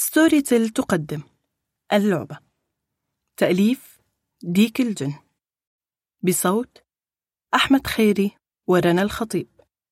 ستوري تيل تقدم اللعبة. تأليف ديك الجن، بصوت أحمد خيري ورنا الخطيب.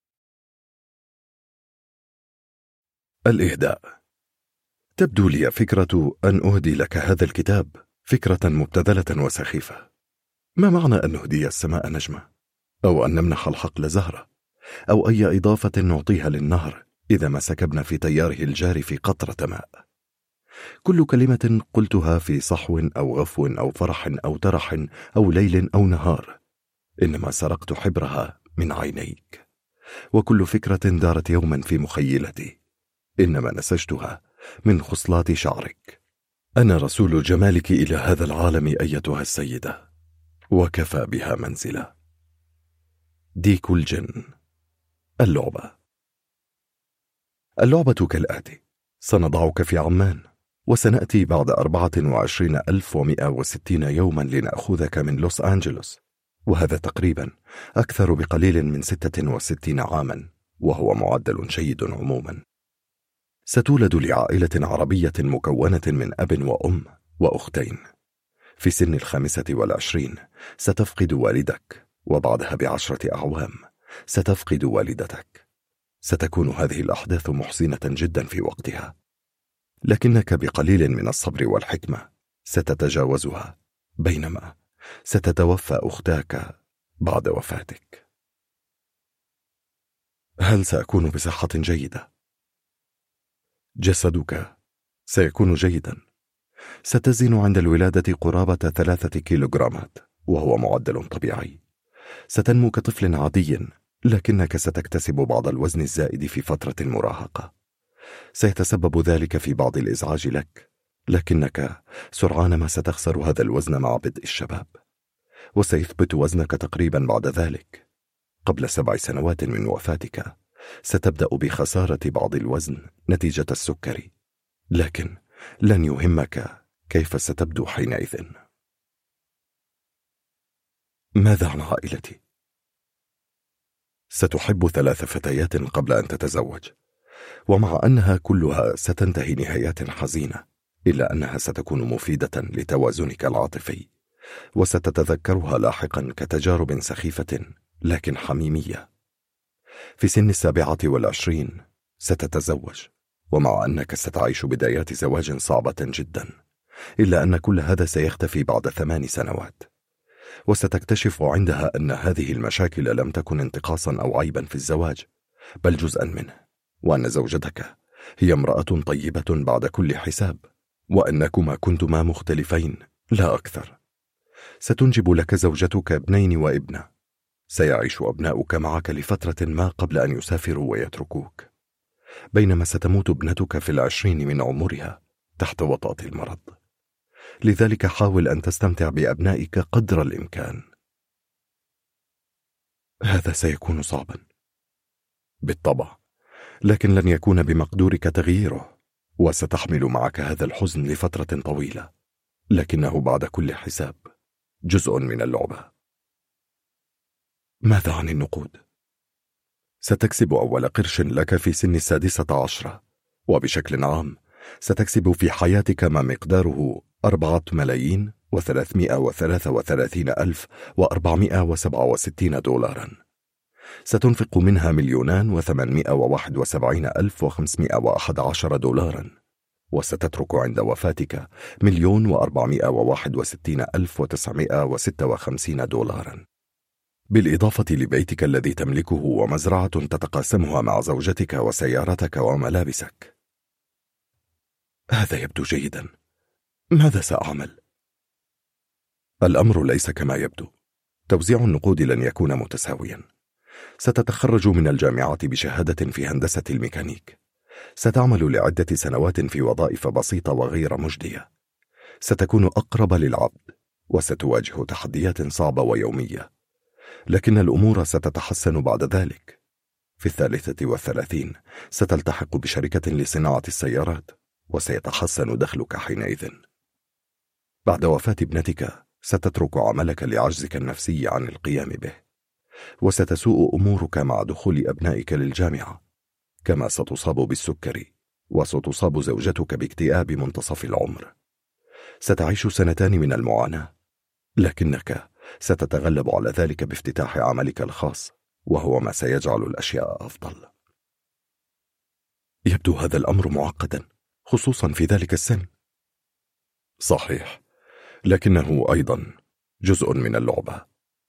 الإهداء. تبدو لي فكرة أن أهدي لك هذا الكتاب فكرة مبتذلة وسخيفة. ما معنى أن نهدي السماء نجمة، أو أن نمنح الحقل زهرة، أو أي إضافة نعطيها للنهر إذا ما سكبنا في تياره الجارف قطرة ماء؟ كل كلمة قلتها في صحو أو غفو أو فرح أو ترح أو ليل أو نهار إنما سرقت حبرها من عينيك، وكل فكرة دارت يوما في مخيلتي إنما نسجتها من خصلات شعرك. أنا رسول جمالك إلى هذا العالم أيتها السيدة، وكفى بها منزلة. ديك الجن. اللعبة كالآتي: سنضعك في عمان، وسنأتي بعد 24,160 يوما لنأخذك من لوس أنجلوس، وهذا تقريبا أكثر بقليل من 66 عاما، وهو معدل جيد عموما. ستولد لعائلة عربية مكونة من أب وأم وأختين. في سن 25 ستفقد والدك، وبعدها ب10 أعوام ستفقد والدتك. ستكون هذه الأحداث محزنة جدا في وقتها، لكنك بقليل من الصبر والحكمة ستتجاوزها، بينما ستتوفى أختاك بعد وفاتك. هل سأكون بصحة جيدة؟ جسدك سيكون جيدا. ستزن عند الولادة قرابة 3 كيلوغرامات، وهو معدل طبيعي. ستنمو كطفل عادي، لكنك ستكتسب بعض الوزن الزائد في فترة المراهقة. سيتسبب ذلك في بعض الإزعاج لك، لكنك سرعان ما ستخسر هذا الوزن مع بدء الشباب، وسيثبت وزنك تقريبا بعد ذلك. قبل 7 سنوات من وفاتك ستبدأ بخسارة بعض الوزن نتيجة السكري، لكن لن يهمك كيف ستبدو حينئذ. ماذا عن عائلتي؟ ستحب 3 فتيات قبل أن تتزوج، ومع أنها كلها ستنتهي نهايات حزينة، إلا أنها ستكون مفيدة لتوازنك العاطفي، وستتذكرها لاحقا كتجارب سخيفة لكن حميمية. في سن 27 ستتزوج، ومع أنك ستعيش بدايات زواج صعبة جدا، إلا أن كل هذا سيختفي بعد 8 سنوات، وستكتشف عندها أن هذه المشاكل لم تكن انتقاصا أو عيبا في الزواج، بل جزءا منه، وأن زوجتك هي امرأة طيبة بعد كل حساب، وأنكما كنتما مختلفين لا أكثر. ستنجب لك زوجتك 2 وابنة. سيعيش أبناؤك معك لفترة ما قبل أن يسافروا ويتركوك، بينما ستموت ابنتك في 20 من عمرها تحت وطأة المرض. لذلك حاول أن تستمتع بأبنائك قدر الإمكان. هذا سيكون صعبا بالطبع، لكن لن يكون بمقدورك تغييره، وستحمل معك هذا الحزن لفترة طويلة، لكنه بعد كل حساب جزء من اللعبة. ماذا عن النقود؟ ستكسب أول قرش لك في سن 16، وبشكل عام ستكسب في حياتك ما مقداره 4,333,467 دولارا. ستنفق منها 2,871,511 دولارا، وستترك عند وفاتك 1,461,956 دولارا، بالإضافة لبيتك الذي تملكه ومزرعة تتقاسمها مع زوجتك وسيارتك وملابسك. هذا يبدو جيدا. ماذا سأعمل؟ الأمر ليس كما يبدو. توزيع النقود لن يكون متساويا. ستتخرج من الجامعة بشهادة في هندسة الميكانيك. ستعمل لعدة سنوات في وظائف بسيطة وغير مجدية. ستكون أقرب للعبد، وستواجه تحديات صعبة ويومية، لكن الأمور ستتحسن بعد ذلك. في 33 ستلتحق بشركة لصناعة السيارات، وسيتحسن دخلك حينئذ. بعد وفاة ابنتك ستترك عملك لعجزك النفسي عن القيام به، وستسوء أمورك مع دخول أبنائك للجامعة، كما ستصاب بالسكري وستصاب زوجتك باكتئاب منتصف العمر. ستعيش 2 من المعاناة، لكنك ستتغلب على ذلك بافتتاح عملك الخاص، وهو ما سيجعل الأشياء أفضل. يبدو هذا الأمر معقدا، خصوصا في ذلك السن. صحيح، لكنه أيضا جزء من اللعبة.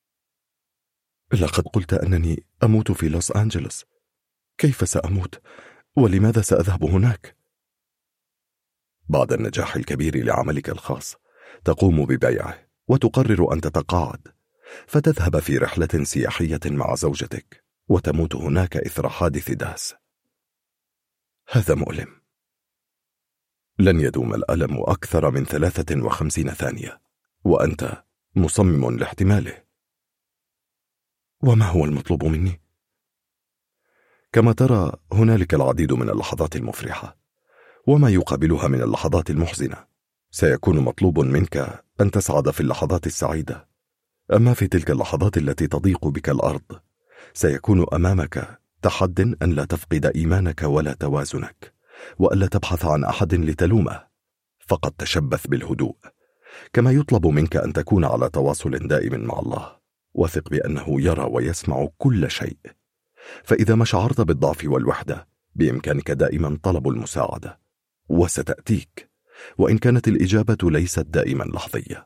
لقد قلت أنني أموت في لوس أنجلوس. كيف سأموت؟ ولماذا سأذهب هناك؟ بعد النجاح الكبير لعملك الخاص تقوم ببيعه وتقرر أن تتقاعد، فتذهب في رحلة سياحية مع زوجتك وتموت هناك إثر حادث داس. هذا مؤلم. لن يدوم الألم أكثر من 53 ثانية، وأنت مصمم لاحتماله. وما هو المطلوب مني؟ كما ترى، هنالك العديد من اللحظات المفرحة وما يقابلها من اللحظات المحزنة. سيكون مطلوب منك أن تسعد في اللحظات السعيدة، أما في تلك اللحظات التي تضيق بك الأرض سيكون أمامك تحد أن لا تفقد إيمانك ولا توازنك، وألا تبحث عن أحد لتلومه، فقد تشبث بالهدوء. كما يطلب منك أن تكون على تواصل دائم مع الله، وثق بأنه يرى ويسمع كل شيء. فإذا ما شعرت بالضعف والوحدة بإمكانك دائما طلب المساعدة، وستأتيك، وإن كانت الإجابة ليست دائما لحظية.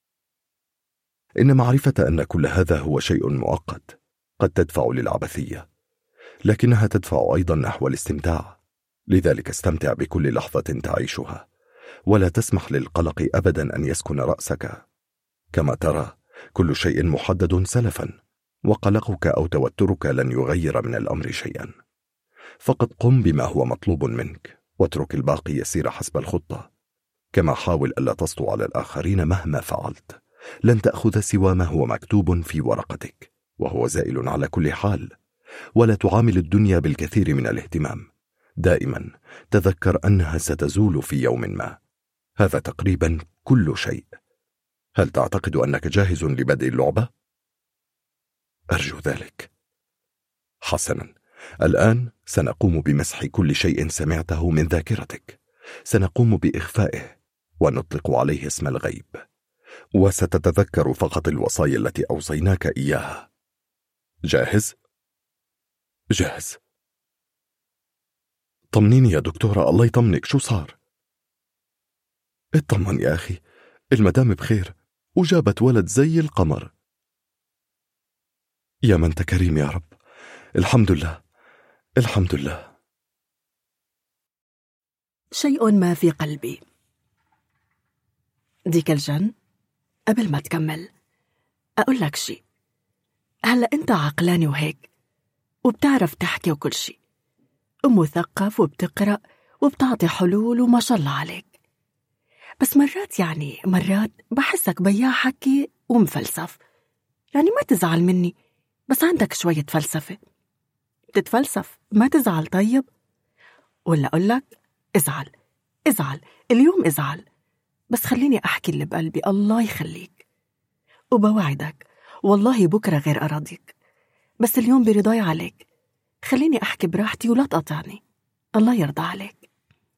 إن معرفة أن كل هذا هو شيء مؤقت قد تدفع للعبثية، لكنها تدفع أيضا نحو الاستمتاع. لذلك استمتع بكل لحظة تعيشها، ولا تسمح للقلق أبدا أن يسكن رأسك. كما ترى، كل شيء محدد سلفا، وقلقك أو توترك لن يغير من الأمر شيئا. فقط قم بما هو مطلوب منك، واترك الباقي يسير حسب الخطة. كما حاول ألا تسطو على الآخرين مهما فعلت. لن تأخذ سوى ما هو مكتوب في ورقتك، وهو زائل على كل حال. ولا تعامل الدنيا بالكثير من الاهتمام. دائما تذكر أنها ستزول في يوم ما. هذا تقريبا كل شيء. هل تعتقد أنك جاهز لبدء اللعبة؟ أرجو ذلك. حسنا، الآن سنقوم بمسح كل شيء سمعته من ذاكرتك. سنقوم بإخفائه ونطلق عليه اسم الغيب، وستتذكر فقط الوصايا التي أوصيناك إياها. جاهز؟ جاهز. طمنيني يا دكتورة، الله يطمنك. شو صار؟ اطمن يا أخي، المدام بخير وجابت ولد زي القمر. يا من أنت كريم يا رب. الحمد لله، الحمد لله. شيء ما في قلبي. ديك الجن، قبل ما تكمل أقول لك شي. هلأ أنت عقلاني وهيك، وبتعرف تحكي وكل شي، ومثقف وبتقرأ وبتعطي حلول وما شاء الله عليك. بس مرات بحسك بياع حكي ومفلسف. يعني ما تزعل مني، بس عندك شوية فلسفة. بتتفلسف، ما تزعل طيب؟ ولا أقول لك ازعل اليوم، ازعل، بس خليني أحكي اللي بقلبي. الله يخليك، وبوعدك والله بكرة غير أراضيك، بس اليوم برضاي عليك. خليني أحكي براحتي ولا تقطعني. الله يرضى عليك.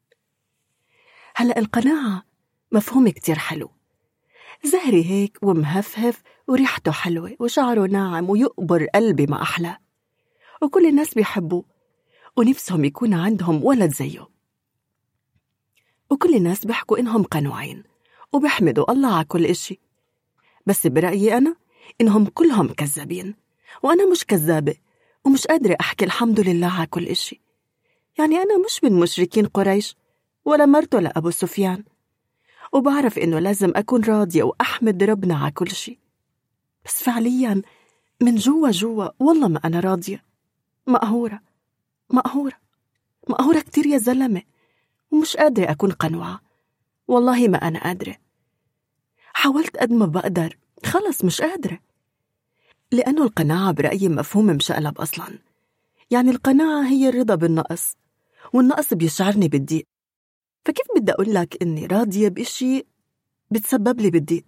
هلأ القناعة مفهوم كتير حلو. زهري هيك ومهفهف وريحته حلوة وشعره ناعم ويقبر قلبي ما أحلى، وكل الناس بيحبوه ونفسهم يكون عندهم ولد زيه، وكل الناس بيحكوا إنهم قنوعين وبيحمدوا الله على كل إشي. بس برأيي أنا إنهم كلهم كذابين، وأنا مش كذابة ومش قادرة أحكي الحمد لله على كل إشي. يعني أنا مش من مشركين قريش ولا مرته لأبو سفيان، وبعرف إنه لازم أكون راضية وأحمد ربنا على كل شي. بس فعلياً من جوا والله ما أنا راضية. مقهورة كتير يا زلمة، ومش قادرة أكون قنوعة. والله ما أنا قادرة. حاولت قد ما بقدر، خلص مش قادرة. لأنه القناعة برأيي مفهوم مشقلب أصلاً. يعني القناعة هي الرضا بالنقص، والنقص بيشعرني بالضيق. فكيف بدي أقول لك إني راضية بإشي بتسبب لي بالضيق؟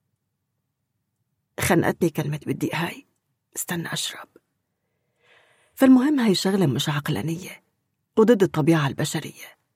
خنقتني كلمة بالضيق هاي. استنى أشرب. فالمهم هاي شغلة مش عقلانية وضد الطبيعة البشرية.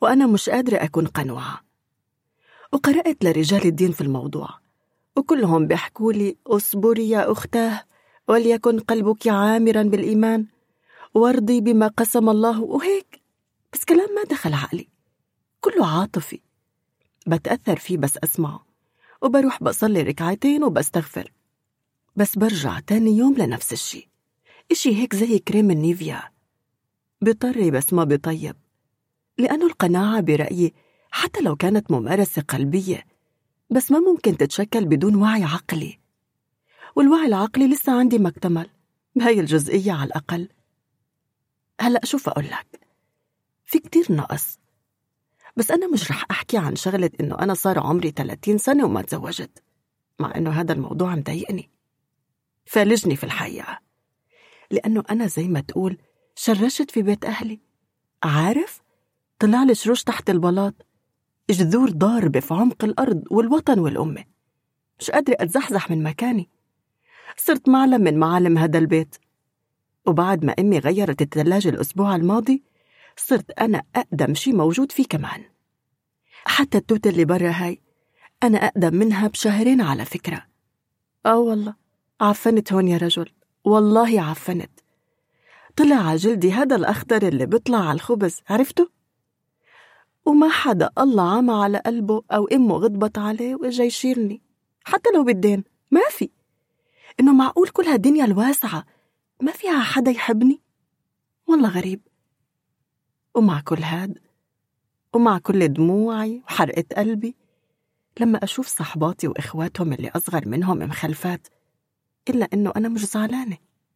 وأنا مش قادرة أكون قنوعة. وقرأت لرجال الدين في الموضوع، وكلهم بيحكوا لي اصبري يا أختاه، وليكن قلبك عامرا بالإيمان، وارضي بما قسم الله وهيك. بس كلام ما دخل عقلي، كله عاطفي، بتأثر فيه بس أسمعه، وبروح بصلي ركعتين وبستغفر. بس برجع تاني يوم لنفس الشي، إشي هيك زي كريم النيفيا، بيطري بس ما بيطيب. لأنه القناعة برأيي حتى لو كانت ممارسة قلبية، بس ما ممكن تتشكل بدون وعي عقلي، والوعي العقلي لسه عندي ما اكتمل بهاي الجزئية على الأقل. هلأ شوف أقول لك، في كتير نقص، بس أنا مش رح أحكي عن شغلة إنه أنا صار عمري 30 سنة وما تزوجت، مع إنه هذا الموضوع مضايقني، فالجني في الحقيقة، لأنه أنا زي ما تقول شرشت في بيت أهلي. عارف، طلع لي شروش تحت البلاط، جذور ضاربة في عمق الأرض والوطن والأمة، مش قادرة أتزحزح من مكاني. صرت معلم من معالم هذا البيت، وبعد ما أمي غيرت الثلاجة الأسبوع الماضي صرت أنا أقدم شي موجود فيه كمان. حتى التوتة اللي برا هاي أنا أقدم منها بشهرين على فكرة. والله عفنت هون يا رجل، والله عفنت. طلع على جلدي هذا الأخضر اللي بيطلع على الخبز، عرفته؟ وما حدا الله عمى على قلبه أو أمه غضبت عليه وإجا يشيلني، حتى لو بالدين. ما في إنه معقول كل هالدنيا الواسعة ما فيها حدا يحبني؟ والله غريب. ومع كل هاد، ومع كل دموعي وحرقة قلبي، لما أشوف صحباتي وإخواتهم اللي أصغر منهم مخلفات، إلا إنه أنا مش زعلانة.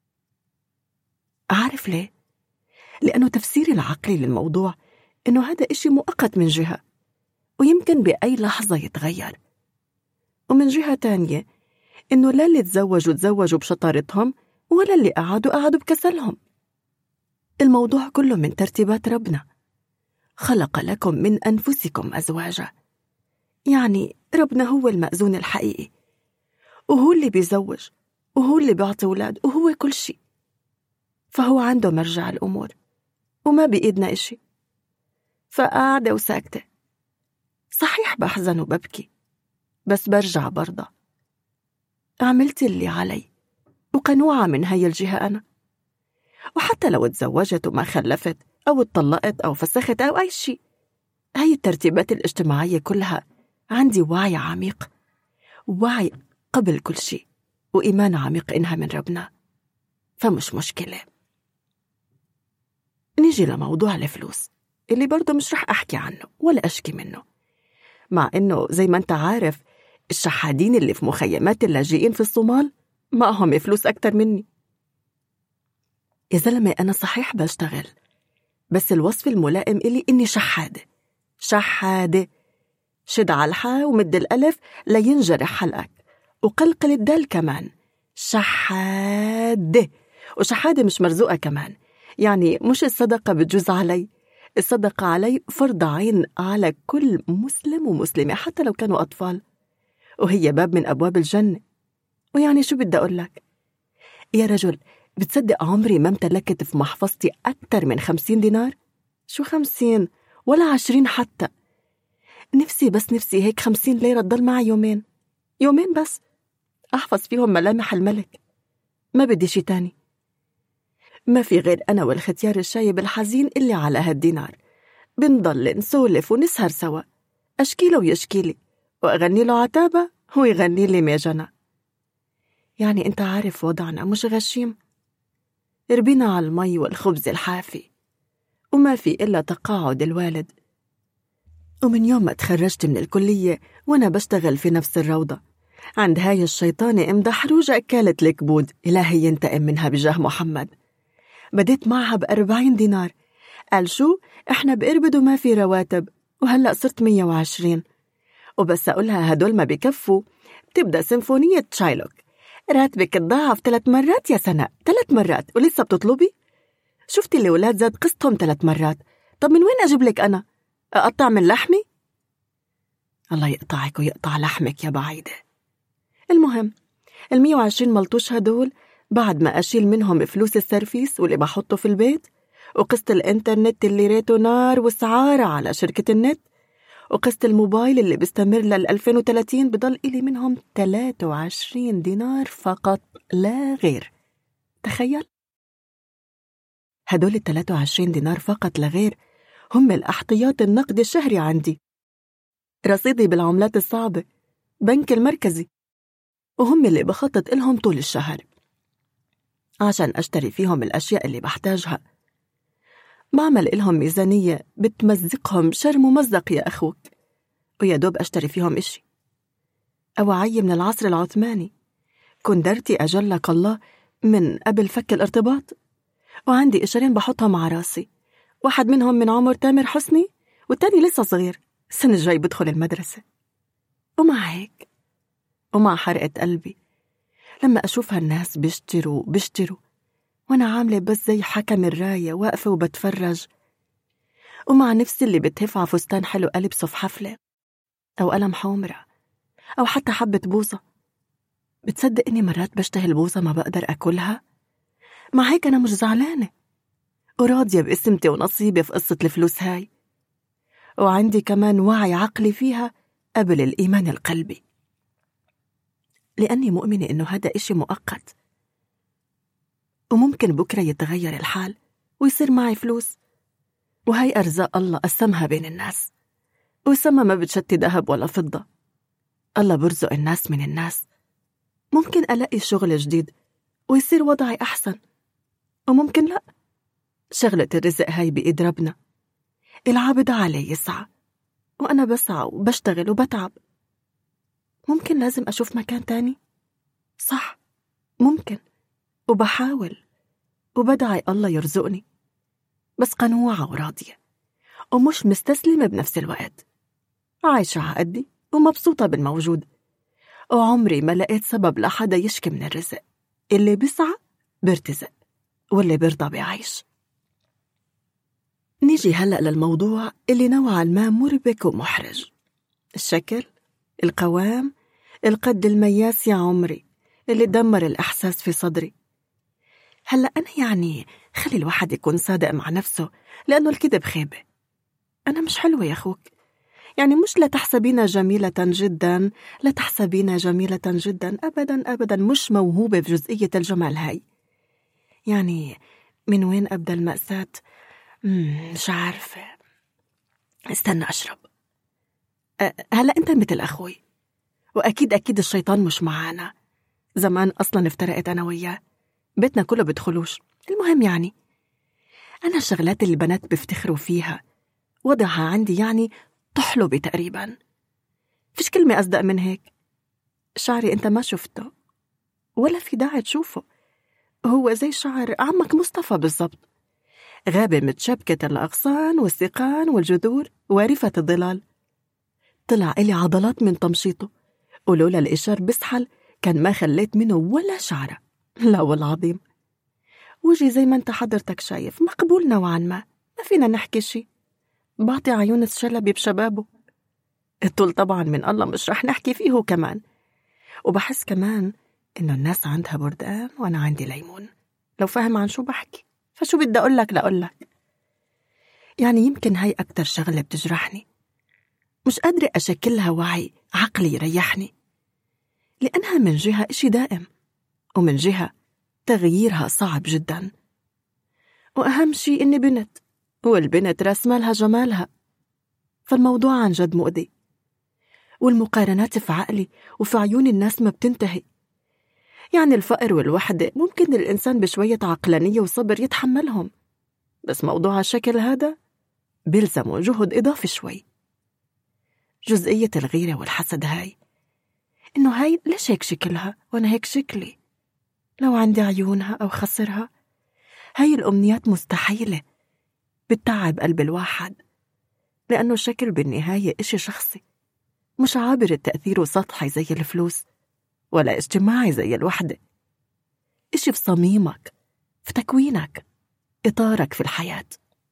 أعرف ليه؟ لأنه تفسيري العقلي للموضوع إنه هذا إشي مؤقت من جهة، ويمكن بأي لحظة يتغير، ومن جهة تانية إنه لا اللي تزوجوا بشطارتهم ولا اللي قعدوا بكسلهم. الموضوع كله من ترتيبات ربنا. خلق لكم من أنفسكم أزواجا، يعني ربنا هو المأذون الحقيقي، وهو اللي بيزوج، وهو اللي بيعطي أولاد، وهو كل شيء، فهو عنده مرجع الأمور، وما بإيدنا إشي. فقاعدة وساكتة، صحيح بحزن وببكي، بس برجع برضه. عملت اللي علي وقنوعة من هاي الجهة أنا، وحتى لو تزوجت وما خلفت أو اتطلقت أو فسخت أو أي شيء، هاي الترتيبات الاجتماعية كلها عندي وعي عميق، وعي قبل كل شيء، وإيمان عميق إنها من ربنا، فمش مشكلة. نيجي لموضوع الفلوس اللي برضه مش رح أحكي عنه ولا أشكي منه، مع إنه زي ما أنت عارف الشحادين اللي في مخيمات اللاجئين في الصومال معهم فلوس أكتر مني. يا زلمة أنا صحيح بشتغل، بس الوصف الملائم إلي إني شحادة. شد على الحاء ومد الألف لينجرح حلقك، وقلقل الدال كمان، شحادة. وشحادة مش مرزوقة كمان، يعني مش الصدقة بتجوز علي، الصدقة علي فرض عين على كل مسلم ومسلمة حتى لو كانوا أطفال، وهي باب من أبواب الجنة. ويعني شو بدي أقول لك يا رجل، بتصدق عمري ما امتلكت في محفظتي أكتر من 50 دينار؟ شو 50 ولا 20 حتى. نفسي هيك 50 ليرة تضل معي يومين بس أحفظ فيهم ملامح الملك، ما بدي شي تاني. ما في غير أنا والختيار الشايب الحزين اللي على هالدينار، بنضل نسولف ونسهر سوا، أشكيله ويشكيلي، وأغني له عتابة هو يغني لي ميجنة. يعني أنت عارف وضعنا مش غشيم، ربينا على المي والخبز الحافي، وما في إلا تقاعد الوالد. ومن يوم ما تخرجت من الكلية وأنا بشتغل في نفس الروضة عند هاي الشيطانة مدحروجة أكالت الكبود، إلهي ينتقم منها بجاه محمد. بديت معها ب40 دينار، قال شو إحنا بإربد وما في رواتب، وهلأ صرت 120. وبس أقولها هدول ما بكفوا، بتبدأ سيمفونية تشايلوك، راتبك تضاعف 3 مرات يا سناء، 3 مرات، ولسه بتطلبي؟ شفتي اللي ولاد زاد قسطهم 3 مرات، طب من وين أجيب لك أنا؟ أقطع من لحمي؟ الله يقطعك ويقطع لحمك يا بعيدة. المهم 120 ملطوش هدول بعد ما أشيل منهم فلوس السرفيس واللي بحطه في البيت، وقسط الإنترنت اللي ريته نار وسعارة على شركة النت، وقسط الموبايل اللي بيستمر لل2030 بضل إلي منهم 23 دينار فقط لا غير. تخيل، هدول 23 دينار فقط لا غير هم الاحتياط النقدي الشهري عندي، رصيدي بالعملات الصعبة، بنك المركزي، وهم اللي بخطط إلهم طول الشهر عشان أشتري فيهم الأشياء اللي بحتاجها. بعمل إلهم ميزانية بتمزقهم شر ممزق يا أخوك، ويا دوب أشتري فيهم إشي. أوعي من العصر العثماني، كندرتي أجلك الله من قبل فك الارتباط، وعندي قشرين بحطهم على راسي، واحد منهم من عمر تامر حسني والتاني لسه صغير السنة الجاي بدخل المدرسة. ومع هيك ومع حرقة قلبي لما أشوف هالناس بيشتروا وأنا عاملة بس زي حكم الراية واقفة وبتفرج، ومع نفسي اللي بتهف على فستان حلو ألبسه في حفلة، أو قلم حمرة، أو حتى حبة بوظة. بتصدق إني مرات بشتهي البوظة ما بقدر أكلها؟ مع هيك أنا مش زعلانة وراضية بقسمتي ونصيبي في قصة الفلوس هاي، وعندي كمان وعي عقلي فيها قبل الإيمان القلبي، لأني مؤمنة إنه هذا إشي مؤقت، وممكن بكرة يتغير الحال ويصير معي فلوس، وهي أرزاق الله قسمها بين الناس، والسما ما بتشتي ذهب ولا فضة. الله برزق الناس من الناس. ممكن ألاقي شغل جديد ويصير وضعي أحسن، وممكن لأ. شغلة الرزق هاي بإيد ربنا، العابد عليه يسعى، وأنا بسعى وبشتغل وبتعب. ممكن لازم أشوف مكان تاني، صح، ممكن، وبحاول وبدعي الله يرزقني، بس قنوعة وراضية ومش مستسلمة بنفس الوقت، عايشة عقدي ومبسوطة بالموجود، وعمري ما لقيت سبب لحدا يشكي من الرزق. اللي بيسعى بيرتزق، واللي بيرضى بيعيش. نيجي هلأ للموضوع اللي نوعا ما مربك ومحرج، الشكل، القوام، القد المياس يا عمري اللي دمر الإحساس في صدري. هلأ أنا يعني خلي الواحد يكون صادق مع نفسه، لأنه الكذب خيبة. أنا مش حلوة يا أخوك، يعني مش لا تحسبينا جميلة جدا، لا تحسبينا جميلة جدا، أبدا أبدا، مش موهوبة بجزئية الجمال هاي. يعني من وين أبدأ المأساة؟ مش عارفة، استنى أشرب. هلأ أنت مثل أخوي، وأكيد الشيطان مش معانا، زمان أصلا افترقت أنا وياه، بيتنا كله بدخلوش. المهم يعني أنا الشغلات اللي البنات بيفتخروا فيها وضعها عندي يعني طحلبي تقريبا، فيش كلمة أصدق من هيك. شعري أنت ما شفته ولا في داعي تشوفه، هو زي شعر عمك مصطفى بالضبط، غابة متشبكة الأغصان والسيقان والجذور وارفة الظلال. طلع إلي عضلات من تمشيطه، ولولا الإشار بسحل كان ما خليت منه ولا شعرة. لا والعظيم، وجي زي ما انت حضرتك شايف مقبول نوعا ما فينا نحكي شي، بعطي عيون الشلبي بشبابه. الطول طبعا من الله مش رح نحكي فيه كمان، وبحس كمان إنه الناس عندها بردقان وأنا عندي ليمون. لو فاهم عن شو بحكي، فشو بدي أقول لك يعني يمكن هاي أكتر شغلة بتجرحني، مش قادرة أشكلها وعي عقلي يريحني، لأنها من جهة إشي دائم، ومن جهة تغييرها صعب جدا. وأهم شيء إني بنت، والبنت راس مالها جمالها، فالموضوع عن جد مؤذي، والمقارنات في عقلي وفي عيون الناس ما بتنتهي. يعني الفقر والوحدة ممكن الإنسان بشوية عقلانية وصبر يتحملهم، بس موضوع الشكل هذا بيلزمه جهد إضافي شوي. جزئية الغيرة والحسد هاي، إنه هاي ليش هيك شكلها وأنا هيك شكلي، لو عندي عيونها أو خصرها. هاي الأمنيات مستحيلة، بتتعب قلب الواحد، لأنه الشكل بالنهاية إشي شخصي، مش عابر التأثير وسطحي زي الفلوس، ولا اجتماعي زي الوحدة. إشي في صميمك، في تكوينك، إطارك في الحياة.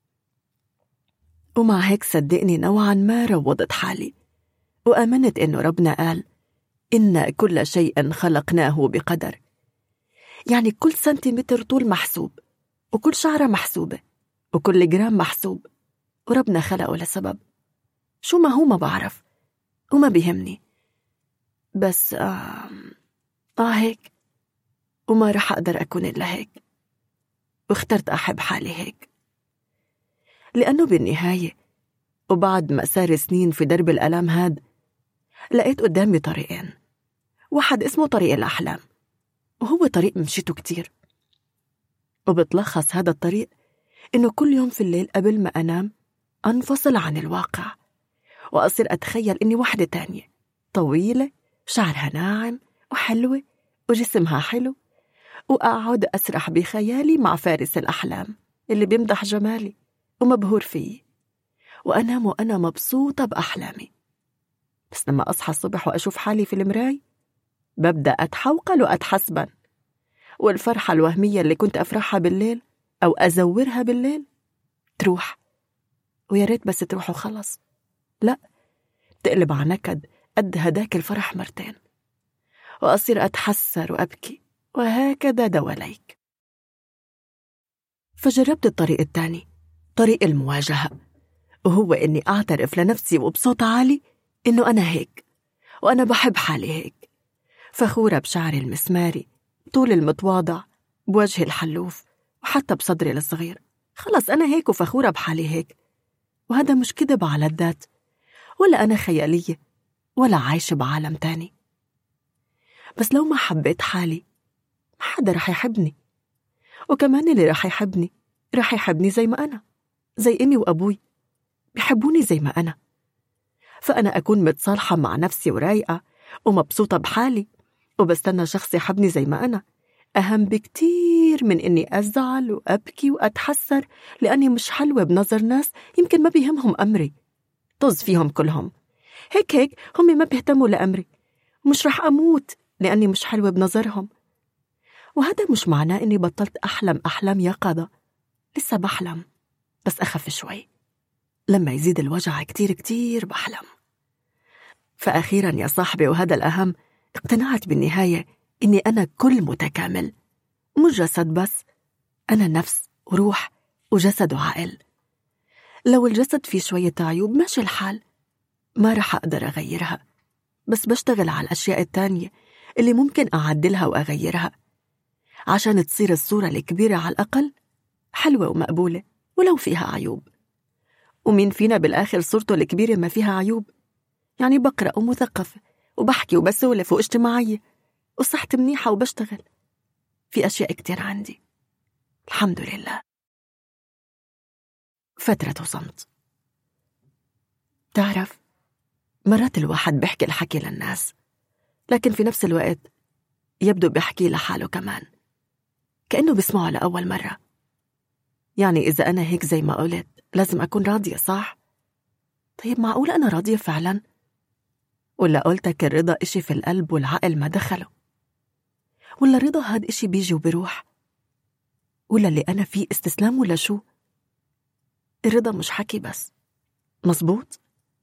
ومع هيك صدقني نوعا ما روضت حالي، وآمنت إنه ربنا قال إن كل شيء خلقناه بقدر. يعني كل سنتيمتر طول محسوب، وكل شعرة محسوبة، وكل جرام محسوب، وربنا خلقه لسبب. شو ما هو ما بعرف وما بيهمني، بس هيك، وما رح أقدر أكون إلا هيك. واخترت أحب حالي هيك، لأنه بالنهاية وبعد مأساة سنين في درب الألام هاد، لقيت قدامي طريقين. واحد اسمه طريق الأحلام، وهو طريق مشيته كتير، وبتلخص هذا الطريق إنه كل يوم في الليل قبل ما أنام أنفصل عن الواقع، وأصير أتخيل إني واحدة تانية طويلة، شعرها ناعم وحلوة وجسمها حلو، وأقعد أسرح بخيالي مع فارس الأحلام اللي بيمدح جمالي ومبهور فيي، وأنام وأنا مبسوطة بأحلامي. بس لما أصحى الصبح وأشوف حالي في المراي ببدأ أتحوقل وأتحسبن، والفرحة الوهمية اللي كنت أفرحها بالليل أو أزورها بالليل تروح، ويا ريت بس تروح وخلص. لا، تقلب عنكد قد هداك الفرح مرتين، وأصير أتحسر وأبكي، وهكذا دواليك. فجربت الطريق الثاني، طريق المواجهة، وهو إني أعترف لنفسي وبصوت عالي إنه أنا هيك، وأنا بحب حالي هيك، فخورة بشعري المسماري، طول المتواضع، بوجهي الحلوف، وحتى بصدري الصغير. خلص أنا هيك وفخورة بحالي هيك، وهذا مش كذب على الذات، ولا أنا خيالية، ولا عايشة بعالم تاني. بس لو ما حبيت حالي ما حدا رح يحبني، وكمان اللي رح يحبني زي ما أنا، زي أمي وأبوي بيحبوني زي ما أنا. فأنا أكون متصالحة مع نفسي ورايقة ومبسوطة بحالي وبستنى شخص يحبني زي ما أنا، أهم بكتير من إني أزعل وأبكي وأتحسر لأني مش حلوة بنظر ناس يمكن ما بيهمهم أمري. طز فيهم كلهم، هيك هم ما بيهتموا لأمري، مش رح أموت لأني مش حلوة بنظرهم. وهذا مش معناه إني بطلت أحلام يقظة، لسه بحلم، بس أخف شوي. لما يزيد الوجع كتير بحلم. فأخيرا يا صاحبي، وهذا الأهم، اقتنعت بالنهاية إني أنا كل متكامل، مش جسد بس، أنا نفس وروح وجسد وعقل. لو الجسد فيه شوية عيوب ماشي الحال، ما رح أقدر أغيرها، بس بشتغل على الأشياء التانية اللي ممكن أعدلها وأغيرها عشان تصير الصورة الكبيرة على الأقل حلوة ومقبولة ولو فيها عيوب. ومين فينا بالآخر صورته الكبيرة ما فيها عيوب؟ يعني بقرأ ومثقفة وبحكي وبسولف واجتماعية وصحتي منيحة وبشتغل، في أشياء كتير عندي الحمد لله. فترة صمت. تعرف، مرات الواحد بيحكي الحكي للناس، لكن في نفس الوقت يبدو بيحكي لحاله كمان، كأنه بيسمعه لأول مرة. يعني إذا أنا هيك زي ما قلت لازم أكون راضية، صح؟ طيب معقول أنا راضية فعلا؟ ولا قلتك الرضا إشي في القلب والعقل ما دخله؟ ولا الرضا هاد إشي بيجي وبيروح؟ ولا اللي أنا فيه استسلام؟ ولا شو؟ الرضا مش حكي بس، مظبوط؟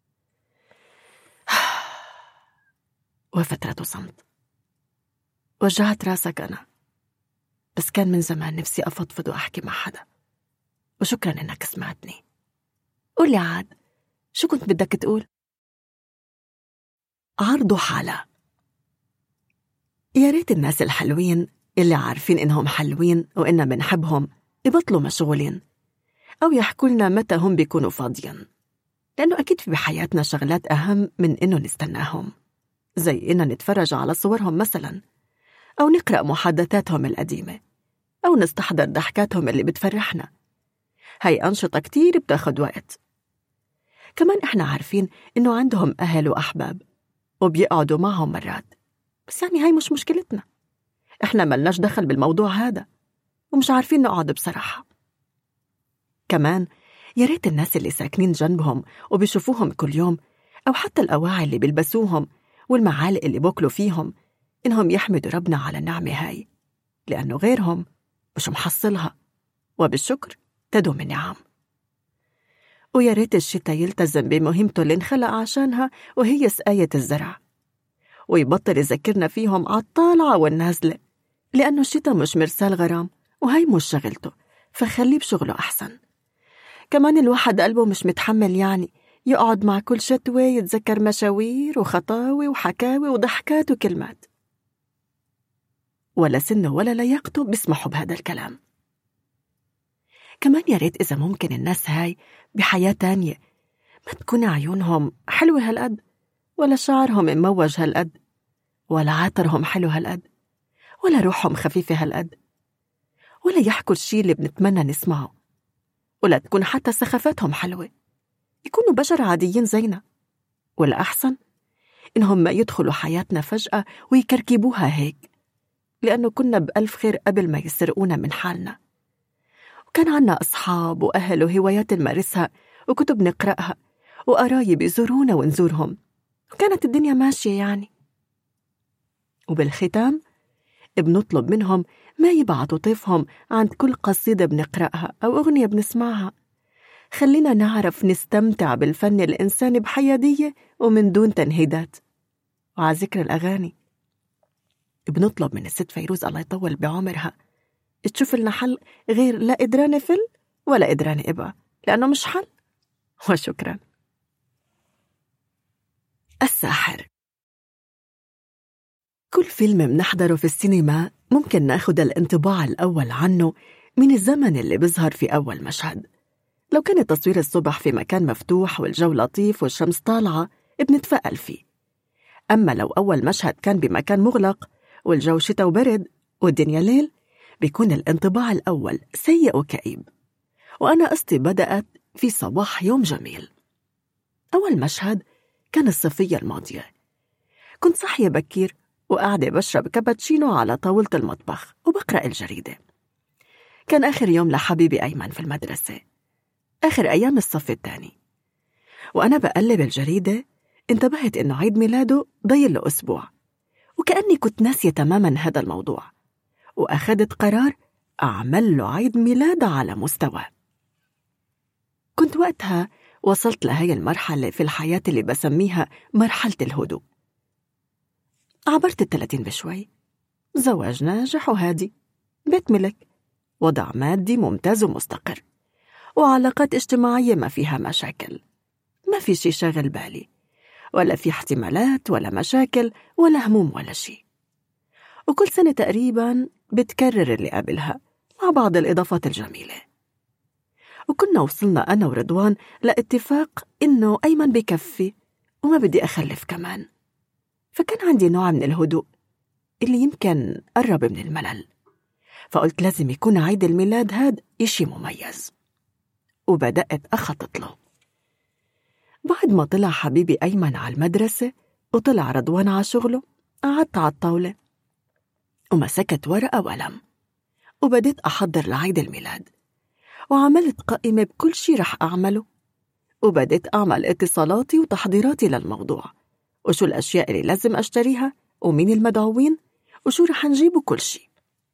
وفترة صمت. وجعت راسك أنا، بس كان من زمان نفسي أفضفض وأحكي مع حدا، وشكرا إنك سمعتني. قولي عاد، شو كنت بدك تقول؟ عرضوا حالة. يا ريت الناس الحلوين اللي عارفين إنهم حلوين وإننا بنحبهم يبطلوا مشغولين، أو يحكوا لنا متى هم بيكونوا فاضيين، لأنه أكيد في بحياتنا شغلات أهم من إنه نستناهم، زي إننا نتفرج على صورهم مثلا، أو نقرأ محادثاتهم القديمة، أو نستحضر ضحكاتهم اللي بتفرحنا. هاي أنشطة كتير بتاخد وقت. كمان إحنا عارفين إنه عندهم أهل وأحباب وبيقعدوا معهم مرات، بس يعني هاي مش مشكلتنا، إحنا ملناش دخل بالموضوع هذا ومش عارفين نقعد بصراحة. كمان يا ريت الناس اللي ساكنين جنبهم وبيشوفوهم كل يوم، أو حتى الأواعي اللي بيلبسوهم والمعالق اللي بوكلوا فيهم، إنهم يحمدوا ربنا على النعمة هاي، لأنه غيرهم مش محصلها، وبالشكر تدوم النعم. ويا ريت الشتاء يلتزم بمهمته اللي انخلق عشانها، وهي سقاية الزرع، ويبطل يذكرنا فيهم على الطالعة والنازلة، لأنه الشتاء مش مرسال غرام وهي مش شغلته، فخليه بشغله أحسن. كمان الواحد قلبه مش متحمل يعني يقعد مع كل شتوى يتذكر مشاوير وخطاوي وحكاوي وضحكات وكلمات، ولا سنه ولا لياقته بيسمحوا بهذا الكلام. كمان يا ريت إذا ممكن الناس هاي بحياة تانية ما تكون عيونهم حلوة هالقد، ولا شعرهم مموج هالقد، ولا عطرهم حلو هالقد، ولا روحهم خفيفة هالقد، ولا يحكوا الشي اللي بنتمنى نسمعه، ولا تكون حتى سخافتهم حلوة، يكونوا بشر عاديين زينا. والأحسن إنهم ما يدخلوا حياتنا فجأة ويكركبوها هيك، لأنه كنا بألف خير قبل ما يسرقونا من حالنا، وكان عنا أصحاب وأهل وهوايات نمارسها وكتب نقرأها وقرايب يزورونا ونزورهم، وكانت الدنيا ماشية يعني. وبالختام بنطلب منهم ما يبعتوا طيفهم عند كل قصيدة بنقرأها أو أغنية بنسمعها. خلينا نعرف نستمتع بالفن الإنساني بحيادية ومن دون تنهيدات. وعلى ذكر الأغاني، بنطلب من الست فيروز الله يطول بعمرها تشوف لنا حل غير لا قدرانة فل ولا قدرانة إبقى، لأنه مش حل. وشكرا. الساحر. كل فيلم منحضره في السينما ممكن ناخد الانطباع الأول عنه من الزمن اللي بيظهر في أول مشهد. لو كان التصوير الصبح في مكان مفتوح والجو لطيف والشمس طالعة بنتفائل فيه، أما لو أول مشهد كان بمكان مغلق والجو شتاء وبرد والدنيا ليل، بيكون الانطباع الأول سيء وكئيب. وأنا قصتي بدأت في صباح يوم جميل. أول مشهد كان الصيفية الماضية، كنت صحية بكير وقاعدة بشرب كابتشينو على طاولة المطبخ وبقرأ الجريدة. كان آخر يوم لحبيبي أيمن في المدرسة، آخر أيام الصف الثاني. وأنا بقلب الجريدة انتبهت إنه عيد ميلاده ضايل له أسبوع، وكأني كنت ناسية تماماً هذا الموضوع، وأخذت قرار أعمل له عيد ميلاد على مستوى. كنت وقتها وصلت لهي المرحلة في الحياة اللي بسميها مرحلة الهدوء. عبرت 30 بشوي، زواج ناجح وهادي، بيت ملك، وضع مادي ممتاز ومستقر، وعلاقات اجتماعية ما فيها مشاكل، ما في شي شاغل بالي، ولا في احتمالات ولا مشاكل ولا هموم ولا شي. وكل سنة تقريبا بتكرر اللي قبلها مع بعض الإضافات الجميلة. وكنا وصلنا أنا ورضوان لاتفاق إنه أيمن بكفي وما بدي أخلف كمان، فكان عندي نوع من الهدوء اللي يمكن قرب من الملل. فقلت لازم يكون عيد الميلاد هاد إشي مميز، وبدأت أخطط له. بعد ما طلع حبيبي أيمن على المدرسة وطلع رضوان على شغله، قعدت على الطاولة ومسكت ورقة وقلم وبدأت أحضر لعيد الميلاد، وعملت قائمة بكل شي رح أعمله، وبدأت أعمل اتصالاتي وتحضيراتي للموضوع، وشو الأشياء اللي لازم أشتريها ومين المدعوين وشو رح نجيبه كل شي.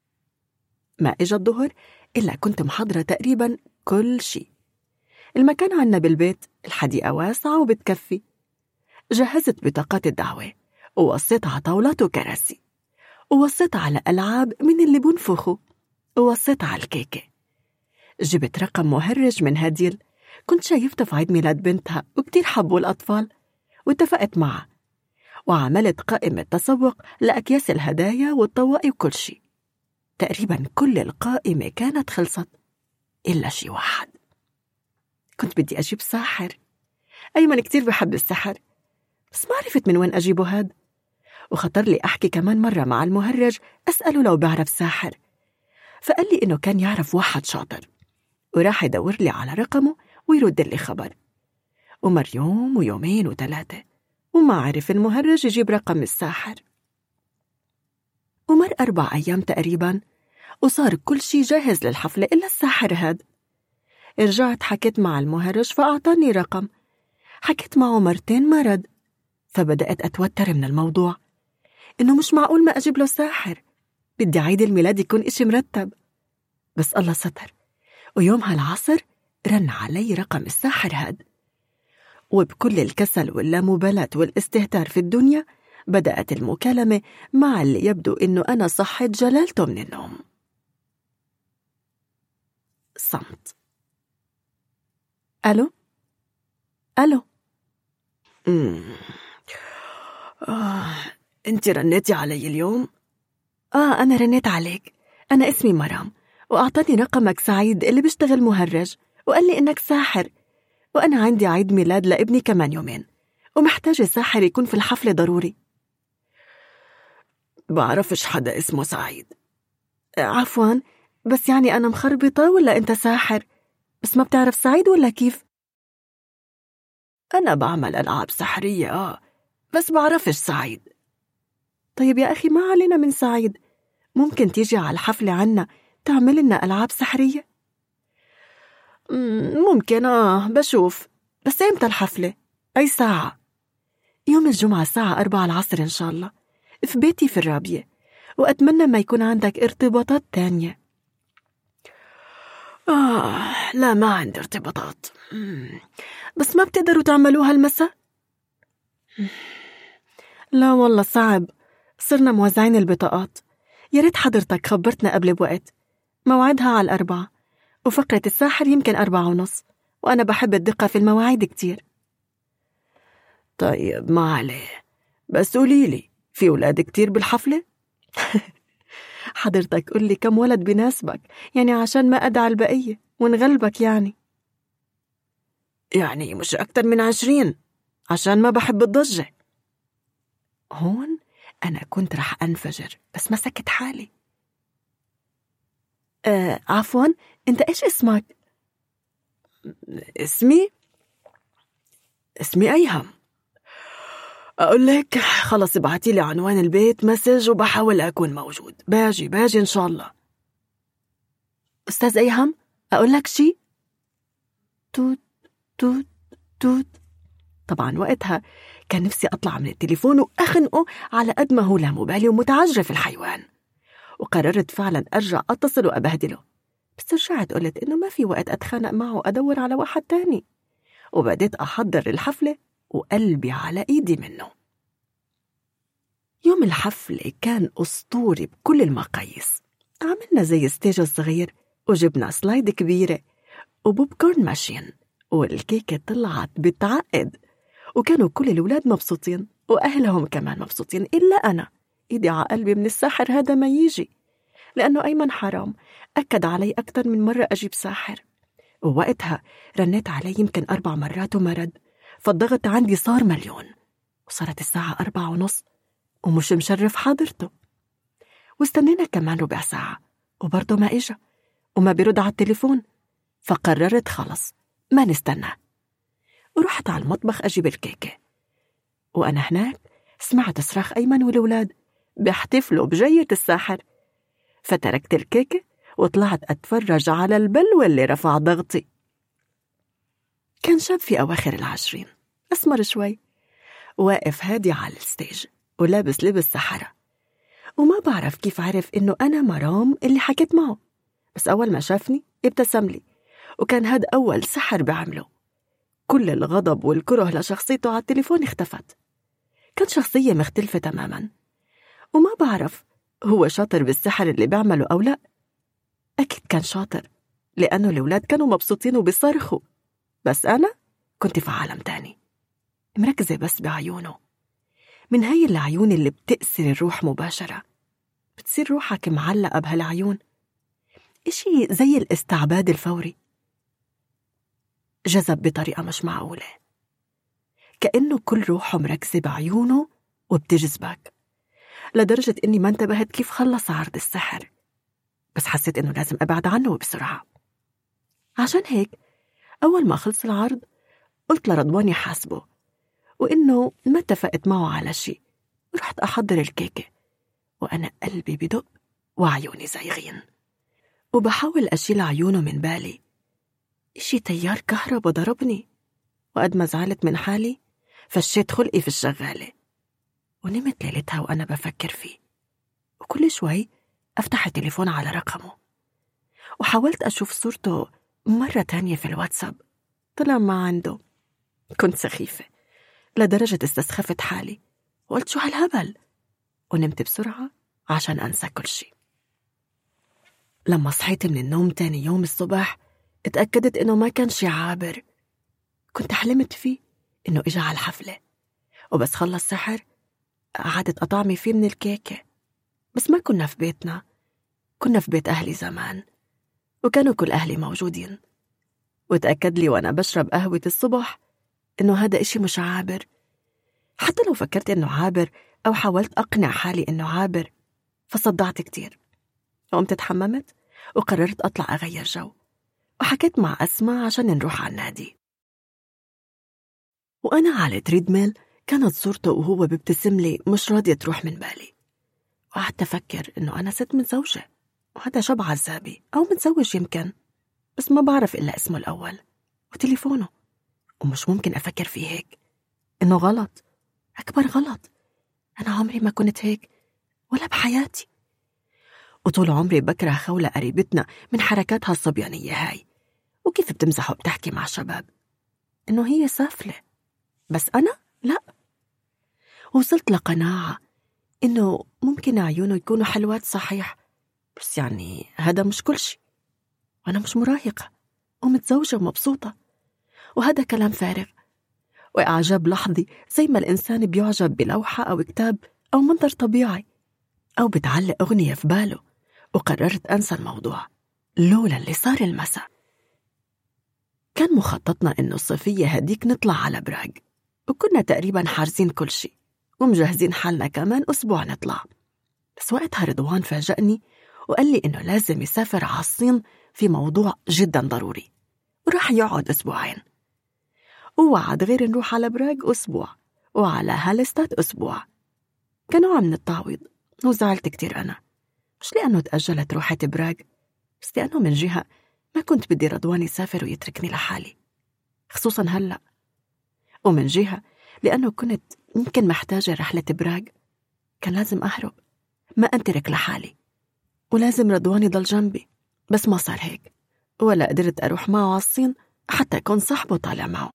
ما إجا الظهر إلا كنت محضرة تقريبا كل شي. المكان عنا بالبيت الحديقة واسعة وبتكفي. جهزت بطاقات الدعوة ووصيت على طاولات وكراسي، ووصيت على ألعاب من اللي بنفخوا، ووصيت على الكيكة. جبت رقم مهرج من هديل كنت شايفته في عيد ميلاد بنتها وكتير حبوا الأطفال، واتفقت معه، وعملت قائمة تسوق لأكياس الهدايا والطواقي وكل شي. تقريبا كل القائمة كانت خلصت إلا شي واحد. كنت بدي أجيب ساحر. أيمن كتير بحب السحر، بس ما عرفت من وين أجيبه هاد. وخطر لي أحكي كمان مرة مع المهرج أسأله لو بعرف ساحر، فقال لي إنه كان يعرف واحد شاطر وراح يدور لي على رقمه ويرد لي خبر. ومر يوم ويومين وثلاثة وما عرف المهرج يجيب رقم الساحر. ومر 4 أيام تقريبا وصار كل شي جاهز للحفلة إلا الساحر هاد. رجعت حكيت مع المهرج فأعطاني رقم، حكيت معه مرتين ما رد، فبدأت أتوتر من الموضوع، إنه مش معقول ما أجيب له ساحر، بدي عيد الميلاد يكون إشي مرتب. بس الله ستر، ويومها العصر رن علي رقم الساحر هاد. وبكل الكسل واللامبالاة والاستهتار في الدنيا بدأت المكالمة مع اللي يبدو إنه أنا صحت جلالته من النوم. صمت. ألو؟ ألو؟ أنت رنيتي علي اليوم؟ أنا رنيت عليك. أنا اسمي مرام، وأعطاني رقمك سعيد اللي بيشتغل مهرج، وقال لي إنك ساحر، وأنا عندي عيد ميلاد لابني كمان يومين، ومحتاج ساحر يكون في الحفلة ضروري. بعرفش حدا اسمه سعيد. عفواً، بس يعني أنا مخربطة ولا أنت ساحر؟ بس ما بتعرف سعيد ولا كيف؟ أنا بعمل ألعاب سحرية بس بعرفش سعيد. طيب يا أخي، ما علينا من سعيد، ممكن تيجي على الحفلة عنا تعمل لنا ألعاب سحرية؟ ممكن بشوف. بس إمتى الحفلة؟ أي ساعة؟ يوم الجمعة الساعة 4 العصر إن شاء الله، في بيتي في الرابية، وأتمنى ما يكون عندك ارتباطات تانية. لا، ما عندي ارتباطات. بس ما بتقدروا تعملوها المساء؟ لا والله صعب، صرنا موزعين البطاقات. يا ريت حضرتك خبرتنا قبل بوقت. موعدها على 4، وفقرة الساحر يمكن 4:30، وأنا بحب الدقة في المواعيد كتير. طيب ما عليه، بس قوليلي، في ولاد كتير بالحفلة؟ حضرتك قولي كم ولد بناسبك، يعني عشان ما أدعى البقية ونغلبك. يعني مش أكتر من 20، عشان ما بحب الضجة. هون أنا كنت رح أنفجر، بس مسكت حالي. عفواً، أنت إيش اسمك؟ اسمي أيهم. أقول لك خلص، ابعتيلي عنوان البيت مسج وبحاول أكون موجود. باجي إن شاء الله. أستاذ أيهم، أقول لك شي؟ توت توت توت. طبعا وقتها كان نفسي أطلع من التليفون وأخنقه على قد ما هو لا مبالي ومتعجرف الحيوان، وقررت فعلا أرجع أتصل وأبهدله. بس رجعت قلت إنه ما في وقت أتخانق معه وأدور على واحد تاني، وبديت أحضر الحفلة وقلبي على إيدي منه. يوم الحفلة كان أسطوري بكل المقاييس. عملنا زي ستيج صغير، وجبنا سلايد كبيرة وبوبكورن ماشين، والكيكة طلعت بتعقد، وكانوا كل الأولاد مبسوطين وأهلهم كمان مبسوطين، إلا أنا إيدي على قلبي من الساحر هذا ما يجي، لأنه أيمن حرام أكد علي أكتر من مرة أجيب ساحر، ووقتها رنيت علي يمكن 4 مرات وما رد، فالضغط عندي صار 1,000,000، وصارت الساعة 4:30 ومش مشرف حاضرته. واستنينا كمان ربع ساعة وبرضه ما إجا وما بيرد على التليفون، فقررت خلص ما نستنى، ورحت على المطبخ أجيب الكيكة. وأنا هناك سمعت صراخ أيمن والولاد بيحتفلوا بجية الساحر، فتركت الكيكة وطلعت أتفرج على البلوى اللي رفع ضغطي. كان شاب في أواخر 20، أسمر شوي، واقف هادي على الستيج ولابس لبس سحرة، وما بعرف كيف عرف إنه أنا مرام اللي حكيت معه، بس أول ما شافني ابتسم لي، وكان هاد أول سحر بعمله. كل الغضب والكره لشخصيته على التليفون اختفت، كان شخصية مختلفة تماما، وما بعرف هو شاطر بالسحر اللي بعمله أو لا. أكيد كان شاطر، لأنه الأولاد كانوا مبسوطين وبيصرخوا، بس أنا كنت في عالم تاني، مركزة بس بعيونه، من هاي العيون اللي بتأسر الروح مباشرة، بتصير روحك معلقة بهالعيون، إشي زي الاستعباد الفوري. جذب بطريقة مش معقولة، كأنه كل روحه مركزة بعيونه وبتجذبك، لدرجة إني ما انتبهت كيف خلص عرض السحر، بس حسيت إنه لازم أبعد عنه بسرعة. عشان هيك أول ما خلص العرض قلت لرضوان يحاسبه، وإنه ما اتفقت معه على شيء، ورحت أحضر الكيكة وأنا قلبي بدق وعيوني زايغين، وبحاول أشيل عيونه من بالي. إشي تيار كهرباء ضربني، وقد ما زعلت من حالي فشيت خلقي في الشغالة، ونمت ليلتها وأنا بفكر فيه، وكل شوي أفتح التليفون على رقمه، وحاولت أشوف صورته مرة تانية في الواتساب، طلع ما عنده. كنت سخيفة لدرجة استسخفت حالي وقلت شو هالهبل، ونمت بسرعة عشان أنسى كل شيء. لما صحيت من النوم تاني يوم الصبح اتأكدت إنه ما كان شي عابر، كنت حلمت فيه إنه إجا على الحفلة، وبس خلص سحر قعدت أطعمي فيه من الكيكة. بس ما كنا في بيتنا، كنا في بيت أهلي زمان، وكانوا كل أهلي موجودين. وتأكد لي وأنا بشرب قهوة الصبح إنه هذا إشي مش عابر. حتى لو فكرت إنه عابر أو حاولت أقنع حالي إنه عابر، فصدعت كتير. قمت اتحممت وقررت أطلع أغير جو، وحكيت مع أسماء عشان نروح على النادي. وأنا على تريدميل كانت صورته وهو بيبتسم لي مش راضية تروح من بالي. وقعدت أفكر إنه أنا ست متزوجة، وهذا شاب عزابي أو متزوج يمكن، بس ما بعرف إلا اسمه الأول وتليفونه، ومش ممكن أفكر فيه هيك. إنه غلط، أكبر غلط. أنا عمري ما كنت هيك ولا بحياتي. وطول عمري بكره خولة قريبتنا من حركاتها الصبيانية هاي، وكيف بتمزح وبتحكي مع الشباب إنه هي سافلة. بس أنا لا. وصلت لقناعة إنه ممكن عيونه يكونوا حلوات صحيح، بس يعني هذا مش كل شيء. وأنا مش مراهقة ومتزوجة ومبسوطة، وهذا كلام فارغ وإعجاب لحظي، زي ما الإنسان بيعجب بلوحة أو كتاب أو منظر طبيعي أو بتعلق أغنية في باله. وقررت أنسى الموضوع لولا اللي صار المساء. كان مخططنا إنه الصيفية هديك نطلع على براغ، وكنا تقريبا حارزين كل شيء ومجهزين حالنا كمان أسبوع نطلع. بس وقتها رضوان فاجأني وقال لي إنه لازم يسافر على الصين في موضوع جدا ضروري، وراح يقعد أسبوعين. ووعد غير نروح على براغ أسبوع وعلى هالستات أسبوع. كانوا من التعويض، وزعلت كتير أنا، مش لأنه تأجلت روحة براغ، بس لأنه من جهة ما كنت بدي رضوان يسافر ويتركني لحالي، خصوصا هلأ. ومن جهة لأنه كنت يمكن محتاجة رحلة براغ. كان لازم أهرب، ما أنترك لحالي، ولازم رضوان يضل جنبي. بس ما صار هيك، ولا قدرت أروح معه على الصين حتى أكون صاحبه طالع معه.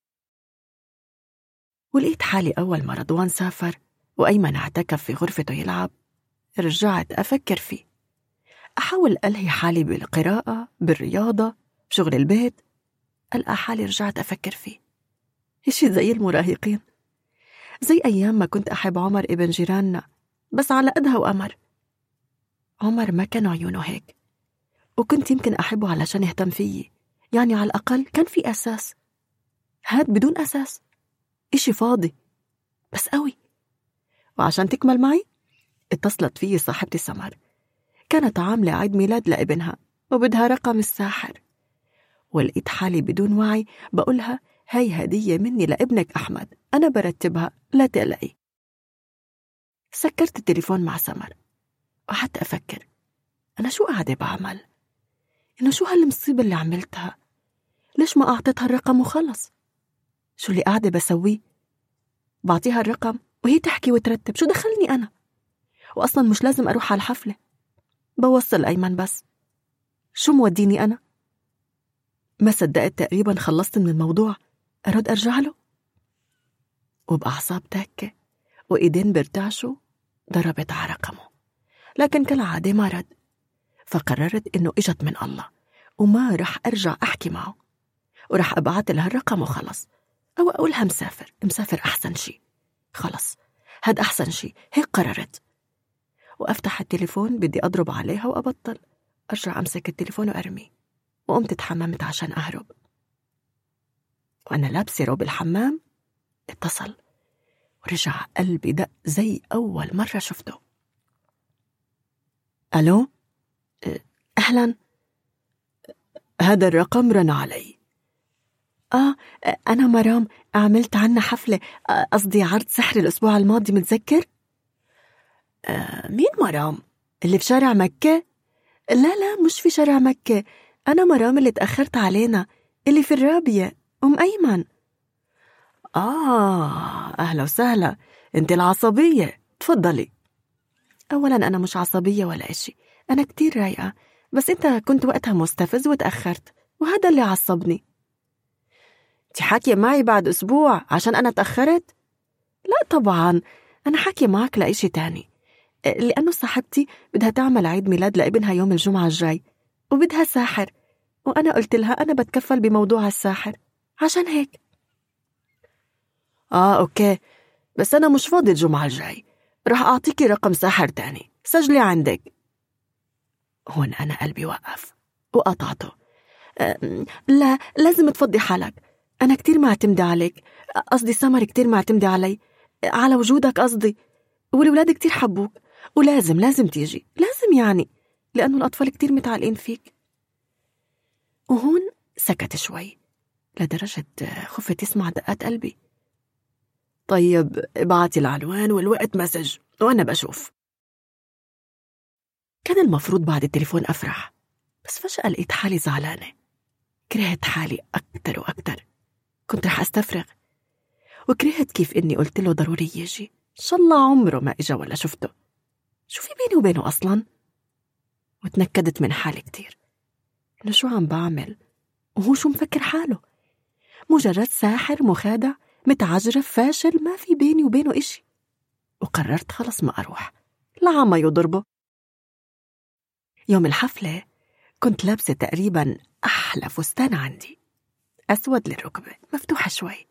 ولقيت حالي أول ما رضوان سافر وأيمن اعتكف في غرفته يلعب، رجعت أفكر فيه، أحاول ألهي حالي بالقراءة، بالرياضة، بشغل البيت. ألقى حالي رجعت أفكر فيه. إشي زي المراهقين، زي أيام ما كنت أحب عمر ابن جيراننا، بس على قدها وأمر. عمر ما كان عيونه هيك، وكنت يمكن أحبه علشان يهتم فيي، يعني على الأقل كان في أساس. هاد بدون أساس، إشي فاضي بس قوي. وعشان تكمل معي اتصلت فيي صاحبتي سمر، كانت عاملة عيد ميلاد لابنها وبدها رقم الساحر. ولقيت حالي بدون وعي بقولها هاي هدية مني لابنك أحمد، أنا برتبها لا تقلقي. سكرت التليفون مع سمر وحتى أفكر أنا شو قاعدة بعمل، إنه شو هالمصيبة اللي عملتها، ليش ما أعطيتها الرقم وخلص؟ شو اللي قاعدة بسويه؟ بعطيها الرقم وهي تحكي وترتب، شو دخلني أنا؟ وأصلا مش لازم أروح على الحفلة، بوصل أيمن بس، شو موديني أنا؟ ما صدقت تقريبا خلصت من الموضوع، أرد أرجع له وبأعصاب تاكة وإيدين برتعشوا ضربت على رقمه، لكن كالعادة ما رد. فقررت إنه إجت من الله وما رح أرجع أحكي معه، ورح أبعت لها الرقم وخلص، أو أقولها مسافر أحسن شي، خلص هاد أحسن شي، هيك قررت. وأفتح التليفون بدي أضرب عليها وأبطل، أرجع أمسك التليفون وأرمي. وقمت اتحممت عشان أهرب، وأنا لابسة روب الحمام اتصل، ورجع قلبي دق زي أول مرة شفته. ألو، أهلا، هذا الرقم رن علي. أنا مرام، عملت عنا حفلة، قصدي عرض سحر الأسبوع الماضي، متذكر؟ مين مرام؟ اللي في شارع مكة؟ لا مش في شارع مكة، أنا مرام اللي تأخرت علينا، اللي في الرابية، أم أيمن. أهلا وسهلا، أنت العصبية، تفضلي. أولا أنا مش عصبية ولا إشي، أنا كتير رايقة، بس أنت كنت وقتها مستفز وتأخرت، وهذا اللي عصبني. أنت حاكية معي بعد أسبوع عشان أنا تأخرت؟ لا طبعا، أنا حاكية معك لإشي تاني، لأنه صاحبتي بدها تعمل عيد ميلاد لابنها يوم الجمعة الجاي، وبدها ساحر، وأنا قلت لها أنا بتكفل بموضوع الساحر، عشان هيك. أوكي، بس أنا مش فاضي الجمعة الجاي، رح أعطيكي رقم ساحر تاني، سجلي عندك. هون أنا قلبي وقف وقطعته. لا، لازم تفضي حالك، أنا كتير معتمدة عليك، قصدي سمر كتير معتمدة علي، على وجودك قصدي، والولاد كتير حبوك، ولازم تيجي، لازم يعني، لأنه الأطفال كتير متعلقين فيك. وهون سكت شوي لدرجة خفت يسمع دقات قلبي. طيب ابعتي العنوان والوقت مسج وأنا بشوف. كان المفروض بعد التليفون أفرح، بس فجأة لقيت حالي زعلانة. كرهت حالي أكتر وأكتر، كنت رح أستفرغ، وكرهت كيف إني قلت له ضروري يجي. إن شاء الله عمره ما إجا ولا شفته، شو في بيني وبينه أصلاً؟ وتنكدت من حالي كتير، إنه شو عم بعمل وهو شو مفكر حاله؟ مجرد ساحر مخادع متعجرف فاشل، ما في بيني وبينه إشي. وقررت خلص ما أروح، لا عما يضربه. يوم الحفلة كنت لابسة تقريباً أحلى فستان عندي، أسود للركبة مفتوحة شوي.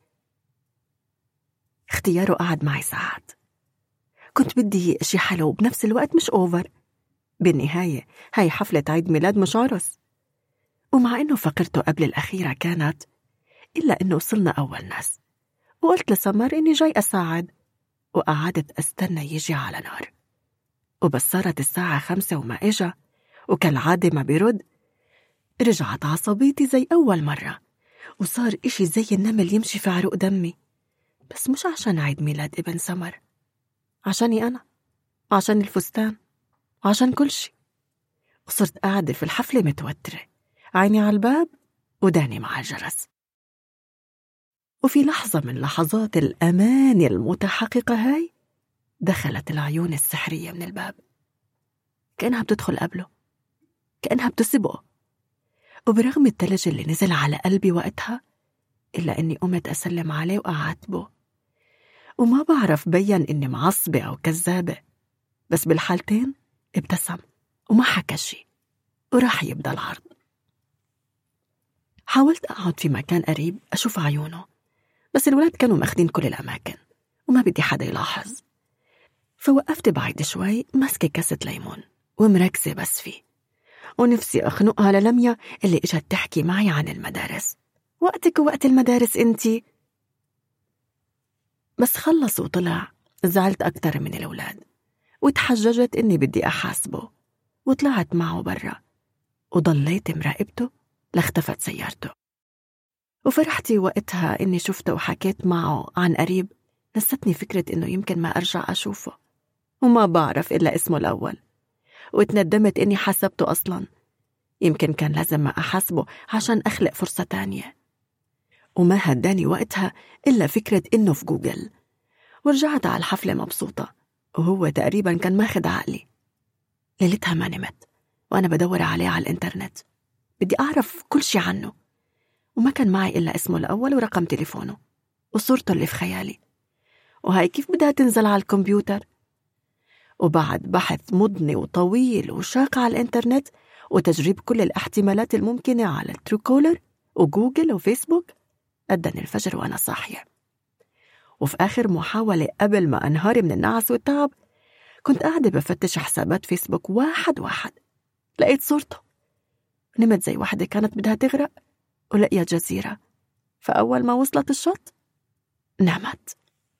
اختياره قعد معي ساعات، كنت بدي شي حلو وبنفس الوقت مش أوفر. بالنهاية هاي حفلة عيد ميلاد مش عرس، ومع إنه فقرته قبل الأخيرة كانت، إلا إنه وصلنا أول ناس، وقلت لسمر إني جاي أساعد، وقعدت أستنى يجي على نار. وبس صارت الساعة 5 وما إجا، وكالعادة ما بيرد، رجعت عصبيتي زي أول مرة، وصار إشي زي النمل يمشي في عروق دمي. بس مش عشان عيد ميلاد ابن سمر، عشاني أنا، عشان الفستان، عشان كل شي. وصرت قاعدة في الحفلة متوترة، عيني على الباب وداني مع الجرس. وفي لحظة من لحظات الأمان المتحققة هاي، دخلت العيون السحرية من الباب، كأنها بتدخل قبله، كأنها بتسبقه. وبرغم التلج اللي نزل على قلبي وقتها، إلا أني قمت أسلم عليه وأعاتبه. وما بعرف بين إني معصبة أو كذابة، بس بالحالتين ابتسم وما حكى شي، وراح يبدأ العرض. حاولت أقعد في مكان قريب أشوف عيونه، بس الولاد كانوا ماخدين كل الأماكن وما بدي حدا يلاحظ. فوقفت بعيد شوي ماسكة كاسة ليمون ومركزة بس فيه، ونفسي أخنقها للميا اللي إجت تحكي معي عن المدارس. وقتك ووقت المدارس انتي. بس خلص وطلع، زعلت أكتر من الأولاد، وتحججت إني بدي أحاسبه، وطلعت معه برا، وضليت مراقبته لاختفت سيارته. وفرحتي وقتها إني شفته وحكيت معه عن قريب، نستني فكرة إنه يمكن ما أرجع أشوفه، وما بعرف إلا اسمه الأول. وتندمت إني حسبته أصلاً، يمكن كان لازم ما أحاسبه عشان أخلق فرصة تانية. وما هداني وقتها إلا فكرة إنه في جوجل. ورجعت على الحفلة مبسوطة، وهو تقريباً كان ماخد عقلي. ليلتها ما نمت وأنا بدور عليه على الإنترنت، بدي أعرف كل شي عنه، وما كان معي إلا اسمه الأول ورقم تليفونه وصورته اللي في خيالي. وهاي كيف بدها تنزل على الكمبيوتر؟ وبعد بحث مضني وطويل وشاق على الإنترنت، وتجريب كل الاحتمالات الممكنة على التروكولر وجوجل وفيسبوك، أدني الفجر وأنا صاحية. وفي آخر محاولة قبل ما أنهار من النعس والتعب، كنت قاعدة بفتش حسابات فيسبوك واحد واحد، لقيت صورته. نمت زي واحدة كانت بدها تغرق ولقيت جزيرة، فأول ما وصلت الشط نامت.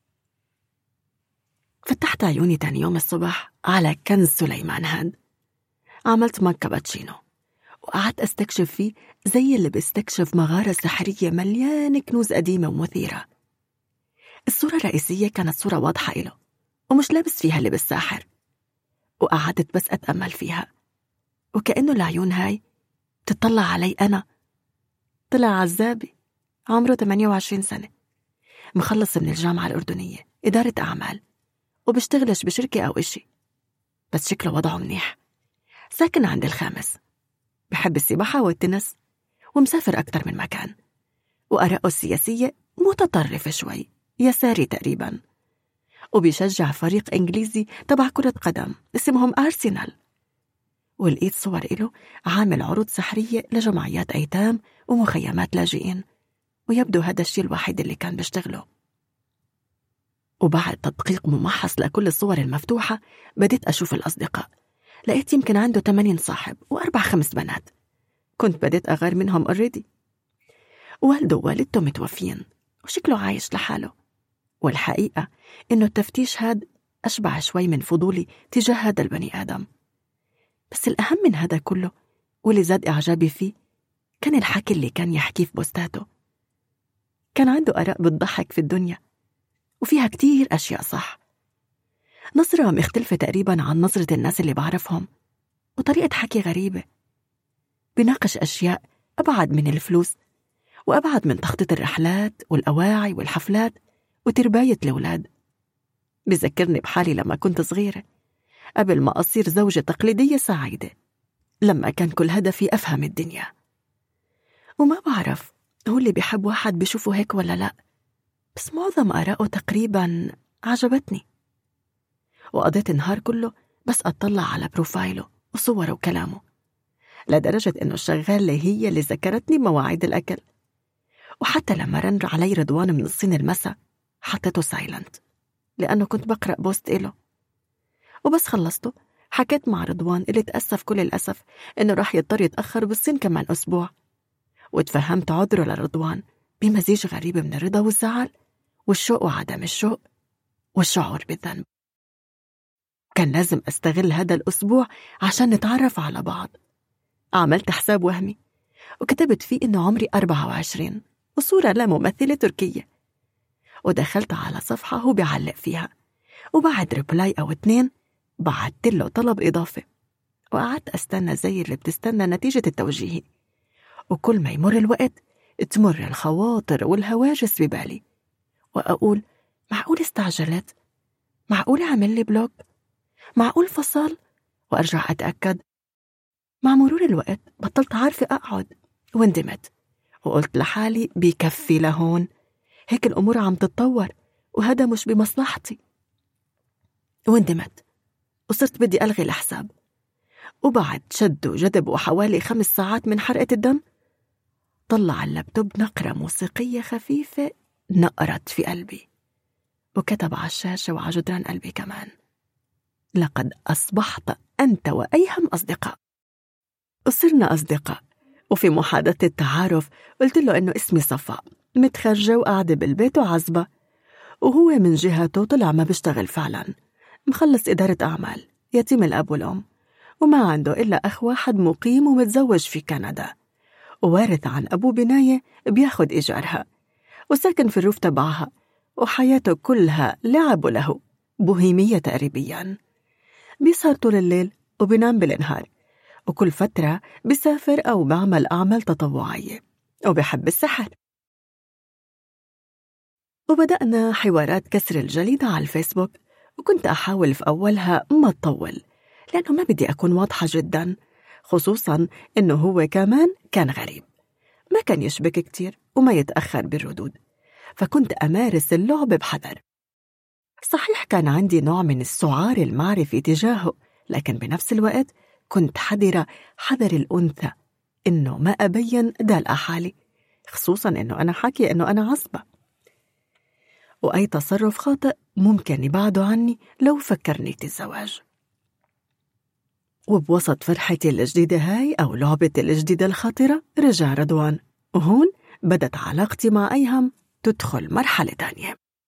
فتحت عيوني تاني يوم الصبح على كنز سليمان هاد. عملت مج كابتشينو وقعدت أستكشف فيه زي اللي بيستكشف مغارة سحرية مليانة كنوز قديمة ومثيرة. الصورة الرئيسية كانت صورة واضحة إله ومش لابس فيها لبس ساحر، وقعدت بس أتأمل فيها، وكأنه العيون هاي تطلع علي أنا. طلع عزابي عمره 28 سنة، مخلص من الجامعة الأردنية إدارة أعمال، وبشتغلش بشركة أو إشي، بس شكله وضعه منيح. ساكن عند الخامس، بحب السباحة والتنس، ومسافر أكتر من مكان. وآراءه السياسية متطرفة شوي، يساري تقريبا، وبيشجع فريق إنجليزي تبع كرة قدم اسمهم أرسنال. ولقيت صور إله عامل عروض سحرية لجمعيات أيتام ومخيمات لاجئين، ويبدو هذا الشيء الوحيد اللي كان بيشتغله. وبعد تدقيق ممحص لكل الصور المفتوحة بديت أشوف الأصدقاء. لقيت يمكن عنده 80 صاحب و4-5 بنات. كنت بديت أغير منهم already. والده ووالدته متوفين وشكله عايش لحاله. والحقيقة إنه التفتيش هاد أشبع شوي من فضولي تجاه هذا البني آدم. بس الأهم من هذا كله واللي زاد إعجابي فيه كان الحكي اللي كان يحكيه في بوستاته. كان عنده آراء بتضحك في الدنيا وفيها كتير أشياء صح. نظرة مختلفة تقريبا عن نظرة الناس اللي بعرفهم، وطريقة حكي غريبة. بيناقش أشياء أبعد من الفلوس وأبعد من تخطيط الرحلات والأواعي والحفلات وترباية الأولاد. بذكرني بحالي لما كنت صغيرة قبل ما أصير زوجة تقليدية سعيدة، لما كان كل هدفي أفهم الدنيا. وما بعرف هو اللي بيحب واحد بيشوفه هيك ولا لا، بس معظم آراءه تقريبا عجبتني. وقضيت النهار كله بس أطلع على بروفايله وصوره وكلامه، لدرجة إنه الشغالة هي اللي ذكرتني مواعيد الأكل. وحتى لما رن علي رضوان من الصين المساء حطيته سايلنت لأنه كنت بقرأ بوست إله. وبس خلصته حكيت مع رضوان اللي تأسف كل الأسف إنه راح يضطر يتأخر بالصين كمان أسبوع. وتفهمت عذره لرضوان بمزيج غريب من الرضا والزعل والشوق وعدم الشوق والشعور بالذنب. كان لازم أستغل هذا الأسبوع عشان نتعرف على بعض. عملت حساب وهمي وكتبت فيه إنه عمري 24 وصورة لممثلة تركية، ودخلت على صفحة هو بيعلق فيها، وبعد ريبلاي أو 2 بعدت له طلب إضافة. وقعدت أستنى زي اللي بتستنى نتيجة التوجيهي. وكل ما يمر الوقت تمر الخواطر والهواجس ببالي، وأقول معقول استعجلت؟ معقول عمل لي بلوك؟ معقول فصل؟ وأرجع أتأكد. مع مرور الوقت بطلت عارفة أقعد واندمت، وقلت لحالي بيكفي لهون، هيك الأمور عم تتطور وهذا مش بمصلحتي. واندمت وصرت بدي ألغي الحساب. وبعد شد وجذب وحوالي 5 ساعات من حرقة الدم طلع اللابتوب نقرة موسيقية خفيفة نقرت في قلبي، وكتب على الشاشة وعلى جدران قلبي كمان: لقد أصبحت أنت وأيهم أصدقاء. وصرنا أصدقاء. وفي محادثة التعارف قلت له إنه اسمي صفاء، متخرجة وقاعدة بالبيت وعزبة، وهو من جهته طلع ما بيشتغل فعلا، مخلص إدارة أعمال، يتيم الأب والأم، وما عنده إلا أخ واحد مقيم ومتزوج في كندا، ووارث عن أبوه بناية بياخد إيجارها، وساكن في الروف تبعها، وحياته كلها لعب له، بوهيمية تقريبيا. بيسهر طول الليل وبينام بالنهار، وكل فترة بيسافر أو بعمل أعمال تطوعية، وبيحب السحر. وبدأنا حوارات كسر الجليد على الفيسبوك، وكنت أحاول في أولها ما تطول لأنه ما بدي أكون واضحة جدا، خصوصا إنه هو كمان كان غريب، ما كان يشبك كتير وما يتأخر بالردود، فكنت أمارس اللعب بحذر. صحيح كان عندي نوع من السعار المعرفي تجاهه، لكن بنفس الوقت كنت حذرة حذر الأنثى إنه ما أبين دلع حالي، خصوصا إنه أنا حكي إنه أنا عصبة، وأي تصرف خاطئ ممكن يبعده عني لو فكرني في الزواج. وبوسط فرحتي الجديدة هاي أو لعبتي الجديدة الخطيرة رجع رضوان، وهون بدت علاقتي مع أيهم تدخل مرحلة تانية.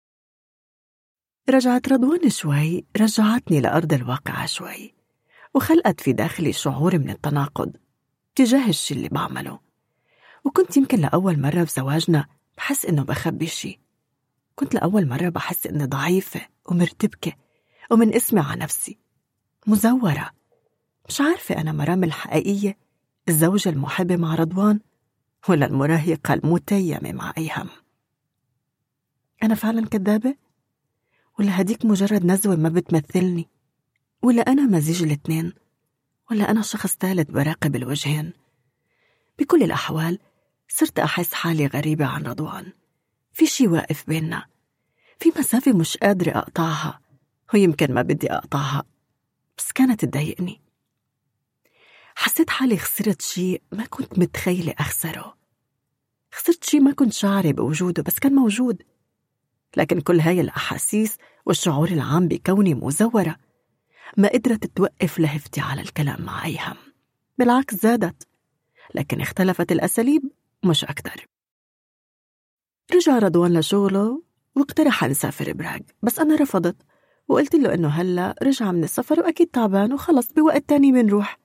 رجعت رضوان شوي، رجعتني لأرض الواقع شوي، وخلقت في داخلي شعور من التناقض تجاه الشي اللي بعمله. وكنت يمكن لأول مرة في زواجنا بحس إنه بخبي شي، كنت لأول مرة بحس إني ضعيفة ومرتبكة ومن اسمي على نفسي مزورة، مش عارفة أنا مرام الحقيقية الزوجة المحبة مع رضوان ولا المراهقة المتيمة مع أيهم. أنا فعلا كذابة ولا هديك مجرد نزوة ما بتمثلني، ولا أنا مزيج الاتنين، ولا أنا شخص ثالث براقب الوجهين. بكل الأحوال صرت أحس حالي غريبة عن رضوان، في شي واقف بيننا، في مسافة مش قادرة أقطعها، ويمكن ما بدي أقطعها بس كانت تضايقني. حسيت حالي خسرت شي ما كنت متخيلة أخسره، خسرت شي ما كنت شاعرة بوجوده بس كان موجود، لكن كل هاي الأحاسيس والشعور العام بكوني مزورة ما قدرت توقف لهفتي على الكلام مع أيهم، بالعكس زادت، لكن اختلفت الأساليب مش أكتر. رجع رضوان لشغله واقترح نسافر براغ، بس أنا رفضت وقلت له إنه هلأ رجع من السفر وأكيد تعبان وخلص بوقت تاني بنروح.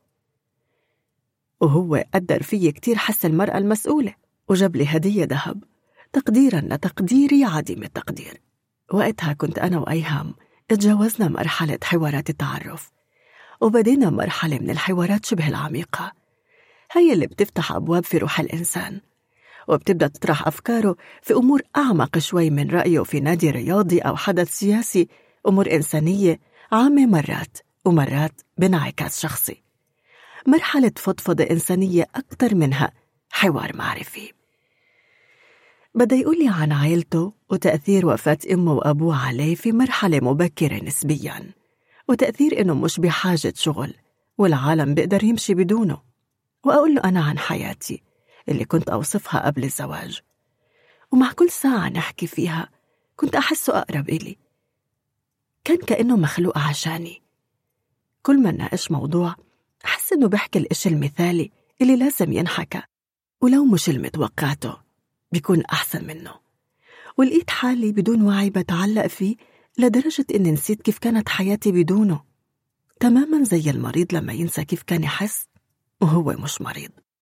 وهو قدر فيي كتير، حس المرأة المسؤولة، وجاب لي هدية ذهب تقديراً لتقديري عديم التقدير. وقتها كنت أنا وأيهم اتجاوزنا مرحلة حوارات التعرف، وبدينا مرحلة من الحوارات شبه العميقة، هي اللي بتفتح أبواب في روح الإنسان، وبتبدأ تطرح أفكاره في أمور أعمق شوي من رأيه في نادي رياضي أو حدث سياسي، أمور إنسانية عامة مرات، ومرات بانعكاس شخصي. مرحلة فضفضة إنسانية أكتر منها حوار معرفي. بدأ يقولي عن عائلته وتأثير وفاة أمه وأبوه عليه في مرحلة مبكرة نسبياً، وتأثير إنه مش بحاجة شغل والعالم بيقدر يمشي بدونه. وأقول له أنا عن حياتي اللي كنت أوصفها قبل الزواج، ومع كل ساعة نحكي فيها كنت أحسه أقرب إلي، كان كأنه مخلوق عشاني. كل ما ناقش موضوع أحس إنه بحكي الإشي المثالي اللي لازم ينحكى، ولو مش المتوقعته بيكون أحسن منه. ولقيت حالي بدون وعي بتعلق فيه لدرجة إني نسيت كيف كانت حياتي بدونه، تماماً زي المريض لما ينسى كيف كان يحس وهو مش مريض.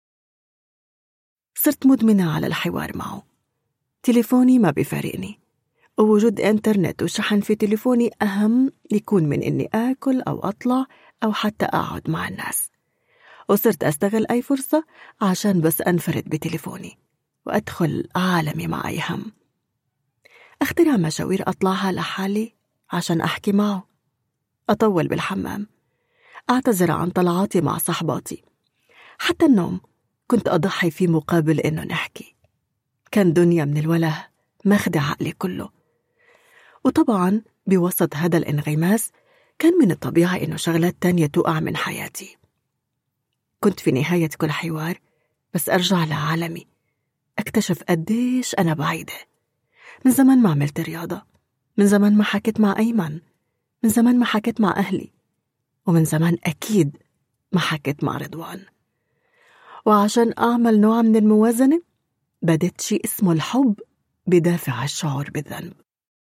صرت مدمنة على الحوار معه. تليفوني ما بيفارقني، ووجود إنترنت وشحن في تليفوني أهم يكون من إني آكل أو أطلع أو حتى أقعد مع الناس. وصرت أستغل أي فرصة عشان بس أنفرد بتليفوني وأدخل عالمي مع أيهم. أخترع مشاوير أطلعها لحالي عشان أحكي معه، أطول بالحمام، أعتذر عن طلعاتي مع صحباتي، حتى النوم كنت أضحي فيه مقابل إنه نحكي. كان دنيا من الوله ماخد عقلي كله. وطبعاً بوسط هذا الانغماس كان من الطبيعي إنه شغلات تانية تقع من حياتي. كنت في نهاية كل حوار بس أرجع لعالمي، أكتشف قديش أنا بعيدة. من زمان ما عملت رياضة، من زمان ما حكيت مع أيمن، من زمان ما حكيت مع أهلي، ومن زمان أكيد ما حكيت مع رضوان. وعشان أعمل نوع من الموازنة بدت شيء اسمه الحب بدافع الشعور بالذنب.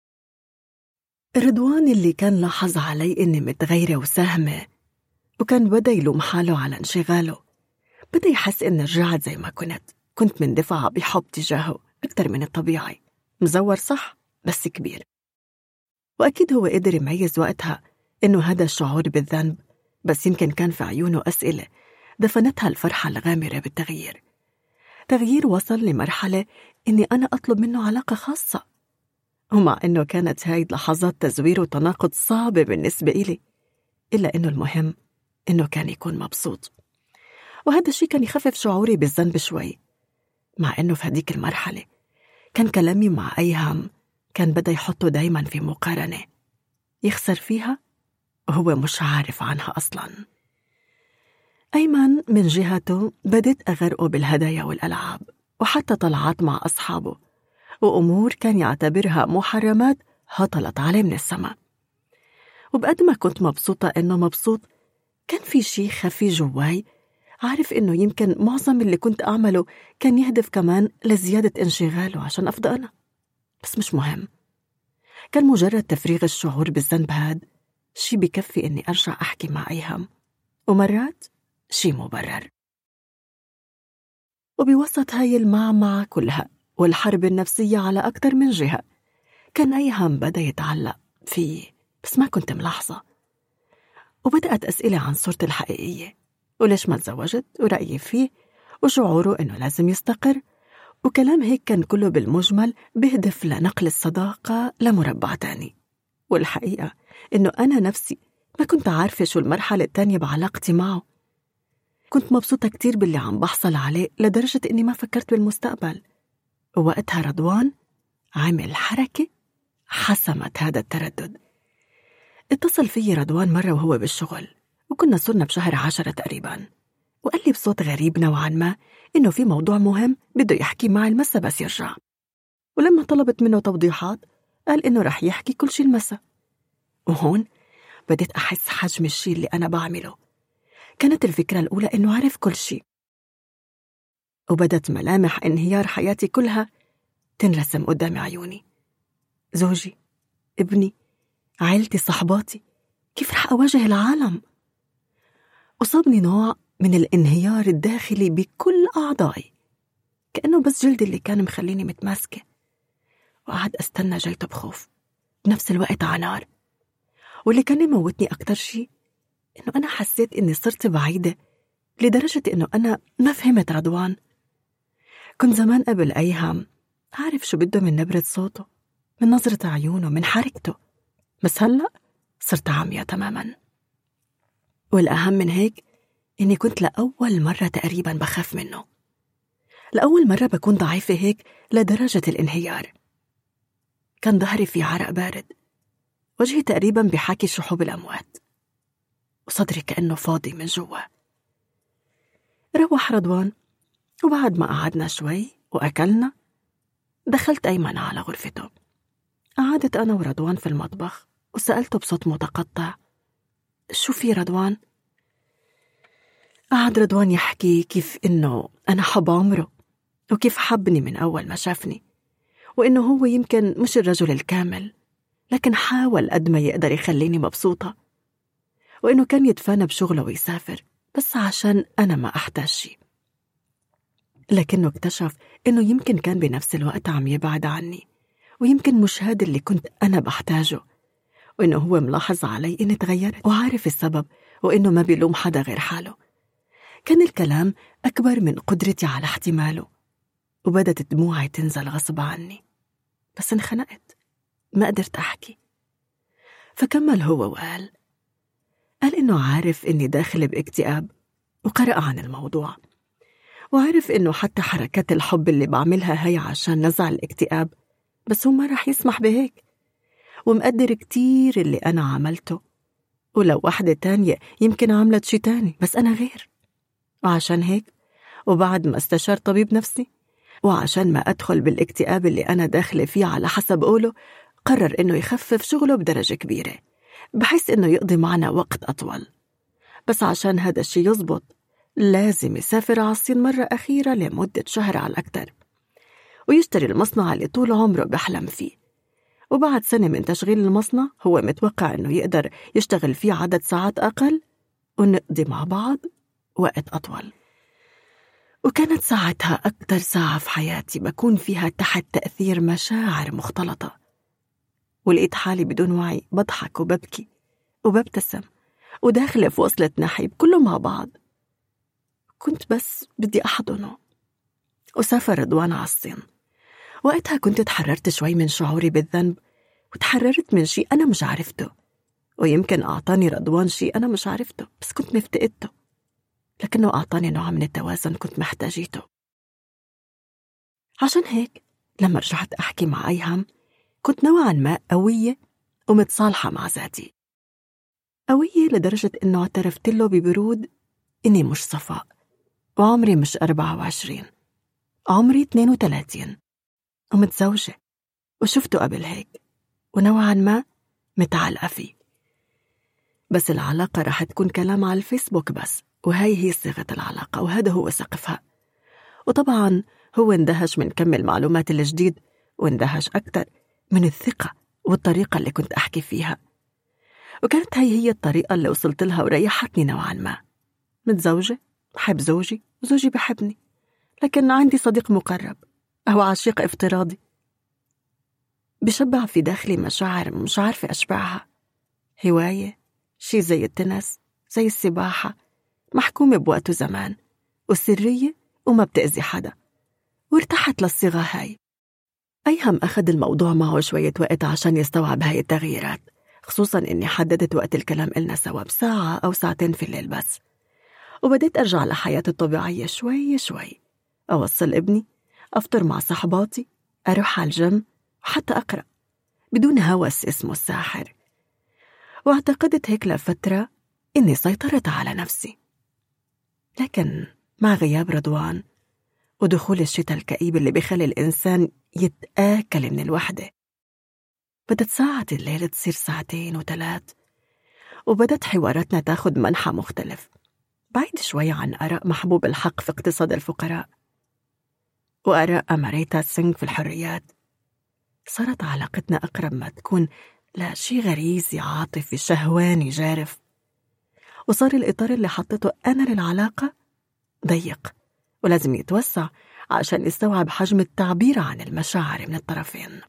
رضوان اللي كان لاحظ علي إني متغيرة وساهمة، وكان بدأ يلوم حاله على انشغاله، بدأ يحس إني رجعت زي ما كنت مندفعة بحب تجاهه أكتر من الطبيعي. مزور صح بس كبير. وأكيد هو قدر يميز وقتها إنه هذا الشعور بالذنب، بس يمكن كان في عيونه أسئلة دفنتها الفرحة الغامرة بالتغيير. تغيير وصل لمرحلة إني أنا أطلب منه علاقة خاصة، ومع إنه كانت هاي لحظات تزوير وتناقض صعبة بالنسبة إلي، إلا إنه المهم إنه كان يكون مبسوط. وهذا الشيء كان يخفف شعوري بالذنب شوي، مع إنه في هديك المرحلة كان كلامي مع أيهم كان بدأ يحطه دايما في مقارنة يخسر فيها وهو مش عارف عنها أصلا. أيمن من جهته بديت أغرقه بالهدايا والألعاب، وحتى طلعات مع أصحابه، وأمور كان يعتبرها محرمات هطلت عليه من السماء. وبقد ما كنت مبسوطة إنه مبسوط، كان في شيء خفي جواي عارف إنه يمكن معظم اللي كنت أعمله كان يهدف كمان لزيادة انشغاله عشان أفضل أنا، بس مش مهم. كان مجرد تفريغ الشعور بالذنب هاد شي بكفي إني أرجع أحكي مع أيهم، ومرات شي مبرر. وبوسط هاي المعمعة كلها والحرب النفسية على أكتر من جهة، كان أيهم بدأ يتعلق فيه بس ما كنت ملاحظة. وبدأت أسئلة عن صورتي الحقيقية، وليش ما تزوجت، ورأيي فيه، وشعوره إنه لازم يستقر، وكلام هيك كان كله بالمجمل بهدف لنقل الصداقة لمربع تاني. والحقيقة إنه أنا نفسي ما كنت عارفة شو المرحلة التانية بعلاقتي معه. كنت مبسوطة كتير باللي عم بحصل عليه لدرجة إني ما فكرت بالمستقبل. ووقتها رضوان عمل حركة حسمت هذا التردد. اتصل فيي رضوان مرة وهو بالشغل، وكنا صرنا بشهر 10 تقريبا، وقال لي بصوت غريب نوعا ما إنه في موضوع مهم بده يحكي معي المسا بس يرجع. ولما طلبت منه توضيحات قال إنه رح يحكي كل شي المسا. وهون بديت أحس حجم الشي اللي أنا بعمله. كانت الفكرة الأولى إنه عرف كل شي، وبدت ملامح انهيار حياتي كلها تنرسم قدام عيوني. زوجي، ابني، عائلتي، صحباتي، كيف رح أواجه العالم؟ أصابني نوع من الانهيار الداخلي بكل أعضائي، كأنه بس جلدي اللي كان مخليني متماسكة. وقعد أستنى جلته بخوف، بنفس الوقت عنار. واللي كان يموتني أكتر شي إنه أنا حسيت إني صرت بعيدة لدرجة إنه أنا ما فهمت رضوان. كنت زمان قبل أيام أعرف شو بده من نبرة صوته، من نظرة عيونه، من حركته، بس هلأ صرت عامية تماما. والأهم من هيك إني كنت لأول مرة تقريبا بخاف منه، لأول مرة بكون ضعيفة هيك لدرجة الانهيار. كان ظهري في عرق بارد، وجهي تقريبا بحاكي شحوب الأموات، وصدري كأنه فاضي من جوا. روح رضوان، وبعد ما قعدنا شوي وأكلنا دخلت أيمن على غرفته. قعدت أنا ورضوان في المطبخ وسألته بصوت متقطع: شو في رضوان؟ قعد رضوان يحكي كيف إنه أنا حب عمره، وكيف حبني من أول ما شافني، وإنه هو يمكن مش الرجل الكامل، لكن حاول قد ما يقدر يخليني مبسوطة، وإنه كان يتفانى بشغله ويسافر بس عشان أنا ما أحتاج شي. لكنه اكتشف إنه يمكن كان بنفس الوقت عم يبعد عني، ويمكن مش هذا اللي كنت أنا بحتاجه، وإنه هو ملاحظ علي إني تغيرت وعارف السبب، وإنه ما بيلوم حدا غير حاله. كان الكلام أكبر من قدرتي على احتماله، وبدت دموعي تنزل غصب عني، بس انخنقت ما قدرت أحكي. فكمل هو وقال إنه عارف إني داخل باكتئاب، وقرأ عن الموضوع، وعارف إنه حتى حركات الحب اللي بعملها هي عشان نزع الاكتئاب، بس هو ما رح يسمح بهيك، ومقدر كتير اللي أنا عملته، ولو واحدة تانية يمكن عملت شي تاني، بس أنا غير. وعشان هيك وبعد ما استشار طبيب نفسي، وعشان ما أدخل بالاكتئاب اللي أنا داخلة فيه على حسب قوله، قرر إنه يخفف شغله بدرجة كبيرة بحيث إنه يقضي معنا وقت أطول. بس عشان هذا الشي يزبط لازم يسافر على الصين مرة أخيرة لمدة شهر على الأكتر، ويشتري المصنع اللي طول عمره بحلم فيه. وبعد سنة من تشغيل المصنع هو متوقع إنه يقدر يشتغل فيه عدد ساعات أقل، ونقضي مع بعض وقت أطول. وكانت ساعتها أكتر ساعة في حياتي بكون فيها تحت تأثير مشاعر مختلطة، ولقيت حالي بدون وعي بضحك وببكي وببتسم وداخلة في وصلة نحيب كله مع بعض. كنت بس بدي أحضنه. وسافر رضوان على الصين. وقتها كنت تحررت شوي من شعوري بالذنب، وتحررت من شيء أنا مش عرفته، ويمكن أعطاني رضوان شيء أنا مش عرفته بس كنت مفتقدته، لكنه أعطاني نوع من التوازن كنت محتاجيته. عشان هيك لما رجعت أحكي مع أيهم كنت نوعا ما قوية ومتصالحة مع ذاتي. قوية لدرجة إنه اعترفت له ببرود إني مش صفاء، وعمري مش 24، عمري 32، ومتزوجة، وشفته قبل هيك، ونوعا ما متعلقة فيه. بس العلاقة رح تكون كلام على الفيسبوك بس، وهي هي صيغة العلاقة، وهذا هو سقفها. وطبعا هو اندهش من كم المعلومات الجديد، واندهش أكتر من الثقة والطريقة اللي كنت أحكي فيها. وكانت هي الطريقة اللي وصلت لها وريحتني نوعا ما. متزوجة، بحب زوجي، وزوجي بحبني، لكن عندي صديق مقرب أو عشيق افتراضي بشبع في داخلي مشاعر مش عارفة أشبعها. هواية، شي زي التنس، زي السباحة، محكومة بوقت وزمان، وسرية وما بتأذي حدا. وارتحت للصيغة هاي. أيهم أخذ الموضوع معه شوية وقت عشان يستوعب هاي التغييرات، خصوصاً إني حددت وقت الكلام إلنا سوا بساعة أو ساعتين في الليل بس. وبديت أرجع لحياتي الطبيعية شوي شوي، أوصل ابني، أفطر مع صحباتي، أروح على الجيم، وحتى أقرأ بدون هوس اسمه الساحر. واعتقدت هيك لفترة إني سيطرت على نفسي. لكن مع غياب رضوان ودخول الشتاء الكئيب اللي بيخلي الإنسان يتآكل من الوحدة، بدت ساعة الليل تصير 2 و3، وبدت حواراتنا تاخد منحى مختلف، بعيد شوي عن آراء محبوب الحق في اقتصاد الفقراء وآراء أماريتا سينغ في الحريات. صارت علاقتنا أقرب ما تكون لشي غريزي عاطفي شهواني جارف، وصار الإطار اللي حطيته أنا للعلاقة ضيق ولازم يتوسع عشان يستوعب حجم التعبير عن المشاعر من الطرفين.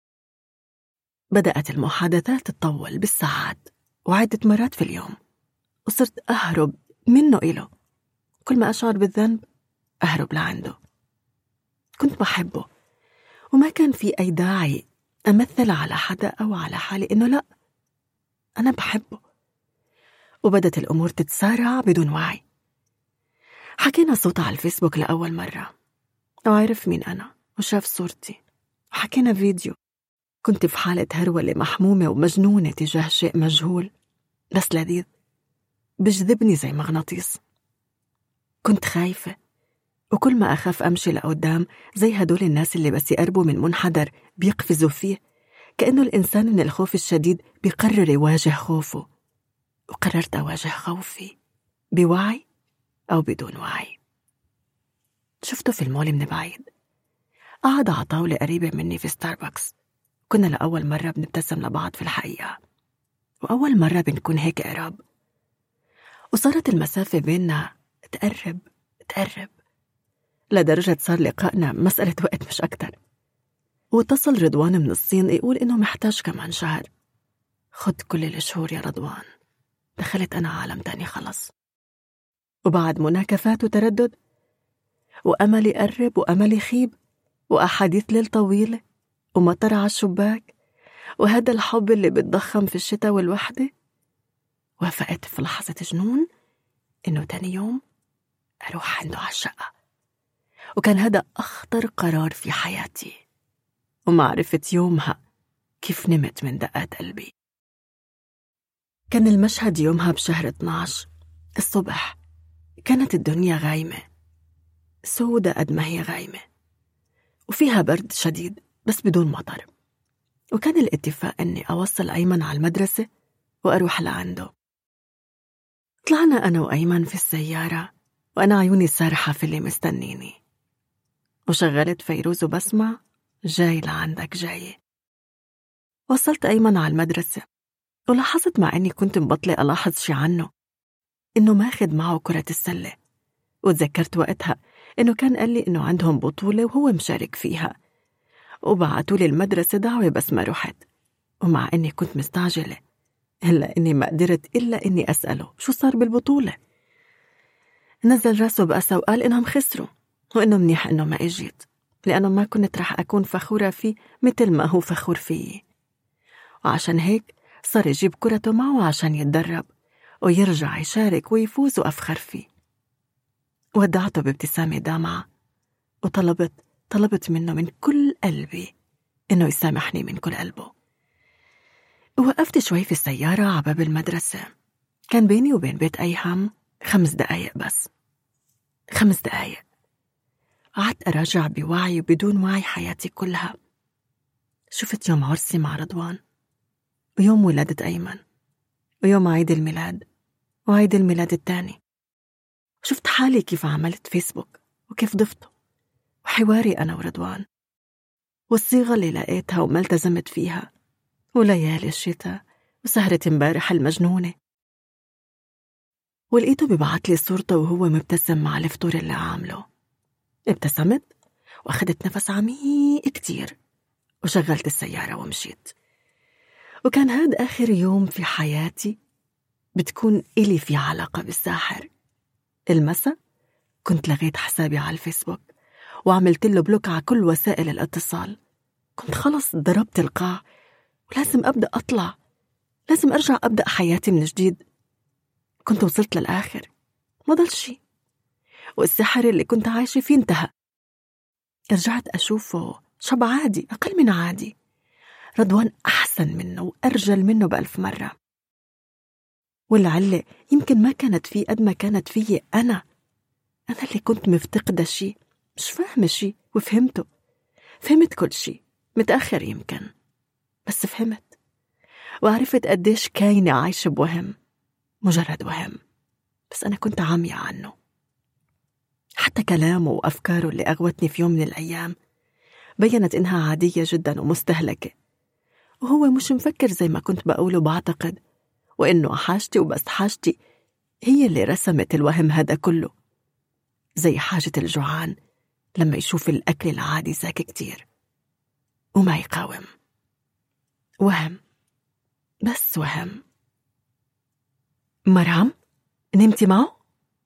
بدأت المحادثات تطول بالساعات وعدة مرات في اليوم، وصرت أهرب منه إله. كل ما أشعر بالذنب أهرب لعنده. كنت بحبه وما كان في أي داعي أمثل على حدا أو على حالي إنه لأ، أنا بحبه. وبدت الأمور تتسارع بدون وعي. حكينا صوت على الفيسبوك لأول مرة، وعرف مين أنا وشاف صورتي، وحكينا فيديو. كنت في حالة هرولة محمومة ومجنونة تجاه شيء مجهول بس لذيذ بجذبني زي مغناطيس. كنت خايفة، وكل ما أخاف أمشي لقدام زي هدول الناس اللي بس يقربوا من منحدر بيقفزوا فيه، كأنه الإنسان من الخوف الشديد بيقرر يواجه خوفه. وقررت أواجه خوفي بوعي أو بدون وعي. شفته في المول من بعيد، قعد على طاولة قريبة مني في ستاربكس. كنا لأول مرة بنبتسم لبعض في الحقيقة، وأول مرة بنكون هيك قراب، وصارت المسافة بيننا تقرب لدرجة صار لقائنا مسألة وقت مش أكتر. واتصل رضوان من الصين يقول إنه محتاج كمان شهر. خد كل الشهور يا رضوان، دخلت أنا عالم تاني خلص. وبعد مناكفات وتردد وأمل يقرب وأمل يخيب وأحاديث ليل طويلة ومطر على الشباك وهذا الحب اللي بتضخم في الشتاء والوحدة، وافقت في لحظة جنون إنه تاني يوم أروح عنده على الشقة. وكان هذا أخطر قرار في حياتي، وما عرفت يومها كيف نمت من دقات قلبي. كان المشهد يومها بشهر 12 الصبح. كانت الدنيا غايمة سودة قد ما هي غايمة، وفيها برد شديد بس بدون مطر. وكان الاتفاق أني أوصل أيمن على المدرسة وأروح لعنده. طلعنا أنا وأيمن في السيارة، وأنا عيوني سارحة في اللي مستنيني، وشغلت فيروز وبسمع جاي لعندك جاي. وصلت أيمن على المدرسة، ولاحظت مع أني كنت مبطلة ألاحظ شي عنه إنه ماخد معه كرة السلة. وتذكرت وقتها إنه كان قال لي إنه عندهم بطولة وهو مشارك فيها، وبعتولي المدرسة دعوة بس ما رحت. ومع أني كنت مستعجلة إلا أني ما قدرت إلا أني أسأله شو صار بالبطولة. نزل راسه بأسى وقال إنهم خسروا، وإنه منيح إنه ما إجيت، لأنه ما كنت رح أكون فخورة فيه مثل ما هو فخور فيي. وعشان هيك صار يجيب كرته معه عشان يتدرب ويرجع يشارك ويفوز وأفخر فيه. ودعته بابتسامة دامعة، وطلبت منه من كل قلبي إنه يسامحني من كل قلبه. ووقفت شوي في السيارة على باب المدرسة. كان بيني وبين بيت أيهم 5 دقايق بس. 5 دقايق قعدت أراجع بوعي وبدون وعي حياتي كلها. شفت يوم عرسي مع رضوان، ويوم ولادة أيمن، ويوم عيد الميلاد، وعيد الميلاد الثاني. شفت حالي كيف عملت فيسبوك وكيف ضفته، وحواري أنا ورضوان، والصيغة اللي لقيتها وما التزمت فيها، وليالي الشتاء، وسهرة امبارح المجنونة. ولقيته ببعت لي صورته وهو مبتسم مع الفطور اللي عامله. ابتسمت وأخذت نفس عميق كتير، وشغلت السيارة ومشيت. وكان هاد آخر يوم في حياتي بتكون إلي في علاقة بالساحر. المساء كنت لغيت حسابي على الفيسبوك وعملت له بلوك على كل وسائل الاتصال. كنت خلص ضربت القاع، ولازم أبدأ أطلع، لازم أرجع أبدأ حياتي من جديد. كنت وصلت للآخر، ما ضل شي، والسحر اللي كنت عايشة فيه انتهى. رجعت أشوفه شاب عادي، أقل من عادي. رضوان أحسن منه وأرجل منه ب1000 مرة. والعلة يمكن ما كانت فيه قد ما كانت فيه أنا اللي كنت مفتقدة شي، مش فاهمة شي، وفهمته. فهمت كل شي متأخر يمكن، بس فهمت وعرفت قديش كاينة عايشة بوهم، مجرد وهم، بس أنا كنت عامية عنه. حتى كلامه وأفكاره اللي أغوتني في يوم من الأيام بيّنت إنها عادية جدا ومستهلكة، وهو مش مفكر زي ما كنت بقول وبعتقد، وإنه حاجتي وبس حاجتي هي اللي رسمت الوهم هذا كله، زي حاجة الجوعان لما يشوف الأكل العادي زاكي كتير وما يقاوم. وهم، بس وهم. مرام، نمتي معه؟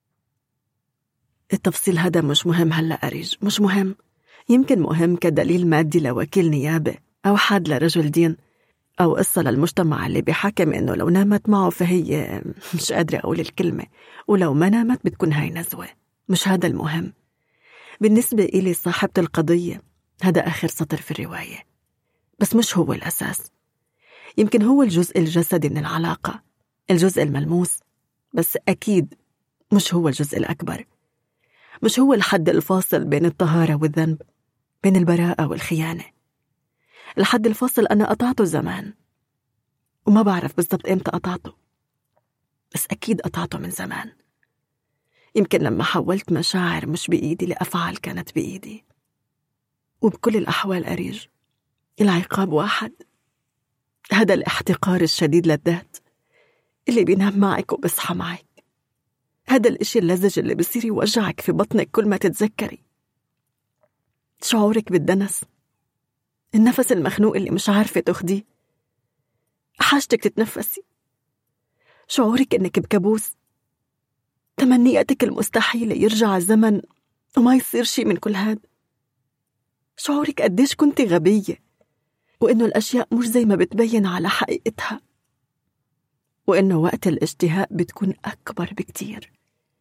التفصيل هذا مش مهم هلأ أريج، مش مهم. يمكن مهم كدليل مادي لوكيل نيابة أو حد لرجل دين، أو قصة للمجتمع اللي بيحكم إنه لو نامت معه فهي مش قادرة أقول الكلمة، ولو ما نامت بتكون هاي نزوة. مش هذا المهم بالنسبة إلي. صاحبة القضية هذا آخر سطر في الرواية، بس مش هو الأساس. يمكن هو الجزء الجسدي من العلاقة، الجزء الملموس، بس أكيد مش هو الجزء الأكبر. مش هو الحد الفاصل بين الطهارة والذنب، بين البراءة والخيانة. الحد الفاصل أنا قطعته زمان، وما بعرف بالضبط إمتى قطعته، بس أكيد قطعته من زمان. يمكن لما حولت مشاعر مش بإيدي لأفعال كانت بإيدي. وبكل الأحوال أريج، العقاب واحد، هذا الاحتقار الشديد للذات اللي بينام معك وبصحى معك، هذا الاشي اللزج اللي بصير يوجعك في بطنك كل ما تتذكري، شعورك بالدنس، النفس المخنوق اللي مش عارفة تاخديه، حاجتك تتنفسي، شعورك انك بكابوس، تمنياتك المستحيلة يرجع الزمن وما يصير شي من كل هاد، شعورك قديش كنتي غبية وإنه الأشياء مش زي ما بتبين على حقيقتها، وإنه وقت الاشتهاء بتكون أكبر بكتير،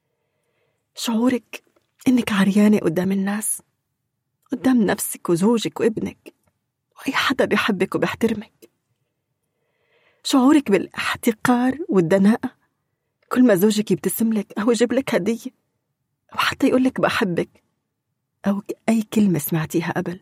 شعورك إنك عريانة قدام الناس، قدام نفسك وزوجك وابنك وأي حدا بيحبك وبيحترمك، شعورك بالاحتقار والدناءة كل ما زوجك يبتسم لك أو يجيب لك هدية أو حتى يقول لك بحبك أو أي كلمة سمعتيها قبل،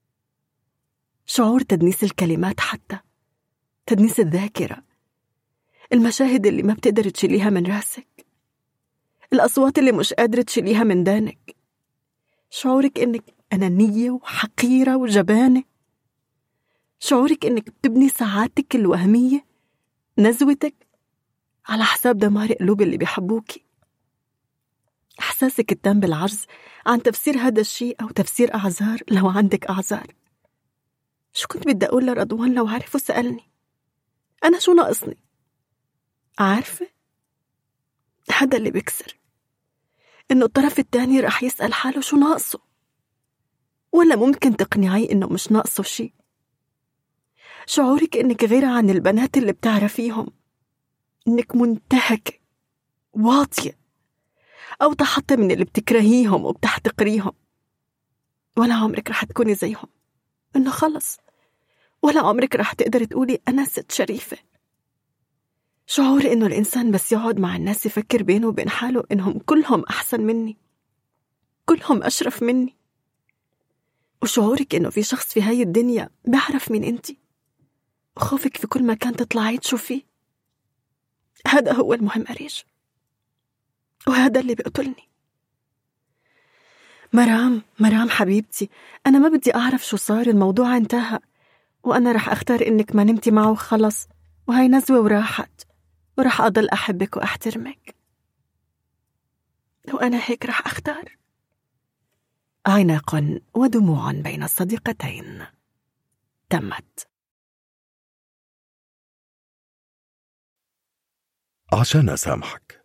شعور تدنيس الكلمات، حتى تدنيس الذاكرة، المشاهد اللي ما بتقدر تشيليها من راسك، الأصوات اللي مش قادرة تشيليها من دانك، شعورك إنك أنانية وحقيرة وجبانة، شعورك إنك بتبني ساعاتك الوهمية، نزوتك، على حساب دمار قلوب اللي بيحبوكي، إحساسك التام بالعجز عن تفسير هذا الشيء أو تفسير أعذار لو عندك أعذار. شو كنت بدي أقول لرضوان لو عارف وسألني؟ أنا شو ناقصني؟ عارفة؟ هذا اللي بيكسر، إنه الطرف التاني رح يسأل حاله شو ناقصه، ولا ممكن تقنعيه إنه مش ناقصه شي. شعورك إنك غير عن البنات اللي بتعرفيهم، إنك منتهكة واطية أو تحطي من اللي بتكرهيهم وبتحتقريهم، ولا عمرك رح تكوني زيهم، إنه خلص ولا عمرك رح تقدر تقولي أنا ست شريفة. شعور إنه الإنسان بس يقعد مع الناس يفكر بينه وبين حاله إنهم كلهم أحسن مني، كلهم أشرف مني، وشعورك إنه في شخص في هاي الدنيا بيعرف مين أنتي، وخوفك في كل مكان تطلعي تشوفيه. هذا هو المهم أريج، وهذا اللي بيقتلني. مرام حبيبتي، أنا ما بدي أعرف شو صار، الموضوع انتهى، وأنا رح أختار إنك ما نمتي معه خلص، وهاي نزوة وراحت، ورح أضل أحبك وأحترمك، وأنا هيك رح أختار. عناق ودموع بين الصديقتين. تمت. عشان أسامحك.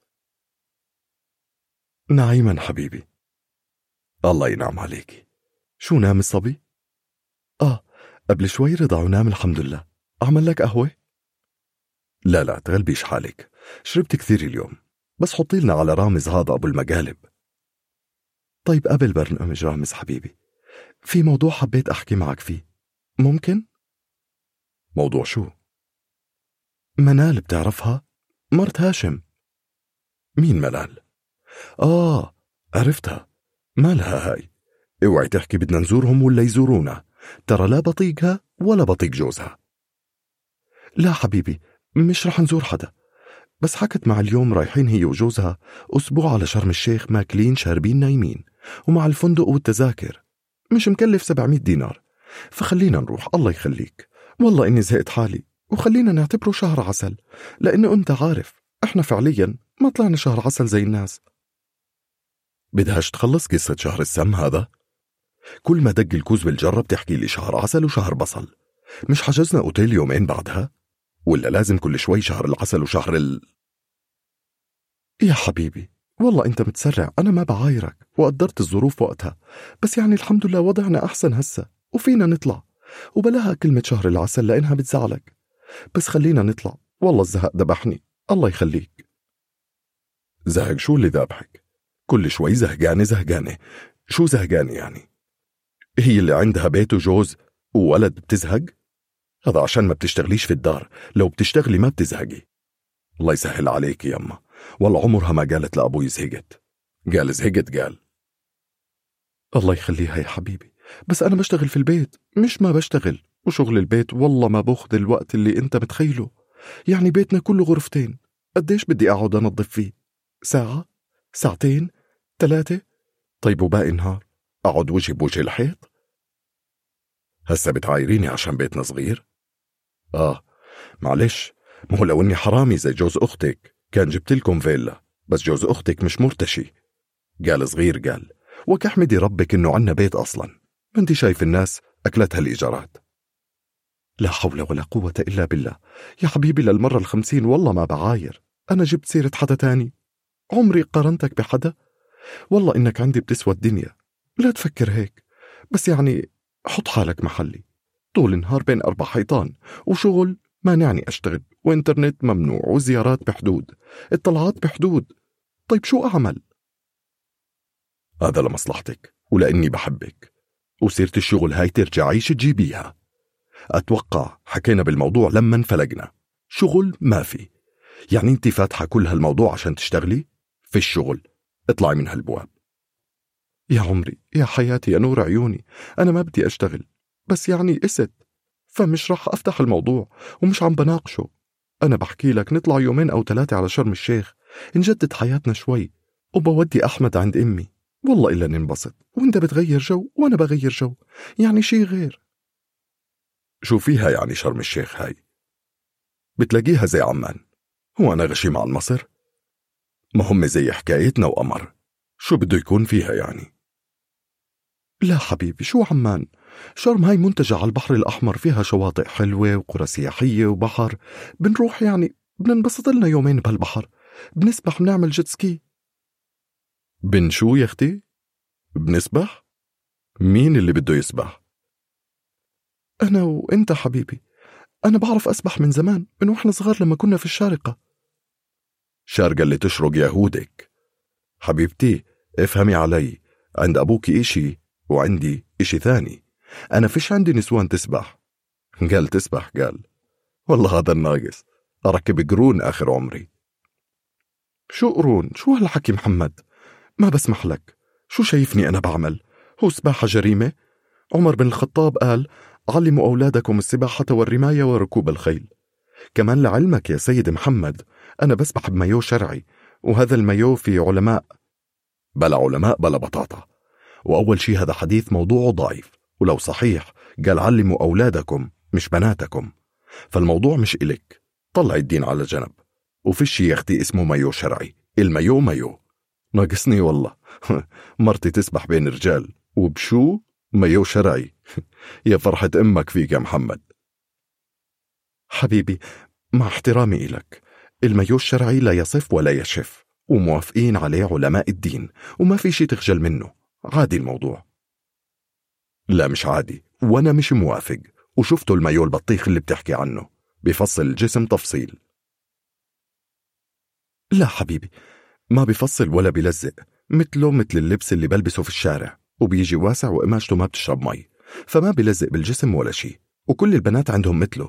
نعيما حبيبي، الله ينعم عليكي. شو نام الصبي؟ قبل شوي رضع ونام الحمد لله. أعمل لك قهوة؟ لا تغلبيش حالك، شربت كثير اليوم، بس حطي لنا على رامز هذا أبو المقالب. طيب قبل برنامج رامز حبيبي، في موضوع حبيت أحكي معك فيه، ممكن؟ موضوع شو؟ منال بتعرفها؟ مرت هاشم. مين منال؟ عرفتها، مالها هاي؟ اوعي تحكي بدنا نزورهم ولا يزورونا، ترى لا بطيقها ولا بطيق جوزها. لا حبيبي، مش رح نزور حدا، بس حكت مع اليوم رايحين هي وجوزها أسبوع على شرم الشيخ، ماكلين شاربين نايمين، ومع الفندق والتذاكر مش مكلف 700 دينار. فخلينا نروح، الله يخليك، والله إني زهقت حالي، وخلينا نعتبره شهر عسل، لأنه أنت عارف إحنا فعليا ما طلعنا شهر عسل زي الناس. بدهاش تخلص قصة شهر السم هذا؟ كل ما دق الكوز بالجرة بتحكي لي شهر عسل وشهر بصل. مش حجزنا أوتيل يومين بعدها؟ ولا لازم كل شوي شهر العسل وشهر يا حبيبي والله أنت متسرع، أنا ما بعايرك وقدرت الظروف وقتها، بس يعني الحمد لله وضعنا أحسن هسه وفينا نطلع، وبلاها كلمة شهر العسل لأنها بتزعلك، بس خلينا نطلع، والله الزهق دبحني، الله يخليك. زهق شو اللي ذابحك؟ كل شوي زهقانة، شو زهقانة يعني؟ هي اللي عندها بيت وجوز وولد بتزهق؟ هذا عشان ما بتشتغليش في الدار، لو بتشتغلي ما بتزهقي. الله يسهل عليك يما، والله عمرها ما قالت لأبوي زهقت. قال زهقت قال. الله يخليها يا حبيبي، بس أنا بشتغل في البيت مش ما بشتغل، وشغل البيت والله ما باخذ الوقت اللي أنت متخيله. يعني بيتنا كله غرفتين، قديش بدي أقعد أنظف فيه؟ ساعة؟ ساعتين؟ 3؟ طيب وباقي النهار أقعد وجهي بوجه الحيط؟ هسا بتعايريني عشان بيتنا صغير؟ معلش، ما هو لو اني حرامي زي جوز اختك كان جبت لكم فيلا، بس جوز اختك مش مرتشي. قال صغير قال، وكحمدي ربك انه عنا بيت اصلا، ما انت شايف الناس اكلتها الايجارات. لا حول ولا قوة الا بالله يا حبيبي، للمرة 50 والله ما بعاير، انا جبت سيرة حدا تاني؟ عمري قارنتك بحدا؟ والله انك عندي بتسوى الدنيا، لا تفكر هيك، بس يعني حط حالك محلي، طول النهار بين 4 حيطان، وشغل مانعني أشتغل، وإنترنت ممنوع، وزيارات بحدود، اطلاعات بحدود. طيب شو أعمل؟ هذا لمصلحتك ولأني بحبك، وسيرة الشغل هاي ترجعيش تجيبيها. أتوقع حكينا بالموضوع لما انفلقنا، شغل ما في، يعني انت فاتحة كل هالموضوع عشان تشتغلي؟ في الشغل اطلعي من هالبواب. يا عمري يا حياتي يا نور عيوني، أنا ما بدي أشتغل، بس يعني قست، فمش رح أفتح الموضوع ومش عم بناقشه. أنا بحكي لك نطلع 2 أو 3 على شرم الشيخ، نجدد حياتنا شوي، وبودي أحمد عند أمي، والله إلا ننبسط، وانت بتغير جو وأنا بغير جو، يعني شي غير. شو فيها يعني شرم الشيخ هاي؟ بتلاقيها زي عمان، هو أنا غشيم عن مصر؟ ما هم زي حكايتنا وقمر، شو بده يكون فيها يعني؟ لا حبيبي، شو عمان؟ شرم هاي منتجة على البحر الأحمر، فيها شواطئ حلوة وقرى سياحية وبحر، بنروح يعني بننبسط لنا 2 بهالبحر، بنسبح بنعمل جيت سكي. بنشو يا اختي؟ بنسبح؟ مين اللي بده يسبح؟ أنا وإنت حبيبي، أنا بعرف أسبح من زمان، من وإحنا صغار لما كنا في الشارقة. شارقة اللي تشرق يهودك. حبيبتي افهمي علي، عند أبوك إشي وعندي إشي ثاني، أنا فيش عندي نسوان تسبح. قال تسبح قال، والله هذا الناقص، أركب قرون آخر عمري. شو قرون؟ شو هالحكي محمد؟ ما بسمح لك، شو شايفني أنا بعمل؟ هو سباحة جريمة؟ عمر بن الخطاب قال علموا أولادكم السباحة والرماية وركوب الخيل. كمان لعلمك يا سيد محمد، أنا بسبح بمايو شرعي، وهذا المايو في علماء. بلا علماء بلا بطاطا، وأول شي هذا حديث موضوعه ضعيف، ولو صحيح قال علموا أولادكم مش بناتكم، فالموضوع مش إلك، طلع الدين على جنب، وفي شي يا أختي اسمه مايو شرعي، المايو مايو. ناقصني والله مرتي تسبح بين رجال وبشو مايو شرعي يا فرحة أمك فيك يا محمد. حبيبي مع احترامي إلك، المايو الشرعي لا يصف ولا يشف، وموافقين عليه علماء الدين، وما في شي تخجل منه، عادي الموضوع. لا مش عادي، وانا مش موافق، وشفتوا المايو البطيخ اللي بتحكي عنه، بيفصل الجسم تفصيل. لا حبيبي، ما بيفصل ولا بيلزق، مثله مثل اللبس اللي بلبسه في الشارع، وبيجي واسع وقماشته ما بتشرب مي، فما بيلزق بالجسم ولا شي، وكل البنات عندهم مثله.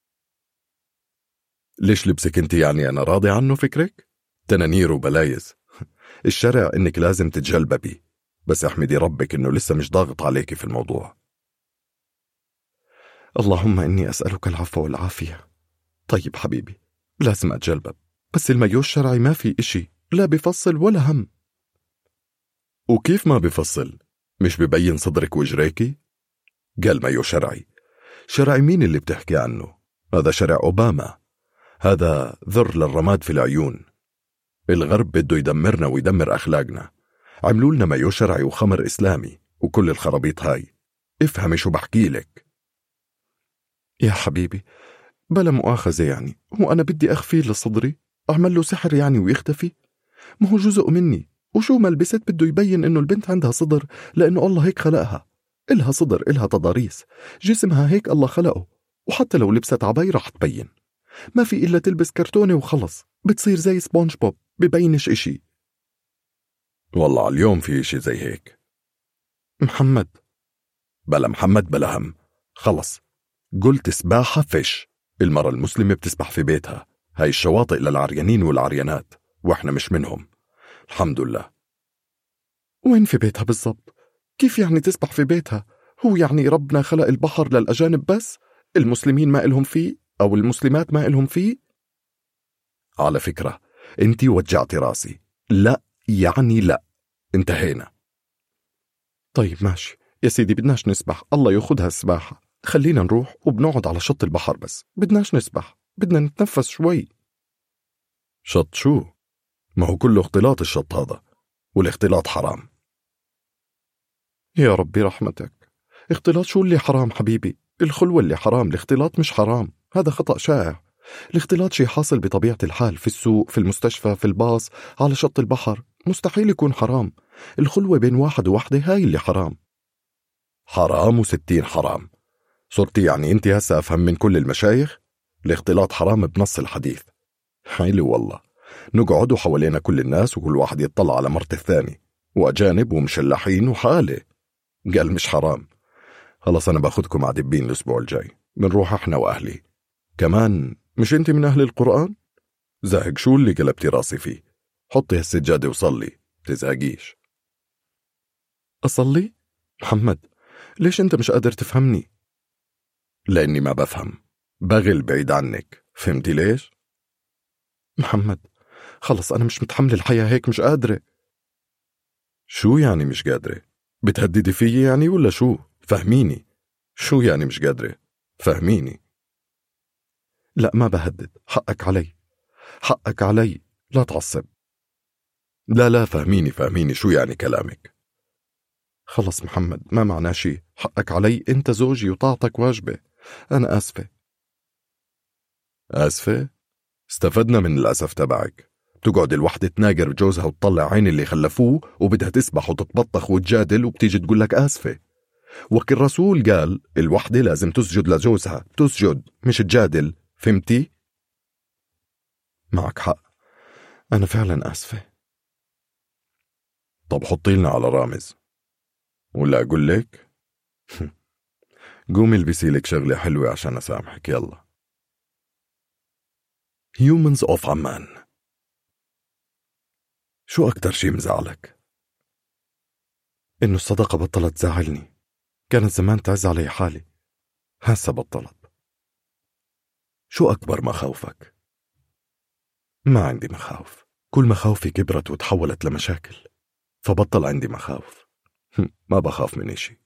ليش لبسك انت يعني انا راضي عنه فكرك؟ تنانير وبلايز الشرع انك لازم تتجلببي، بس احمدي ربك انه لسه مش ضاغط عليكي في الموضوع. اللهم اني اسألك العفو والعافية. طيب حبيبي، لازم أتجلبب، بس المايو الشرعي ما في إشي، لا بفصل ولا هم. وكيف ما بفصل؟ مش ببين صدرك وجريكي؟ قال مايو شرعي. شرعي مين اللي بتحكي عنه؟ هذا شرع أوباما، هذا ذر للرماد في العيون. الغرب بده يدمرنا ويدمر أخلاقنا، عملوا لنا مايو شرعي وخمر إسلامي وكل الخرابيط هاي. افهمي شو بحكي لك. يا حبيبي بلا مؤاخذة، يعني هو أنا بدي أخفيه لصدري؟ أعمل له سحر يعني ويختفي؟ ما هو جزء مني، وشو ما لبست بده يبين إنه البنت عندها صدر، لأنه الله هيك خلقها، إلها صدر، إلها تضاريس، جسمها هيك الله خلقه، وحتى لو لبست عباية رح تبين. ما في إلا تلبس كرتونة وخلص بتصير زي سبونج بوب، ببينش إشي. والله على اليوم في إشي زي هيك. محمد. بلا محمد بلا هم، خلص قلت سباحة فيش. المرأة المسلمة بتسبح في بيتها، هاي الشواطئ للعريانين والعريانات، وإحنا مش منهم الحمد لله. وين في بيتها بالضبط؟ كيف يعني تسبح في بيتها؟ هو يعني ربنا خلق البحر للأجانب بس؟ المسلمين ما إلهم فيه؟ أو المسلمات ما إلهم فيه؟ على فكرة انتي وجعتي راسي. لا يعني لا، انتهينا. طيب ماشي يا سيدي، بدناش نسبح، الله ياخدها السباحة، خلينا نروح وبنقعد على شط البحر، بس بدناش نسبح، بدنا نتنفس شوي. شط شو؟ ما هو كله اختلاط الشط هذا، والاختلاط حرام. يا ربي رحمتك، اختلاط شو اللي حرام حبيبي؟ الخلوة اللي حرام، الاختلاط مش حرام، هذا خطأ شائع. الاختلاط شيء حاصل بطبيعة الحال، في السوق، في المستشفى، في الباص، على شط البحر، مستحيل يكون حرام. الخلوة بين واحد ووحدة هاي اللي حرام. حرام و60 حرام. صرتي يعني انت هسه أفهم من كل المشايخ؟ الاختلاط حرام بنص الحديث. حلو والله، نقعدوا حوالينا كل الناس وكل واحد يطلع على مرت الثاني، وأجانب ومشلحين وحالة. قال مش حرام. خلص أنا باخدكم على دبين الأسبوع الجاي، بنروح احنا وأهلي كمان. مش انت من أهل القرآن؟ زاهق شو اللي قلبتي راسي فيه؟ حطي هالسجادة وصلي، تزهقيش. أصلي؟ محمد ليش انت مش قادر تفهمني؟ لأني ما بفهم، بغل بعيد عنك، فهمتي ليش؟ محمد خلص أنا مش متحمل الحياة هيك، مش قادرة. شو يعني مش قادرة؟ بتهددي فيي يعني ولا شو؟ فهميني، شو يعني مش قادرة؟ فهميني. لا ما بهدد، حقك علي، حقك علي، لا تعصب. لا فهميني شو يعني كلامك؟ خلص محمد ما معناه شي، حقك علي، انت زوجي وطاعتك واجبة. أنا آسفة. آسفة؟ استفدنا من الأسف تبعك. بتقعد الوحدة تناقر بجوزها وتطلع عين اللي خلفوه، وبدها تسبح وتتبطخ وتجادل، وبتيجي تقول لك آسفة. وقت الرسول قال الوحدة لازم تسجد لجوزها، تسجد مش تجادل، فهمتي؟ معك حق، أنا فعلا آسفة. طب حطي لنا على رامز، ولا أقول لك؟ قومي البسي لك شغلة حلوة عشان أسامحك، يلا. Humans of عمان. شو أكتر شي مزعلك؟ إنه الصدقة بطلت تزعلني، كانت زمان تعز علي حالي، هسه بطلت. شو أكبر مخاوفك؟ ما عندي مخاوف، كل مخاوفي كبرت وتحولت لمشاكل، فبطل عندي مخاوف. ما بخاف من إشي.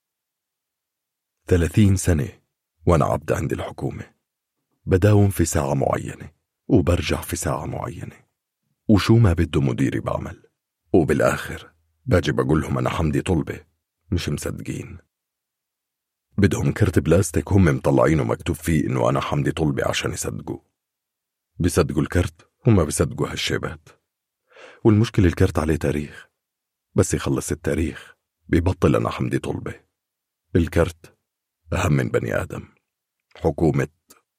30 سنة وأنا عبد عند الحكومة، بداوم في ساعة معينة وبرجع في ساعة معينة، وشو ما بده مديري بعمل، وبالآخر باجي بقول لهم أنا حمدي طلبة، مش مصدقين. بدهم كرت بلاستيك هم مطلعينه مكتوب فيه إنه أنا حمدي طلبة عشان يصدقوا. بيصدقوا الكرت وما بيصدقوا هالشيبات. والمشكلة الكرت عليه تاريخ، بس يخلص التاريخ بيبطل أنا حمدي طلبة. الكرت أهم من بني آدم. حكومة.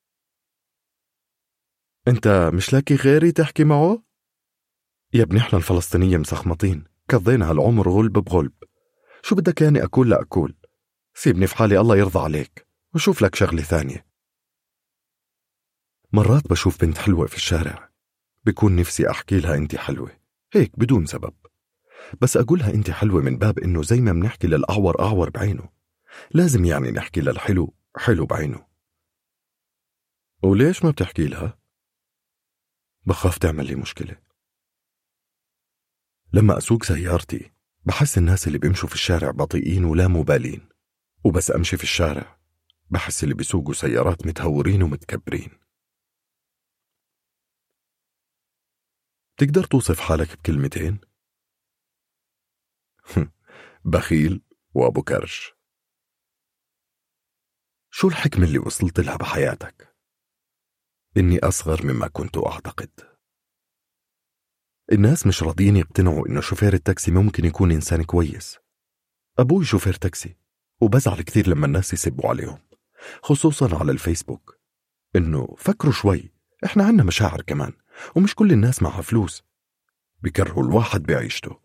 أنت مش لاقي غيري تحكي معه؟ يا ابني احنا الفلسطينية مسخمطين، قضينا هالعمر غلب بغلب، شو بدك يعني أكل لا أكل؟ سيبني في حالي الله يرضى عليك، وشوف لك شغلة ثانية. مرات بشوف بنت حلوة في الشارع، بكون نفسي أحكي لها أنت حلوة هيك بدون سبب، بس أقولها أنت حلوة من باب إنه زي ما بنحكي للأعور أعور بعينه، لازم يعني نحكي للحلو حلو بعينه. وليش ما بتحكي لها؟ بخاف تعمل لي مشكلة. لما أسوق سيارتي بحس الناس اللي بيمشوا في الشارع بطيئين ولا مبالين، وبس أمشي في الشارع بحس اللي بيسوقوا سيارات متهورين ومتكبرين. تقدر توصف حالك بكلمتين؟ بخيل وأبو كرش. شو الحكمة اللي وصلت لها بحياتك؟ إني أصغر مما كنت أعتقد. الناس مش راضيين يقتنعوا إنه شوفير التاكسي ممكن يكون إنسان كويس. أبوي شوفير تاكسي، وبزعل كثير لما الناس يسبوا عليهم، خصوصا على الفيسبوك، إنه فكروا شوي، إحنا عنا مشاعر كمان، ومش كل الناس معها فلوس، بيكرهوا الواحد بعيشته.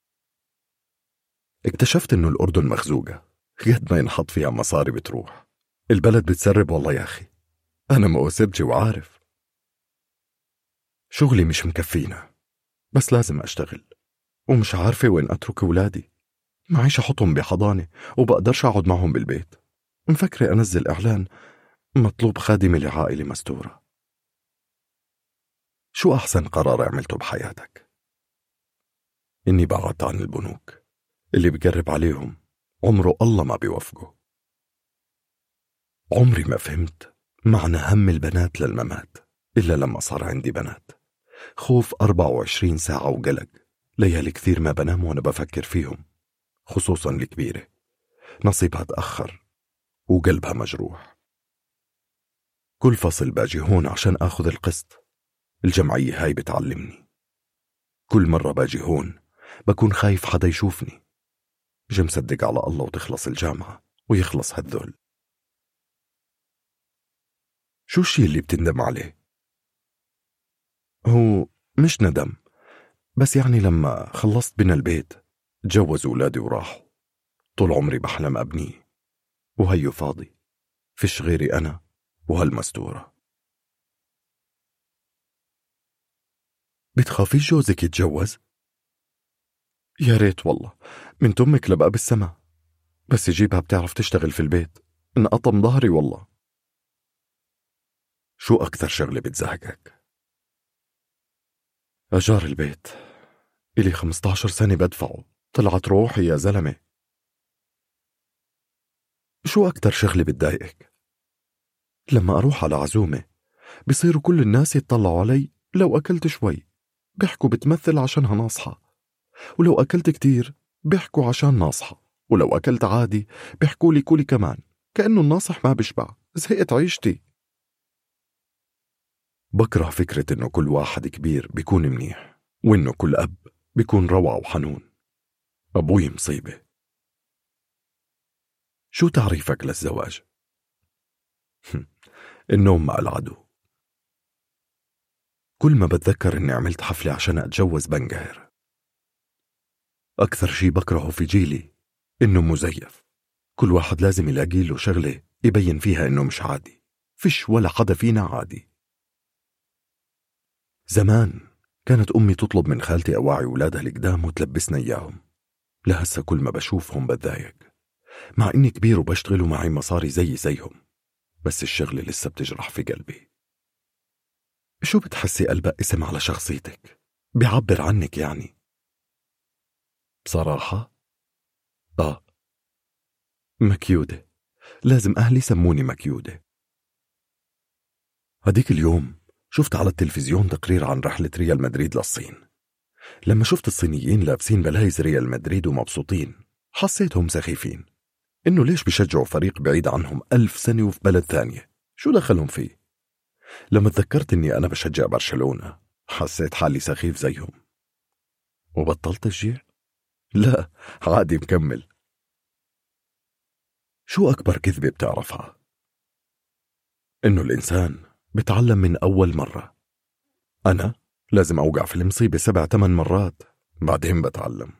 اكتشفت إنه الأردن مخزوقة، قد ما ينحط فيها مصاري بتروح. البلد بتسرب والله يا أخي، أنا مؤسبجي وعارف. شغلي مش مكفينا، بس لازم أشتغل، ومش عارفة وين أترك أولادي. معيش أحطهم بحضانة وبقدرش أقعد معهم بالبيت. مفكرة أنزل إعلان مطلوب خادمة لعائلة مستورة. شو أحسن قرار عملته بحياتك؟ إني بعدت عن البنوك، اللي بقرب عليهم عمره الله ما بيوفقه. عمري ما فهمت معنى هم البنات للممات إلا لما صار عندي بنات. خوف 24 ساعة وقلق، ليالي كثير ما بنام وأنا بفكر فيهم، خصوصا الكبيرة نصيبها تأخر وقلبها مجروح. كل فصل باجي هون عشان آخذ القسط، الجمعية هاي بتعلمني. كل مرة باجي هون بكون خايف حدا يشوفني. مصدق على الله وتخلص الجامعة ويخلص هالذل. شو الشي اللي بتندم عليه؟ هو مش ندم، بس يعني لما خلصت بنا البيت تجوز أولادي وراحوا. طول عمري بحلم أبنيه، وهيو فاضي، فيش غيري أنا وهالمستورة. بتخافيش جوزك يتجوز؟ يا ريت والله، من أمك لبقى بالسما، بس يجيبها بتعرف تشتغل في البيت، انقطم ظهري والله. شو أكثر شغلة بتزهقك؟ أجار البيت، إلي 15 سنة بدفعه، طلعت روحي يا زلمة. شو أكتر شغلة بتضايقك؟ لما أروح على عزومة بيصيروا كل الناس يتطلعوا علي، لو أكلت شوي بيحكوا بتمثل عشانها ناصحة، ولو أكلت كتير بيحكوا عشان ناصحة، ولو أكلت عادي بيحكوا لي كولي كمان، كأنه الناصح ما بيشبع. زهقت عيشتي. بكره فكرة إنه كل واحد كبير بيكون منيح، وإنه كل أب بيكون روعة وحنون. أبوي مصيبة. شو تعريفك للزواج؟ النوم مع العدو. كل ما بتذكر إني عملت حفلة عشان أتجوز بنقهر. أكثر شي بكرهه في جيلي إنه مزيف، كل واحد لازم يلاقي له شغلة يبين فيها إنه مش عادي. فيش ولا حدا فينا عادي. زمان كانت أمي تطلب من خالتي أواعي ولادها القدام وتلبسنا إياهم، لهسه كل ما بشوفهم بتضايق، مع إني كبير وبشتغل ومعي مصاري زيهم، بس الشغلة لسه بتجرح في قلبي. شو بتحسي قلبك اسم على شخصيتك، بيعبر عنك يعني؟ بصراحة مكيودة. لازم أهلي سموني مكيودة. هديك اليوم شفت على التلفزيون تقرير عن رحلة ريال مدريد للصين. لما شفت الصينيين لابسين بلايز ريال مدريد ومبسوطين حسيتهم سخيفين، إنه ليش بيشجعوا فريق بعيد عنهم 1000 سنة وفي بلد ثانية، شو دخلهم فيه؟ لما تذكرت إني أنا بشجع برشلونة حسيت حالي سخيف زيهم. وبطلت تشجيع؟ لا، عادي مكمل. شو أكبر كذبة بتعرفها؟ إنه الإنسان بتعلم من أول مرة. أنا لازم أوقع في المصيبة 7-8 مرات بعدين بتعلم.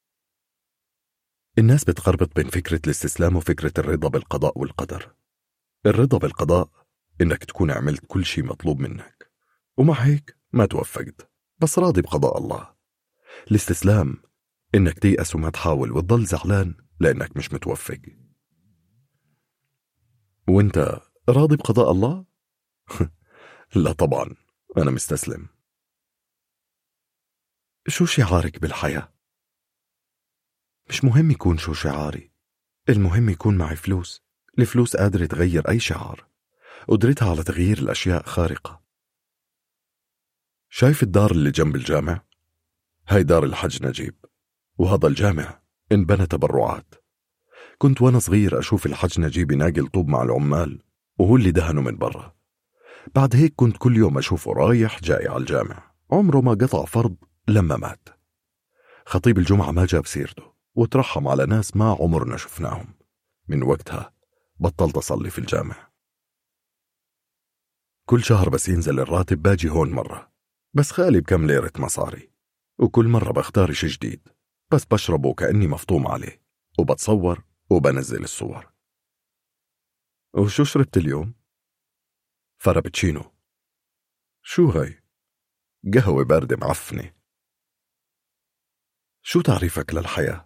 الناس بتخربط بين فكرة الاستسلام وفكرة الرضا بالقضاء والقدر. الرضا بالقضاء إنك تكون عملت كل شيء مطلوب منك، ومع هيك ما توفقت، بس راضي بقضاء الله. الاستسلام إنك تيأس وما تحاول وتضل زعلان لأنك مش متوفق. وإنت راضي بقضاء الله؟ لا طبعا، أنا مستسلم. شو شعارك بالحياة؟ مش مهم يكون شو شعاري، المهم يكون معي فلوس. الفلوس قادرة تغير أي شعار، قدرتها على تغيير الأشياء خارقة. شايف الدار اللي جنب الجامع؟ هاي دار الحج نجيب، وهذا الجامع انبنى تبرعات. كنت وأنا صغير أشوف الحج نجيب يناقل طوب مع العمال وهو اللي دهنه من برا. بعد هيك كنت كل يوم أشوفه رايح جاي على الجامع، عمره ما قطع فرض لما مات. خطيب الجمعة ما جاب سيرته وترحم على ناس ما عمرنا شفناهم. من وقتها بطلت أصلي في الجامع. كل شهر بس ينزل الراتب باجي هون مرة، بس خالي بكم ليرة مصاري، وكل مرة بختار شي جديد، بس بشربه كأني مفطوم عليه، وبتصور وبنزل الصور. وشو شربت اليوم؟ فرابتشينو. شو هاي؟ قهوة باردة معفنة. شو تعريفك للحياة؟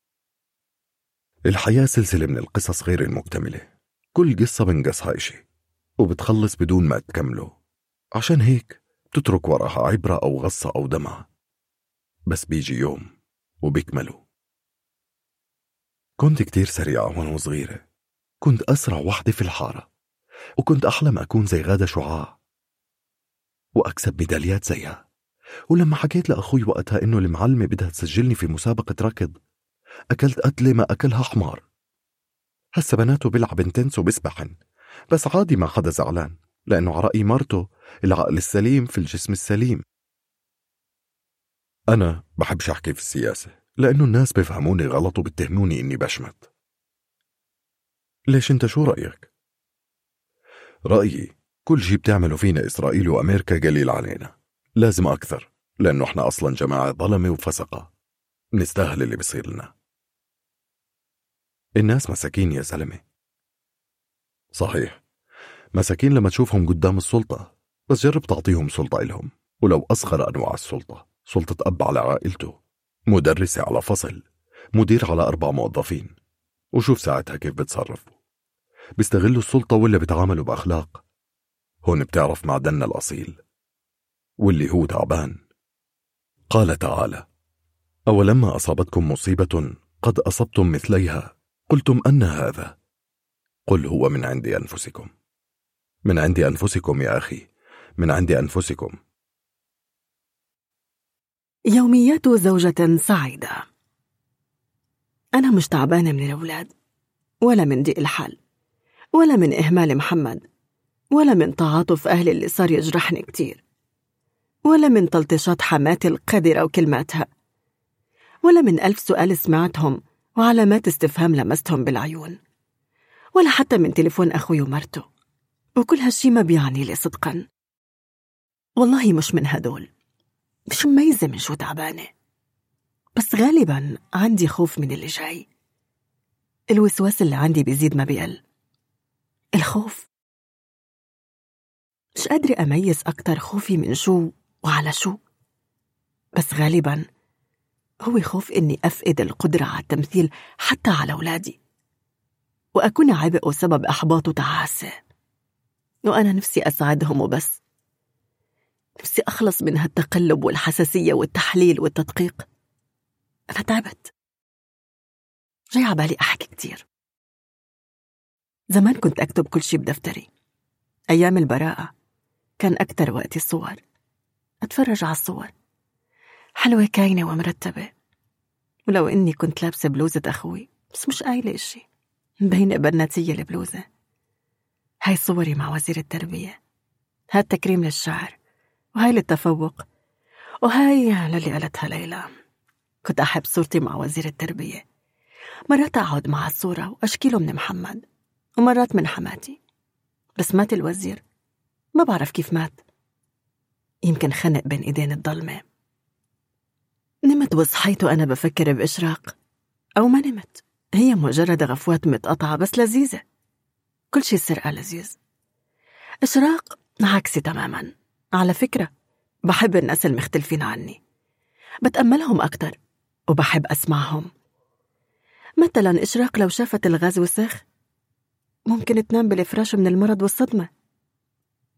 الحياة سلسلة من القصص غير المكتملة، كل قصة بنقصها إشي وبتخلص بدون ما تكمله، عشان هيك بتترك وراها عبرة أو غصة أو دمعة، بس بيجي يوم وبيكملوا. كنت كتير سريعة وأنا صغيرة، كنت أسرع وحدة في الحارة، وكنت أحلم أكون زي غادة شعاع وأكسب ميداليات زيها. ولما حكيت لأخوي وقتها إنه المعلمة بدها تسجلني في مسابقة ركض، أكلت قتلة ما أكلها حمار. هسا بناته بيلعبن تنس وبسبحن، بس عادي ما حدا زعلان، لأنه على رأي مرته العقل السليم في الجسم السليم. أنا بحبش أحكي في السياسة لأنه الناس بيفهموني غلط وبتهموني إني بشمت. ليش أنت شو رأيك؟ رأيي كل شي بتعملوا فينا إسرائيل وأمريكا قليل علينا، لازم أكثر، لأنه إحنا أصلا جماعة ظلمة وفسقة، نستاهل اللي بيصير لنا. الناس مساكين يا زلمة. صحيح، مساكين لما تشوفهم قدام السلطة، بس جرب تعطيهم سلطة إلهم، ولو أصغر أنواع السلطة، سلطة أب على عائلته، مدرسة على فصل، مدير على 4 موظفين، وشوف ساعتها كيف بتصرفوا. بيستغلوا السلطة ولا بيتعاملوا بأخلاق؟ هون بتعرف معدننا الأصيل واللي هو تعبان. قال تعالى: أولما أصابتكم مصيبة قد أصبتم مثليها قلتم أن هذا، قل هو من عند أنفسكم. من عند أنفسكم يا أخي، من عند أنفسكم. يوميات زوجة سعيدة. أنا مش تعبانة من الأولاد، ولا من ضيق الحال، ولا من إهمال محمد، ولا من تعاطف أهلي اللي صار يجرحني كتير، ولا من تلطيشات حماتي القذرة وكلماتها، ولا من 1000 سؤال سمعتهم وعلامات استفهام لمستهم بالعيون، ولا حتى من تليفون أخوي ومرته. وكل هالشي ما بيعني لي صدقا، والله مش من هدول، مش مميزة من شو تعبانة، بس غالبا عندي خوف من اللي جاي. الوسواس اللي عندي بيزيد ما بيقل. الخوف مش قادرة أميز أكتر خوفي من شو وعلى شو، بس غالبا هو خوف إني أفقد القدرة على التمثيل حتى على أولادي، وأكون عبء وسبب إحباط وتعاسة. وأنا نفسي أساعدهم وبس، نفسي أخلص من هالتقلب والحساسية والتحليل والتدقيق. أنا تعبت، جاي عبالي أحكي كتير. زمان كنت أكتب كل شي بدفتري، أيام البراءة كان أكتر وقتي الصور، أتفرج على الصور حلوة كاينة ومرتبة، ولو إني كنت لابسة بلوزة أخوي بس مش قايلة إشي، مبينة بناتية البلوزة. هاي صوري مع وزير التربية، هاي التكريم للشعر، وهاي للتفوق، وهاي للي قالتها ليلى. كنت أحب صورتي مع وزير التربية، مرات أقعد مع الصورة وأشكيله من محمد، ومرات من حماتي. بس مات الوزير، ما بعرف كيف مات، يمكن خنق بين إيدين الظلمة. نمت وصحيت وأنا بفكر بإشراق، أو ما نمت، هي مجرد غفوات متقطعة بس لذيذة، كل شي سرقة لذيذ. إشراق عكسي تماما. على فكرة بحب الناس المختلفين عني، بتأملهم أكتر وبحب أسمعهم. مثلا إشراق لو شافت الغاز وسخ ممكن تنام بالفراش من المرض والصدمة.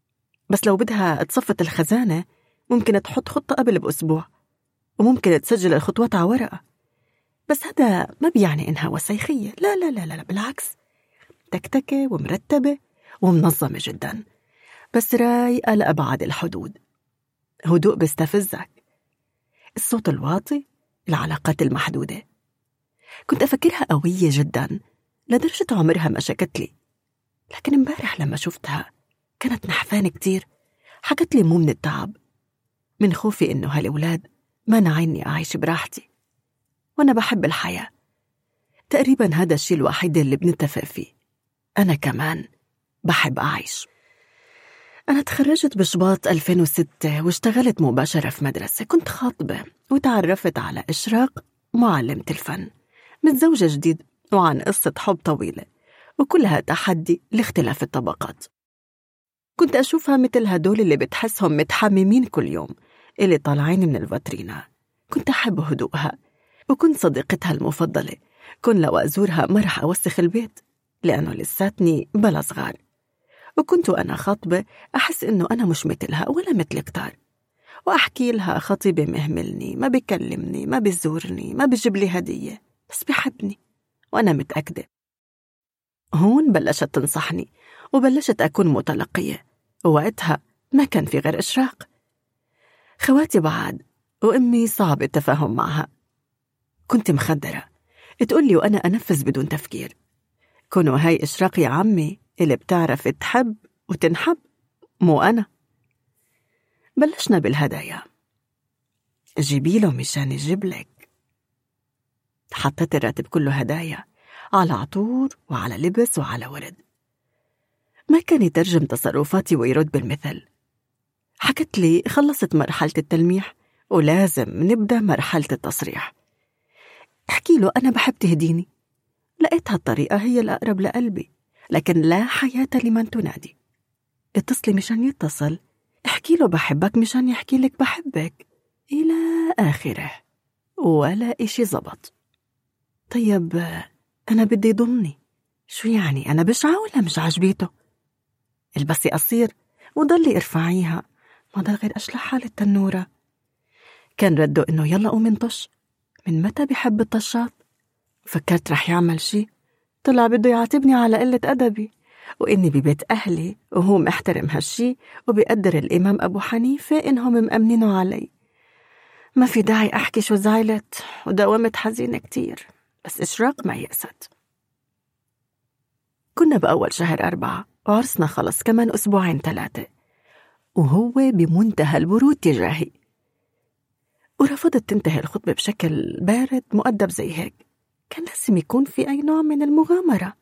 بس لو بدها تصفت الخزانة ممكن تحط خطة قبل بأسبوع، وممكن تسجل الخطوات على ورقة. بس هذا ما بيعني إنها وسيخية، لا لا لا لا، بالعكس، تكتكة ومرتبة ومنظمة جدا، بس رايقة لأبعد الحدود. هدوء بيستفزك، الصوت الواطي، العلاقات المحدودة. كنت أفكرها قوية جدا لدرجة عمرها ما شكت لي، لكن امبارح لما شفتها كانت نحفانة كتير. حكت لي مو من التعب، من خوفي إنه هالأولاد ما نعيني أعيش براحتي، وأنا بحب الحياة. تقريبا هذا الشيء الوحيد اللي بنتفق فيه. أنا كمان بحب أعيش. أنا تخرجت بشباط 2006 واشتغلت مباشرة في مدرسة. كنت خاطبة وتعرفت على إشراق معلمة الفن، متزوجة جديد وعن قصة حب طويلة وكلها تحدي لاختلاف الطبقات. كنت أشوفها مثل هدول اللي بتحسهم متحممين كل يوم، اللي طالعين من الفاترينا. كنت أحب هدوءها، وكنت صديقتها المفضلة. كن لو أزورها ما رح أوسخ البيت لأنه لساتني بلا صغار. وكنت أنا خاطبة أحس إنه أنا مش مثلها ولا مثل كتار، وأحكي لها خطيبي مهملني، ما بيكلمني، ما بيزورني، ما بيجيب لي هدية، بس بيحبني وأنا متأكدة. هون بلشت تنصحني وبلشت أكون متلقية، ووقتها ما كان في غير إشراق. خواتي بعد وأمي صعب التفاهم معها. كنت مخدرة تقولي وأنا أنفذ بدون تفكير. كونوا هاي إشراق يا عمي اللي بتعرف تحب وتنحب، مو أنا. بلشنا بالهدايا. جيبيله مشان يجيبلك. حطيت الراتب كله هدايا، على عطور وعلى لبس وعلى ورد. ما كان يترجم تصرفاتي ويرد بالمثل. حكت لي خلصت مرحلة التلميح ولازم نبدأ مرحلة التصريح. احكي له أنا بحب تهديني. لقيت هالطريقة هي الأقرب لقلبي، لكن لا حياة لمن تنادي. اتصلي مشان يتصل، احكي له بحبك مشان يحكي لك بحبك، إلى آخره. ولا إشي زبط. طيب أنا بدي يضمني، شو يعني أنا بشعة ولا مش عجبيته؟ البسي قصير وضلي ارفعيها، ما ضل غير أشلحها للتنورة. كان رده إنه يلا قومي نطش. من متى بحب الطشات؟ فكرت رح يعمل شي، طلع بده يعاتبني على قلة أدبي، وإني ببيت أهلي وهو محترم هالشي وبيقدر الإمام أبو حنيفة إنهم مأمنينه علي. ما في داعي أحكي شو زعلت، وداومت حزينة كتير، بس إشراق ما يأست. كنا بأول شهر 4 وعرسنا خلص كمان 2-3، وهو بمنتهى البرود تجاهي. ورفضت تنتهي الخطبة بشكل بارد مؤدب زي هيك. كان لازم يكون في أي نوع من المغامرة.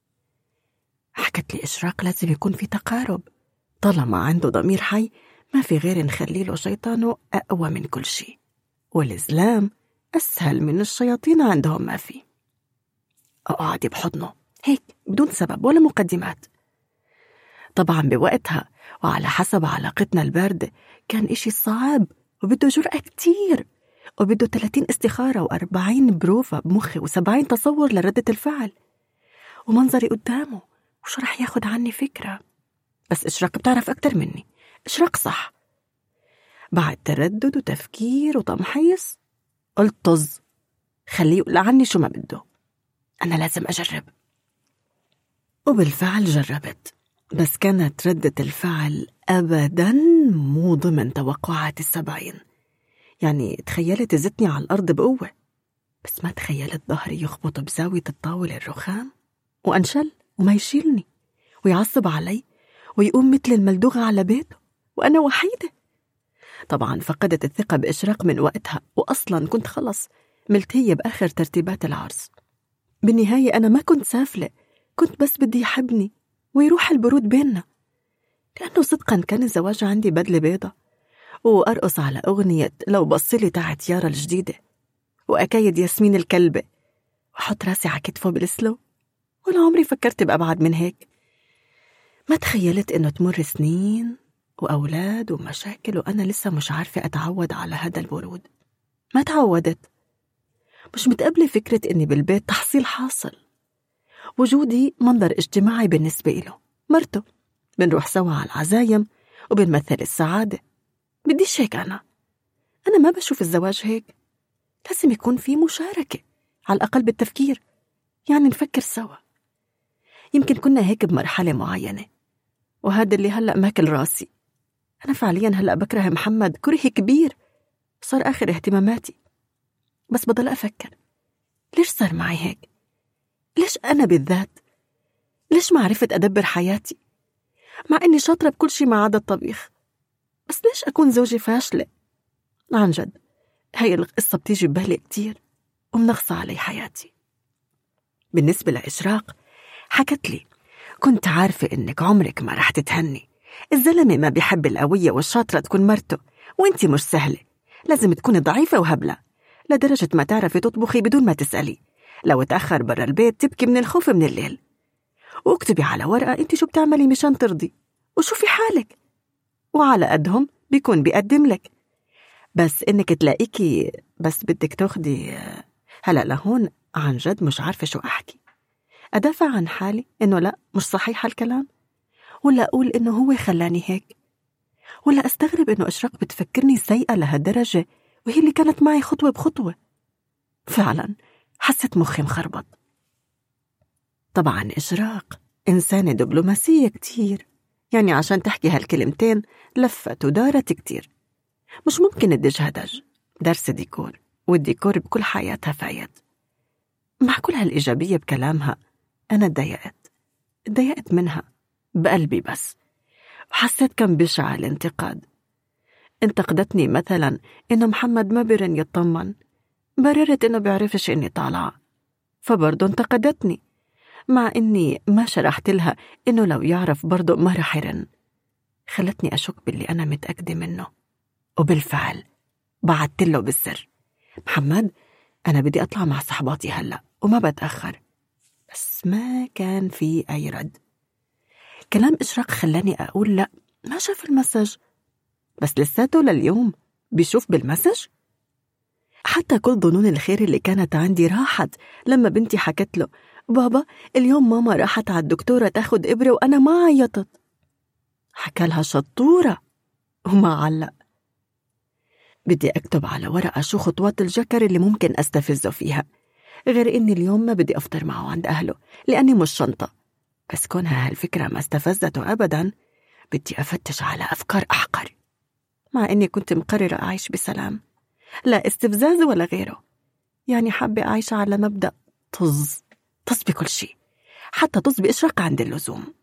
حكت لي إشراق لازم يكون في تقارب، طالما عنده ضمير حي ما في غير نخلي له شيطانه أقوى من كل شيء، والإزلام أسهل من الشياطين عندهم ما في. أقعد بحضنه هيك بدون سبب ولا مقدمات. طبعا بوقتها وعلى حسب علاقتنا الباردة كان إشي صعب وبده جرأة كتير، وبده 30 استخارة و40 بروفة بمخي و70 تصور لردة الفعل، ومنظري قدامه وشو رح ياخد عني فكرة. بس إشراق بتعرف أكتر مني. إشراق صح. بعد تردد وتفكير وتمحيص قلت طز، خليه يقول عني شو ما بده، أنا لازم أجرب. وبالفعل جربت، بس كانت ردة الفعل أبداً مو ضمن توقعات 70. يعني تخيلت زتني على الأرض بقوة، بس ما تخيلت ظهري يخبط بزاوية الطاولة الرخام وأنشل وما يشيلني ويعصب علي ويقوم مثل الملدوغة على بيته وأنا وحيدة. طبعا فقدت الثقة بإشراق من وقتها، وأصلا كنت خلص ملتهية بآخر ترتيبات العرس. بالنهاية أنا ما كنت سافلة، كنت بس بدي يحبني ويروح البرود بيننا، لأنه صدقا كان الزواج عندي بدلة بيضة، وأرقص على أغنية لو بصلي تاعت يارا الجديدة، وأكايد ياسمين الكلبة، وحط راسي على كتفه بالسلو. ولا عمري فكرت بأبعد من هيك. ما تخيلت إنه تمر سنين وأولاد ومشاكل وأنا لسه مش عارفة أتعود على هذا البرود. ما تعودت. مش متقبلة فكرة إني بالبيت تحصيل حاصل، وجودي منظر اجتماعي بالنسبة له. مرته بنروح سوا على العزايم وبنمثل السعادة. بديش هيك أنا ما بشوف الزواج هيك. لازم يكون في مشاركة على الأقل بالتفكير، يعني نفكر سوا. يمكن كنا هيك بمرحلة معينة، وهذا اللي هلأ ماكل راسي. أنا فعليا هلأ بكره محمد كره كبير، صار آخر اهتماماتي. بس بضل أفكر، ليش صار معي هيك؟ ليش أنا بالذات؟ ليش ما عرفت أدبر حياتي؟ مع إني شاطرة بكل شي ما عدا الطبيخ. بس ليش أكون زوجة فاشلة؟ عن جد هاي القصة بتيجي ببالي كتير ومنغصة علي حياتي. بالنسبة لإشراق، حكت لي كنت عارفة إنك عمرك ما رح تتهني. الزلمة ما بيحب القوية والشاطرة تكون مرته، وإنتي مش سهلة. لازم تكوني ضعيفة وهبلة لدرجة ما تعرفي تطبخي بدون ما تسألي. لو تأخر برا البيت تبكي من الخوف من الليل. واكتبي على ورقة انتي شو بتعملي مشان ترضي، وشوفي حالك، وعلى قدهم بيكون بيقدم لك. بس إنك تلاقيكي بس بدك تاخدي. هلأ لهون عن جد مش عارفة شو أحكي. أدافع عن حالي إنه لا مش صحيح هالكلام، ولا أقول إنه هو خلاني هيك، ولا أستغرب إنه إشراق بتفكرني سيئة لهالدرجة وهي اللي كانت معي خطوة بخطوة. فعلا حسيت مخي مخربط. طبعا إشراق إنسانة دبلوماسية كتير، يعني عشان تحكي هالكلمتين لفت ودارت كتير. مش ممكن تدج هدج درس ديكور، والديكور بكل حياتها فايت. مع كل هالإيجابية بكلامها أنا اتضايقت منها بقلبي بس، وحسيت كم بشع الانتقاد. انتقدتني مثلا إنه محمد ما برن يطمن، بررت إنه بيعرفش إني طالعة، فبرضه انتقدتني مع إني ما شرحت لها إنه لو يعرف برضه ما رح يرن. خلتني أشك باللي أنا متأكدة منه، وبالفعل بعدت له بالسر: محمد أنا بدي أطلع مع صحباتي هلأ وما بتأخر. بس ما كان في أي رد. كلام إشراق خلاني أقول لا، ما شاف المسج. بس لساته لليوم بيشوف بالمسج. حتى كل ظنون الخير اللي كانت عندي راحت لما بنتي حكت له: بابا اليوم ماما راحت على الدكتورة تاخد إبرة وأنا ما عيطت. حكى لها شطورة وما علق. بدي أكتب على ورقة شو خطوات الجكر اللي ممكن أستفزه فيها، غير إني اليوم ما بدي أفطر معه عند أهله لأني مش شنطة. بس كونها هالفكرة ما استفزته أبدا، بدي أفتش على أفكار أحقر، مع إني كنت مقررة أعيش بسلام، لا استفزاز ولا غيره. يعني حابة أعيش على مبدأ طز بكل شيء، حتى طز بإشراق عند اللزوم.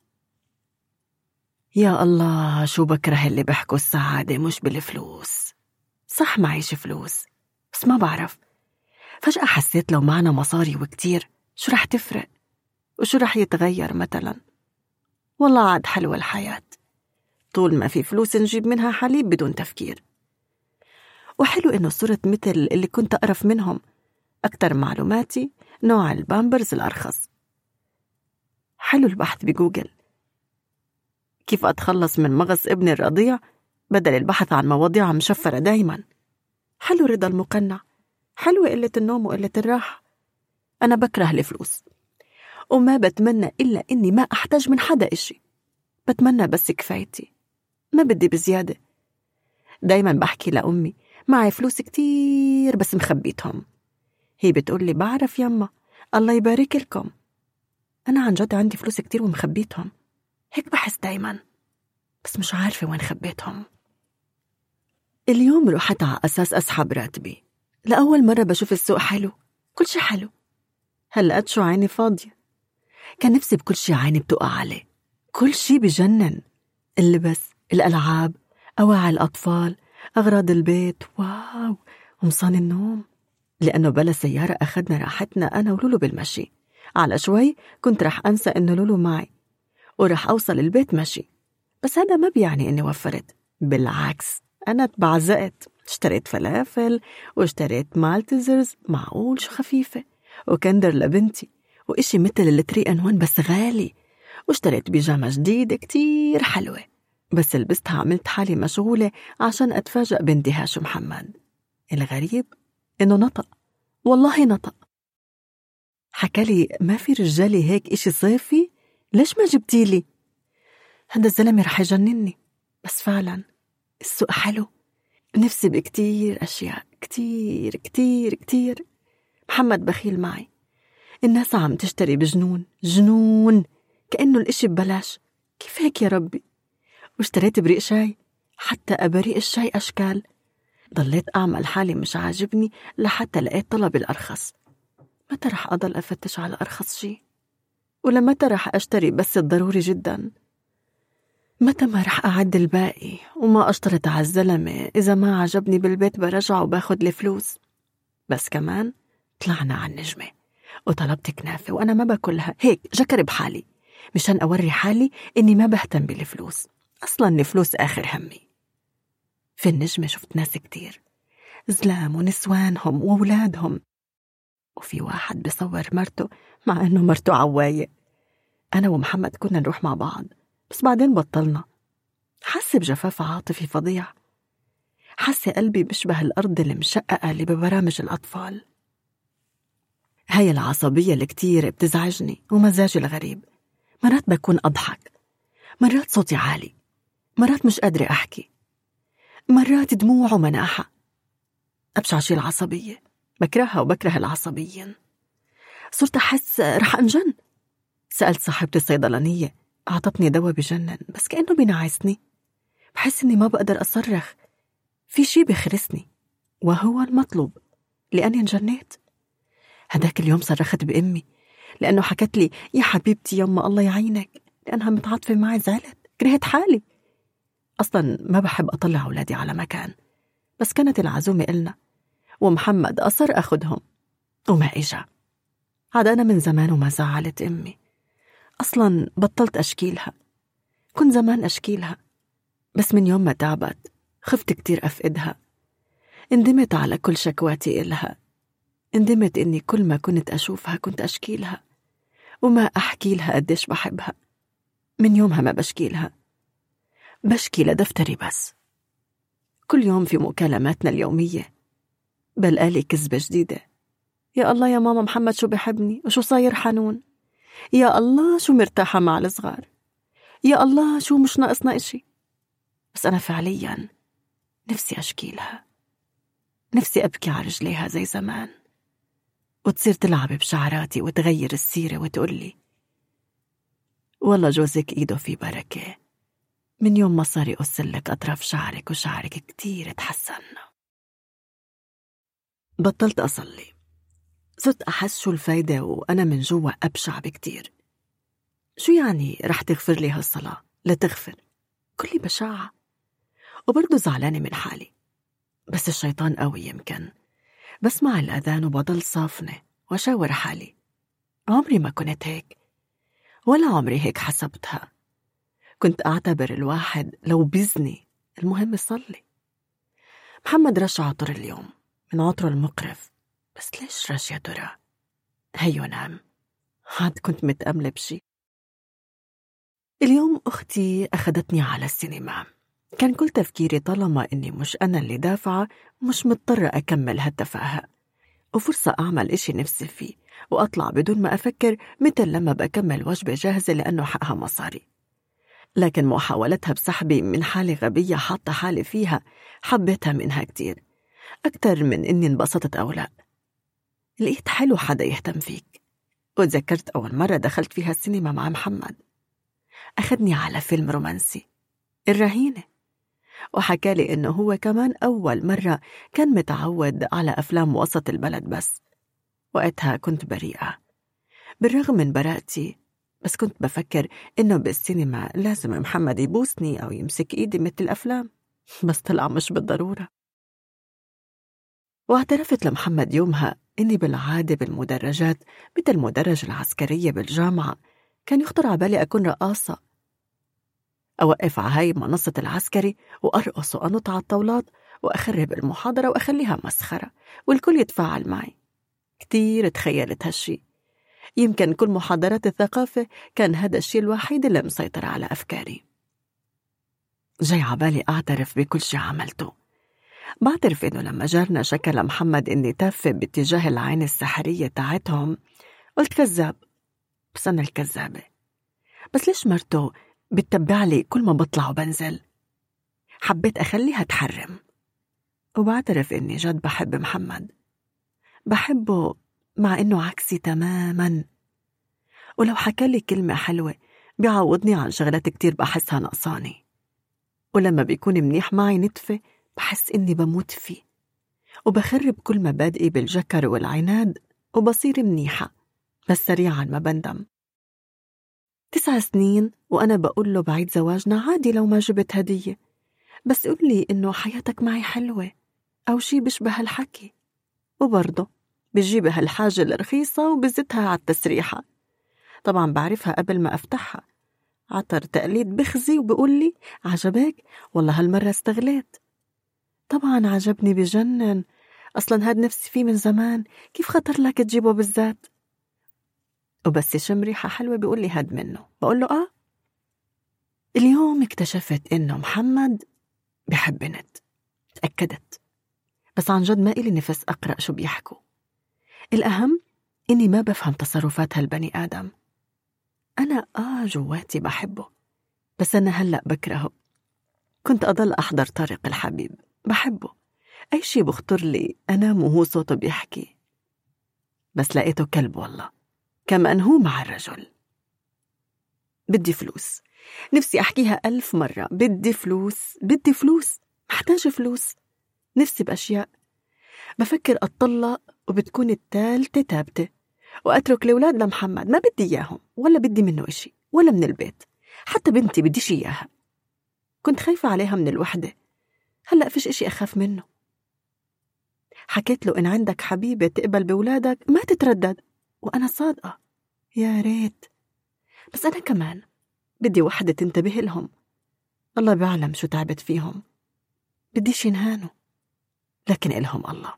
يا الله شو بكره اللي بحكوا السعادة مش بالفلوس. صح معيش فلوس، بس ما بعرف، فجأة حسيت لو معنا مصاري وكتير شو رح تفرق وشو رح يتغير مثلا. والله عاد حلوة الحياة، طول ما في فلوس نجيب منها حليب بدون تفكير. وحلو إنه صرت مثل اللي كنت أقرف منهم. أكتر معلوماتي نوع البامبرز الأرخص. حلو البحث بجوجل كيف أتخلص من مغص ابني الرضيع بدل البحث عن مواضيع مشفرة دايما. حلو رضا المقنع، حلو قلة النوم وقلة الراحة. أنا بكره الفلوس وما بتمنى إلا إني ما أحتاج من حدا إشي. بتمنى بس كفايتي، ما بدي بزيادة. دايما بحكي لأمي معي فلوس كتير بس مخبيتهم. هي بتقولي بعرف يما الله يبارك لكم. أنا عن جد عندي فلوس كتير ومخبيتهم، هيك بحس دايما، بس مش عارفة وين خبيتهم. اليوم رحت على أساس أسحب راتبي. لأول مرة بشوف السوق حلو، كل شي حلو. هلقت شو عيني فاضية. كان نفسي بكل شي عيني بتقع عليه، كل شي بجنن. اللبس، الألعاب، أواعي الأطفال، أغراض البيت، واو، ومصان النوم. لأنه بلا سيارة أخدنا راحتنا أنا ولولو بالمشي. على شوي كنت رح أنسى إنه لولو معي ورح أوصل البيت مشي. بس هذا ما بيعني إني وفرت، بالعكس أنا تبعزقت. اشتريت فلافل واشتريت مالتزرز معقول شو خفيفة، وكندر لبنتي، وإشي مثل التري ان ون بس غالي. واشتريت بيجامة جديدة كتير حلوة، بس لبستها عملت حالي مشغولة عشان أتفاجأ باندهاش محمد. الغريب إنه نطق، والله نطق. حكالي ما في رجالي هيك إشي صيفي، ليش ما جبتيلي؟ هذا الزلمة رح يجنني. بس فعلا السوق حلو، نفسي بكتير أشياء، كتير كتير كتير. محمد بخيل معي، الناس عم تشتري بجنون، جنون، كأنه الإشي ببلاش. كيف هيك يا ربي؟ واشتريت بريق شاي، حتى أبريق الشاي أشكال. ضليت أعمل حالي مش عاجبني لحتى لقيت طلب الأرخص. متى رح أضل أفتش على أرخص شي؟ ولا متى رح أشتري بس الضروري جدا؟ متى ما رح أعد الباقي وما أشترط على الزلمة إذا ما عجبني بالبيت برجع وباخد الفلوس؟ بس كمان طلعنا على النجمة وطلبت كنافة وأنا ما باكلها، هيك جكر بحالي مشان أوري حالي إني ما بهتم بالفلوس. أصلاً الفلوس آخر همي. في النجمة شفت ناس كتير، زلام ونسوانهم وأولادهم، وفي واحد بيصور مرته مع إنه مرته عواية. أنا ومحمد كنا نروح مع بعض بس بعدين بطلنا. حاسة بجفاف عاطفي فظيع، حاسة قلبي بيشبه الأرض المشققة اللي ببرامج الأطفال. هاي العصبية الكتير بتزعجني ومزاجي الغريب. مرات بكون أضحك، مرات صوتي عالي، مرات مش قادرة أحكي، مرات دموع ومناحة. أبشع شي العصبية، بكرهها وبكره العصبيين. صرت أحس رح أنجن. سألت صاحبتي الصيدلانية، أعطتني دواء بجنن بس كأنه بينعسني. بحس إني ما بقدر أصرخ، في شي بخرسني وهو المطلوب لأني انجنيت. هداك اليوم صرخت بأمي لأنه حكت لي يا حبيبتي يما الله يعينك، لأنها متعاطفة معي. زعلت، كرهت حالي. أصلا ما بحب أطلع أولادي على مكان، بس كانت العزومة إلنا ومحمد أصر أخدهم وما إجا. عاد أنا من زمان وما زعلت أمي، أصلا بطلت أشكيلها. كنت زمان أشكيلها بس من يوم ما تعبت خفت كتير أفقدها. اندمت على كل شكواتي إلها، اندمت إني كل ما كنت أشوفها كنت أشكيلها وما أحكي لها قديش بحبها. من يومها ما بشكيلها، بشكي لدفتري بس. كل يوم في مكالماتنا اليومية بلقالي كذبة جديدة. يا الله يا ماما محمد شو بحبني وشو صاير حنون، يا الله شو مرتاحة مع الصغار، يا الله شو مش ناقصنا إشي. بس أنا فعليا نفسي أشكيلها، نفسي أبكي على رجليها زي زمان وتصير تلعب بشعراتي وتغير السيرة وتقولي والله جوزك إيده في بركة، من يوم ما صار يقصلك أطراف شعرك وشعرك كتير تحسن. بطلت أصلي، صرت أحس شو الفايدة وأنا من جوا أبشع بكتير. شو يعني رح تغفر لي هالصلاة؟ لا تغفر، كلي بشاعة. وبرضو زعلانة من حالي، بس الشيطان قوي يمكن. بسمع الأذان وبضل صافنة وأشاور حالي عمري ما كنت هيك، ولا عمري هيك حسبتها. كنت أعتبر الواحد لو بيزني المهم يصلي. محمد رش عطر اليوم من عطره المقرف، بس ليش رش يا ترى؟ هيو نام، عاد كنت متأملة بشي. اليوم أختي أخدتني على السينما. كان كل تفكيري طالما إني مش أنا اللي دافعة مش مضطرة أكمل هالتفاهة، وفرصة أعمل إشي نفسي فيه وأطلع بدون ما أفكر، مثل لما بكمل وجبة جاهزة لأنه حقها مصاري. لكن محاولتها بسحبي من حالة غبية حاطة حالي فيها حبيتها منها كتير، أكتر من إني انبسطت أو لا. لقيت حلو حدا يهتم فيك. وتذكرت أول مرة دخلت فيها السينما مع محمد، أخذني على فيلم رومانسي الرهينة، وحكالي إنه هو كمان أول مرة كان متعود على أفلام وسط البلد. بس وقتها كنت بريئة بالرغم من براءتي، بس كنت بفكر إنه بالسينما لازم محمد يبوسني أو يمسك إيدي مثل الأفلام، بس طلع مش بالضرورة. واعترفت لمحمد يومها إني بالعادة بالمدرجات مثل المدرج العسكرية بالجامعة كان يخطر على بالي أكون رقاصة، أوقف على هاي منصة العسكري وأرقص وأنط على الطاولات وأخرب المحاضرة وأخليها مسخرة والكل يتفاعل معي. كتير تخيلت هالشي. يمكن كل محاضرات الثقافة كان هذا الشيء الوحيد اللي مسيطر على أفكاري. جاي عبالي أعترف بكل شيء عملته. بعترف إنه لما جارنا شكى لمحمد إني تافه باتجاه العين السحرية تاعتهم قلت كذاب، بس أنا الكذابة. بس ليش مرته بتتبع لي كل ما بطلع وبنزل؟ حبيت أخليها تحرم. وبعترف إني جد بحب محمد، بحبه مع إنه عكسي تماماً. ولو حكالي كلمة حلوة بيعوضني عن شغلات كتير بحسها نقصاني. ولما بيكون منيح معي نتفة بحس إني بموت فيه، وبخرب كل مبادئي بالجكر والعناد وبصير منيحة، بس سريعاً ما بندم. 9 سنين وأنا بقول له بعيد زواجنا عادي لو ما جبت هدية، بس قل لي إنه حياتك معي حلوة أو شي بشبه هالحكي، وبرضه بجيب هالحاجة الرخيصة وبزتها على التسريحة. طبعاً بعرفها قبل ما أفتحها، عطر تقليد بخزي وبقول لي عجبك؟ والله هالمرة استغليت. طبعاً عجبني بجنن، أصلاً هاد نفسي فيه من زمان، كيف خطر لك تجيبه بالذات؟ وبس يشم ريحة حلوة بيقول لي هاد منه، بقول له اليوم اكتشفت إنه محمد بحب بنت، تأكدت، بس عن جد ما إلي نفس أقرأ شو بيحكوا. الأهم إني ما بفهم تصرفات هالبني آدم. أنا جواتي بحبه، بس أنا هلأ بكرهه. كنت أضل أحضر طارق الحبيب، بحبه، أي شي بخطر لي أنام وهو صوته بيحكي. بس لقيته كلب والله، كمان هو مع الرجل. بدي فلوس، نفسي أحكيها 1000 مرة، بدي فلوس، بدي فلوس، محتاجة فلوس. نفسي بأشياء، بفكر أطلق وبتكون التالتة تابتة، وأترك الأولاد لمحمد، ما بدي إياهم ولا بدي منه إشي ولا من البيت، حتى بنتي بديش إياها. كنت خايفة عليها من الوحدة، هلأ فيش إشي أخاف منه. حكيت له إن عندك حبيبة تقبل بولادك ما تتردد، وأنا صادقة، يا ريت، بس أنا كمان بدي وحدة تنتبه لهم. الله بيعلم شو تعبت فيهم، بديش ينهانوا، لكن إلهم الله.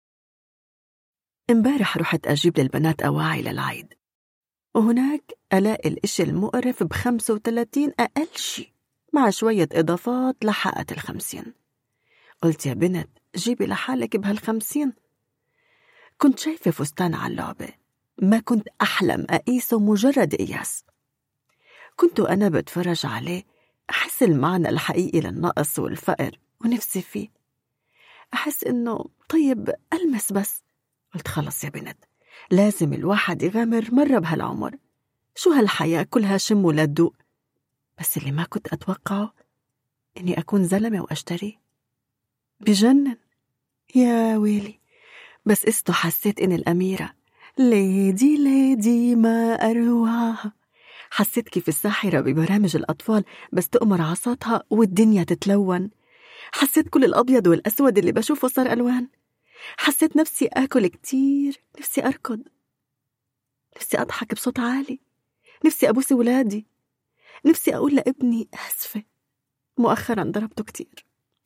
امبارح رحت أجيب للبنات أواعي للعيد، وهناك ألاقي الإشي المقرف ب35 أقل شي، مع شوية إضافات لحقت 50. قلت يا بنت جيبي لحالك بهال50. كنت شايفة فستان على اللعبة، ما كنت أحلم أقيسه مجرد قياس. كنت أنا بتفرج عليه أحس المعنى الحقيقي للنقص والفقر ونفسي فيه، أحس إنه طيب ألمس بس. قلت خلص يا بنت، لازم الواحد يغامر مرة بهالعمر، شو هالحياة كلها شم ولا تدوق. بس اللي ما كنت أتوقعه إني أكون زلمة وأشتري، بجنن يا ويلي. بس استو حسيت إن الأميرة ليدي ليدي ما أروعها. حسيت كيف الساحرة ببرامج الأطفال بس تأمر عصاتها والدنيا تتلون. حسيت كل الأبيض والأسود اللي بشوفه صار ألوان. حسيت نفسي آكل كتير، نفسي أركض، نفسي أضحك بصوت عالي، نفسي أبوس ولادي، نفسي أقول لابني أسفة. مؤخرا ضربته كتير،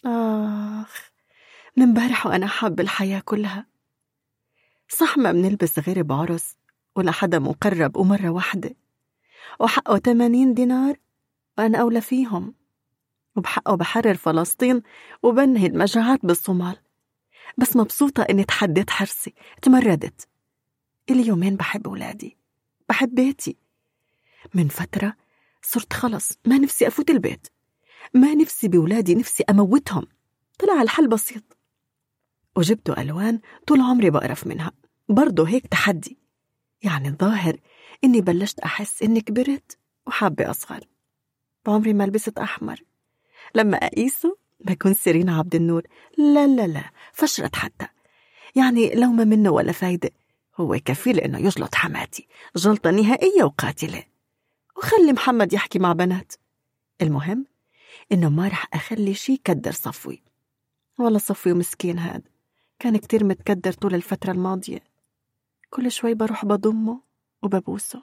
من امبارح وأنا حاب الحياة كلها. صح ما بنلبس غير بعرس ولا حدا مقرب ومرة واحدة، وحقه 80 دينار وأنا أولى فيهم، وبحقه بحرر فلسطين وبنهي المجاعات بالصومال. بس مبسوطة إني تحديت حرصي، تمردت. إلي يومين بحب ولادي، بحب بيتي. من فترة صرت خلص ما نفسي أفوت البيت، ما نفسي بولادي، نفسي أموتهم. طلع الحل بسيط، وجبته ألوان طول عمري بقرف منها، برضو هيك تحدي. يعني الظاهر إني بلشت أحس إني كبرت وحابة أصغر. بعمري ما لبست أحمر، لما أقيسه بكون سيرين عبد النور. لا لا لا، فشرت حتى، يعني لو ما منه ولا فايدة. هو كفيل إنه يجلط حماتي جلطة نهائية وقاتلة، وخلي محمد يحكي مع بنات. المهم إنه ما رح أخلي شي كدر صفوي. والله صفوي مسكين هاد كان كتير متكدر طول الفترة الماضية، كل شوي بروح بضمه وببوسه.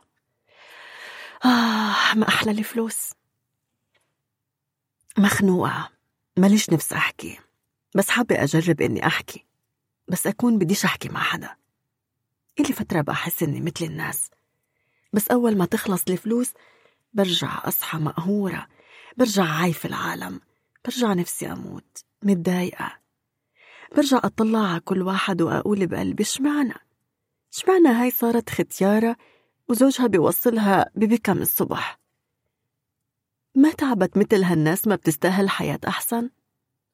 ما أحلى الفلوس. مخنوقة، ماليش نفس أحكي، بس حابة أجرب إني أحكي، بس أكون بديش أحكي مع حدا. إلي فترة بحس إني مثل الناس، بس أول ما تخلص الفلوس برجع أصحى مقهورة، برجع عايف العالم، برجع نفسي أموت، متضايقة. برجع أطلع على كل واحد وأقول بقلبي شمعنا هاي صارت ختيارة وزوجها بيوصلها ببكم الصبح. ما تعبت مثل هالناس، ما بتستاهل حياة أحسن.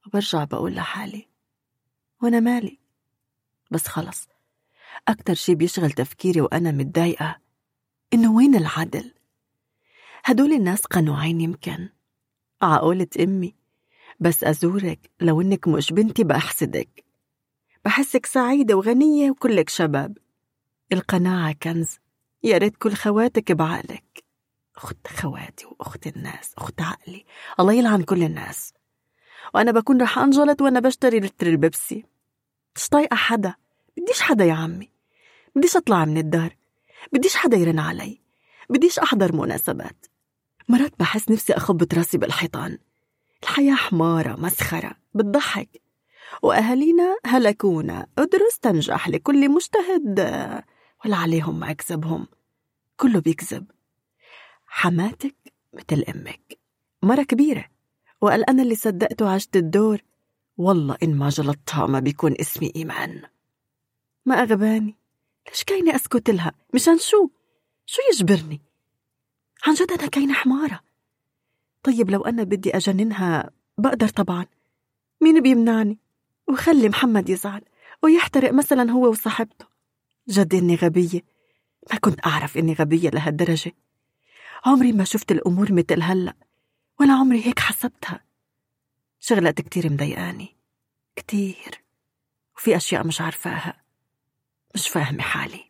وبرجع بقول لحالي وأنا مالي. بس خلص، أكتر شي بيشغل تفكيري وأنا متضايقة إنه وين العدل؟ هدول الناس قنوعين يمكن، عقولة أمي، بس أزورك لو إنك مش بنتي بأحسدك، بحسك سعيدة وغنية وكلك شباب. القناعة كنز، يا ريت كل خواتك بعقلك. أخت خواتي وأخت الناس، أخت عقلي، الله يلعن كل الناس. وأنا بكون رح أنجلط وأنا بشتري لتر البيبسي، مش طايقة حدا، بديش حدا يا عمي، بديش أطلع من الدار، بديش حدا يرن علي، بديش أحضر مناسبات. مرات بحس نفسي أخبط راسي بالحيطان. الحياة حمارة مسخرة بتضحك، وأهالينا هلكونا ادرس تنجح لكل مجتهد، ولا عليهم ما أكذبهم، كله بيكذب. حماتك مثل أمك، مرة كبيرة، وقال أنا اللي صدقته عشت الدور، والله إن ما جلطتها ما بيكون اسمي إيمان. ما أغباني، ليش كاينة أسكت لها؟ مشان شو يجبرني؟ عن جد أنا كاينة حمارة. طيب لو أنا بدي أجننها بقدر طبعا، مين بيمنعني؟ وخلي محمد يزعل ويحترق مثلا هو وصاحبته. جد إني غبية، ما كنت أعرف إني غبية لهالدرجة. عمري ما شفت الأمور مثل هلأ، ولا عمري هيك حسبتها. شغلات كتير مضايقاني كتير، وفي أشياء مش عارفاها، مش فاهمة حالي.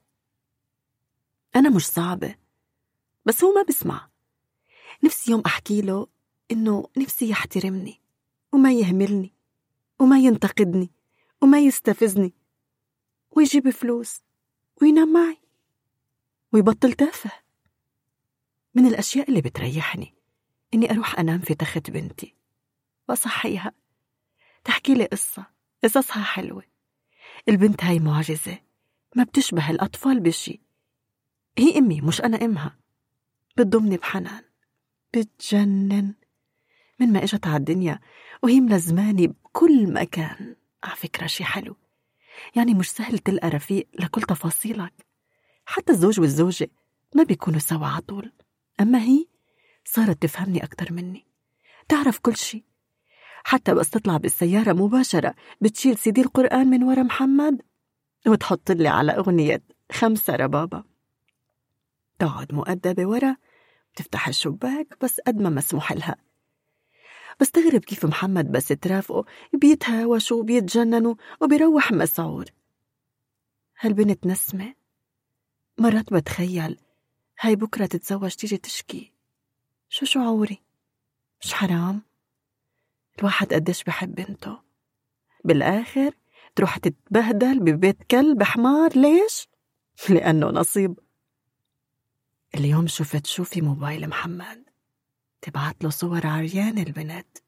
أنا مش صعبة، بس هو ما بسمع. نفسي يوم أحكي له إنه نفسي يحترمني وما يهملني وما ينتقدني وما يستفزني، ويجيب فلوس وينام معي ويبطل تافه. من الأشياء اللي بتريحني إني أروح أنام في تخت بنتي وأصحيها، تحكي لي قصصها حلوة. البنت هاي معجزة، ما بتشبه الأطفال بشي. هي أمي مش أنا أمها، بتضمني بحنان، بتجنن. من ما إجت على الدنيا وهي ملزماني بكل مكان. على فكرة شي حلو، يعني مش سهل تلقى رفيق لكل تفاصيلك. حتى الزوج والزوجة ما بيكونوا سوا على طول، أما هي صارت تفهمني أكتر مني، تعرف كل شي. حتى بس تطلع بالسيارة مباشرة بتشيل سيدي القرآن من ورا محمد وتحط لي على أغنية 5 ربابة، تقعد مؤدبة ورا، بتفتح الشباك بس قد ما مسموح لها. بستغرب كيف محمد بس ترافقه بيتهاوشوا وبيتجننوا وبيروح مسعور. هالبنت نسمة، مرات بتخيل هاي بكرة تتزوج تيجي تشكي. شو شعوري؟ مش حرام؟ الواحد قديش بحب بنته، بالآخر تروح تتبهدل ببيت كلب حمار. ليش؟ لأنه نصيب. اليوم شفت في موبايل محمد تبعت له صور عريان البنت.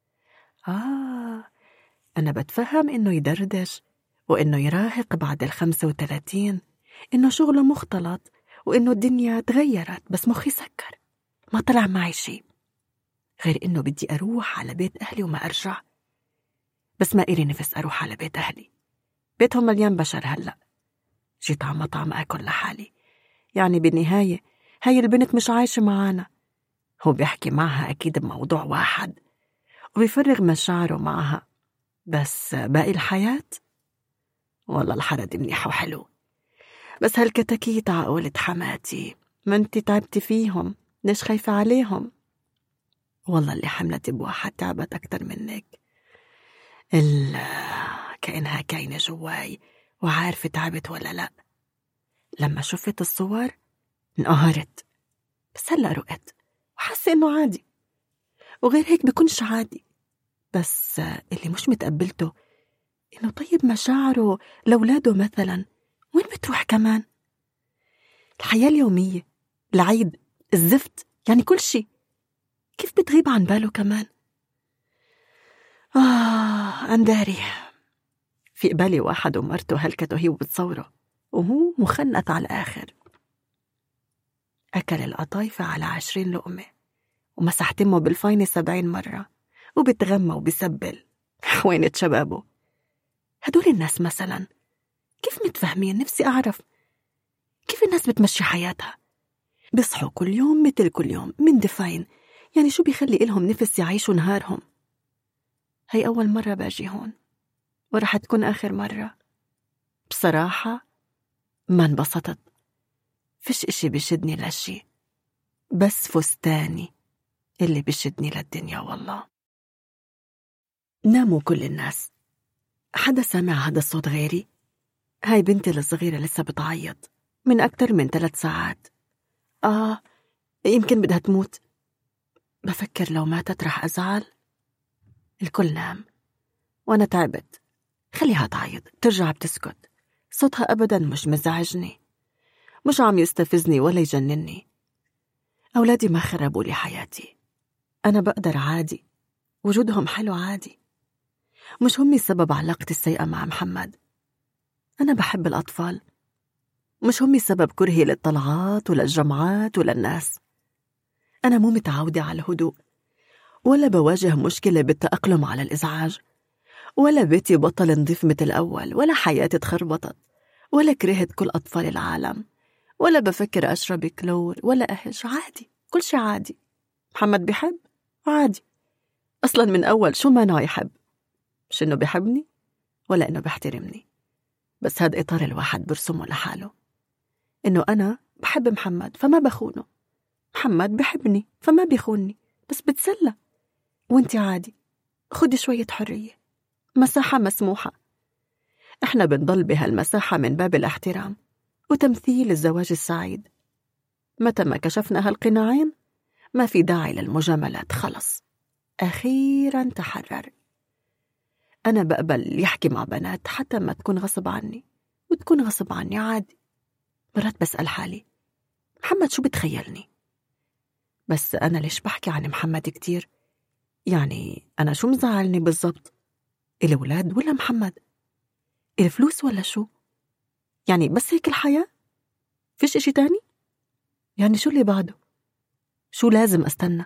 أنا بتفهم إنه يدردش وإنه يراهق بعد 35، إنه شغله مختلط وإنه الدنيا تغيرت، بس مخي سكر، ما طلع معي شي غير إنه بدي أروح على بيت أهلي وما أرجع. بس ما إلي نفس أروح على بيت أهلي، بيتهم مليان بشر. هلأ جيت على مطعم أكل لحالي، يعني بالنهاية هاي البنت مش عايشة معانا. هو بيحكي معها أكيد بموضوع واحد وبيفرغ مشاعره معها، بس باقي الحياة والله الحرد منيح وحلو. بس هالكتاكيت عقولة حماتي، ما انتي تعبتي فيهم، ليش خايفة عليهم؟ والله اللي حملت بواحد تعبت أكتر منك. كأنها كاينة جواي وعارفة تعبت ولا لا. لما شفت الصور انقهرت، بس هلأ رقت وحاسة إنه عادي، وغير هيك بيكونش عادي. بس اللي مش متقبلته إنه طيب مشاعره لولاده مثلا وين بتروح كمان؟ الحياة اليومية، العيد، الزفت، يعني كل شي كيف بتغيب عن باله كمان؟ أنداري في قبالي واحد ومرته هلكته هي وبتصوره وهو مخنت على الآخر. أكل القطايفة على 20 لقمة ومسح تمه بالفاينة 70 مرة وبتغمى وبيسبل. وينت شبابه؟ هدول الناس مثلا كيف متفهمين؟ نفسي أعرف كيف الناس بتمشي حياتها. بيصحوا كل يوم مثل كل يوم من دفاين، يعني شو بيخلي إلهم نفس يعيشوا نهارهم؟ هي أول مرة باجي هون ورح تكون آخر مرة. بصراحة ما انبسطت، فيش إشي بشدني لشي، بس فستاني اللي بشدني للدنيا. والله ناموا كل الناس، حدا سامع هذا الصوت غيري؟ هاي بنتي الصغيرة لسه بتعيط من أكتر من 3 ساعات. يمكن بدها تموت. بفكر لو ماتت رح أزعل. الكل نام وأنا تعبت. خليها تعيط، ترجع بتسكت. صوتها أبدا مش مزعجني، مش عم يستفزني ولا يجنني. أولادي ما خربوا لي حياتي، أنا بقدر عادي، وجودهم حلو عادي. مش هم سبب علاقتي السيئة مع محمد. أنا بحب الأطفال، مش هم سبب كرهي للطلعات وللجمعات وللناس. أنا مو متعودة على الهدوء، ولا بواجه مشكلة بالتأقلم على الإزعاج، ولا بيتي بطل نظيف مثل أول، ولا حياتي تخربطت، ولا كرهت كل أطفال العالم، ولا بفكر أشرب كلور ولا أهج. عادي، كل شي عادي. محمد بيحب عادي. أصلا من أول شو ما يحب، مش إنه بيحبني ولا إنه بيحترمني، بس هاد إطار الواحد برسمه لحاله، إنه أنا بحب محمد فما بخونه، محمد بحبني فما بيخونني، بس بتسلى. وانتي عادي، خدي شوية حرية، مساحة مسموحة. إحنا بنضل بهالمساحة من باب الاحترام وتمثيل الزواج السعيد. متى ما كشفنا هالقناعين ما في داعي للمجاملات. خلص، أخيرا تحرر. أنا بقبل يحكي مع بنات حتى ما تكون غصب عني، وتكون غصب عني عادي. مرات بسأل حالي محمد شو بتخيلني؟ بس أنا ليش بحكي عن محمد كتير؟ يعني أنا شو مزعلني بالضبط؟ الأولاد ولا محمد؟ الفلوس ولا شو؟ يعني بس هيك الحياة؟ فيش إشي تاني؟ يعني شو اللي بعده؟ شو لازم أستنى؟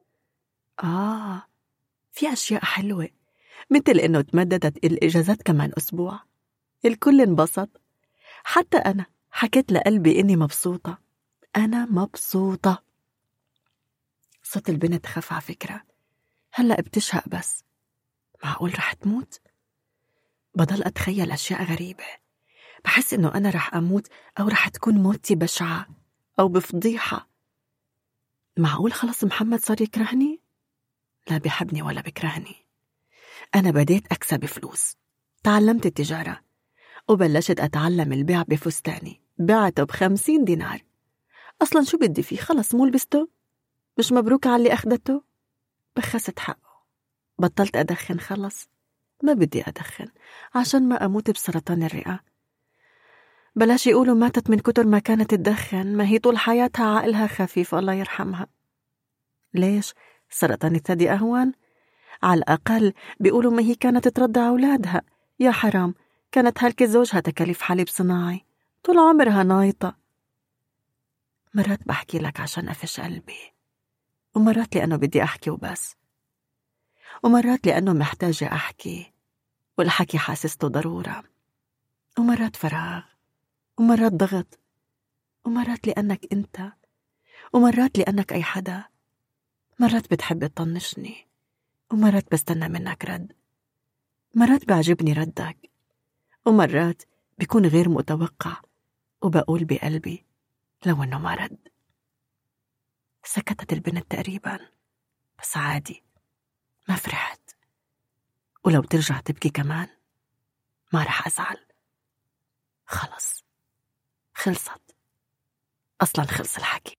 في أشياء حلوة، مثل إنه تمددت الإجازات كمان أسبوع. الكل انبسط، حتى أنا حكيت لقلبي إني مبسوطة. أنا مبسوطة. صوت البنت خف على فكرة. هلأ بتشهق بس. معقول رح تموت؟ بضل أتخيل أشياء غريبة. بحس إنه أنا رح أموت، أو رح تكون موتي بشعة أو بفضيحة. معقول خلص محمد صار يكرهني؟ لا بيحبني ولا بكرهني. أنا بديت أكسب فلوس، تعلمت التجارة وبلشت أتعلم البيع بفستاني. بعته ب50 دينار. أصلا شو بدي فيه؟ خلص مو لبسته؟ مش مبروك على اللي أخدته؟ بخست حقه. بطلت أدخن، خلص ما بدي أدخن عشان ما أموت بسرطان الرئة. بلاش يقولوا ماتت من كتر ما كانت تدخن، ما هي طول حياتها عقلها خفيف الله يرحمها. ليش؟ سرطان الثدي أهون؟ على الأقل بيقولوا ما هي كانت ترضع أولادها. يا حرام، كانت هلكة زوجها تكاليف حليب صناعي، طول عمرها نايطة. مرات بحكي لك عشان أفش قلبي، ومرات لأنه بدي أحكي وبس، ومرات لأنه محتاجة أحكي والحكي حاسسته ضرورة، ومرات فراغ، ومرات ضغط، ومرات لأنك أنت، ومرات لأنك أي حدا. مرات بتحب تطنشني، ومرات بستنى منك رد. مرات بعجبني ردك، ومرات بيكون غير متوقع، وبقول بقلبي لو أنه ما رد. سكتت البنت تقريبا، بس عادي، ما فرحت. ولو ترجع تبكي كمان ما رح أزعل. خلص، خلصت. أصلا خلص الحكي.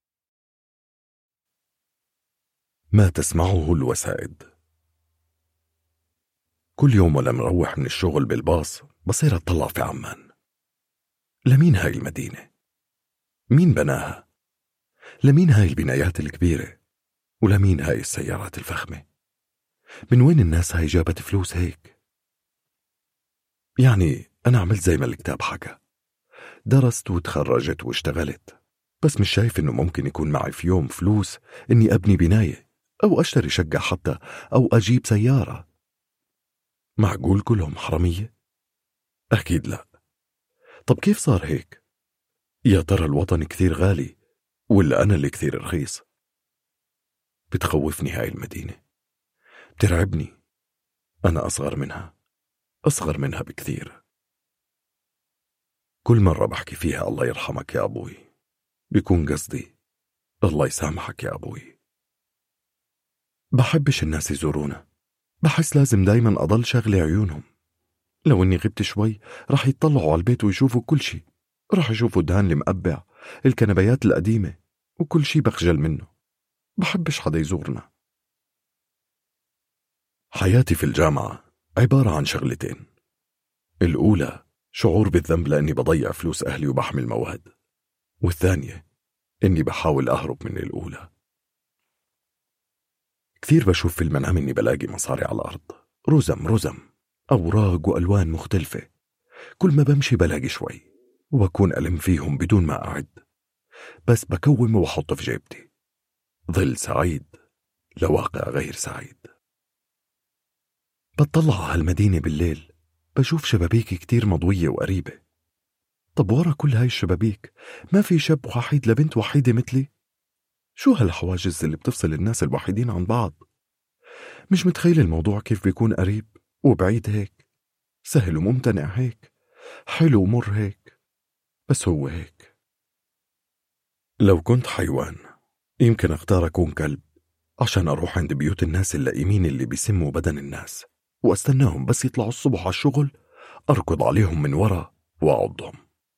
ما تسمعه الوسائد. كل يوم ولا مروح من الشغل بالباص بصير أطلع في عمان. لمين هاي المدينة؟ مين بناها؟ لمين هاي البنايات الكبيرة؟ ولمين هاي السيارات الفخمة؟ من وين الناس هاي جابت فلوس هيك؟ يعني أنا عملت زي ما الكتاب حكى، درست وتخرجت واشتغلت، بس مش شايف إنه ممكن يكون معي في يوم فلوس إني أبني بناية أو أشتري شقة حتى، أو أجيب سيارة. معقول كلهم حرامية؟ أكيد لا. طب كيف صار هيك؟ يا ترى الوطن كثير غالي ولا أنا اللي كثير رخيص؟ بتخوفني هاي المدينة، بترعبني، أنا أصغر منها بكثير. كل مرة بحكي فيها الله يرحمك يا أبوي بيكون قصدي الله يسامحك يا أبوي. بحبش الناس يزورونا، بحس لازم دايما أضل شغلي عيونهم. لو إني غبت شوي رح يطلعوا على البيت ويشوفوا كل شي، رح يشوفوا الدهان المقبع، الكنبيات القديمة، وكل شي بخجل منه. بحبش حدا يزورنا. حياتي في الجامعة عبارة عن شغلتين. الأولى شعور بالذنب لأني بضيع فلوس أهلي وبحمل مواد، والثانية إني بحاول أهرب من الأولى. كثير بشوف في المنام إني بلاقي مصاري على الأرض، رزم أوراق وألوان مختلفة. كل ما بمشي بلاقي شوي وبكون ألم فيهم بدون ما أعد، بس بكوم وبحط في جيبتي. ظل سعيد لواقع غير سعيد. بتطلع على هالمدينة بالليل بشوف شبابيك كتير مضوية وقريبة. طب ورا كل هاي الشبابيك ما في شاب وحيد لبنت وحيدة مثلي؟ شو هالحواجز اللي بتفصل الناس الوحيدين عن بعض؟ مش متخيل الموضوع كيف بيكون قريب وبعيد هيك، سهل وممتنع هيك، حلو ومر هيك، بس هو هيك. لو كنت حيوان يمكن اختار أكون كلب عشان أروح عند بيوت الناس اللئيمين اللي بيسموا بدن الناس وأستناهم بس يطلعوا الصبح على الشغل، أركض عليهم من ورا وأعضهم.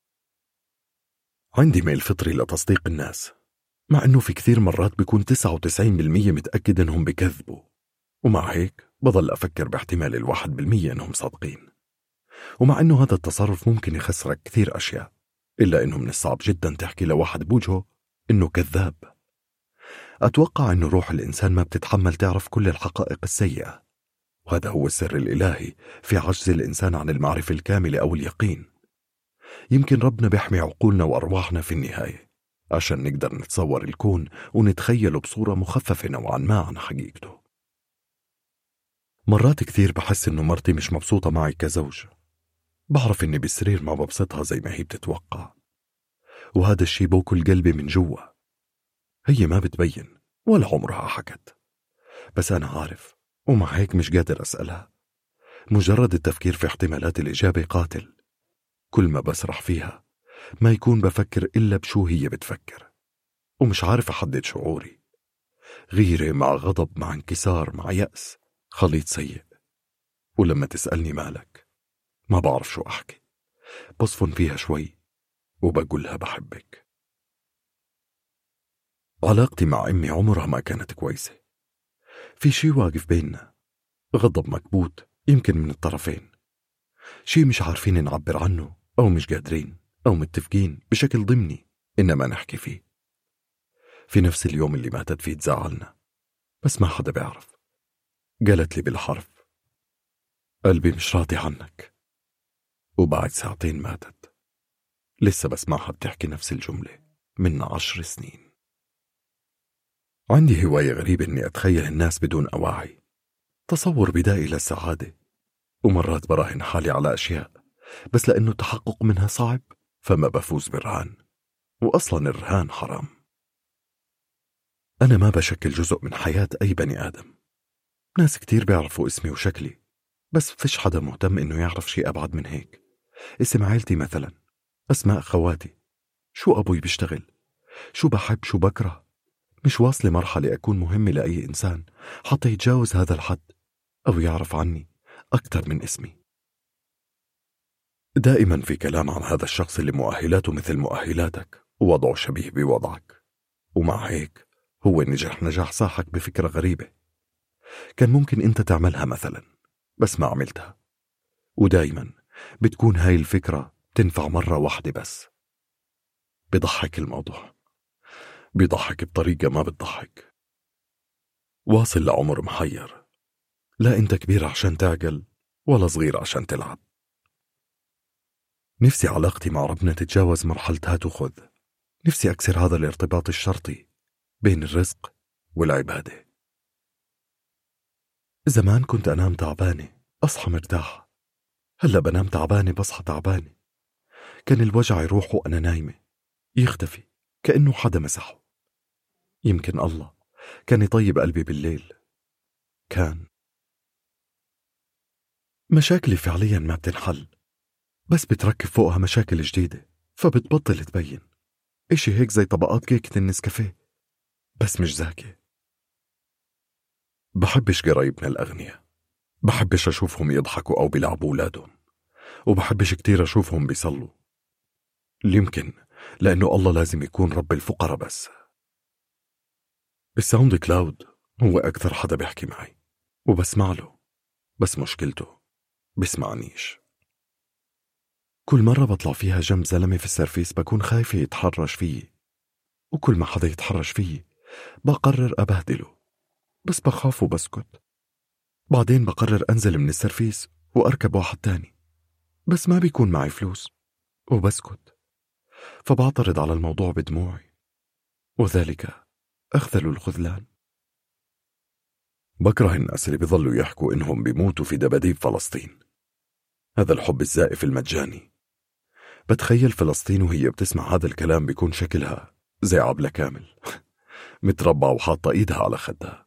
عندي ميل فطري لتصديق الناس، مع أنه في كثير مرات بيكون 99% متأكد أنهم بكذبوا، ومع هيك بضل أفكر باحتمال 1% أنهم صادقين. ومع أنه هذا التصرف ممكن يخسرك كثير أشياء، إلا أنه من الصعب جدا تحكي لواحد بوجهه أنه كذاب. أتوقع أنه روح الإنسان ما بتتحمل تعرف كل الحقائق السيئة، وهذا هو السر الإلهي في عجز الإنسان عن المعرفة الكاملة أو اليقين. يمكن ربنا بيحمي عقولنا وأرواحنا في النهاية عشان نقدر نتصور الكون ونتخيله بصورة مخففة نوعا ما عن حقيقته. مرات كثير بحس إنه مرتي مش مبسوطة معي كزوج. بعرف إني بالسرير ما ببسطها زي ما هي بتتوقع، وهذا الشي بوكل قلبي من جوا. هي ما بتبين ولا عمرها حكت، بس أنا عارف، ومع هيك مش قادر أسألها. مجرد التفكير في احتمالات الإجابة قاتل. كل ما بسرح فيها ما يكون بفكر إلا بشو هي بتفكر، ومش عارف أحدد شعوري. غيرة مع غضب مع انكسار مع يأس، خليط سيء. ولما تسألني مالك ما بعرف شو أحكي، بصفن فيها شوي وبقولها بحبك. علاقتي مع أمي عمرها ما كانت كويسة. في شي واقف بيننا، غضب مكبوت يمكن من الطرفين، شي مش عارفين نعبر عنه أو مش قادرين أو متفقين بشكل ضمني إنما نحكي فيه. في نفس اليوم اللي ماتت فيه تزعلنا، بس ما حدا بيعرف. قالت لي بالحرف قلبي مش راضي عنك، وبعد ساعتين ماتت. لسه بسمعها بتحكي نفس الجملة من 10 سنين. عندي هواية غريبة إني أتخيل الناس بدون أواعي، تصور بدائي للسعادة، ومرات براهن حالي على أشياء بس لأنه التحقق منها صعب فما بفوز بالرهان، وأصلا الرهان حرام. أنا ما بشكل جزء من حياة أي بني آدم. ناس كتير بيعرفوا اسمي وشكلي، بس فيش حدا مهتم إنه يعرف شيء أبعد من هيك. اسم عائلتي مثلا، أسماء خواتي، شو أبوي بيشتغل، شو بحب شو بكره. مش واصلة مرحلة أكون مهمة لأي إنسان حتى يتجاوز هذا الحد أو يعرف عني أكثر من اسمي. دائما في كلام عن هذا الشخص اللي مؤهلاته مثل مؤهلاتك ووضعه شبيه بوضعك، ومع هيك هو نجح نجاح ساحق بفكرة غريبة كان ممكن أنت تعملها مثلا بس ما عملتها. ودايما بتكون هاي الفكرة تنفع مرة واحدة بس. بضحك الموضوع، بيضحك بطريقة ما بتضحك. واصل لعمر محير، لا أنت كبير عشان تعقل ولا صغير عشان تلعب. نفسي علاقتي مع ربنا تتجاوز مرحلة هات وخذ. نفسي أكسر هذا الارتباط الشرطي بين الرزق والعبادة. زمان كنت أنام تعبانة أصحى مرتاح، هلأ بنام تعبانة بصحى تعبانة. كان الوجع يروح وأنا نايمة، يختفي كأنه حدا مسحه. يمكن الله كان يطيب قلبي بالليل. كان مشاكلي فعليا ما بتنحل، بس بتركب فوقها مشاكل جديدة فبتبطل تبين. إشي هيك زي طبقات كيكة النسكافيه بس مش زاكي. بحبش قرايبنا الأغنياء، بحبش أشوفهم يضحكوا أو بيلعبوا أولادهم، وبحبش كتير أشوفهم بيصلوا. يمكن لأنه الله لازم يكون رب الفقراء بس. الساوند كلاود هو أكثر حدا بيحكي معي وبسمع له، بس مشكلته بسمعنيش. كل مرة بطلع فيها جنب زلمة في السيرفيس بكون خايفة يتحرش فيي، وكل ما حدا يتحرش فيي بقرر أبهدله، بس بخاف وبسكت. بعدين بقرر أنزل من السيرفيس وأركب واحد تاني، بس ما بيكون معي فلوس وبسكت. فبعترض على الموضوع بدموعي، وذلك أخذل الخذلان. بكره الناس اللي بيظلوا يحكوا إنهم بيموتوا في دباديب فلسطين. هذا الحب الزائف المجاني. بتخيل فلسطين وهي بتسمع هذا الكلام بيكون شكلها زي عبلة كامل متربعة وحاطة إيدها على خدها.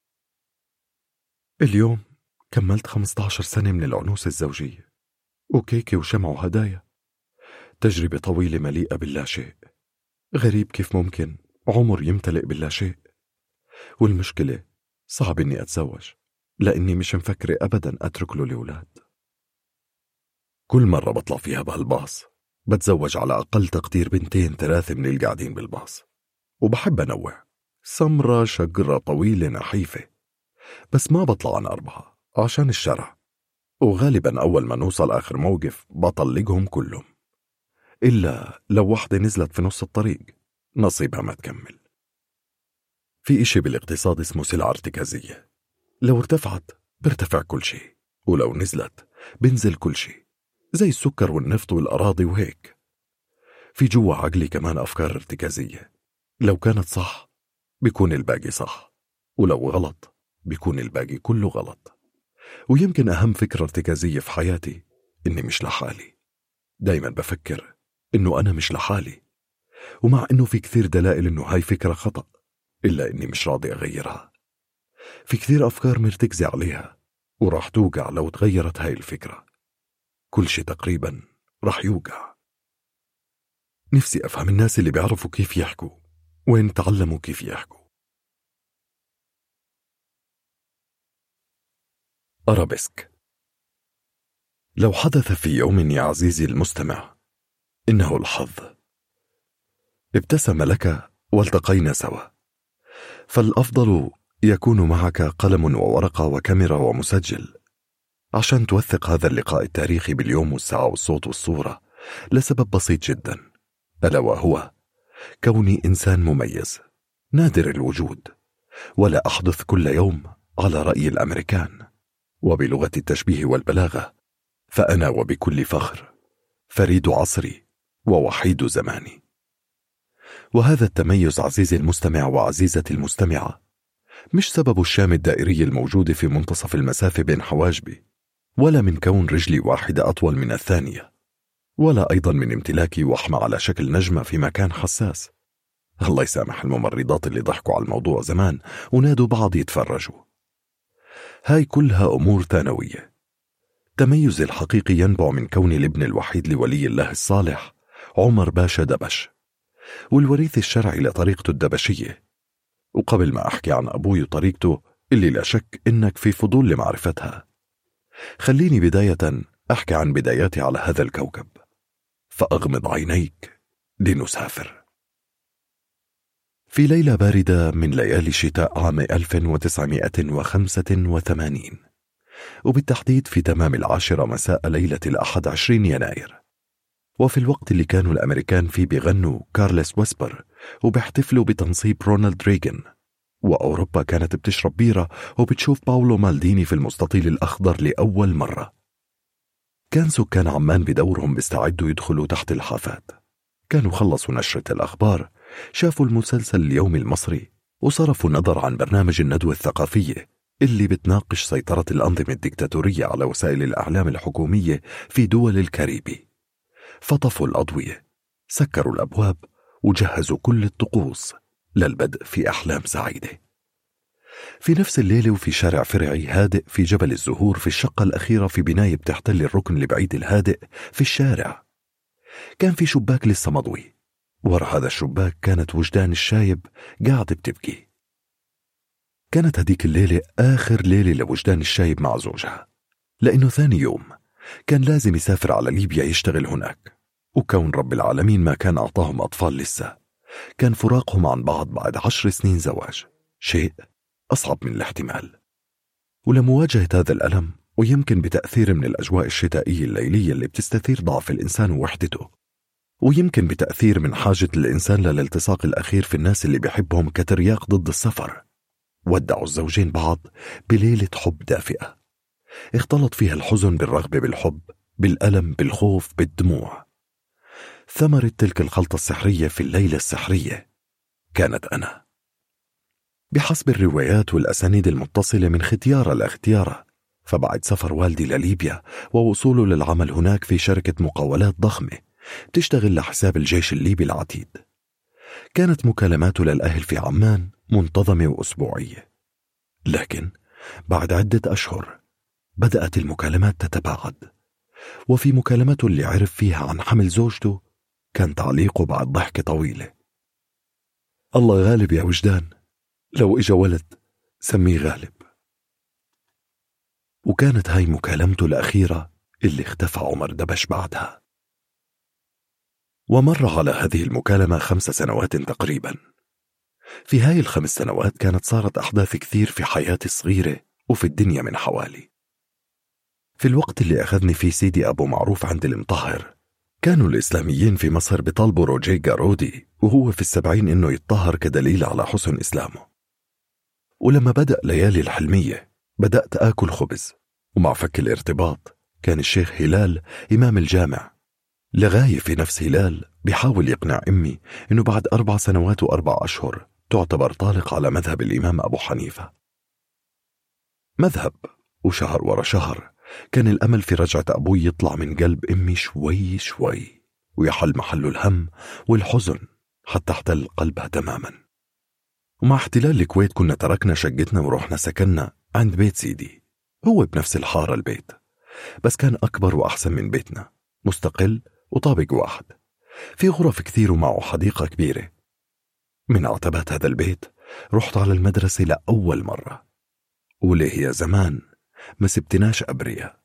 اليوم كملت 15 سنة من العنوسة الزوجية، وكيكة وشمع وهدايا. تجربة طويلة مليئة باللا شيء. غريب كيف ممكن عمر يمتلئ باللا شيء. والمشكلة صعب إني أتزوج، لأني مش مفكرة أبدا أترك له الأولاد. كل مرة بطلع فيها بهالباص بتزوج على أقل تقدير 2-3 من القاعدين بالباص، وبحب أنوع، سمرة شقرة طويلة نحيفة، بس ما بطلع عن 4 عشان الشرع. وغالبا أول ما نوصل آخر موقف بطلقهم كلهم، إلا لو وحدة نزلت في نص الطريق نصيبها ما تكمل. في إشي بالاقتصاد اسمه سلعة ارتكازية، لو ارتفعت بيرتفع كل شيء، ولو نزلت بنزل كل شيء، زي السكر والنفط والأراضي وهيك. في جوا عقلي كمان أفكار ارتكازية، لو كانت صح بيكون الباقي صح، ولو غلط بيكون الباقي كله غلط. ويمكن أهم فكرة ارتكازية في حياتي إني مش لحالي. دايما بفكر إنه أنا مش لحالي، ومع إنه في كثير دلائل إنه هاي فكرة خطأ، إلا إني مش راضي أغيرها. في كثير أفكار مرتكزة عليها وراح توقع لو تغيرت هاي الفكرة. كل شيء تقريبا راح يوقع. نفسي أفهم الناس اللي بيعرفوا كيف يحكوا، وين تعلموا كيف يحكوا. أرابيسك. لو حدث في يوم يا عزيزي المستمع إنه الحظ ابتسم لك والتقينا سوا، فالأفضل يكون معك قلم وورقة وكاميرا ومسجل عشان توثق هذا اللقاء التاريخي باليوم والساعة والصوت والصورة، لسبب بسيط جدا، ألا وهو كوني إنسان مميز نادر الوجود، ولا أحدث كل يوم على رأي الأمريكان. وبلغة التشبيه والبلاغة فأنا وبكل فخر فريد عصري ووحيد زماني. وهذا التميز عزيزي المستمع وعزيزتي المستمعة مش سبب الشام الدائري الموجود في منتصف المسافة بين حواجبي، ولا من كون رجلي واحدة أطول من الثانية، ولا أيضا من امتلاكي وحمة على شكل نجمة في مكان حساس. الله يسامح الممرضات اللي ضحكوا على الموضوع زمان ونادوا بعض يتفرجوا. هاي كلها أمور ثانوية. تميزي الحقيقي ينبع من كوني الابن الوحيد لولي الله الصالح عمر باشا دبش، والوريث الشرعي لطريقته الدبشية. وقبل ما أحكي عن أبوي وطريقته اللي لا شك إنك في فضول لمعرفتها، خليني بداية أحكي عن بداياتي على هذا الكوكب. فأغمض عينيك لنسافر. في ليلة باردة من ليالي شتاء عام 1985، وبالتحديد في تمام 10 مساء ليلة 21 يناير، وفي الوقت اللي كانوا الأمريكان فيه بيغنوا كارلس ويسبر وبيحتفلوا بتنصيب رونالد ريغان، وأوروبا كانت بتشرب بيرة وبتشوف باولو مالديني في المستطيل الأخضر لأول مرة. كان سكان عمان بدورهم بيستعدوا يدخلوا تحت الحافات. كانوا خلصوا نشرة الأخبار، شافوا المسلسل اليومي المصري، وصرفوا نظر عن برنامج الندوة الثقافية اللي بتناقش سيطرة الأنظمة الدكتاتورية على وسائل الأعلام الحكومية في دول الكاريبي. فطفوا الأضوية، سكروا الأبواب، وجهزوا كل الطقوس للبدء في أحلام سعيدة. في نفس الليلة وفي شارع فرعي هادئ في جبل الزهور، في الشقة الأخيرة في بناية بتحتل الركن البعيد الهادئ في الشارع، كان في شباك لسه مضوي. ورا هذا الشباك كانت وجدان الشايب قاعدة بتبكي. كانت هديك الليلة آخر ليلة لوجدان الشايب مع زوجها، لأنه ثاني يوم كان لازم يسافر على ليبيا يشتغل هناك، وكون رب العالمين ما كان أعطاهم أطفال لسه، كان فراقهم عن بعض بعد 10 سنين زواج شيء أصعب من الاحتمال. ولمواجهة هذا الألم، ويمكن بتأثير من الأجواء الشتائية الليلية اللي بتستثير ضعف الإنسان ووحدته، ويمكن بتأثير من حاجة الإنسان للالتصاق الأخير في الناس اللي بيحبهم كترياق ضد السفر، ودعوا الزوجين بعض بليلة حب دافئة اختلط فيها الحزن بالرغبة بالحب، بالألم بالخوف بالدموع. ثمرة تلك الخلطة السحرية في الليلة السحرية كانت أنا. بحسب الروايات والأسانيد المتصلة من ختيارة لاختيارة، فبعد سفر والدي لليبيا ووصوله للعمل هناك في شركة مقاولات ضخمة تشتغل لحساب الجيش الليبي العتيد، كانت مكالماته للأهل في عمان منتظمة وأسبوعية. لكن بعد عدة أشهر بدأت المكالمات تتباعد، وفي مكالمته اللي عرف فيها عن حمل زوجته كان تعليقه بعد ضحكة طويلة: الله غالب يا وجدان، لو إجا ولد سميه غالب. وكانت هاي مكالمته الأخيرة اللي اختفى عمر دبش بعدها. ومر على هذه المكالمة 5 سنوات تقريبا. في هاي ال5 سنوات كانت صارت أحداث كثير في حياتي الصغيرة وفي الدنيا من حوالي. في الوقت اللي أخذني فيه سيدي أبو معروف عند المطهر، كانوا الإسلاميين في مصر بيطالبوا روجيه جارودي وهو في 70 إنه يتطهر كدليل على حسن إسلامه. ولما بدأ ليالي الحلمية بدأت آكل خبز، ومع فك الارتباط كان الشيخ هلال إمام الجامع، لغاية في نفس هلال بيحاول يقنع أمي إنه بعد 4 سنوات و4 أشهر تعتبر طالق على مذهب الإمام أبو حنيفة. مذهب، وشهر ورا شهر كان الأمل في رجعة أبوي يطلع من قلب أمي شوي شوي، ويحل محله الهم والحزن حتى احتل قلبها تماما. ومع احتلال الكويت كنا تركنا شقتنا ورحنا سكننا عند بيت سيدي، هو بنفس الحارة البيت، بس كان أكبر وأحسن من بيتنا، مستقل وطابق واحد، في غرف كثير ومعه حديقة كبيرة. من عتبات هذا البيت رحت على المدرسة لأول مرة، وليه يا زمان ما سبتناش أبرياء.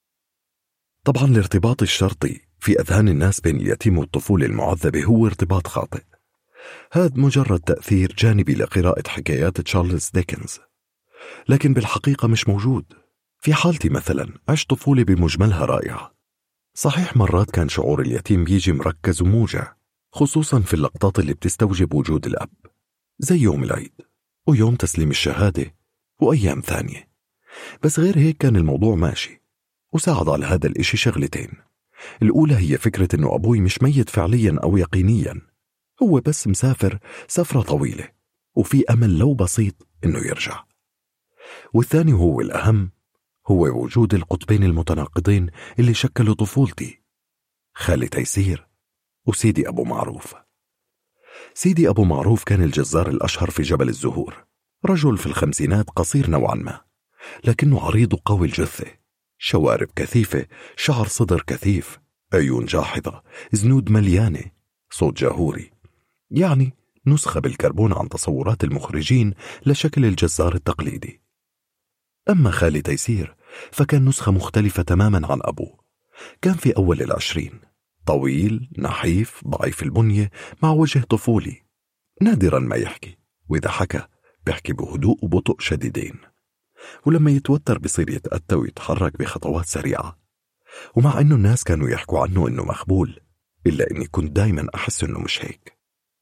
طبعا الارتباط الشرطي في أذهان الناس بين اليتيم والطفولة المعذبة هو ارتباط خاطئ، هذا مجرد تأثير جانبي لقراءة حكايات تشارلز ديكنز، لكن بالحقيقة مش موجود. في حالتي مثلا عشت طفولة بمجملها رائعة. صحيح مرات كان شعور اليتيم بيجي مركز وموجع، خصوصا في اللقطات اللي بتستوجب وجود الأب، زي يوم العيد ويوم تسليم الشهادة وأيام ثانية. بس غير هيك كان الموضوع ماشي، وساعد على هذا الاشي شغلتين. الأولى هي فكرة إنه أبوي مش ميت فعليا أو يقينيا، هو بس مسافر سفرة طويلة وفي أمل لو بسيط إنه يرجع. والثاني هو الأهم، هو وجود القطبين المتناقضين اللي شكلوا طفولتي، خالي تيسير وسيدي أبو معروف. سيدي أبو معروف كان الجزار الأشهر في جبل الزهور، رجل في الخمسينات قصير نوعا ما، لكنه عريض وقوي الجثة، شوارب كثيفة، شعر صدر كثيف، عيون جاحظة، زنود مليانة، صوت جاهوري، يعني نسخة بالكربون عن تصورات المخرجين لشكل الجزار التقليدي. أما خالي تيسير فكان نسخة مختلفة تماما عن أبوه، كان في أول 20، طويل نحيف ضعيف البنية مع وجه طفولي، نادرا ما يحكي، وإذا حكى بيحكي بهدوء وبطء شديدين، ولما يتوتر بصير يتأتى ويتحرك بخطوات سريعة. ومع أنه الناس كانوا يحكوا عنه أنه مخبول، إلا أني كنت دايما أحس أنه مش هيك.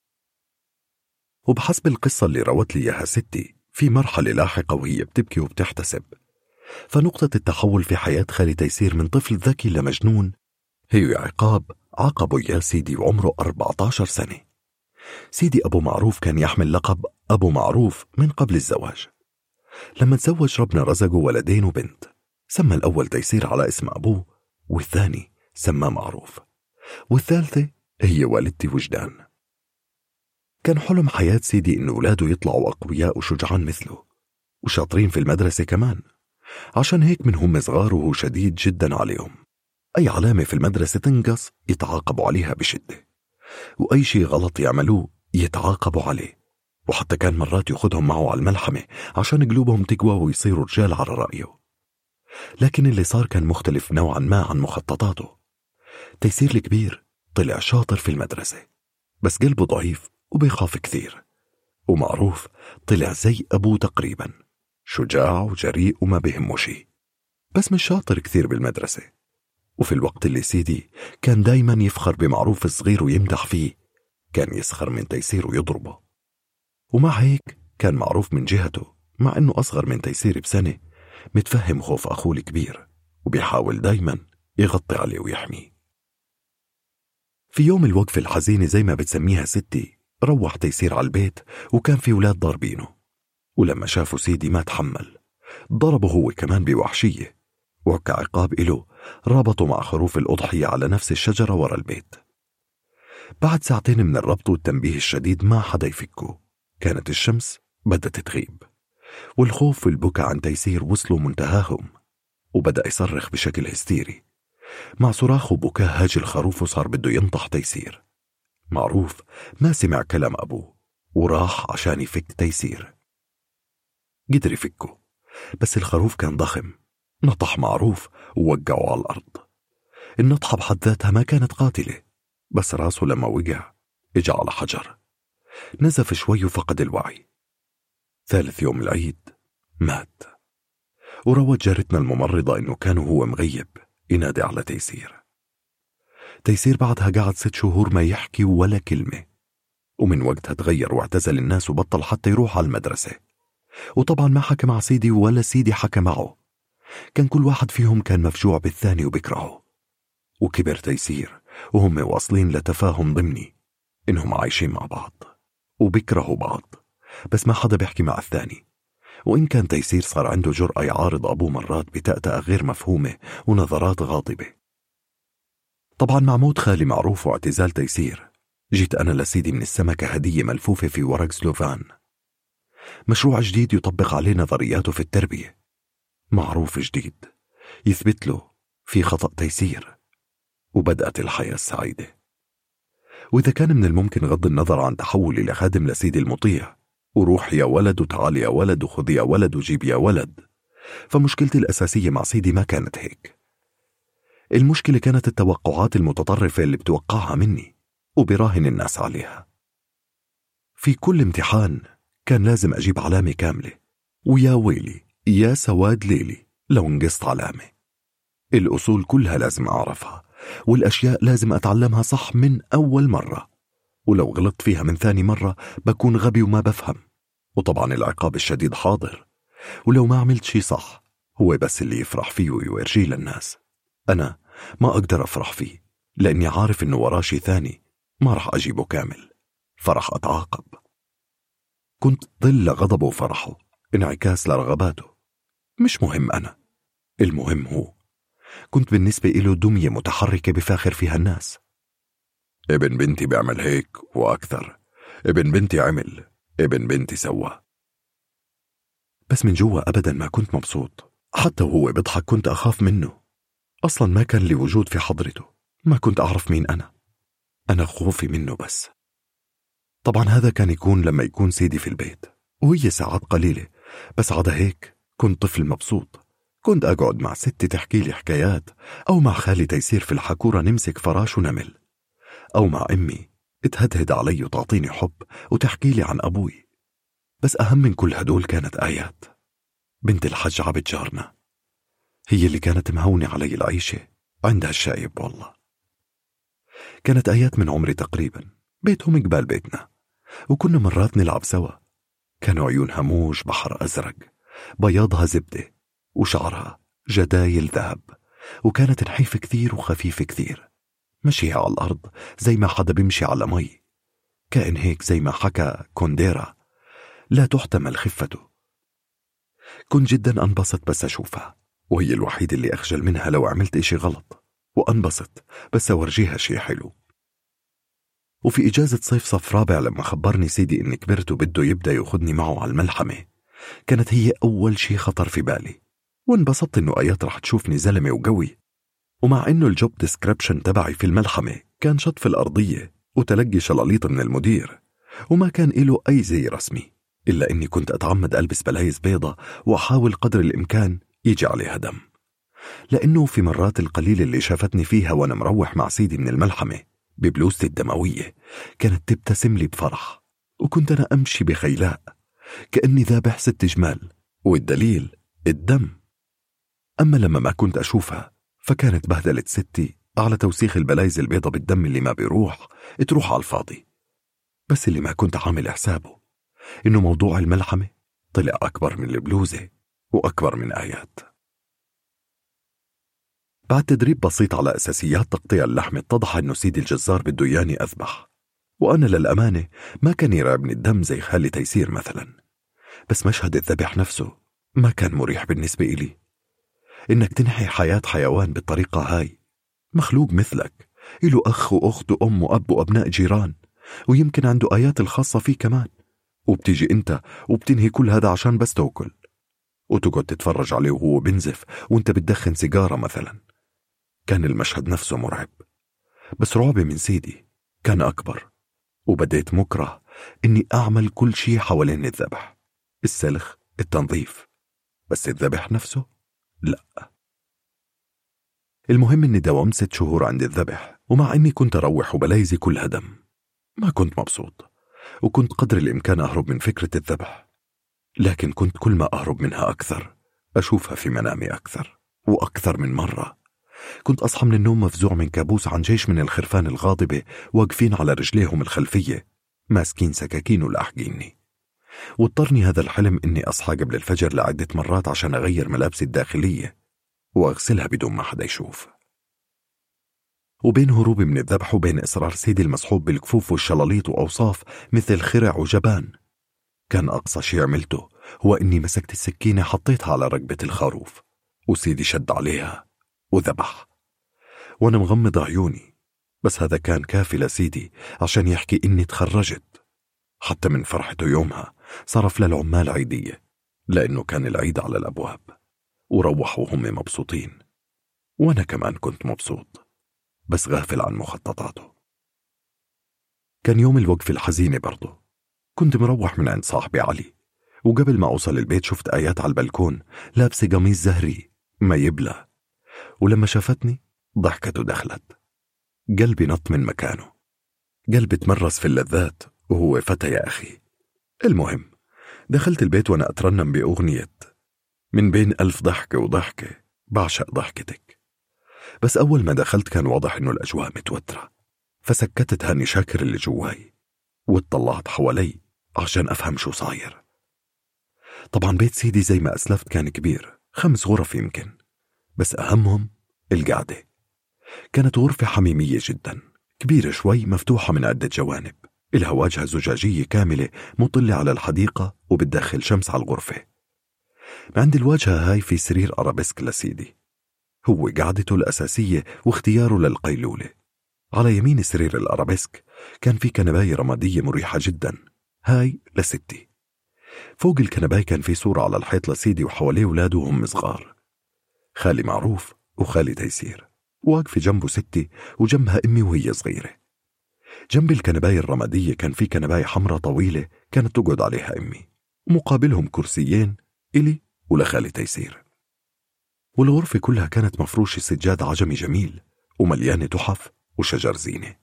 وبحسب القصة اللي روت لي إياها ستي، في مرحلة لاحقة وهي بتبكي وبتحتسب، فنقطة التحول في حياة خالي تيسير من طفل ذكي لمجنون هي عقاب عاقبه يا سيدي وعمره 14 سنة. سيدي أبو معروف كان يحمل لقب أبو معروف من قبل الزواج. لما تزوج ربنا رزقه ولدين وبنت، سمى الأول تيسير على اسم أبوه، والثاني سماه معروف، والثالثة هي والدتي وجدان. كان حلم حياة سيدي إن أولاده يطلعوا أقوياء وشجعان مثله، وشاطرين في المدرسة كمان، عشان هيك من هم صغار وهو شديد جدا عليهم. أي علامة في المدرسة تنقص يتعاقبوا عليها بشدة، وأي شيء غلط يعملوه يتعاقبوا عليه. وحتى كان مرات ياخدهم معه على الملحمة عشان قلوبهم تقوى ويصيروا رجال على رأيه. لكن اللي صار كان مختلف نوعا ما عن مخططاته. تيسير الكبير طلع شاطر في المدرسة، بس قلبه ضعيف وبيخاف كثير. ومعروف طلع زي أبوه تقريبا، شجاع وجريء وما بيهمه شيء، بس مش شاطر كثير بالمدرسة. وفي الوقت اللي سيدي كان دايما يفخر بمعروف الصغير ويمدح فيه، كان يسخر من تيسير ويضربه. ومع هيك كان معروف من جهته، مع انه اصغر من تيسير بسنة، متفهم خوف اخوه الكبير وبيحاول دايما يغطي عليه ويحميه. في يوم الوقفة الحزينة زي ما بتسميها ستي، روح تيسير على البيت وكان في ولاد ضاربينه، ولما شافوا سيدي ما تحمل، ضربه هو كمان بوحشية، وكعقاب إله ربطوا مع خروف الأضحية على نفس الشجرة ورا البيت. بعد ساعتين من الربط والتنبيه الشديد ما حدا يفكه، كانت الشمس بدأت تغيب، والخوف والبكاء عن تيسير وصلوا منتهاهم، وبدأ يصرخ بشكل هستيري. مع صراخ وبكاء هاج الخروف وصار بده ينطح تيسير. معروف ما سمع كلام أبوه وراح عشان يفك تيسير. قدر يفكه، بس الخروف كان ضخم، نطح معروف ووقعه على الأرض. النطحة بحد ذاتها ما كانت قاتلة، بس راسه لما وقع اجى على حجر، نزف شوي وفقد الوعي. ثالث يوم العيد مات. وروت جارتنا الممرضة إنه كان هو مغيب ينادي على تيسير. تيسير بعدها قعد 6 شهور ما يحكي ولا كلمة، ومن وقتها تغير واعتزل الناس وبطل حتى يروح على المدرسة. وطبعا ما حكى مع سيدي ولا سيدي حكى معه، كان كل واحد فيهم كان مفجوع بالثاني وبكرهه. وكبر تيسير وهم واصلين لتفاهم ضمني إنهم عايشين مع بعض وبكرهوا بعض، بس ما حدا بيحكي مع الثاني. وإن كان تيسير صار عنده جرأة يعارض أبوه مرات بتأتأة غير مفهومة ونظرات غاضبة. طبعا مع موت خالي معروف واعتزال تيسير، جيت أنا لسيدي من السمكة هدية ملفوفة في ورق سلوفان، مشروع جديد يطبق عليه نظرياته في التربية. معروف جديد يثبت له في خطأ تيسير، وبدأت الحياة السعيدة. وإذا كان من الممكن غض النظر عن تحولي لخادم لسيدي المطيع، وروح يا ولد وتعال يا ولد وخذ يا ولد وجيب يا ولد، فمشكلتي الأساسية مع سيدي ما كانت هيك. المشكلة كانت التوقعات المتطرفة اللي بتوقعها مني وبراهن الناس عليها. في كل امتحان كان لازم أجيب علامة كاملة، ويا ويلي يا سواد ليلي لو نقصت علامة. الأصول كلها لازم أعرفها، والأشياء لازم أتعلمها صح من أول مرة، ولو غلطت فيها من ثاني مرة بكون غبي وما بفهم. وطبعا العقاب الشديد حاضر، ولو ما عملت شي صح هو بس اللي يفرح فيه ويورجيه للناس. أنا ما أقدر أفرح فيه لأني عارف إنه وراه شي ثاني ما رح أجيبه كامل، فرح أتعاقب. كنت ظل غضبه وفرحه، انعكاس لرغباته. مش مهم أنا، المهم هو. كنت بالنسبة إله دمية متحركة بفاخر فيها الناس. ابن بنتي بيعمل هيك وأكثر، ابن بنتي عمل، ابن بنتي سوى. بس من جوا أبدا ما كنت مبسوط، حتى وهو بيضحك كنت أخاف منه. أصلا ما كان لي وجود في حضرته، ما كنت أعرف مين أنا خوفي منه بس. طبعا هذا كان يكون لما يكون سيدي في البيت، وهي ساعات قليلة، بس عدا هيك كنت طفل مبسوط. كنت أقعد مع ستي تحكي لي حكايات، أو مع خالي تيسير في الحكورة نمسك فراش ونمل، أو مع أمي تهدهد علي وتعطيني حب وتحكي لي عن أبوي. بس أهم من كل هدول كانت آيات بنت الحج عبد جارنا، هي اللي كانت مهونة علي العيشة عندها الشايب. والله كانت آيات من عمري تقريبا، بيتهم قبال بيتنا، وكنا مرات نلعب سوا. كانوا عيونها موج بحر أزرق، بياضها زبدة، وشعرها جدايل ذهب، وكانت نحيفة كثير وخفيفة كثير، مشيها على الأرض زي ما حدا بيمشي على مي، كائن هيك زي ما حكى كونديرا لا تحتمل خفته. كنت جدا أنبسط بس أشوفها، وهي الوحيدة اللي أخجل منها لو عملت إشي غلط، وأنبسط بس أورجيها شي حلو. وفي إجازة صيف صف رابع لما خبرني سيدي إني كبرت وبده يبدأ يأخذني معه على الملحمة، كانت هي أول شي خطر في بالي، وانبسطت إنه آيات رح تشوفني زلمة وقوي. ومع إنه الجوب ديسكريبشن تبعي في الملحمة كان شطف الأرضية وتلقي شلاليط من المدير، وما كان إله أي زي رسمي، إلا إني كنت أتعمد ألبس بلايز بيضة وأحاول قدر الإمكان يجي عليها دم، لأنه في مرات القليلة اللي شافتني فيها وأنا مروح مع سيدي من الملحمة ببلوزتي الدموية كانت تبتسم لي بفرح، وكنت أنا أمشي بخيلاء كأني ذابح 6 جمال، والدليل الدم. أما لما ما كنت أشوفها فكانت بهدلت ستي على توسيخ البلايز البيضة بالدم اللي ما بيروح تروح على الفاضي. بس اللي ما كنت عامل حسابه إنه موضوع الملحمة طلع أكبر من البلوزة وأكبر من آيات. بعد تدريب بسيط على أساسيات تقطيع اللحم اتضح إنه سيدي الجزار بده ياني أذبح، وأنا للأمانة ما كان يرعبني الدم زي خالي تيسير مثلا، بس مشهد الذبح نفسه ما كان مريح بالنسبة إلي. إنك تنحي حياة حيوان بالطريقة هاي، مخلوق مثلك إله أخ وأخت وأم وأب وأبناء جيران، ويمكن عنده آيات الخاصة فيه كمان، وبتيجي أنت وبتنهي كل هذا عشان بس تاكل وتقعد تتفرج عليه وهو بنزف وانت بتدخن سيجارة مثلا. كان المشهد نفسه مرعب، بس رعبي من سيدي كان أكبر، وبديت مكره إني أعمل كل شيء حوالين الذبح، السلخ، التنظيف، بس الذبح نفسه لا. المهم إني داومت 6 شهور عند الذبح، ومع إني كنت أروح وبلايزي كلها دم ما كنت مبسوط، وكنت قدر الإمكان أهرب من فكرة الذبح، لكن كنت كل ما أهرب منها أكثر أشوفها في منامي أكثر وأكثر من مرة. كنت أصحى من النوم مفزوع من كابوس عن جيش من الخرفان الغاضبة واقفين على رجليهم الخلفية ماسكين سكاكين ولاحقيني، واضطرني هذا الحلم إني أصحى قبل الفجر لعدة مرات عشان أغير ملابسي الداخلية وأغسلها بدون ما حدا يشوف. وبين هروبي من الذبح وبين إصرار سيدي المصحوب بالكفوف والشلاليط وأوصاف مثل خرع وجبان، كان أقصى شيء عملته هو إني مسكت السكينة حطيتها على رقبة الخروف، وسيدي شد عليها وذبح وأنا مغمض عيوني. بس هذا كان كافي لسيدي عشان يحكي إني تخرجت. حتى من فرحته يومها صرف للعمال عيدية، لأنه كان العيد على الأبواب، وروحوا وهم مبسوطين، وأنا كمان كنت مبسوط بس غافل عن مخططاته. كان يوم الوقفة الحزينة برضه. كنت مروح من عند صاحبي علي، وقبل ما أوصل البيت شفت آيات على البلكون لابسة قميص زهري ما يبلى، ولما شافتني ضحكت ودخلت. قلبي نط من مكانه، قلبي تمرس في اللذات وهو فتى يا أخي. المهم دخلت البيت وأنا أترنم بأغنية من بين 1000 ضحكة وضحكة بعشق ضحكتك. بس أول ما دخلت كان واضح إنه الأجواء متوترة، فسكتت هاني شاكر اللي جواي واتطلعت حوالي عشان أفهم شو صاير. طبعا بيت سيدي زي ما أسلفت كان كبير، 5 غرف يمكن، بس أهمهم القعدة. كانت غرفة حميمية جدا، كبيرة شوي، مفتوحة من عدة جوانب، إلها واجهة زجاجية كاملة مطلة على الحديقة وبتدخل شمس على الغرفة. عند الواجهة هاي في سرير أرابيسك لسيدي، هو قعدته الأساسية واختياره للقيلولة. على يمين سرير الأرابيسك كان في كنباية رمادية مريحة جدا، هاي لستي. فوق الكنباية كان في صورة على الحيط لسيدي وحواليه ولاده وهم صغار، خالي معروف وخالي تيسير، واقفة جنبه ستي وجنبها أمي وهي صغيرة. جنب الكنباية الرمادية كان في كنباية حمراء طويلة كانت تقعد عليها أمي، ومقابلهم كرسيين إلي ولخالي تيسير. والغرفة كلها كانت مفروشة سجاد عجمي جميل ومليانة تحف وشجر زينة.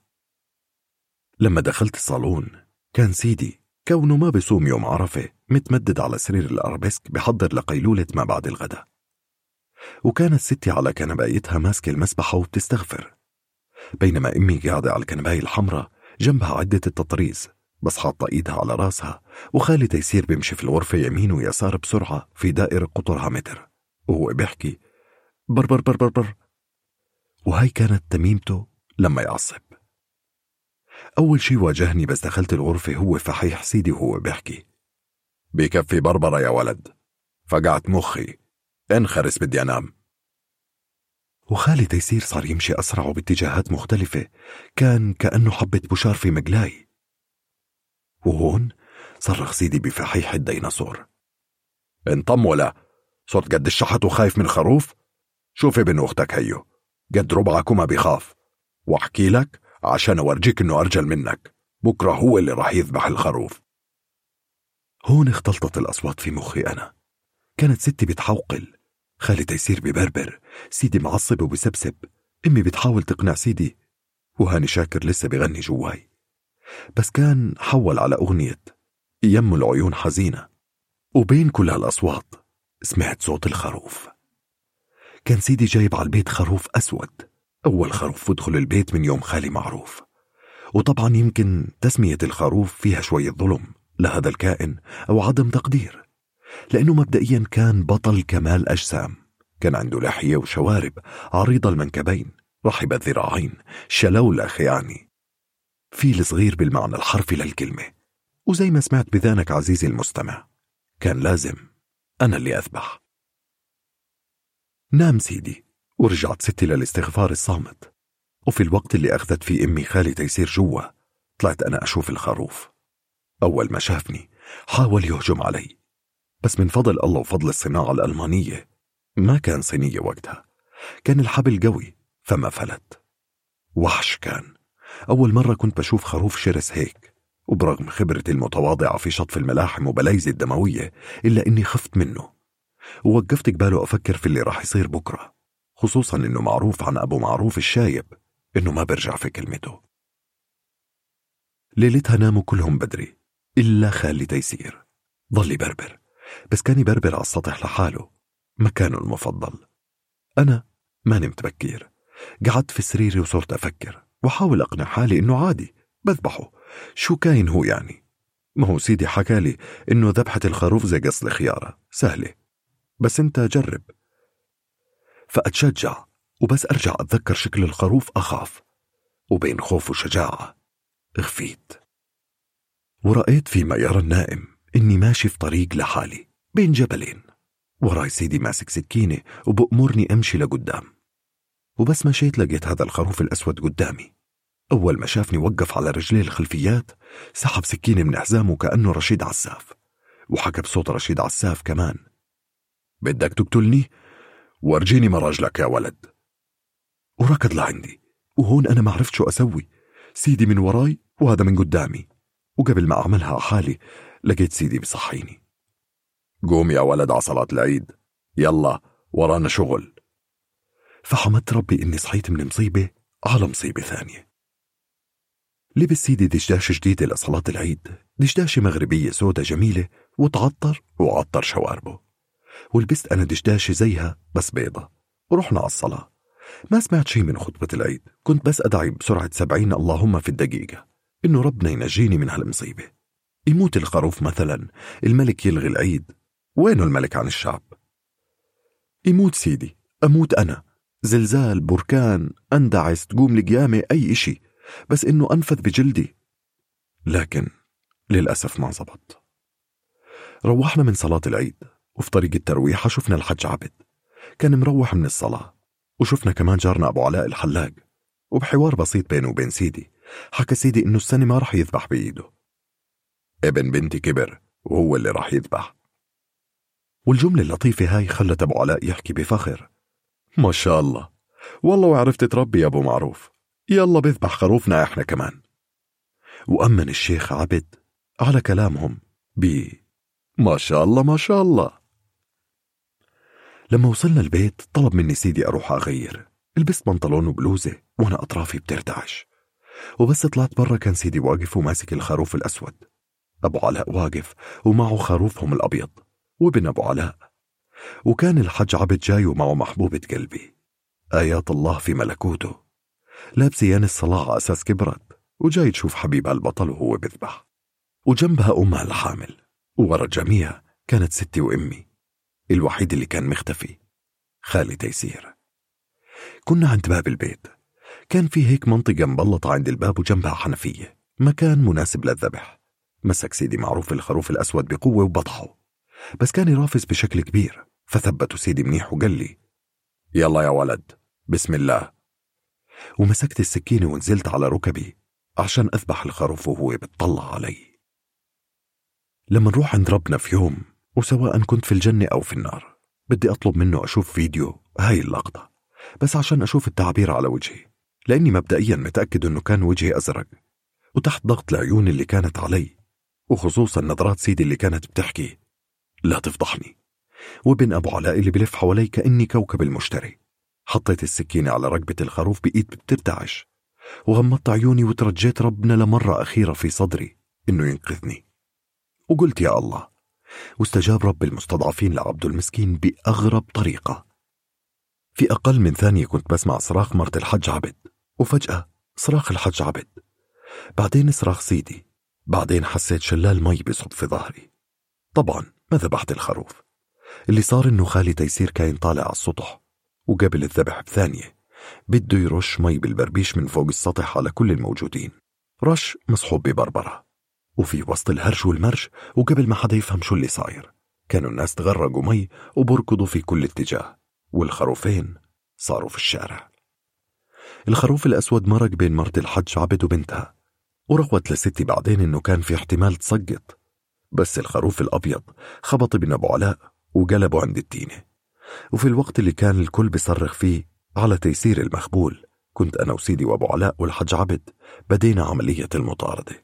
لما دخلت الصالون كان سيدي كونه ما بيصوم يوم عرفة متمدد على سرير الأرابيسك بحضر لقيلولة ما بعد الغداء، وكانت ستي على كنبايتها ماسكة المسبحة وبتستغفر، بينما أمي قاعدة على الكنباية الحمراء جنبها عدة التطريز بس حاطة إيدها على راسها، وخالي تيسير بيمشي في الغرفة يمين ويسار بسرعة في دائرة قطرها متر وهو بيحكي بر بر بر بر بر. وهي كانت تميمته لما يعصب. أول شي واجهني بس دخلت الغرفة هو فحيح سيدي وهو بيحكي بكفي بربرة يا ولد، فقعت مخي، انخرس بدي أنام. وخالي تيسير صار يمشي أسرع وباتجاهات مختلفة، كان كأنه حبة بشار في مقلاي. وهون صرخ سيدي بفحيح الديناصور انطم ولا صرت قد الشحط وخايف من الخروف؟ شوف ابن أختك هيو قد ربعك وما بيخاف، واحكي لك عشان أورجيك إنه أرجل منك، بكرة هو اللي راح يذبح الخروف. هون اختلطت الأصوات في مخي أنا. كانت ستي بتحوقل، خالي تيسير ببربر، سيدي معصب وبسبسب، أمي بتحاول تقنع سيدي، وهاني شاكر لسه بغني جواي. بس كان حول على أغنية يم العيون حزينة، وبين كل هالأصوات سمعت صوت الخروف. كان سيدي جايب على البيت خروف أسود، أول خروف ودخل البيت من يوم خالي معروف. وطبعا يمكن تسمية الخروف فيها شوية ظلم لهذا الكائن أو عدم تقدير، لأنه مبدئيا كان بطل كمال أجسام، كان عنده لحية وشوارب عريضة المنكبين، رحب الذراعين، شلولخ يعني، فيل صغير بالمعنى الحرفي للكلمة. وزي ما سمعت بذانك عزيزي المستمع، كان لازم أنا اللي أذبح. نام سيدي ورجعت ستي للاستغفار الصامت، وفي الوقت اللي أخذت فيه أمي خالي تيسير جوا، طلعت أنا أشوف الخروف. أول ما شافني حاول يهجم علي، بس من فضل الله وفضل الصناعة الألمانية، ما كان صينية وقتها، كان الحبل قوي فما فلت. وحش كان، أول مرة كنت بشوف خروف شرس هيك، وبرغم خبرتي المتواضعة في شطف الملاحم وبلايزي الدموية إلا إني خفت منه، ووقفت قباله أفكر في اللي راح يصير بكرة، خصوصا إنه معروف عن أبو معروف الشايب إنه ما برجع في كلمته. ليلتها ناموا كلهم بدري إلا خالي تيسير، ظل يبربر، بس كان يبربر على السطح لحاله، مكانه المفضل. أنا ما نمت بكير، قعدت في سريري وصرت أفكر وحاول أقنع حالي إنه عادي بذبحه، شو كاين هو يعني؟ ما هو سيدي حكالي إنه ذبحة الخروف زي قص الخيارة سهلة، بس أنت جرب. فأتشجع، وبس أرجع أتذكر شكل الخروف أخاف، وبين خوف وشجاعة اخفيت، ورأيت فيما يرى النائم إني ماشي في طريق لحالي بين جبلين، وراي سيدي ماسك سكينة وبأمرني أمشي لقدام. وبس مشيت لقيت هذا الخروف الأسود قدامي. أول ما شافني وقف على رجليه الخلفيات، سحب سكينة من حزامه كأنه رشيد عساف، وحكى بصوت رشيد عساف كمان: بدك تقتلني؟ وارجيني مراجلك يا ولد. وركض لعندي، وهون أنا ما عرفت شو أسوي، سيدي من وراي وهذا من قدامي. وقبل ما أعملها على حالي لقيت سيدي بصحيني: قوم يا ولد على صلاة العيد، يلا ورانا شغل. فحمدت ربي إني صحيت من مصيبة على مصيبة ثانية. لبس سيدي دشداش جديدة لصلاة العيد، دشداشة مغربية سودة جميلة، وتعطر وعطر شواربه، ولبست أنا دشداشة زيها بس بيضة، ورحنا على الصلاة. ما سمعت شي من خطبة العيد، كنت بس أدعي بسرعة 70 اللهم في الدقيقة إنه ربنا ينجيني من هالمصيبة. يموت الخروف مثلا، الملك يلغي العيد، وينه الملك عن الشعب؟ يموت سيدي، أموت أنا، زلزال، بركان، أندعس، تقوم القيامة، أي إشي، بس إنه أنفذ بجلدي. لكن للأسف ما زبط. روحنا من صلاة العيد، وفي طريق الترويحة شفنا الحج عبد كان مروح من الصلاة، وشفنا كمان جارنا أبو علاء الحلاق. وبحوار بسيط بينه وبين سيدي حكى سيدي إنه السنة ما رح يذبح بإيده، ابن بنتي كبر وهو اللي رح يذبح. والجملة اللطيفة هاي خلت أبو علاء يحكي بفخر: ما شاء الله، والله وعرفت تربي يا أبو معروف، يلا بذبح خروفنا إحنا كمان. وأمن الشيخ عبد على كلامهم ما شاء الله ما شاء الله. لما وصلنا البيت طلب مني سيدي أروح أغير، لبست بنطلون وبلوزة وأنا أطرافي بترتعش، وبس طلعت برا كان سيدي واقف وماسك الخروف الأسود، أبو علاء واقف ومعه خروفهم الأبيض وابن أبو علاء، وكان الحج عبد جاي ومعه محبوبة قلبي آيات الله في ملكوته، لابس يان الصلاة على أساس كبرت، وجاي تشوف حبيبها البطل وهو بذبح، وجنبها أمها الحامل، وورا الجميع كانت ستي وإمي، الوحيد اللي كان مختفي خالي تيسير. كنا عند باب البيت، كان في هيك منطقة مبلطة عند الباب وجنبها حنفية، مكان مناسب للذبح. مسك سيدي معروف الخروف الأسود بقوة وبطحه، بس كان يرافس بشكل كبير، فثبته سيدي منيح وقال لي: يلا يا ولد بسم الله. ومسكت السكينة ونزلت على ركبي عشان أذبح الخروف وهو بتطلع علي. لما نروح عند ربنا في يوم وسواء كنت في الجنة أو في النار بدي أطلب منه أشوف فيديو هاي اللقطة، بس عشان أشوف التعبير على وجهي، لأني مبدئيا متأكد أنه كان وجهي أزرق وتحت ضغط العيون اللي كانت علي، وخصوصا نظرات سيدي اللي كانت بتحكي لا تفضحني، وابن أبو علاء اللي بلف حوالي كأني كوكب المشتري. حطيت السكينة على رقبة الخروف بإيد بترتعش، وغمضت عيوني وترجيت ربنا لمرة أخيرة في صدري إنه ينقذني، وقلت يا الله، واستجاب رب المستضعفين لعبده المسكين بأغرب طريقة. في أقل من ثانية كنت بسمع صراخ مرت الحج عبد، وفجأة صراخ الحج عبد، بعدين صراخ سيدي، بعدين حسيت شلال مي بصب في ظهري. طبعا ما ذبحت الخروف، اللي صار إنه خالي تيسير كان طالع على السطح، وقبل الذبح بثانية بده يرش مي بالبربيش من فوق السطح على كل الموجودين، رش مصحوب ببربرة. وفي وسط الهرش والمرش وقبل ما حدا يفهم شو اللي صاير، كانوا الناس تغرقوا مي وبركضوا في كل اتجاه، والخروفين صاروا في الشارع. الخروف الأسود مرق بين مرت الحج عبد وبنتها، وروت لستي بعدين إنه كان في احتمال تسقط، بس الخروف الأبيض خبط ابن أبو علاء وقلبوا عند التينة. وفي الوقت اللي كان الكل بيصرخ فيه على تيسير المخبول، كنت أنا وسيدي وأبو علاء والحج عبد بدينا عملية المطاردة.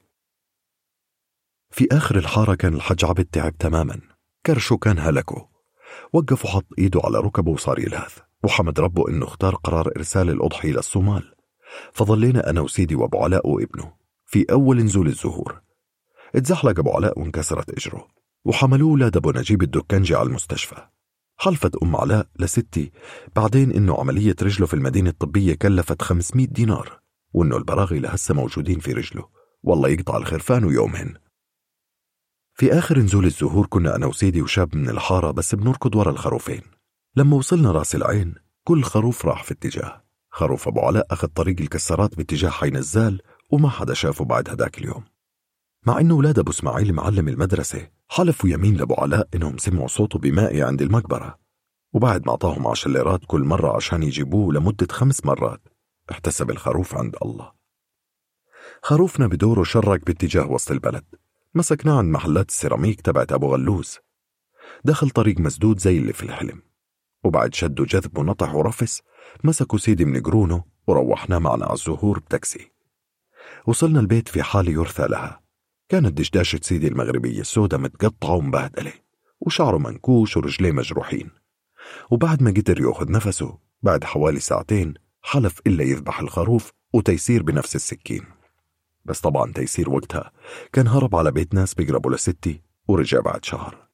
في آخر الحارة كان الحج عبد تعب تماما، كرشه كان هلكه، وقف وحط إيده على ركبه وصار يلهث، وحمد ربه إنه اختار قرار إرسال الأضحية للصومال. فظلينا أنا وسيدي وأبو علاء وابنه في أول نزول الزهور. اتزحلق أبو علاء وانكسرت إجره، وحملوه أولاد أبو نجيب الدكنجي على المستشفى. حلفت أم علاء لستي بعدين إنه عملية رجله في المدينة الطبية كلفت 500 دينار، وإنه البراغي لهسه موجودين في رجله، والله يقطع الخرفان ويومهن. في آخر نزول الزهور كنا أنا وسيدي وشاب من الحارة بس بنركض ورا الخروفين. لما وصلنا راس العين كل خروف راح في اتجاه. خروف أبو علاء أخذ طريق الكسرات باتجاه حي نزال، وما حدا شافه بعد هداك اليوم، مع إنه ولاد أبو إسماعيل معلم المدرسة حلفوا يمين لأبو علاء إنهم سمعوا صوته بمائي عند المقبرة، وبعد ما أعطاهم 10 ليرات كل مرة عشان يجيبوه لمدة 5 مرات احتسب الخروف عند الله. خروفنا بدوره شرق باتجاه وسط البلد، مسكناه عند محلات السيراميك تبعت أبو غلوز، دخل طريق مسدود زي اللي في الحلم، وبعد شد وجذب ونطح ورفس مسكوا سيدي من قرونه وروحنا معنا على الزهور بتاكسي. وصلنا البيت في حال يرثى لها. كانت دشداشة سيدي المغربية السوداء متقطعة ومبهدلة، وشعره منكوش ورجليه مجروحين، وبعد ما قدر يأخذ نفسه بعد حوالي 2 ساعات حلف إلا يذبح الخروف وتيسير بنفس السكين. بس طبعا تيسير وقتها كان هرب على بيت ناس بيقربوا لستي ورجع بعد شهر.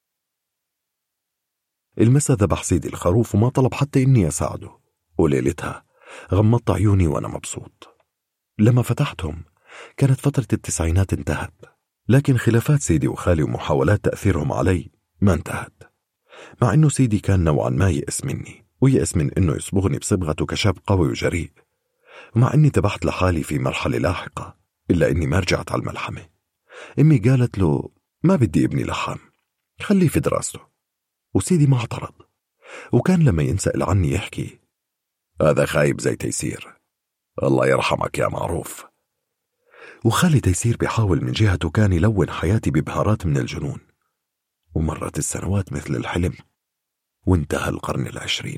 المسا ذبح سيدي الخروف وما طلب حتى إني أساعده، وليلتها غمضت عيوني وأنا مبسوط. لما فتحتهم كانت فترة التسعينات انتهت، لكن خلافات سيدي وخالي ومحاولات تأثيرهم علي ما انتهت، مع إنه سيدي كان نوعا ما يأس مني ويأس من إنه يصبغني بصبغته كشاب قوي وجريء، ومع إني تبحت لحالي في مرحلة لاحقة إلا إني ما رجعت على الملحمة. أمي قالت له ما بدي ابني لحام، خليه في دراسته، وسيدي ما اعترض، وكان لما ينسأل عني يحكي هذا خايب زي تيسير، الله يرحمك يا معروف. وخالي تيسير بيحاول من جهته كان يلون حياتي ببهارات من الجنون. ومرت السنوات مثل الحلم، وانتهى القرن 20.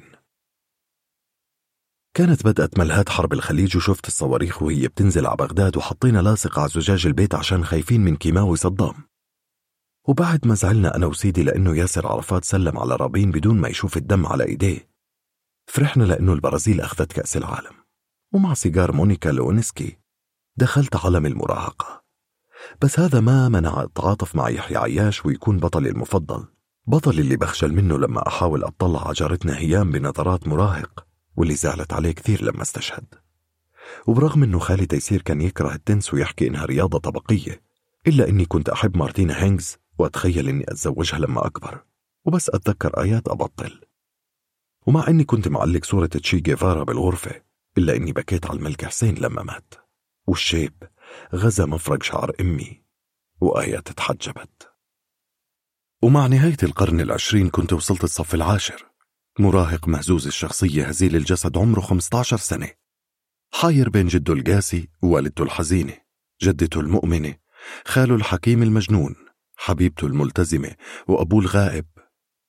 كانت بدأت ملهات حرب الخليج، وشفت الصواريخ وهي بتنزل على بغداد، وحطينا لاصق على زجاج البيت عشان خايفين من كيماوي صدام. وبعد ما زعلنا أنا وسيدي لأنه ياسر عرفات سلم على رابين بدون ما يشوف الدم على إيديه، فرحنا لأنه البرازيل أخذت كأس العالم. ومع سيجار مونيكا لوينسكي دخلت عالم المراهقة، بس هذا ما منع التعاطف مع يحيى عياش ويكون بطلي المفضل، بطل اللي بخجل منه لما أحاول أطلع على جارتنا هيام بنظرات مراهق، واللي زعلت عليه كثير لما استشهد. وبرغم أنه خالي تيسير كان يكره التنس ويحكي إنها رياضة طبقية، إلا أني كنت أحب مارتينا هينغز وأتخيل أني أتزوجها لما أكبر، وبس أتذكر آيات أبطل. ومع أني كنت معلق صورة تشي جيفارا بالغرفة، إلا أني بكيت على الملك حسين لما مات، والشيب غزا مفرق شعر أمي، وآيات تحجبت. ومع نهاية القرن 20 كنت وصلت الصف 10، مراهق مهزوز الشخصية هزيل الجسد عمره 15 سنة، حاير بين جده القاسي ووالدته الحزينة، جدته المؤمنة، خاله الحكيم المجنون، حبيبته الملتزمة، وأبوه الغائب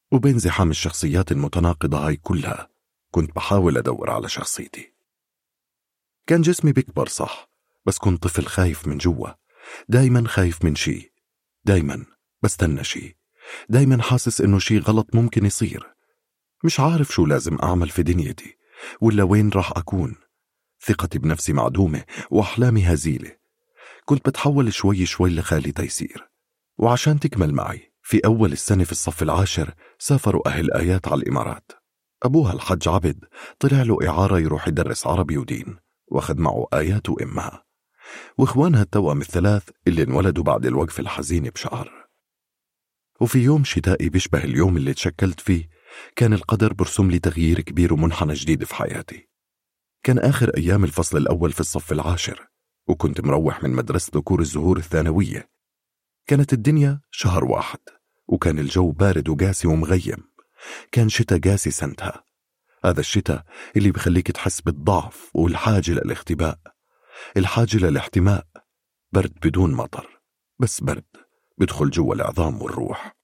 وبين زحام الشخصيات المتناقضة هاي كلها كنت بحاول أدور على شخصيتي. كان جسمي بيكبر صح، بس كنت طفل خايف من جوا، دايما خايف من شي، دايما بستنى شي، دايما حاسس إنه شي غلط ممكن يصير، مش عارف شو لازم أعمل في دنيتي ولا وين راح أكون. ثقتي بنفسي معدومة وأحلامي هزيلة. كنت بتحول شوي شوي لخالي تيسير. وعشان تكمل معي، في أول السنة في الصف العاشر سافروا أهل آيات على الإمارات. أبوها الحج عبد طلع له إعارة يروح يدرس عربي ودين، واخد معه آيات وإمها وإخوانها التوأم الثلاث اللي انولدوا بعد الوقف الحزين بشهر. وفي يوم شتائي بيشبه اليوم اللي تشكلت فيه، كان القدر برسم لي تغيير كبير ومنحنى جديد في حياتي. كان آخر أيام الفصل الأول في الصف العاشر، وكنت مروح من مدرسة ذكور الزهور الثانوية. كانت الدنيا شهر واحد، وكان الجو بارد وقاسي ومغيم. كان شتاء قاسي سنتها، هذا الشتاء اللي بخليك تحس بالضعف والحاجة للاختباء، الحاجة للاحتماء. برد بدون مطر، بس برد بدخل جوا العظام والروح.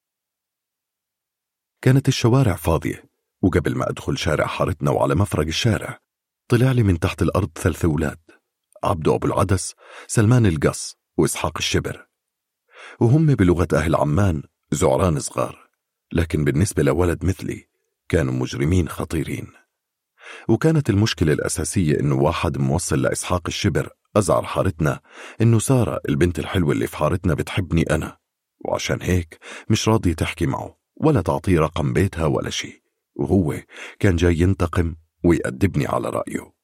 كانت الشوارع فاضية، وقبل ما أدخل شارع حارتنا وعلى مفرق الشارع طلع لي من تحت الأرض 3 أولاد، عبدو أبو العدس، سلمان القص، وإسحاق الشبر. وهم بلغة أهل عمان زعران صغار، لكن بالنسبة لولد مثلي كانوا مجرمين خطيرين. وكانت المشكلة الأساسية إنه واحد موصل لإسحاق الشبر أزعر حارتنا إنه سارة البنت الحلوة اللي في حارتنا بتحبني أنا، وعشان هيك مش راضي تحكي معه ولا تعطيه رقم بيتها ولا شي، وهو كان جاي ينتقم ويأدبني على رأيه.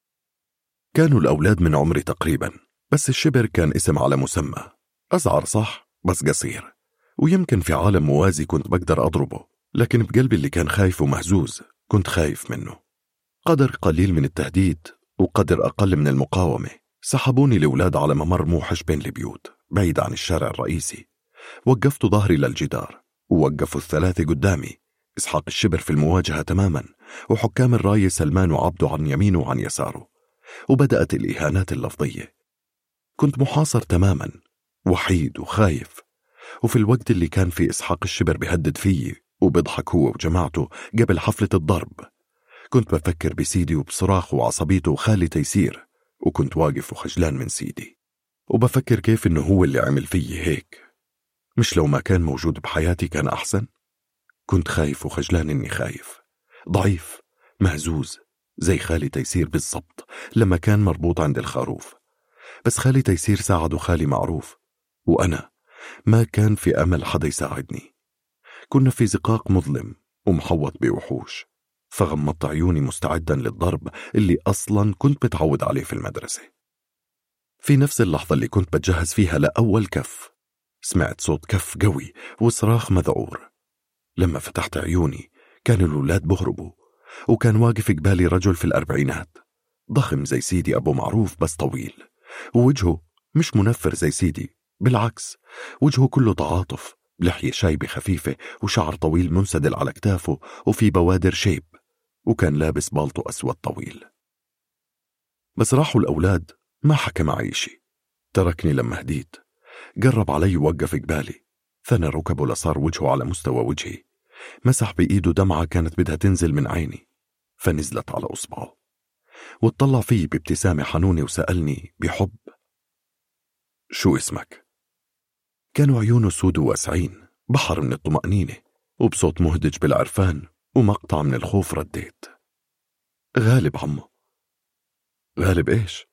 كانوا الأولاد من عمري تقريبا، بس الشبر كان اسم على مسمى. أزعر صح بس قصير، ويمكن في عالم موازي كنت بقدر أضربه، لكن بقلبي اللي كان خايف ومهزوز كنت خايف منه. قدر قليل من التهديد وقدر أقل من المقاومة سحبوني الأولاد على ممر موحش بين البيوت بعيد عن الشارع الرئيسي. وقفت ظهري للجدار، ووقفوا الثلاثة قدامي، إسحاق الشبر في المواجهة تماما، وحكام الراية سلمان وعبده عن يمينه وعن يساره. وبدأت الإهانات اللفظية. كنت محاصر تماما، وحيد وخايف. وفي الوقت اللي كان في إسحاق الشبر بيهدد فيي وبيضحك هو وجماعته قبل حفلة الضرب، كنت بفكر بسيدي وبصراخه وعصبيته وخالي تيسير، وكنت واقف وخجلان من سيدي، وبفكر كيف إنه هو اللي عمل فيي هيك. مش لو ما كان موجود بحياتي كان أحسن؟ كنت خايف وخجلان إني خايف، ضعيف، مهزوز، زي خالي تيسير بالضبط لما كان مربوط عند الخروف. بس خالي تيسير ساعده خالي معروف، وأنا ما كان في أمل حدا يساعدني. كنا في زقاق مظلم ومحوط بوحوش، فغمضت عيوني مستعدا للضرب اللي أصلا كنت متعود عليه في المدرسة. في نفس اللحظة اللي كنت بتجهز فيها لأول كف، سمعت صوت كف قوي وصراخ مذعور. لما فتحت عيوني كان الولاد بهربوا، وكان واقف قبالي رجل في الأربعينات، ضخم زي سيدي أبو معروف بس طويل، ووجهه مش منفر زي سيدي، بالعكس وجهه كله تعاطف، بلحية شايبة خفيفة وشعر طويل منسدل على كتافه وفي بوادر شيب، وكان لابس بالطو أسود طويل. بس راحوا الأولاد ما حكى معي شي، تركني لما هديت. قرب علي ووقف قبالي، ثنى ركبه لصار وجهه على مستوى وجهي، مسح بإيده دمعة كانت بدها تنزل من عيني فنزلت على أصبعه، واتطلع فيه بابتسامة حنونة وسألني بحب: شو اسمك؟ كانوا عيونه سود واسعين، بحر من الطمأنينة، وبصوت مهدج بالعرفان ومقطع من الخوف رديت: غالب عمو. غالب إيش؟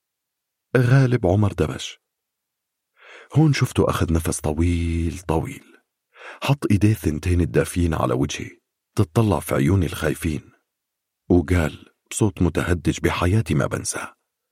غالب عمر دبش. هون شفته أخذ نفس طويل طويل، حط إيديه الثنتين الدافيين على وجهي تتطلع في عيوني الخايفين، وقال بصوت متهدج بحياتي ما بنساه: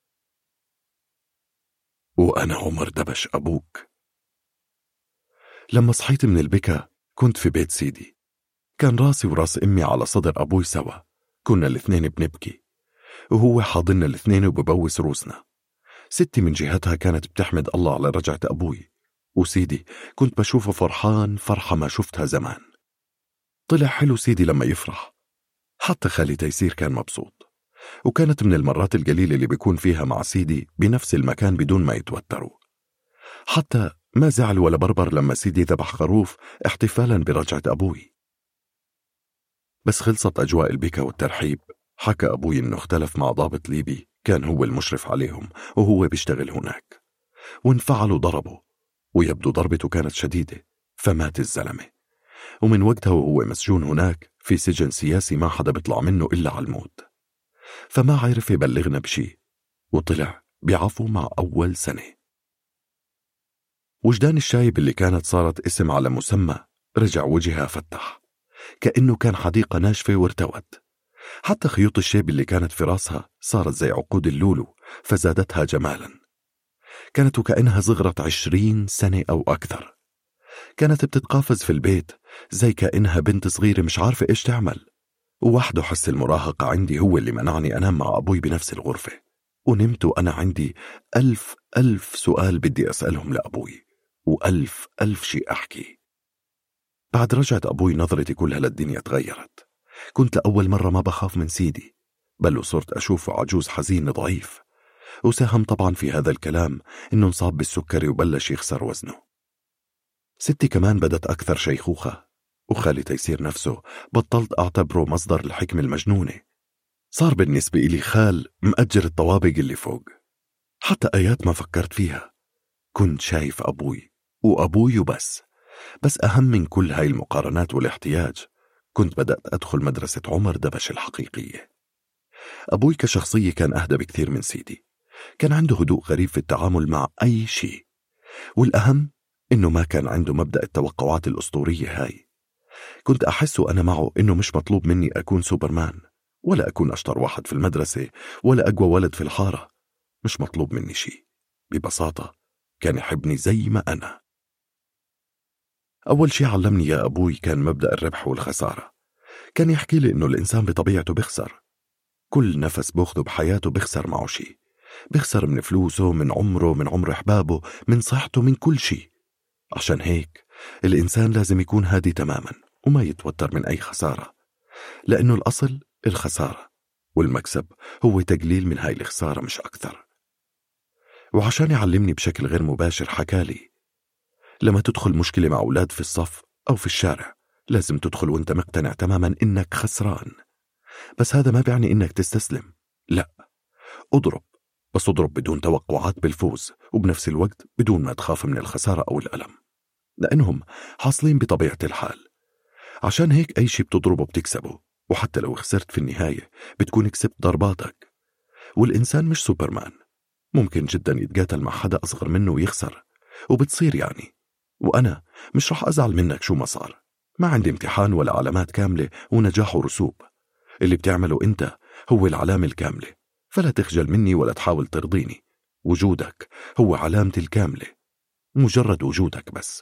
وأنا عمر دبش أبوك. لما صحيت من البكا كنت في بيت سيدي، كان راسي وراس أمي على صدر أبوي سوا، كنا الاثنين بنبكي، وهو حاضننا الاثنين وببوس روسنا. ستي من جهتها كانت بتحمد الله على رجعة أبوي، وسيدي كنت بشوفه فرحان فرحة ما شفتها زمان. طلع حلو سيدي لما يفرح، حتى خالي تيسير كان مبسوط، وكانت من المرات القليلة اللي بيكون فيها مع سيدي بنفس المكان بدون ما يتوتروا. حتى ما زعل ولا بربر لما سيدي ذبح خروف احتفالا برجعة أبوي. بس خلصت أجواء البكا والترحيب، حكى أبوي إنه اختلف مع ضابط ليبي كان هو المشرف عليهم وهو بيشتغل هناك، وانفعل وضربه، ويبدو ضربته كانت شديدة، فمات الزلمة. ومن وقتها وهو مسجون هناك في سجن سياسي ما حدا بيطلع منه إلا على الموت. فما عرف يبلغنا بشي، وطلع بعفو مع أول سنة. وجدان الشايب اللي كانت صارت اسم على مسمى رجع وجهها فتح، كأنه كان حديقة ناشفة وارتوت. حتى خيوط الشيب اللي كانت في راسها صارت زي عقود اللولو فزادتها جمالا. كانت وكأنها صغرت 20 سنة أو أكثر. كانت بتتقافز في البيت زي كأنها بنت صغيرة مش عارفة إيش تعمل. ووحده حس المراهقة عندي هو اللي منعني أنام مع أبوي بنفس الغرفة، ونمت وأنا عندي 1000 سؤال بدي أسألهم لأبوي، و1000 شيء أحكي. بعد رجعة أبوي نظرتي كلها للدنيا تغيرت. كنت لأول مرة ما بخاف من سيدي، بل وصرت أشوفه عجوز حزين ضعيف. وساهم طبعا في هذا الكلام إنه انصاب بالسكري وبلش يخسر وزنه. ستي كمان بدت أكثر شيخوخة، وخالي تيسير نفسه بطلت أعتبره مصدر الحكمة المجنونة. صار بالنسبة إلي خال مأجر الطوابق اللي فوق. حتى آيات ما فكرت فيها، كنت شايف أبوي وأبوي وبس. بس أهم من كل هاي المقارنات والاحتياج، كنت بدأت أدخل مدرسة عمر دبش الحقيقية. أبوي كشخصية كان أهدى بكثير من سيدي، كان عنده هدوء غريب في التعامل مع أي شيء، والأهم إنه ما كان عنده مبدأ التوقعات الأسطورية هاي. كنت أحس وأنا معه إنه مش مطلوب مني أكون سوبرمان، ولا أكون أشطر واحد في المدرسة، ولا أقوى ولد في الحارة. مش مطلوب مني شيء، ببساطة كان يحبني زي ما أنا. أول شيء علمني يا أبوي كان مبدأ الربح والخسارة. كان يحكي لي إنه الإنسان بطبيعته بيخسر، كل نفس بأخذه بحياته بيخسر معه شيء. بيخسر من فلوسه، من عمره، من عمر أحبابه، من صحته، من كل شيء. عشان هيك الإنسان لازم يكون هادي تماما وما يتوتر من أي خسارة، لأنه الأصل الخسارة، والمكسب هو تقليل من هاي الخسارة مش أكثر. وعشان يعلمني بشكل غير مباشر حكالي، لما تدخل مشكلة مع أولاد في الصف أو في الشارع لازم تدخل وانت مقتنع تماما إنك خسران. بس هذا ما بيعني إنك تستسلم، لا، اضرب، بس اضرب بدون توقعات بالفوز، وبنفس الوقت بدون ما تخاف من الخسارة أو الألم، لأنهم حاصلين بطبيعة الحال. عشان هيك أي شي بتضربه بتكسبه، وحتى لو خسرت في النهاية بتكون كسبت ضرباتك. والإنسان مش سوبرمان، ممكن جدا يتقاتل مع حدا أصغر منه ويخسر، وبتصير يعني. وأنا مش رح أزعل منك شو ما صار، ما عندي امتحان ولا علامات كاملة ونجاح ورسوب. اللي بتعمله أنت هو العلامة الكاملة، فلا تخجل مني ولا تحاول ترضيني. وجودك هو علامتي الكاملة، مجرد وجودك بس.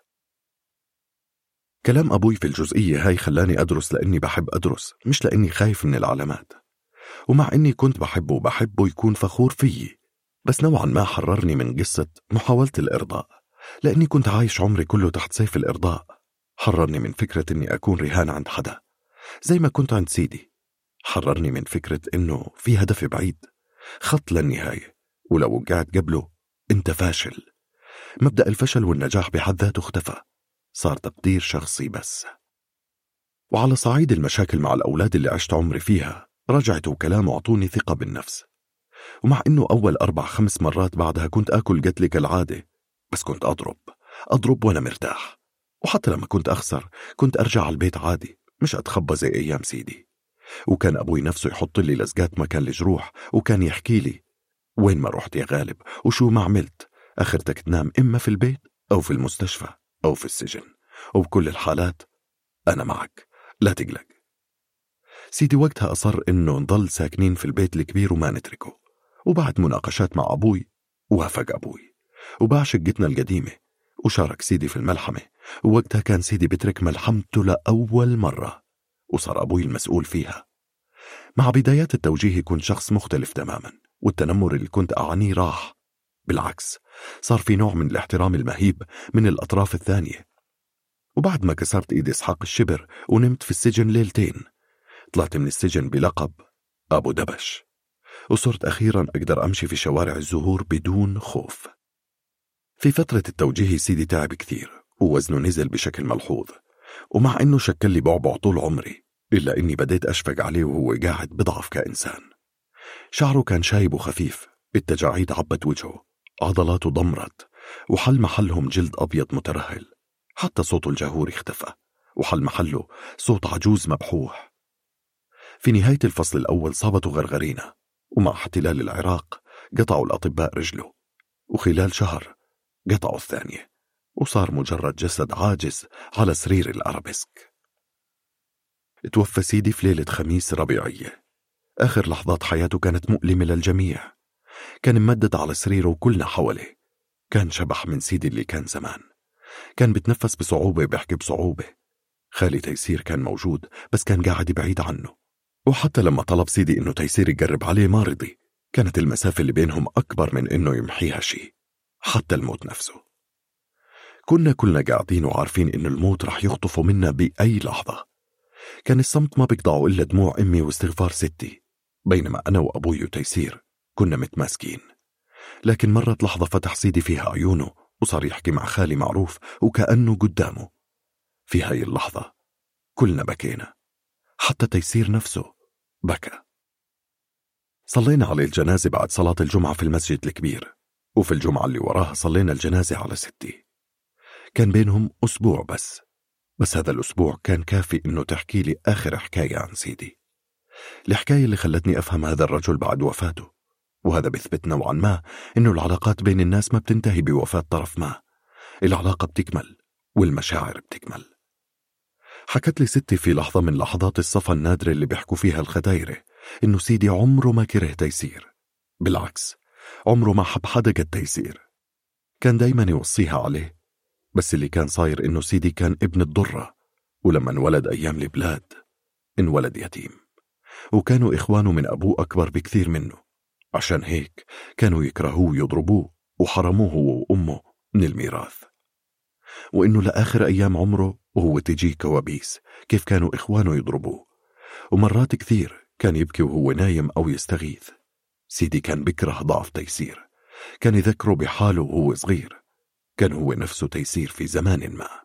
كلام أبوي في الجزئية هاي خلاني أدرس لأني بحب أدرس، مش لأني خايف من العلامات. ومع أني كنت بحبه يكون فخور فيي، بس نوعا ما حررني من قصة محاولة الإرضاء، لأني كنت عايش عمري كله تحت سيف الإرضاء. حررني من فكرة أني أكون رهان عند حدا زي ما كنت عند سيدي. حررني من فكرة أنه في هدف بعيد، خط للنهاية، ولو وقعت قبله أنت فاشل. مبدأ الفشل والنجاح بحد ذاته اختفى، صار تقدير شخصي بس. وعلى صعيد المشاكل مع الأولاد اللي عشت عمري فيها، رجعت وكلامه أعطوني ثقة بالنفس. ومع أنه أول 4-5 مرات بعدها كنت آكل قتلي كالعادة، بس كنت أضرب وأنا مرتاح. وحتى لما كنت أخسر كنت أرجع على البيت عادي، مش أتخبى زي أيام سيدي. وكان أبوي نفسه يحط لي لزقات مكان الجروح، وكان يحكي لي وين ما رحت يا غالب وشو ما عملت، آخرتك تنام إما في البيت أو في المستشفى أو في السجن، وبكل الحالات أنا معك، لا تقلق. سيدي وقتها أصر إنه نضل ساكنين في البيت الكبير وما نتركه، وبعد مناقشات مع أبوي وافق أبوي وباع شقتنا القديمة، وشارك سيدي في الملحمة. ووقتها كان سيدي بترك ملحمته لأول مرة، وصار أبوي المسؤول فيها. مع بدايات التوجيه كنت شخص مختلف تماما، والتنمر اللي كنت أعانيه راح. بالعكس، صار في نوع من الاحترام المهيب من الأطراف الثانية. وبعد ما كسرت إيدي إسحاق الشبر ونمت في السجن 2 ليلة، طلعت من السجن بلقب أبو دبش، وصرت أخيرا أقدر أمشي في شوارع الزهور بدون خوف. في فترة التوجيه سيدي تعب كثير، ووزنه نزل بشكل ملحوظ، ومع أنه شكل لي بعبع طول عمري إلا إني بديت أشفق عليه وهو قاعد بضعف كإنسان. شعره كان شايب وخفيف، التجاعيد عبت وجهه، عضلاته ضمرت وحل محلهم جلد أبيض مترهل. حتى صوته الجهوري اختفى وحل محله صوت عجوز مبحوح. في نهاية الفصل الأول صابته غرغرينة، ومع احتلال العراق قطعوا الأطباء رجله، وخلال شهر قطعوا الثانية، وصار مجرد جسد عاجز على سرير الأرابيسك. توفى سيدي في ليلة خميس ربيعية. آخر لحظات حياته كانت مؤلمة للجميع. كان ممدد على سريره وكلنا حوله. كان شبح من سيدي اللي كان زمان. كان بتنفس بصعوبة، بيحكي بصعوبة. خالي تيسير كان موجود بس كان قاعد بعيد عنه، وحتى لما طلب سيدي إنه تيسير يقرب عليه ما رضي. كانت المسافة اللي بينهم أكبر من إنه يمحيها شيء، حتى الموت نفسه. كنا كلنا قاعدين وعارفين إنه الموت رح يخطفه منا بأي لحظة. كان الصمت ما بيقطعه إلا دموع أمي واستغفار ستي، بينما أنا وأبوي وتيسير كنا متماسكين. لكن مرت لحظة فتح سيدي فيها عيونه وصار يحكي مع خالي معروف وكأنه قدامه. في هاي اللحظة كلنا بكينا، حتى تيسير نفسه بكى. صلينا على الجنازة بعد صلاة الجمعة في المسجد الكبير، وفي الجمعة اللي وراها صلينا الجنازة على ستي. كان بينهم أسبوع بس هذا الأسبوع كان كافي إنه تحكي لي آخر حكاية عن سيدي، الحكاية اللي خلتني أفهم هذا الرجل بعد وفاته. وهذا بيثبت نوعا ما إنه العلاقات بين الناس ما بتنتهي بوفاة طرف ما، العلاقة بتكمل والمشاعر بتكمل. حكت لي ستي في لحظة من لحظات الصفا النادرة اللي بيحكوا فيها الخدايرة إنه سيدي عمره ما كره تيسير، بالعكس عمره ما حب حدا قد تيسير. كان دايما يوصيها عليه، بس اللي كان صاير إنه سيدي كان ابن الضرة، ولما انولد أيام البلاد انولد يتيم، وكانوا إخوانه من أبوه أكبر بكثير منه، عشان هيك كانوا يكرهوه ويضربوه وحرموه هو وأمه من الميراث. وإنه لآخر أيام عمره وهو تجي كوابيس كيف كانوا إخوانه يضربوه، ومرات كثير كان يبكي وهو نايم أو يستغيث. سيدي كان بكره ضعف تيسير، كان يذكره بحاله وهو صغير، كان هو نفسه تيسير في زمان ما.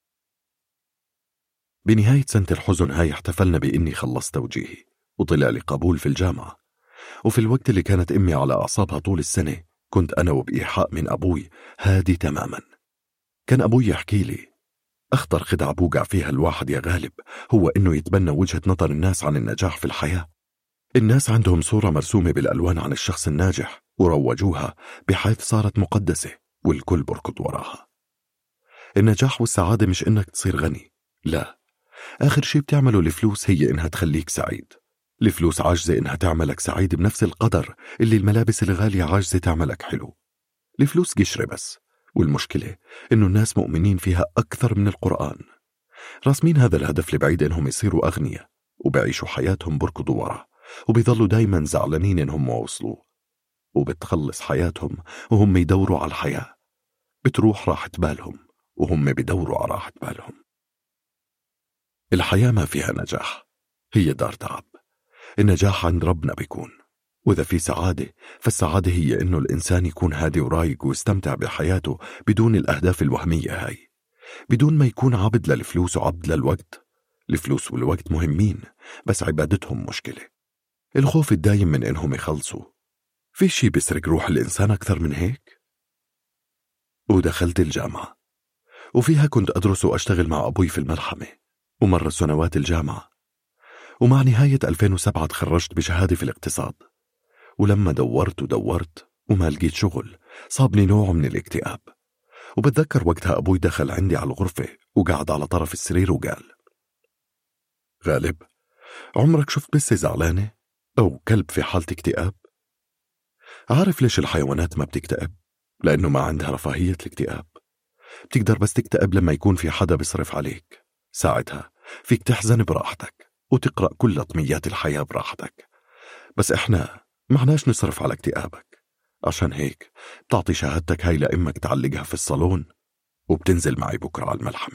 بنهاية سنة الحزن هاي احتفلنا بإني خلصت توجيهي وطلع لي قبول في الجامعة. وفي الوقت اللي كانت أمي على أعصابها طول السنة كنت أنا وبإيحاء من أبوي هادي تماما. كان أبوي يحكي لي أخطر خدعة بوقع فيها الواحد يا غالب هو إنه يتبنى وجهة نظر الناس عن النجاح في الحياة. الناس عندهم صورة مرسومة بالألوان عن الشخص الناجح وروجوها بحيث صارت مقدسة والكل بركض وراها. النجاح والسعادة مش إنك تصير غني، لا، آخر شي بتعمله الفلوس هي إنها تخليك سعيد. الفلوس عاجزة إنها تعملك سعيد بنفس القدر اللي الملابس الغالية عاجزة تعملك حلو. الفلوس قشرة بس، والمشكلة إنه الناس مؤمنين فيها أكثر من القرآن، راسمين هذا الهدف لبعيد إنهم يصيروا أغنياء وبيعيشوا حياتهم بركضوا وراه، وبيظلوا دايما زعلانين إنهم ما وصلوا، وبتخلص حياتهم وهم يدوروا على الحياة. بتروح راحة بالهم وهم بيدوروا على راحة بالهم. الحياة ما فيها نجاح، هي دار تعب. النجاح عند ربنا بيكون، وإذا في سعادة فالسعادة هي إنه الإنسان يكون هادي ورايق ويستمتع بحياته بدون الأهداف الوهمية هاي، بدون ما يكون عبد للفلوس وعبد للوقت. الفلوس والوقت مهمين بس عبادتهم مشكلة. الخوف الدايم من إنهم يخلصوا. في شي بيسرق روح الإنسان أكثر من هيك؟ ودخلت الجامعة، وفيها كنت أدرس وأشتغل مع أبوي في الملحمة، ومر سنوات الجامعة، ومع نهاية 2007 تخرجت بشهادة في الاقتصاد. ولما دورت وما لقيت شغل صابني نوع من الاكتئاب. وبتذكر وقتها أبوي دخل عندي على الغرفة وقعد على طرف السرير وقال: غالب، عمرك شفت بسة زعلانة أو كلب في حالة اكتئاب؟ عارف ليش الحيوانات ما بتكتئب؟ لأنه ما عندها رفاهية الاكتئاب. بتقدر بس تكتئب لما يكون في حدا بيصرف عليك، ساعتها فيك تحزن براحتك وتقرأ كل طميات الحياة براحتك. بس إحنا معناش نصرف على اكتئابك، عشان هيك تعطي شهادتك هاي لأمك تعلقها في الصالون وبتنزل معي بكرة على الملحمة.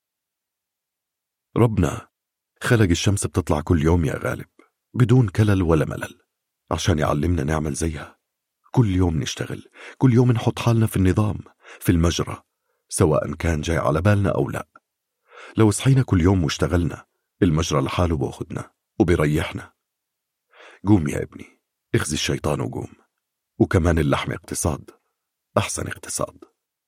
ربنا خلق الشمس بتطلع كل يوم يا غالب بدون كلل ولا ملل عشان يعلمنا نعمل زيها. كل يوم نشتغل، كل يوم نحط حالنا في النظام، في المجرى، سواء كان جاي على بالنا أو لا. لو صحينا كل يوم واشتغلنا المجرى لحاله بأخدنا وبيريحنا. قوم يا ابني، اخزي الشيطان وقوم. وكمان اللحم اقتصاد، أحسن اقتصاد.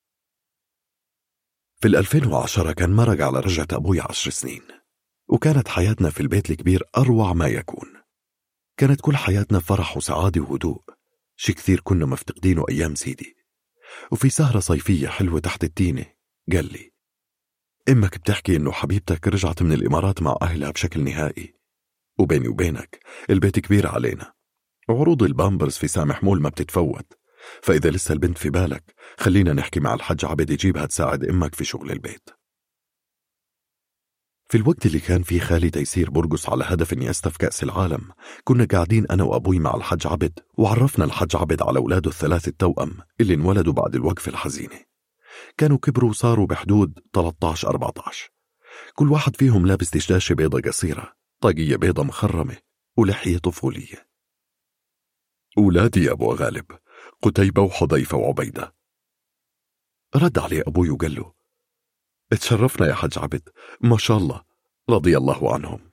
في 2010 كان مرق على رجعة أبوي 10 سنين، وكانت حياتنا في البيت الكبير أروع ما يكون. كانت كل حياتنا فرح وسعادة وهدوء، شي كثير كنا مفتقدينه أيام سيدي. وفي سهرة صيفية حلوة تحت التينة قال لي: إمك بتحكي إنه حبيبتك رجعت من الإمارات مع أهلها بشكل نهائي، وبيني وبينك البيت كبير علينا، وعروض البامبرز في سامح مول ما بتتفوت، فإذا لسه البنت في بالك خلينا نحكي مع الحج عبد يجيبها تساعد إمك في شغل البيت. في الوقت اللي كان فيه خالي تيسير برقص على هدف انيستا في كأس العالم، كنا قاعدين أنا وأبوي مع الحج عبد، وعرفنا الحج عبد على أولاده الثلاث التوأم اللي انولدوا بعد الوقفة الحزينة. كانوا كبروا وصاروا بحدود 13-14، كل واحد فيهم لابس دشداشة بيضة قصيرة، طاقية بيضة مخرمة، ولحية طفولية. أولادي يا أبو غالب، قتيبة وحذيفة وعبيدة. رد عليه أبوي وقال له: اتشرفنا يا حج عبد، ما شاء الله، رضي الله عنهم.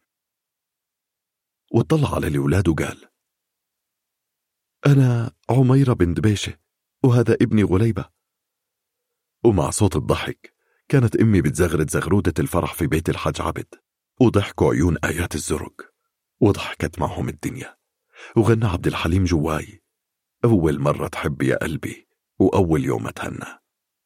وطلع على الأولاد وقال: أنا عميرة بن دبيشة، وهذا ابني غليبة. ومع صوت الضحك كانت أمي بتزغرد زغرودة الفرح في بيت الحج عبد، وضحكوا عيون آيات الزرق، وضحكت معهم الدنيا. وغنى عبد الحليم جواي: أول مرة تحب يا قلبي، وأول يوم أتهنى.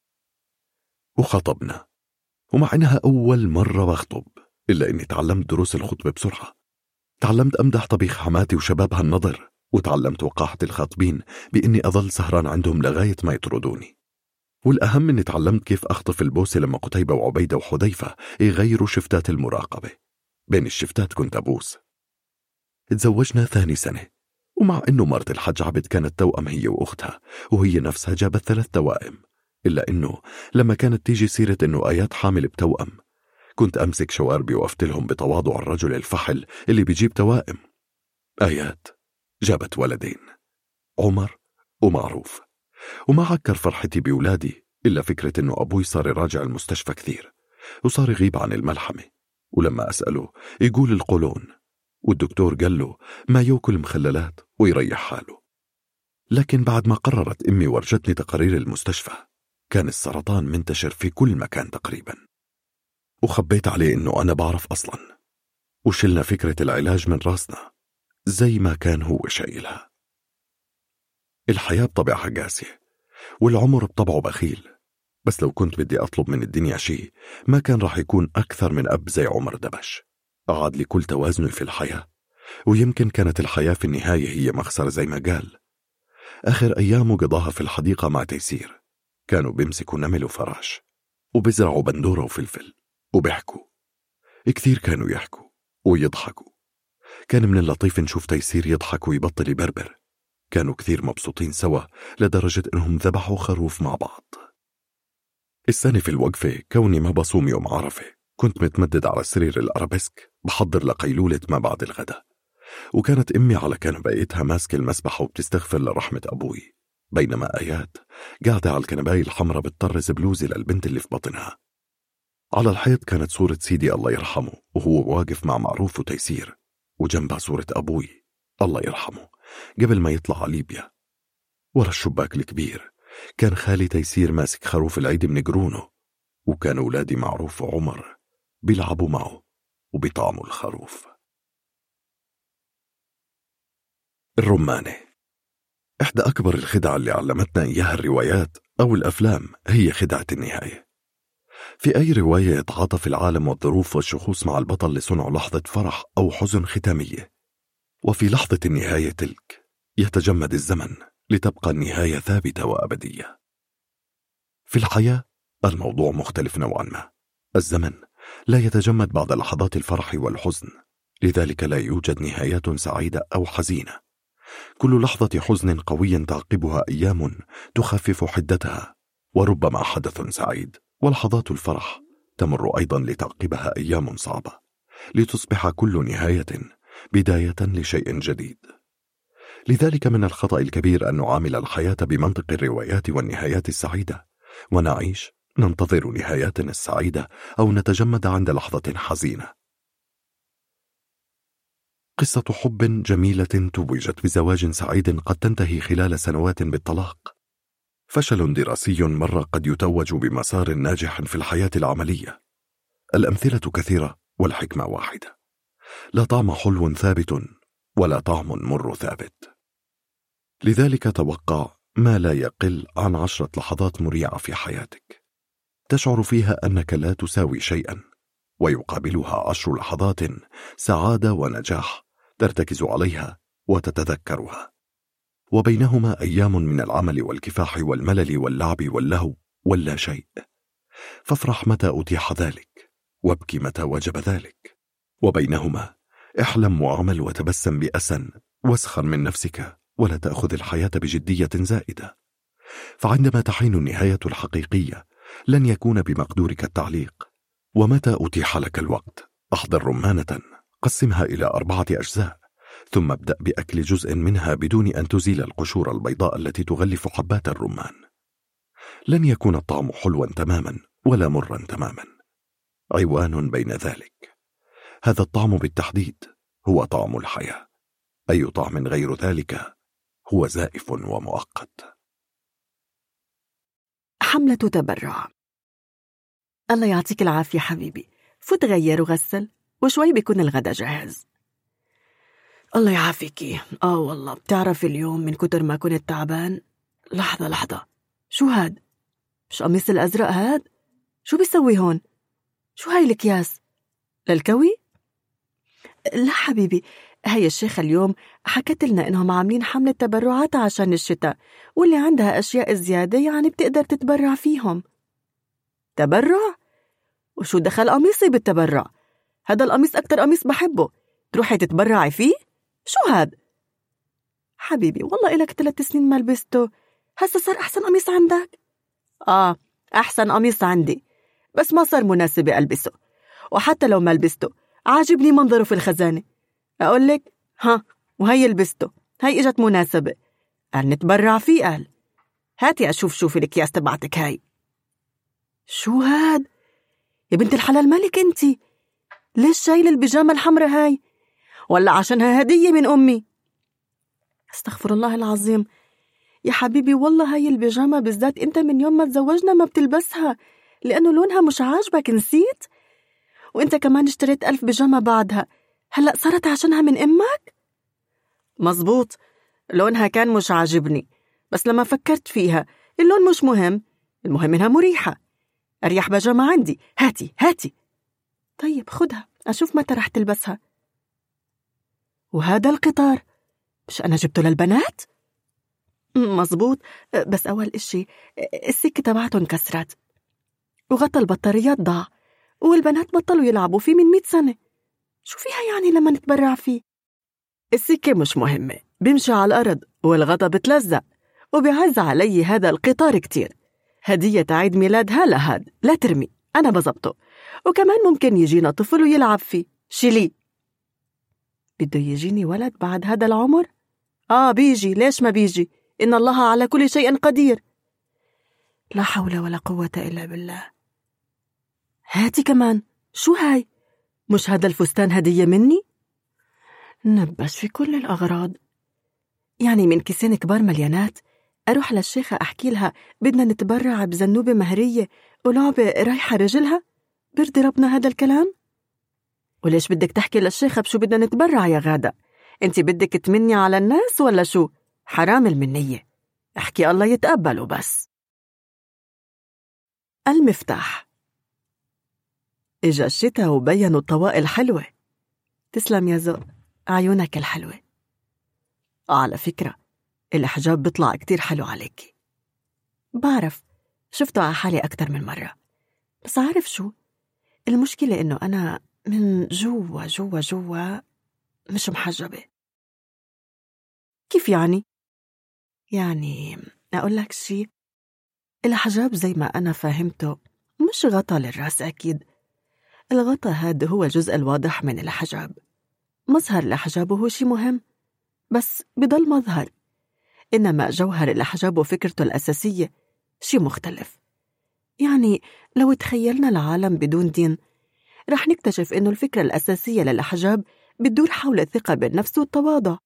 وخطبنا، ومع إنها أول مرة بخطب إلا إني تعلمت دروس الخطبة بسرعة. تعلمت أمدح طبيخ حماتي وشبابها النظر، وتعلمت وقاحة الخاطبين بإني أظل سهران عندهم لغاية ما يطردوني. والأهم إني تعلمت كيف أخطف البوسة لما قتيبة وعبيدة وحذيفة يغيروا شفتات المراقبة. بين الشفتات كنت أبوس. اتزوجنا ثاني سنة، ومع إنه مرت الحج عبد كانت توأم هي وأختها، وهي نفسها جابت 3 توائم، إلا إنه لما كانت تيجي سيرة إنه آيات حامل بتوأم كنت أمسك شواربي وأفتلهم لهم بتواضع الرجل الفحل اللي بيجيب توائم. آيات جابت ولدين، عمر ومعروف. وما عكر فرحتي بولادي إلا فكرة إنه أبوي صار يراجع المستشفى كثير، وصار يغيب عن الملحمة، ولما أسأله يقول القولون، والدكتور قال له ما يأكل مخللات ويريح حاله. لكن بعد ما قررت أمي ورجتني تقارير المستشفى، كان السرطان منتشر في كل مكان تقريبا، وخبيت عليه إنه أنا بعرف أصلا، وشلنا فكرة العلاج من راسنا زي ما كان هو شايلها. الحياة بطبعها قاسية، والعمر بطبعه بخيل، بس لو كنت بدي أطلب من الدنيا شيء ما كان راح يكون أكثر من أب زي عمر دبش، أعاد لي كل توازني في الحياة. ويمكن كانت الحياة في النهاية هي مخسر زي ما قال. آخر أيامه قضاها في الحديقة مع تيسير، كانوا بيمسكوا نمل وفراش، وبزرعوا بندورة وفلفل، وبيحكوا كثير، كانوا يحكوا ويضحكوا. كان من اللطيف نشوف تيسير يضحك ويبطل يبربر. كانوا كثير مبسوطين سوا لدرجة إنهم ذبحوا خروف مع بعض. السنة في الوقفة كوني ما بصوم يوم عرفة، كنت متمدد على سرير الأرابيسك بحضر لقيلولة ما بعد الغداء، وكانت أمي على كنبايتها ماسكة المسبحة وبتستغفر لرحمة أبوي، بينما آيات قاعدة على الكنباية الحمراء بتطرز بلوزة للبنت اللي في بطنها. على الحيط كانت صورة سيدي الله يرحمه وهو واقف مع معروف وتيسير، وجنبها صورة أبوي الله يرحمه قبل ما يطلع على ليبيا. ورا الشباك الكبير كان خالي تيسير ماسك خروف العيد من قرونه، وكان أولادي معروف وعمر بيلعبوا معه وبيطعموا الخروف. الرمانة. إحدى أكبر الخدع اللي علمتنا إياها الروايات أو الأفلام هي خدعة النهاية. في أي رواية يتعاطف العالم والظروف والشخوص مع البطل لصنع لحظة فرح أو حزن ختامية، وفي لحظة النهاية تلك يتجمد الزمن لتبقى النهاية ثابتة وأبدية. في الحياة الموضوع مختلف نوعا ما، الزمن لا يتجمد بعد لحظات الفرح والحزن، لذلك لا يوجد نهايات سعيدة أو حزينة. كل لحظة حزن قوي تعقبها أيام تخفف حدتها، وربما حدث سعيد ولحظات الفرح تمر أيضا لتعقبها أيام صعبة، لتصبح كل نهاية بداية لشيء جديد. لذلك من الخطأ الكبير أن نعامل الحياة بمنطق الروايات والنهايات السعيدة، ونعيش ننتظر نهاياتنا السعيدة أو نتجمد عند لحظة حزينة. قصة حب جميلة توجت بزواج سعيد قد تنتهي خلال سنوات بالطلاق. فشل دراسي مرة قد يتوج بمسار ناجح في الحياة العملية. الأمثلة كثيرة والحكمة واحدة: لا طعم حلو ثابت ولا طعم مر ثابت. لذلك توقع ما لا يقل عن 10 لحظات مريعة في حياتك تشعر فيها أنك لا تساوي شيئا، ويقابلها 10 لحظات سعادة ونجاح ترتكز عليها وتتذكرها، وبينهما أيام من العمل والكفاح والملل واللعب واللهو واللا شيء. فافرح متى أتيح ذلك، وابكي متى وجب ذلك، وبينهما احلم واعمل وتبسم بأسا، واسخر من نفسك ولا تأخذ الحياة بجدية زائدة. فعندما تحين النهاية الحقيقية لن يكون بمقدورك التعليق. ومتى أتيح لك الوقت أحضر رمانة، قسمها إلى 4 أجزاء، ثم ابدأ بأكل جزء منها بدون أن تزيل القشور البيضاء التي تغلف حبات الرمان. لن يكون الطعم حلوا تماما ولا مرا تماما، عوان بين ذلك. هذا الطعم بالتحديد هو طعم الحياة، أي طعم غير ذلك هو زائف ومؤقت. حملة تبرع. الله يعطيك العافية حبيبي، فوت غير وغسل وشوي بيكون الغدا جاهز. الله يعافيكي. والله بتعرف اليوم من كتر ما كنت تعبان. لحظة، شو هاد؟ مش قميص الأزرق هاد؟ شو بيسوي هون؟ شو هاي الأكياس؟ للكوي؟ لا حبيبي، هاي الشيخة اليوم حكت لنا إنهم عاملين حملة تبرعات عشان الشتاء، واللي عندها أشياء زيادة يعني بتقدر تتبرع فيهم. تبرع؟ وشو دخل قميصي بالتبرع؟ هذا القميص أكتر قميص بحبه، تروحي تتبرعي فيه؟ شو هاد؟ حبيبي والله إلك 3 سنين ما لبسته، هسا صار أحسن قميص عندك؟ أحسن قميص عندي، بس ما صار مناسب ألبسه، وحتى لو ما لبسته عاجبني منظره في الخزانة. أقولك وهي لبسته، هاي إجت مناسبة، قال نتبرع فيه. قال هاتي أشوف شو في الأكياس تبعتك هاي. شو هاد؟ يا بنت الحلال مالك انتي؟ ليش شايل البيجامة الحمراء هاي؟ ولا عشانها هدية من أمي؟ استغفر الله العظيم يا حبيبي، والله هاي البيجامة بالذات انت من يوم ما تزوجنا ما بتلبسها لأنه لونها مش عاجبك، نسيت؟ وانت كمان اشتريت 1000 بيجامة بعدها، هلأ صارت عشانها من أمك؟ مزبوط، لونها كان مش عاجبني، بس لما فكرت فيها اللون مش مهم، المهم إنها مريحة. أريح بيجامة عندي، هاتي. طيب خدها أشوف متى رح تلبسها. وهذا القطار مش أنا جبته للبنات؟ مزبوط، بس أول إشي السكة تبعته انكسرت، وغطى البطاريات ضاع، والبنات بطلوا يلعبوا فيه من 100 سنة. شو فيها يعني لما نتبرع فيه؟ السكة مش مهمة، بيمشي على الأرض والغطا بتلزق، وبيعز علي هذا القطار كتير. هدية عيد ميلاد هاد، لا ترمي، أنا بزبطه، وكمان ممكن يجينا طفل ويلعب فيه. شيلي. بده يجيني ولد بعد هذا العمر؟ بيجي، ليش ما بيجي؟ إن الله على كل شيء قدير. لا حول ولا قوة إلا بالله. هاتي كمان. شو هاي؟ مش هذا الفستان هدية مني؟ نبش في كل الأغراض. يعني من كيسين كبار مليانات أروح للشيخة أحكي لها بدنا نتبرع بزنوبة مهرية ولعبة رايحة رجلها؟ برضي ربنا هذا الكلام؟ وليش بدك تحكي للشيخة بشو بدنا نتبرع يا غادة؟ انت بدك تمني على الناس ولا شو؟ حرام المنية، احكي الله يتقبله بس. المفتاح. إجا الشتاء وبينوا الطواقي الحلوة. تسلم يا ذوق، عيونك الحلوة. على فكرة الحجاب بيطلع كتير حلو عليكي. بعرف، شفته على حالي أكتر من مرة، بس عارف شو المشكلة؟ إنه أنا من جوا مش محجبة. كيف يعني؟ يعني أقول لك شي، الحجاب زي ما أنا فهمته مش غطا للرأس أكيد. الغطا هذا هو الجزء الواضح من الحجاب. مظهر الحجاب هو شي مهم بس بضل مظهر، إنما جوهر الحجاب وفكرته الأساسية شي مختلف. يعني لو تخيلنا العالم بدون دين رح نكتشف إنه الفكرة الأساسية للحجاب بتدور حول الثقة بالنفس والتواضع.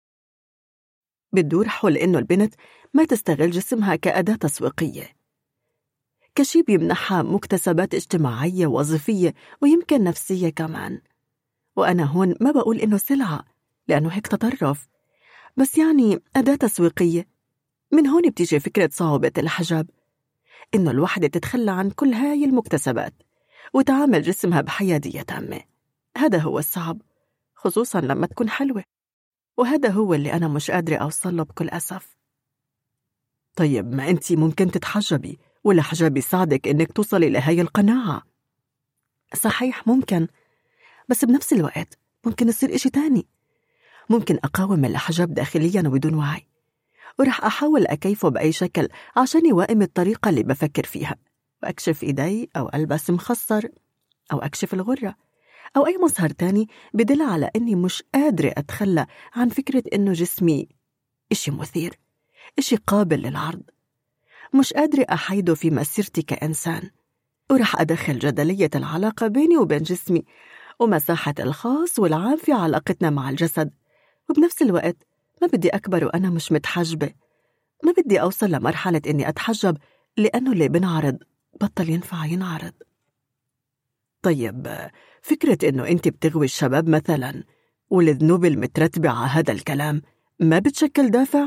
بتدور حول إنه البنت ما تستغل جسمها كأداة تسويقية، كشي بيمنحها مكتسبات اجتماعية وظيفية ويمكن نفسية كمان. وأنا هون ما بقول إنه سلعة لأنه هيك تطرف، بس يعني أداة تسويقية. من هون بتيجي فكرة صعوبة الحجاب، إنه الوحدة تتخلى عن كل هاي المكتسبات وتعامل جسمها بحيادية تامة. هذا هو الصعب، خصوصاً لما تكون حلوة، وهذا هو اللي أنا مش قادرة أوصله بكل أسف. طيب ما أنتي ممكن تتحجبي والحجاب يساعدك إنك توصلي لهاي القناعة. صحيح ممكن، بس بنفس الوقت ممكن يصير إشي تاني. ممكن أقاوم الحجاب داخلياً وبدون وعي، ورح أحاول أكيفه بأي شكل عشان يوائم الطريقة اللي بفكر فيها، وأكشف إيدي أو ألبس مخصر أو أكشف الغرة أو أي مظهر تاني بدل على أني مش قادرة أتخلى عن فكرة أنه جسمي إشي مثير، إشي قابل للعرض، مش قادرة أحيده في مسيرتي كإنسان. ورح أدخل جدلية العلاقة بيني وبين جسمي ومساحة الخاص والعام في علاقتنا مع الجسد. وبنفس الوقت ما بدي أكبر وأنا مش متحجبة، ما بدي أوصل لمرحلة إني أتحجب لأنه اللي بنعرض بطل ينفع ينعرض. طيب فكرة إنه أنت بتغوي الشباب مثلا والذنوب المترتبة على هذا الكلام ما بتشكل دافع؟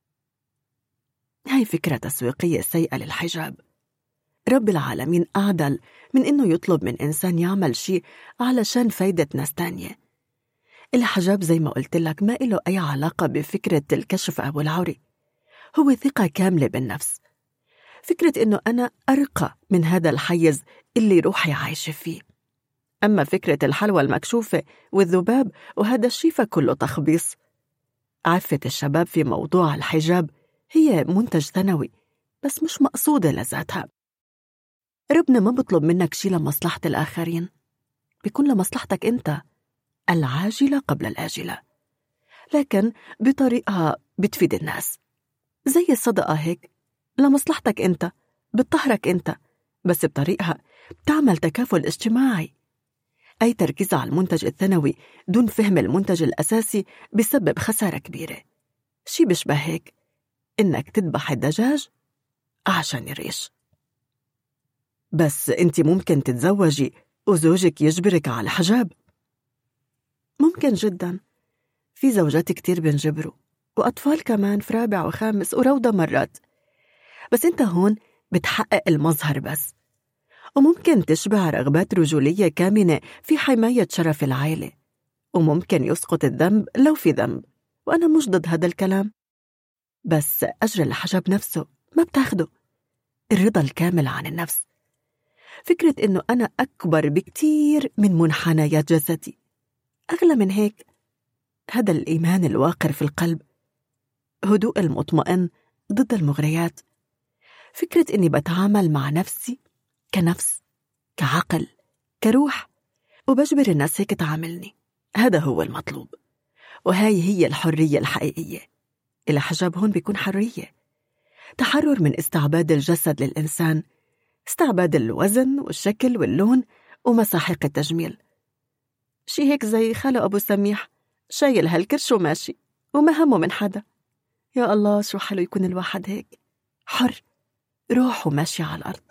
هاي فكرة تسويقية سيئة للحجاب. رب العالمين أعدل من إنه يطلب من إنسان يعمل شيء علشان فايدة ناس تانية. الحجاب زي ما قلت لك ما إله أي علاقة بفكرة الكشف أو العوري، هو ثقة كاملة بالنفس، فكرة إنه أنا أرقى من هذا الحيز اللي روحي عايشة فيه. أما فكرة الحلوى المكشوفة والذباب وهذا الشيء فكله تخبيص. عفة الشباب في موضوع الحجاب هي منتج ثانوي بس مش مقصودة لذاتها. ربنا ما بطلب منك شيء لمصلحة الآخرين، بيكون لمصلحتك أنت، العاجلة قبل الآجلة، لكن بطريقة بتفيد الناس. زي الصدقة هيك، لمصلحتك أنت، بتطهرك أنت، بس بطريقة بتعمل تكافل اجتماعي. أي تركيز على المنتج الثانوي دون فهم المنتج الأساسي بيسبب خسارة كبيرة. شي بيشبه هيك، إنك تذبح الدجاج عشان يريش. بس أنت ممكن تتزوجي وزوجك يجبرك على الحجاب. ممكن جدا، في زوجات كتير بنجبروا، وأطفال كمان في رابع وخامس وروضة مرات. بس أنت هون بتحقق المظهر بس، وممكن تشبع رغبات رجولية كامنة في حماية شرف العائلة، وممكن يسقط الذنب لو في ذنب، وأنا مش ضد هذا الكلام. بس أجر الحجاب نفسه ما بتاخده، الرضا الكامل عن النفس، فكرة إنه أنا أكبر بكتير من منحنيات جسدي، أغلى من هيك. هذا الإيمان الواقر في القلب، هدوء المطمئن ضد المغريات، فكرة إني بتعامل مع نفسي كنفس، كعقل، كروح، وبجبر الناس هيك تعاملني. هذا هو المطلوب، وهاي هي الحرية الحقيقية. الحجاب هون بيكون حرية، تحرر من استعباد الجسد للإنسان، استعباد الوزن والشكل واللون ومساحيق التجميل. شي هيك زي خاله أبو سميح شايل هالكرش وماشي وما همه من حدا. يا الله شو حلو يكون الواحد هيك حر، روحه ماشي على الأرض.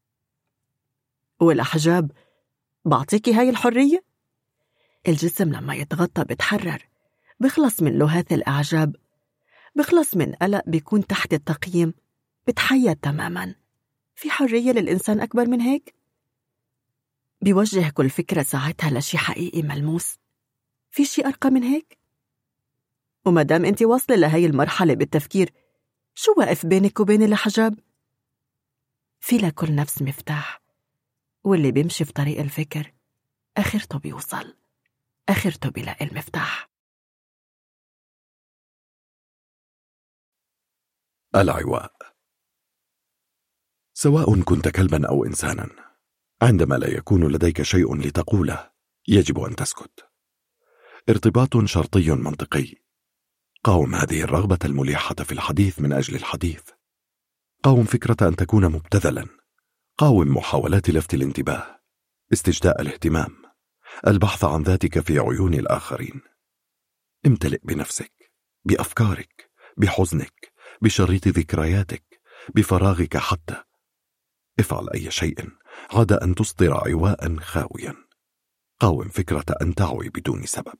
والأحجاب بعطيكي هاي الحرية. الجسم لما يتغطى بتحرر، بخلص من لهاث الأعجاب، بخلص من قلق بيكون تحت التقييم، بتحيد تماماً. في حرية للإنسان أكبر من هيك؟ بيوجه كل فكرة ساعتها لشي حقيقي ملموس. في شي أرقى من هيك؟ ومدام أنت واصلة لهي المرحلة بالتفكير، شو واقف بينك وبين الحجاب؟ في لكل نفس مفتاح، واللي بيمشي في طريق الفكر آخرته بيوصل، آخرته بيلاقي المفتاح. العواء. سواء كنت كلبا أو إنسانا، عندما لا يكون لديك شيء لتقوله يجب أن تسكت. ارتباط شرطي منطقي. قاوم هذه الرغبة المليحة في الحديث من أجل الحديث. قاوم فكرة أن تكون مبتذلا. قاوم محاولات لفت الانتباه، استجداء الاهتمام. البحث عن ذاتك في عيون الآخرين. امتلئ بنفسك، بأفكارك، بحزنك، بشريط ذكرياتك، بفراغك حتى. افعل أي شيء عدا أن تصدر عواء خاويا. قاوم فكرة أن تعوي بدون سبب.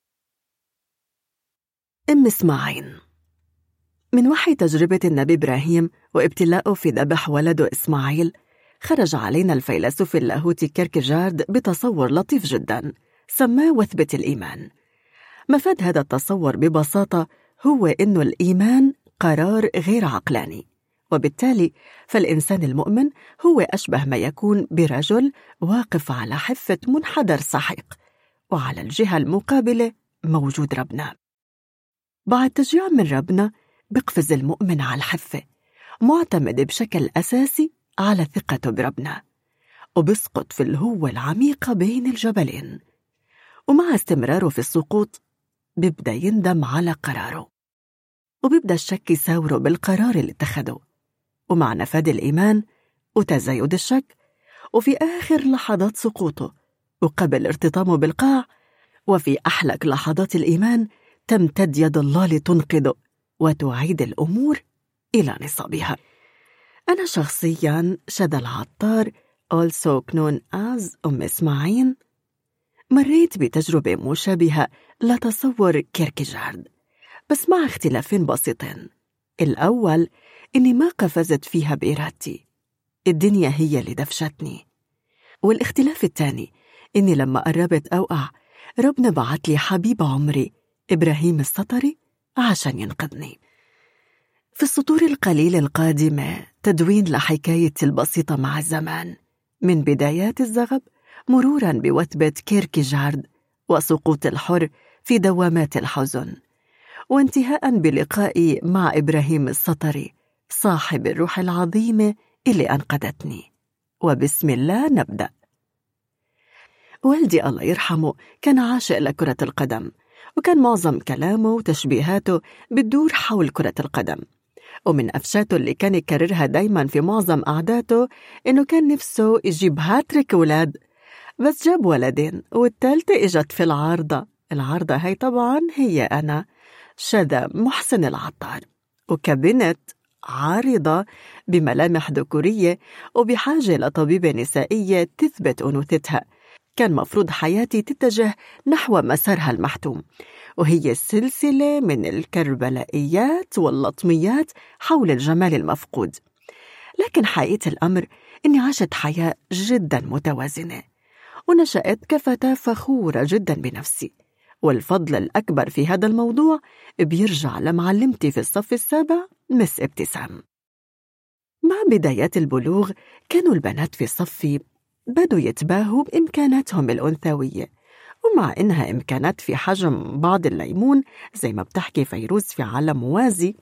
أم إسماعيل. من وحي تجربة النبي إبراهيم وابتلاءه في ذبح ولده إسماعيل، خرج علينا الفيلسوف اللاهوتي كيركيجارد بتصور لطيف جدا سماه وثبة الإيمان. مفاد هذا التصور ببساطة هو إنه الإيمان قرار غير عقلاني، وبالتالي فالإنسان المؤمن هو أشبه ما يكون برجل واقف على حافة منحدر سحيق، وعلى الجهة المقابلة موجود ربنا. بعد تشجيع من ربنا بقفز المؤمن على الحافة، معتمد بشكل أساسي على ثقته بربنا، وبسقط في الهوة العميقة بين الجبلين. ومع استمراره في السقوط بيبدأ يندم على قراره، وبيبدأ الشك يساوره بالقرار اللي اتخذه. ومع نفاذ الإيمان وتزايد الشك، وفي آخر لحظات سقوطه وقبل ارتطامه بالقاع، وفي أحلك لحظات الإيمان تمتد يد الله لتنقذه وتعيد الأمور إلى نصابها. أنا شخصياً شذى العطار also known as أم إسماعيل مريت بتجربة مشابهة لتصور كيركيجارد، بس مع اختلافين بسيطين. الأول إني ما قفزت فيها بإرادتي، الدنيا هي اللي دفشتني. والاختلاف الثاني إني لما قربت أوقع ربنا بعت لي حبيب عمري إبراهيم السطري عشان ينقذني. في السطور القليلة القادمة تدوين لحكايتي البسيطة مع الزمان، من بدايات الزغب مروراً بوثبة كيركيجارد وسقوط الحر في دوامات الحزن، وانتهاءً بلقائي مع إبراهيم السطري صاحب الروح العظيمة اللي أنقذتني. وبسم الله نبدأ. والدي الله يرحمه كان عاشق لكرة القدم، وكان معظم كلامه وتشبيهاته بتدور حول كرة القدم. ومن أفشاته اللي كان يكررها دايما في معظم قعداته إنه كان نفسه يجيب هاتريك ولاد، بس جاب ولدين والثالثة إجت في العارضة هاي طبعا هي أنا شذى محسن العطار، وكبنت عارضة بملامح ذكورية وبحاجة لطبيبة نسائية تثبت أنوثتها. كان مفروض حياتي تتجه نحو مسارها المحتوم، وهي السلسلة من الكربلائيات واللطميات حول الجمال المفقود. لكن حقيقة الأمر إني عاشت حياة جدا متوازنة، ونشأت كفتاة فخورة جدا بنفسي. والفضل الأكبر في هذا الموضوع بيرجع لمعلمتي في الصف السابع مس ابتسام. مع بدايات البلوغ كانوا البنات في صفي بدوا يتباهوا بإمكاناتهم الأنثوية، ومع إنها إمكانات في حجم بعض الليمون زي ما بتحكي فيروز في عالم موازي،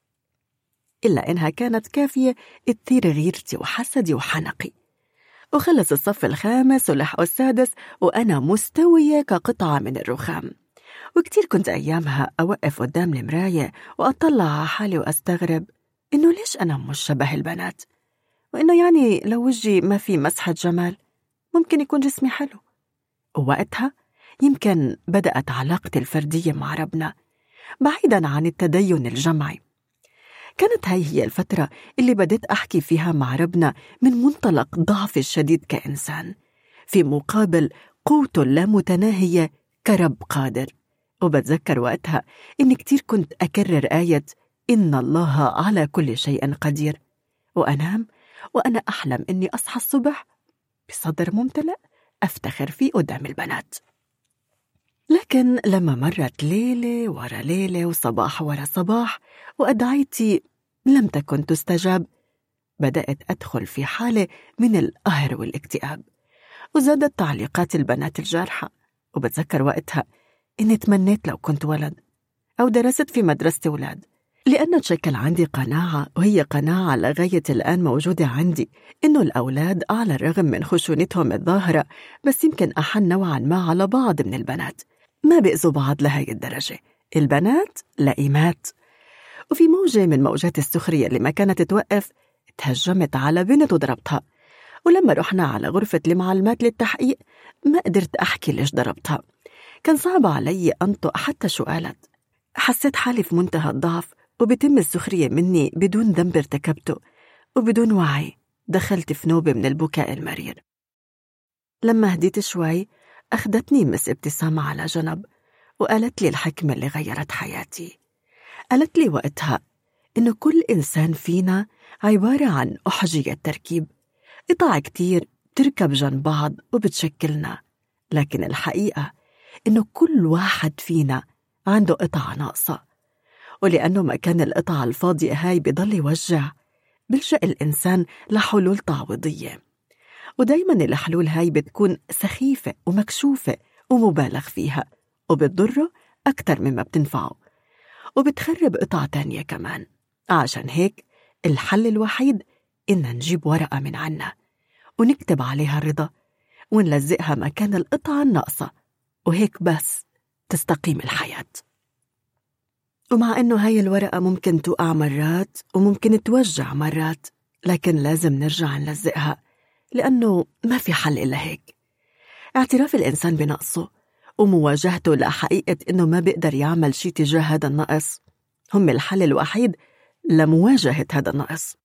إلا إنها كانت كافية تثير غيرتي وحسدي وحنقي. وخلص الصف الخامس ولحقوا السادس وأنا مستوية كقطعة من الرخام. وكتير كنت أيامها أوقف قدام المراية وأطلع على حالي وأستغرب إنه ليش أنا مش شبه البنات، وإنه يعني لو وجهي ما في مسحة جمال ممكن يكون جسمي حلو. ووقتها يمكن بدأت علاقتي الفردية مع ربنا بعيداً عن التدين الجمعي. كانت هي الفترة اللي بديت أحكي فيها مع ربنا من منطلق ضعفي الشديد كإنسان، في مقابل قوته اللامتناهية كرب قادر. وبتذكر وقتها إني كتير كنت أكرر آية إن الله على كل شيء قدير، وأنام وأنا أحلم إني أصحى الصبح بصدر ممتلئ أفتخر فيه قدام البنات. لكن لما مرت ليلة ورا ليلة وصباح ورا صباح وأدعيتي لم تكن تستجاب، بدأت أدخل في حالة من القهر والاكتئاب، وزادت تعليقات البنات الجارحة. وبتذكر وقتها إني تمنيت لو كنت ولد أو درست في مدرسة أولاد، لأن تشكل عندي قناعة، وهي قناعة لغاية الآن موجودة عندي، إنه الأولاد على الرغم من خشونتهم الظاهرة بس يمكن أحن نوعا ما على بعض من البنات، ما بيأذوا بعض لهي الدرجة. البنات لئيمات. وفي موجة من موجات السخرية اللي ما كانت توقف تهجمت على بنت وضربتها، ولما رحنا على غرفة المعلمات للتحقيق ما قدرت أحكي ليش ضربتها. كان صعب علي أنطق حتى شو قالت. حسيت حالي في منتهى الضعف وبتم السخرية مني بدون ذنب ارتكبته، وبدون وعي دخلت في نوبة من البكاء المرير. لما هديت شوي أخدتني مس ابتسام على جنب وقالت لي الحكمة اللي غيرت حياتي. قالت لي وقتها إنه كل إنسان فينا عبارة عن أحجية تركيب، قطع كتير تركب جنب بعض وبتشكلنا، لكن الحقيقة إنه كل واحد فينا عنده قطعة ناقصة، ولأنه مكان القطعة الفاضية هاي بضل يوجع بلجأ الإنسان لحلول تعويضية، ودايما الحلول هاي بتكون سخيفة ومكشوفة ومبالغ فيها وبتضره أكتر مما بتنفعه وبتخرب قطع تانية كمان. عشان هيك الحل الوحيد إن نجيب ورقة من عنا ونكتب عليها الرضا ونلزقها مكان القطعة الناقصة، وهيك بس تستقيم الحياة. ومع إنه هاي الورقة ممكن توقع مرات وممكن توجع مرات، لكن لازم نرجع نلزقها، لأنه ما في حل إلا هيك. اعتراف الإنسان بنقصه ومواجهته لحقيقة إنه ما بيقدر يعمل شي تجاه هذا النقص هم الحل الوحيد لمواجهة هذا النقص.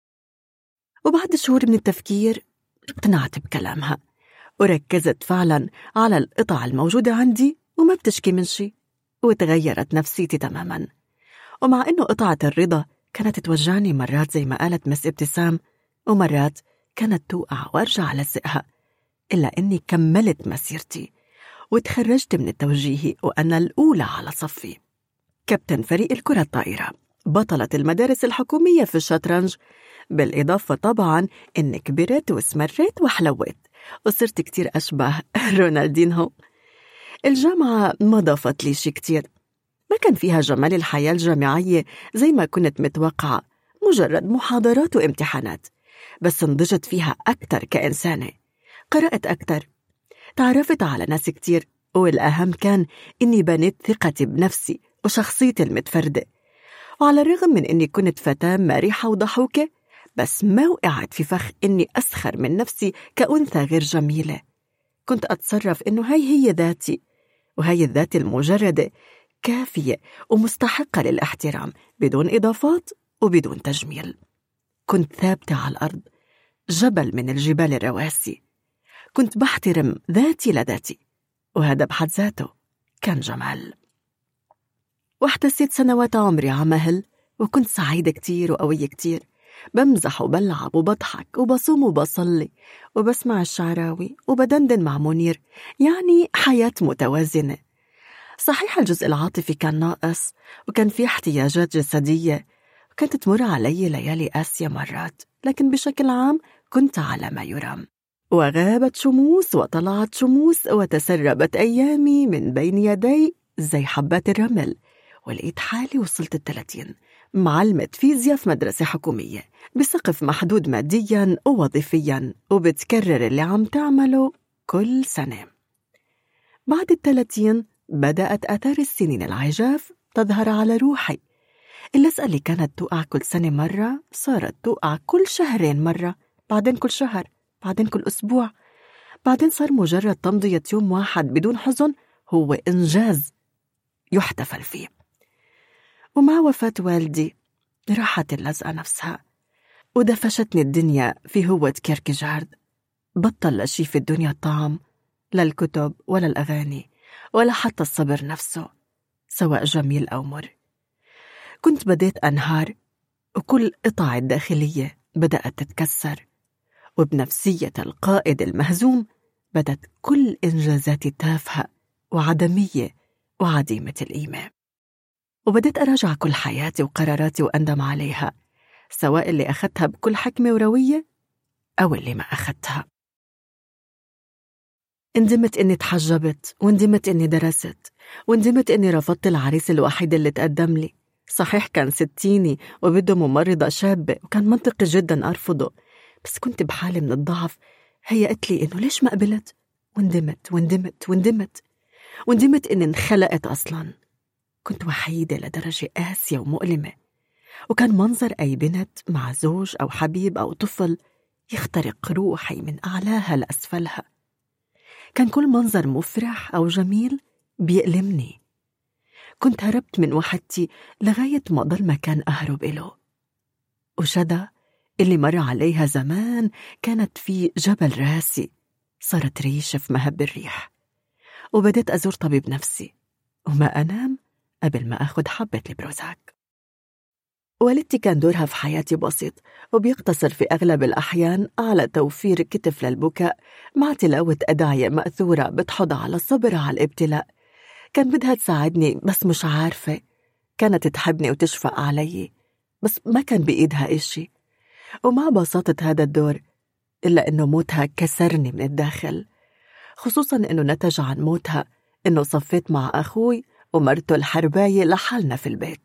وبعد شهور من التفكير اقتنعت بكلامها وركزت فعلا على القطع الموجودة عندي وما بتشكي من شي، وتغيرت نفسيتي تماما. ومع إنه قطعة الرضا كانت توجعني مرات زي ما قالت مس ابتسام، ومرات كانت توقع وارجع لزقها، إلا إني كملت مسيرتي وتخرجت من التوجيهي وأنا الأولى على صفي، كابتن فريق الكرة الطائرة، بطلة المدارس الحكومية في الشطرنج، بالإضافة طبعاً إني كبرت واسمرت وحلوت وصرت كتير أشبه رونالدينهو. الجامعة ما ضافت لي شي كتير، ما كان فيها جمال الحياة الجامعية زي ما كنت متوقعة، مجرد محاضرات وامتحانات، بس نضجت فيها أكتر كإنسانة، قرأت أكتر، تعرفت على ناس كتير، والأهم كان إني بنيت ثقتي بنفسي وشخصيتي المتفردة. وعلى الرغم من إني كنت فتاة مريحة وضحوكة، بس ما وقعت في فخ إني أسخر من نفسي كأنثى غير جميلة. كنت أتصرف إنه هي ذاتي، وهي الذات المجردة كافية ومستحقة للاحترام بدون إضافات وبدون تجميل. كنت ثابتة على الأرض، جبل من الجبال الرواسي. كنت بحترم ذاتي لذاتي، وهذا بحد ذاته كان جمال. واحتسيت سنوات عمري عمهل، وكنت سعيدة كتير وقوية كتير، بمزح وبلعب وبضحك وبصوم وبصلي وبسمع الشعراوي وبدندن مع منير، يعني حياة متوازنة. صحيح الجزء العاطفي كان ناقص، وكان في احتياجات جسدية، وكانت تمر علي ليالي قاسية مرات، لكن بشكل عام كنت على ما يرام. وغابت شموس وطلعت شموس، وتسربت أيامي من بين يدي زي حبات الرمل، ولقيت حالي وصلت 30، معلمة فيزياء في مدرسة حكومية بسقف محدود مادياً ووظيفياً، وبتكرر اللي عم تعمله كل سنة. بعد 30 بدأت آثار السنين العجاف تظهر على روحي. اللزقة اللي كانت توقع كل سنة مرة صارت توقع كل شهرين مرة، بعدين كل شهر، بعدين كل أسبوع، بعدين صار مجرد تمضية يوم واحد بدون حزن هو إنجاز يحتفل فيه. ومع وفاة والدي راحت اللزقة نفسها ودفشتني الدنيا في هوة كيركيجارد. بطل لشي في الدنيا طعم، لا الكتب ولا الأغاني ولا حتى الصبر نفسه، سواء جميل أو مر. كنت بديت أنهار، وكل قطع الداخلية بدأت تتكسر، وبنفسية القائد المهزوم بدت كل إنجازاتي تافهة وعدمية وعديمة القيمة. وبدأت أراجع كل حياتي وقراراتي وأندم عليها، سواء اللي أخذتها بكل حكمة وروية أو اللي ما أخذتها. اندمت إني تحجبت، واندمت إني درست، واندمت إني رفضت العريس الوحيد اللي تقدم لي. صحيح كان 60 وبده ممرضة شابة، وكان منطقي جدا أرفضه، بس كنت بحالة من الضعف هيأت لي إنه ليش ما قبلت. واندمت إني انخلقت أصلا. كنت وحيدة لدرجة قاسية ومؤلمة، وكان منظر أي بنت مع زوج أو حبيب أو طفل يخترق روحي من أعلاها لأسفلها. كان كل منظر مفرح أو جميل بيألمني. كنت هربت من وحدتي لغاية ما ضل مكان أهرب إله. وشدا اللي مر عليها زمان كانت في جبل راسي، صارت ريشة في مهب الريح. وبدأت أزور طبيب نفسي وما أنام قبل ما أخذ حبة البروزاك. والدتي كان دورها في حياتي بسيط، وبيقتصر في أغلب الأحيان على توفير كتف للبكاء مع تلاوة أدعية مأثورة بتحض على الصبر على الابتلاء. كان بدها تساعدني بس مش عارفة. كانت تحبني وتشفق علي بس ما كان بإيدها إشي. ومع بساطة هذا الدور إلا إنه موتها كسرني من الداخل، خصوصاً إنه نتج عن موتها إنه صفيت مع أخوي ومرته الحرباية لحالنا في البيت.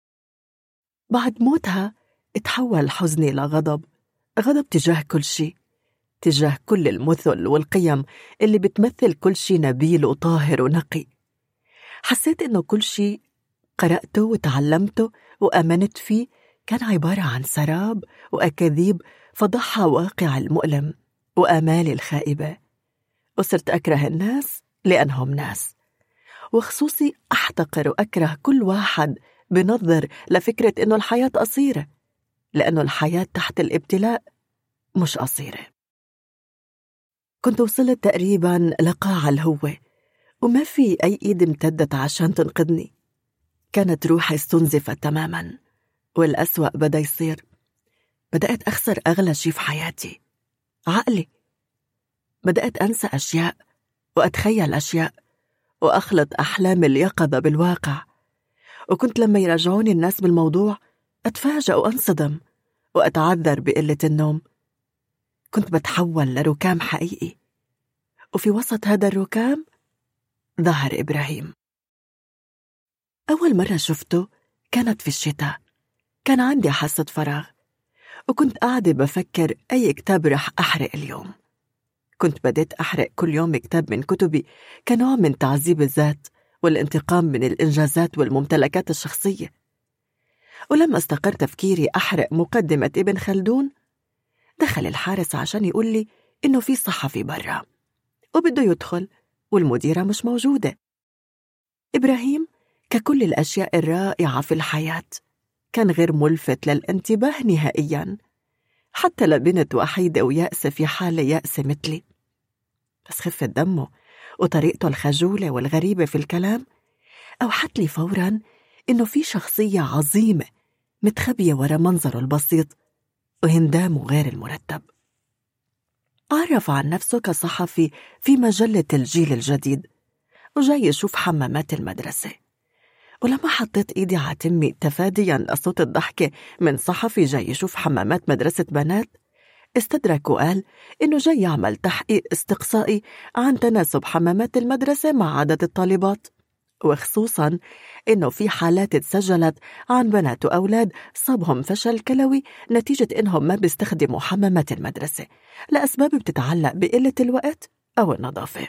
بعد موتها اتحول حزني لغضب، غضب تجاه كل شيء، تجاه كل المثل والقيم اللي بتمثل كل شيء نبيل وطاهر ونقي. حسيت إنه كل شيء قرأته وتعلمته وآمنت فيه كان عبارة عن سراب وأكاذيب فضحها واقع المؤلم وآمالي الخائبة. وصرت أكره الناس لأنهم ناس، وخصوصي أحتقر وأكره كل واحد بنظر لفكرة إنه الحياة قصيرة، لأنه الحياة تحت الابتلاء مش قصيرة. كنت وصلت تقريباً لقاع الهوة وما في أي إيد امتدت عشان تنقذني. كانت روحي استنزفت تماماً، والأسوأ بدأ يصير. بدأت أخسر أغلى شي في حياتي، عقلي. بدأت أنسى أشياء وأتخيل أشياء وأخلط أحلام اليقظة بالواقع. وكنت لما يراجعوني الناس بالموضوع أتفاجأ وأنصدم وأتعذر بقلة النوم. كنت بتحول لركام حقيقي، وفي وسط هذا الركام ظهر إبراهيم. أول مرة شفته كانت في الشتاء. كان عندي حاسة فراغ وكنت قاعدة بفكر أي كتاب رح أحرق اليوم. كنت بديت أحرق كل يوم كتاب من كتبي كنوع من تعذيب الذات والانتقام من الإنجازات والممتلكات الشخصية. ولما استقر تفكيري أحرق مقدمة ابن خلدون، دخل الحارس عشان يقول لي إنه في صحفي برا وبده يدخل والمديرة مش موجودة. إبراهيم ككل الأشياء الرائعة في الحياة كان غير ملفت للانتباه نهائياً، حتى لبنت وحيدة ويأسة في حالة يأسة مثلي. بس خفة دمه وطريقته الخجولة والغريبة في الكلام أوحت لي فوراً إنه في شخصية عظيمة متخبية ورا منظره البسيط وهندامه غير المرتب. عرف عن نفسه كصحفي في مجلة الجيل الجديد وجاي يشوف حمامات المدرسة. ولما حطيت إيدي على تمي تفادياً لصوت الضحكة من صحفي جاي يشوف حمامات مدرسة بنات، استدرك وقال إنه جاي يعمل تحقيق استقصائي عن تناسب حمامات المدرسة مع عدد الطالبات، وخصوصاً إنه في حالات تسجلت عن بنات وأولاد صابهم فشل كلوي نتيجة إنهم ما بيستخدموا حمامات المدرسة لأسباب بتتعلق بقلة الوقت أو النظافة.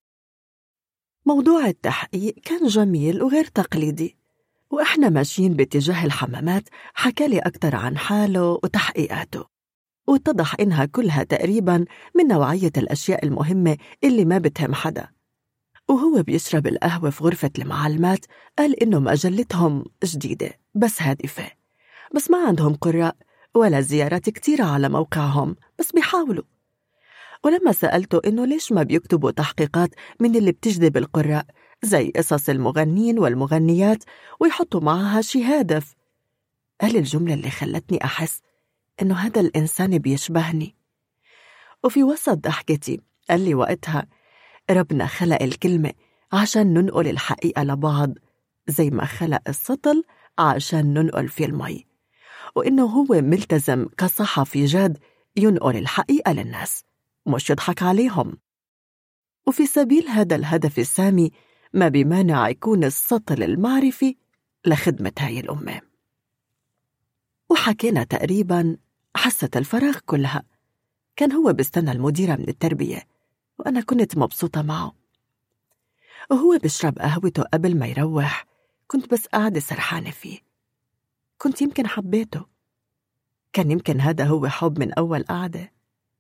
موضوع التحقيق كان جميل وغير تقليدي، وإحنا ماشيين باتجاه الحمامات حكالي أكتر عن حاله وتحقيقاته، واتضح إنها كلها تقريباً من نوعية الأشياء المهمة اللي ما بتهم حدا. وهو بيشرب القهوة في غرفة المعلمات قال إنه مجلتهم جديدة بس هادفة، بس ما عندهم قراء ولا زيارات كتيرة على موقعهم، بس بيحاولوا. ولما سألته إنه ليش ما بيكتبوا تحقيقات من اللي بتجذب القراء زي قصص المغنين والمغنيات ويحطوا معها شي هدف، قال الجملة اللي خلتني أحس إنه هذا الإنسان بيشبهني. وفي وسط ضحكتي قال لي وقتها ربنا خلق الكلمة عشان ننقل الحقيقة لبعض زي ما خلق السطل عشان ننقل في المي، وإنه هو ملتزم كصحفي جاد ينقل الحقيقة للناس مش يضحك عليهم. وفي سبيل هذا الهدف السامي ما بمانع يكون السطل المعرفي لخدمة هاي الأمة. وحكينا تقريباً حاسة الفراغ كلها. كان هو بيستنى المديرة من التربية وأنا كنت مبسوطة معه، وهو بيشرب قهوته قبل ما يروح كنت بس قاعدة سرحانة فيه. كنت يمكن حبيته، كان يمكن هذا هو حب من أول قعدة،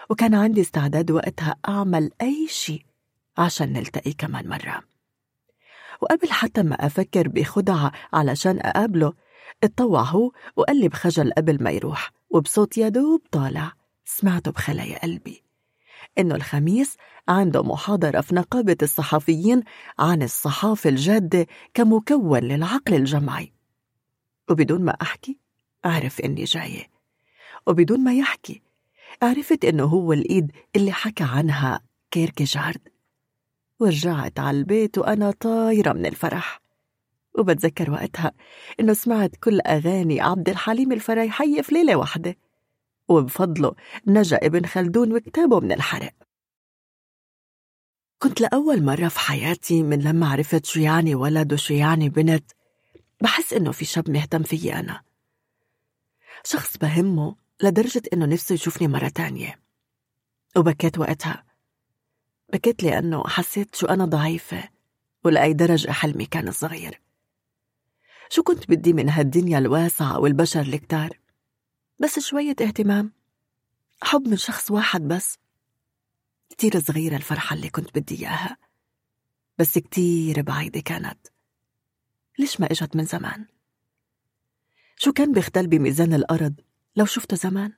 وكان عندي استعداد وقتها أعمل أي شيء عشان نلتقي كمان مرة. وقبل حتى ما أفكر بخدعة علشان أقابله، اتطوع هو وقال لي بخجل قبل ما يروح وبصوت يدوب طالع سمعته بخلايا قلبي إنه الخميس عنده محاضرة في نقابة الصحفيين عن الصحافة الجادة كمكون للعقل الجمعي. وبدون ما أحكي أعرف إني جاية، وبدون ما يحكي عرفت إنه هو الإيد اللي حكى عنها كيركيغارد. ورجعت على البيت وأنا طايرة من الفرح. وبتذكر وقتها إنه سمعت كل أغاني عبد الحليم الفريحية في ليلة واحدة، وبفضله نجا ابن خلدون وكتابه من الحرق. كنت لأول مرة في حياتي من لما عرفت شو يعني ولد وشو يعني بنت بحس إنه في شاب مهتم فيي أنا، شخص بهمه لدرجة إنه نفسه يشوفني مرة تانية. وبكيت وقتها، بكيت لأنه حسيت شو أنا ضعيفة ولأي درجة حلمي كان صغير. شو كنت بدي من هالدنيا الواسعة والبشر الكتار؟ بس شوية اهتمام، حب من شخص واحد بس. كتير صغيرة الفرحة اللي كنت بدي إياها، بس كتير بعيدة كانت. ليش ما إجت من زمان؟ شو كان بيختل بميزان الأرض لو شفته زمان؟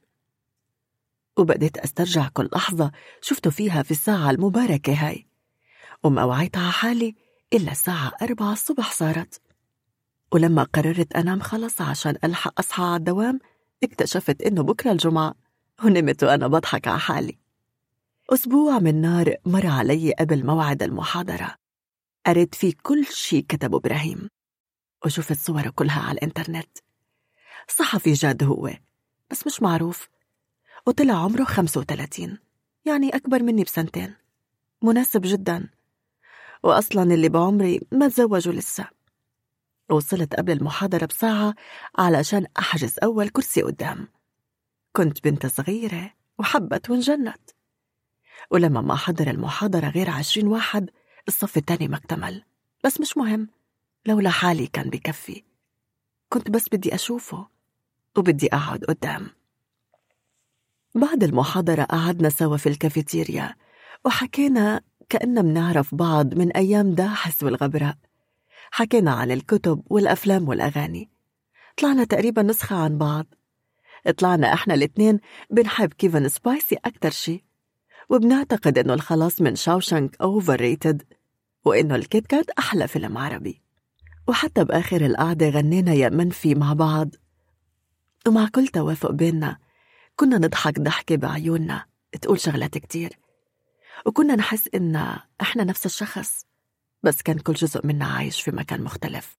وبديت أسترجع كل لحظة شفته فيها في الساعة المباركة هاي، وما وعيت على حالي إلا الساعة 4 الصبح صارت. ولما قررت أنام خلص عشان ألحق أصحى على الدوام، اكتشفت إنه بكرة الجمعة، ونمت وأنا بضحك على حالي. أسبوع من نار مر علي قبل موعد المحاضرة، قريت فيه كل شي كتبه إبراهيم، وشوفت صوره كلها على الإنترنت. صحفي جاد هو، بس مش معروف، وطلع عمره 35، يعني أكبر مني ب2 مناسب جدا. وأصلا اللي بعمري ما تزوجوا لسه. وصلت قبل المحاضرة بساعة علشان أحجز أول كرسي قدام. كنت بنت صغيرة وحبت وانجنت. ولما ما حضر المحاضرة غير 20 واحد، الصف التاني ما اكتمل، بس مش مهم، لولا حالي كان بكفي. كنت بس بدي أشوفه وبدي أقعد قدام. بعد المحاضرة قعدنا سوا في الكافيتيريا وحكينا كأننا منعرف بعض من أيام داحس والغبراء. حكينا عن الكتب والأفلام والأغاني، طلعنا تقريبا نسخة عن بعض. طلعنا إحنا الاتنين بنحب كيفن سبايسي أكتر شي، وبنعتقد إنه الخلاص من شاوشانك overrated، وإنه الكيت كات أحلى فيلم عربي. وحتى بآخر القعدة غنينا يا منفي مع بعض. ومع كل توافق بيننا كنا نضحك ضحكة بعيوننا تقول شغلات كتير، وكنا نحس إن إحنا نفس الشخص، بس كان كل جزء منا عايش في مكان مختلف.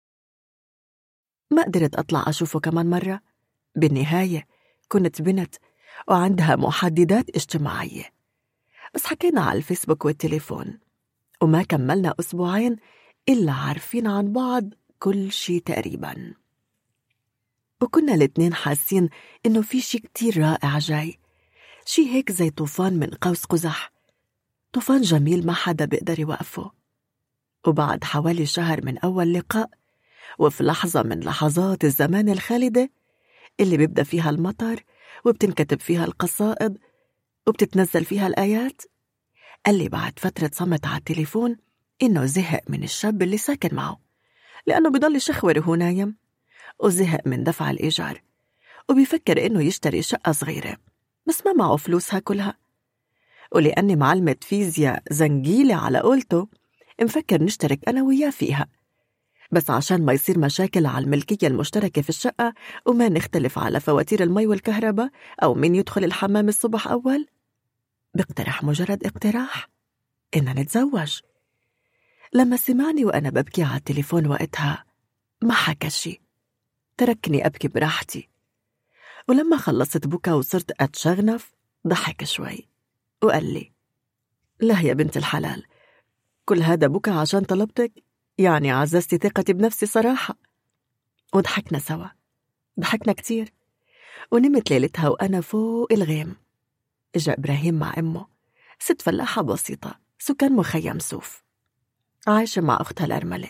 ما قدرت أطلع أشوفه كمان مرة. بالنهاية كنت بنت وعندها محددات اجتماعية، بس حكينا على الفيسبوك والتليفون، وما كملنا أسبوعين إلا عارفين عن بعض كل شي تقريباً. وكنا الاتنين حاسين إنه في شي كتير رائع جاي، شي هيك زي طوفان من قوس قزح، طوفان جميل ما حدا بيقدر يوقفه. وبعد حوالي شهر من أول لقاء، وفي لحظة من لحظات الزمان الخالدة اللي بيبدأ فيها المطر وبتنكتب فيها القصائد وبتتنزل فيها الآيات، قال لي بعد فترة صمت على التليفون إنه زهق من الشاب اللي ساكن معه، لأنه بيضل يشخور وهو نايم، وزهق من دفع الإيجار، وبيفكر إنه يشتري شقة صغيرة، بس ما معه فلوسها كلها. ولأني معلمة فيزياء زنجيلة على قولته، مفكر نشترك أنا وياه فيها، بس عشان ما يصير مشاكل على الملكية المشتركة في الشقة، وما نختلف على فواتير المي والكهرباء أو مين يدخل الحمام الصبح أول، بقترح مجرد اقتراح إننا نتزوج. لما سمعني وأنا ببكي على التليفون وقتها ما حكى شي، تركني أبكي براحتي. ولما خلصت بكى وصرت أتشغنف، ضحك شوي وقال لي: لا يا بنت الحلال، كل هذا بكى عشان طلبتك؟ يعني عززتي ثقتي بنفسي صراحة. وضحكنا سوا، ضحكنا كتير، ونمت ليلتها وأنا فوق الغيم. إجا إبراهيم مع أمه، ست فلاحة بسيطة، سكان مخيم سوف، عايشة مع أختها الأرملة،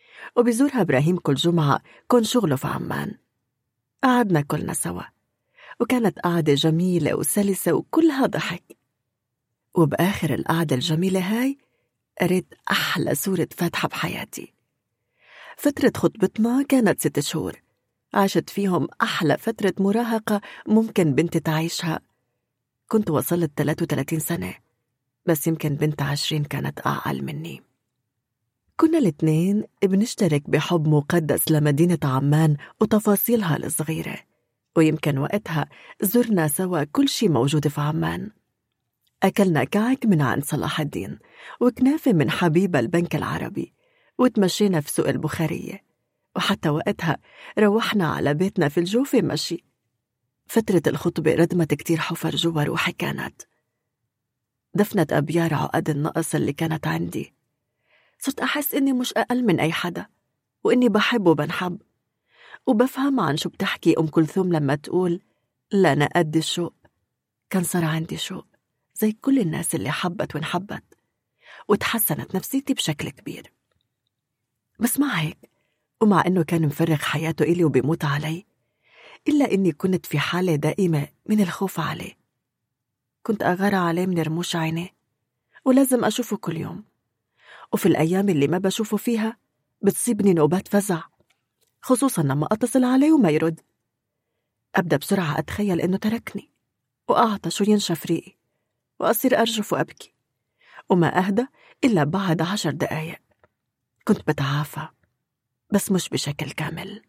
وبيزورها إبراهيم كل جمعة كون شغله في عمان. قعدنا كلنا سوا، وكانت قعدة جميلة وسلسة وكلها ضحك. وبآخر القعدة الجميلة هاي قريت أحلى سورة فاتحة بحياتي. فترة خطبتنا كانت 6 شهور، عاشت فيهم أحلى فترة مراهقة ممكن بنت تعيشها. كنت وصلت 33 سنة، بس يمكن بنت 20 كانت أقل مني. كنا الاثنين بنشترك بحب مقدس لمدينة عمان وتفاصيلها الصغيرة، ويمكن وقتها زرنا سوا كل شي موجود في عمان. أكلنا كعك من عند صلاح الدين وكنافة من حبيبة البنك العربي، وتمشينا في سوق البخارية، وحتى وقتها روحنا على بيتنا في الجوفة مشي. فترة الخطبة ردمت كتير حفر جوا روحي، كانت دفنت أبيار عقد النقص اللي كانت عندي. صرت أحس إني مش أقل من أي حدا، وإني بحب وبنحب، وبفهم عن شو بتحكي أم كلثوم لما تقول لا أنا قد الشوق. كان صار عندي شوق زي كل الناس اللي حبت وانحبت، وتحسنت نفسيتي بشكل كبير. بس مع هيك، ومع إنه كان مفرغ حياته إلي وبيموت علي، إلا إني كنت في حالة دائمة من الخوف عليه. كنت أغار عليه من رموش عينيه، ولازم أشوفه كل يوم. وفي الأيام اللي ما بشوفه فيها بتصيبني نوبات فزع، خصوصاً لما أتصل عليه وما يرد. أبدأ بسرعة أتخيل إنه تركني وأعطش وينشف ريقي، وأصير أرجف وأبكي، وما أهدى إلا بعد 10 دقايق. كنت بتعافى، بس مش بشكل كامل.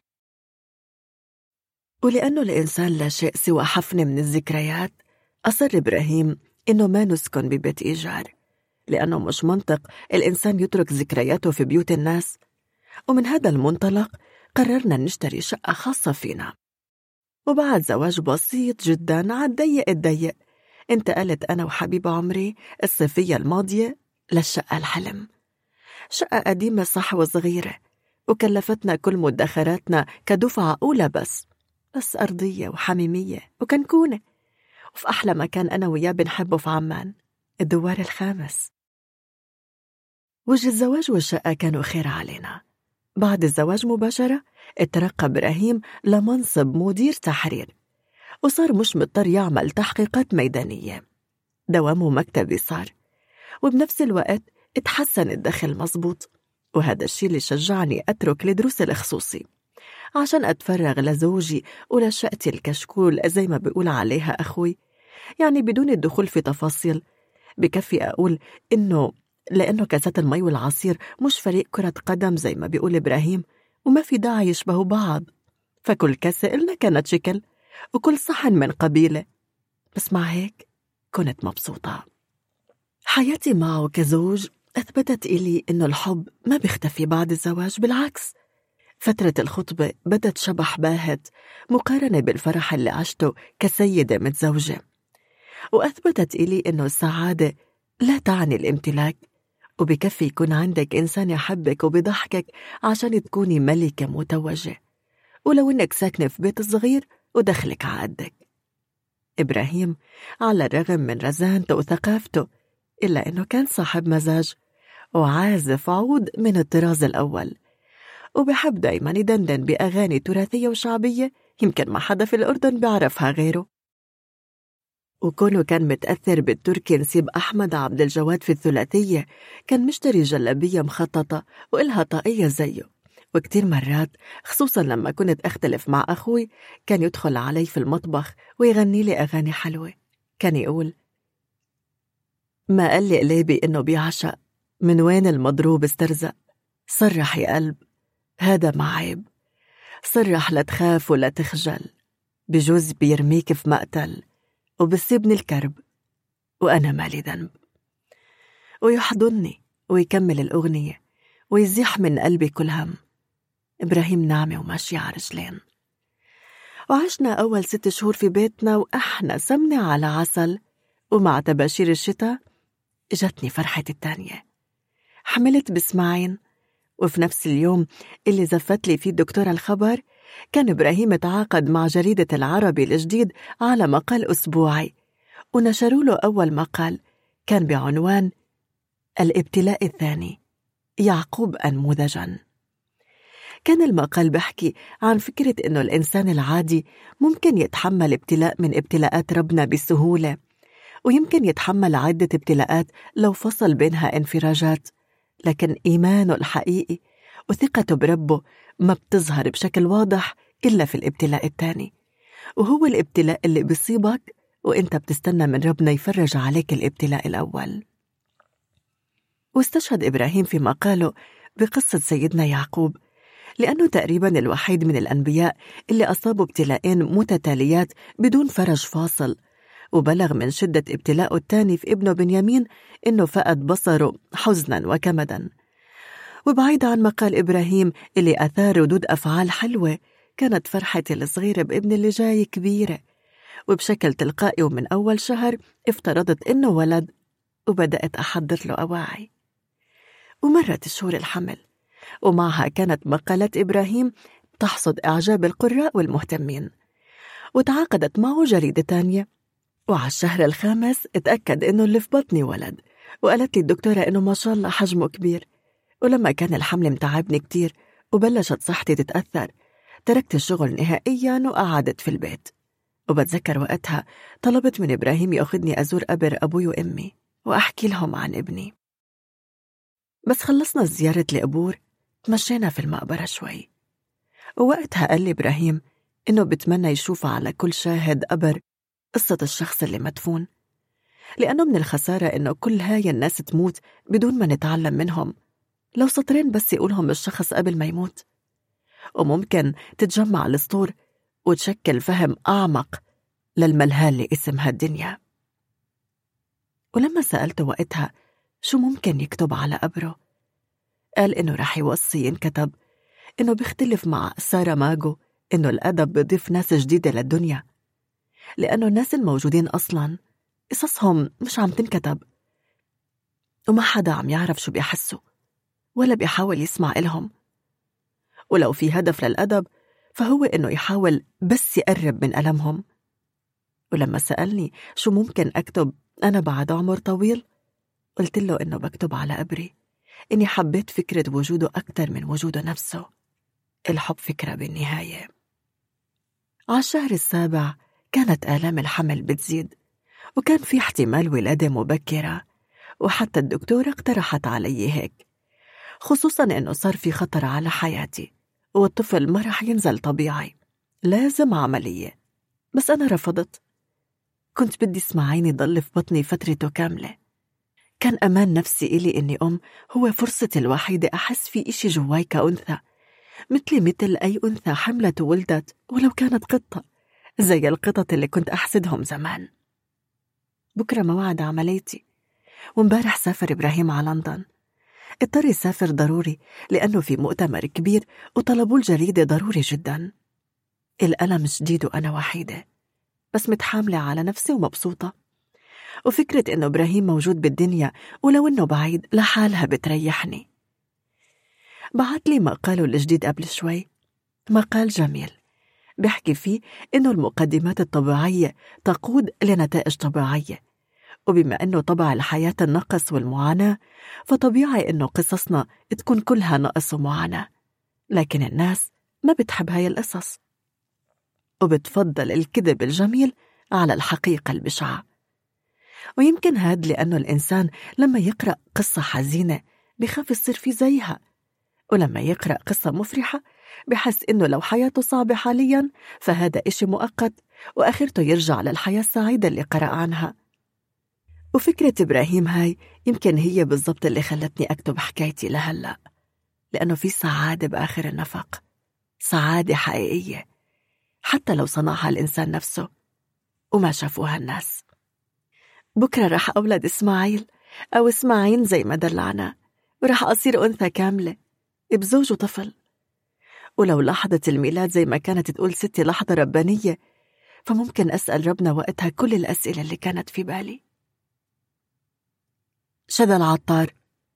ولأنه الإنسان لا شيء سوى حفنة من الذكريات، أصر إبراهيم إنه ما نسكن ببيت إيجار، لأنه مش منطق الإنسان يترك ذكرياته في بيوت الناس. ومن هذا المنطلق قررنا نشتري شقة خاصة فينا. وبعد زواج بسيط جدا عالضيق الضيق، انتقلت أنا وحبيب عمري الصيفية الماضية للشقة الحلم. شقة قديمة صح وصغيرة، وكلفتنا كل مدخراتنا كدفعة أولى، بس أرضية وحميمية وكنكونة، وفي أحلى مكان أنا وياه بنحبه في عمان، الدوار الخامس. وجه الزواج والشقة كانوا خير علينا. بعد الزواج مباشرة اترقى إبراهيم لمنصب مدير تحرير، وصار مش مضطر يعمل تحقيقات ميدانية، دوامه مكتبي صار. وبنفس الوقت اتحسن الدخل مزبوط، وهذا الشيء اللي شجعني أترك الدروس الخصوصي عشان أتفرغ لزوجي ولشقتي الكشكول زي ما بيقول عليها أخوي. يعني بدون الدخول في تفاصيل، بكفي أقول إنه لأنه كاسات المي والعصير مش فريق كرة قدم زي ما بيقول إبراهيم، وما في داعي يشبهوا بعض، فكل كاسة إلنا كانت شكل، وكل صحن من قبيلة. بس مع هيك كنت مبسوطة. حياتي معه كزوج أثبتت إلي إنه الحب ما بيختفي بعد الزواج، بالعكس. فترة الخطبة بدت شبح باهت مقارنة بالفرح اللي عشته كسيدة متزوجة، وأثبتت إلي إنه السعادة لا تعني الامتلاك، وبكفي يكون عندك إنسان يحبك وبيضحكك عشان تكوني ملكة متوجة، ولو إنك ساكنة في بيت صغير ودخلك عقدك. إبراهيم على الرغم من رزانته وثقافته، إلا إنه كان صاحب مزاج وعازف عود من الطراز الأول، وبحب دايما يدندن بأغاني تراثية وشعبية يمكن ما حدا في الأردن بيعرفها غيره. وكونه كان متأثر بالتركي نسيب أحمد عبد الجواد في الثلاثية، كان مشتري جلابية مخططة وإلها طاقية زيه. وكتير مرات خصوصا لما كنت أختلف مع أخوي، كان يدخل علي في المطبخ ويغني لي أغاني حلوة. كان يقول ما قال لي قليبي إنه بيعشق، من وين المضروب استرزق، صرح يا قلب هذا ما عيب، صرح لا تخاف ولا تخجل، بجوز بيرميك في مقتل وبسيبني الكرب وأنا مالي ذنب. ويحضني ويكمل الأغنية ويزيح من قلبي كل هم. إبراهيم ناعمة وماشية على رجلين. وعشنا أول 6 شهور في بيتنا وإحنا سمنة على عسل. ومع تباشير الشتاء جتني فرحة التانية، حملت بإسماعيل. وفي نفس اليوم اللي زفت لي فيه الدكتورة الخبر، كان إبراهيم تعاقد مع جريدة العربي الجديد على مقال أسبوعي، ونشروا له أول مقال كان بعنوان الابتلاء الثاني، يعقوب أنموذجا. كان المقال بحكي عن فكرة إنه الإنسان العادي ممكن يتحمل ابتلاء من ابتلاءات ربنا بسهولة، ويمكن يتحمل عدة ابتلاءات لو فصل بينها انفراجات، لكن إيمانه الحقيقي وثقته بربه ما بتظهر بشكل واضح إلا في الابتلاء الثاني، وهو الابتلاء اللي بيصيبك وإنت بتستنى من ربنا يفرج عليك الابتلاء الأول. واستشهد إبراهيم في مقاله بقصة سيدنا يعقوب، لأنه تقريبا الوحيد من الأنبياء اللي أصابوا ابتلاءين متتاليات بدون فرج فاصل، وبلغ من شدة ابتلاءه الثاني في ابنه بنيامين إنه فقد بصره حزنا وكمدا. وبعيد عن مقال إبراهيم اللي أثار ردود أفعال حلوة، كانت فرحتي الصغيرة بابن اللي جاي كبيرة، وبشكل تلقائي ومن أول شهر افترضت إنه ولد، وبدأت أحضر له أواعي. ومرت شهور الحمل، ومعها كانت مقالات إبراهيم تحصد إعجاب القراء والمهتمين، وتعاقدت معه جريدة تانية. وعلى الشهر الخامس اتأكد إنه اللي في بطني ولد، وقالت لي الدكتورة إنه ما شاء الله حجمه كبير. ولما كان الحمل متعبني كتير وبلشت صحتي تتأثر، تركت الشغل نهائياً وقعدت في البيت. وبتذكر وقتها طلبت من إبراهيم يأخذني أزور قبر أبوي وأمي وأحكي لهم عن ابني. بس خلصنا زيارة القبور تمشينا في المقبرة شوي، ووقتها قال لي إبراهيم إنه بتمنى يشوف على كل شاهد قبر قصة الشخص اللي مدفون، لأنه من الخسارة إنه كل هاي الناس تموت بدون ما نتعلم منهم، لو سطرين بس يقولهم الشخص قبل ما يموت. وممكن تتجمع السطور وتشكل فهم أعمق للملهى اللي اسمها الدنيا. ولما سألته وقتها شو ممكن يكتب على قبره، قال إنه رح يوصي ينكتب إنه بيختلف مع سارة ماجو إنه الأدب بيضيف ناس جديدة للدنيا، لأنه الناس الموجودين أصلاً قصصهم مش عم تنكتب، وما حدا عم يعرف شو بيحسوا ولا بيحاول يسمع إلهم. ولو في هدف للأدب فهو إنه يحاول بس يقرب من ألمهم. ولما سألني شو ممكن أكتب أنا بعد عمر طويل، قلت له إنه بكتب على قبري إني حبيت فكرة وجوده أكتر من وجوده نفسه. الحب فكرة بالنهاية. على الشهر السابع كانت آلام الحمل بتزيد، وكان في احتمال ولادة مبكرة، وحتى الدكتورة اقترحت علي هيك، خصوصاً إنه صار في خطر على حياتي والطفل ما رح ينزل طبيعي، لازم عملية. بس أنا رفضت، كنت بدي اسماعيل ضل في بطني فترته كاملة. كان أمان نفسي إلي إني هو فرصتي الوحيدة أحس في إشي جواي كأنثى، مثل أي أنثى حملت وولدت، ولو كانت قطة زي القطط اللي كنت أحسدهم زمان. بكرة موعد عمليتي، ومبارح سافر إبراهيم على لندن. اضطر يسافر ضروري لأنه في مؤتمر كبير وطلبوا الجريدة ضروري جدا. الألم شديد وأنا وحيدة، بس متحاملة على نفسي ومبسوطة. وفكرة إنه إبراهيم موجود بالدنيا ولو إنه بعيد لحالها بتريحني. بعت لي مقاله الجديد قبل شوي، مقال جميل بيحكي فيه إنه المقدمات الطبيعية تقود لنتائج طبيعية، وبما إنه طبع الحياة النقص والمعاناة، فطبيعي إنه قصصنا تكون كلها نقص ومعاناة. لكن الناس ما بتحب هاي القصص، وبتفضل الكذب الجميل على الحقيقة البشعة. ويمكن هاد لأنه الإنسان لما يقرأ قصة حزينة بيخاف يصير في زيها، ولما يقرأ قصة مفرحة بحس إنه لو حياته صعبة حاليا فهذا إشي مؤقت وآخرته يرجع للحياة السعيدة اللي قرأ عنها. وفكرة إبراهيم هاي يمكن هي بالضبط اللي خلتني أكتب حكايتي لهلأ، لأنه في سعادة بآخر النفق، سعادة حقيقية حتى لو صنعها الإنسان نفسه وما شافوها الناس. بكرة رح أولد إسماعيل أو إسماعيل زي ما دلعنا، ورح أصير أنثى كاملة بزوج وطفل. ولو لحظة الميلاد زي ما كانت تقول ستي لحظة ربانية، فممكن أسأل ربنا وقتها كل الأسئلة اللي كانت في بالي. شذا العطار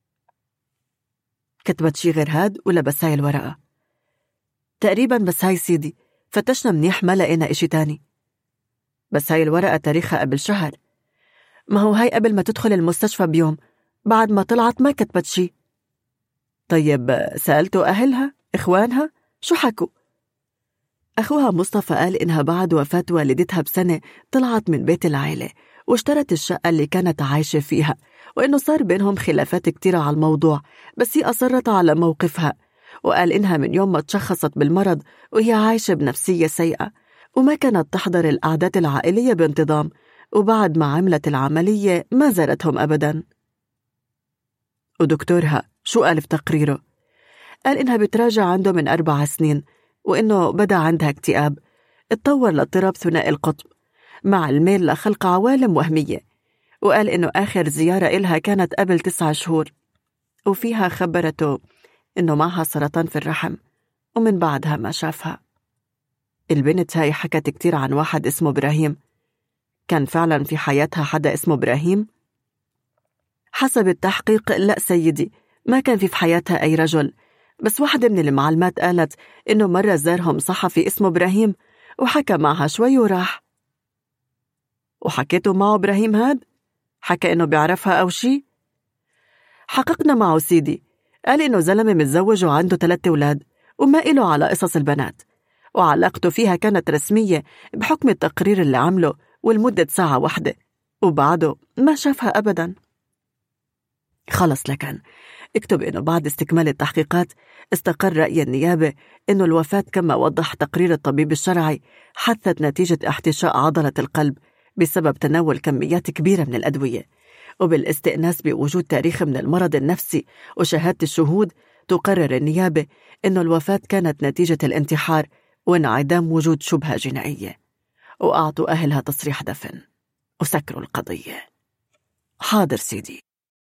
كتبت شي غير هاد ولا بس هاي الورقة؟ تقريبا بس هاي سيدي، فتشنا منيح ما لقينا إشي تاني. بس هاي الورقة تاريخها قبل شهر. ما هو هاي قبل ما تدخل المستشفى بيوم، بعد ما طلعت ما كتبت شي. طيب سألتوا أهلها إخوانها شو حكوا؟ أخوها مصطفى قال إنها بعد وفاة والدتها بسنة طلعت من بيت العائلة واشترت الشقة اللي كانت عايشة فيها، وإنه صار بينهم خلافات كتيرة على الموضوع، بس هي أصرت على موقفها، وقال إنها من يوم ما تشخصت بالمرض وهي عايشة بنفسية سيئة وما كانت تحضر القعدات العائلية بانتظام، وبعد ما عملت العملية ما زارتهم أبداً. ودكتورها شو قال في تقريره؟ قال إنها بتراجع عنده من 4 سنين، وإنه بدأ عندها اكتئاب اتطور لاضطراب ثنائي القطب مع الميل لخلق عوالم وهمية، وقال إنه آخر زيارة إلها كانت قبل 9 شهور، وفيها خبرته إنه معها سرطان في الرحم، ومن بعدها ما شافها. البنت هاي حكت كتير عن واحد اسمه إبراهيم. كان فعلا في حياتها حدا اسمه إبراهيم؟ حسب التحقيق لا سيدي، ما كان في حياتها أي رجل، بس واحدة من المعلمات قالت إنه مرة زارهم صحفي اسمه إبراهيم وحكى معها شوي وراح. وحكيتوا معه إبراهيم هاد؟ حكى إنه بيعرفها أو شي؟ حققنا معه سيدي، قال إنه زلمة متزوج وعنده 3 أولاد وما إله على قصص البنات، وعلاقته فيها كانت رسمية بحكم التقرير اللي عمله والمدة 1 ساعة، وبعده ما شافها أبداً. خلص لكن اكتب إنه بعد استكمال التحقيقات استقر رأي النيابة إنه الوفاة كما وضح تقرير الطبيب الشرعي حدثت نتيجة احتشاء عضلة القلب بسبب تناول كميات كبيرة من الأدوية، وبالاستئناس بوجود تاريخ من المرض النفسي وشهادة الشهود تقرر النيابة إنه الوفاة كانت نتيجة الانتحار وانعدام وجود شبهة جنائية، وأعطوا أهلها تصريح دفن وسكروا القضية. حاضر سيدي.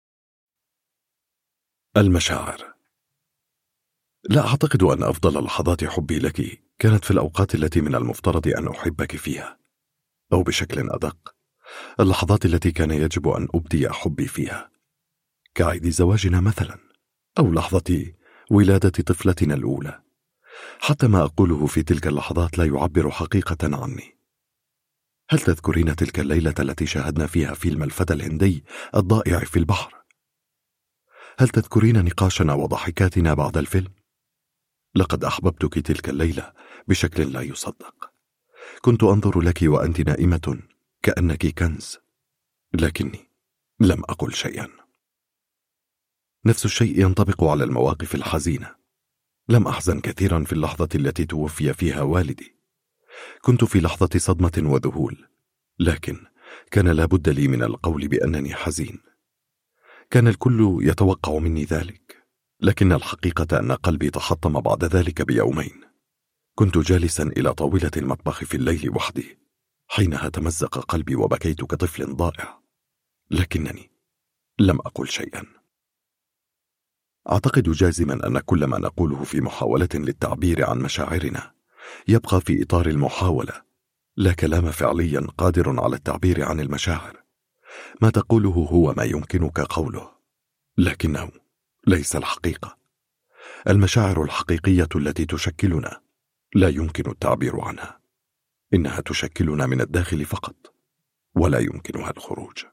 المشاعر. لا أعتقد أن أفضل لحظات حبي لك كانت في الأوقات التي من المفترض أن أحبك فيها، أو بشكل أدق اللحظات التي كان يجب أن أبدي حبي فيها، كعيد زواجنا مثلا، أو لحظة ولادة طفلتنا الأولى. حتى ما أقوله في تلك اللحظات لا يعبر حقيقة عني. هل تذكرين تلك الليلة التي شاهدنا فيها فيلم الفتى الهندي الضائع في البحر؟ هل تذكرين نقاشنا وضحكاتنا بعد الفيلم؟ لقد أحببتك تلك الليلة بشكل لا يصدق. كنت أنظر لك وأنت نائمة كأنك كنز، لكني لم أقل شيئا. نفس الشيء ينطبق على المواقف الحزينة. لم أحزن كثيرا في اللحظة التي توفي فيها والدي. كنت في لحظة صدمة وذهول، لكن كان لابد لي من القول بأنني حزين. كان الكل يتوقع مني ذلك، لكن الحقيقة أن قلبي تحطم بعد ذلك ب2 كنت جالسا إلى طاولة المطبخ في الليل وحدي، حينها تمزق قلبي وبكيت كطفل ضائع، لكنني لم أقل شيئا. أعتقد جازما أن كل ما نقوله في محاولة للتعبير عن مشاعرنا يبقى في إطار المحاولة، لا كلام فعليا قادر على التعبير عن المشاعر. ما تقوله هو ما يمكنك قوله، لكنه ليس الحقيقة. المشاعر الحقيقية التي تشكلنا لا يمكن التعبير عنها. إنها تشكلنا من الداخل فقط، ولا يمكنها الخروج.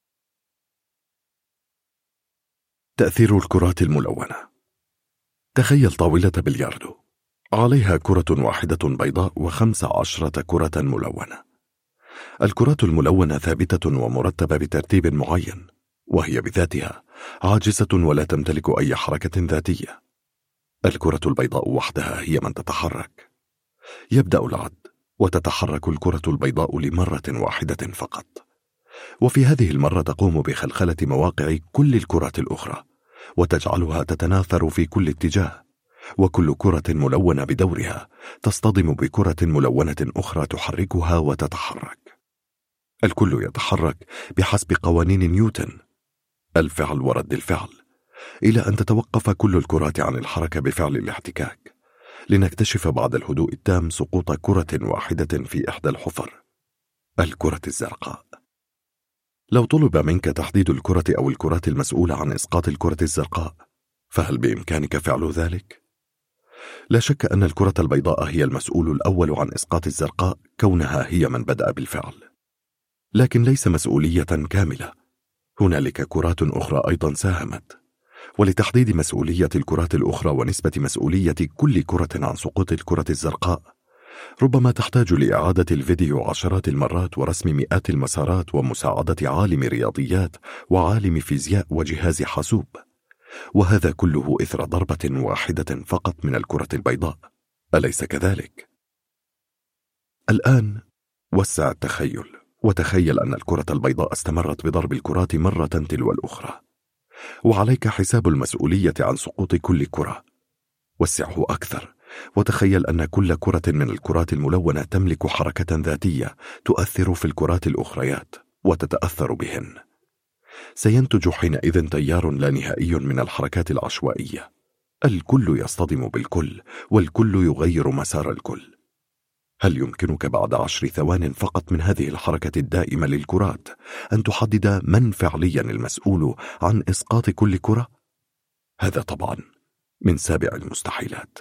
تأثير الكرات الملونة. تخيل طاولة بلياردو عليها كرة واحدة بيضاء و15 كرة ملونة. الكرات الملونة ثابتة ومرتبة بترتيب معين، وهي بذاتها عاجزة ولا تمتلك أي حركة ذاتية. الكرة البيضاء وحدها هي من تتحرك. يبدأ العد وتتحرك الكرة البيضاء لمرة واحدة فقط، وفي هذه المرة تقوم بخلخلة مواقع كل الكرات الأخرى وتجعلها تتناثر في كل اتجاه، وكل كرة ملونة بدورها تصطدم بكرة ملونة أخرى تحركها وتتحرك. الكل يتحرك بحسب قوانين نيوتن، الفعل ورد الفعل، إلى أن تتوقف كل الكرات عن الحركة بفعل الاحتكاك، لنكتشف بعد الهدوء التام سقوط كرة واحدة في إحدى الحفر، الكرة الزرقاء. لو طلب منك تحديد الكرة أو الكرات المسؤولة عن إسقاط الكرة الزرقاء، فهل بإمكانك فعل ذلك؟ لا شك أن الكرة البيضاء هي المسؤول الأول عن إسقاط الزرقاء، كونها هي من بدأ بالفعل، لكن ليس مسؤولية كاملة. هنالك كرات أخرى أيضا ساهمت، ولتحديد مسؤولية الكرات الأخرى ونسبة مسؤولية كل كرة عن سقوط الكرة الزرقاء، ربما تحتاج لإعادة الفيديو عشرات المرات ورسم مئات المسارات ومساعدة عالم رياضيات وعالم فيزياء وجهاز حاسوب، وهذا كله إثر ضربة واحدة فقط من الكرة البيضاء، أليس كذلك؟ الآن وسع التخيل وتخيل أن الكرة البيضاء استمرت بضرب الكرات مرة تلو الأخرى، وعليك حساب المسؤولية عن سقوط كل كرة. وسعه أكثر وتخيل أن كل كرة من الكرات الملونة تملك حركة ذاتية تؤثر في الكرات الأخريات وتتأثر بهن. سينتج حينئذ تيار لا نهائي من الحركات العشوائية، الكل يصطدم بالكل والكل يغير مسار الكل. هل يمكنك بعد 10 ثوان فقط من هذه الحركة الدائمة للكرات أن تحدد من فعليا المسؤول عن إسقاط كل كرة؟ هذا طبعا من سابع المستحيلات.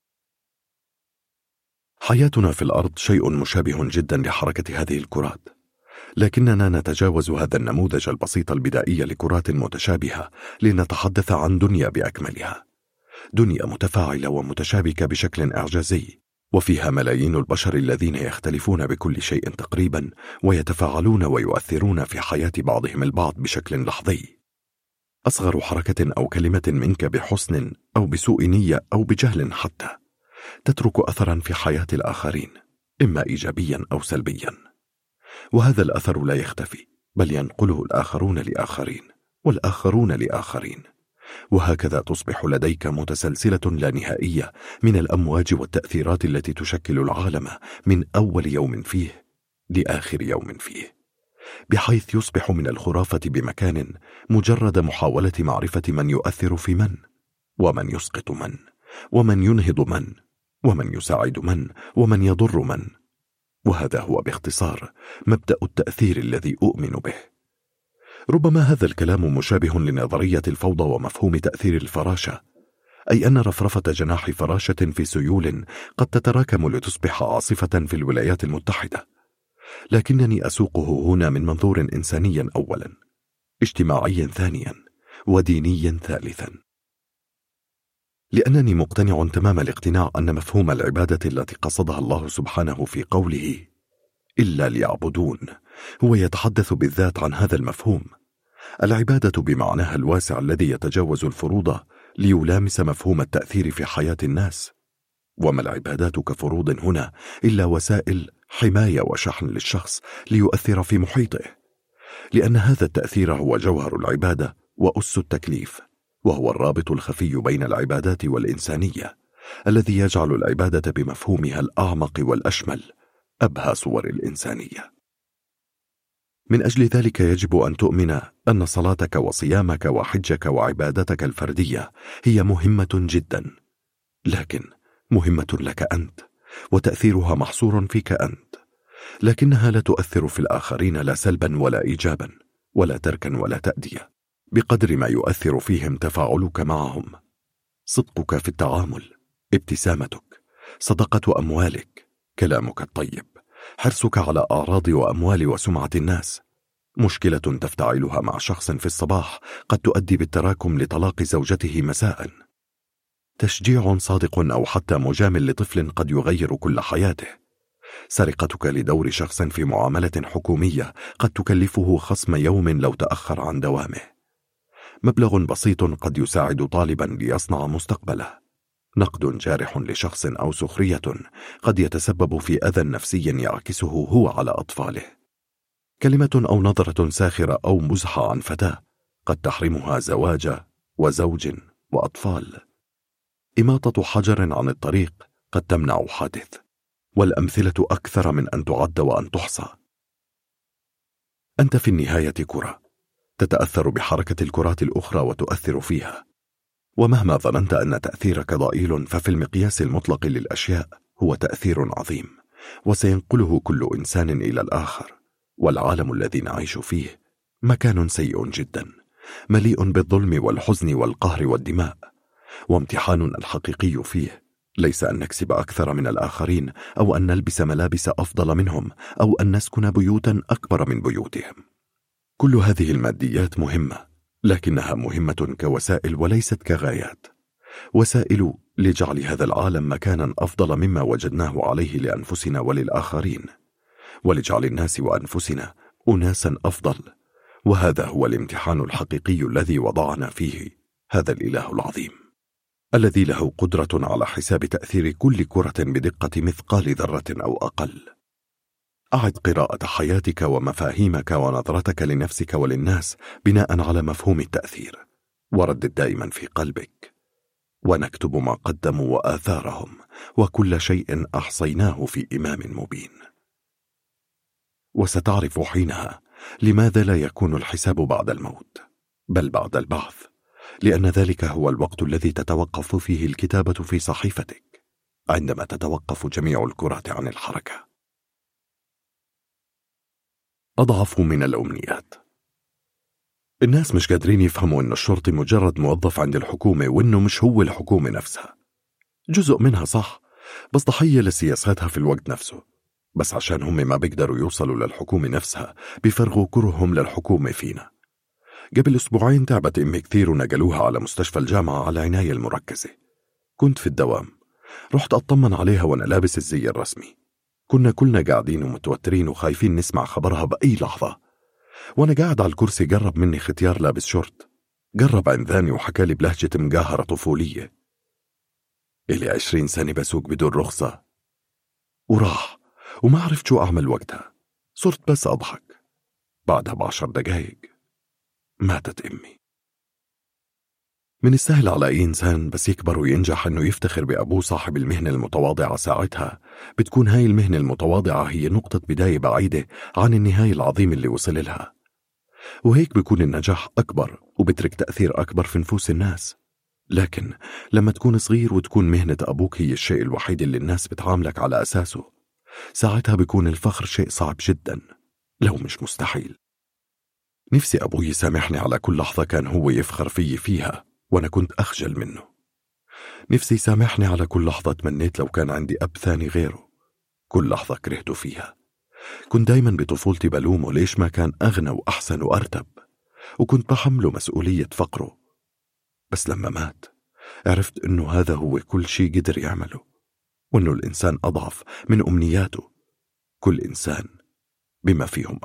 حياتنا في الأرض شيء مشابه جدا لحركة هذه الكرات، لكننا نتجاوز هذا النموذج البسيط البدائي لكرات متشابهة لنتحدث عن دنيا بأكملها، دنيا متفاعلة ومتشابكة بشكل إعجازي، وفيها ملايين البشر الذين يختلفون بكل شيء تقريبا ويتفاعلون ويؤثرون في حياة بعضهم البعض بشكل لحظي. أصغر حركة أو كلمة منك بحسن أو بسوء نية أو بجهل حتى تترك أثرا في حياة الآخرين، إما إيجابيا أو سلبيا، وهذا الأثر لا يختفي بل ينقله الآخرون لآخرين والآخرون لآخرين، وهكذا تصبح لديك متسلسلة لا نهائية من الأمواج والتأثيرات التي تشكل العالم من أول يوم فيه لآخر يوم فيه، بحيث يصبح من الخرافة بمكان مجرد محاولة معرفة من يؤثر في من، ومن يسقط من، ومن ينهض من، ومن يساعد من، ومن يضر من. وهذا هو باختصار مبدأ التأثير الذي أؤمن به. ربما هذا الكلام مشابه لنظرية الفوضى ومفهوم تأثير الفراشة، أي أن رفرفة جناح فراشة في سيول قد تتراكم لتصبح عاصفة في الولايات المتحدة، لكنني أسوقه هنا من منظور إنساني أولا، اجتماعي ثانيا، وديني ثالثا، لأنني مقتنع تمام الاقتناع أن مفهوم العبادة التي قصدها الله سبحانه في قوله إلا ليعبدون هو يتحدث بالذات عن هذا المفهوم، العبادة بمعناها الواسع الذي يتجاوز الفروض ليلامس مفهوم التأثير في حياة الناس. وما العبادات كفروض هنا إلا وسائل حماية وشحن للشخص ليؤثر في محيطه، لأن هذا التأثير هو جوهر العبادة وأس التكليف، وهو الرابط الخفي بين العبادات والإنسانية الذي يجعل العبادة بمفهومها الأعمق والأشمل أبهى صور الإنسانية. من أجل ذلك يجب أن تؤمن أن صلاتك وصيامك وحجك وعبادتك الفردية هي مهمة جدا، لكن مهمة لك أنت، وتأثيرها محصور فيك أنت، لكنها لا تؤثر في الآخرين لا سلبا ولا إيجابا ولا تركا ولا تأدية بقدر ما يؤثر فيهم تفاعلك معهم، صدقك في التعامل، ابتسامتك، صدقة أموالك، كلامك الطيب، حرصك على أعراض وأموال وسمعة الناس. مشكلة تفتعلها مع شخص في الصباح قد تؤدي بالتراكم لطلاق زوجته مساء. تشجيع صادق أو حتى مجامل لطفل قد يغير كل حياته. سرقتك لدور شخص في معاملة حكومية قد تكلفه خصم يوم لو تأخر عن دوامه. مبلغ بسيط قد يساعد طالبا ليصنع مستقبله. نقد جارح لشخص أو سخرية قد يتسبب في أذى نفسي يعكسه هو على أطفاله. كلمة أو نظرة ساخرة أو مزحة عن فتاة قد تحرمها زواج وزوج وأطفال. إماطة حجر عن الطريق قد تمنع حادث، والأمثلة أكثر من أن تعد وأن تحصى. أنت في النهاية كرة تتأثر بحركة الكرات الأخرى وتؤثر فيها، ومهما ظننت أن تأثيرك ضئيل ففي المقياس المطلق للأشياء هو تأثير عظيم، وسينقله كل إنسان إلى الآخر. والعالم الذي نعيش فيه مكان سيء جدا، مليء بالظلم والحزن والقهر والدماء، وامتحاننا الحقيقي فيه ليس أن نكسب أكثر من الآخرين أو أن نلبس ملابس أفضل منهم أو أن نسكن بيوتا أكبر من بيوتهم. كل هذه الماديات مهمة، لكنها مهمة كوسائل وليست كغايات، وسائل لجعل هذا العالم مكانا أفضل مما وجدناه عليه لأنفسنا وللآخرين، ولجعل الناس وأنفسنا أناسا أفضل. وهذا هو الامتحان الحقيقي الذي وضعنا فيه هذا الإله العظيم، الذي له قدرة على حساب تأثير كل كرة بدقة مثقال ذرة أو أقل. أعد قراءة حياتك ومفاهيمك ونظرتك لنفسك وللناس بناء على مفهوم التأثير، وردد دائما في قلبك: ونكتب ما قدموا وآثارهم وكل شيء أحصيناه في إمام مبين. وستعرف حينها لماذا لا يكون الحساب بعد الموت بل بعد البعث، لأن ذلك هو الوقت الذي تتوقف فيه الكتابة في صحيفتك، عندما تتوقف جميع الكرات عن الحركة. أضعف من الأمنيات. الناس مش قادرين يفهموا إن الشرطي مجرد موظف عند الحكومة، وإنه مش هو الحكومة نفسها. جزء منها صح، بس ضحية لسياساتها في الوقت نفسه. بس عشان هم ما بيقدروا يوصلوا للحكومة نفسها بيفرغوا كرههم للحكومة فينا. قبل أسبوعين تعبت أمي كثير ونقلوها على مستشفى الجامعة على عناية المركزة. كنت في الدوام، رحت أطمن عليها وأنا لابس الزي الرسمي. كنا كلنا قاعدين ومتوترين وخايفين نسمع خبرها بأي لحظة. وأنا قاعد على الكرسي قرب مني ختيار لابس شورت، قرب عنذاني وحكى لي بلهجة مقاهرة طفولية: إلي 20 سنة بسوق بدون رخصة. وراح، وما عرفت شو أعمل وقتها، صرت بس أضحك. بعدها ب10 دقايق ماتت أمي. من السهل على أي إنسان بس يكبر وينجح أنه يفتخر بأبوه صاحب المهنة المتواضعة. ساعتها بتكون هاي المهنة المتواضعة هي نقطة بداية بعيدة عن النهاية العظيمة اللي وصل لها، وهيك بيكون النجاح أكبر وبترك تأثير أكبر في نفوس الناس. لكن لما تكون صغير وتكون مهنة أبوك هي الشيء الوحيد اللي الناس بتعاملك على أساسه، ساعتها بيكون الفخر شيء صعب جدا لو مش مستحيل. نفسي أبوي يسامحني على كل لحظة كان هو يفخر فيها وأنا كنت أخجل منه. نفسي يسامحني على كل لحظة تمنيت لو كان عندي أب ثاني غيره، كل لحظة كرهته فيها. كنت دايما بطفولتي بلومه ليش ما كان أغنى وأحسن وأرتب، وكنت بحمله مسؤولية فقره. بس لما مات عرفت إنه هذا هو كل شيء قدر يعمله، وإنه الإنسان أضعف من أمنياته، كل إنسان بما فيهم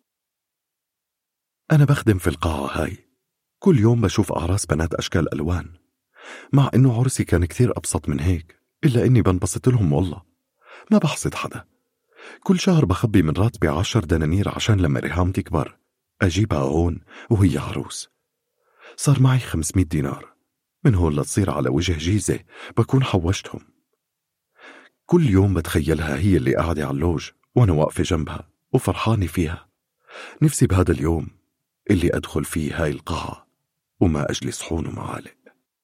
أنا بخدم في القاعة هاي. كل يوم بشوف أعراس بنات أشكال ألوان، مع إنه عرسي كان كثير أبسط من هيك، إلا إني بنبسط لهم والله، ما بحسد حدا. كل شهر بخبي من راتبي 10 دنانير عشان لما ريهام تكبر أجيبها هون وهي عروس. صار معي 500 دينار، من هون لتصير على وجه جيزة بكون حوشتهم. كل يوم بتخيلها هي اللي قاعدة على اللوج وأنا واقفة جنبها وفرحانة فيها. نفسي بهذا اليوم اللي أدخل فيه هاي القاعة وما أجلس حون ومعالق.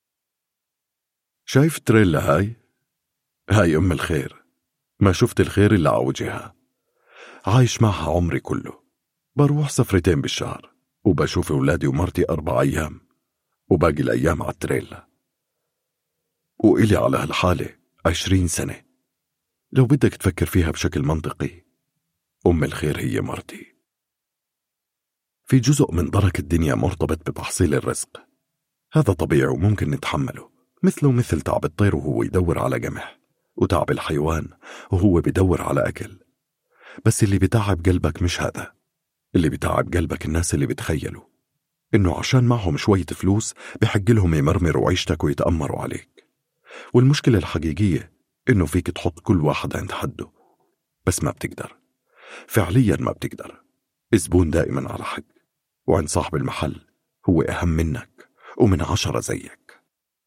شايف تريلا هاي أم الخير، ما شفت الخير إلا على وجهها. عايش معها عمري كله، بروح 2 سفرتين بالشهر وبشوف أولادي ومرتي 4 أيام، وباقي الأيام على التريلا. وإلي على هالحالة 20 سنة. لو بدك تفكر فيها بشكل منطقي، أم الخير هي مرتي. في جزء من درك الدنيا مرتبط بتحصيل الرزق، هذا طبيعي وممكن نتحمله، مثله مثل تعب الطير وهو يدور على قمح، وتعب الحيوان وهو بيدور على أكل. بس اللي بتعب قلبك مش هذا، اللي بتعب قلبك الناس اللي بتخيلوا إنه عشان معهم شوية فلوس بحق لهم يمرمروا عيشتك ويتأمروا عليك. والمشكلة الحقيقية إنه فيك تحط كل واحد عند حده، بس ما بتقدر، فعليا ما بتقدر. الزبون دائما على حق، وعند صاحب المحل هو أهم منك ومن 10 زيك.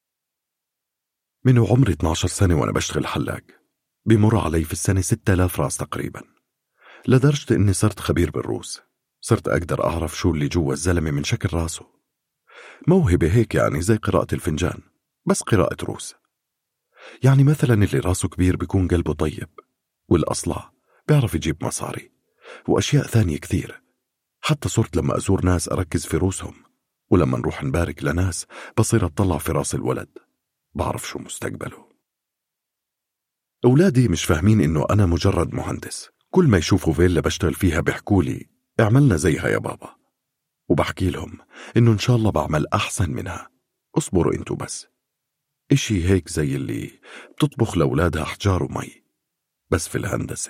من عمري 12 سنة وأنا بشتغل حلاق، بمر علي في السنة 6000 راس تقريبا، لدرجة إني صرت خبير بالروس. صرت أقدر أعرف شو اللي جوا الزلمة من شكل راسه. موهبة هيك يعني، زي قراءة الفنجان بس قراءة روس. يعني مثلا اللي راسه كبير بيكون قلبه طيب، والأصلع بيعرف يجيب مصاري، وأشياء ثانية كثير. حتى صرت لما أزور ناس أركز في روسهم، ولما نروح نبارك لناس بصير أطلع في راس الولد، بعرف شو مستقبله. أولادي مش فاهمين إنه أنا مجرد مهندس. كل ما يشوفوا فيلا بشتغل فيها بيحكوا لي اعملنا زيها يا بابا. وبحكي لهم إنه إن شاء الله بعمل أحسن منها، اصبروا انتوا بس. إشي هيك زي اللي بتطبخ لأولادها حجار ومي، بس في الهندسة.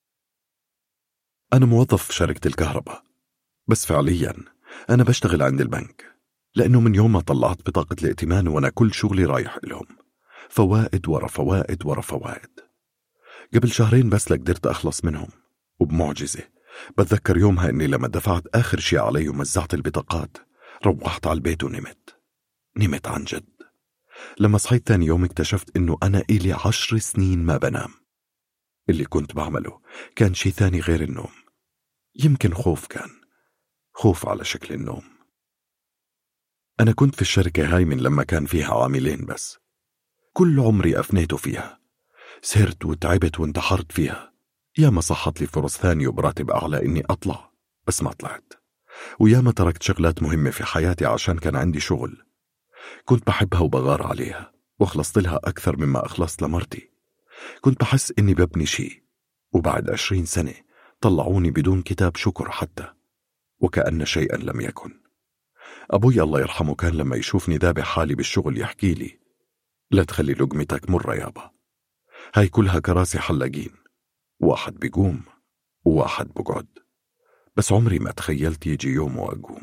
أنا موظف في شركة الكهرباء، بس فعليا أنا بشتغل عند البنك، لأنه من يوم ما طلعت بطاقة الائتمان وأنا كل شغلي رايح لهم، فوائد ورا فوائد ورا فوائد. قبل شهرين بس قدرت أخلص منهم، وبمعجزة بتذكر يومها إني لما دفعت آخر شي علي ومزعت البطاقات روحت على البيت نمت عن جد. لما صحيت ثاني يوم اكتشفت إنه أنا إلي 10 سنين ما بنام. اللي كنت بعمله كان شي ثاني غير النوم، يمكن خوف، كان خوف على شكل النوم. أنا كنت في الشركة هاي من لما كان فيها عاملين بس، كل عمري أفنيته فيها، سهرت وتعبت وانتحرت فيها. ياما صحت لي فرص ثانية وبراتب أعلى إني أطلع، بس ما طلعت. وياما تركت شغلات مهمة في حياتي عشان كان عندي شغل كنت بحبها وبغار عليها، وخلصت لها أكثر مما أخلصت لمرتي. كنت بحس إني ببني شيء، وبعد 20 سنة طلعوني بدون كتاب شكر حتى، وكأن شيئا لم يكن. أبوي الله يرحمه كان لما يشوفني ذابح حالي بالشغل يحكي لي: لا تخلي لقمتك مرة يابا، هاي كلها كراسي حلاقين، واحد بيقوم وواحد بقعد. بس عمري ما تخيلت يجي يوم وأقوم.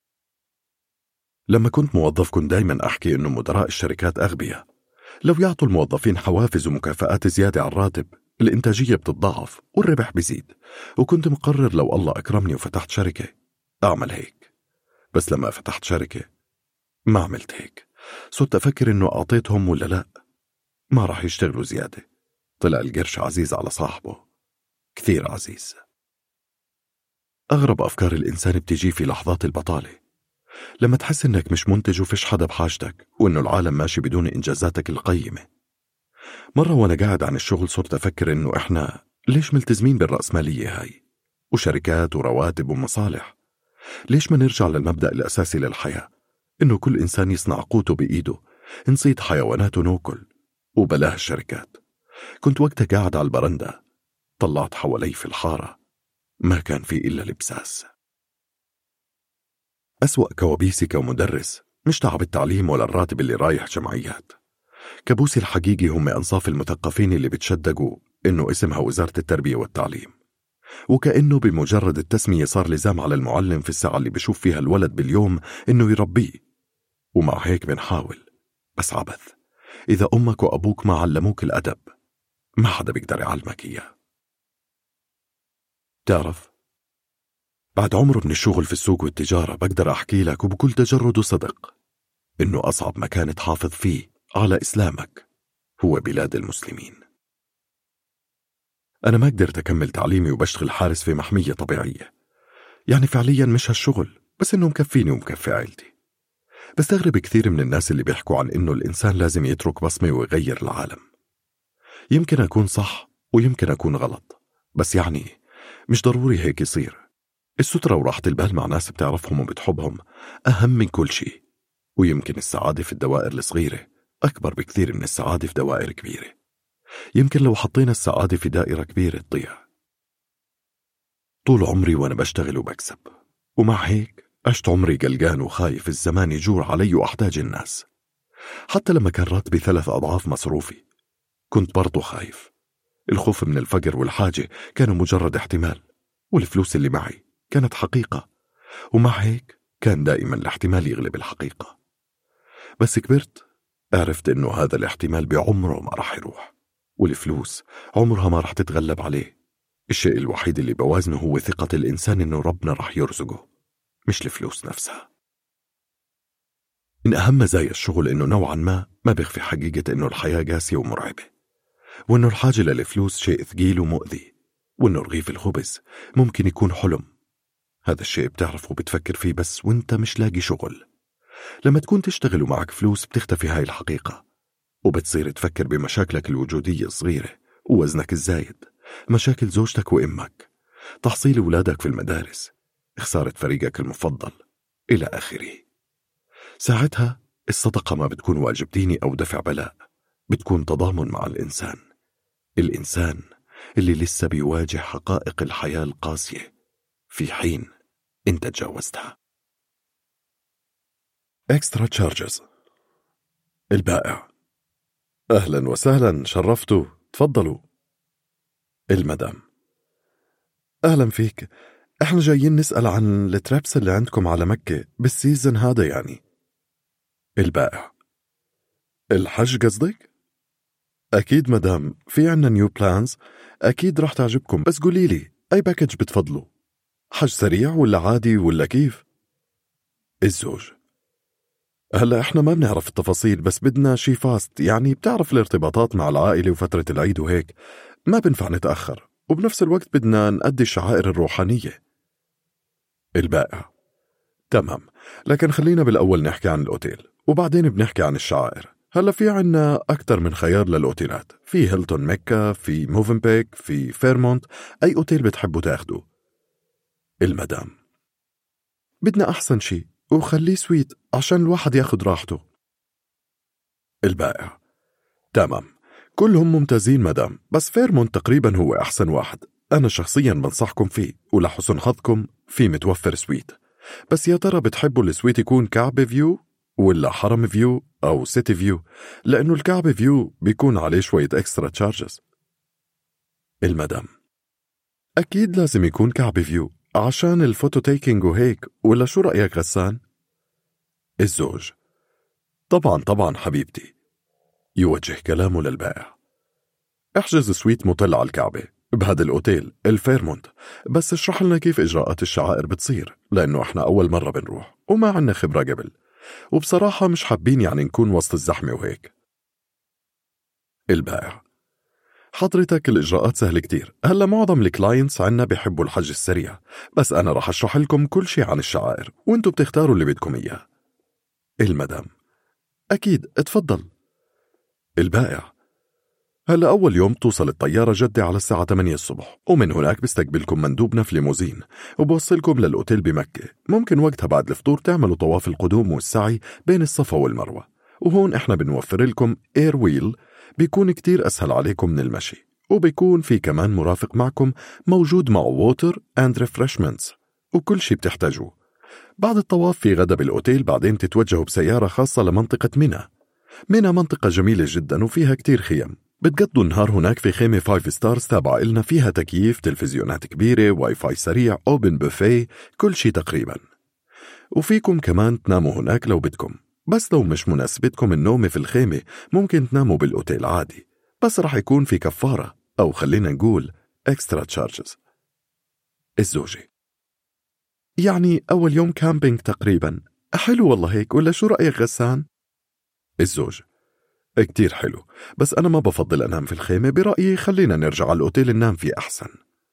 لما كنت موظف كنت دايما أحكي إنه مدراء الشركات أغبياء، لو يعطوا الموظفين حوافز ومكافآت زيادة على الراتب الإنتاجية بتتضاعف والربح بيزيد. وكنت مقرر لو الله أكرمني وفتحت شركة أعمل هيك. بس لما فتحت شركة ما عملت هيك، صرت أفكر إنه أعطيتهم ولا لا، ما راح يشتغلوا زيادة. طلع القرش عزيز على صاحبه، كثير عزيز. أغرب أفكار الإنسان بتجي في لحظات البطالة، لما تحس إنك مش منتج وفيش حدا بحاجتك، وإنه العالم ماشي بدون إنجازاتك القيمة. مرة وأنا قاعد عن الشغل صرت أفكر إنه إحنا ليش ملتزمين بالرأسمالية هاي وشركات ورواتب ومصالح؟ ليش ما نرجع للمبدأ الأساسي للحياة، إنه كل إنسان يصنع قوته بإيده، نصيد حيوانات ونوكل، وبلاه الشركات. كنت وقتها قاعد على البرندة، طلعت حوالي في الحارة، ما كان في إلا الإبساس. أسوأ كوابيسي كمدرس مش تعب التعليم ولا الراتب اللي رايح جمعيات. كابوسي الحقيقي هم أنصاف المثقفين اللي بتشدقوا إنه اسمها وزارة التربية والتعليم، وكأنه بمجرد التسمية صار لزام على المعلم في الساعة اللي بشوف فيها الولد باليوم إنه يربيه. ومع هيك بنحاول، بس عبث. إذا أمك وأبوك ما علموك الأدب ما حدا بيقدر يعلمك إياه. تعرف، بعد عمر من الشغل في السوق والتجارة بقدر أحكي لك وبكل تجرد وصدق إنه أصعب مكان تحافظ فيه على إسلامك هو بلاد المسلمين. أنا ما قدرت أكمل تعليمي وبشتغل حارس في محمية طبيعية، يعني فعليا مش هالشغل، بس إنه مكفيني ومكفي عائلتي. بستغرب كثير من الناس اللي بيحكوا عن إنه الإنسان لازم يترك بصمة ويغير العالم. يمكن أكون صح ويمكن أكون غلط، بس يعني مش ضروري هيك يصير. السترة وراحة البال مع ناس بتعرفهم وبتحبهم أهم من كل شيء، ويمكن السعادة في الدوائر الصغيرة أكبر بكثير من السعادة في دوائر كبيرة. يمكن لو حطينا السعادة في دائرة كبيرة تضيع. طول عمري وأنا بشتغل وبكسب، ومع هيك عشت عمري قلقان وخايف الزمان يجور علي وأحتاج الناس. حتى لما كان راتبي 3 أضعاف مصروفي كنت برضو خايف. الخوف من الفقر والحاجة كانوا مجرد احتمال، والفلوس اللي معي كانت حقيقة، ومع هيك كان دائما الاحتمال يغلب الحقيقة. بس كبرت عرفت إنه هذا الاحتمال بعمره ما راح يروح، والفلوس عمرها ما راح تتغلب عليه. الشيء الوحيد اللي بوازنه هو ثقة الإنسان إنه ربنا راح يرزقه، مش الفلوس نفسها. من أهم مزايا الشغل إنه نوعا ما بيخفي حقيقة إنه الحياة قاسية ومرعبة، وإنه الحاجة للفلوس شيء ثقيل ومؤذي، وإنه رغيف الخبز ممكن يكون حلم. هذا الشيء بتعرفه وبتفكر فيه بس وإنت مش لاقي شغل. لما تكون تشتغل ومعك فلوس بتختفي هاي الحقيقة، وبتصير تفكر بمشاكلك الوجودية الصغيرة ووزنك الزايد، مشاكل زوجتك وإمك، تحصيل أولادك في المدارس، خسارة فريقك المفضل، إلى آخره. ساعتها الصدقة ما بتكون واجب ديني أو دفع بلاء، بتكون تضامن مع الإنسان اللي لسه بيواجه حقائق الحياة القاسية في حين انت تجاوزتها. إكسترا تشارجز. البائع: أهلا وسهلا، شرفتوا، تفضلوا. المدام: أهلا فيك، إحنا جايين نسأل عن الترابس اللي عندكم على مكة بالسيزن هذا يعني. البائع: الحج قصدك؟ أكيد مدام، في عنا نيو بلانز، أكيد رح تعجبكم، بس قوليلي أي باكج بتفضلوا؟ حج سريع ولا عادي ولا كيف؟ الزوج: هلا إحنا ما بنعرف التفاصيل، بس بدنا شي فاست، يعني بتعرف الارتباطات مع العائلة وفترة العيد وهيك، ما بنفع نتأخر، وبنفس الوقت بدنا نأدي الشعائر الروحانية. البائع: تمام، لكن خلينا بالأول نحكي عن الأوتيل وبعدين بنحكي عن الشعائر. هلا في عنا أكتر من خيار للأوتيلات، في هيلتون مكة، في موفنبيك، في فيرمونت، أي أوتيل بتحبوا تاخدوا؟ المدام: بدنا أحسن شي وخليه سويت عشان الواحد ياخد راحته. البائع: تمام، كلهم ممتازين مدام، بس فيرمونت تقريبا هو أحسن واحد، أنا شخصيا بنصحكم فيه، ولحسن حظكم في متوفر سويت. بس يا ترى بتحبوا السويت يكون كعب فيو ولا حرم فيو أو سيتي فيو؟ لأنه الكعب فيو بيكون عليه شوية إكسترا تشارجز. المدام: أكيد لازم يكون كعب فيو عشان الفوتو تيكينج وهيك، ولا شو رأيك غسان؟ الزوج: طبعا طبعا حبيبتي. يوجه كلامه للبائع: احجز سويت مطل على الكعبة بهذا الأوتيل الفيرمونت، بس اشرح لنا كيف إجراءات الشعائر بتصير، لأنه احنا أول مرة بنروح وما عنا خبرة قبل، وبصراحة مش حابين يعني نكون وسط الزحمة وهيك. البائع: حضرتك الإجراءات سهلة كتير، هلا معظم الكلاينتس عنا بيحبوا الحج السريع، بس أنا رح أشرح لكم كل شي عن الشعائر وانتوا بتختاروا اللي بدكم إياه. المدام: أكيد، اتفضل. البائع: هلا أول يوم توصل الطيارة جدة على الساعة 8 الصبح، ومن هناك بيستقبلكم مندوبنا في ليموزين وبوصلكم للأوتيل بمكة. ممكن وقتها بعد الفطور تعملوا طواف القدوم والسعي بين الصفا والمروة، وهون احنا بنوفر لكم اير ويل، بيكون كتير أسهل عليكم من المشي، وبيكون في كمان مرافق معكم موجود معه ووتر اند ريفرشمنتس وكل شي بتحتاجوه. بعد الطواف في غدا بالأوتيل، بعدين تتوجهوا بسيارة خاصة لمنطقة منى. منى منطقة جميلة جدا وفيها كتير خيم، بتقضوا النهار هناك في خيمة 5 ستارز تابعة إلنا، فيها تكييف، تلفزيونات كبيرة، واي فاي سريع، أوبن بوفيه، كل شي تقريبا. وفيكم كمان تناموا هناك لو بدكم، بس لو مش مناسبتكم النوم في الخيمة ممكن تناموا بالأوتيل عادي، بس رح يكون في كفارة، أو خلينا نقول اكسترا تشارجز. الزوجة: يعني أول يوم كامبينج تقريبا، حلو والله هيك، ولا شو رأيك غسان؟ الزوج: كتير حلو، بس أنا ما بفضل أنام في الخيمة، برأيي خلينا نرجع على الأوتيل ننام فيه أحسن.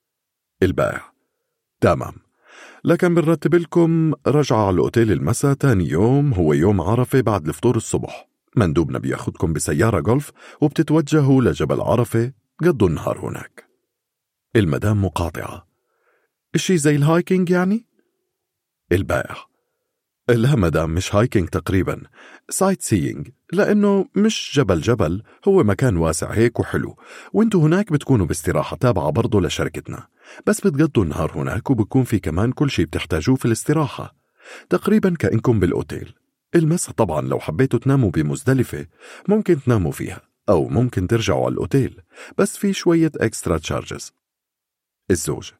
البائع: تمام، لكن بنرتب لكم رجعة على الأوتيل المساء تاني يوم، هو يوم عرفة بعد الفطور الصبح. مندوبنا بياخدكم بسيارة جولف وبتتوجهوا لجبل عرفة، قضوا النهار هناك. المدام مقاطعة: إشي زي الهايكينج يعني؟ البائع: لا مدام، مش هايكينج تقريبا، سايت سيينج، لأنه مش جبل، هو مكان واسع هيك وحلو، وانتو هناك بتكونوا باستراحة تابعة برضو لشركتنا، بس بتقضوا النهار هناك، وبكون في كمان كل شي بتحتاجوه في الاستراحة، تقريبا كأنكم بالأوتيل. المسا طبعا لو حبيتوا تناموا بمزدلفة ممكن تناموا فيها، أو ممكن ترجعوا على الأوتيل، بس في شوية اكسترا تشارجز. الزوج: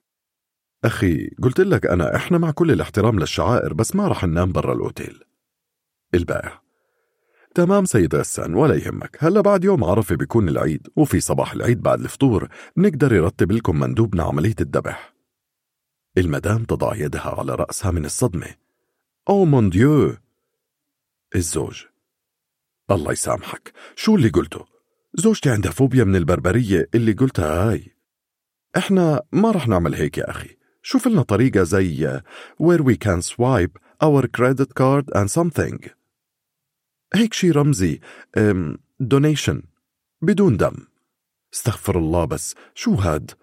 أخي قلت لك أنا إحنا مع كل الاحترام للشعائر، بس ما رح ننام برا الأوتيل. البائع: تمام سيد غسان، ولا يهمك، هلا بعد يوم عرفة بيكون العيد، وفي صباح العيد بعد الفطور بنقدر يرتب لكم مندوبنا عملية الذبح. المدام تضع يدها على رأسها من الصدمة: أو مون ديو. الزوج: الله يسامحك، شو اللي قلته؟ زوجتي عندها فوبيا من البربرية اللي قلتها هاي. إحنا ما رح نعمل هيك يا أخي، شوف لنا طريقة زي where we can swipe our credit card and something، هيك شي رمزي، donation بدون دم. استغفر الله، بس شو هاد؟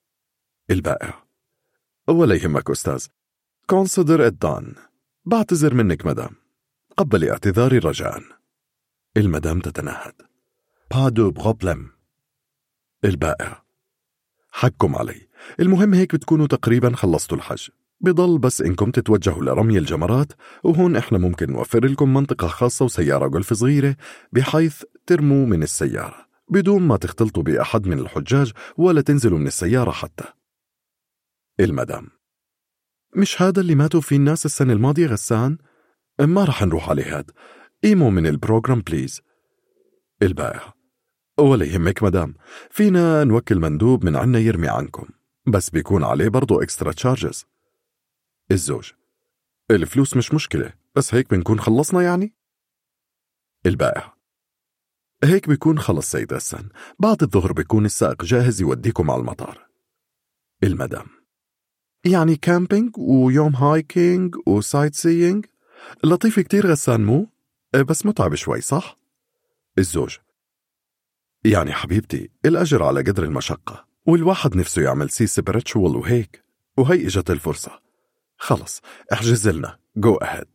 البائع: ولا يهمك أستاذ، consider it done، بعتذر منك مدام، قبلي اعتذاري رجاء. المدام تتنهد: pas de problème. البائع: حقكم علي، المهم هيك بتكونوا تقريبا خلصتوا الحج، بضل بس إنكم تتوجهوا لرمي الجمرات، وهون إحنا ممكن نوفر لكم منطقة خاصة وسيارة جولف صغيرة بحيث ترموا من السيارة بدون ما تختلطوا بأحد من الحجاج ولا تنزلوا من السيارة حتى. المدام: مش هذا اللي ماتوا فيه الناس السنة الماضية غسان؟ ما رح نروح عليه هاد، إيمو من البروجرام بليز. البائع: ولا يهمك مدام، فينا نوكل مندوب من عنا يرمي عنكم، بس بيكون عليه برضو اكسترا تشارجز. الزوج: الفلوس مش مشكلة، بس هيك بنكون خلصنا يعني؟ البائع: هيك بيكون خلص سيد غسان، بعد الظهر بيكون السائق جاهز يوديكم على المطار. المدام: يعني كامبينج ويوم هايكينج وسايت سيينج؟ لطيف كتير غسان مو؟ بس متعب شوي صح؟ الزوج: يعني حبيبتي الأجر على قدر المشقة، والواحد نفسه يعمل سبريتشوال وهيك، وهي إجت الفرصة، خلص احجز لنا، جو أهد.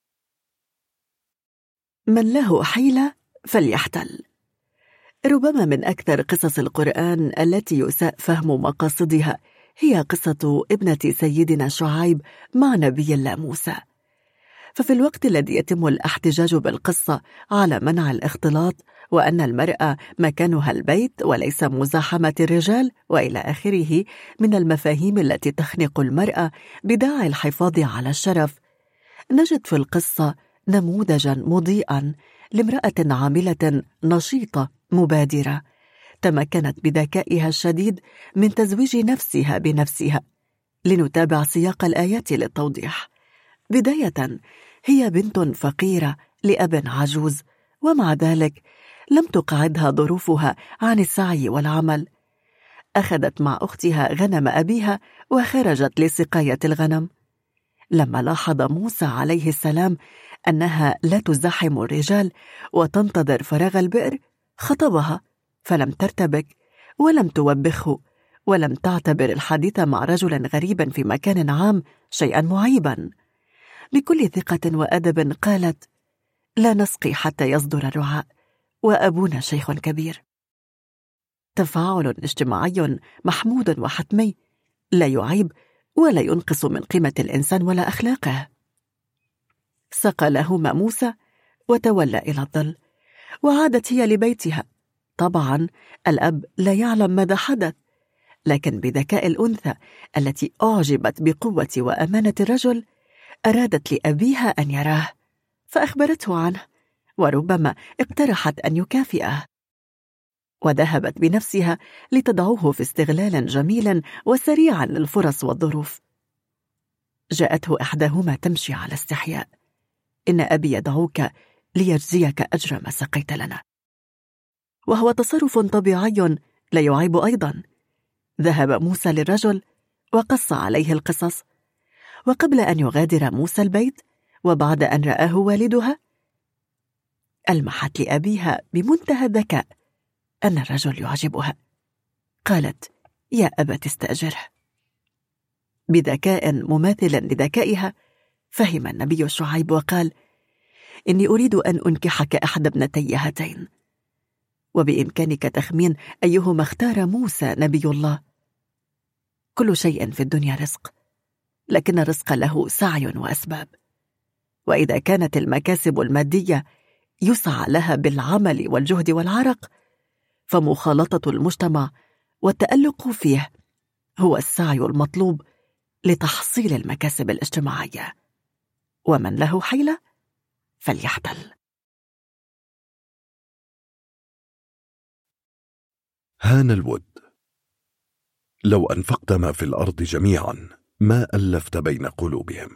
من له حيلة فليحتل. ربما من أكثر قصص القرآن التي يساء فهم مقاصدها هي قصة ابنة سيدنا شعيب مع نبي الله موسى. ففي الوقت الذي يتم الاحتجاج بالقصة على منع الاختلاط وأن المرأة مكانها البيت وليس مزاحمة الرجال وإلى آخره من المفاهيم التي تخنق المرأة بداعي الحفاظ على الشرف، نجد في القصة نموذجاً مضيئاً لامرأة عاملة نشيطة مبادرة تمكنت بذكائها الشديد من تزويج نفسها بنفسها. لنتابع سياق الآيات للتوضيح. بداية، هي بنت فقيرة لأب عجوز، ومع ذلك لم تقعدها ظروفها عن السعي والعمل. أخذت مع أختها غنم أبيها وخرجت لسقاية الغنم. لما لاحظ موسى عليه السلام أنها لا تزاحم الرجال وتنتظر فراغ البئر، خطبها، فلم ترتبك ولم توبخه ولم تعتبر الحديث مع رجل غريب في مكان عام شيئا معيبا. بكل ثقة وأدب قالت: لا نسقي حتى يصدر الرعاء، وأبونا شيخ كبير. تفاعل اجتماعي محمود وحتمي، لا يعيب ولا ينقص من قيمة الإنسان ولا أخلاقه. سقى لهما موسى وتولى إلى الظل، وعادت هي لبيتها. طبعا الأب لا يعلم ماذا حدث، لكن بذكاء الأنثى التي أعجبت بقوة وأمانة الرجل أرادت لأبيها أن يراه، فأخبرته عنه، وربما اقترحت أن يكافئه، وذهبت بنفسها لتدعوه في استغلال جميل وسريعا للفرص والظروف. جاءته إحداهما تمشي على استحياء: إن أبي يدعوك ليجزيك أجر ما سقيت لنا. وهو تصرف طبيعي لا يعيب أيضا. ذهب موسى للرجل وقص عليه القصص، وقبل أن يغادر موسى البيت وبعد أن رآه والدها، ألمحت لأبيها بمنتهى الذكاء أن الرجل يعجبها. قالت: يا أبت استأجره. بذكاء مماثل لذكائها فهم النبي شعيب وقال: إني أريد أن أنكحك إحدى ابنتي هاتين. وبإمكانك تخمين أيهما اختار موسى نبي الله. كل شيء في الدنيا رزق، لكن الرزق له سعي وأسباب، وإذا كانت المكاسب المادية يسعى لها بالعمل والجهد والعرق، فمخالطة المجتمع والتألق فيه هو السعي المطلوب لتحصيل المكاسب الاجتماعية. ومن له حيلة فليحتل. هان الود: لو أنفقت ما في الأرض جميعا ما ألفت بين قلوبهم.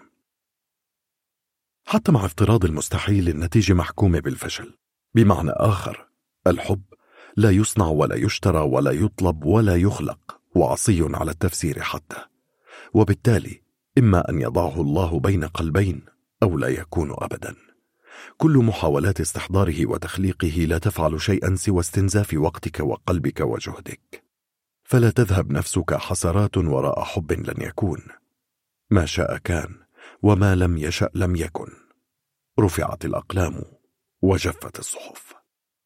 حتى مع افتراض المستحيل النتيجة محكومة بالفشل. بمعنى آخر، الحب لا يصنع ولا يشترى ولا يطلب ولا يخلق، وعصي على التفسير حتى، وبالتالي إما أن يضعه الله بين قلبين أو لا يكون أبدا. كل محاولات استحضاره وتخليقه لا تفعل شيئا سوى استنزاف وقتك وقلبك وجهدك. فلا تذهب نفسك حسرات وراء حب لن يكون. ما شاء كان، وما لم يشأ لم يكن. رفعت الأقلام وجفت الصحف.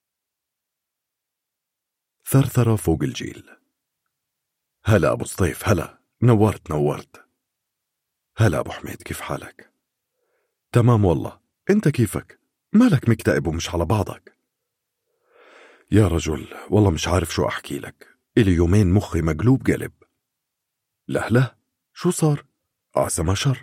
ثرثرة فوق الجيل. هلا أبو سطيف، هلا، نورت. هلا أبو حميد، كيف حالك؟ تمام والله، أنت كيفك؟ مالك مكتئب ومش على بعضك؟ يا رجل والله مش عارف شو أحكي لك، إلي يومين مخي مقلوب قلب. لا شو صار؟ عسى ما شر.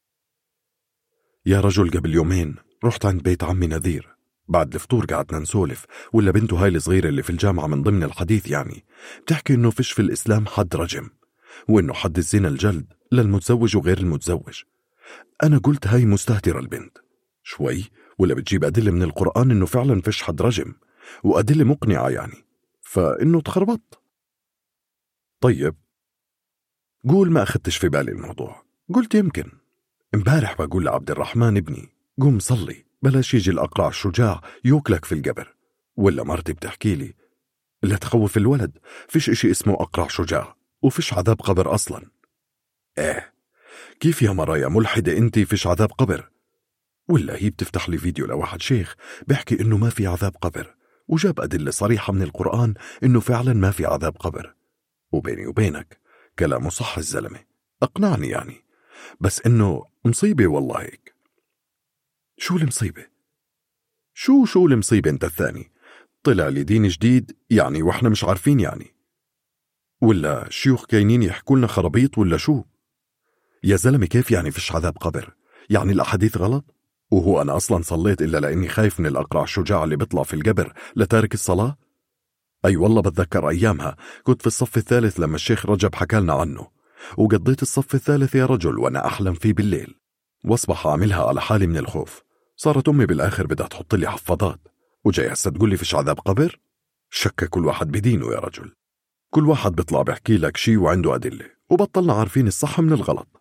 يا رجل قبل يومين رحت عند بيت عمي نذير، بعد الفطور قعدنا نسولف، ولا بنته هاي الصغيرة اللي في الجامعة من ضمن الحديث يعني بتحكي إنه فيش في الإسلام حد رجم، وإنه حد الزنا الجلد للمتزوج وغير المتزوج. أنا قلت هاي مستهترة البنت شوي، ولا بتجيب أدلة من القرآن إنه فعلا فيش حد رجم، وأدلة مقنعة يعني، فإنه تخربط. طيب قول ما أخدتش في بالي الموضوع. قلت يمكن. امبارح بقول لعبد الرحمن ابني قوم صلي بلاش يجي الأقرع الشجاع يوكلك في القبر، ولا مرتي بتحكي لي لا تخوف الولد، فيش اشي اسمه أقرع شجاع وفيش عذاب قبر أصلا. كيف يا مرايا ملحدة انت فيش عذاب قبر؟ ولا هي بتفتح لي فيديو لواحد شيخ بيحكي انه ما في عذاب قبر، وجاب أدلة صريحة من القرآن انه فعلا ما في عذاب قبر، وبيني وبينك كلامه صح الزلمة، أقنعني يعني، بس إنه مصيبة والله هيك. شو المصيبة؟ شو المصيبة أنت الثاني؟ طلع لي دين جديد يعني وإحنا مش عارفين يعني؟ ولا شيوخ كاينين يحكوا لنا خرابيط ولا شو؟ يا زلمة كيف يعني فيش عذاب قبر؟ يعني الأحاديث غلط؟ وهو أنا أصلا صليت إلا لأني خايف من الأقرع الشجاع اللي بيطلع في القبر لتارك الصلاة؟ أي والله بتذكر أيامها كنت في الصف الثالث لما الشيخ رجب حكالنا عنه، وقضيت الصف الثالث يا رجل وأنا أحلم فيه بالليل، واصبح أعملها على حالي من الخوف. صارت أمي بالآخر بدها تحط لي حفاضات، وجاي هسه تقول لي فيش عذاب قبر؟ شك كل واحد بدينه يا رجل، كل واحد بيطلع بيحكي لك شي وعنده أدلة، وبطلنا عارفين الصح من الغلط.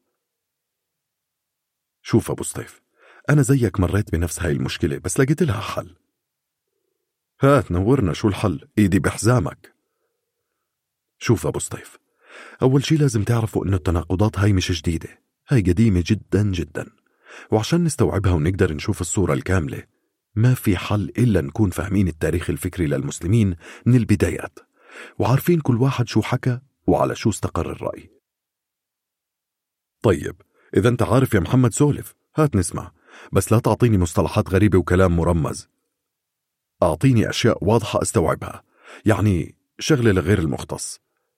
شوف أبو سطيف، أنا زيك مريت بنفس هاي المشكلة بس لقيت لها حل. هات نورنا شو الحل، إيدي بحزامك. شوف أبو سطيف، أول شي لازم تعرفوا إنه التناقضات هاي مش جديدة، هاي قديمة جدا جدا، وعشان نستوعبها ونقدر نشوف الصورة الكاملة ما في حل إلا نكون فاهمين التاريخ الفكري للمسلمين من البدايات، وعارفين كل واحد شو حكى وعلى شو استقر الرأي. طيب إذا أنت عارف يا محمد سولف، هات نسمع، بس لا تعطيني مصطلحات غريبة وكلام مرمز، أعطيني أشياء واضحة أستوعبها، يعني شغلة لغير المختص.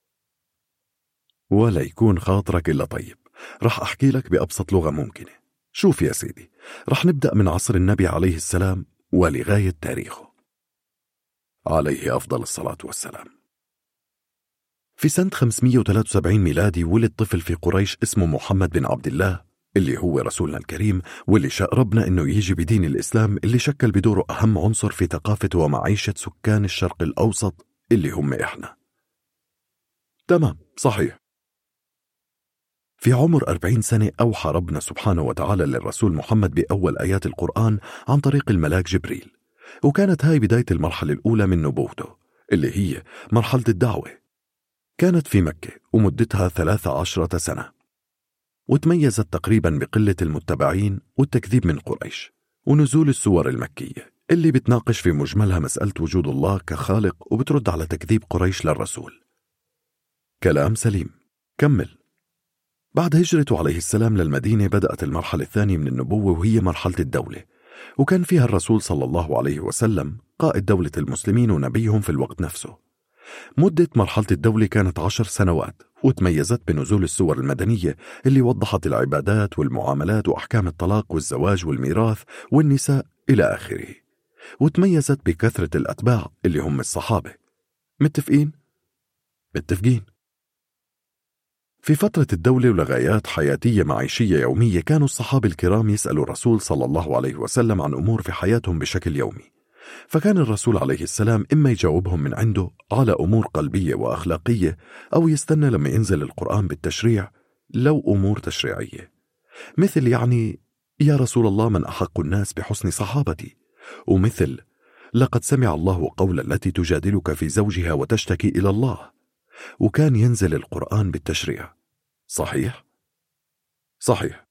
ولا يكون خاطرك إلا طيب، رح أحكي لك بأبسط لغة ممكنة. شوف يا سيدي، رح نبدأ من عصر النبي عليه السلام ولغاية تاريخه عليه أفضل الصلاة والسلام. في سنة 573 ميلادي ولد طفل في قريش اسمه محمد بن عبد الله، اللي هو رسولنا الكريم، واللي شاء ربنا إنه يجي بدين الإسلام اللي شكل بدوره أهم عنصر في ثقافة ومعيشة سكان الشرق الأوسط اللي هم إحنا. تمام صحيح. في عمر 40 سنة أوحى ربنا سبحانه وتعالى للرسول محمد بأول آيات القرآن عن طريق الملاك جبريل، وكانت هاي بداية المرحلة الأولى من نبوته اللي هي مرحلة الدعوة. كانت في مكة ومدتها 13 سنة، وتميزت تقريبا بقلة المتبعين والتكذيب من قريش، ونزول السور المكية اللي بتناقش في مجملها مسألة وجود الله كخالق وبترد على تكذيب قريش للرسول. كلام سليم. كمل. بعد هجرته عليه السلام للمدينة بدأت المرحلة الثانية من النبوة، وهي مرحلة الدولة، وكان فيها الرسول صلى الله عليه وسلم قائد دولة المسلمين ونبيهم في الوقت نفسه. مدة مرحلة الدولة كانت 10 سنوات، وتميزت بنزول السور المدنية اللي وضحت العبادات والمعاملات وأحكام الطلاق والزواج والميراث والنساء إلى آخره، وتميزت بكثرة الأتباع اللي هم الصحابة. متفقين؟ متفقين. في فترة الدولة ولغايات حياتية معيشية يومية كانوا الصحابة الكرام يسألوا الرسول صلى الله عليه وسلم عن أمور في حياتهم بشكل يومي، فكان الرسول عليه السلام إما يجاوبهم من عنده على أمور قلبية وأخلاقية، أو يستنى لما ينزل القرآن بالتشريع لو أمور تشريعية، مثل يعني يا رسول الله من أحق الناس بحسن صحابتي، ومثل لقد سمع الله قول التي تجادلك في زوجها وتشتكي إلى الله، وكان ينزل القرآن بالتشريع. صحيح؟ صحيح.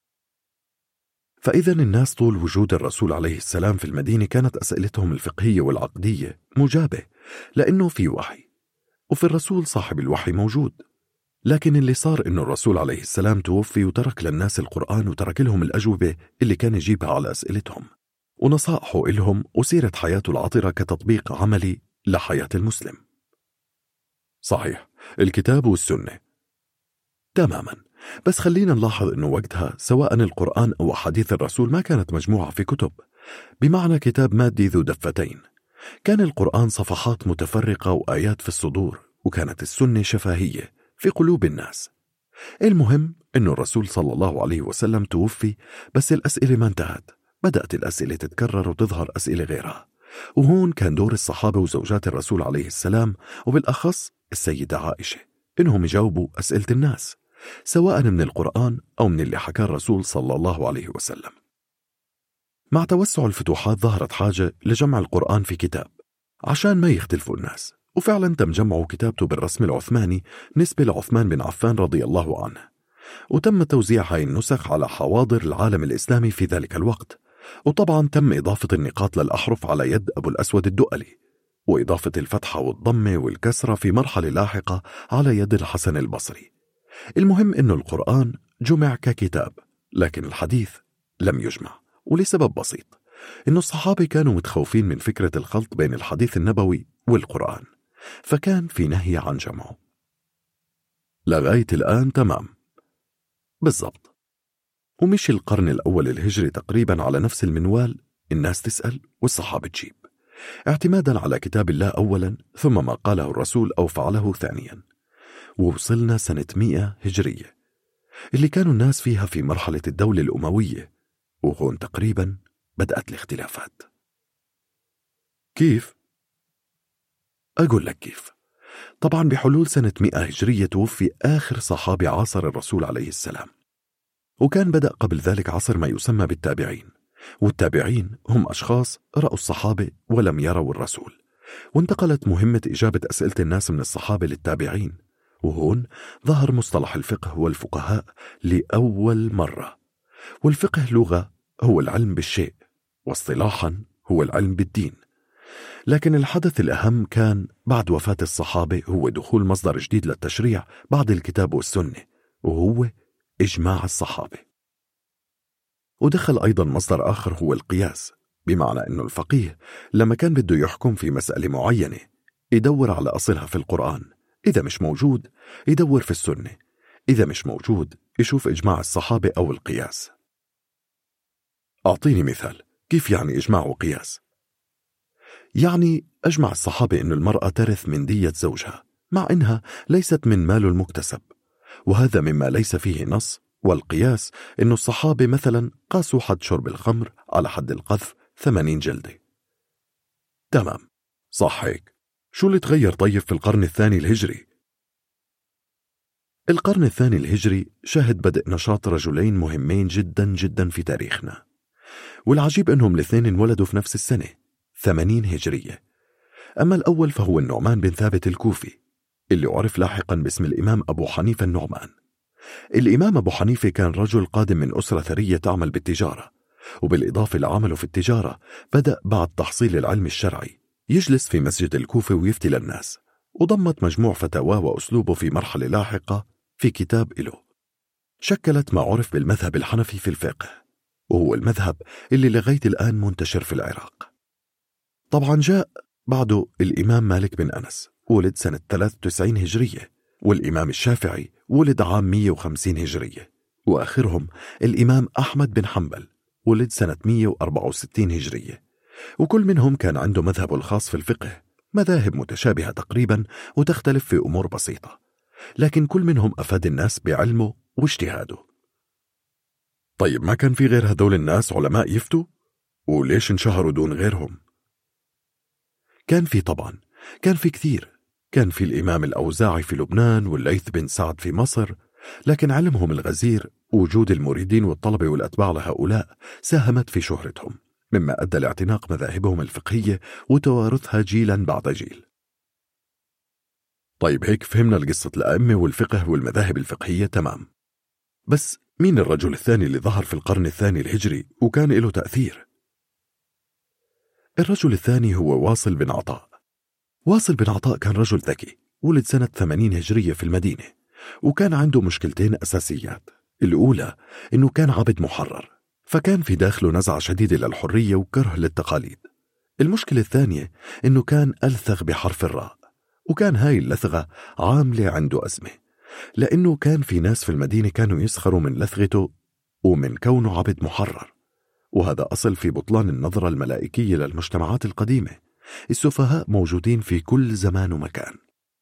فإذا الناس طول وجود الرسول عليه السلام في المدينة كانت أسئلتهم الفقهية والعقدية مجابة، لأنه في وحي، وفي الرسول صاحب الوحي موجود. لكن اللي صار إنه الرسول عليه السلام توفي وترك للناس القرآن وترك لهم الأجوبة اللي كان يجيبها على أسئلتهم ونصائحه إلهم وسيرة حياته العطرة كتطبيق عملي لحياة المسلم. صحيح، الكتاب والسنة تماما، بس خلينا نلاحظ إنه وقتها سواء القرآن أو أحاديث الرسول ما كانت مجموعة في كتب، بمعنى كتاب مادي ذو دفتين. كان القرآن صفحات متفرقة وآيات في الصدور، وكانت السنة شفاهية في قلوب الناس. المهم إنه الرسول صلى الله عليه وسلم توفي، بس الأسئلة ما انتهت، بدأت الأسئلة تتكرر وتظهر أسئلة غيرها. وهون كان دور الصحابة وزوجات الرسول عليه السلام، وبالأخص السيدة عائشة، إنهم يجاوبوا أسئلة الناس سواء من القرآن أو من اللي حكى الرسول صلى الله عليه وسلم. مع توسع الفتوحات ظهرت حاجة لجمع القرآن في كتاب عشان ما يختلفوا الناس، وفعلا تم جمعه وكتابته بالرسم العثماني نسبة لعثمان بن عفان رضي الله عنه، وتم توزيع هاي النسخ على حواضر العالم الإسلامي في ذلك الوقت. وطبعا تم إضافة النقاط للأحرف على يد أبو الأسود الدؤلي، وإضافة الفتحة والضمة والكسرة في مرحلة لاحقة على يد الحسن البصري. المهم إنه القرآن جمع ككتاب، لكن الحديث لم يجمع، ولسبب بسيط، إنه الصحابة كانوا متخوفين من فكرة الخلط بين الحديث النبوي والقرآن، فكان في نهي عن جمعه. لغاية الآن تمام بالضبط. ومشي القرن الأول الهجري تقريبا على نفس المنوال، الناس تسأل والصحابة تجيب، اعتمادا على كتاب الله أولا، ثم ما قاله الرسول أو فعله ثانيا. ووصلنا سنة 100 هجرية اللي كانوا الناس فيها في مرحلة الدولة الأموية، وهون تقريبا بدأت الاختلافات. كيف؟ أقول لك كيف. طبعا بحلول سنة 100 هجرية توفي آخر صحابي عاصر الرسول عليه السلام، وكان بدأ قبل ذلك عصر ما يسمى بالتابعين، والتابعين هم أشخاص رأوا الصحابة ولم يروا الرسول، وانتقلت مهمة إجابة أسئلة الناس من الصحابة للتابعين. وهون ظهر مصطلح الفقه والفقهاء لأول مرة. والفقه لغة هو العلم بالشيء، واصطلاحا هو العلم بالدين. لكن الحدث الأهم كان بعد وفاة الصحابة هو دخول مصدر جديد للتشريع بعد الكتاب والسنة، وهو إجماع الصحابة. ودخل أيضا مصدر آخر هو القياس، بمعنى أنه الفقيه لما كان بده يحكم في مسألة معينة يدور على أصلها في القرآن، إذا مش موجود يدور في السنة، إذا مش موجود يشوف إجماع الصحابة أو القياس. أعطيني مثال، كيف يعني إجماع وقياس؟ يعني أجمع الصحابة أن المرأة ترث من دية زوجها مع إنها ليست من ماله المكتسب، وهذا مما ليس فيه نص. والقياس إنه الصحابة مثلا قاسوا حد شرب الخمر على حد القذف 80 جلدة. تمام، صح هيك. شو اللي تغير طيب في القرن الثاني الهجري؟ القرن الثاني الهجري شهد بدء نشاط رجلين مهمين جدا جدا في تاريخنا، والعجيب إنهم الاثنين انولدوا في نفس السنة 80 هجرية. أما الأول فهو النعمان بن ثابت الكوفي، اللي عرف لاحقا باسم الإمام أبو حنيفة النعمان. الإمام أبو حنيفة كان رجل قادم من أسرة ثرية تعمل بالتجارة، وبالإضافة لعمله في التجارة بدأ بعد تحصيل العلم الشرعي يجلس في مسجد الكوفة ويفتي للناس، وضمت مجموع فتاواه وأسلوبه في مرحلة لاحقة في كتاب له شكلت ما عرف بالمذهب الحنفي في الفقه، وهو المذهب اللي لغاية الآن منتشر في العراق. طبعا جاء بعده الإمام مالك بن أنس، ولد سنة 93 هجرية، والإمام الشافعي ولد عام 150 هجرية، وآخرهم الإمام أحمد بن حنبل ولد سنة 164 هجرية. وكل منهم كان عنده مذهبه الخاص في الفقه، مذاهب متشابهة تقريبا وتختلف في أمور بسيطة، لكن كل منهم أفاد الناس بعلمه واجتهاده. طيب ما كان في غير هذول الناس علماء يفتوا؟ وليش انشهروا دون غيرهم؟ كان في طبعا، كان في كثير. كان في الإمام الأوزاعي في لبنان والليث بن سعد في مصر، لكن علمهم الغزير ووجود المريدين والطلبة والأتباع لهؤلاء ساهمت في شهرتهم، مما أدى لاعتناق مذاهبهم الفقهية وتوارثها جيلا بعد جيل. طيب هيك فهمنا القصة الأئمة والفقه والمذاهب الفقهية تمام، بس مين الرجل الثاني اللي ظهر في القرن الثاني الهجري وكان له تأثير؟ الرجل الثاني هو واصل بن عطاء. واصل بن عطاء كان رجل ذكي، ولد سنة 80 هجرية في المدينة، وكان عنده مشكلتين أساسيات. الأولى إنه كان عبد محرر، فكان في داخله نزعة شديدة للحرية وكره للتقاليد. المشكلة الثانية إنه كان ألثغ بحرف الراء، وكان هاي اللثغة عاملة عنده أزمة، لأنه كان في ناس في المدينة كانوا يسخروا من لثغته ومن كونه عبد محرر، وهذا أصل في بطلان النظرة الملائكية للمجتمعات القديمة. السفهاء موجودين في كل زمان ومكان.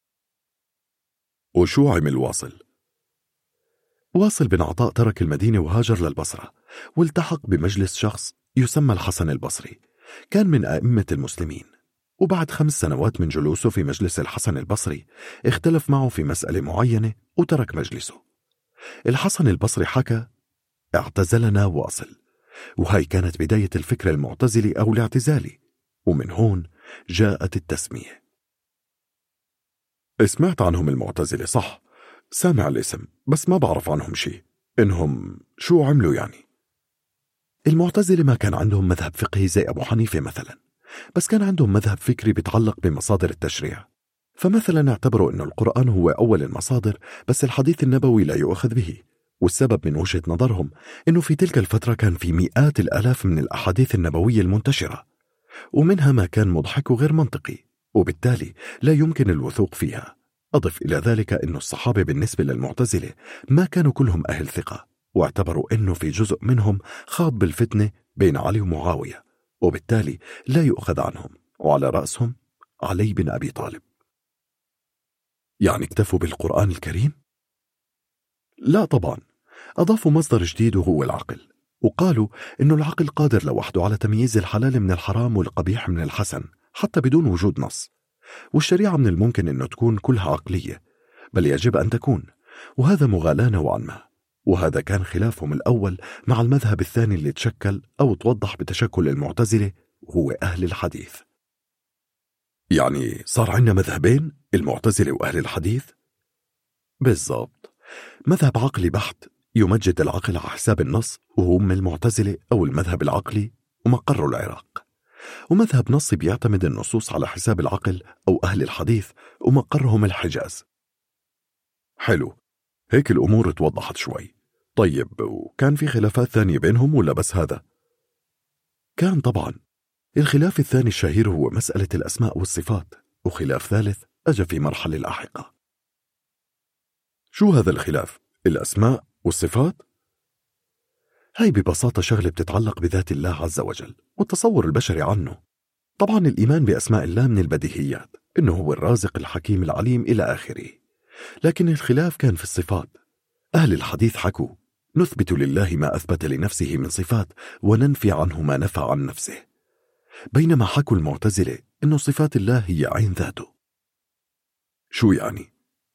وشو عمل واصل؟ واصل بن عطاء ترك المدينة وهاجر للبصرة، والتحق بمجلس شخص يسمى الحسن البصري، كان من أئمة المسلمين. وبعد 5 سنوات من جلوسه في مجلس الحسن البصري اختلف معه في مسألة معينة وترك مجلسه. الحسن البصري حكى: اعتزلنا واصل، وهي كانت بداية الفكر المعتزلي أو الاعتزالي، ومن هون جاءت التسمية. سمعت عنهم المعتزلة صح؟ سامع الاسم بس ما بعرف عنهم شيء. إنهم شو عملوا يعني؟ المعتزلة ما كان عندهم مذهب فقهي زي أبو حنيفة مثلا، بس كان عندهم مذهب فكري بيتعلق بمصادر التشريع. فمثلا اعتبروا أن القرآن هو أول المصادر، بس الحديث النبوي لا يؤخذ به. والسبب من وجهة نظرهم أنه في تلك الفترة كان في مئات الآلاف من الأحاديث النبوية المنتشرة، ومنها ما كان مضحك وغير منطقي، وبالتالي لا يمكن الوثوق فيها. أضف إلى ذلك أن الصحابة بالنسبة للمعتزلة ما كانوا كلهم أهل ثقة، واعتبروا أنه في جزء منهم خاض بالفتنة بين علي ومعاوية، وبالتالي لا يؤخذ عنهم، وعلى رأسهم علي بن أبي طالب. يعني اكتفوا بالقرآن الكريم؟ لا طبعا، أضافوا مصدر جديد وهو العقل، وقالوا إنه العقل قادر لوحده على تمييز الحلال من الحرام والقبيح من الحسن حتى بدون وجود نص. والشريعة من الممكن إنه تكون كلها عقلية، بل يجب أن تكون، وهذا مغالاة نوعا ما. وهذا كان خلافهم الأول مع المذهب الثاني اللي تشكل أو توضح بتشكل المعتزلة، وهو أهل الحديث. يعني صار عندنا مذهبين، المعتزلة وأهل الحديث؟ بالضبط، مذهب عقلي بحت يمجد العقل على حساب النص وهم المعتزلة أو المذهب العقلي ومقره العراق، ومذهب نصي بيعتمد النصوص على حساب العقل أو أهل الحديث ومقرهم الحجاز. حلو، هيك الأمور توضحت شوي. طيب، وكان في خلافات ثانية بينهم ولا بس هذا؟ كان طبعا. الخلاف الثاني الشهير هو مسألة الأسماء والصفات، وخلاف ثالث أجى في مرحلة لاحقة. شو هذا الخلاف؟ الأسماء والصفات؟ هاي ببساطة شغلة بتتعلق بذات الله عز وجل والتصور البشري عنه. طبعا الإيمان بأسماء الله من البديهيات، إنه هو الرازق الحكيم العليم إلى آخره. لكن الخلاف كان في الصفات. أهل الحديث حكوا: نثبت لله ما أثبت لنفسه من صفات وننفي عنه ما نفى عن نفسه، بينما حكوا المعتزلة إنه صفات الله هي عين ذاته. شو يعني؟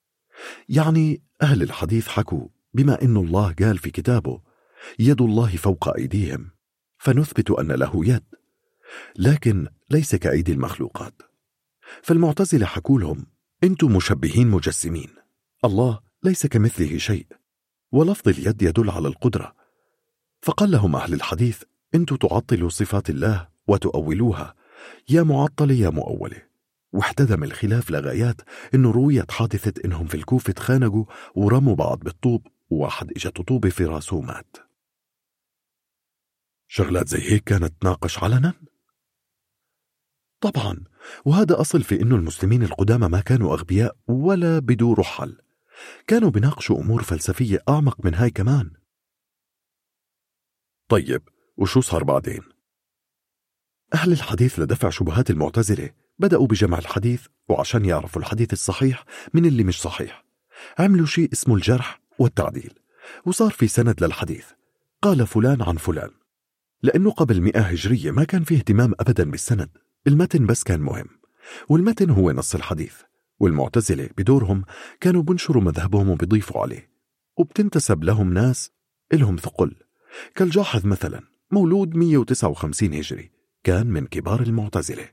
يعني أهل الحديث حكوا بما إن الله قال في كتابه: يد الله فوق أيديهم، فنثبت أن له يد، لكن ليس كأيدي المخلوقات. فالمعتزلة حكوا لهم: أنتم مشبهين مجسمين، الله ليس كمثله شيء، ولفظ اليد يدل على القدرة. فقال لهم أهل الحديث: أنتم تعطلوا صفات الله وتؤولوها، يا معطل يا مؤولة. واحتدم الخلاف لغايات إنه رويت حادثة إنهم في الكوفة تخانقوا ورموا بعض بالطوب، وواحد إجته طوبة في راسه ومات. شغلات زي هيك كانت تناقش علنا؟ طبعا، وهذا أصل في إنه المسلمين القدامى ما كانوا أغبياء ولا بدوروا حل، كانوا بيناقشوا أمور فلسفية أعمق من هاي كمان. طيب، وشو صار بعدين؟ أهل الحديث لدفع شبهات المعتزلة بدأوا بجمع الحديث، وعشان يعرفوا الحديث الصحيح من اللي مش صحيح عملوا شيء اسمه الجرح والتعديل، وصار في سند للحديث، قال فلان عن فلان، لأنه قبل 100 هجرية ما كان فيه اهتمام أبدا بالسند، المتن بس كان مهم، والمتن هو نص الحديث. والمعتزلة بدورهم كانوا بنشروا مذهبهم وبيضيفوا عليه، وبتنتسب لهم ناس إلهم ثقل، كالجاحظ مثلا، مولود 159 هجري، كان من كبار المعتزلة.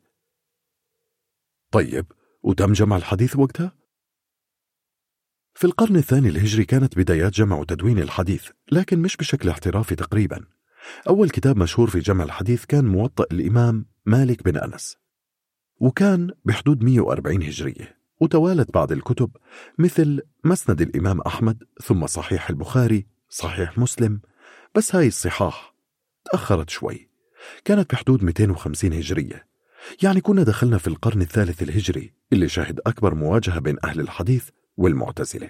طيب، وتم جمع الحديث وقتها؟ في القرن الثاني الهجري كانت بدايات جمع وتدوين الحديث، لكن مش بشكل احترافي تقريبا. أول كتاب مشهور في جمع الحديث كان موطأ الإمام مالك بن أنس، وكان بحدود 140 هجرية، وتوالت بعد الكتب مثل مسند الإمام أحمد، ثم صحيح البخاري، صحيح مسلم. بس هاي الصحاح تأخرت شوي، كانت بحدود 250 هجرية، يعني كنا دخلنا في القرن الثالث الهجري اللي شهد أكبر مواجهة بين أهل الحديث والمعتزلة.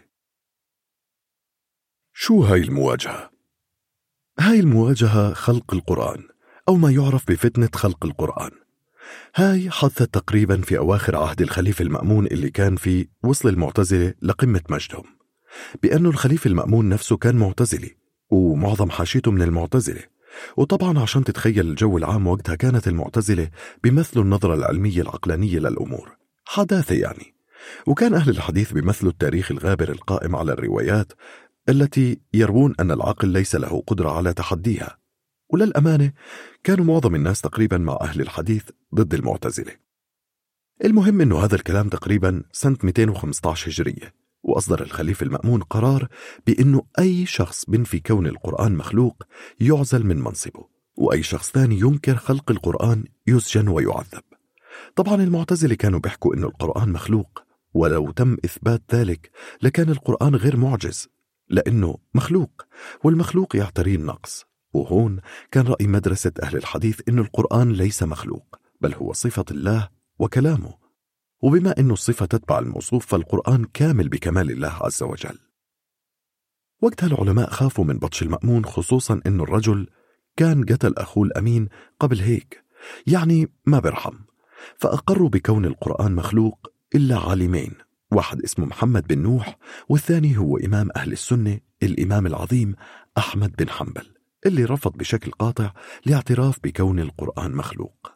شو هاي المواجهة؟ هاي المواجهة خلق القرآن، أو ما يعرف بفتنة خلق القرآن. هاي حدثت تقريبا في أواخر عهد الخليفة المأمون، اللي كان في وصل المعتزلة لقمة مجدهم، بأنه الخليفة المأمون نفسه كان معتزلي ومعظم حاشيته من المعتزلة. وطبعا عشان تتخيل الجو العام وقتها، كانت المعتزلة بيمثلوا النظرة العلمية العقلانية للأمور، حداثة يعني. وكان أهل الحديث بيمثلوا التاريخ الغابر القائم على الروايات التي يروون أن العقل ليس له قدرة على تحديها. وللأمانة كانوا معظم الناس تقريبا مع أهل الحديث ضد المعتزلة. المهم أنه هذا الكلام تقريبا سنة 215 هجرية، وأصدر الخليفة المأمون قرار بأنه أي شخص بنفي كون القرآن مخلوق يعزل من منصبه، وأي شخص ثاني ينكر خلق القرآن يسجن ويعذب. طبعا المعتزلة كانوا بيحكوا أنه القرآن مخلوق، ولو تم إثبات ذلك لكان القرآن غير معجز، لأنه مخلوق، والمخلوق يعتريه النقص. وهون كان رأي مدرسة أهل الحديث أن القرآن ليس مخلوق، بل هو صفة الله وكلامه، وبما أن الصفة تتبع الموصوف فالقرآن كامل بكمال الله عز وجل. وقتها العلماء خافوا من بطش المأمون، خصوصا أن الرجل كان قتل أخوه الأمين قبل هيك، يعني ما برحم. فأقروا بكون القرآن مخلوق إلا عالمين، واحد اسمه محمد بن نوح، والثاني هو إمام أهل السنة الإمام العظيم أحمد بن حنبل، اللي رفض بشكل قاطع الاعتراف بكون القرآن مخلوق.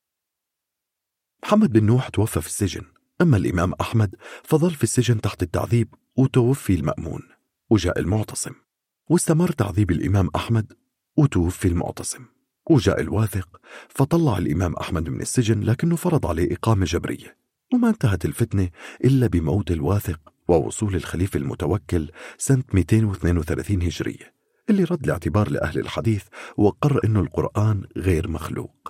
محمد بن نوح توفى في السجن، أما الإمام أحمد فظل في السجن تحت التعذيب، وتوفي المأمون وجاء المعتصم، واستمر تعذيب الإمام أحمد وتوفي المعتصم، وجاء الواثق فطلع الإمام أحمد من السجن، لكنه فرض عليه إقامة جبرية. وما انتهت الفتنة إلا بموت الواثق ووصول الخليفة المتوكل سنة 232 هجرية، اللي رد الاعتبار لأهل الحديث وقر إنه القرآن غير مخلوق.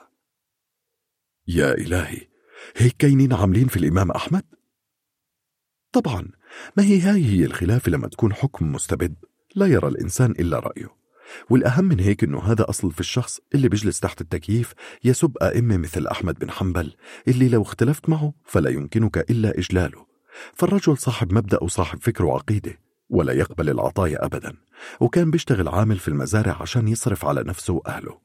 يا إلهي، هيك كاينين عاملين في الإمام أحمد؟ طبعا ما هي الخلافة لما تكون حكم مستبد لا يرى الإنسان إلا رأيه. والأهم من هيك إنه هذا أصل في الشخص اللي بيجلس تحت التكييف يسب أئمة مثل أحمد بن حنبل، اللي لو اختلفت معه فلا يمكنك إلا إجلاله. فالرجل صاحب مبدأ وصاحب فكر وعقيدة، ولا يقبل العطايا أبدا، وكان بيشتغل عامل في المزارع عشان يصرف على نفسه وأهله.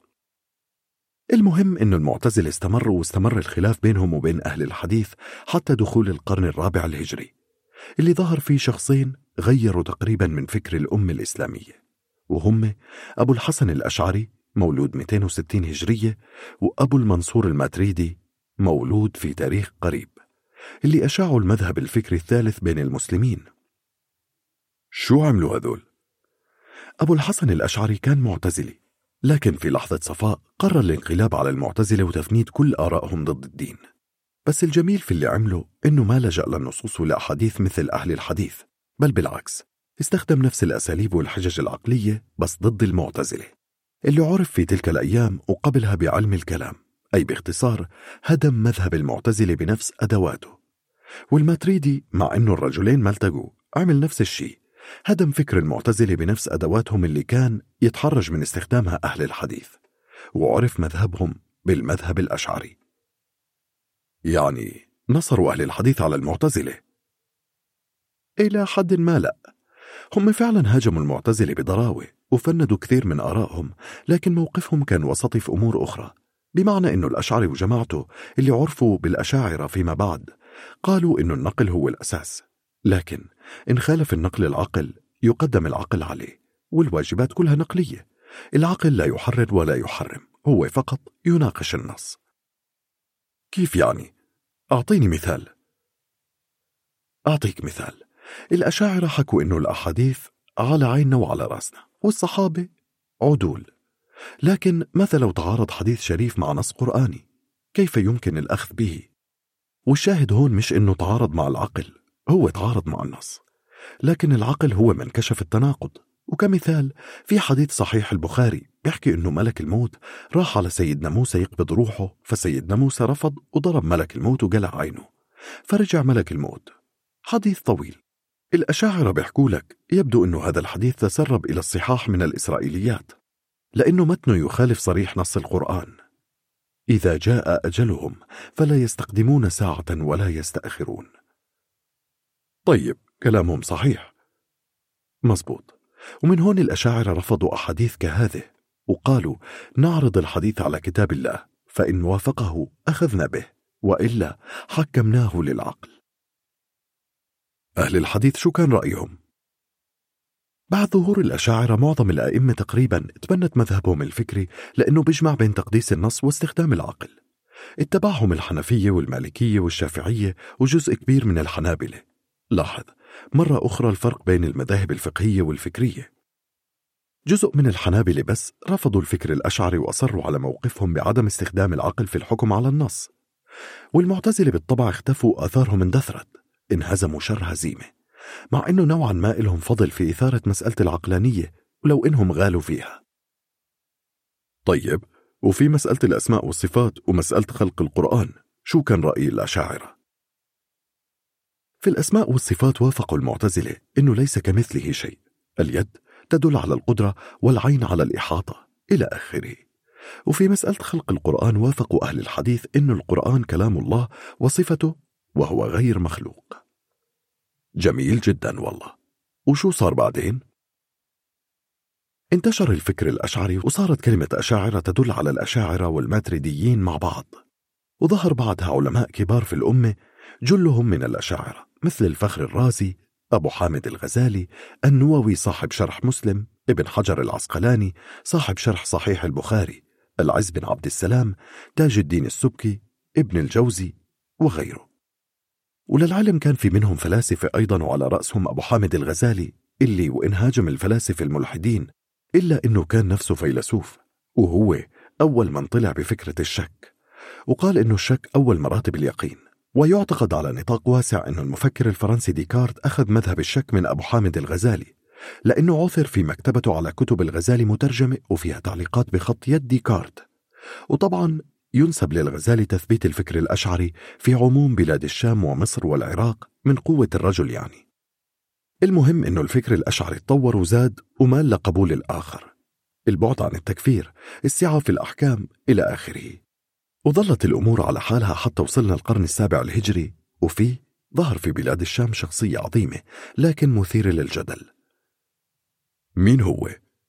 المهم إنه المعتزلة استمروا، واستمر الخلاف بينهم وبين أهل الحديث حتى دخول القرن الرابع الهجري، اللي ظهر فيه شخصين غيروا تقريبا من فكر الأمة الإسلامية، وهم أبو الحسن الأشعري مولود 260 هجرية، وأبو المنصور الماتريدي مولود في تاريخ قريب، اللي أشاعوا المذهب الفكري الثالث بين المسلمين. شو عملوا هذول؟ أبو الحسن الأشعري كان معتزلي، لكن في لحظة صفاء قرر الانقلاب على المعتزلة وتفنيد كل آرائهم ضد الدين. بس الجميل في اللي عمله إنه ما لجأ للنصوص والأحاديث مثل أهل الحديث، بل بالعكس استخدم نفس الأساليب والحجج العقلية بس ضد المعتزلة، اللي عرف في تلك الأيام وقبلها بعلم الكلام، أي باختصار هدم مذهب المعتزلة بنفس أدواته. والماتريدي مع إنه الرجلين ما التقوا عمل نفس الشيء، هدم فكر المعتزلة بنفس أدواتهم اللي كان يتحرج من استخدامها أهل الحديث، وعرف مذهبهم بالمذهب الأشعري. يعني نصروا أهل الحديث على المعتزلة؟ إلى حد ما لا، هم فعلا هاجموا المعتزلة بضراوة وفندوا كثير من آرائهم، لكن موقفهم كان وسطي في أمور أخرى، بمعنى إنه الأشعري وجماعته اللي عرفوا بالأشاعرة فيما بعد قالوا إنه النقل هو الأساس، لكن إن خالف النقل العقل يقدم العقل عليه، والواجبات كلها نقلية. العقل لا يحرر ولا يحرم، هو فقط يناقش النص. كيف يعني؟ أعطيني مثال. أعطيك مثال. الأشاعرة حكوا إنه الأحاديث على عيننا وعلى راسنا، والصحابة عدول، لكن ماذا لو تعارض حديث شريف مع نص قرآني؟ كيف يمكن الأخذ به؟ والشاهد هون مش إنه تعارض مع العقل، هو تعارض مع النص، لكن العقل هو من كشف التناقض. وكمثال في حديث صحيح البخاري بيحكي إنه ملك الموت راح على سيدنا موسى يقبض روحه، فسيدنا موسى رفض وضرب ملك الموت وقلع عينه، فرجع ملك الموت حديث طويل. الأشاعرة بيحكوا لك يبدو أنه هذا الحديث تسرب إلى الصحاح من الإسرائيليات، لأنه متنه يخالف صريح نص القرآن. إذا جاء أجلهم فلا يستقدمون ساعة ولا يستأخرون. طيب، كلامهم صحيح، مزبوط. ومن هون الأشاعرة رفضوا أحاديث كهذه وقالوا نعرض الحديث على كتاب الله، فإن وافقه أخذنا به، وإلا حكمناه للعقل. أهل الحديث شو كان رأيهم؟ بعد ظهور الأشاعرة معظم الأئمة تقريبا تبنت مذهبهم الفكري لأنه بيجمع بين تقديس النص واستخدام العقل. اتبعهم الحنفية والمالكية والشافعية وجزء كبير من الحنابلة. لاحظ مرة أخرى الفرق بين المذاهب الفقهية والفكرية. جزء من الحنابلة بس رفضوا الفكر الأشعري وأصروا على موقفهم بعدم استخدام العقل في الحكم على النص. والمعتزلة بالطبع اختفوا، آثارهم اندثرت، انهزموا شر هزيمة، مع أنه نوعا ما إلهم فضل في إثارة مسألة العقلانية ولو إنهم غالوا فيها. طيب، وفي مسألة الأسماء والصفات ومسألة خلق القرآن، شو كان رأي الأشاعرة؟ في الأسماء والصفات وافقوا المعتزلة إنه ليس كمثله شيء، اليد تدل على القدرة والعين على الإحاطة إلى آخره. وفي مسألة خلق القرآن وافقوا أهل الحديث إنه القرآن كلام الله وصفته وهو غير مخلوق. جميل جدا والله. وشو صار بعدين؟ انتشر الفكر الأشعري وصارت كلمة أشاعرة تدل على الأشاعرة والماتريديين مع بعض، وظهر بعدها علماء كبار في الأمة جلهم من الأشاعرة مثل الفخر الرازي، أبو حامد الغزالي، النووي صاحب شرح مسلم، ابن حجر العسقلاني صاحب شرح صحيح البخاري، العز بن عبد السلام، تاج الدين السبكي، ابن الجوزي وغيره. وللعلم كان في منهم فلاسفة أيضا، وعلى رأسهم أبو حامد الغزالي اللي وإن هاجم الفلاسفة الملحدين إلا أنه كان نفسه فيلسوف، وهو أول من طلع بفكرة الشك، وقال أنه الشك أول مراتب اليقين. ويعتقد على نطاق واسع أن المفكر الفرنسي ديكارت أخذ مذهب الشك من أبو حامد الغزالي، لأنه عثر في مكتبته على كتب الغزالي مترجمة وفيها تعليقات بخط يد ديكارت. وطبعا ينسب للغزالي تثبيت الفكر الأشعري في عموم بلاد الشام ومصر والعراق من قوة الرجل يعني. المهم أنه الفكر الأشعري تطور وزاد ومال لقبول الآخر، البعد عن التكفير، السعة في الأحكام إلى آخره. وظلت الأمور على حالها حتى وصلنا القرن السابع الهجري، وفيه ظهر في بلاد الشام شخصية عظيمة لكن مثيرة للجدل. مين هو؟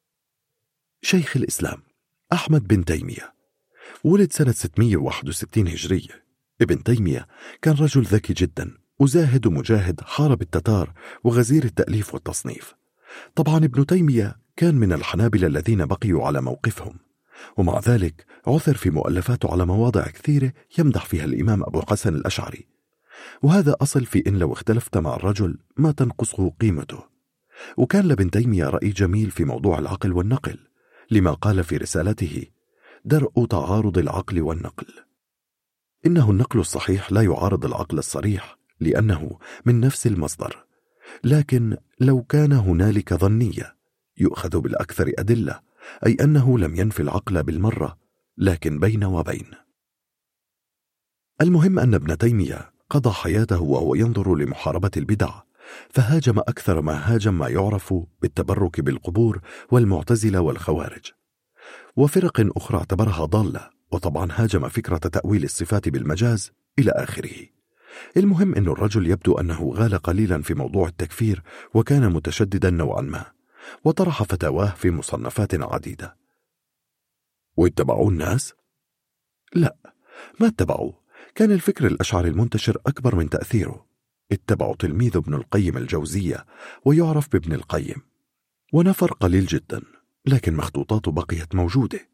شيخ الإسلام أحمد بن تيمية، ولد سنة 661 هجرية. ابن تيمية كان رجل ذكي جدا وزاهد ومجاهد، حارب التتار وغزير التأليف والتصنيف. طبعا ابن تيمية كان من الحنابلة الذين بقيوا على موقفهم، ومع ذلك عثر في مؤلفاته على مواضع كثيرة يمدح فيها الإمام أبو الحسن الأشعري، وهذا أصل في إن لو اختلفت مع الرجل ما تنقصه قيمته. وكان لابن تيمية رأي جميل في موضوع العقل والنقل، لما قال في رسالته درء تعارض العقل والنقل، إنه النقل الصحيح لا يعارض العقل الصريح لأنه من نفس المصدر، لكن لو كان هنالك ظنية يؤخذ بالأكثر أدلة، أي أنه لم ينفي العقل بالمرة لكن بين وبين. المهم أن ابن تيمية قضى حياته وهو ينظر لمحاربة البدع، فهاجم أكثر ما هاجم ما يعرف بالتبرك بالقبور والمعتزلة والخوارج، وفرق أخرى اعتبرها ضالة، وطبعا هاجم فكرة تأويل الصفات بالمجاز إلى آخره. المهم أن الرجل يبدو أنه غال قليلا في موضوع التكفير، وكان متشددا نوعا ما، وطرح فتاواه في مصنفات عديدة. واتبعوا الناس؟ لا، ما اتبعوا. كان الفكر الأشعري المنتشر أكبر من تأثيره. اتبعوا تلميذ ابن القيم الجوزية، ويعرف بابن القيم، ونفر قليل جدا، لكن مخطوطاته بقيت موجودة.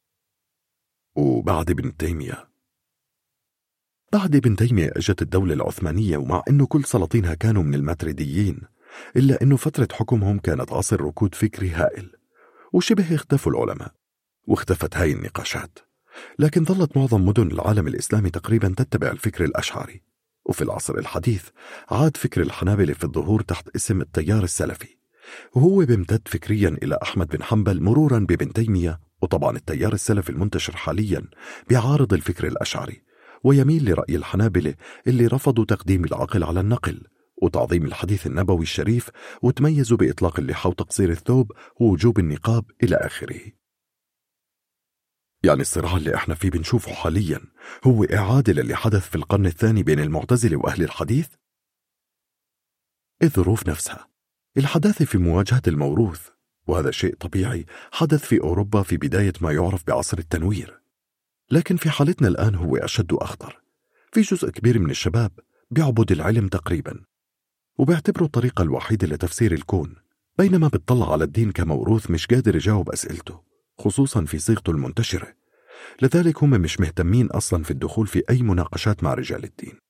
وبعد ابن تيمية؟ بعد ابن تيمية اجت الدولة العثمانية، ومع أنه كل سلاطينها كانوا من الماتريديين، إلا أنه فترة حكمهم كانت عصر ركود فكري هائل، وشبه اختفوا العلماء واختفت هاي النقاشات. لكن ظلت معظم مدن العالم الإسلامي تقريبا تتبع الفكر الأشعري. وفي العصر الحديث عاد فكر الحنابلة في الظهور تحت اسم التيار السلفي، وهو بيمتد فكريا إلى أحمد بن حنبل مرورا بابن تيمية. وطبعا التيار السلفي المنتشر حاليا بيعارض الفكر الأشعري، ويميل لرأي الحنابلة اللي رفضوا تقديم العقل على النقل، وتعظيم الحديث النبوي الشريف، وتميزوا بإطلاق اللحى وتقصير الثوب ووجوب النقاب إلى آخره. يعني الصراع اللي احنا فيه بنشوفه حاليا هو إعادة للي حدث في القرن الثاني بين المعتزلة وأهل الحديث؟ الظروف نفسها، الحداثة في مواجهة الموروث، وهذا شيء طبيعي حدث في أوروبا في بداية ما يعرف بعصر التنوير. لكن في حالتنا الآن هو أشد وأخطر. في جزء كبير من الشباب بيعبد العلم تقريبا، وبيعتبروا الطريقة الوحيدة لتفسير الكون، بينما بتطلع على الدين كموروث مش قادر يجاوب أسئلته، خصوصا في صيغته المنتشرة. لذلك هم مش مهتمين أصلا في الدخول في أي مناقشات مع رجال الدين.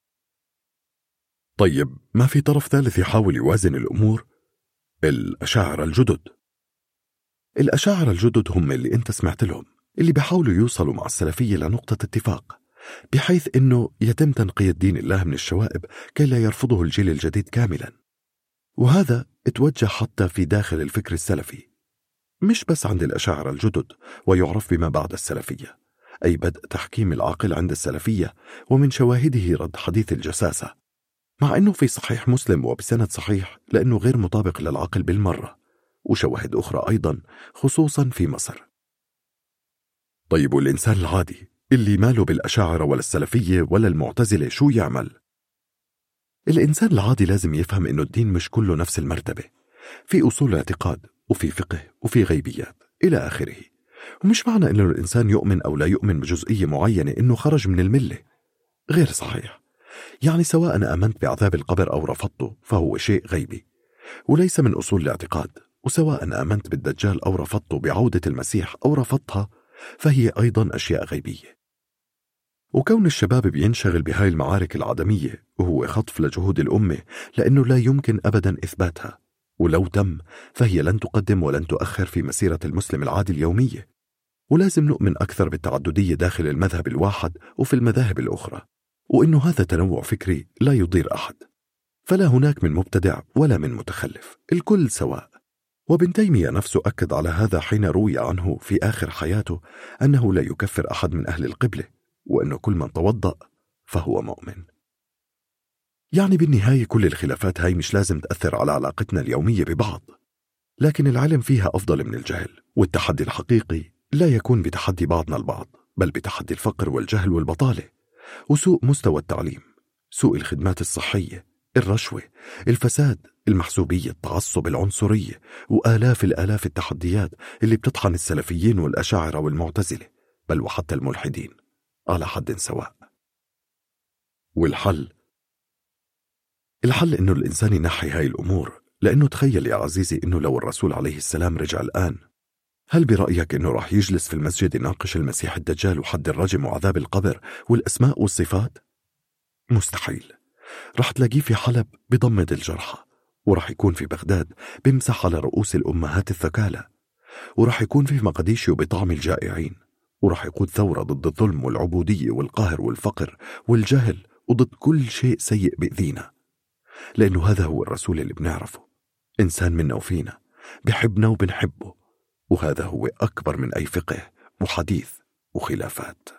طيب ما في طرف ثالث يحاول يوازن الأمور؟ الأشاعرة الجدد. الأشاعرة الجدد هم اللي أنت سمعت لهم، اللي بيحاولوا يوصلوا مع السلفية لنقطة اتفاق، بحيث أنه يتم تنقية دين الله من الشوائب كي لا يرفضه الجيل الجديد كاملا. وهذا اتوجه حتى في داخل الفكر السلفي، مش بس عند الأشاعرة الجدد، ويعرف بما بعد السلفية، أي بدء تحكيم العقل عند السلفية، ومن شواهده رد حديث الجساسة، مع أنه في صحيح مسلم وبسند صحيح لأنه غير مطابق للعقل بالمرة، وشواهد أخرى أيضا خصوصا في مصر. طيب والإنسان العادي اللي ماله بالأشاعرة ولا السلفية ولا المعتزلة شو يعمل؟ الإنسان العادي لازم يفهم إنه الدين مش كله نفس المرتبة، في أصول اعتقاد وفي فقه وفي غيبيات إلى آخره. ومش معنى إنه الإنسان يؤمن أو لا يؤمن بجزئية معينة إنه خرج من الملة، غير صحيح. يعني سواء آمنت بعذاب القبر أو رفضته فهو شيء غيبي وليس من أصول الاعتقاد، وسواء آمنت بالدجال أو رفضته بعودة المسيح أو رفضتها فهي أيضا أشياء غيبية. وكون الشباب بينشغل بهاي المعارك العدمية وهو خطف لجهود الأمة، لأنه لا يمكن أبدا إثباتها، ولو تم فهي لن تقدم ولن تؤخر في مسيرة المسلم العادي اليومية. ولازم نؤمن أكثر بالتعددية داخل المذهب الواحد وفي المذاهب الأخرى، وإنه هذا تنوع فكري لا يضير أحد، فلا هناك من مبتدع ولا من متخلف، الكل سواء. وابن تيمية نفسه أكد على هذا حين روي عنه في آخر حياته أنه لا يكفر أحد من أهل القبلة، وأنه كل من توضأ فهو مؤمن. يعني بالنهاية كل الخلافات هاي مش لازم تأثر على علاقتنا اليومية ببعض، لكن العلم فيها أفضل من الجهل. والتحدي الحقيقي لا يكون بتحدي بعضنا البعض، بل بتحدي الفقر والجهل والبطالة وسوء مستوى التعليم، سوء الخدمات الصحية، الرشوة، الفساد، المحسوبية، التعصب، العنصرية، وآلاف الآلاف التحديات اللي بتطحن السلفيين والأشاعرة والمعتزلة، بل وحتى الملحدين على حد سواء. والحل إنه الإنسان ينحي هاي الأمور، لأنه تخيل يا عزيزي إنه لو الرسول عليه السلام رجع الآن، هل برأيك إنه راح يجلس في المسجد يناقش المسيح الدجال وحد الرجم وعذاب القبر والأسماء والصفات؟ مستحيل. راح تلاقيه في حلب بضمد الجرحى، وراح يكون في بغداد بمسح على رؤوس الأمهات الثكالى، وراح يكون في مقديشيو بطعم الجائعين، وراح يقود ثورة ضد الظلم والعبودية والقهر والفقر والجهل وضد كل شيء سيء بإذينا، لأنه هذا هو الرسول اللي بنعرفه، إنسان منا وفينا، بحبنا وبنحبه، وهذا هو أكبر من أي فقه وحديث وخلافات.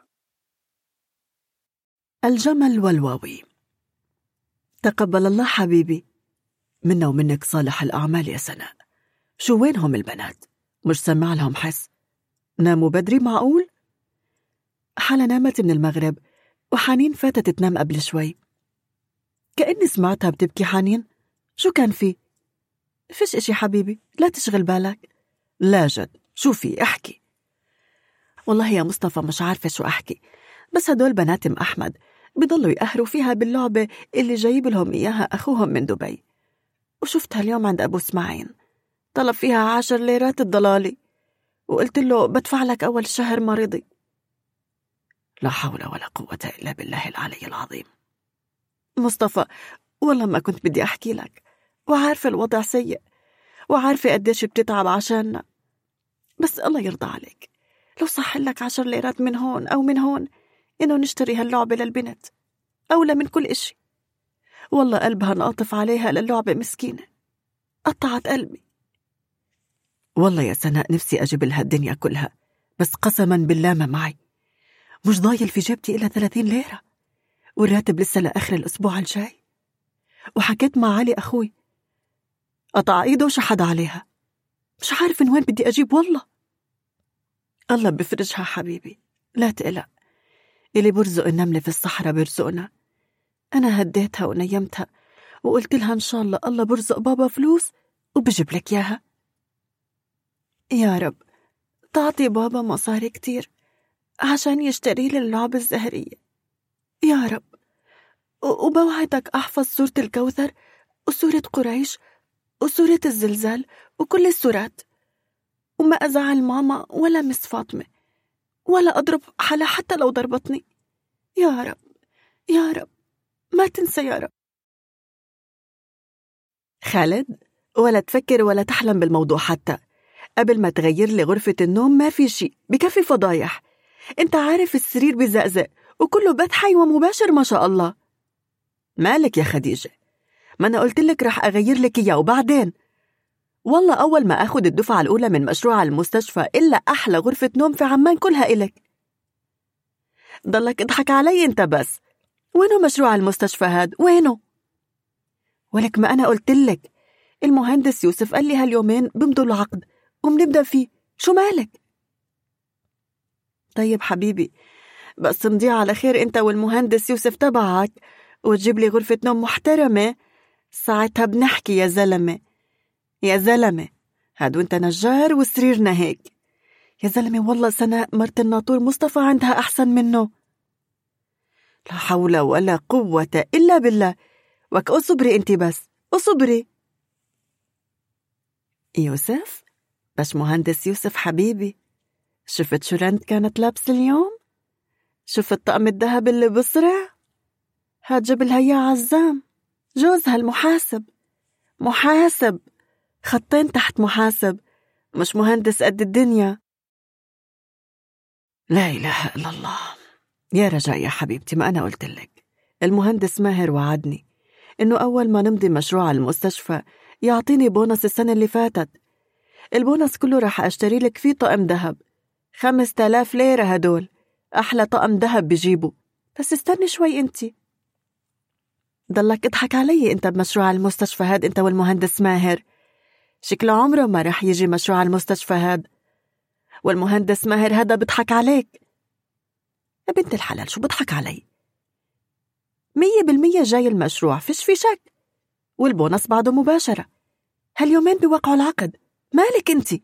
الجمل والواوي. تقبل الله حبيبي، منا ومنك صالح الأعمال يا سناء. شو وينهم البنات؟ مش سمع لهم حس؟ ناموا بدري معقول؟ حلا نامت من المغرب، وحنين فاتت تنام قبل شوي. كأني سمعتها بتبكي. حنين شو كان فيه؟ فيش اشي حبيبي، لا تشغل بالك. لا جد، شو في؟ احكي. والله يا مصطفى مش عارفة شو احكي، بس هدول بنات ام أحمد بيضلوا يقهروا فيها باللعبة اللي جايب لهم إياها أخوهم من دبي، وشفتها اليوم عند أبو اسماعيل طلب فيها 10 ليرات الضلالي، وقلت له بدفع لك أول الشهر ما رضي. لا حول ولا قوة إلا بالله العلي العظيم. مصطفى والله ما كنت بدي أحكي لك، وعارفة الوضع سيء، وعارفة قديش بتتعب عشاننا، بس الله يرضى عليك لو صح لك 10 ليرات من هون أو من هون إنه نشتري هاللعبة للبنت أولى من كل إشي. والله قلبها ناطف عليها للعبة مسكينة، قطعت قلبي. والله يا سناء نفسي أجيب لها الدنيا كلها، بس قسما بالله ما معي، مش ضايل في جيبتي إلا 30 ليرة، والراتب لسه لآخر الأسبوع الجاي. وحكيت مع علي أخوي، قطع إيده وشحد عليها. مش عارف من وين بدي أجيب والله. الله بفرجها حبيبي، لا تقلق، اللي برزق النملة في الصحراء برزقنا. أنا هديتها ونيمتها وقلت لها إن شاء الله برزق بابا فلوس وبجيب لك إياها. يا رب تعطي بابا مصاري كتير عشان يشتري لي اللعبة الزهرية يا رب، وبوعدك أحفظ سورة الكوثر وسورة قريش وسورة الزلزال وكل السورات، وما أزعل ماما ولا مس فاطمة ولا أضرب حلا حتى لو ضربتني. يا رب يا رب ما تنسى يا رب. خالد، ولا تفكر ولا تحلم بالموضوع حتى. قبل ما تغير لي غرفة النوم ما في شيء، بكفي فضايح. انت عارف السرير بزقزق وكله بث حي ومباشر ما شاء الله. مالك يا خديجة؟ ما أنا قلت لك رح أغير لك إياه. وبعدين والله أول ما أخذ الدفعة الأولى من مشروع المستشفى إلا أحلى غرفة نوم في عمان كلها إلك. ضلك اضحك علي انت بس. وينه مشروع المستشفى هاد؟ وينه؟ ولك ما أنا قلت لك المهندس يوسف قال لي هاليومين بمضوا العقد وبنبدأ فيه. شو مالك؟ طيب حبيبي، بس مضيع على خير انت والمهندس يوسف تبعك وتجيب لي غرفة نوم محترمة، ساعتها بنحكي يا زلمة. يا زلمة هاد وانت نجار وسريرنا هيك. يا زلمة والله سناء مرت الناطور مصطفى عندها أحسن منه. لا حول ولا قوة إلا بالله. وك أصبري انت بس أصبري. يوسف، باش مهندس يوسف حبيبي، شفت شو رند كانت لابس اليوم؟ شفت طقم الذهب اللي بصرع؟ هاد جبلها يا عزام، جوزها المحاسب. محاسب، خطين تحت محاسب، مش مهندس قد الدنيا. لا إله إلا الله. يا رجاء يا حبيبتي، ما أنا قلت لك المهندس ماهر وعدني إنه أول ما نمضي مشروع المستشفى يعطيني بونص السنة اللي فاتت. البونص كله راح أشتري لك فيه طقم ذهب 5000 ليرة. هدول أحلى طقم ذهب بجيبه. بس استني شوي انتي. ضلك اضحك علي انت بمشروع المستشفى هاد، انت والمهندس ماهر. شكله عمره ما رح يجي مشروع المستشفى هاد، والمهندس ماهر هذا بضحك عليك. يا بنت الحلال شو بضحك علي؟ 100% جاي المشروع، فيش في شك، والبونص بعده مباشرة. هاليومين بوقعوا العقد. مالك انتي؟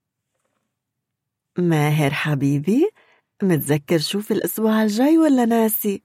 ماهر حبيبي، متذكر شو في الأسبوع الجاي ولا ناسي؟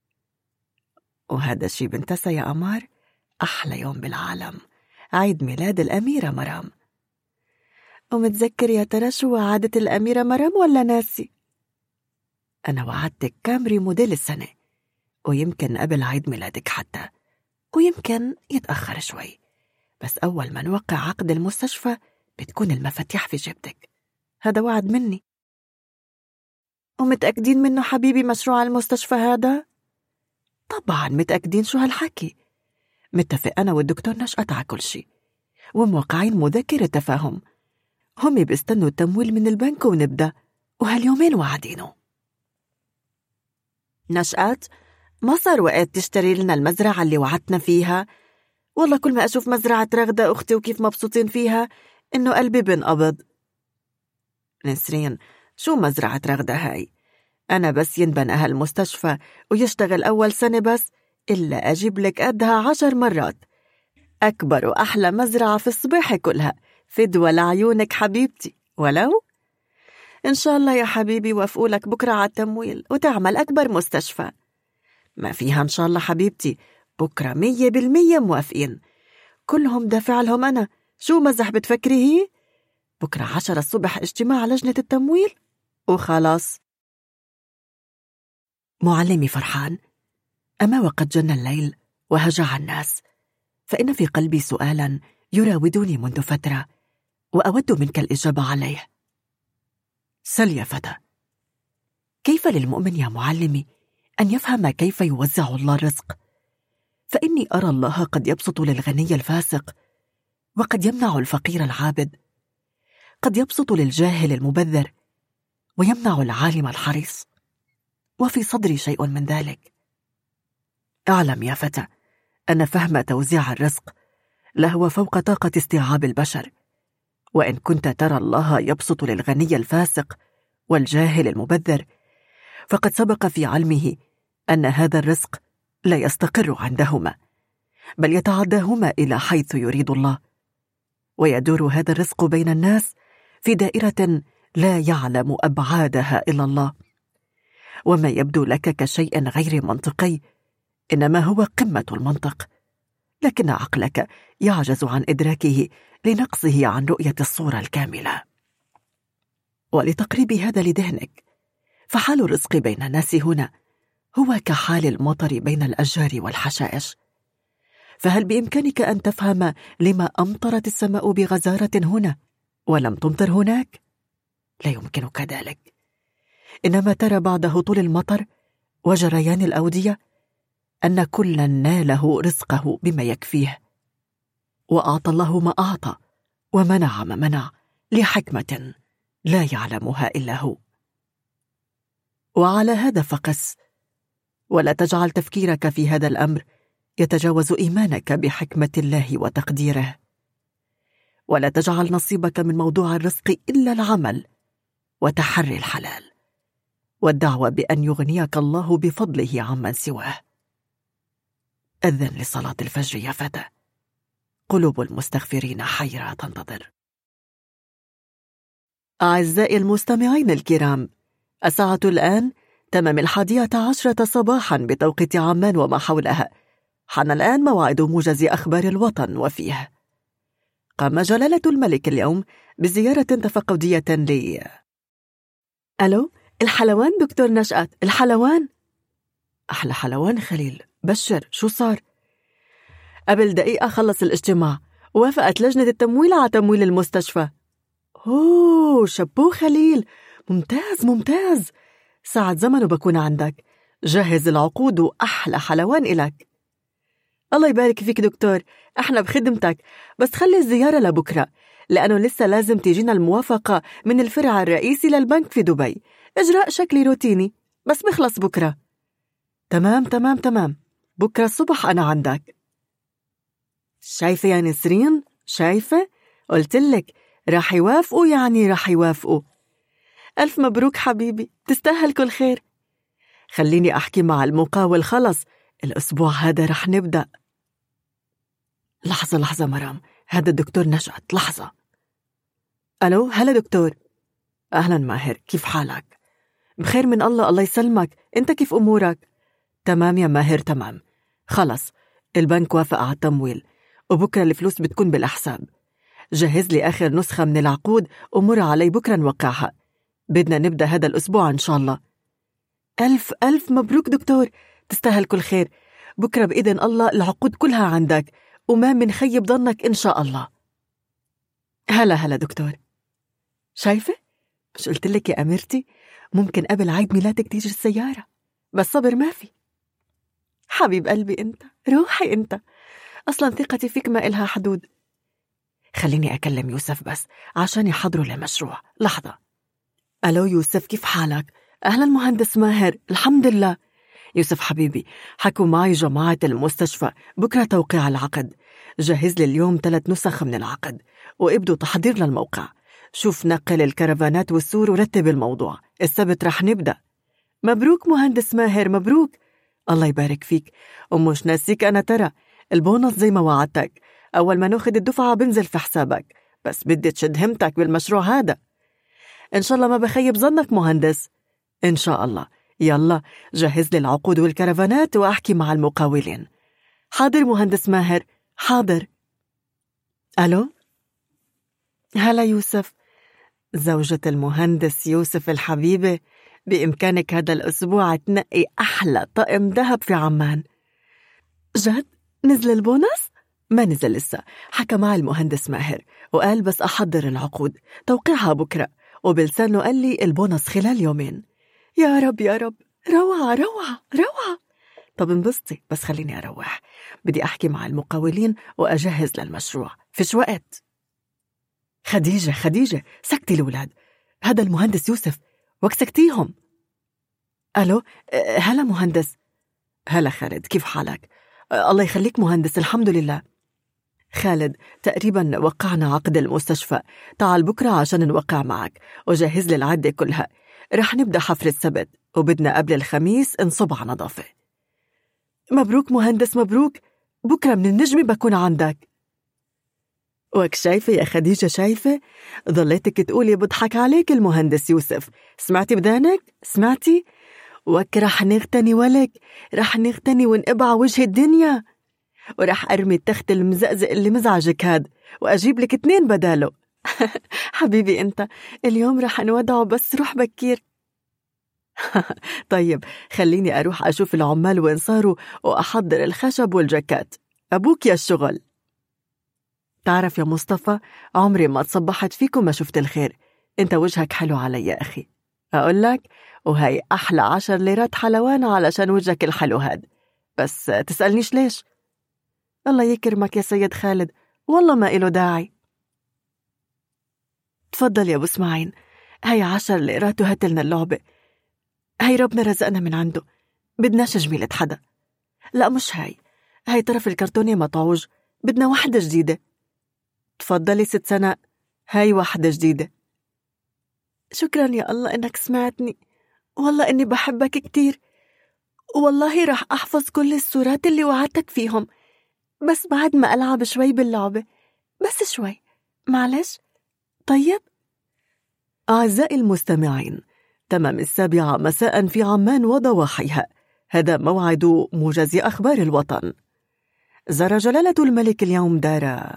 وهذا شي بنتسى يا قمر، أحلى يوم بالعالم، عيد ميلاد الأميرة مرام. ومتذكر يا ترى شو وعدت الأميرة مرام ولا ناسي؟ أنا وعدتك كامري موديل السنة، ويمكن قبل عيد ميلادك حتى، ويمكن يتأخر شوي، بس أول ما نوقع عقد المستشفى بتكون المفاتيح في جيبتك. هذا وعد مني. ومتأكدين منه حبيبي مشروع المستشفى هذا؟ طبعا متأكدين. شو هالحكي؟ متفق أنا والدكتور نشأت على كل شيء، وموقعين مذكرة تفاهم. هم بيستنوا التمويل من البنك ونبدأ، وهاليومين وعدينه. نشأت ما صار وقت تشتري لنا المزرعة اللي وعدتنا فيها. والله كل ما أشوف مزرعة رغدة أختي وكيف مبسوطين فيها إنه قلبي بنقبض. نسرين، شو مزرعة رغدة هاي؟ أنا بس ينبنى هالمستشفى ويشتغل أول سنة بس إلا أجيب لك قدها 10 مرات. أكبر وأحلى مزرعة في الصباح كلها، فدوى لعيونك حبيبتي. ولو إن شاء الله يا حبيبي وافقوا لك بكرة على التمويل وتعمل أكبر مستشفى. ما فيها إن شاء الله حبيبتي، بكرة 100% موافقين. كلهم دافع لهم أنا. شو مزح بتفكري هي؟ بكرة 10 الصبح اجتماع لجنة التمويل وخلاص. معلمي فرحان، أما وقد جن الليل وهجع الناس، فإن في قلبي سؤالا يراودني منذ فترة وأود منك الإجابة عليه. سل يا فتى، كيف للمؤمن يا معلمي أن يفهم كيف يوزع الله الرزق؟ فإني أرى الله قد يبسط للغني الفاسق، وقد يمنع الفقير العابد، قد يبسط للجاهل المبذر ويمنع العالم الحريص، وفي صدري شيء من ذلك. اعلم يا فتى أن فهم توزيع الرزق لهو فوق طاقة استيعاب البشر، وإن كنت ترى الله يبسط للغني الفاسق والجاهل المبذر، فقد سبق في علمه أن هذا الرزق لا يستقر عندهما، بل يتعداهما إلى حيث يريد الله، ويدور هذا الرزق بين الناس في دائرة لا يعلم أبعادها إلا الله. وما يبدو لك كشيء غير منطقي إنما هو قمة المنطق، لكن عقلك يعجز عن إدراكه لنقصه عن رؤية الصورة الكاملة. ولتقريب هذا لذهنك، فحال الرزق بين الناس هنا هو كحال المطر بين الأشجار والحشائش. فهل بإمكانك أن تفهم لما أمطرت السماء بغزارة هنا ولم تمطر هناك؟ لا يمكنك ذلك، إنما ترى بعد هطول المطر وجريان الأودية أن كلا ناله رزقه بما يكفيه، وأعطى الله ما أعطى ومنع ما منع لحكمة لا يعلمها إلا هو. وعلى هذا فقس، ولا تجعل تفكيرك في هذا الأمر يتجاوز إيمانك بحكمة الله وتقديره، ولا تجعل نصيبك من موضوع الرزق إلا العمل وتحري الحلال والدعوة بأن يغنيك الله بفضله عمن سواه. أذن لصلاة الفجر يا فتى، قلوب المستغفرين حيرة تنتظر. أعزائي المستمعين الكرام، الساعة الآن تمام 11 صباحا بتوقيت عمان وما حولها. حان الآن موعد موجز أخبار الوطن، وفيه قام جلالة الملك اليوم بزيارة تفقدية ألو، الحلوان دكتور نشأت، الحلوان. أحلى حلوان خليل، بشر، شو صار؟ قبل دقيقة خلص الاجتماع، وافقت لجنة التمويل على تمويل المستشفى. أوه، شابو خليل، ممتاز ممتاز. ساعة زمن وبكون عندك، جهز العقود وأحلى حلوان إلك. الله يبارك فيك دكتور، احنا بخدمتك، بس خلي الزيارة لبكرة، لأنه لسه لازم تيجينا الموافقة من الفرع الرئيسي للبنك في دبي. إجراء شكلي روتيني، بس بخلص بكرة. تمام تمام تمام، بكرة الصبح أنا عندك. شايفة يا نسرين، شايفة؟ قلتلك راح يوافقوا، يعني راح يوافقوا. ألف مبروك حبيبي، تستاهل كل خير. خليني أحكي مع المقاول، خلص الأسبوع هذا رح نبدأ. لحظة مرام، هذا الدكتور نشأت، لحظة. ألو، هلا دكتور. أهلا ماهر، كيف حالك؟ بخير من الله، الله يسلمك، أنت كيف أمورك؟ تمام يا ماهر، تمام. خلص البنك وافق على التمويل، وبكرة الفلوس بتكون بالأحساب. جهز لي آخر نسخة من العقود ومر علي بكرة نوقعها. بدنا نبدأ هذا الأسبوع إن شاء الله. ألف ألف مبروك دكتور، تستاهل كل خير. بكرة بإذن الله العقود كلها عندك، وما منخيب ظنك إن شاء الله. هلا دكتور. شايفة؟ مش قلتلك يا أميرتي ممكن قبل عيد ميلادك تيجي السيارة، بس صبر ما في. حبيب قلبي أنت، روحي أنت، أصلا ثقتي فيك ما إلها حدود. خليني أكلم يوسف بس عشان يحضروا للمشروع. لحظة. ألو يوسف، كيف حالك؟ أهلا مهندس ماهر، الحمد لله. يوسف حبيبي، حكوا معي جماعة المستشفى بكرة توقيع العقد. جهز لي اليوم 3 نسخ من العقد، وابدوا تحضير للموقع. شوف نقل الكرفانات والسور ورتب الموضوع. السبت رح نبدأ. مبروك مهندس ماهر، مبروك. الله يبارك فيك، ومش ناسيك أنا، ترى البونص زي ما وعدتك، أول ما ناخد الدفعة بنزل في حسابك، بس بدي تشد همتك بالمشروع هذا. إن شاء الله ما بخيب ظنك مهندس، إن شاء الله. يلا جهز لي العقود والكرفانات وأحكي مع المقاولين. حاضر مهندس ماهر، حاضر. ألو، هلا يوسف، زوجة المهندس يوسف الحبيبة. بإمكانك هذا الأسبوع تنقي أحلى طقم ذهب في عمان. جد؟ نزل البونص؟ ما نزل لسه، حكى مع المهندس ماهر وقال بس أحضر العقود، توقيعها بكرة، وبلسانه قال لي البونص خلال يومين. يا رب يا رب، روعة روعة روعة. طب انبسطي، بس خليني أروح، بدي أحكي مع المقاولين وأجهز للمشروع، فيش وقت. خديجة سكتي الأولاد، هذا المهندس يوسف، وقت سكتيهم. ألو، هلا مهندس. هلا خالد، كيف حالك؟ الله يخليك مهندس، الحمد لله. خالد، تقريبا وقعنا عقد المستشفى، تعال بكرة عشان نوقع معك وجهز لي العدة كلها. رح نبدأ حفر السبت وبدنا قبل الخميس نصب على نظافة. مبروك مهندس، مبروك، بكرة من النجمة بكون عندك. وك شايفة يا خديجة، شايفة؟ ظليتك تقولي بضحك عليك المهندس يوسف. سمعتي بدانك؟ سمعتي؟ وك رح نغتني ولك، رح نغتني ونقبع وجه الدنيا، ورح أرمي التخت المزقزق اللي مزعجك هاد وأجيب لك 2 بداله. حبيبي أنت، اليوم رح نودعه بس روح بكير. طيب خليني أروح أشوف العمال وين صاروا وأحضر الخشب والجاكات. أبوك يا الشغل. تعرف يا مصطفى، عمري ما تصبحت فيكم ما شفت الخير. أنت وجهك حلو علي يا أخي. أقول لك، وهي أحلى 10 ليرات حلوان علشان وجهك الحلو هاد. بس تسألنيش ليش؟ الله يكرمك يا سيد خالد، والله ما إله داعي. تفضل يا أبو اسماعيل، هاي 10 ليرات وهاتلنا اللعبة. هاي ربنا رزقنا من عنده، بدناش جميلة حدا. لا مش هاي طرف الكرتونة مطعوج، بدنا واحدة جديدة. تفضلي ست سناء، هاي واحدة جديدة. شكرا يا الله إنك سمعتني، والله إني بحبك كتير، والله رح أحفظ كل السورات اللي وعدتك فيهم، بس بعد ما ألعب شوي باللعبة، بس شوي، معلش. طيب؟ أعزائي المستمعين، تمام 7 مساء في عمان وضواحيها، هذا موعد موجز أخبار الوطن. زار جلالة الملك اليوم دار.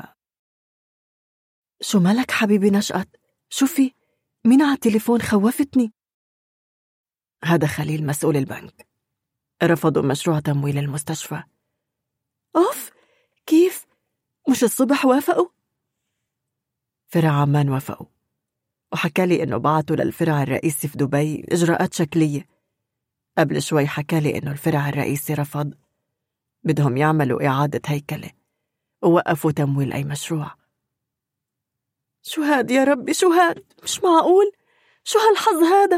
شو مالك حبيبي نشأت؟ شوفي مين على التليفون، خوفتني. هذا خليل مسؤول البنك، رفضوا مشروع تمويل المستشفى. أوف، كيف؟ مش الصبح وافقوا؟ فرع عمان وافقوا، وحكى لي إنه بعتوا للفرع الرئيسي في دبي إجراءات شكلية. قبل شوي حكى لي إنه الفرع الرئيسي رفض، بدهم يعملوا إعادة هيكلة ووقفوا تمويل أي مشروع. شو هاد يا ربي، شو هاد؟ مش معقول، شو هالحظ هذا؟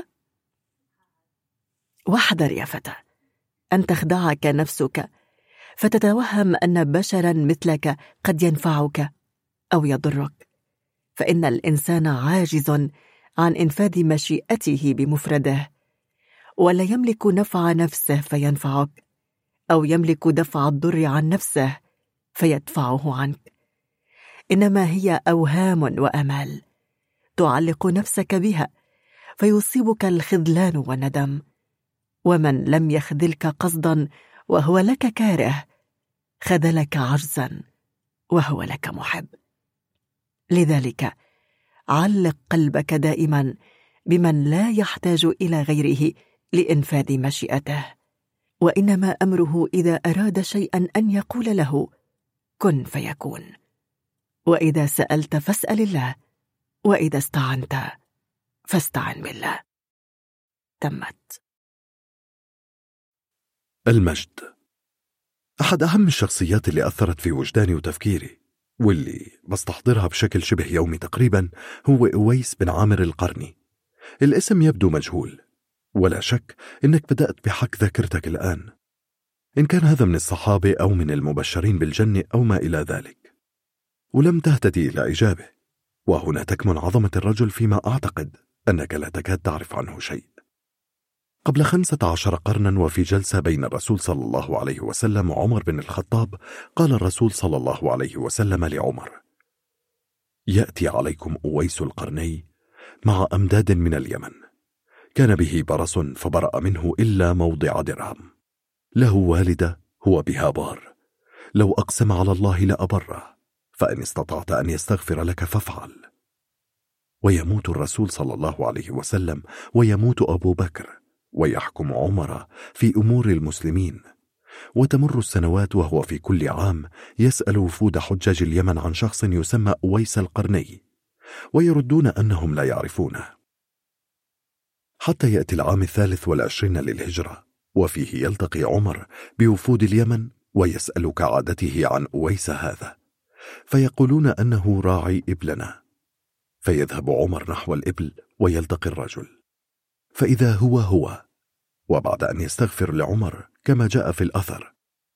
واحذر يا فتى أن تخدعك نفسك فتتوهم أن بشرا مثلك قد ينفعك أو يضرك، فإن الإنسان عاجز عن إنفاذ مشيئته بمفرده، ولا يملك نفع نفسه فينفعك، أو يملك دفع الضر عن نفسه فيدفعه عنك. إنما هي أوهام وأمال تعلق نفسك بها فيصيبك الخذلان والندم، ومن لم يخذلك قصدا وهو لك كاره خذلك عجزا وهو لك محب. لذلك علق قلبك دائما بمن لا يحتاج إلى غيره لإنفاذ مشيئته، وإنما أمره إذا أراد شيئا أن يقول له كن فيكون. وإذا سألت فاسأل الله، وإذا استعنت فاستعن بالله. تمت. المجد أحد أهم الشخصيات اللي أثرت في وجداني وتفكيري، واللي بستحضرها بشكل شبه يومي تقريبا، هو أويس بن عامر القرني. الاسم يبدو مجهول، ولا شك إنك بدأت بحك ذاكرتك الآن، إن كان هذا من الصحابة أو من المبشرين بالجنة أو ما إلى ذلك، ولم تهتدي إلى إجابة. وهنا تكمن عظمة الرجل فيما أعتقد أنك لا تكاد تعرف عنه شيء. قبل 15 قرنا وفي جلسة بين الرسول صلى الله عليه وسلم وعمر بن الخطاب، قال الرسول صلى الله عليه وسلم لعمر: يأتي عليكم أويس القرني مع أمداد من اليمن، كان به برص فبرأ منه إلا موضع درهم، له والدة هو بها بار، لو أقسم على الله لأبره، فإن استطعت أن يستغفر لك فافعل. ويموت الرسول صلى الله عليه وسلم ويموت أبو بكر ويحكم عمر في أمور المسلمين، وتمر السنوات وهو في كل عام يسأل وفود حجاج اليمن عن شخص يسمى أويس القرني، ويردون أنهم لا يعرفونه، حتى يأتي العام 23 للهجرة، وفيه يلتقي عمر بوفود اليمن ويسأل كعادته عن أويس هذا، فيقولون أنه راعي إبلنا، فيذهب عمر نحو الإبل ويلتقي الرجل، فإذا هو، وبعد أن يستغفر لعمر كما جاء في الأثر،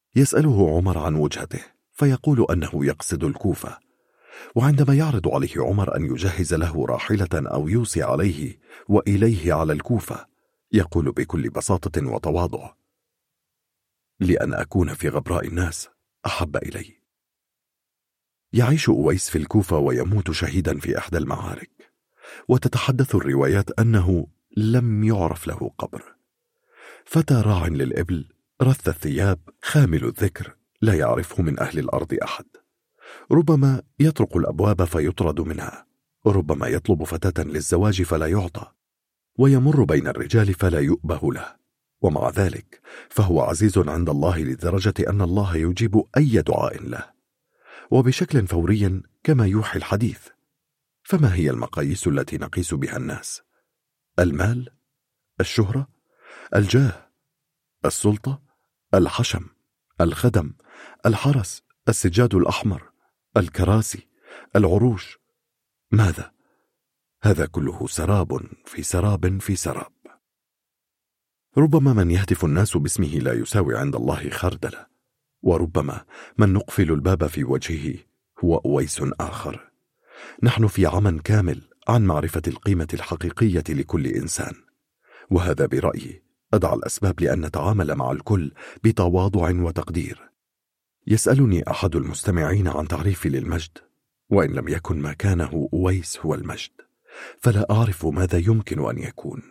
يسأله عمر عن وجهته فيقول أنه يقصد الكوفة، وعندما يعرض عليه عمر أن يجهز له راحلة أو يوصي عليه وإليه على الكوفة، يقول بكل بساطة وتواضع: لأن أكون في غبراء الناس أحب إلي. يعيش أويس في الكوفة ويموت شهيدا في إحدى المعارك، وتتحدث الروايات أنه لم يعرف له قبر. فتى راع للإبل رث الثياب خامل الذكر لا يعرفه من أهل الأرض أحد، ربما يطرق الأبواب فيطرد منها، ربما يطلب فتاة للزواج فلا يعطى، ويمر بين الرجال فلا يؤبه له، ومع ذلك فهو عزيز عند الله لدرجة أن الله يجيب أي دعاء له وبشكل فوري كما يوحي الحديث. فما هي المقاييس التي نقيس بها الناس؟ المال؟ الشهرة؟ الجاه؟ السلطة؟ الحشم؟ الخدم؟ الحرس؟ السجاد الأحمر؟ الكراسي؟ العروش؟ ماذا؟ هذا كله سراب في سراب في سراب. ربما من يهتف الناس باسمه لا يساوي عند الله خردلة، وربما من نقفل الباب في وجهه هو أويس آخر. نحن في عمى كامل عن معرفة القيمة الحقيقية لكل إنسان، وهذا برأيي أدعى الأسباب لأن نتعامل مع الكل بتواضع وتقدير. يسألني أحد المستمعين عن تعريفي للمجد، وإن لم يكن ما كانه أويس هو المجد فلا أعرف ماذا يمكن أن يكون.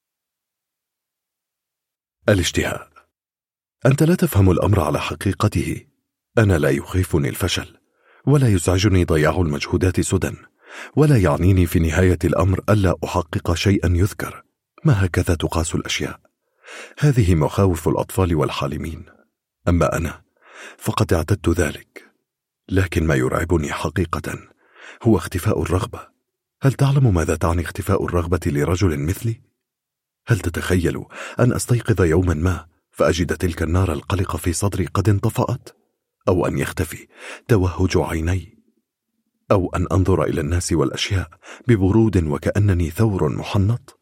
الاشتهاء. أنت لا تفهم الأمر على حقيقته. أنا لا يخيفني الفشل، ولا يزعجني ضياع المجهودات سدى، ولا يعنيني في نهاية الأمر ألا أحقق شيئا يذكر. ما هكذا تقاس الأشياء؟ هذه مخاوف الأطفال والحالمين، أما أنا فقد اعتدت ذلك. لكن ما يرعبني حقيقة هو اختفاء الرغبة. هل تعلم ماذا تعني اختفاء الرغبة لرجل مثلي؟ هل تتخيل أن أستيقظ يوما ما فأجد تلك النار القلقة في صدري قد انطفأت؟ أو أن يختفي توهج عيني؟ أو أن أنظر إلى الناس والأشياء ببرود وكأنني ثور محنط؟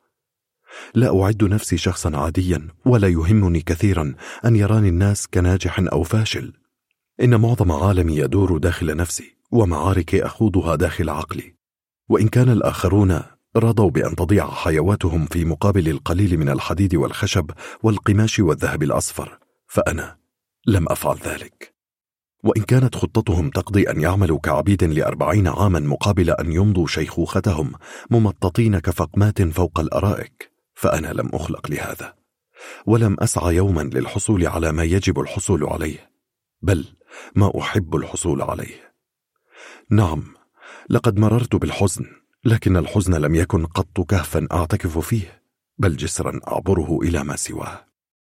لا أعد نفسي شخصا عاديا، ولا يهمني كثيرا أن يراني الناس كناجح أو فاشل. إن معظم عالمي يدور داخل نفسي، ومعاركي أخوضها داخل عقلي. وإن كان الآخرون رضوا بأن تضيع حيواتهم في مقابل القليل من الحديد والخشب والقماش والذهب الأصفر، فأنا لم أفعل ذلك. وإن كانت خطتهم تقضي أن يعملوا كعبيد ل40 عاما مقابل أن يمضوا شيخوختهم ممططين كفقمات فوق الأرائك، فأنا لم أخلق لهذا، ولم أسعى يوما للحصول على ما يجب الحصول عليه، بل ما أحب الحصول عليه. نعم، لقد مررت بالحزن، لكن الحزن لم يكن قط كهفا أعتكف فيه، بل جسرا أعبره إلى ما سواه.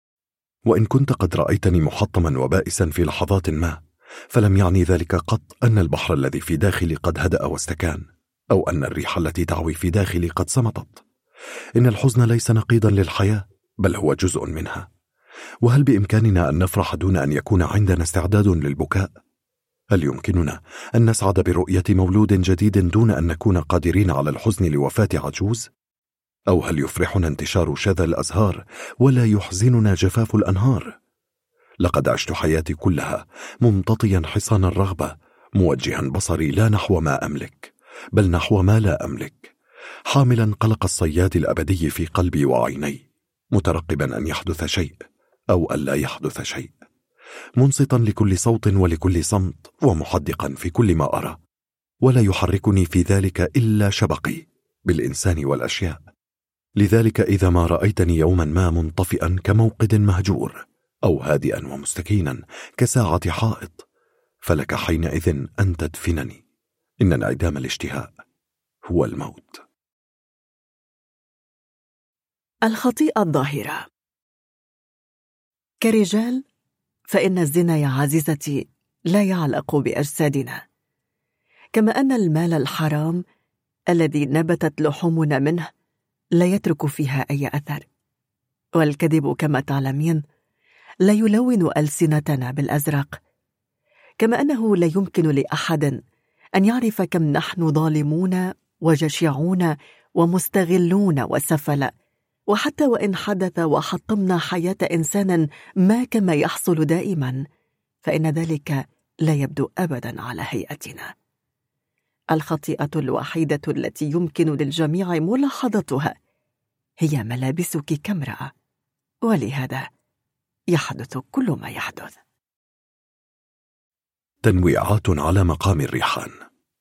وإن كنت قد رأيتني محطما وبائسا في لحظات ما، فلم يعني ذلك قط أن البحر الذي في داخلي قد هدأ واستكان، أو أن الريح التي تعوي في داخلي قد صمتت. إن الحزن ليس نقيضا للحياة، بل هو جزء منها. وهل بإمكاننا أن نفرح دون أن يكون عندنا استعداد للبكاء؟ هل يمكننا أن نسعد برؤية مولود جديد دون أن نكون قادرين على الحزن لوفاة عجوز؟ أو هل يفرحنا انتشار شذا الأزهار ولا يحزننا جفاف الأنهار؟ لقد عشت حياتي كلها ممتطيا حصان الرغبة، موجها بصري لا نحو ما أملك، بل نحو ما لا أملك، حاملا قلق الصياد الأبدي في قلبي وعيني، مترقبا أن يحدث شيء أو ألا يحدث شيء، منصتا لكل صوت ولكل صمت، ومحدقا في كل ما أرى، ولا يحركني في ذلك إلا شبقي بالإنسان والأشياء. لذلك إذا ما رأيتني يوما ما منطفئا كموقد مهجور، أو هادئا ومستكينا كساعة حائط، فلك حينئذ أن تدفنني. إن انعدام الاشتهاء هو الموت. الخطيئة الظاهرة. كرجال فإن الزنا يا عزيزتي لا يعلق بأجسادنا، كما أن المال الحرام الذي نبتت لحومنا منه لا يترك فيها أي أثر، والكذب كما تعلمين لا يلون ألسنتنا بالأزرق، كما أنه لا يمكن لأحد أن يعرف كم نحن ظالمون وجشعون ومستغلون وسفل. وحتى وإن حدث وحطمنا حياة إنسان ما كما يحصل دائما، فإن ذلك لا يبدو أبدا على هيئتنا. الخطيئة الوحيدة التي يمكن للجميع ملاحظتها هي ملابسك كامرأة، ولهذا يحدث كل ما يحدث. تنويعات على مقام الريحان.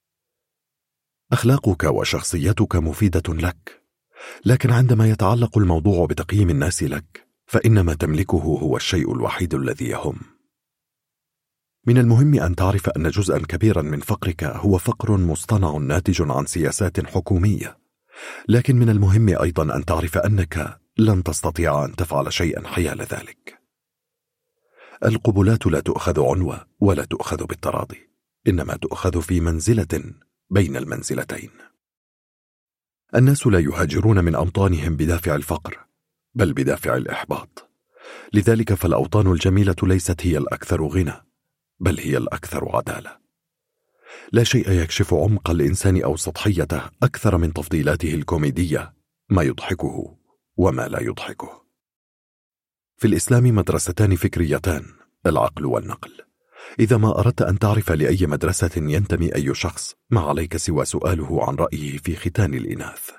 أخلاقك وشخصيتك مفيدة لك، لكن عندما يتعلق الموضوع بتقييم الناس لك فإن ما تملكه هو الشيء الوحيد الذي يهم. من المهم أن تعرف أن جزءا كبيرا من فقرك هو فقر مصطنع ناتج عن سياسات حكومية، لكن من المهم أيضا أن تعرف أنك لن تستطيع أن تفعل شيئا حيال ذلك. القبلات لا تؤخذ عنوة ولا تؤخذ بالتراضي، إنما تؤخذ في منزلة بين المنزلتين. الناس لا يهاجرون من أوطانهم بدافع الفقر، بل بدافع الإحباط. لذلك فالأوطان الجميلة ليست هي الأكثر غنى، بل هي الأكثر عدالة. لا شيء يكشف عمق الإنسان أو سطحيته أكثر من تفضيلاته الكوميدية، ما يضحكه وما لا يضحكه. في الإسلام مدرستان فكريتان، العقل والنقل. إذا ما أردت أن تعرف لأي مدرسة ينتمي أي شخص، ما عليك سوى سؤاله عن رأيه في ختان الإناث.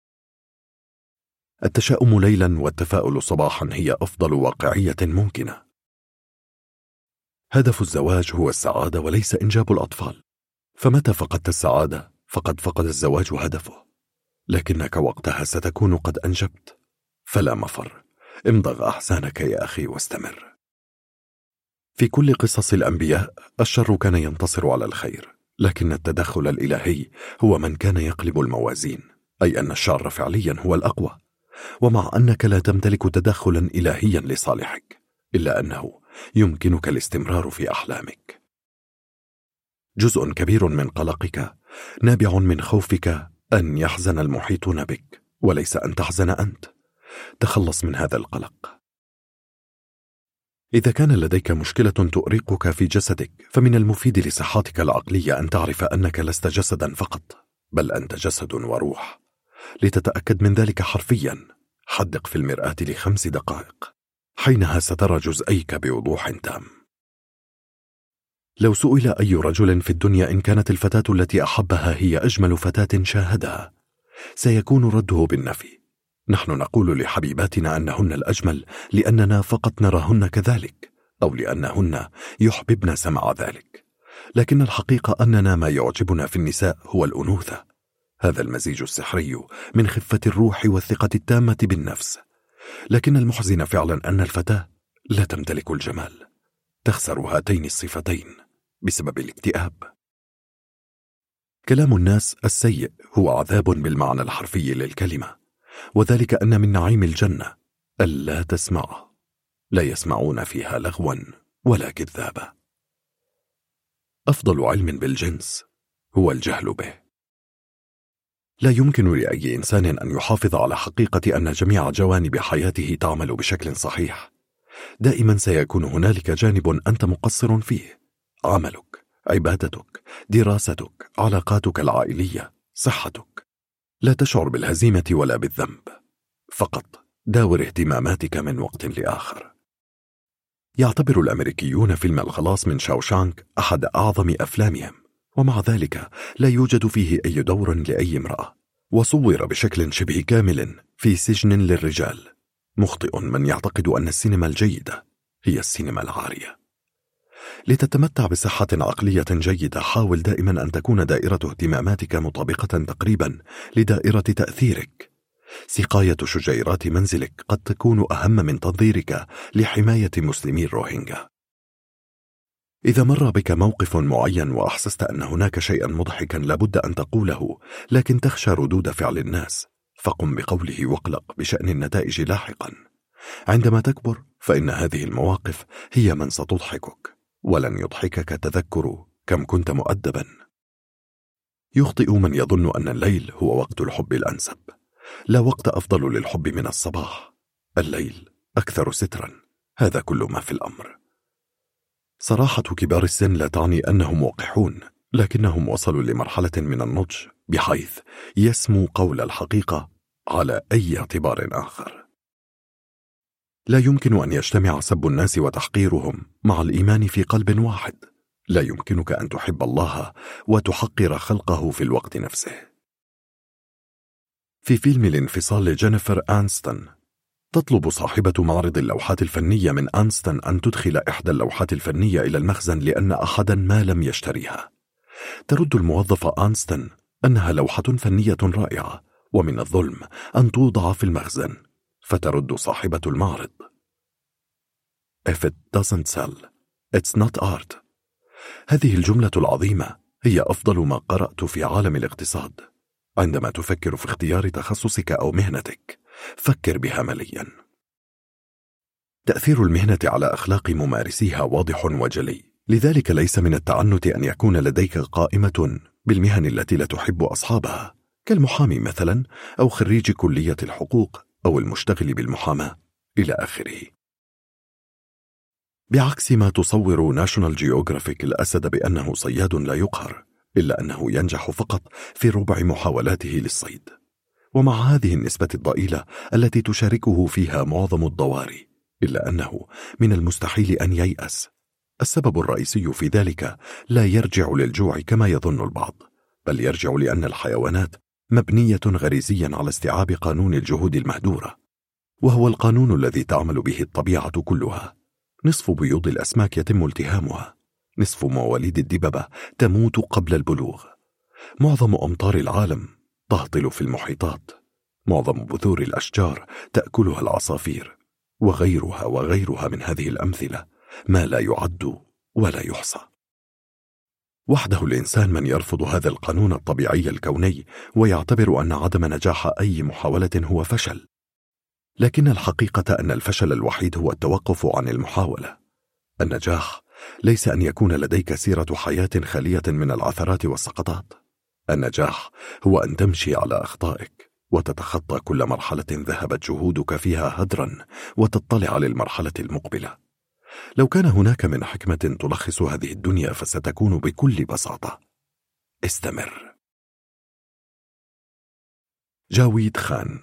التشاؤم ليلا والتفاؤل صباحا هي أفضل واقعية ممكنة. هدف الزواج هو السعادة وليس إنجاب الأطفال، فمتى فقدت السعادة فقد فقد الزواج هدفه، لكنك وقتها ستكون قد أنجبت. فلا مفر، امضغ أحزانك يا أخي واستمر. في كل قصص الأنبياء الشر كان ينتصر على الخير، لكن التدخل الإلهي هو من كان يقلب الموازين، أي أن الشر فعليا هو الأقوى. ومع أنك لا تمتلك تدخلا إلهيا لصالحك، إلا أنه يمكنك الاستمرار في أحلامك. جزء كبير من قلقك نابع من خوفك أن يحزن المحيطون بك وليس أن تحزن أنت. تخلص من هذا القلق. إذا كان لديك مشكلة تؤرقك في جسدك، فمن المفيد لصحتك العقلية أن تعرف أنك لست جسدا فقط، بل أنت جسد وروح. لتتأكد من ذلك حرفيا، حدق في المرآة ل5 دقائق، حينها سترى جزئيك بوضوح تام. لو سئل أي رجل في الدنيا إن كانت الفتاة التي أحبها هي أجمل فتاة شاهدها، سيكون رده بالنفي. نحن نقول لحبيباتنا أنهن الأجمل لأننا فقط نراهن كذلك، أو لأنهن يحببن سمع ذلك. لكن الحقيقة أننا ما يعجبنا في النساء هو الأنوثة، هذا المزيج السحري من خفة الروح والثقة التامة بالنفس. لكن المحزن فعلا أن الفتاة لا تمتلك الجمال، تخسر هاتين الصفتين بسبب الاكتئاب. كلام الناس السيء هو عذاب بالمعنى الحرفي للكلمة، وذلك أن من نعيم الجنة ألا تسمعه، لا يسمعون فيها لغوا ولا كذابة. أفضل علم بالجنس هو الجهل به. لا يمكن لأي إنسان أن يحافظ على حقيقة أن جميع جوانب حياته تعمل بشكل صحيح. دائما سيكون هنالك جانب أنت مقصر فيه: عملك، عبادتك، دراستك، علاقاتك العائلية، صحتك. لا تشعر بالهزيمة ولا بالذنب، فقط داور اهتماماتك من وقت لآخر. يعتبر الأمريكيون فيلم الخلاص من شاوشانك أحد أعظم أفلامهم، ومع ذلك لا يوجد فيه أي دور لأي امرأة، وصور بشكل شبه كامل في سجن للرجال. مخطئ من يعتقد أن السينما الجيدة هي السينما العارية. لتتمتع بصحة عقلية جيدة، حاول دائما أن تكون دائرة اهتماماتك مطابقة تقريبا لدائرة تأثيرك. سقاية شجيرات منزلك قد تكون أهم من تنظيرك لحماية مسلمي الروهينجا. إذا مر بك موقف معين وأحسست أن هناك شيئا مضحكا لابد أن تقوله، لكن تخشى ردود فعل الناس، فقم بقوله واقلق بشأن النتائج لاحقا. عندما تكبر فإن هذه المواقف هي من ستضحكك، ولن يضحكك تذكر كم كنت مؤدبا. يخطئ من يظن أن الليل هو وقت الحب الأنسب. لا وقت أفضل للحب من الصباح. الليل أكثر سترا، هذا كل ما في الأمر. صراحة كبار السن لا تعني أنهم وقحون، لكنهم وصلوا لمرحلة من النضج بحيث يسمو قول الحقيقة على أي اعتبار آخر. لا يمكن أن يجتمع سب الناس وتحقيرهم مع الإيمان في قلب واحد. لا يمكنك أن تحب الله وتحقر خلقه في الوقت نفسه. في فيلم الانفصال لجينيفر آنستون، تطلب صاحبة معرض اللوحات الفنية من آنستون أن تدخل إحدى اللوحات الفنية إلى المخزن لأن أحدا ما لم يشتريها. ترد الموظفة آنستون أنها لوحة فنية رائعة ومن الظلم أن توضع في المخزن. فترد صاحبة المعرض: If it doesn't sell, it's not art. هذه الجملة العظيمة هي أفضل ما قرأت في عالم الاقتصاد. عندما تفكر في اختيار تخصصك أو مهنتك، فكر بها مليا. تأثير المهنة على أخلاق ممارسيها واضح وجلي، لذلك ليس من التعنت أن يكون لديك قائمة بالمهن التي لا تحب أصحابها، كالمحامي مثلا، أو خريج كلية الحقوق، أو المشتغل بالمحاماة، إلى آخره. بعكس ما تصور ناشونال جيوغرافيك الأسد بأنه صياد لا يقهر، إلا أنه ينجح فقط في ربع محاولاته للصيد. ومع هذه النسبة الضئيلة التي تشاركه فيها معظم الضواري، إلا أنه من المستحيل أن ييأس. السبب الرئيسي في ذلك لا يرجع للجوع كما يظن البعض، بل يرجع لأن الحيوانات مبنية غريزيا على استيعاب قانون الجهود المهدورة، وهو القانون الذي تعمل به الطبيعة كلها. نصف بيوض الأسماك يتم التهامها، نصف مواليد الدببة تموت قبل البلوغ، معظم أمطار العالم تهطل في المحيطات، معظم بذور الأشجار تأكلها العصافير، وغيرها من هذه الأمثلة ما لا يعد ولا يحصى. وحده الإنسان من يرفض هذا القانون الطبيعي الكوني ويعتبر أن عدم نجاح أي محاولة هو فشل. لكن الحقيقة أن الفشل الوحيد هو التوقف عن المحاولة. النجاح ليس أن يكون لديك سيرة حياة خالية من العثرات والسقطات. النجاح هو أن تمشي على أخطائك وتتخطى كل مرحلة ذهبت جهودك فيها هدرا وتطلع للمرحلة المقبلة. لو كان هناك من حكمة تلخص هذه الدنيا فستكون بكل بساطة: استمر. جاويد خان.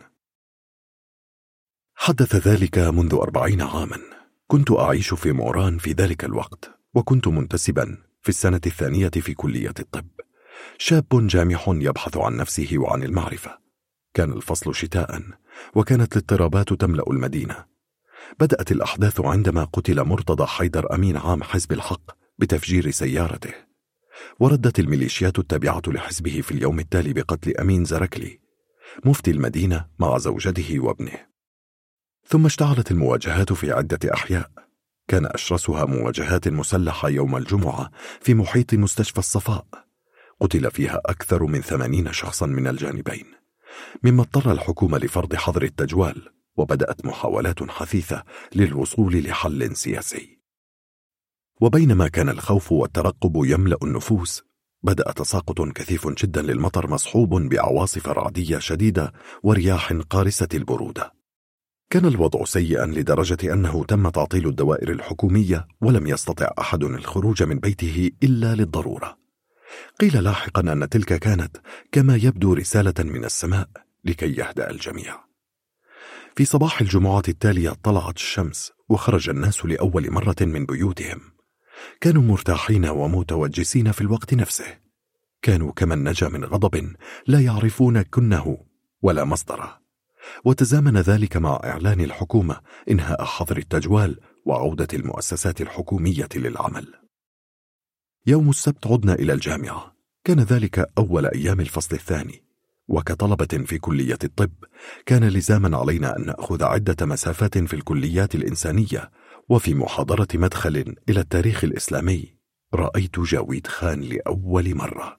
حدث ذلك منذ 40 عاما. كنت أعيش في موران في ذلك الوقت، وكنت منتسبا في السنة الثانية في كلية الطب، شاب جامح يبحث عن نفسه وعن المعرفة. كان الفصل شتاء، وكانت الاضطرابات تملأ المدينة. بدأت الأحداث عندما قتل مرتضى حيدر أمين عام حزب الحق بتفجير سيارته، وردت الميليشيات التابعة لحزبه في اليوم التالي بقتل أمين زركلي مفتي المدينة مع زوجته وابنه. ثم اشتعلت المواجهات في عدة أحياء، كان أشرسها مواجهات مسلحة يوم الجمعة في محيط مستشفى الصفاء، قتل فيها أكثر من 80 شخصا من الجانبين، مما اضطر الحكومة لفرض حظر التجوال، وبدأت محاولات حثيثة للوصول لحل سياسي. وبينما كان الخوف والترقب يملأ النفوس، بدأ تساقط كثيف جدا للمطر مصحوب بعواصف رعدية شديدة ورياح قارسة البرودة. كان الوضع سيئا لدرجة أنه تم تعطيل الدوائر الحكومية، ولم يستطع أحد الخروج من بيته إلا للضرورة. قيل لاحقا أن تلك كانت كما يبدو رسالة من السماء لكي يهدأ الجميع. في صباح الجمعة التالية طلعت الشمس، وخرج الناس لأول مرة من بيوتهم. كانوا مرتاحين ومتوجسين في الوقت نفسه، كانوا كمن نجا من غضب لا يعرفون كنه ولا مصدره. وتزامن ذلك مع إعلان الحكومة إنهاء حظر التجوال وعودة المؤسسات الحكومية للعمل. يوم السبت عدنا إلى الجامعة، كان ذلك أول أيام الفصل الثاني، وكطلبة في كلية الطب كان لزاما علينا أن نأخذ عدة مسافات في الكليات الإنسانية. وفي محاضرة مدخل إلى التاريخ الإسلامي رأيت جاويد خان لأول مرة.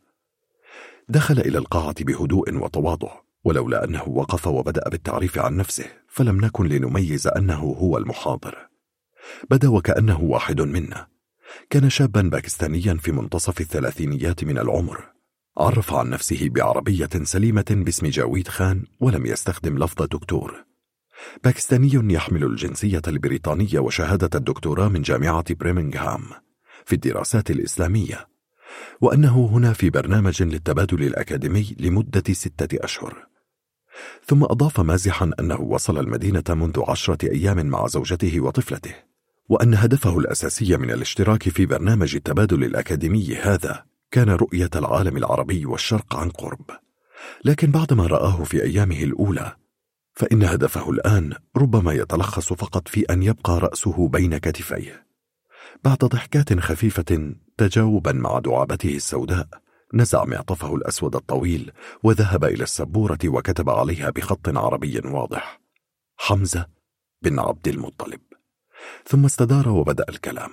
دخل إلى القاعة بهدوء وتواضع، ولولا أنه وقف وبدأ بالتعريف عن نفسه فلم نكن لنميز أنه هو المحاضر. بدا وكأنه واحد منا. كان شابا باكستانيا في منتصف الثلاثينيات من العمر، عرف عن نفسه بعربية سليمة باسم جاويد خان، ولم يستخدم لفظ دكتور. باكستاني يحمل الجنسية البريطانية وشهادة الدكتوراه من جامعة بريمنغهام في الدراسات الإسلامية، وأنه هنا في برنامج للتبادل الأكاديمي لمدة 6 أشهر. ثم أضاف مازحا أنه وصل المدينة منذ 10 أيام مع زوجته وطفلته، وأن هدفه الأساسي من الاشتراك في برنامج التبادل الأكاديمي هذا كان رؤية العالم العربي والشرق عن قرب. لكن بعدما رآه في أيامه الأولى، فإن هدفه الآن ربما يتلخص فقط في أن يبقى رأسه بين كتفيه. بعد ضحكات خفيفة تجاوبا مع دعابته السوداء، نزع معطفه الأسود الطويل وذهب إلى السبورة وكتب عليها بخط عربي واضح: حمزة بن عبد المطلب. ثم استدار وبدأ الكلام.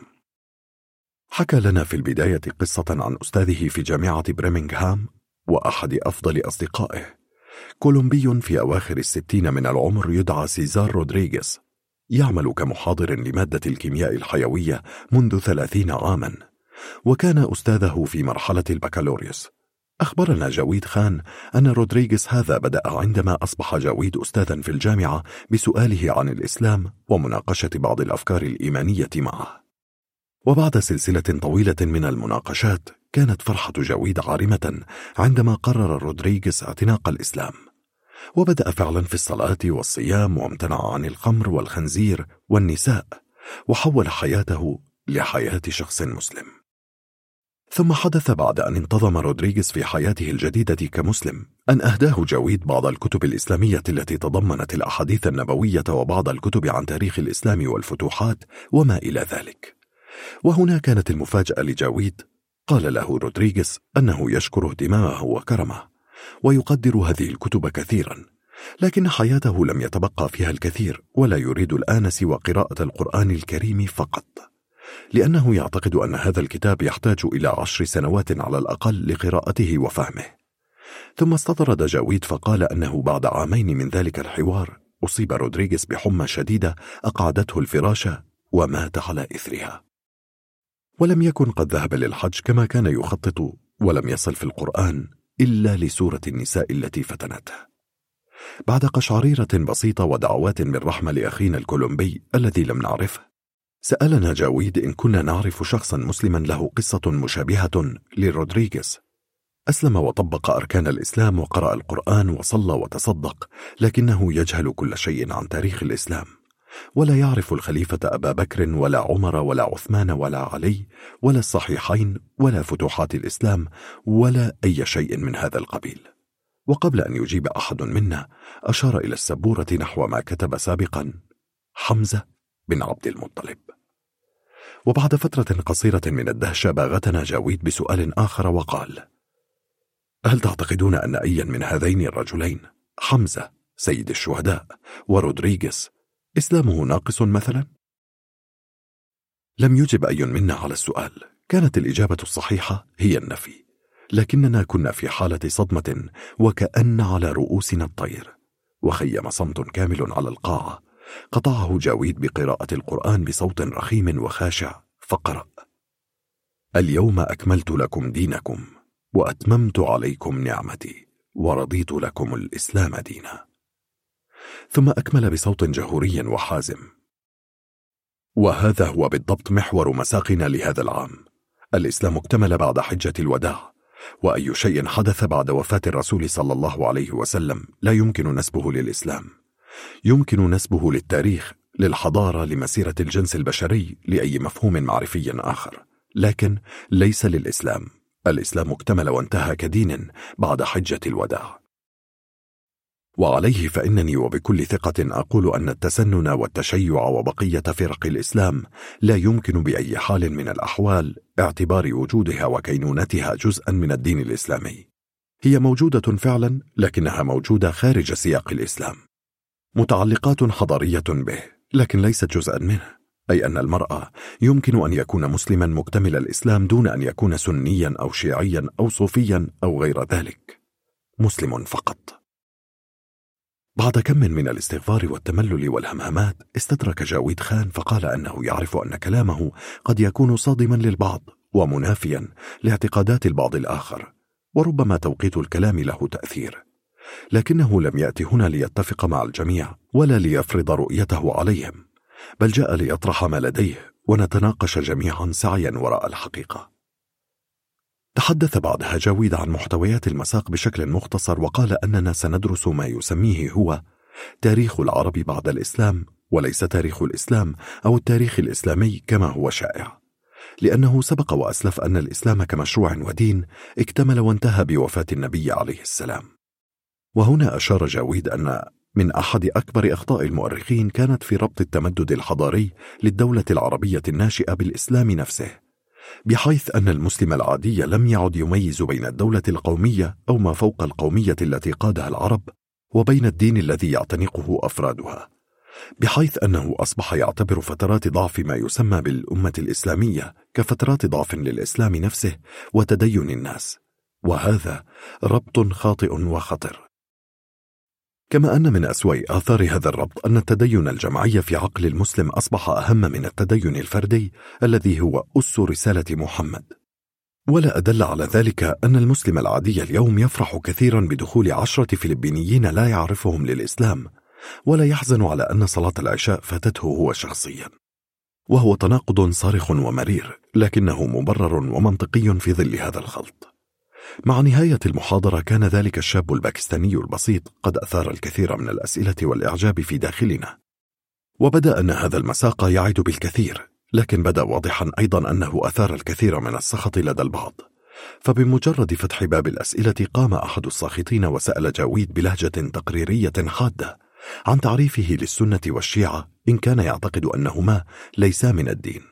حكى لنا في البداية قصة عن أستاذه في جامعة بريمنغهام وأحد أفضل أصدقائه، كولومبي في أواخر 60 من العمر يدعى سيزار رودريغيز، يعمل كمحاضر لمادة الكيمياء الحيوية منذ 30 عاما، وكان أستاذه في مرحلة البكالوريوس. أخبرنا جاويد خان أن رودريغيز هذا بدأ عندما أصبح جاويد أستاذا في الجامعة بسؤاله عن الإسلام ومناقشة بعض الأفكار الإيمانية معه. وبعد سلسلة طويلة من المناقشات، كانت فرحة جاويد عارمة عندما قرر رودريغيز اعتناق الإسلام، وبدأ فعلا في الصلاة والصيام، وامتنع عن الخمر والخنزير والنساء، وحول حياته لحياة شخص مسلم. ثم حدث بعد أن انتظم رودريغيز في حياته الجديدة كمسلم أن أهداه جاويد بعض الكتب الإسلامية التي تضمنت الأحاديث النبوية وبعض الكتب عن تاريخ الإسلام والفتوحات وما إلى ذلك. وهنا كانت المفاجأة لجاويد. قال له رودريغيز أنه يشكر اهتمامه وكرمه ويقدر هذه الكتب كثيرا، لكن حياته لم يتبقى فيها الكثير، ولا يريد الآن سوى قراءة القرآن الكريم فقط، لأنه يعتقد أن هذا الكتاب يحتاج إلى 10 سنوات على الأقل لقراءته وفهمه. ثم استطرد جاويد فقال أنه بعد 2 عام من ذلك الحوار أصيب رودريغيز بحمى شديدة أقعدته الفراشة ومات على إثرها. ولم يكن قد ذهب للحج كما كان يخطط، ولم يصل في القرآن إلا لسورة النساء التي فتنته. بعد قشعريرة بسيطة ودعوات بالرحمة لأخينا الكولومبي الذي لم نعرفه، سألنا جاويد إن كنا نعرف شخصا مسلما له قصة مشابهة لرودريغيز. أسلم وطبق أركان الإسلام وقرأ القرآن وصلى وتصدق، لكنه يجهل كل شيء عن تاريخ الإسلام، ولا يعرف الخليفة أبا بكر ولا عمر ولا عثمان ولا علي ولا الصحيحين ولا فتوحات الإسلام ولا أي شيء من هذا القبيل. وقبل أن يجيب أحد منا أشار إلى السبورة نحو ما كتب سابقا: حمزة بن عبد المطلب. وبعد فترة قصيرة من الدهشة باغتنا جاويد بسؤال آخر وقال: هل تعتقدون أن أي من هذين الرجلين، حمزة سيد الشهداء ورودريغيز، إسلامه ناقص مثلا؟ لم يجب أي منا على السؤال. كانت الإجابة الصحيحة هي النفي، لكننا كنا في حالة صدمة وكأن على رؤوسنا الطير، وخيم صمت كامل على القاعة. قطعه جاويد بقراءة القرآن بصوت رخيم وخاشع، فقرأ: اليوم أكملت لكم دينكم وأتممت عليكم نعمتي ورضيت لكم الإسلام دينا. ثم أكمل بصوت جهوري وحازم: وهذا هو بالضبط محور مساقنا لهذا العام. الإسلام اكتمل بعد حجة الوداع، وأي شيء حدث بعد وفاة الرسول صلى الله عليه وسلم لا يمكن نسبه للإسلام. يمكن نسبه للتاريخ، للحضارة، لمسيرة الجنس البشري، لأي مفهوم معرفي آخر، لكن ليس للإسلام. الإسلام اكتمل وانتهى كدين بعد حجة الوداع. وعليه فإنني وبكل ثقة أقول أن التسنن والتشيع وبقية فرق الإسلام لا يمكن بأي حال من الأحوال اعتبار وجودها وكينونتها جزءا من الدين الإسلامي. هي موجودة فعلا، لكنها موجودة خارج سياق الإسلام، متعلقات حضارية به، لكن ليست جزءا منه. أي أن المرأة يمكن أن يكون مسلما مكتمل الإسلام دون أن يكون سنيا أو شيعيا أو صوفيا أو غير ذلك، مسلم فقط. بعد كم من الاستغفار والتملل والهمهمات، استدرك جاويد خان فقال أنه يعرف أن كلامه قد يكون صادما للبعض ومنافيا لاعتقادات البعض الآخر، وربما توقيت الكلام له تأثير، لكنه لم يأتي هنا ليتفق مع الجميع ولا ليفرض رؤيته عليهم، بل جاء ليطرح ما لديه ونتناقش جميعا سعيا وراء الحقيقة. تحدث بعدها جاويد عن محتويات المساق بشكل مختصر، وقال أننا سندرس ما يسميه هو تاريخ العرب بعد الإسلام، وليس تاريخ الإسلام أو التاريخ الإسلامي كما هو شائع، لأنه سبق وأسلف أن الإسلام كمشروع ودين اكتمل وانتهى بوفاة النبي عليه السلام. وهنا أشار جاويد أن من أحد أكبر أخطاء المؤرخين كانت في ربط التمدد الحضاري للدولة العربية الناشئة بالإسلام نفسه، بحيث أن المسلم العادي لم يعد يميز بين الدولة القومية أو ما فوق القومية التي قادها العرب وبين الدين الذي يعتنقه أفرادها، بحيث أنه أصبح يعتبر فترات ضعف ما يسمى بالأمة الإسلامية كفترات ضعف للإسلام نفسه وتدين الناس، وهذا ربط خاطئ وخطر. كما أن من أسوأ آثار هذا الربط أن التدين الجماعي في عقل المسلم أصبح أهم من التدين الفردي الذي هو أس رسالة محمد. ولا أدل على ذلك أن المسلم العادي اليوم يفرح كثيرا بدخول 10 فلبينيين لا يعرفهم للإسلام، ولا يحزن على أن صلاة العشاء فاتته هو شخصيا، وهو تناقض صارخ ومرير، لكنه مبرر ومنطقي في ظل هذا الخلط. مع نهاية المحاضرة كان ذلك الشاب الباكستاني البسيط قد أثار الكثير من الأسئلة والإعجاب في داخلنا، وبدأ أن هذا المساق يعد بالكثير، لكن بدأ واضحا أيضا أنه أثار الكثير من السخط لدى البعض. فبمجرد فتح باب الأسئلة قام أحد الساخطين وسأل جاويد بلهجة تقريرية حادة عن تعريفه للسنة والشيعة إن كان يعتقد أنهما ليسا من الدين.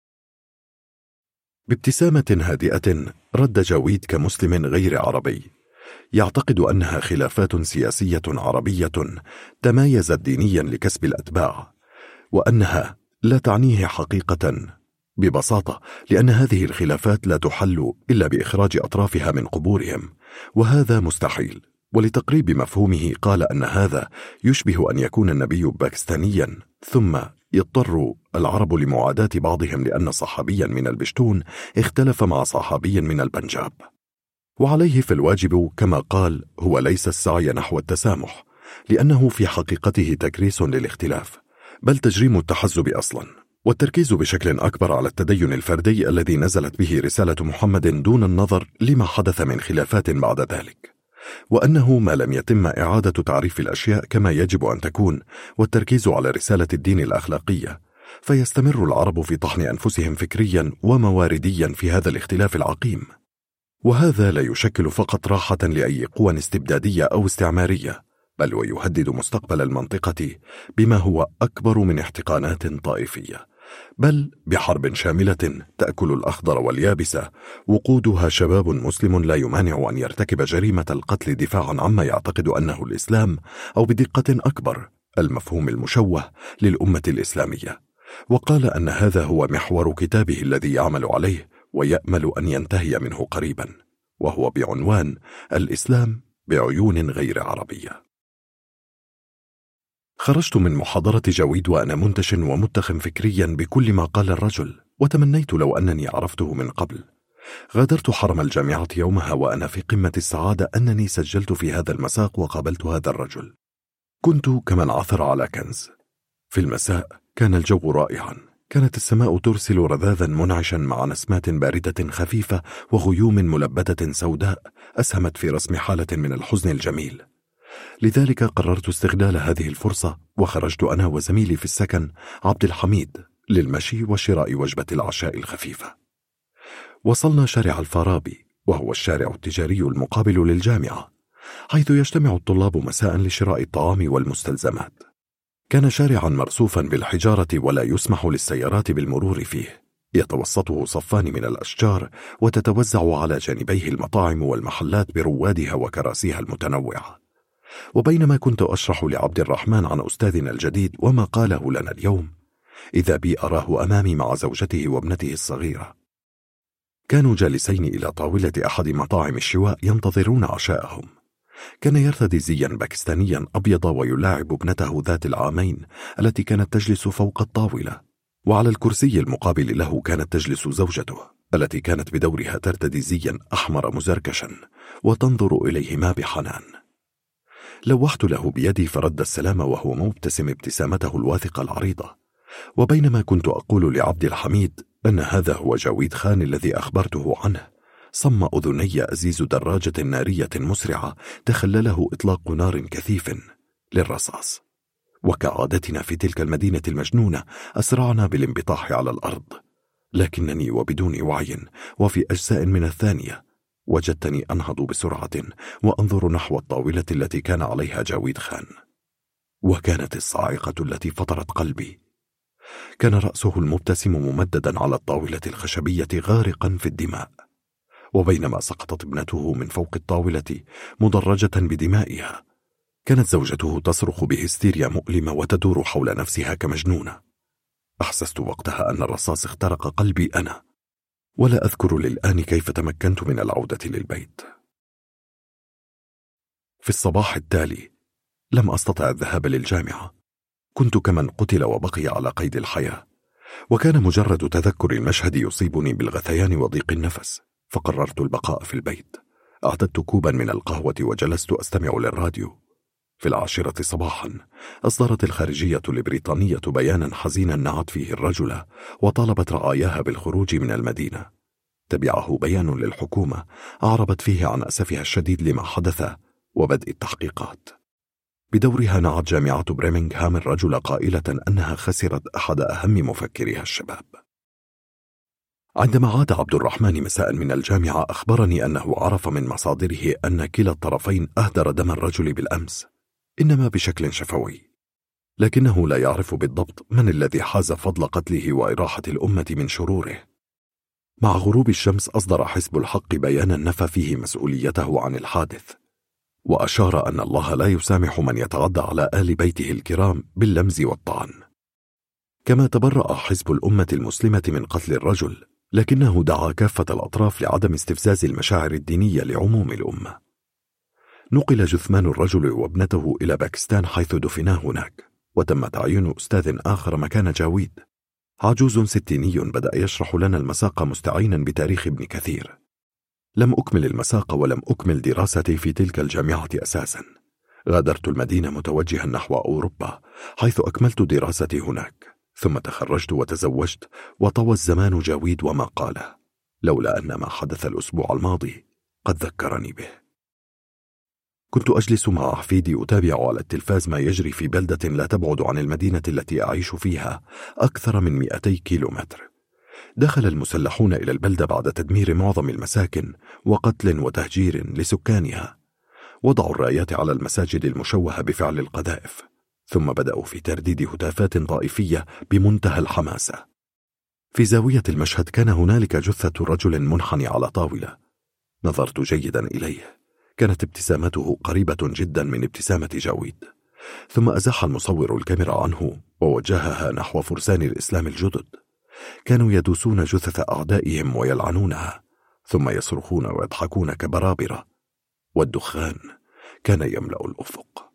بابتسامة هادئة رد جاويد كمسلم غير عربي يعتقد أنها خلافات سياسية عربية تمايزت دينيا لكسب الأتباع، وأنها لا تعنيه حقيقة، ببساطة لأن هذه الخلافات لا تحل إلا بإخراج أطرافها من قبورهم، وهذا مستحيل. ولتقريب مفهومه قال أن هذا يشبه أن يكون النبي باكستانيا ثم يضطر العرب لمعاداة بعضهم لأن صحابيا من البشتون اختلف مع صحابي من البنجاب، وعليه في الواجب كما قال هو ليس السعي نحو التسامح، لأنه في حقيقته تكريس للاختلاف، بل تجريم التحزب أصلا، والتركيز بشكل أكبر على التدين الفردي الذي نزلت به رسالة محمد دون النظر لما حدث من خلافات بعد ذلك، وأنه ما لم يتم إعادة تعريف الأشياء كما يجب أن تكون والتركيز على رسالة الدين الأخلاقية، فيستمر العرب في طحن أنفسهم فكريا وموارديا في هذا الاختلاف العقيم. وهذا لا يشكل فقط راحة لأي قوى استبدادية أو استعمارية، بل ويهدد مستقبل المنطقة بما هو أكبر من احتقانات طائفية، بل بحرب شاملة تأكل الأخضر واليابس وقودها شباب مسلم لا يمانع أن يرتكب جريمة القتل دفاعا عما يعتقد أنه الإسلام، أو بدقة أكبر المفهوم المشوه للأمة الإسلامية. وقال أن هذا هو محور كتابه الذي يعمل عليه ويأمل أن ينتهي منه قريبا، وهو بعنوان الإسلام بعيون غير عربية. خرجت من محاضرة جاويد وأنا منتش ومتخم فكريا بكل ما قال الرجل، وتمنيت لو أنني عرفته من قبل. غادرت حرم الجامعة يومها وأنا في قمة السعادة أنني سجلت في هذا المساق وقابلت هذا الرجل. كنت كمن عثر على كنز. في المساء كان الجو رائعا، كانت السماء ترسل رذاذا منعشا مع نسمات باردة خفيفة وغيوم ملبدة سوداء أسهمت في رسم حالة من الحزن الجميل. لذلك قررت استغلال هذه الفرصة، وخرجت أنا وزميلي في السكن عبد الحميد للمشي وشراء وجبة العشاء الخفيفة. وصلنا شارع الفارابي، وهو الشارع التجاري المقابل للجامعة، حيث يجتمع الطلاب مساء لشراء الطعام والمستلزمات. كان شارعا مرصوفا بالحجارة ولا يسمح للسيارات بالمرور فيه، يتوسطه صفان من الأشجار وتتوزع على جانبيه المطاعم والمحلات بروادها وكراسيها المتنوعة. وبينما كنت أشرح لعبد الرحمن عن أستاذنا الجديد وما قاله لنا اليوم، إذا بي أراه أمامي مع زوجته وابنته الصغيرة. كانوا جالسين إلى طاولة أحد مطاعم الشواء ينتظرون عشاءهم. كان يرتدي زيا باكستانيا أبيض ويلاعب ابنته ذات العامين التي كانت تجلس فوق الطاولة، وعلى الكرسي المقابل له كانت تجلس زوجته التي كانت بدورها ترتدي زيا أحمر مزركشا وتنظر إليهما بحنان. لوحت له بيدي فرد السلام وهو مبتسم ابتسامته الواثقة العريضة. وبينما كنت أقول لعبد الحميد أن هذا هو جاويد خان الذي أخبرته عنه، صم أذني أزيز دراجة نارية مسرعة تخلله إطلاق نار كثيف للرصاص. وكعادتنا في تلك المدينة المجنونة أسرعنا بالانبطاح على الأرض، لكنني وبدون وعي وفي أجزاء من الثانية وجدتني أنهض بسرعة وأنظر نحو الطاولة التي كان عليها جاويد خان، وكانت الصاعقة التي فطرت قلبي. كان رأسه المبتسم ممددا على الطاولة الخشبية غارقا في الدماء، وبينما سقطت ابنته من فوق الطاولة مدرجة بدمائها، كانت زوجته تصرخ بهستيريا مؤلمة وتدور حول نفسها كمجنونة. أحسست وقتها أن الرصاص اخترق قلبي أنا، ولا أذكر للآن كيف تمكنت من العودة للبيت. في الصباح التالي لم أستطع الذهاب للجامعة، كنت كمن قتل وبقي على قيد الحياة، وكان مجرد تذكر المشهد يصيبني بالغثيان وضيق النفس، فقررت البقاء في البيت. أعددت كوبا من القهوة وجلست أستمع للراديو. في 10 صباحا أصدرت الخارجية البريطانية بيانا حزينا نعت فيه الرجل وطالبت رعاياها بالخروج من المدينة. تبعه بيان للحكومة أعربت فيه عن أسفها الشديد لما حدث وبدء التحقيقات. بدورها نعت جامعة بريمنغهام الرجل قائلة أنها خسرت أحد أهم مفكريها الشباب. عندما عاد عبد الرحمن مساء من الجامعة أخبرني أنه عرف من مصادره أن كلا الطرفين أهدر دم الرجل بالأمس، إنما بشكل شفوي، لكنه لا يعرف بالضبط من الذي حاز فضل قتله وإراحة الأمة من شروره. مع غروب الشمس أصدر حزب الحق بيانا نفى فيه مسؤوليته عن الحادث، وأشار أن الله لا يسامح من يتعدى على آل بيته الكرام باللمز والطعن. كما تبرأ حزب الأمة المسلمة من قتل الرجل، لكنه دعا كافة الأطراف لعدم استفزاز المشاعر الدينية لعموم الأمة. نقل جثمان الرجل وابنته إلى باكستان حيث دفنا هناك، وتم تعيين أستاذ آخر مكان جاويد، عجوز 60 بدأ يشرح لنا المساق مستعينا بتاريخ ابن كثير. لم أكمل المساق ولم أكمل دراستي في تلك الجامعة أساسا. غادرت المدينة متوجها نحو أوروبا حيث أكملت دراستي هناك، ثم تخرجت وتزوجت، وطوى الزمان جاويد وما قاله، لولا أن ما حدث الأسبوع الماضي قد ذكرني به. كنت أجلس مع حفيدي أتابع على التلفاز ما يجري في بلدة لا تبعد عن المدينة التي أعيش فيها أكثر من 200 كيلومتر. دخل المسلحون إلى البلدة بعد تدمير معظم المساكن وقتل وتهجير لسكانها. وضعوا الرايات على المساجد المشوهة بفعل القذائف، ثم بدأوا في ترديد هتافات طائفية بمنتهى الحماسة. في زاوية المشهد كان هنالك جثة رجل منحني على طاولة. نظرت جيدا إليه، كانت ابتسامته قريبة جدا من ابتسامة جاويد. ثم أزاح المصور الكاميرا عنه ووجهها نحو فرسان الإسلام الجدد. كانوا يدوسون جثث أعدائهم ويلعنونها، ثم يصرخون ويضحكون كبرابرة، والدخان كان يملأ الأفق.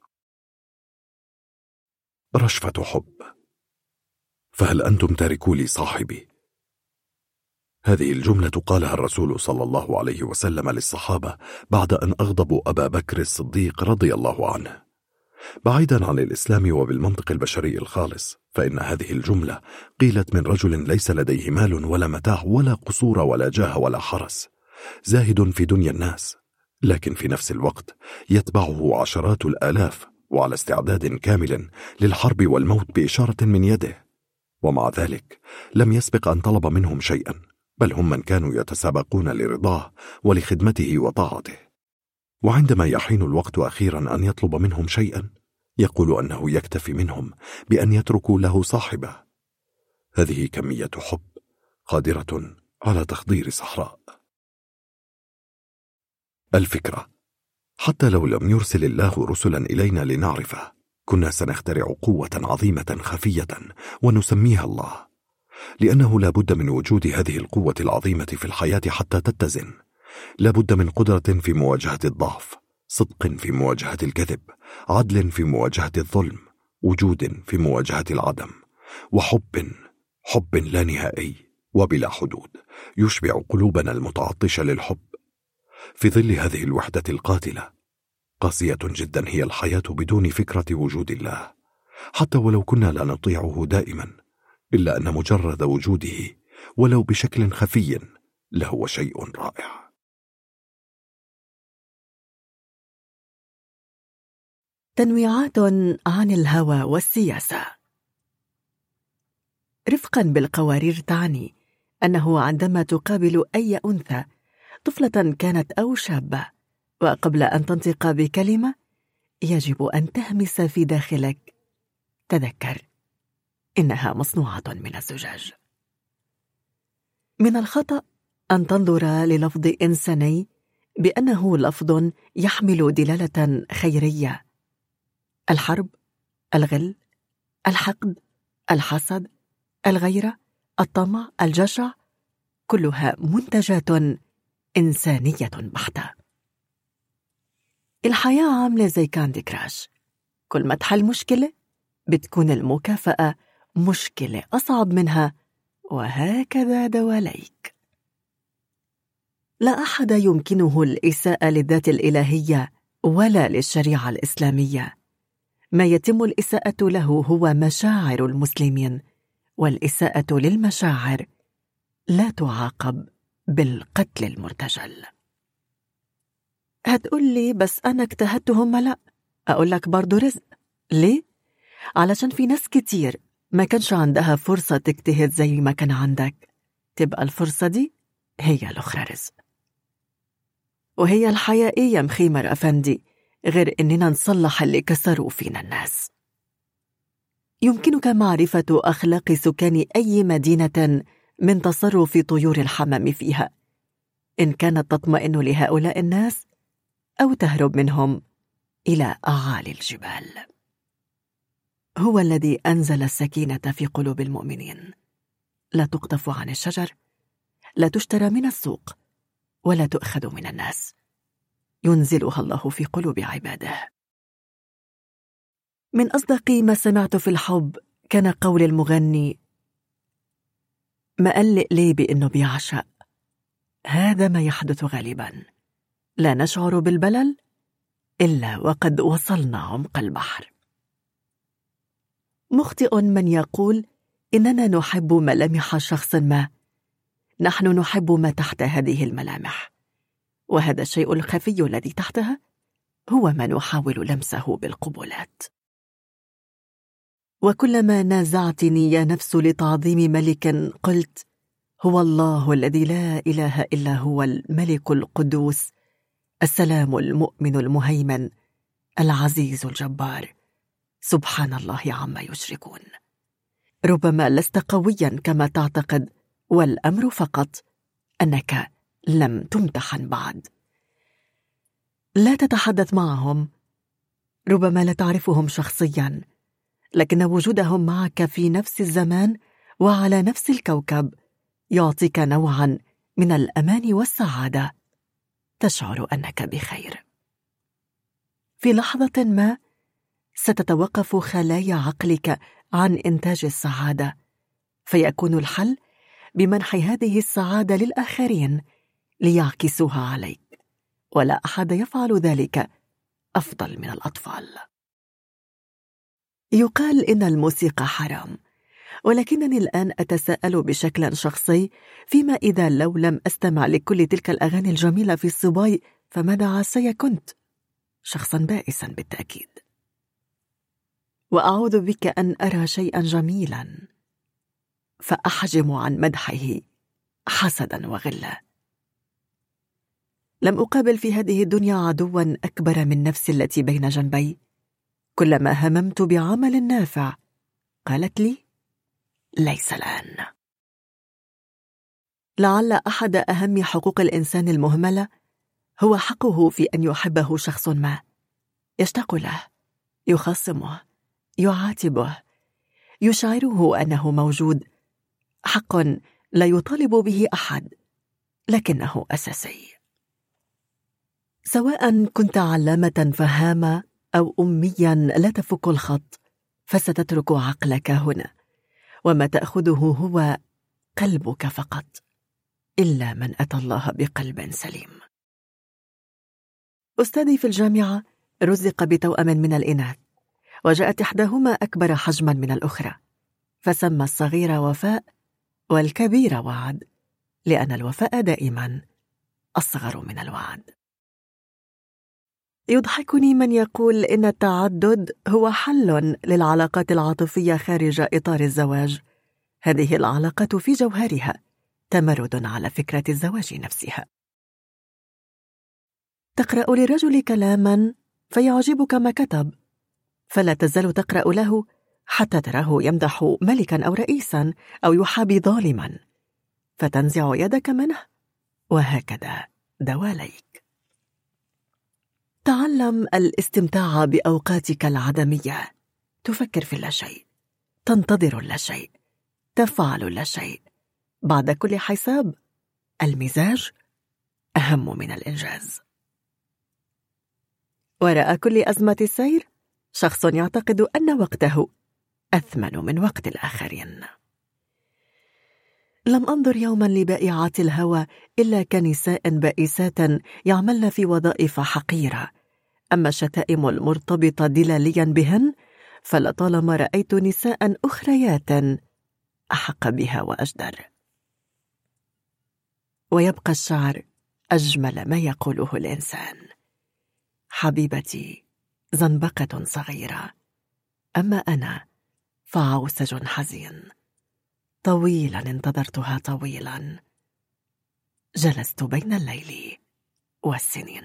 رشفة حب. فهل أنتم تاركوا لي صاحبي؟ هذه الجملة قالها الرسول صلى الله عليه وسلم للصحابة بعد أن أغضبوا أبا بكر الصديق رضي الله عنه. بعيدا عن الإسلام وبالمنطق البشري الخالص، فإن هذه الجملة قيلت من رجل ليس لديه مال ولا متاع ولا قصور ولا جاه ولا حرس، زاهد في دنيا الناس، لكن في نفس الوقت يتبعه عشرات الآلاف وعلى استعداد كامل للحرب والموت بإشارة من يده. ومع ذلك لم يسبق أن طلب منهم شيئا، بل هم من كانوا يتسابقون لرضاه ولخدمته وطاعته. وعندما يحين الوقت أخيرا أن يطلب منهم شيئا، يقول أنه يكتفي منهم بأن يتركوا له صاحبه. هذه كمية حب قادرة على تخضير صحراء. الفكرة: حتى لو لم يرسل الله رسلا إلينا لنعرفه، كنا سنخترع قوة عظيمة خفية ونسميها الله، لأنه لا بد من وجود هذه القوة العظيمة في الحياة حتى تتزن. لا بد من قدرة في مواجهة الضعف، صدق في مواجهة الكذب، عدل في مواجهة الظلم، وجود في مواجهة العدم، وحب لا نهائي وبلا حدود يشبع قلوبنا المتعطشة للحب. في ظل هذه الوحدة القاتلة، قاسية جدا هي الحياة بدون فكرة وجود الله، حتى ولو كنا لا نطيعه دائما، إلا أن مجرد وجوده ولو بشكل خفي لهو شيء رائع. تنويعات عن الهوى والسياسة. رفقا بالقوارير تعني أنه عندما تقابل أي أنثى، طفلة كانت أو شابة، وقبل أن تنطق بكلمة يجب أن تهمس في داخلك: تذكر إنها مصنوعة من الزجاج. من الخطأ أن تنظر للفظ إنساني بأنه لفظ يحمل دلالة خيرية. الحرب، الغل، الحقد، الحسد، الغيرة، الطمع، الجشع، كلها منتجات إنسانية بحتة. الحياة عاملة زي كاندي كراش، كل ما تحل مشكلة بتكون المكافأة مشكلة أصعب منها، وهكذا دواليك. لا أحد يمكنه الإساءة للذات الإلهية ولا للشريعة الإسلامية. ما يتم الإساءة له هو مشاعر المسلمين، والإساءة للمشاعر لا تعاقب بالقتل المرتجل. هتقول لي بس أنا اجتهدتهم. لا، أقول لك برضو رزق. ليه؟ علشان في ناس كتير ما كانش عندها فرصة تجتهد زي ما كان عندك، تبقى الفرصة دي هي الأخرى رزق. وهي الحياة إيه يا مخيمر أفندي غير إننا نصلح اللي كسروا فينا الناس؟ يمكنك معرفة أخلاق سكان أي مدينة من تصرف طيور الحمام فيها، إن كانت تطمئن لهؤلاء الناس أو تهرب منهم إلى أعالي الجبال. هو الذي أنزل السكينة في قلوب المؤمنين، لا تقطف عن الشجر، لا تشترى من السوق، ولا تؤخذ من الناس، ينزلها الله في قلوب عباده. من أصدق ما سمعت في الحب كان قول المغني: مقلق ليه بأنه بيعشق، هذا ما يحدث غالبا، لا نشعر بالبلل إلا وقد وصلنا عمق البحر. مخطئ من يقول إننا نحب ملامح شخص ما، نحن نحب ما تحت هذه الملامح، وهذا الشيء الخفي الذي تحتها هو ما نحاول لمسه بالقبلات. وكلما نازعتني يا نفس لتعظيم ملك قلت: هو الله الذي لا إله إلا هو الملك القدوس السلام المؤمن المهيمن العزيز الجبار، سبحان الله عما يشركون. ربما لست قويا كما تعتقد، والأمر فقط أنك لم تمتحن بعد. لا تتحدث معهم، ربما لا تعرفهم شخصيا، لكن وجودهم معك في نفس الزمان وعلى نفس الكوكب يعطيك نوعا من الأمان والسعادة، تشعر أنك بخير. في لحظة ما ستتوقف خلايا عقلك عن إنتاج السعادة، فيكون الحل بمنح هذه السعادة للآخرين ليعكسوها عليك، ولا أحد يفعل ذلك أفضل من الأطفال. يقال إن الموسيقى حرام، ولكنني الآن أتساءل بشكل شخصي: فيما إذا لو لم أستمع لكل تلك الأغاني الجميلة في الصباي، فماذا عسى كنت؟ شخصا بائسا بالتأكيد. وأعوذ بك أن أرى شيئا جميلا فأحجم عن مدحه حسدا وغلا. لم أقابل في هذه الدنيا عدوا أكبر من نفسي التي بين جنبي. كلما هممت بعمل نافع قالت لي: ليس الآن. لعل أحد أهم حقوق الإنسان المهملة هو حقه في أن يحبه شخص ما، يشتاق له، يخاصمه، يعاتبه، يشعره أنه موجود، حق لا يطالب به أحد، لكنه أساسي. سواء كنت علامة فهامة أو أميا لا تفك الخط، فستترك عقلك هنا، وما تأخذه هو قلبك فقط، إلا من أتى الله بقلب سليم. أستاذي في الجامعة رزق بتوأم من الإناث، وجاءت إحداهما أكبر حجما من الأخرى، فسمى الصغير وفاء والكبير وعد، لأن الوفاء دائما أصغر من الوعد. يضحكني من يقول إن التعدد هو حل للعلاقات العاطفية خارج إطار الزواج. هذه العلاقة في جوهرها تمرد على فكرة الزواج نفسها. تقرأ لرجل كلاما فيعجبك ما كتب، فلا تزال تقرأ له حتى تراه يمدح ملكا أو رئيسا أو يحابي ظالما، فتنزع يدك منه، وهكذا دواليك. تعلم الاستمتاع بأوقاتك العدمية. تفكر في اللاشيء، تنتظر اللاشيء، تفعل اللاشيء. بعد كل حساب المزاج أهم من الإنجاز. وراء كل أزمة السير شخص يعتقد أن وقته أثمن من وقت الآخرين. لم أنظر يوما لبائعات الهوى إلا كنساء بائسات يعملن في وظائف حقيرة، أما الشتائم المرتبطة دلاليا بهن فلطالما رأيت نساء أخريات أحق بها وأجدر. ويبقى الشعر أجمل ما يقوله الإنسان. حبيبتي زنبقة صغيرة، أما أنا فعوسج حزين. طويلا انتظرتها طويلا، جلست بين الليل والسنين.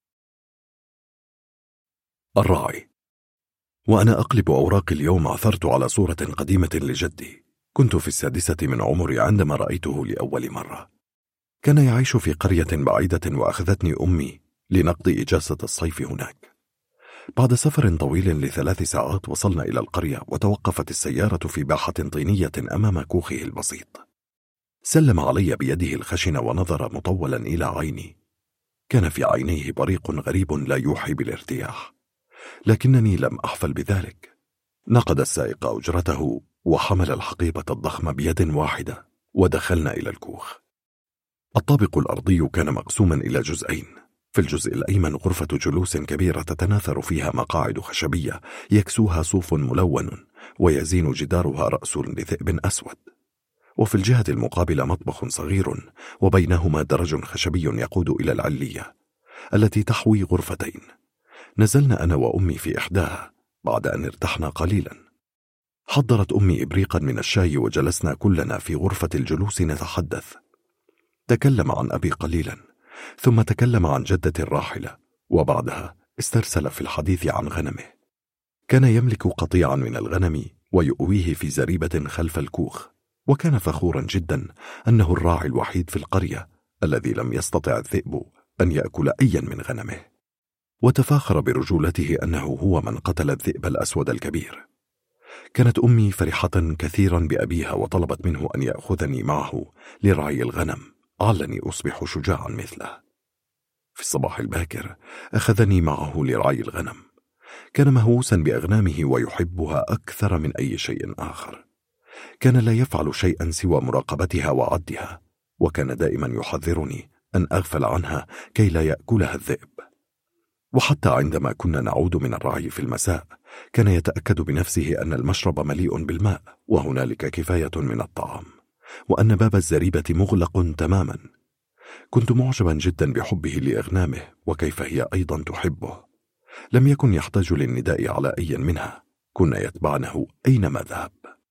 الراعي. وأنا أقلب أوراقي اليوم عثرت على صورة قديمة لجدي. كنت في 6 من عمري عندما رأيته لأول مرة. كان يعيش في قرية بعيدة، وأخذتني أمي لنقضي إجازة الصيف هناك. بعد سفر طويل ل3 ساعات وصلنا إلى القرية، وتوقفت السيارة في باحة طينية أمام كوخه البسيط. سلم علي بيده الخشنة ونظر مطولا إلى عيني. كان في عينيه بريق غريب لا يوحي بالارتياح، لكنني لم أحفل بذلك. نقد السائق أجرته وحمل الحقيبة الضخمة بيد واحدة، ودخلنا إلى الكوخ. الطابق الأرضي كان مقسوما إلى جزئين. في الجزء الأيمن غرفة جلوس كبيرة تتناثر فيها مقاعد خشبية يكسوها صوف ملون، ويزين جدارها رأس لذئب أسود. وفي الجهة المقابلة مطبخ صغير، وبينهما درج خشبي يقود إلى العلية التي تحوي غرفتين. نزلنا أنا وأمي في إحداها بعد أن ارتحنا قليلا. حضرت أمي إبريقا من الشاي، وجلسنا كلنا في غرفة الجلوس نتحدث. تكلم عن أبي قليلا، ثم تكلم عن جدتي الراحلة، وبعدها استرسل في الحديث عن غنمه. كان يملك قطيعا من الغنم ويؤويه في زريبة خلف الكوخ، وكان فخورا جدا أنه الراعي الوحيد في القرية الذي لم يستطع الذئب أن يأكل أيا من غنمه. وتفاخر برجولته أنه هو من قتل الذئب الأسود الكبير. كانت أمي فرحة كثيرا بأبيها، وطلبت منه أن يأخذني معه لرعي الغنم علني أصبح شجاعا مثله. في الصباح الباكر أخذني معه لرعي الغنم. كان مهووسا بأغنامه ويحبها أكثر من أي شيء آخر. كان لا يفعل شيئا سوى مراقبتها وعدها، وكان دائما يحذرني أن أغفل عنها كي لا يأكلها الذئب. وحتى عندما كنا نعود من الرعي في المساء كان يتأكد بنفسه أن المشرب مليء بالماء وهنالك كفاية من الطعام، وأن باب الزريبة مغلق تماما. كنت معجبا جدا بحبه لأغنامه وكيف هي أيضا تحبه. لم يكن يحتاج للنداء على أي منها، كنا يتبعنه أينما ذهب.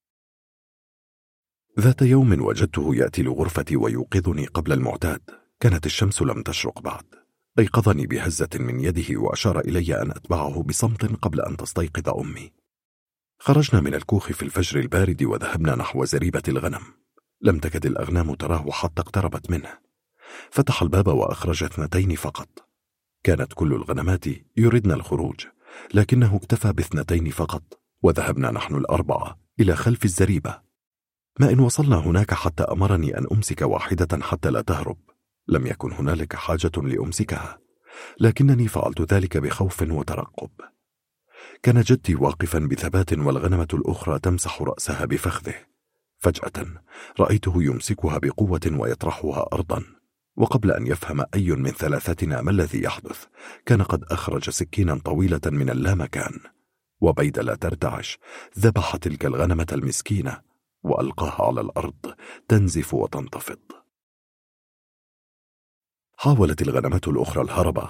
ذات يوم وجدته يأتي لغرفتي ويوقظني قبل المعتاد. كانت الشمس لم تشرق بعد. أيقظني بهزة من يده وأشار إلي أن أتبعه بصمت قبل أن تستيقظ أمي. خرجنا من الكوخ في الفجر البارد وذهبنا نحو زريبة الغنم. لم تكد الأغنام تراه حتى اقتربت منه. فتح الباب وأخرج 2 فقط. كانت كل الغنمات يردن الخروج، لكنه اكتفى ب2 فقط، وذهبنا نحن ال4 إلى خلف الزريبة. ما إن وصلنا هناك حتى أمرني أن أمسك واحدة حتى لا تهرب. لم يكن هنالك حاجة لأمسكها، لكنني فعلت ذلك بخوف وترقب. كان جدي واقفا بثبات والغنمة الأخرى تمسح رأسها بفخذه. فجأة رأيته يمسكها بقوة ويطرحها أرضا، وقبل أن يفهم أي من ثلاثتنا ما الذي يحدث كان قد أخرج سكينا طويلة من اللامكان، وبيد لا ترتعش ذبح تلك الغنمة المسكينة وألقاها على الأرض تنزف وتنتفض. حاولت الغنمة الأخرى الهرب،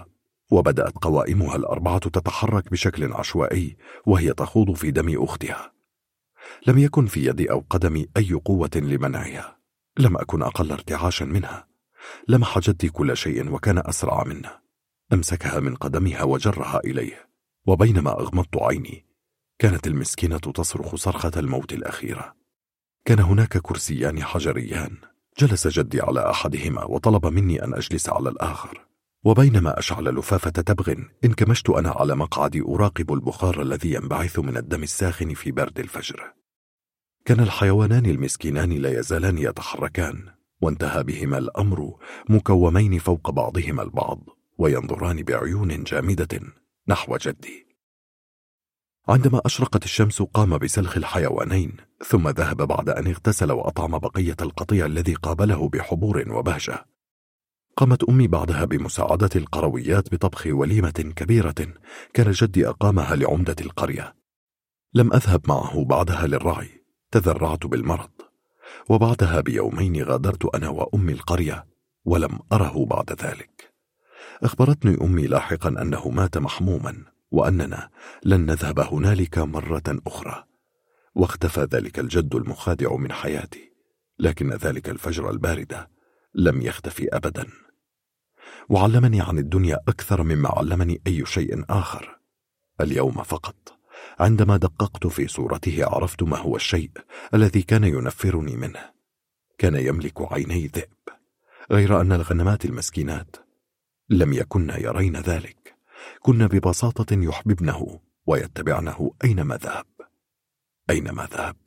وبدأت قوائمها الأربعة تتحرك بشكل عشوائي وهي تخوض في دم أختها. لم يكن في يدي أو قدمي أي قوة لمنعها، لم أكن أقل ارتعاشا منها. لمح جدي كل شيء وكان أسرع منا، أمسكها من قدمها وجرها إليه، وبينما أغمضت عيني كانت المسكينة تصرخ صرخة الموت الأخيرة. كان هناك كرسيان حجريان، جلس جدي على أحدهما وطلب مني أن أجلس على الآخر، وبينما أشعل لفافة تبغ انكمشت أنا على مقعدي أراقب البخار الذي ينبعث من الدم الساخن في برد الفجر. كان الحيوانان المسكينان لا يزالان يتحركان، وانتهى بهما الأمر مكومين فوق بعضهما البعض وينظران بعيون جامدة نحو جدي. عندما أشرقت الشمس قام بسلخ الحيوانين، ثم ذهب بعد أن اغتسل وأطعم بقية القطيع الذي قابله بحبور وبهجة. قامت أمي بعدها بمساعدة القرويات بطبخ وليمة كبيرة كان جدي أقامها لعمدة القرية. لم أذهب معه بعدها للرعي، تذرعت بالمرض، وبعدها بيومين غادرت أنا وأمي القرية ولم أره بعد ذلك. أخبرتني أمي لاحقا أنه مات محموما وأننا لن نذهب هنالك مرة أخرى، واختفى ذلك الجد المخادع من حياتي، لكن ذلك الفجر البارد لم يختفي أبدا، وعلمني عن الدنيا أكثر مما علمني أي شيء آخر. اليوم فقط عندما دققت في صورته عرفت ما هو الشيء الذي كان ينفرني منه. كان يملك عيني ذئب، غير أن الغنمات المسكينات لم يكن يرين ذلك، كن ببساطة يحببنه ويتبعنه أينما ذهب. أينما ذهب.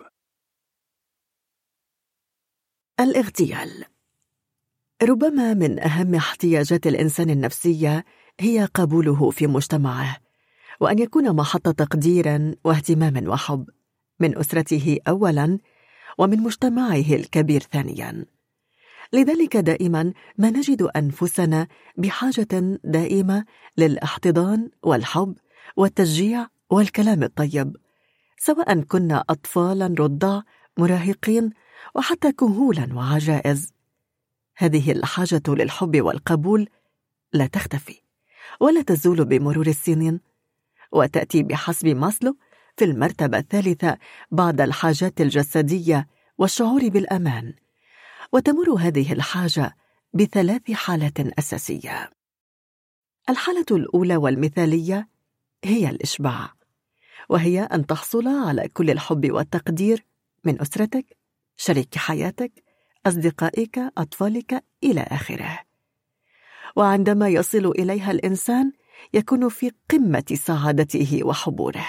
الاغتيال. ربما من أهم احتياجات الإنسان النفسية هي قبوله في مجتمعه، وأن يكون محط تقدير واهتمام وحب من أسرته أولا، ومن مجتمعه الكبير ثانيا. لذلك دائما ما نجد أنفسنا بحاجة دائمة للاحتضان والحب والتشجيع والكلام الطيب، سواء كنا أطفالا رضع، مراهقين، وحتى كهولا وعجائز. هذه الحاجة للحب والقبول لا تختفي ولا تزول بمرور السنين، وتأتي بحسب ماسلو في المرتبة الثالثة بعد الحاجات الجسدية والشعور بالأمان. وتمر هذه الحاجة بثلاث حالات أساسية. الحالة الأولى والمثالية هي الإشباع، وهي أن تحصل على كل الحب والتقدير من أسرتك، شريك حياتك، أصدقائك، أطفالك إلى آخره. وعندما يصل إليها الإنسان يكون في قمة سعادته وحبوره.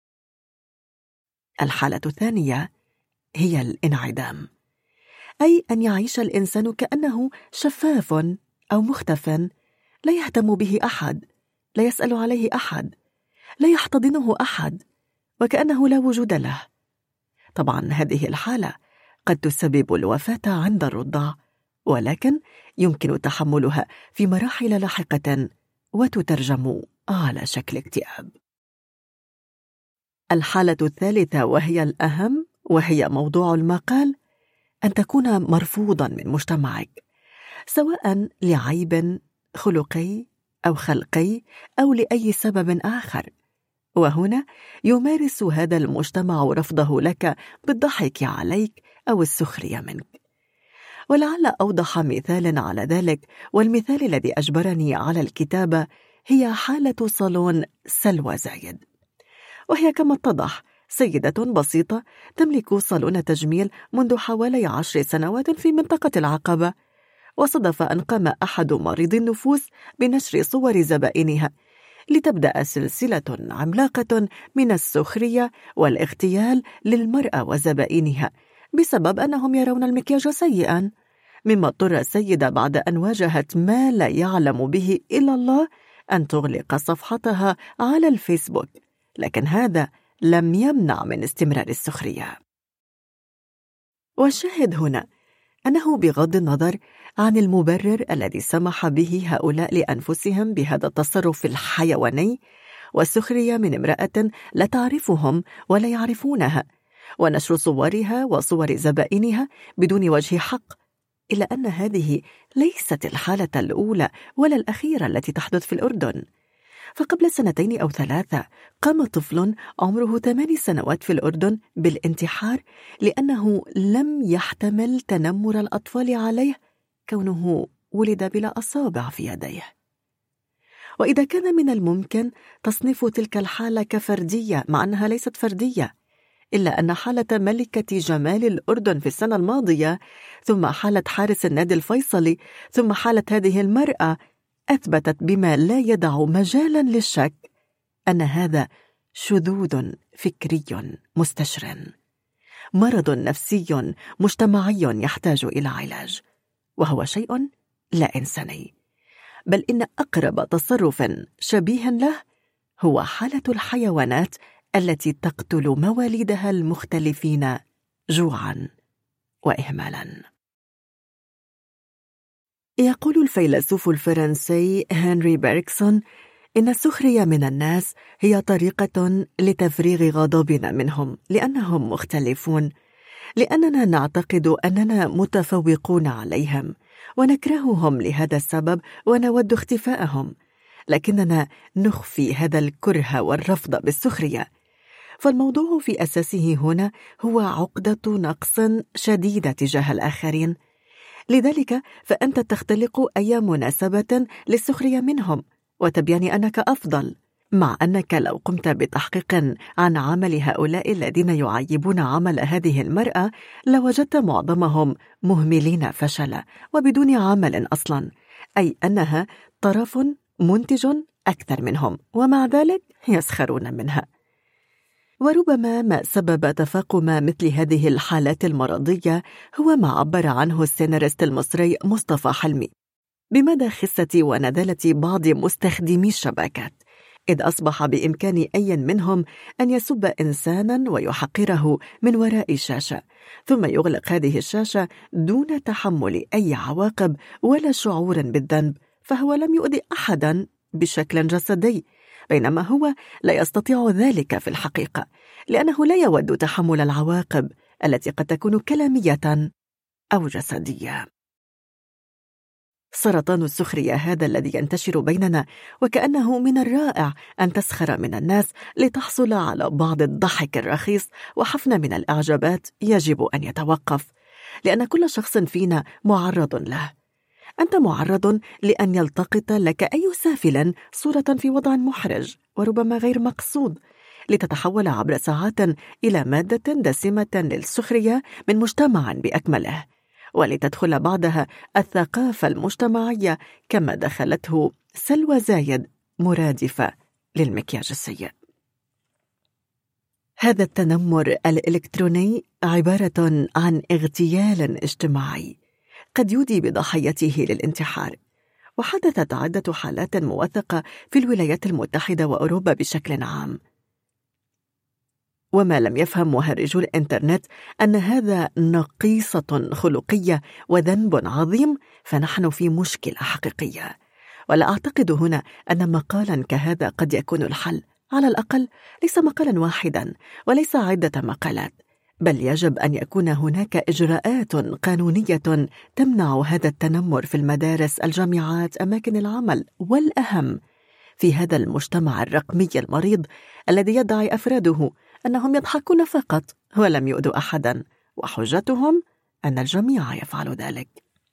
الحالة الثانية هي الانعدام، أي أن يعيش الإنسان كأنه شفاف أو مختف، لا يهتم به أحد، لا يسأل عليه أحد، لا يحتضنه أحد، وكأنه لا وجود له. طبعا هذه الحالة قد تسبب الوفاة عند الرضع، ولكن يمكن تحملها في مراحل لاحقة وتترجم على شكل اكتئاب. الحالة الثالثة وهي الأهم، وهي موضوع المقال، أن تكون مرفوضا من مجتمعك، سواء لعيب خلقي أو خلقي أو لأي سبب آخر. وهنا يمارس هذا المجتمع رفضه لك بالضحك عليك أو السخرية منك. ولعل أوضح مثال على ذلك، والمثال الذي أجبرني على الكتابة، هي حالة صالون سلوى زايد. وهي كما اتضح سيدة بسيطة تملك صالون تجميل منذ حوالي 10 سنوات في منطقة العقبة. وصدف أن قام أحد مريض النفوس بنشر صور زبائنها لتبدأ سلسلة عملاقة من السخرية والاغتيال للمرأة وزبائنها بسبب أنهم يرون المكياج سيئا، مما اضطر السيدة بعد أن واجهت ما لا يعلم به إلا الله أن تغلق صفحتها على الفيسبوك، لكن هذا لم يمنع من استمرار السخرية. والشاهد هنا أنه بغض النظر عن المبرر الذي سمح به هؤلاء لأنفسهم بهذا التصرف الحيواني والسخرية من امرأة لا تعرفهم ولا يعرفونها، ونشر صورها وصور زبائنها بدون وجه حق، إلا أن هذه ليست الحالة الأولى ولا الأخيرة التي تحدث في الأردن، فقبل 2 أو 3 قام طفل عمره 8 سنوات في الأردن بالانتحار لأنه لم يحتمل تنمر الأطفال عليه كونه ولد بلا أصابع في يديه. وإذا كان من الممكن تصنيف تلك الحالة كفردية مع أنها ليست فردية، إلا أن حالة ملكة جمال الأردن في السنة الماضية، ثم حالة حارس النادي الفيصلي، ثم حالة هذه المرأة أثبتت بما لا يدع مجالا للشك أن هذا شذوذ فكري مستشر، مرض نفسي مجتمعي يحتاج إلى علاج، وهو شيء لا إنساني، بل إن أقرب تصرف شبيه له هو حالة الحيوانات التي تقتل مواليدها المختلفين جوعا وإهمالا. يقول الفيلسوف الفرنسي هنري بيرغسون إن السخرية من الناس هي طريقة لتفريغ غضبنا منهم لأنهم مختلفون، لأننا نعتقد أننا متفوقون عليهم ونكرههم لهذا السبب ونود اختفاءهم، لكننا نخفي هذا الكره والرفض بالسخرية. فالموضوع في أساسه هنا هو عقدة نقص شديدة تجاه الآخرين، لذلك فأنت تختلق أي مناسبة للسخرية منهم وتبين أنك أفضل، مع أنك لو قمت بتحقيق عن عمل هؤلاء الذين يعيبون عمل هذه المرأة لوجدت معظمهم مهملين فشلا وبدون عمل أصلا، أي أنها طرف منتج أكثر منهم، ومع ذلك يسخرون منها. وربما ما سبب تفاقم مثل هذه الحالات المرضية هو ما عبر عنه السيناريست المصري مصطفى حلمي بمدى خسة ونذالة بعض مستخدمي الشبكات، إذ أصبح بإمكان أي منهم أن يسب إنسانا ويحقره من وراء شاشة، ثم يغلق هذه الشاشة دون تحمل أي عواقب ولا شعور بالذنب، فهو لم يؤذي أحدا بشكل جسدي، بينما هو لا يستطيع ذلك في الحقيقة، لأنه لا يود تحمل العواقب التي قد تكون كلامية أو جسدية. سرطان السخرية هذا الذي ينتشر بيننا، وكأنه من الرائع أن تسخر من الناس لتحصل على بعض الضحك الرخيص وحفنة من الإعجابات، يجب أن يتوقف، لأن كل شخص فينا معرض له. أنت معرض لأن يلتقط لك أي سافل صورة في وضع محرج وربما غير مقصود، لتتحول عبر ساعات إلى مادة دسمة للسخرية من مجتمع بأكمله، ولتدخل بعدها الثقافة المجتمعية كما دخلته سلوى زايد مرادفة للمكياج السيء. هذا التنمر الإلكتروني عبارة عن اغتيال اجتماعي قد يودي بضحيته للانتحار، وحدثت عدة حالات موثقة في الولايات المتحدة وأوروبا بشكل عام. وما لم يفهم مهرجو الإنترنت أن هذا نقيصة خلقية وذنب عظيم، فنحن في مشكلة حقيقية. ولا أعتقد هنا أن مقالا كهذا قد يكون الحل، على الأقل ليس مقالا واحدا وليس عدة مقالات، بل يجب أن يكون هناك إجراءات قانونية تمنع هذا التنمر في المدارس، الجامعات، أماكن العمل، والأهم في هذا المجتمع الرقمي المريض الذي يدعي أفراده أنهم يضحكون فقط ولم يؤذوا أحدا، وحجتهم أن الجميع يفعل ذلك.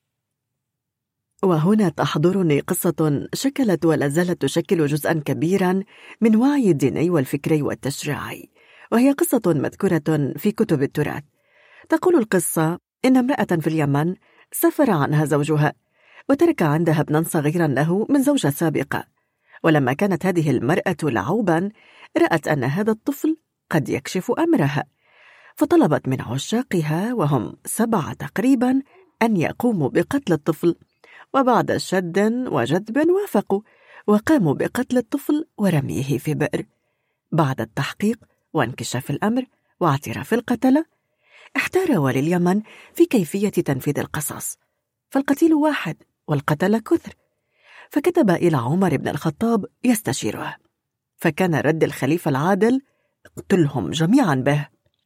وهنا تحضرني قصة شكلت ولا زالت تشكل جزءا كبيرا من وعي الديني والفكري والتشريعي، وهي قصة مذكورة في كتب التراث. تقول القصة إن امرأة في اليمن سافر عنها زوجها وترك عندها ابنا صغيرا له من زوجة سابقة، ولما كانت هذه المرأة لعوبا رأت أن هذا الطفل قد يكشف أمرها، فطلبت من عشاقها وهم 7 تقريبا أن يقوموا بقتل الطفل، وبعد شد وجذب وافقوا وقاموا بقتل الطفل ورميه في بئر. بعد التحقيق وانكشاف الأمر واعتراف القتلة، احتار والي اليمن في كيفية تنفيذ القصاص، فالقتيل واحد والقتلة كثر، فكتب إلى عمر بن الخطاب يستشيره، فكان رد الخليفة العادل: اقتلهم جميعا به.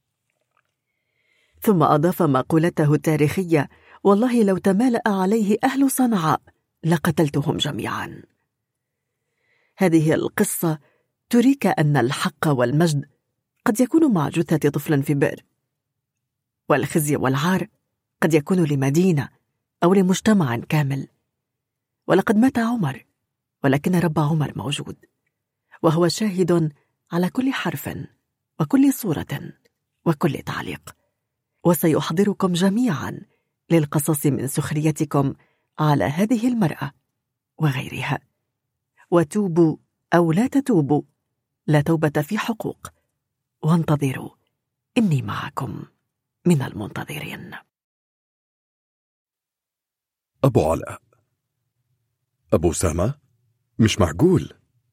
ثم أضاف مقولته التاريخية: والله لو تمالأ عليه أهل صنعاء لقتلتهم جميعا. هذه القصة تريك أن الحق والمجد قد يكون مع جثة طفل في بئر، والخزي والعار قد يكون لمدينة أو لمجتمع كامل. ولقد مات عمر، ولكن رب عمر موجود، وهو شاهد على كل حرف وكل صورة وكل تعليق، وسيحضركم جميعا للقصص من سخريتكم على هذه المرأة وغيرها. وتوبوا أو لا تتوبوا، لا توبة في حقوق، وانتظروا إني معكم من المنتظرين. أبو علاء. أبو أسامة؟ مش معقول.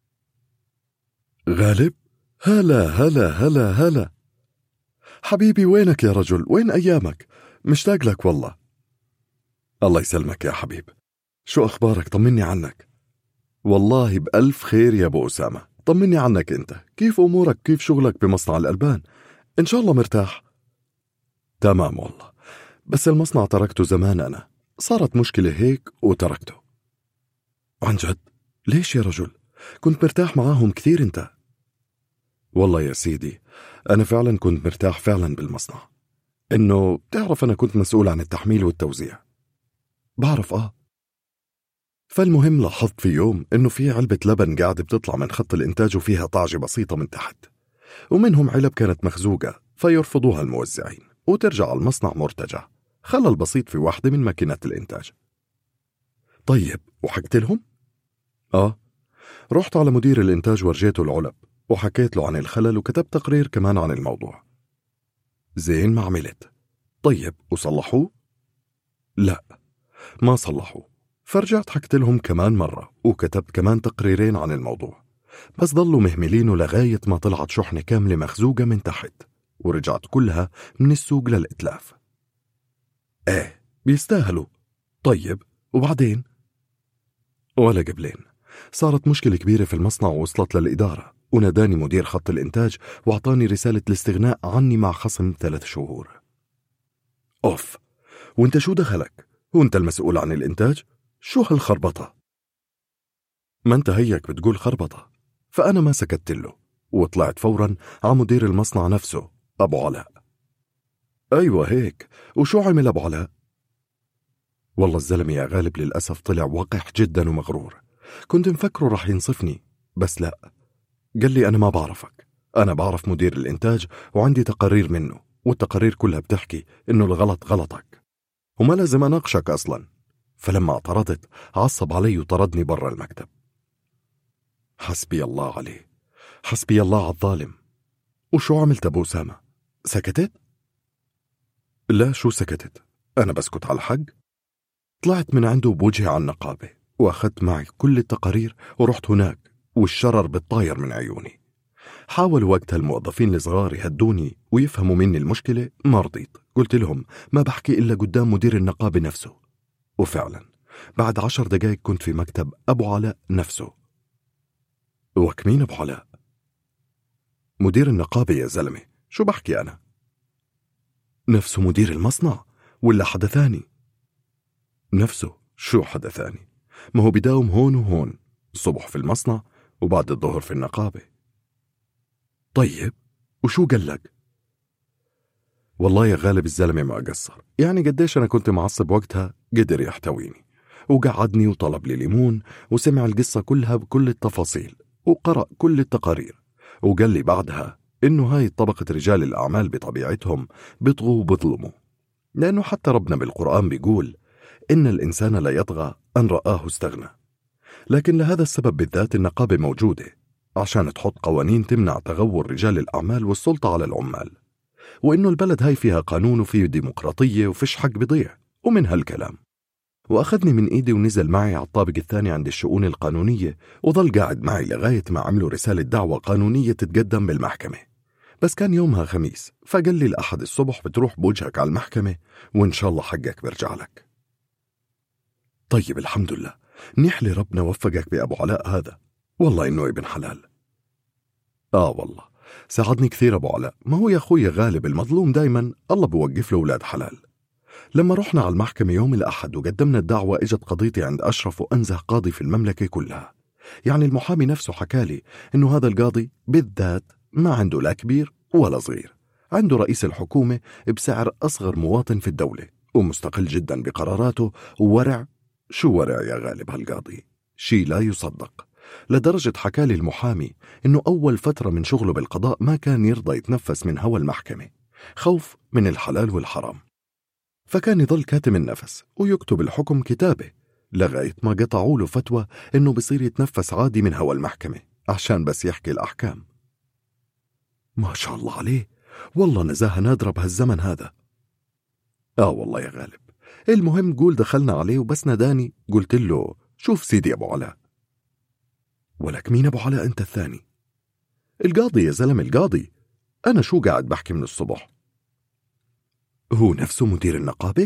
غالب؟ هلا هلا هلا هلا حبيبي، وينك يا رجل؟ وين أيامك؟ مشتاق لك والله. الله يسلمك يا حبيب، شو أخبارك؟ طمني عنك. والله بألف خير يا أبو أسامة، طمني عنك أنت، كيف أمورك؟ كيف شغلك بمصنع الألبان؟ إن شاء الله مرتاح؟ تمام والله، بس المصنع تركته زمان، أنا صارت مشكلة هيك وتركته. عن جد؟ ليش يا رجل؟ كنت مرتاح معاهم كثير أنت. والله يا سيدي أنا فعلا كنت مرتاح فعلا بالمصنع، إنه بتعرف أنا كنت مسؤول عن التحميل والتوزيع. بعرف فالمهم لاحظت في يوم إنه في علبة لبن قاعدة بتطلع من خط الإنتاج وفيها طعجة بسيطة من تحت، ومنهم علب كانت مخزوقة فيرفضوها الموزعين وترجع المصنع مرتجع، خلل بسيط في واحدة من ماكينات الإنتاج. طيب وحكت لهم؟ رحت على مدير الإنتاج ورجيته العلب وحكيت له عن الخلل وكتبت تقرير كمان عن الموضوع. زين ما عملت. طيب وصلحوه؟ لا ما صلحوه. فرجعت حكت لهم كمان مرة وكتبت كمان تقريرين عن الموضوع، بس ضلوا مهملينه لغاية ما طلعت شحنة كاملة مخزوقة من تحت ورجعت كلها من السوق للإتلاف. بيستاهلوا. طيب وبعدين؟ ولا قبلين صارت مشكلة كبيرة في المصنع ووصلت للإدارة، وناداني مدير خط الإنتاج وأعطاني رسالة الاستغناء عني مع خصم 3 شهور. أوف، وانت شو دخلك؟ وانت المسؤول عن الإنتاج؟ شو هالخربطة؟ ما انت هيك بتقول خربطة. فأنا ما سكت له وطلعت فورا على مدير المصنع نفسه أبو علاء. أيوة هيك. وشو عمل أبو علاء؟ والله الزلمة يا غالب للأسف طلع وقح جدا ومغرور، كنت مفكره رح ينصفني بس لا، قال لي أنا ما بعرفك، أنا بعرف مدير الإنتاج وعندي تقارير منه، والتقارير كلها بتحكي إنه الغلط غلطك وما لازم أناقشك أصلا. فلما اعترضت عصب علي وطردني برا المكتب. حسبي الله عليه، حسبي الله على الظالم. وشو عملت أبو أسامة؟ سكتت؟ لا شو سكتت، أنا بسكت على الحق. طلعت من عنده بوجهي على النقابة وأخذت معي كل التقارير ورحت هناك والشرر بالطاير من عيوني. حاولوا وقتها الموظفين الصغار يهدوني ويفهموا مني المشكلة، ما رضيت، قلت لهم ما بحكي إلا قدام مدير النقابة نفسه. وفعلا بعد 10 دقائق كنت في مكتب أبو علاء نفسه. وكمين أبو علاء؟ مدير النقابة يا زلمة، شو بحكي أنا؟ نفسه مدير المصنع ولا حدا ثاني؟ نفسه. شو حدا ثاني؟ ما هو بداوم هون وهون، الصبح في المصنع وبعد الظهر في النقابة. طيب وشو قال لك؟ والله يا غالب الزلمة ما قصر، يعني قديش أنا كنت معصب وقتها قدر يحتويني وقعدني وطلب لي ليمون وسمع القصة كلها بكل التفاصيل وقرأ كل التقارير، وقال لي بعدها إنه هاي طبقة رجال الأعمال بطبيعتهم بيطغوا وبظلموا، لأنه حتى ربنا بالقرآن بيقول إن الإنسان لا يطغى أن رآه استغنى. لكن لهذا السبب بالذات النقابة موجودة عشان تحط قوانين تمنع تغول رجال الأعمال والسلطة على العمال، وإنه البلد هاي فيها قانون وفيه ديمقراطية وفيش حق بضيع ومن هالكلام. وأخذني من إيدي ونزل معي على الطابق الثاني عند الشؤون القانونية وظل قاعد معي لغاية ما عملوا رسالة دعوة قانونية تتقدم بالمحكمة. بس كان يومها خميس، فقال لي الأحد الصبح بتروح بوجهك على المحكمة وإن شاء الله حقك برجع لك. طيب الحمد لله، نحلي ربنا وفقك بأبو علاء هذا، والله إنه ابن حلال. والله ساعدني كثير أبو علاء، ما هو يا أخوي غالب المظلوم دايما الله بوقف له أولاد حلال. لما رحنا على المحكمة يوم الأحد وقدمنا الدعوة، إجت قضيتي عند أشرف وأنزه قاضي في المملكة كلها، يعني المحامي نفسه حكالي إنه هذا القاضي بالذات ما عنده لا كبير ولا صغير، عنده رئيس الحكومة بسعر أصغر مواطن في الدولة، ومستقل جدا بقراراته، وورع. شو ورع يا غالب هالقاضي؟ شي لا يصدق. لدرجة حكالي المحامي إنه أول فترة من شغله بالقضاء ما كان يرضى يتنفس من هوا المحكمة، خوف من الحلال والحرام، فكان يظل كاتم النفس ويكتب الحكم كتابة لغاية ما قطعوا له فتوى إنه بصير يتنفس عادي من هوا المحكمة عشان بس يحكي الأحكام. ما شاء الله عليه، والله نزاهة نادرة بهالزمن هذا. والله يا غالب. المهم قول دخلنا عليه وبس ناداني قلت له شوف سيدي أبو علاء. ولك مين أبو علاء أنت الثاني؟ القاضي يا زلمة، القاضي. أنا شو قاعد بحكي من الصبح؟ هو نفسه مدير النقابة؟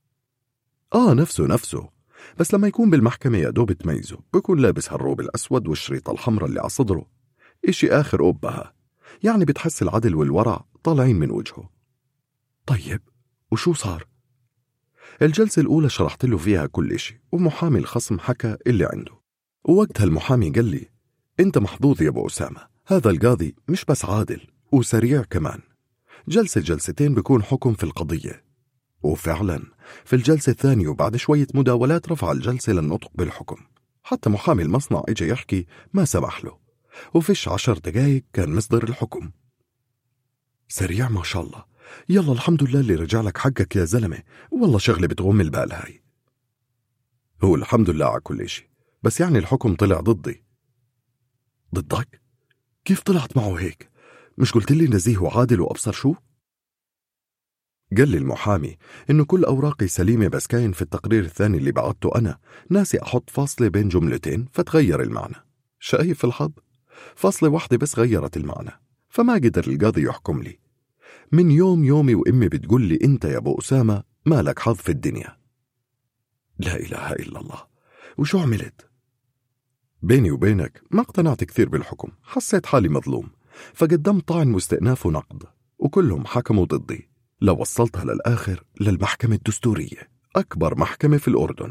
نفسه، بس لما يكون بالمحكمة يا دوب تميزه، بكون لابس هالروب الأسود والشريطة الحمراء اللي على صدره، إشي آخر أبها، يعني بتحس العدل والورع طالعين من وجهه. طيب وشو صار؟ الجلسة الأولى شرحت له فيها كل إشي، ومحامي الخصم حكى اللي عنده، ووقتها المحامي قال لي أنت محظوظ يا أبو أسامة، هذا القاضي مش بس عادل وسريع كمان، جلسة جلستين بيكون حكم في القضية. وفعلا في الجلسة الثانية وبعد شوية مداولات رفع الجلسة للنطق بالحكم، حتى محامي المصنع اجى يحكي ما سمح له، وفيش 10 دقايق كان مصدر الحكم. سريع ما شاء الله. يلا الحمد لله اللي رجع لك حقك يا زلمة، والله شغلة بتغم البال هاي. هو الحمد لله على كل شيء، بس يعني الحكم طلع ضدي. ضدك؟ كيف طلعت معه هيك؟ مش قلت لي نزيه وعادل وأبصر شو؟ قال لي المحامي إنه كل أوراقي سليمة، بس كاين في التقرير الثاني اللي بعته أنا ناسي أحط فاصلة بين جملتين فتغير المعنى. شايف الحظ؟ فاصلة واحدة بس غيرت المعنى، فما قدر القاضي يحكم لي. من يومي وإمي بتقول لي أنت يا أبو أسامة ما لك حظ في الدنيا. لا إله إلا الله. وشو عملت؟ بيني وبينك ما اقتنعت كثير بالحكم، حسيت حالي مظلوم، فقدمت طعن واستئناف ونقد، وكلهم حكموا ضدي. لو وصلتها للآخر للمحكمة الدستورية، أكبر محكمة في الأردن.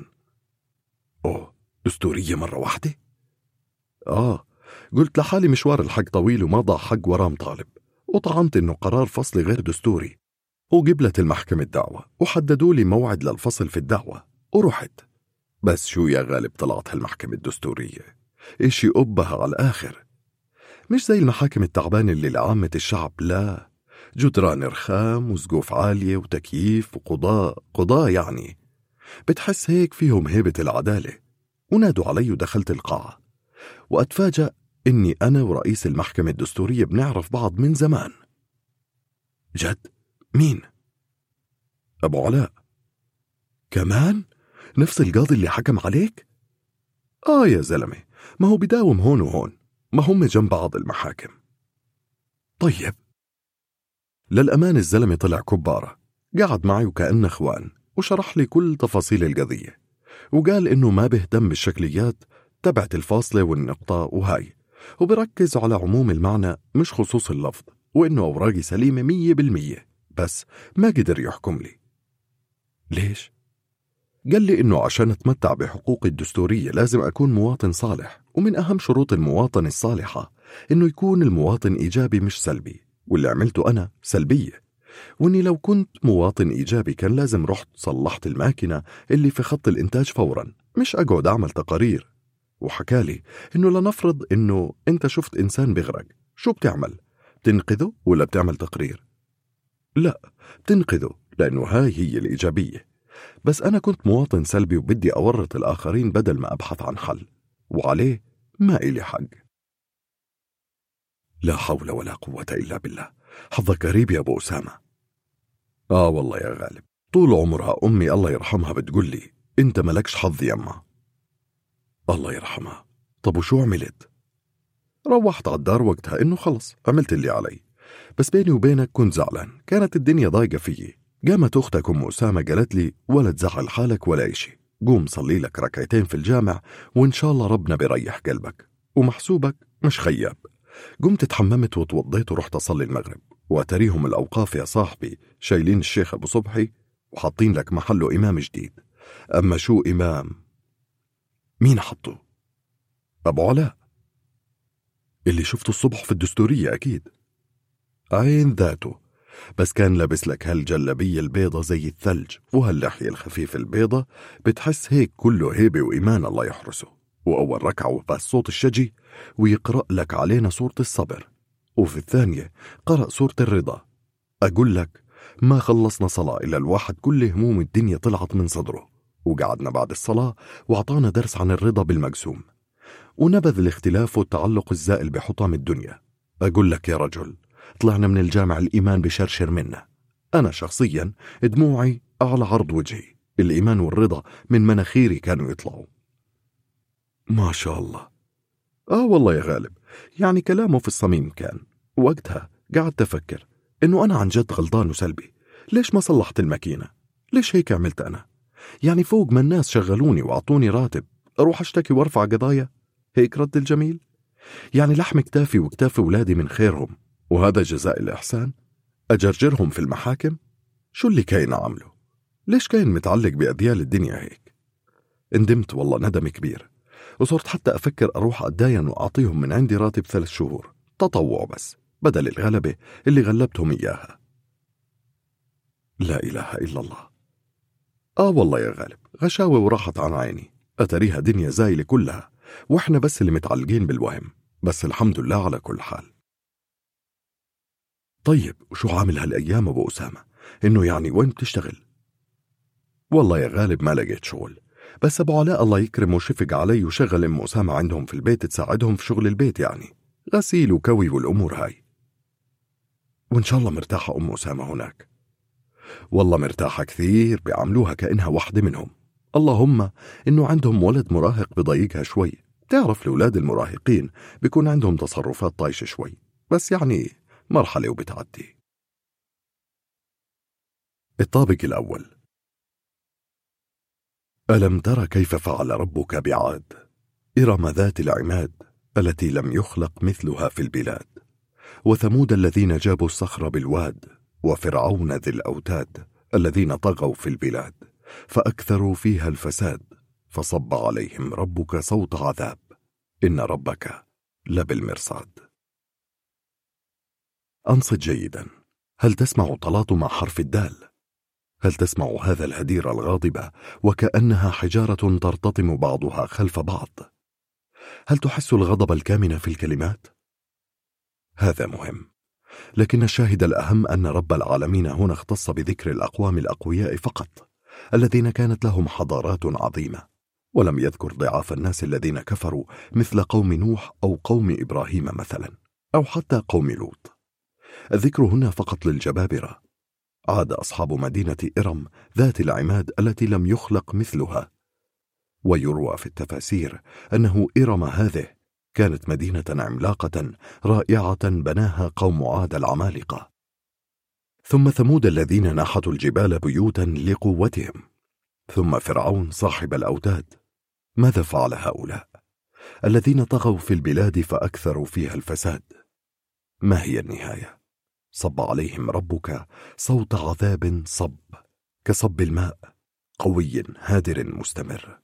دستورية مرة واحدة؟ قلت لحالي مشوار الحق طويل وما ضاع حق وراه مطالب، وطعنت إنه قرار فصلي غير دستوري، وقبلت المحكمة الدعوة وحددوا لي موعد للفصل في الدعوة ورحت. بس شو يا غالب طلعت هالمحكمة الدستورية إشي أبها على الآخر، مش زي المحاكم التعبانة اللي لعامة الشعب، لا، جدران رخام وسقوف عالية وتكييف قضاء يعني بتحس هيك فيهم هيبة العدالة. ونادوا علي ودخلت القاعة، وأتفاجأ إني أنا ورئيس المحكمة الدستورية بنعرف بعض من زمان. جد؟ مين؟ أبو علاء. كمان؟ نفس القاضي اللي حكم عليك؟ يا زلمة، ما هو بداوم هون وهون، ما هم جنب بعض المحاكم. طيب. للأمان الزلمة طلع كبارة، قعد معي وكأنه إخوان، وشرح لي كل تفاصيل القضية، وقال إنه ما بيهتم بالشكليات تبعت الفاصلة والنقطة وهاي، وبركز على عموم المعنى مش خصوص اللفظ، وإنه أوراقي سليمة 100%، بس ما قدر يحكم لي. ليش؟ قال لي إنه عشان أتمتع بحقوقي الدستورية لازم أكون مواطن صالح، ومن أهم شروط المواطن الصالحة إنه يكون المواطن إيجابي مش سلبي، واللي عملته أنا سلبية، وإني لو كنت مواطن إيجابي كان لازم رحت صلحت الماكينة اللي في خط الإنتاج فورا، مش أقعد أعمل تقارير. وحكالي إنه لنفرض إنه أنت شفت إنسان بيغرق، شو بتعمل؟ تنقذه ولا بتعمل تقرير؟ لا، بتنقذه، لأنه هاي هي الإيجابية. بس أنا كنت مواطن سلبي وبدي أورط الآخرين بدل ما أبحث عن حل، وعليه ما إلي حق. لا حول ولا قوة إلا بالله. حظك قريب يا أبو أسامة. والله يا غالب، طول عمرها أمي الله يرحمها بتقول لي أنت ملكش حظ يما. الله يرحمها. طب وشو عملت؟ روحت على الدار وقتها إنه خلص عملت اللي علي، بس بيني وبينك كنت زعلان، كانت الدنيا ضايقة فيي. قامت أختك أم أسامة قالت لي ولا تزعل حالك ولا إشي، قوم صلي لك ركعتين في الجامع وإن شاء الله ربنا بيريح قلبك، ومحسوبك مش خياب. قمت تحممت وتوضيت ورحت أصلي المغرب، وأتريهم الأوقاف يا صاحبي شايلين الشيخ أبو صبحي وحاطين لك محله إمام جديد. أما شو إمام؟ مين حطه؟ أبو علاء اللي شفته الصبح في الدستورية أكيد. عين ذاته، بس كان لابس لك هالجلبية البيضة زي الثلج وهاللحية الخفيفة البيضة، بتحس هيك كله هيبة وإيمان الله يحرسه. وأول ركعة وبالصوت الشجي ويقرأ لك علينا سورة الصبر، وفي الثانية قرأ سورة الرضا. أقول لك ما خلصنا صلاة إلا الواحد كل هموم الدنيا طلعت من صدره، وقعدنا بعد الصلاة وعطانا درس عن الرضا بالمقسوم، ونبذ الاختلاف والتعلق الزائل بحطام الدنيا. أقول لك يا رجل طلعنا من الجامع الإيمان بشرشر منا. أنا شخصيا دموعي على عرض وجهي، الإيمان والرضا من مناخيري كانوا يطلعوا. ما شاء الله. والله يا غالب، يعني كلامه في الصميم كان. وقتها قعدت أفكر إنه أنا عن جد غلطان وسلبي. ليش ما صلحت الماكينة؟ ليش هيك عملت أنا؟ يعني فوق ما الناس شغلوني وعطوني راتب أروح أشتكي وارفع قضايا؟ هيك رد الجميل؟ يعني لحم كتافي وكتاف أولادي من خيرهم، وهذا جزاء الإحسان؟ أجرجرهم في المحاكم؟ شو اللي كاين عامله؟ ليش كاين متعلق بأذيال الدنيا هيك؟ ندمت والله ندم كبير، وصرت حتى أفكر أروح أتداين وأعطيهم من عندي راتب 3 شهور تطوع بس بدل الغلبة اللي غلبتهم إياها. لا إله إلا الله. والله يا غالب غشاوة وراحت عن عيني، أتريها دنيا زايلة كلها، وإحنا بس اللي متعلقين بالوهم. بس الحمد لله على كل حال. طيب وشو عامل هالأيام أبو أسامة؟ إنه يعني وين بتشتغل؟ والله يا غالب ما لقيت شغل، بس أبو علاء الله يكرمه شفق علي وشغل أم أسامة عندهم في البيت تساعدهم في شغل البيت، يعني غسيل وكوي والأمور هاي. وإن شاء الله مرتاحة أم أسامة هناك؟ والله مرتاحة كثير، بيعملوها كأنها واحدة منهم. اللهم إنه عندهم ولد مراهق بضايقها شوي. تعرف الأولاد المراهقين بيكون عندهم تصرفات طايشة شوي، بس يعني مرحلة وبتعدي. الطابق الأول. ألم تر كيف فعل ربك بعاد إرم ذات العماد التي لم يخلق مثلها في البلاد، وثمود الذين جابوا الصخر بالواد، وفرعون ذي الأوتاد الذين طغوا في البلاد فأكثروا فيها الفساد، فصب عليهم ربك صوت عذاب إن ربك لبالمرصاد. أنصت جيدا. هل تسمع تلاطم حرف الدال؟ هل تسمع هذا الهدير الغاضب وكأنها حجارة ترتطم بعضها خلف بعض؟ هل تحس الغضب الكامن في الكلمات؟ هذا مهم، لكن الشاهد الأهم أن رب العالمين هنا اختص بذكر الأقوام الأقوياء فقط الذين كانت لهم حضارات عظيمة، ولم يذكر ضعاف الناس الذين كفروا مثل قوم نوح أو قوم إبراهيم مثلا، أو حتى قوم لوط. الذكر هنا فقط للجبابرة. عاد أصحاب مدينة إرم ذات العماد التي لم يخلق مثلها. ويروى في التفاسير أنه إرم هذه كانت مدينة عملاقة رائعة بناها قوم عاد العمالقة. ثم ثمود الذين ناحتوا الجبال بيوتا لقوتهم. ثم فرعون صاحب الأوتاد. ماذا فعل هؤلاء الذين طغوا في البلاد فأكثروا فيها الفساد؟ ما هي النهاية؟ صب عليهم ربك صوت عذاب صب كصب الماء قوي هادر مستمر.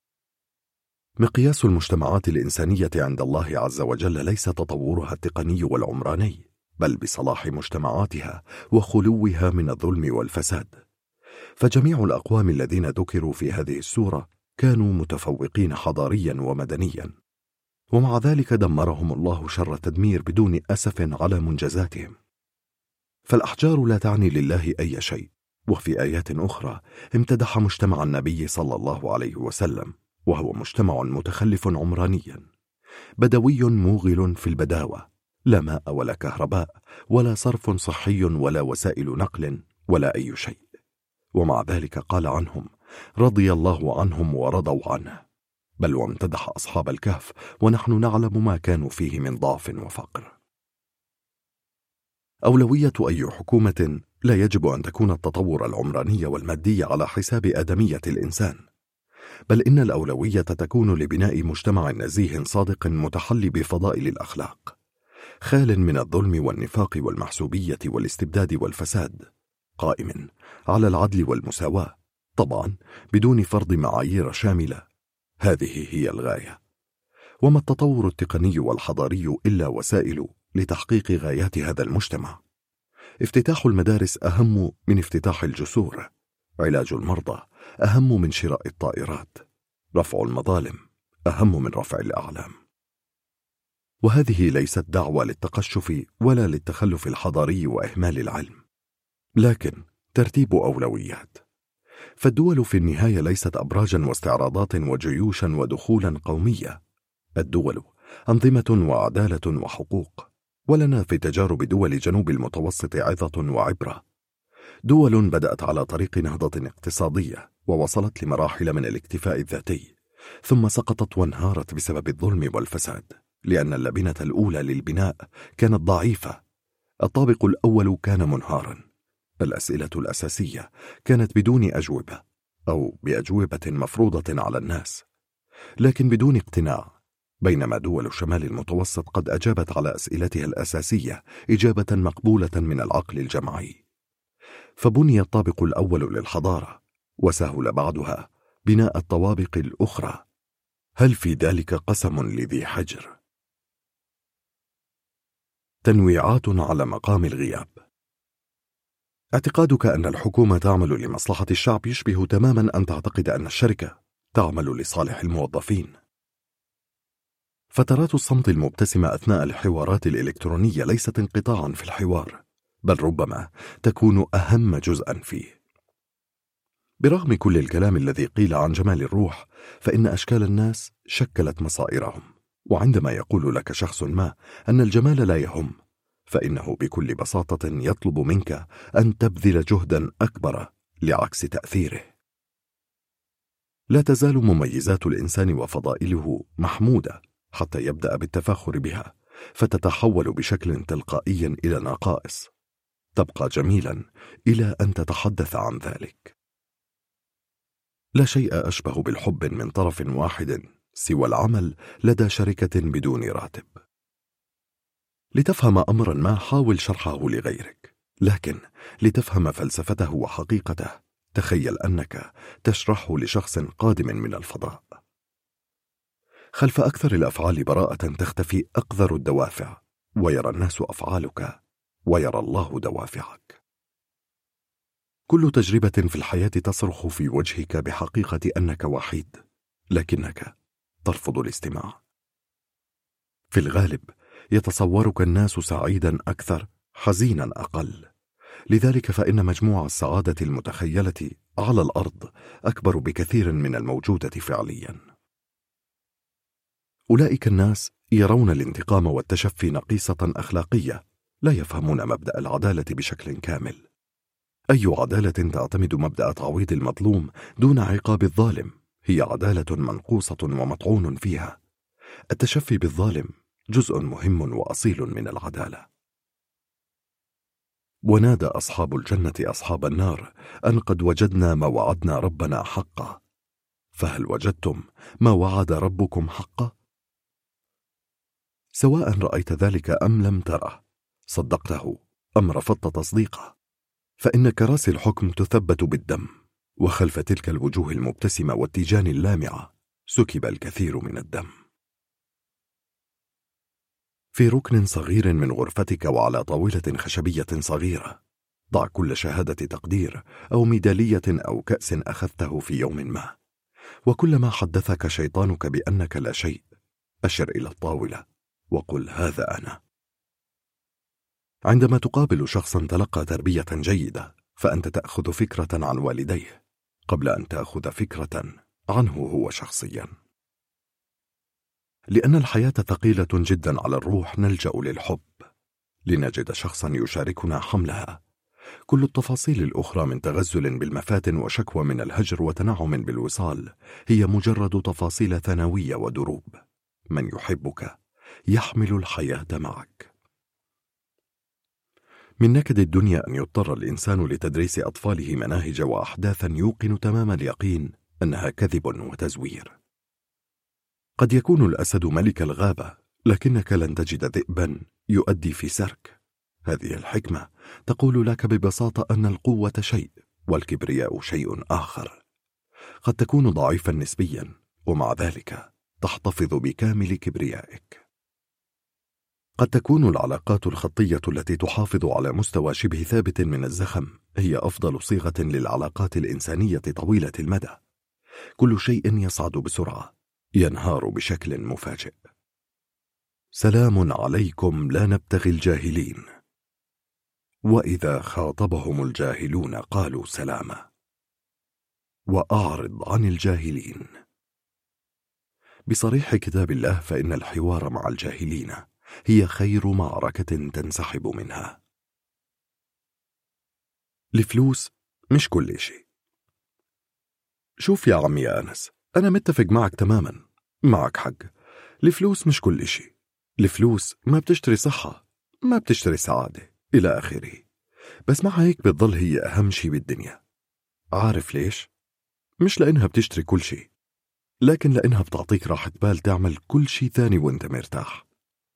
مقياس المجتمعات الإنسانية عند الله عز وجل ليس تطورها التقني والعمراني، بل بصلاح مجتمعاتها وخلوها من الظلم والفساد. فجميع الأقوام الذين ذكروا في هذه السورة كانوا متفوقين حضاريا ومدنيا، ومع ذلك دمرهم الله شر التدمير بدون أسف على منجزاتهم. فالأحجار لا تعني لله أي شيء. وفي آيات أخرى امتدح مجتمع النبي صلى الله عليه وسلم، وهو مجتمع متخلف عمرانيا بدوي موغل في البداوة، لا ماء ولا كهرباء ولا صرف صحي ولا وسائل نقل ولا أي شيء. ومع ذلك قال عنهم رضي الله عنهم ورضوا عنه، بل وامتدح أصحاب الكهف ونحن نعلم ما كانوا فيه من ضعف وفقر. أولوية أي حكومة لا يجب أن تكون التطور العمراني والمادي على حساب آدمية الإنسان، بل إن الأولوية تكون لبناء مجتمع نزيه صادق متحلي بفضائل الأخلاق، خال من الظلم والنفاق والمحسوبية والاستبداد والفساد، قائم على العدل والمساواة، طبعا بدون فرض معايير شاملة. هذه هي الغاية. وما التطور التقني والحضاري إلا وسائل لتحقيق غايات هذا المجتمع؟ افتتاح المدارس أهم من افتتاح الجسور، علاج المرضى أهم من شراء الطائرات، رفع المظالم أهم من رفع الأعلام. وهذه ليست دعوة للتقشف ولا للتخلف الحضاري وإهمال العلم، لكن ترتيب أولويات. فالدول في النهاية ليست أبراجا واستعراضات وجيوشا ودخولا قومية، الدول أنظمة وعدالة وحقوق. ولنا في تجارب دول جنوب المتوسط عظة وعبرة. دول بدأت على طريق نهضة اقتصادية ووصلت لمراحل من الاكتفاء الذاتي، ثم سقطت وانهارت بسبب الظلم والفساد، لأن اللبنة الأولى للبناء كانت ضعيفة، الطابق الأول كان منهارا، الأسئلة الأساسية كانت بدون أجوبة أو بأجوبة مفروضة على الناس لكن بدون اقتناع، بينما دول شمال المتوسط قد أجابت على أسئلتها الأساسية إجابة مقبولة من العقل الجمعي. فبني الطابق الأول للحضارة، وسهل بعدها بناء الطوابق الأخرى. هل في ذلك قسم لذي حجر؟ تنويعات على مقام الغياب. اعتقادك أن الحكومة تعمل لمصلحة الشعب يشبه تماما أن تعتقد أن الشركة تعمل لصالح الموظفين. فترات الصمت المبتسمة أثناء الحوارات الإلكترونية ليست انقطاعا في الحوار، بل ربما تكون أهم جزءا فيه. برغم كل الكلام الذي قيل عن جمال الروح، فإن أشكال الناس شكلت مصائرهم. وعندما يقول لك شخص ما أن الجمال لا يهم، فإنه بكل بساطة يطلب منك أن تبذل جهدا أكبر لعكس تأثيره. لا تزال مميزات الإنسان وفضائله محمودة حتى يبدأ بالتفاخر بها، فتتحول بشكل تلقائي إلى نقائص، تبقى جميلا إلى أن تتحدث عن ذلك. لا شيء أشبه بالحب من طرف واحد سوى العمل لدى شركة بدون راتب. لتفهم أمرا ما حاول شرحه لغيرك، لكن لتفهم فلسفته وحقيقته تخيل أنك تشرحه لشخص قادم من الفضاء. خلف أكثر الأفعال براءة تختفي أقذر الدوافع، ويرى الناس أفعالك ويرى الله دوافعك. كل تجربة في الحياة تصرخ في وجهك بحقيقة أنك وحيد، لكنك ترفض الاستماع. في الغالب يتصورك الناس سعيدا أكثر، حزينا أقل، لذلك فإن مجموع السعادة المتخيلة على الأرض أكبر بكثير من الموجودة فعليا. أولئك الناس يرون الانتقام والتشفي نقيصة أخلاقية، لا يفهمون مبدأ العدالة بشكل كامل. أي عدالة تعتمد مبدأ تعويض المظلوم دون عقاب الظالم هي عدالة منقوصة ومطعون فيها. التشفي بالظالم جزء مهم وأصيل من العدالة. ونادى أصحاب الجنة أصحاب النار أن قد وجدنا ما وعدنا ربنا حقا، فهل وجدتم ما وعد ربكم حقا؟ سواء رأيت ذلك أم لم تره، صدقته أم رفضت تصديقه، فإن كراسي الحكم تثبت بالدم، وخلف تلك الوجوه المبتسمة والتيجان اللامعة سكب الكثير من الدم. في ركن صغير من غرفتك وعلى طاولة خشبية صغيرة ضع كل شهادة تقدير أو ميدالية أو كأس أخذته في يوم ما، وكلما حدثك شيطانك بأنك لا شيء أشر إلى الطاولة وقل هذا أنا. عندما تقابل شخصا تلقى تربية جيدة فأنت تأخذ فكرة عن والديه قبل أن تأخذ فكرة عنه هو شخصيا. لأن الحياة ثقيلة جدا على الروح نلجأ للحب لنجد شخصا يشاركنا حملها. كل التفاصيل الأخرى من تغزل بالمفاتن وشكوى من الهجر وتنعم بالوصال هي مجرد تفاصيل ثانوية ودروب. من يحبك يحمل الحياة معك. من نكد الدنيا أن يضطر الإنسان لتدريس أطفاله مناهج وأحداثا يوقن تمام اليقين أنها كذب وتزوير. قد يكون الأسد ملك الغابة، لكنك لن تجد ذئبا يؤدي في سيرك. هذه الحكمة تقول لك ببساطة أن القوة شيء والكبرياء شيء آخر. قد تكون ضعيفا نسبيا ومع ذلك تحتفظ بكامل كبريائك. قد تكون العلاقات الخطية التي تحافظ على مستوى شبه ثابت من الزخم هي أفضل صيغة للعلاقات الإنسانية طويلة المدى. كل شيء يصعد بسرعة، ينهار بشكل مفاجئ. سلام عليكم لا نبتغي الجاهلين، وإذا خاطبهم الجاهلون قالوا سلاما، وأعرض عن الجاهلين. بصريح كتاب الله فإن الحوار مع الجاهلين هي خير معركة تنسحب منها. الفلوس مش كل شيء. شوف يا عمي يا أنس، أنا متفق معك تماما، معك حق. الفلوس مش كل شيء. الفلوس ما بتشتري صحة، ما بتشتري سعادة إلى آخره، بس مع هيك بتظل هي أهم شيء بالدنيا. عارف ليش؟ مش لأنها بتشتري كل شيء، لكن لأنها بتعطيك راحة بال تعمل كل شيء ثاني وانت مرتاح.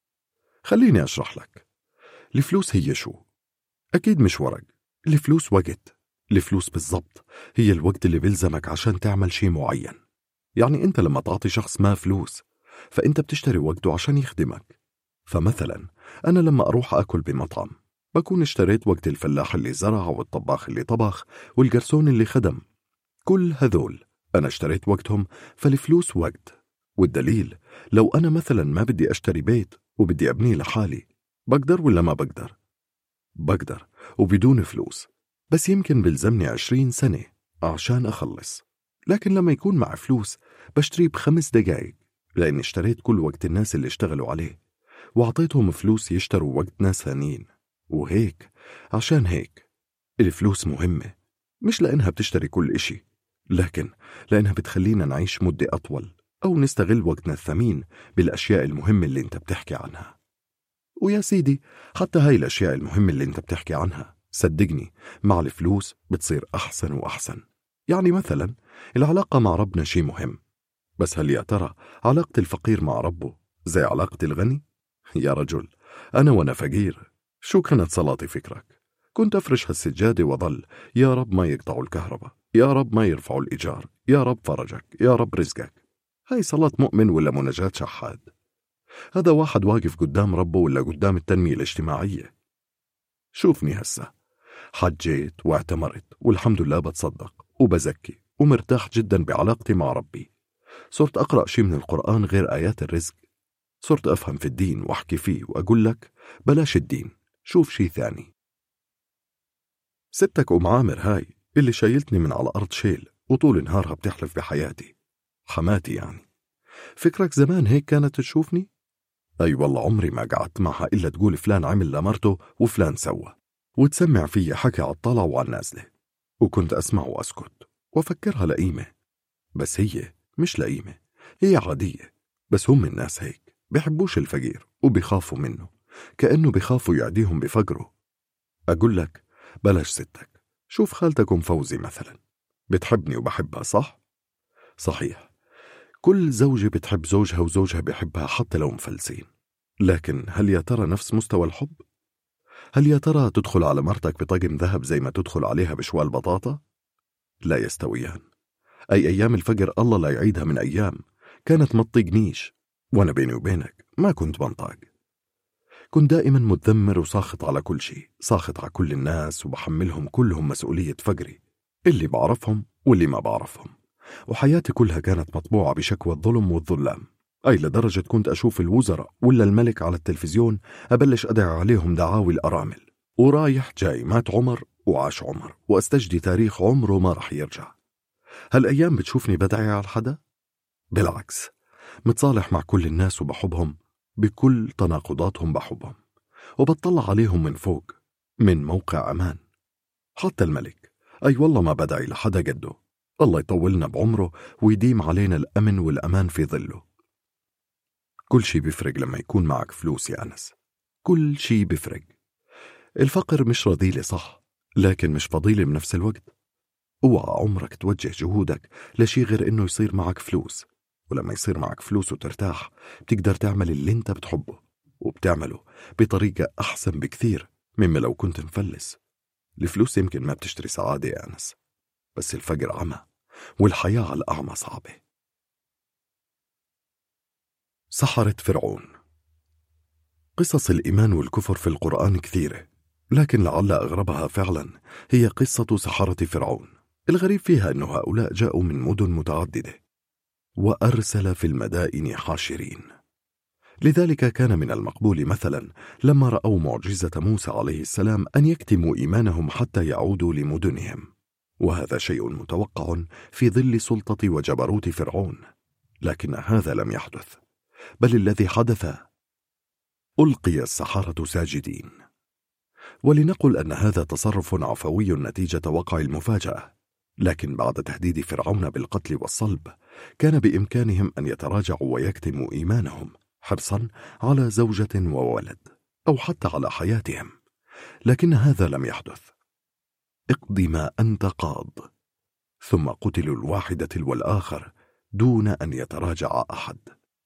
خليني أشرح لك. الفلوس هي شو؟ أكيد مش ورق. الفلوس وقت. الفلوس بالضبط هي الوقت اللي بيلزمك عشان تعمل شيء معين. يعني أنت لما تعطي شخص ما فلوس فأنت بتشتري وقته عشان يخدمك. فمثلا أنا لما أروح أكل بمطعم بكون اشتريت وقت الفلاح اللي زرع والطباخ اللي طبخ والجرسون اللي خدم. كل هذول أنا اشتريت وقتهم، فالفلوس وقت. والدليل لو أنا مثلا ما بدي أشتري بيت وبدي أبنيه لحالي، بقدر ولا ما بقدر؟ بقدر وبدون فلوس، بس يمكن بلزمني 20 سنة عشان أخلص. لكن لما يكون مع فلوس بشتري ب5 دقايق، لأني اشتريت كل وقت الناس اللي اشتغلوا عليه وعطيتهم فلوس يشتروا وقت ناس ثانيين. وهيك عشان هيك الفلوس مهمة، مش لأنها بتشتري كل إشي، لكن لأنها بتخلينا نعيش مدة أطول أو نستغل وقتنا الثمين بالأشياء المهمة اللي انت بتحكي عنها. ويا سيدي حتى هاي الأشياء المهمة اللي انت بتحكي عنها صدقني مع الفلوس بتصير أحسن وأحسن. يعني مثلا العلاقة مع ربنا شيء مهم، بس هل يا ترى علاقة الفقير مع ربه زي علاقة الغني؟ يا رجل أنا وأنا فقير شو كانت صلاتي فكرك؟ كنت أفرش هالسجادة وظل يا رب ما يقطعوا الكهرباء، يا رب ما يرفعوا الإيجار، يا رب فرجك، يا رب رزقك. هاي صلاة مؤمن ولا مناجاة شحاد؟ هذا واحد واقف قدام ربه ولا قدام التنمية الاجتماعية؟ شوفني هسه، حجيت واعتمرت والحمد لله بتصدق وبزكي ومرتاح جدا بعلاقتي مع ربي. صرت أقرأ شيء من القرآن غير آيات الرزق، صرت أفهم في الدين وأحكي فيه وأقول لك بلاش الدين، شوف شيء ثاني. ستك أم عامر هاي اللي شايلتني من على أرض شيل وطول نهارها بتحلف بحياتي، حماتي يعني. فكرك زمان هيك كانت تشوفني؟ أي والله عمري ما قعدت معها إلا تقول فلان عمل لمرته وفلان سوى، وتسمع فيي حكي على الطلع وعلى النازلة، وكنت أسمع وأسكت وأفكرها لئيمة. بس هي مش لئيمة، هي عادية، بس هم الناس هيك بيحبوش الفقير وبيخافوا منه، كأنه بيخافوا يعديهم بفقره. أقول لك بلاش ستك، شوف خالتك أم فوزي مثلا، بتحبني وبحبها صح؟ صحيح، كل زوجة بتحب زوجها وزوجها بيحبها حتى لو مفلسين، لكن هل يا ترى نفس مستوى الحب؟ هل يا ترى تدخل على مرتك بطقم ذهب زي ما تدخل عليها بشوال بطاطا؟ لا يستويان. أي أيام الفقر الله لا يعيدها من أيام كانت ما تطيقنيش، وأنا بيني وبينك ما كنت بنطاق، كنت دائما متذمر وساخط على كل شيء، ساخط على كل الناس وبحملهم كلهم مسؤولية فقري، اللي بعرفهم واللي ما بعرفهم، وحياتي كلها كانت مطبوعة بشكوى الظلم والظلام. أي لدرجة كنت أشوف الوزراء ولا الملك على التلفزيون أبلش أدعي عليهم دعاوي الأرامل، ورايح جاي مات عمر وعاش عمر، وأستجدي تاريخ عمره ما رح يرجع. هالأيام بتشوفني بدعي على حدا؟ بالعكس، متصالح مع كل الناس وبحبهم، بكل تناقضاتهم بحبهم، وبطلع عليهم من فوق من موقع أمان. حتى الملك أي والله ما بدعي لحدا قده، الله يطولنا بعمره ويديم علينا الأمن والأمان في ظله. كل شي بيفرق لما يكون معك فلوس يا أنس، كل شي بيفرق. الفقر مش رذيلة صح، لكن مش فضيلة بنفس الوقت. اوعى عمرك توجه جهودك لشي غير إنه يصير معك فلوس، ولما يصير معك فلوس وترتاح بتقدر تعمل اللي انت بتحبه، وبتعمله بطريقة أحسن بكثير مما لو كنت مفلس. الفلوس يمكن ما بتشتري سعادة يا أنس، بس الفقر عمى، والحياة على الأعمى صعبة. سحرة فرعون. قصص الإيمان والكفر في القرآن كثيرة، لكن لعل أغربها فعلا هي قصة سحرة فرعون. الغريب فيها أن هؤلاء جاءوا من مدن متعددة، وأرسل في المدائن حاشرين. لذلك كان من المقبول مثلا لما رأوا معجزة موسى عليه السلام أن يكتموا إيمانهم حتى يعودوا لمدنهم، وهذا شيء متوقع في ظل سلطة وجبروت فرعون. لكن هذا لم يحدث، بل الذي حدث ألقي السحرة ساجدين. ولنقل أن هذا تصرف عفوي نتيجة وقع المفاجأة، لكن بعد تهديد فرعون بالقتل والصلب كان بإمكانهم أن يتراجعوا ويكتموا إيمانهم حرصا على زوجة وولد، أو حتى على حياتهم، لكن هذا لم يحدث. اقض ما أنت قاض. ثم قتلوا الواحد تلو الآخر دون أن يتراجع أحد.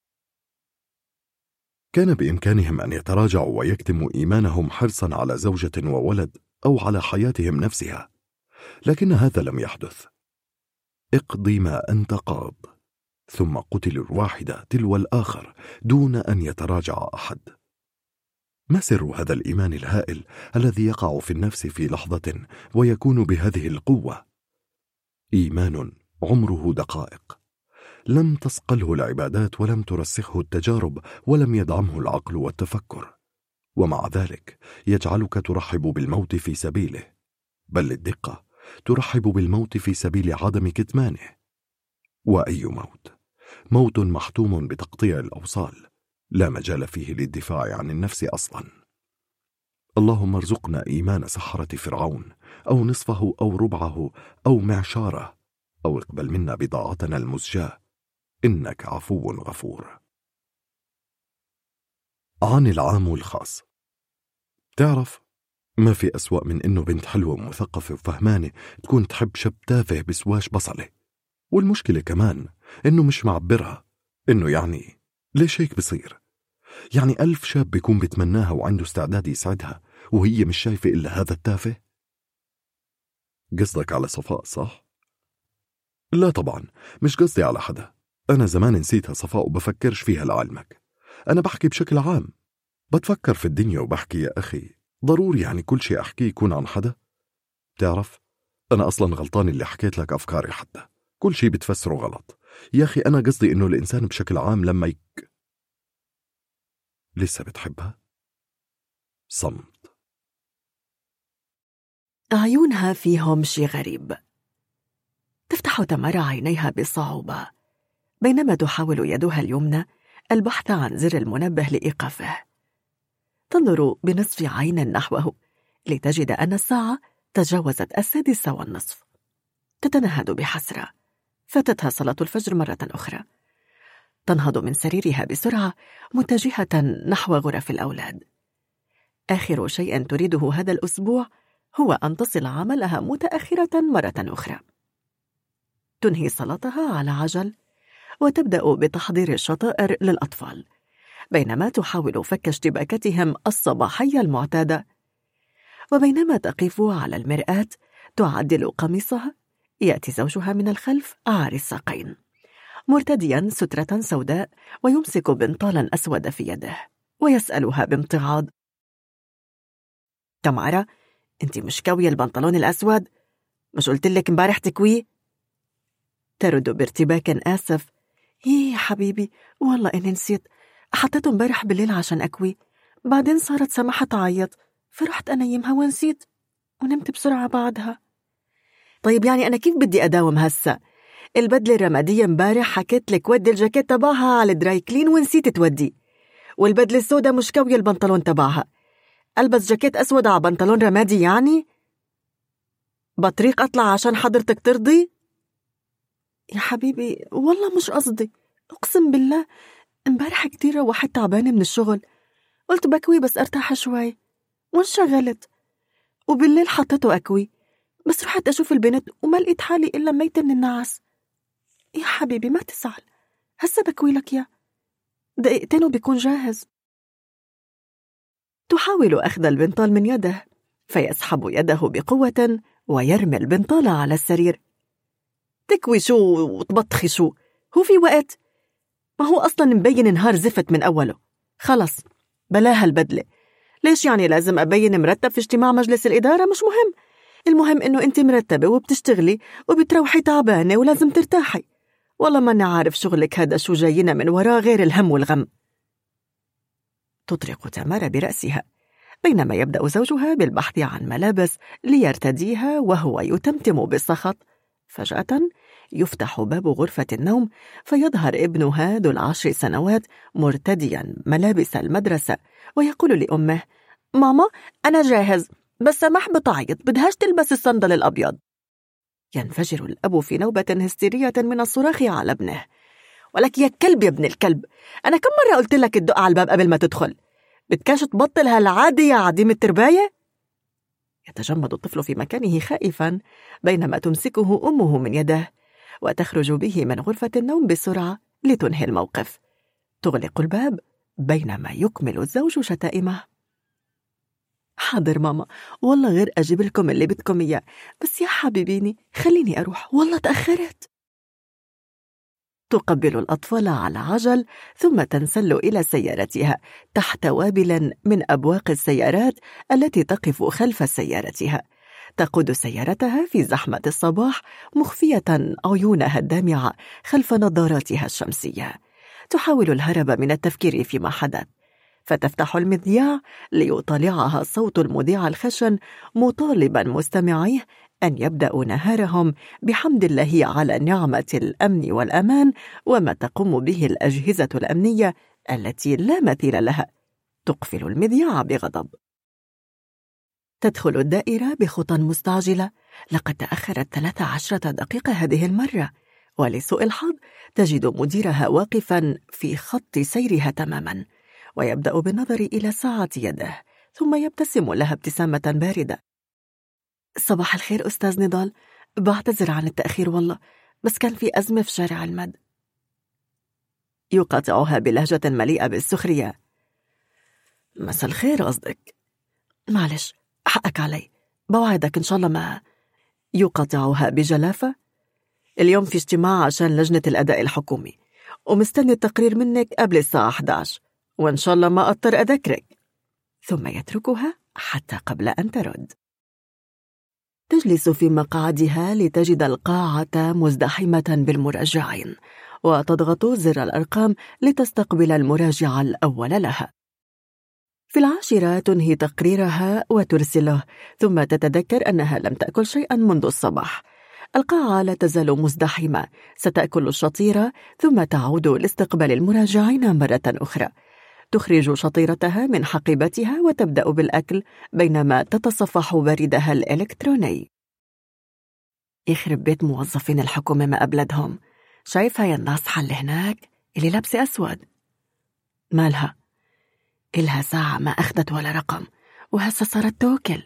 كان بإمكانهم أن يتراجعوا ويكتموا إيمانهم حرصا على زوجة وولد أو على حياتهم نفسها، لكن هذا لم يحدث. اقض ما أنت قاض. ثم قتلوا الواحد تلو الآخر دون أن يتراجع أحد. ما سر هذا الإيمان الهائل الذي يقع في النفس في لحظة ويكون بهذه القوة؟ إيمان عمره دقائق، لم تسقله العبادات ولم ترسخه التجارب ولم يدعمه العقل والتفكر، ومع ذلك يجعلك ترحب بالموت في سبيله، بل للدقة ترحب بالموت في سبيل عدم كتمانه. وأي موت؟ موت محتوم بتقطيع الأوصال، لا مجال فيه للدفاع عن النفس أصلا. اللهم ارزقنا إيمان سحرة فرعون، أو نصفه أو ربعه أو معشاره، أو اقبل منا بضاعتنا المزجاة، إنك عفو غفور. عن العام والخاص. تعرف، ما في أسوأ من إنه بنت حلوة ومثقفة وفهمانة تكون تحب شاب تافه بسواش بصلة، والمشكلة كمان إنه مش معبرها. إنه يعني ليش هيك بصير؟ يعني 1000 شاب بيكون بتمناها وعنده استعداد يسعدها، وهي مش شايفة إلا هذا التافه. قصدك على صفاء صح؟ لا طبعا، مش قصدي على حدا. أنا زمان نسيتها صفاء وبفكرش فيها لعلمك. أنا بحكي بشكل عام، بتفكر في الدنيا وبحكي يا أخي، ضروري يعني كل شيء أحكيه يكون عن حدا؟ تعرف، أنا أصلا غلطان اللي حكيت لك أفكاري، حتى كل شيء بتفسره غلط. يا أخي أنا قصدي إنه الإنسان بشكل عام لما لسه بتحبها؟ صمت. عيونها فيهم شي غريب. تفتح تمارا عينيها بصعوبة بينما تحاول يدها اليمنى البحث عن زر المنبه لإيقافه. تنظر بنصف عين نحوه لتجد أن الساعة تجاوزت 6:30. تتنهد بحسرة. فاتتها صلاة الفجر مرة أخرى. تنهض من سريرها بسرعة متجهة نحو غرف الأولاد. آخر شيء تريده هذا الأسبوع هو أن تصل عملها متأخرة مرة أخرى. تنهي صلاتها على عجل وتبدأ بتحضير الشطائر للأطفال، بينما تحاول فك اشتباكاتهم الصباحية المعتادة. وبينما تقف على المرآة تعدل قميصها، يأتي زوجها من الخلف عاري الساقين، مرتديا سترة سوداء ويمسك بنطالا أسود في يده، ويسألها بامتعاض: تمارا، انت مش كاوية البنطلون الأسود؟ مش قلتلك امبارح تكويه؟ ترد بارتباك آسف: يا حبيبي والله إني نسيت، حطيته امبارح بالليل عشان أكوي، بعدين صارت سماحة تعيط فرحت أنيمها ونسيت ونمت بسرعة بعدها. طيب يعني أنا كيف بدي أداوم هسا؟ البدلة الرمادية امبارح حكيت لك ودي الجاكيت تبعها على الدراي كلين ونسيت تودي، والبدلة السوداء مش كوية البنطلون تبعها، ألبس جاكيت أسود على بنطلون رمادي يعني؟ بطريق أطلع عشان حضرتك ترضي؟ يا حبيبي والله مش قصدي، أقسم بالله امبارح كتير روحت تعبانة من الشغل، قلت بكوي بس أرتاح شوي وانشغلت، وبالليل حطيته أكوي، بس رحت أشوف البنت وما لقيت حالي إلا ميتة من النعس. يا حبيبي ما تزعل، هسا بكوي لك يا دقيقتين وبيكون جاهز. تحاول أخذ البنطال من يده فيسحب يده بقوة ويرمي البنطال على السرير. تكوي شو وتبطخي شو؟ هو في وقت؟ ما هو أصلاً مبين نهار زفت من أوله. خلص بلاها البدلة. ليش يعني لازم أبين مرتب في اجتماع مجلس الإدارة؟ مش مهم. المهم إنه أنت مرتبة وبتشتغلي وبتروحي تعبانة ولازم ترتاحي. والله ما عارف شغلك هذا شو جاينا من وراه غير الهم والغم. تطرق تمارا برأسها بينما يبدأ زوجها بالبحث عن ملابس ليرتديها وهو يتمتم بالسخط. فجأة يفتح باب غرفة النوم فيظهر ابنها ذو 10 سنوات مرتديا ملابس المدرسة ويقول لأمه: ماما أنا جاهز، بس سمح بتعيط بدهاش تلبس الصندل الأبيض. ينفجر الأب في نوبة هستيرية من الصراخ على ابنه: ولك يا كلب يا ابن الكلب، أنا كم مرة قلت لك تدق على الباب قبل ما تدخل؟ بدكاش تبطل هالعادة يا عديم الترباية؟ يتجمد الطفل في مكانه خائفا بينما تمسكه أمه من يده وتخرج به من غرفة النوم بسرعة لتنهي الموقف. تغلق الباب بينما يكمل الزوج شتائمه: حاضر ماما، والله غير أجيب لكم اللي بدكم إياه، بس يا حبيبيني خليني أروح، والله تأخرت. تقبل الأطفال على عجل ثم تنسل إلى سيارتها تحت وابل من أبواق السيارات التي تقف خلف سيارتها. تقود سيارتها في زحمة الصباح مخفية عيونها الدامعة خلف نظاراتها الشمسية. تحاول الهرب من التفكير فيما حدث، فتفتح المذياع ليطالعها صوت المذيع الخشن مطالبا مستمعيه أن يبدأوا نهارهم بحمد الله على نعمة الأمن والأمان وما تقوم به الأجهزة الأمنية التي لا مثيل لها. تقفل المذياع بغضب. تدخل الدائرة بخطى مستعجلة، لقد تأخرت 13 دقيقة هذه المرة، ولسوء الحظ تجد مديرها واقفا في خط سيرها تماما، ويبدأ بالنظر إلى ساعة يده ثم يبتسم لها ابتسامة باردة. صباح الخير أستاذ نضال، بعتذر عن التأخير والله، بس كان في أزمة في شارع المد. يقاطعها بلهجة مليئة بالسخرية: مساء الخير قصدك؟ معلش حقك علي، بوعدك إن شاء الله ما. يقاطعها بجلافة: اليوم في اجتماع عشان لجنة الأداء الحكومي ومستني التقرير منك قبل الساعة 11، وإن شاء الله ما أضطر أذكرك. ثم يتركها حتى قبل أن ترد. تجلس في مقعدها لتجد القاعة مزدحمة بالمراجعين، وتضغط زر الأرقام لتستقبل المراجع الأول لها. في 10 تنهي تقريرها وترسله، ثم تتذكر أنها لم تأكل شيئا منذ الصباح. القاعة لا تزال مزدحمة، ستأكل الشطيرة ثم تعود لاستقبال المراجعين مرة أخرى. تخرج شطيرتها من حقيبتها وتبدأ بالأكل بينما تتصفح باردها الإلكتروني. يخرب بيت موظفين الحكومة ما أبلدهم، شايفها يا الناصحة اللي هناك اللي لابسة أسود؟ مالها؟ إلها ساعة ما أخذت ولا رقم وهسه صارت توكل.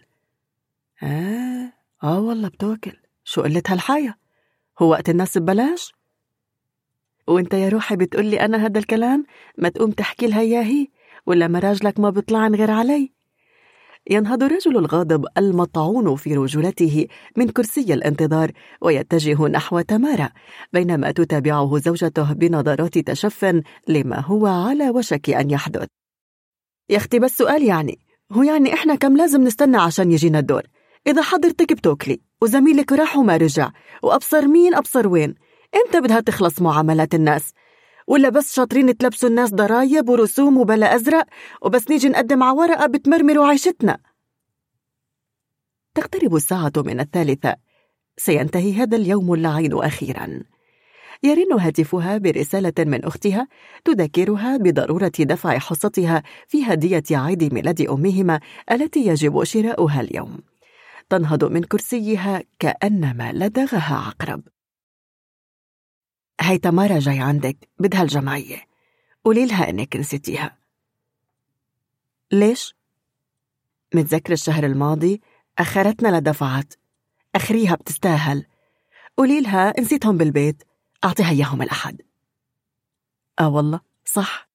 والله بتوكل، شو قلت هالحاجة؟ هو وقت الناس ببلاش؟ وانت يا روحي بتقولي أنا هذا الكلام؟ ما تقوم تحكي لها إياهي ولا مراجلك ما بيطلعن غير علي؟ ينهض الرجل الغاضب المطعون في رجولته من كرسي الانتظار ويتجه نحو تمارا بينما تتابعه زوجته بنظرات تشف لما هو على وشك أن يحدث. يا أختي بس سؤال، يعني هو يعني إحنا كم لازم نستنى عشان يجينا الدور؟ إذا حضرتك بتوكلي وزميلك راح وما رجع وأبصر مين أبصر وين، إمتى بدها تخلص معاملات الناس؟ ولا بس شاطرين تلبسوا الناس ضرايب ورسوم وبلا أزرق وبس نيجي نقدم على ورقة بتمرمروا عيشتنا؟ تقترب الساعة من 3، سينتهي هذا اليوم اللعين أخيرا. يرن هاتفها برسالة من أختها تذكرها بضرورة دفع حصتها في هدية عيد ميلاد أمهما التي يجب شراؤها اليوم. تنهض من كرسيها كأنما لدغها عقرب. هاي تمارا جاي عندك، بدها الجمعية، قولي لها إنك نسيتيها. ليش؟ متذكر الشهر الماضي أخرتنا لدفعت، أخريها بتستاهل. قولي لها نسيتهم بالبيت، أعطيها إياهم الأحد. والله صح.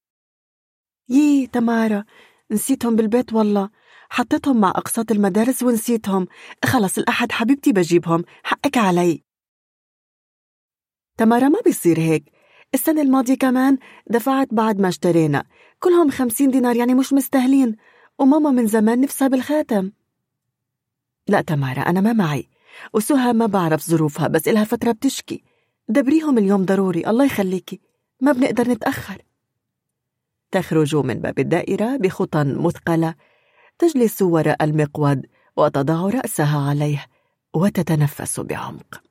تمارا نسيتهم بالبيت والله، حطيتهم مع أقساط المدارس ونسيتهم. خلص الأحد حبيبتي بجيبهم، حقك علي. تمارا ما بيصير هيك، السنة الماضية كمان دفعت بعد ما اشترينا، كلهم 50 دينار، يعني مش مستاهلين، وماما من زمان نفسها بالخاتم. لا تمارا، أنا ما معي، وسهى ما بعرف ظروفها، بس إلها فترة بتشكي، دبريهم اليوم ضروري، الله يخليكي، ما بنقدر نتأخر. تخرج من باب الدائرة بخطى مثقلة، تجلس وراء المقود وتضع رأسها عليه وتتنفس بعمق.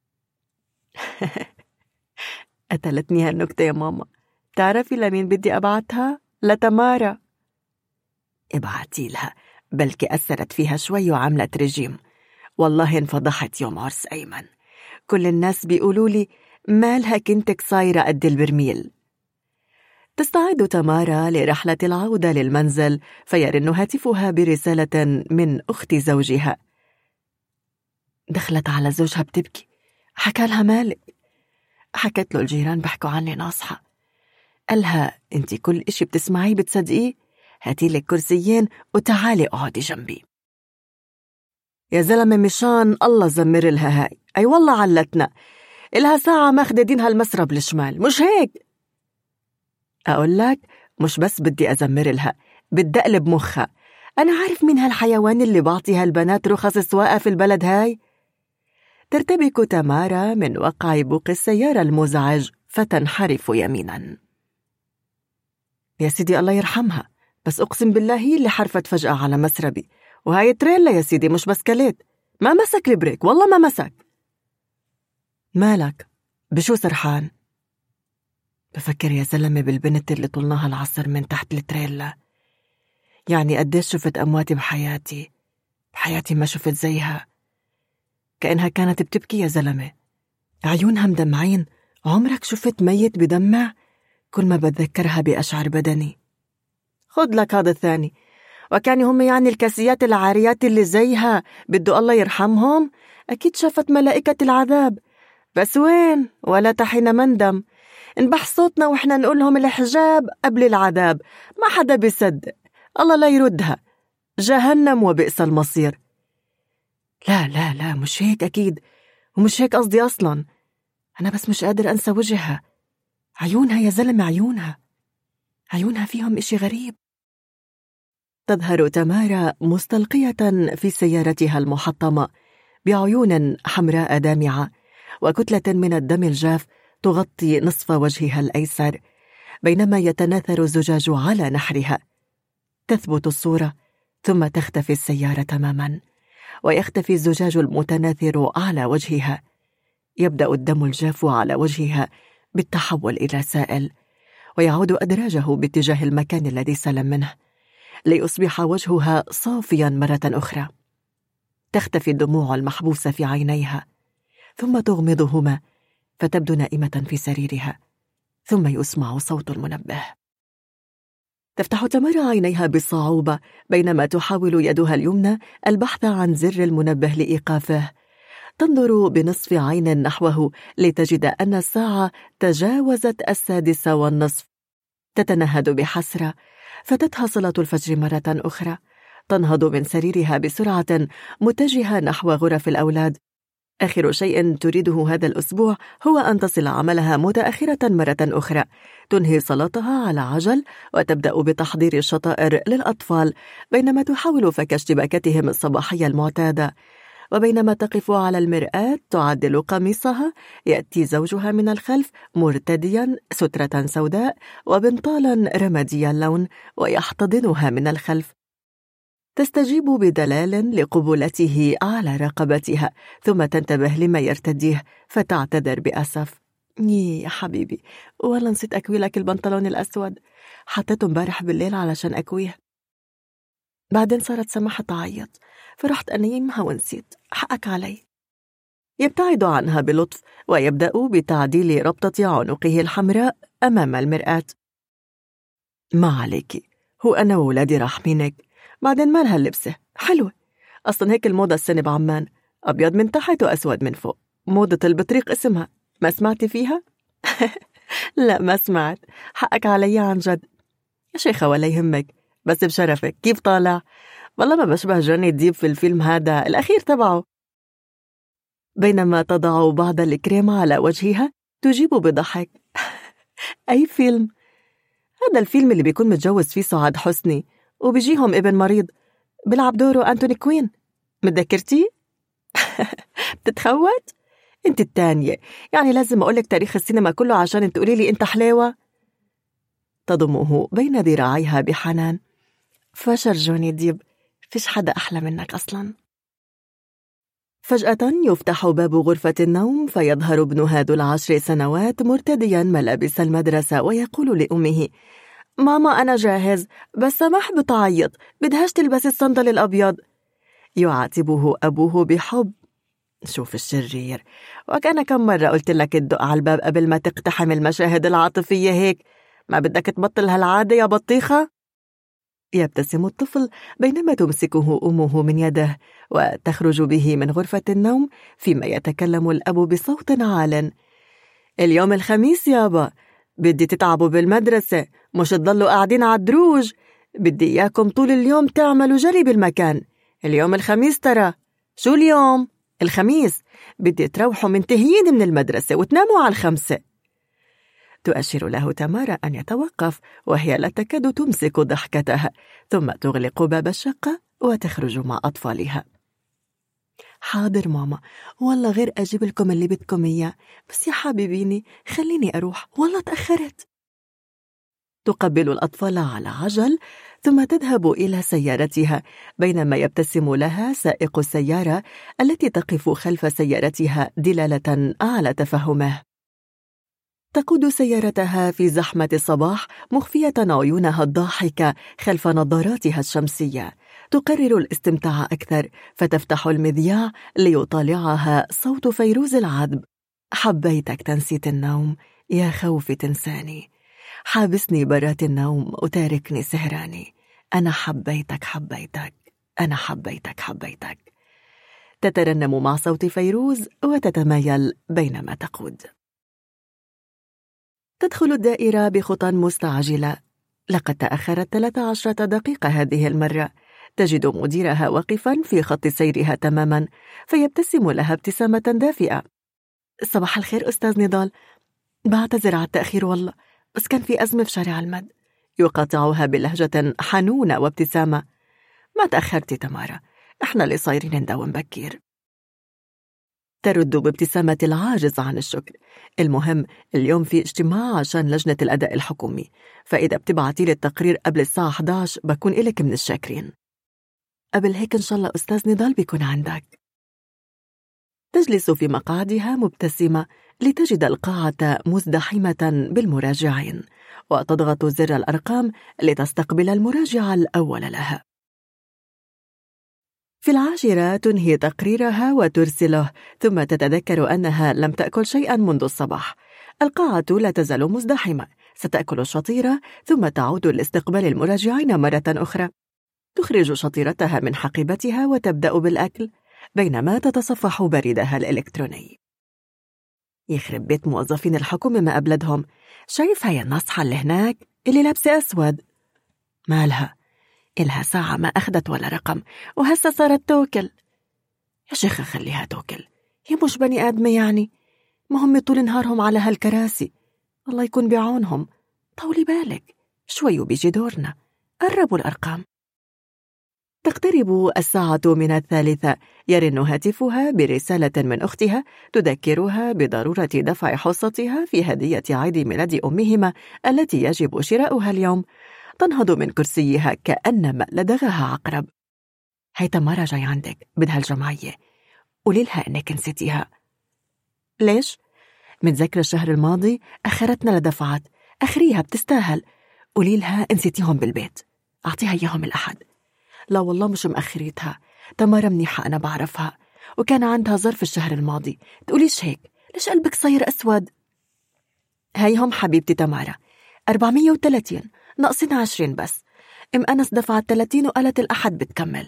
قتلتني هالنكتة يا ماما. تعرفي لمين بدي أبعتها؟ لتمارا. ابعتي لها، بلكي أثرت فيها شوي وعملت رجيم. والله انفضحت يوم عرس أيمن، كل الناس بيقولوا لي مالها كنتك صايرة قد البرميل. تستعد تمارا لرحلة العودة للمنزل، فيرن هاتفها برسالة من أخت زوجها. دخلت على زوجها بتبكي، حكى لها مالك؟ حكت له الجيران بحكوا عني ناصحة. قالها انتي كل اشي بتسمعيه بتصدقيه؟ هاتي لك كرسيين وتعالي اقعدي جنبي. يا زلمة مشان الله زمر لها هاي، اي والله علتنا، إلها ساعة ماخدة دينها المسرب الشمال، مش هيك؟ أقول لك مش بس بدي أزمر لها، بدي أقلب مخها. أنا عارف مين هالحيوان اللي بعطي هالبنات رخص سواقة في البلد هاي؟ ترتبك تمارا من وقع بوق السيارة المزعج فتنحرف يمينا. يا سيدي الله يرحمها، بس أقسم بالله هي اللي حرفت فجأة على مسربي، وهاي تريلا يا سيدي مش بسكليت، ما مسك البريك، والله ما مسك. مالك؟ بشو سرحان؟ بفكر يا زلمة بالبنت اللي طلناها العصر من تحت التريلا. يعني قديش شفت أمواتي بحياتي ما شفت زيها، كأنها كانت بتبكي يا زلمة، عيونها مدمعين. عمرك شفت ميت بدمع؟ كل ما بتذكرها بأشعر بدني. خد لك هذا الثاني، وكان هم يعني الكاسيات العاريات اللي زيها بده الله يرحمهم، أكيد شافت ملائكة العذاب، بس وين ولا تحين مندم. انبح صوتنا وإحنا نقول لهم الحجاب قبل العذاب، ما حدا بيصدق، الله لا يردها، جهنم وبئس المصير. لا لا لا مش هيك أكيد، ومش هيك قصدي أصلا، أنا بس مش قادر أنسى وجهها، عيونها يا زلمة، عيونها فيهم إشي غريب. تظهر تمارا مستلقية في سيارتها المحطمة بعيون حمراء دامعة وكتلة من الدم الجاف تغطي نصف وجهها الأيسر، بينما يتناثر الزجاج على نحرها. تثبت الصورة ثم تختفي السيارة تماما، ويختفي الزجاج المتناثر على وجهها. يبدأ الدم الجاف على وجهها بالتحول إلى سائل، ويعود أدراجه باتجاه المكان الذي سلم منه ليصبح وجهها صافيا مرة أخرى. تختفي الدموع المحبوسة في عينيها، ثم تغمضهما فتبدو نائمة في سريرها، ثم يسمع صوت المنبه. تفتح تمارا عينيها بصعوبة بينما تحاول يدها اليمنى البحث عن زر المنبه لإيقافه. تنظر بنصف عين نحوه لتجد أن الساعة تجاوزت 6:30. تتنهد بحسرة، فاتتها صلاة الفجر مرة أخرى. تنهض من سريرها بسرعة متجهة نحو غرف الأولاد. آخر شيء تريده هذا الأسبوع هو أن تصل عملها متأخرة مرة أخرى. تنهي صلاتها على عجل وتبدأ بتحضير الشطائر للأطفال بينما تحاول فك اشتباكاتهم الصباحية المعتادة. وبينما تقف على المرآة تعدل قميصها، يأتي زوجها من الخلف مرتديا سترة سوداء وبنطالا رمادي اللون ويحتضنها من الخلف. تستجيب بدلال لقبلته على رقبتها، ثم تنتبه لما يرتديه فتعتذر بأسف. يا حبيبي، والله نسيت أكوي لك البنطلون الأسود، حطيته امبارح بالليل علشان أكويه، بعدين صارت سماحة تعيط فرحت أنيمها ونسيت، حقك علي. يبتعد عنها بلطف ويبدأ بتعديل ربطة عنقه الحمراء أمام المرآة. ما عليكي، هو أنا وولادي راحمينك، بعدين مالها اللبسة حلوة، أصلا هيك الموضة السنة بعمان، أبيض من تحت وأسود من فوق، موضة البطريق اسمها، ما سمعتي فيها؟ لا ما سمعت، حقك علي عن جد. يا شيخة ولا يهمك، بس بشرفك كيف طالع؟ والله ما بشبه جوني ديب في الفيلم هذا الأخير تبعه. بينما تضع بعض الكريم على وجهها تجيب بضحك. أي فيلم؟ هذا الفيلم اللي بيكون متجوز فيه سعاد حسني وبيجيهم ابن مريض بيلعب دوره أنتوني كوين، متذكرتي؟ بتتخوت؟ انت التانية، يعني لازم أقولك تاريخ السينما كله عشان تقولي لي انت حلاوة؟ تضمه بين ذراعيها بحنان. فشرجوني ديب، فيش حدا أحلى منك أصلا. فجأة يفتح باب غرفة النوم فيظهر ابنها ذو 10 سنوات مرتديا ملابس المدرسة ويقول لأمه: ماما أنا جاهز، بس سمح بتعيط، بدهاش تلبس الصندل الأبيض. يعاتبه أبوه بحب: شوف الشرير، وكان كم مرة قلت لك تدق على الباب قبل ما تقتحم المشاهد العاطفية هيك؟ ما بدك تبطل هالعادة يا بطيخة؟ يبتسم الطفل بينما تمسكه أمه من يده وتخرج به من غرفة النوم، فيما يتكلم الأب بصوت عال: اليوم الخميس يابا، بدي تتعبوا بالمدرسة، مش تضلوا قاعدين على الدروج، بدي إياكم طول اليوم تعملوا جري بالمكان. اليوم الخميس ترى. شو اليوم؟ الخميس، بدي تروحوا منتهيين من المدرسة وتناموا على 5. تؤشر له تمارا أن يتوقف وهي لا تكاد تمسك ضحكتها، ثم تغلق باب الشقة وتخرج مع أطفالها. حاضر ماما، والله غير أجيب لكم اللي بدكم إياه، بس يا حبيبيني خليني أروح، والله تأخرت. تقبل الأطفال على عجل ثم تذهب إلى سيارتها، بينما يبتسم لها سائق السيارة التي تقف خلف سيارتها دلالة على تفهمه. تقود سيارتها في زحمة الصباح مخفية عيونها الضاحكة خلف نظاراتها الشمسية. تقرر الاستمتاع أكثر فتفتح المذياع ليطالعها صوت فيروز العذب: حبيتك تنسيت النوم، يا خوفي تنساني، حابسني برات النوم وتاركني سهراني، أنا حبيتك حبيتك، أنا حبيتك حبيتك. تترنم مع صوت فيروز وتتمايل بينما تقود. تدخل الدائرة بخطى مستعجلة. لقد تأخرت 13 دقيقة هذه المرة. تجد مديرها واقفا في خط سيرها تماما، فيبتسم لها ابتسامة دافئة: صباح الخير أستاذ نضال، بعتذر على التأخير والله، بس كان في أزمة في شارع المد. يقاطعها بلهجة حنونة وابتسامة: ما تأخرتي تمارا، احنا اللي صايرين نداوم بكير. ترد بابتسامة العاجز عن الشكر: المهم اليوم في اجتماع عشان لجنة الأداء الحكومي، فإذا بتبعتي لي التقرير قبل الساعة 11 بكون إلك من الشاكرين. قبل هيك إن شاء الله أستاذ نضال بيكون عندك. تجلس في مقعدها مبتسمة لتجد القاعة مزدحمة بالمراجعين، وتضغط زر الأرقام لتستقبل المراجع الأول لها. في 10 تنهي تقريرها وترسله، ثم تتذكر أنها لم تأكل شيئا منذ الصباح. القاعة لا تزال مزدحمة، ستأكل الشطيرة ثم تعود لاستقبال المراجعين مرة أخرى. تخرج شطيرتها من حقيبتها وتبدأ بالأكل بينما تتصفح بريدها الإلكتروني. يخرب بيت موظفين الحكومة ما أبلدهم، شايف هاي النصحة اللي هناك اللي لابسة أسود؟ مالها؟ إلها ساعة ما أخذت ولا رقم وهسه صارت توكل. يا شيخة خليها توكل، هي مش بني آدمة يعني؟ ما هم طول نهارهم على هالكراسي، الله يكون بعونهم. طولي بالك شوي وبيجي دورنا، قربوا الأرقام. تقترب الساعة من 3، يرن هاتفها برسالة من أختها تذكرها بضرورة دفع حصتها في هدية عيد ميلاد أمهما التي يجب شراؤها اليوم. تنهض من كرسيها كأنما لدغها عقرب. هي تمارا جاي عندك، بدها الجمعية، قولي لها إنك نسيتيها. ليش؟ متذكرة الشهر الماضي أخرتنا لدفعات، أخريها بتستاهل، قولي لها نسيتيهم بالبيت، أعطيها إياهم الأحد. لا والله مش مأخريتها، تمارا منيحة أنا بعرفها، وكان عندها ظرف الشهر الماضي، تقوليش هيك، ليش قلبك صاير أسود؟ هيهم حبيبتي تمارا 430، ناقصين 20 بس. أم أنس دفعت 30 وقالت الأحد بتكمل.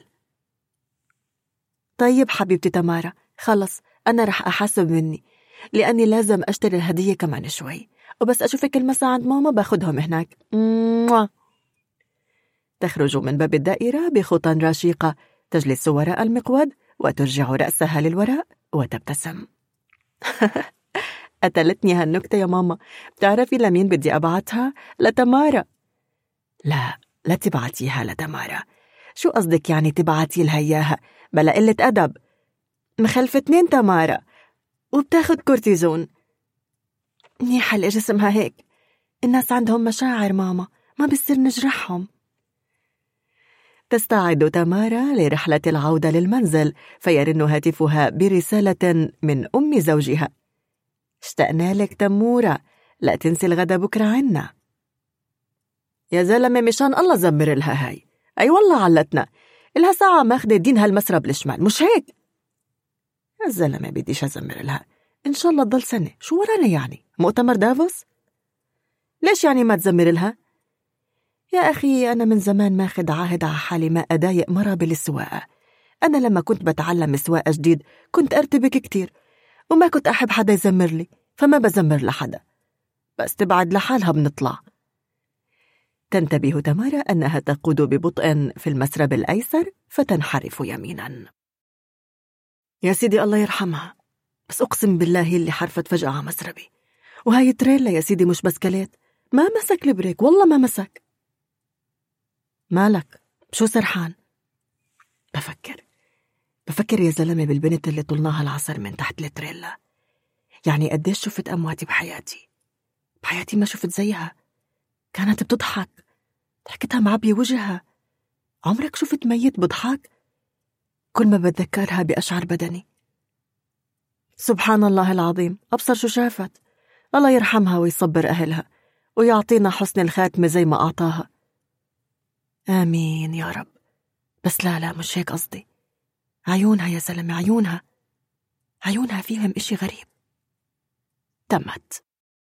طيب حبيبتي تمارا، خلص أنا رح أحاسب مني، لأني لازم أشتري الهدية كمان شوي، وبس أشوفك المساء عند ماما باخدهم هناك. تخرج من باب الدائرة بخطى رشيقة، تجلس وراء المقود وترجع رأسها للوراء وتبتسم. قتلتني هالنكتة يا ماما. بتعرفي لمين بدي أبعتها؟ لتمارا. لا تبعتيها لتمارا. شو قصدك يعني تبعتي لها إياها؟ بلا قلة أدب. مخلفة 2 تمارا وبتاخد كورتيزون. منيحة اللي جسمها هيك. الناس عندهم مشاعر ماما، ما بيصير نجرحهم. تستعد تمارا لرحلة العودة للمنزل، فيرن هاتفها برسالة من أم زوجها: اشتقنا لك تمورة، لا تنسي الغدا بكرة عنا. يا زلمة مشان الله زمر لها هاي. أي والله علتنا إلها ساعة ماخدة دين هالمسرب الشمال، مش هيك؟ يا زلمة بديش أزمر لها، إن شاء الله تضل سنة. شو ورانا يعني؟ مؤتمر دافوس؟ ليش يعني ما تزمر لها؟ يا أخي أنا من زمان ماخد عاهد على حالي ما أضايق مرة بالسواقة. أنا لما كنت بتعلم سواقة جديد كنت أرتبك كتير، وما كنت أحب حدا يزمر لي، فما بزمر لحدا، بس تبعد لحالها بنطلع. تنتبه تمارا أنها تقود ببطء في المسرب الأيسر فتنحرف يمينا. يا سيدي الله يرحمها، بس أقسم بالله اللي حرفت فجأة على مسربي. وهاي تريلا يا سيدي مش بسكليت، ما مسك البريك، والله ما مسك. مالك؟ شو سرحان؟ بفكر يا زلمة بالبنت اللي طلناها العصر من تحت التريلا. يعني قديش شفت أمواتي بحياتي ما شفت زيها. كانت بتضحك، ضحكتها معبية وجهها. عمرك شفت ميت بضحك؟ كل ما بتذكرها بأشعر بدني. سبحان الله العظيم، أبصر شو شافت. الله يرحمها ويصبر أهلها ويعطينا حسن الخاتمة زي ما أعطاها. آمين يا رب. بس لا مش هيك قصدي. عيونها يا زلمة، عيونها فيهم إشي غريب. تمت.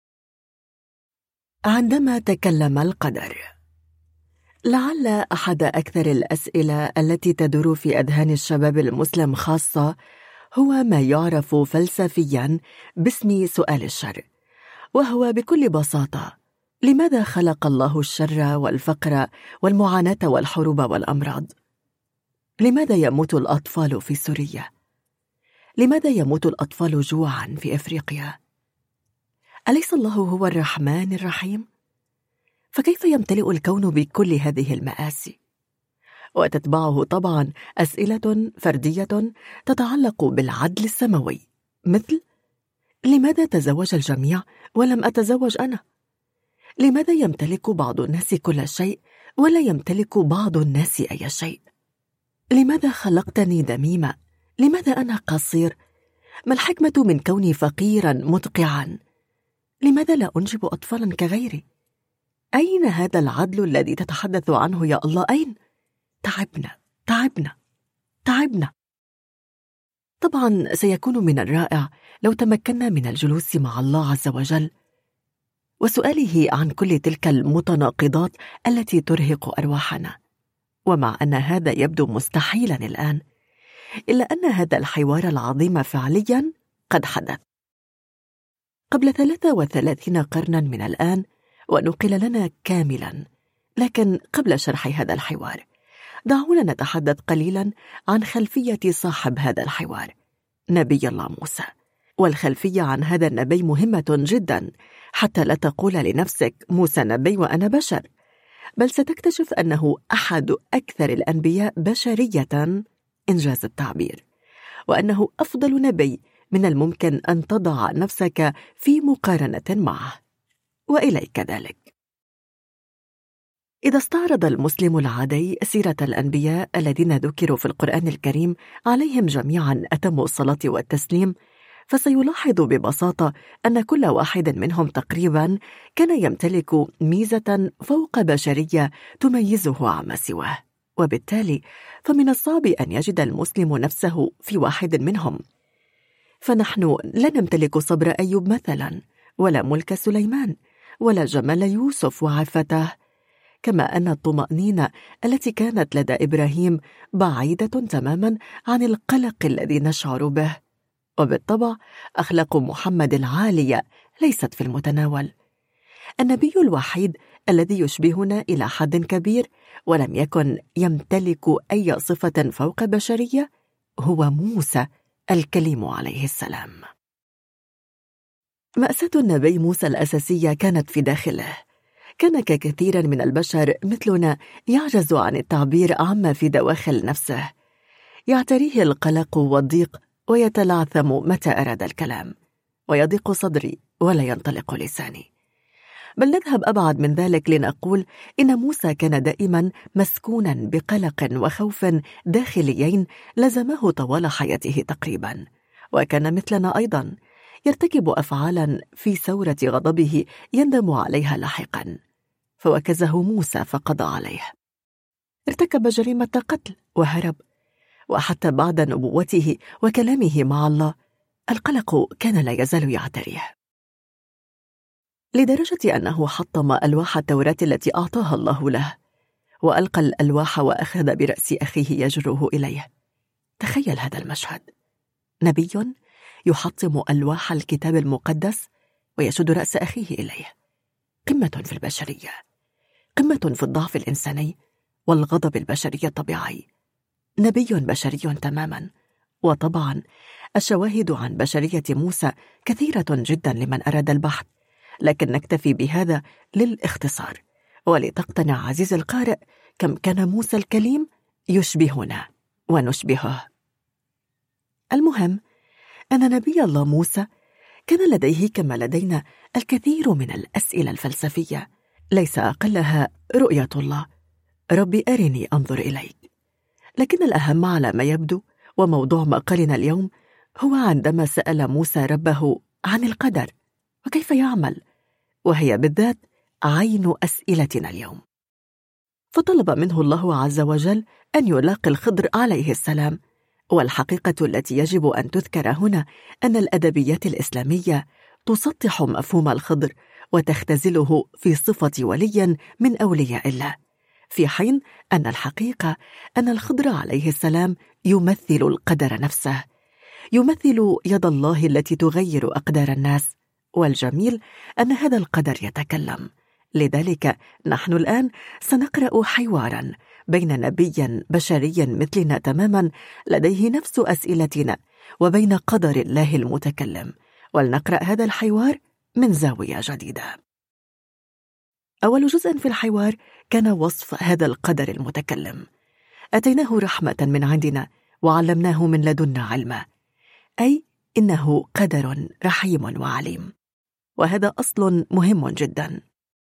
عندما تكلم القدر. لعل أحد أكثر الأسئلة التي تدور في أذهان الشباب المسلم خاصة هو ما يعرف فلسفياً باسم سؤال الشر، وهو بكل بساطة: لماذا خلق الله الشر والفقر والمعاناة والحروب والأمراض؟ لماذا يموت الأطفال في سوريا؟ لماذا يموت الأطفال جوعاً في أفريقيا؟ أليس الله هو الرحمن الرحيم؟ فكيف يمتلئ الكون بكل هذه المآسي؟ وتتبعه طبعاً أسئلة فردية تتعلق بالعدل السماوي، مثل: لماذا تزوج الجميع ولم أتزوج أنا؟ لماذا يمتلك بعض الناس كل شيء ولا يمتلك بعض الناس أي شيء؟ لماذا خلقتني دميمة؟ لماذا أنا قصير؟ ما الحكمة من كوني فقيرا مدقعا؟ لماذا لا أنجب أطفالا كغيري؟ أين هذا العدل الذي تتحدث عنه يا الله؟ أين؟ تعبنا. طبعا سيكون من الرائع لو تمكنا من الجلوس مع الله عز وجل وسؤاله عن كل تلك المتناقضات التي ترهق أرواحنا. ومع أن هذا يبدو مستحيلا الآن، إلا أن هذا الحوار العظيم فعليا قد حدث قبل 33 قرنا من الآن، ونقل لنا كاملا. لكن قبل شرح هذا الحوار دعونا نتحدث قليلا عن خلفية صاحب هذا الحوار، نبي الله موسى. والخلفية عن هذا النبي مهمة جدا، حتى لا تقول لنفسك موسى نبي وأنا بشر، بل ستكتشف أنه أحد أكثر الأنبياء بشرية إنجاز التعبير، وأنه أفضل نبي من الممكن أن تضع نفسك في مقارنة معه. وإليك ذلك. إذا استعرض المسلم العادي سيرة الأنبياء الذين ذكروا في القرآن الكريم عليهم جميعا أتم الصلاة والتسليم، فسيلاحظ ببساطة أن كل واحد منهم تقريبا كان يمتلك ميزة فوق بشرية تميزه عما سواه، وبالتالي فمن الصعب أن يجد المسلم نفسه في واحد منهم. فنحن لا نمتلك صبر أيوب مثلا، ولا ملك سليمان، ولا جمال يوسف وعفته، كما أن الطمأنينة التي كانت لدى إبراهيم بعيدة تماما عن القلق الذي نشعر به. وبالطبع أخلاق محمد العالية ليست في المتناول. النبي الوحيد الذي يشبهنا إلى حد كبير ولم يكن يمتلك أي صفة فوق بشرية هو موسى الكليم عليه السلام. مأساة النبي موسى الأساسية كانت في داخله. كان ككثير من البشر مثلنا يعجز عن التعبير عما في دواخل نفسه. يعتريه القلق والضيق ويتلعثم متى أراد الكلام، ويضيق صدري ولا ينطلق لساني. بل نذهب أبعد من ذلك لنقول إن موسى كان دائما مسكونا بقلق وخوف داخليين لزمه طوال حياته تقريبا، وكان مثلنا أيضا يرتكب أفعالا في ثورة غضبه يندم عليها لاحقا، فوكزه موسى فقضى عليه. ارتكب جريمة قتل وهرب، وحتى بعد نبوته وكلامه مع الله القلق كان لا يزال يعتريه، لدرجة أنه حطم ألواح التوراة التي أعطاها الله له، وألقى الألواح وأخذ برأس أخيه يجره إليه. تخيل هذا المشهد، نبي يحطم ألواح الكتاب المقدس ويشد رأس أخيه إليه. قمة في البشرية، قمة في الضعف الإنساني والغضب البشري الطبيعي. نبي بشري تماما. وطبعا الشواهد عن بشرية موسى كثيرة جدا لمن أراد البحث، لكن نكتفي بهذا للاختصار ولتقتنع عزيز القارئ كم كان موسى الكليم يشبهنا ونشبهه. المهم أن نبي الله موسى كان لديه كما لدينا الكثير من الأسئلة الفلسفية، ليس أقلها رؤية الله، ربي أرني أنظر إليك. لكن الأهم على ما يبدو وموضوع مقالنا اليوم هو عندما سأل موسى ربه عن القدر وكيف يعمل، وهي بالذات عين أسئلتنا اليوم. فطلب منه الله عز وجل أن يلاقي الخضر عليه السلام. والحقيقة التي يجب أن تذكر هنا أن الأدبيات الإسلامية تسطح مفهوم الخضر وتختزله في صفة ولي من أولياء الله، في حين أن الحقيقة أن الخضر عليه السلام يمثل القدر نفسه، يمثل يد الله التي تغير أقدار الناس. والجميل أن هذا القدر يتكلم. لذلك نحن الآن سنقرأ حوارا بين نبي بشري مثلنا تماما لديه نفس أسئلتنا وبين قدر الله المتكلم، ولنقرأ هذا الحوار من زاوية جديدة. أول جزء في الحوار كان وصف هذا القدر المتكلم. أتيناه رحمة من عندنا وعلمناه من لدنا علما، أي إنه قدر رحيم وعليم، وهذا أصل مهم جدا.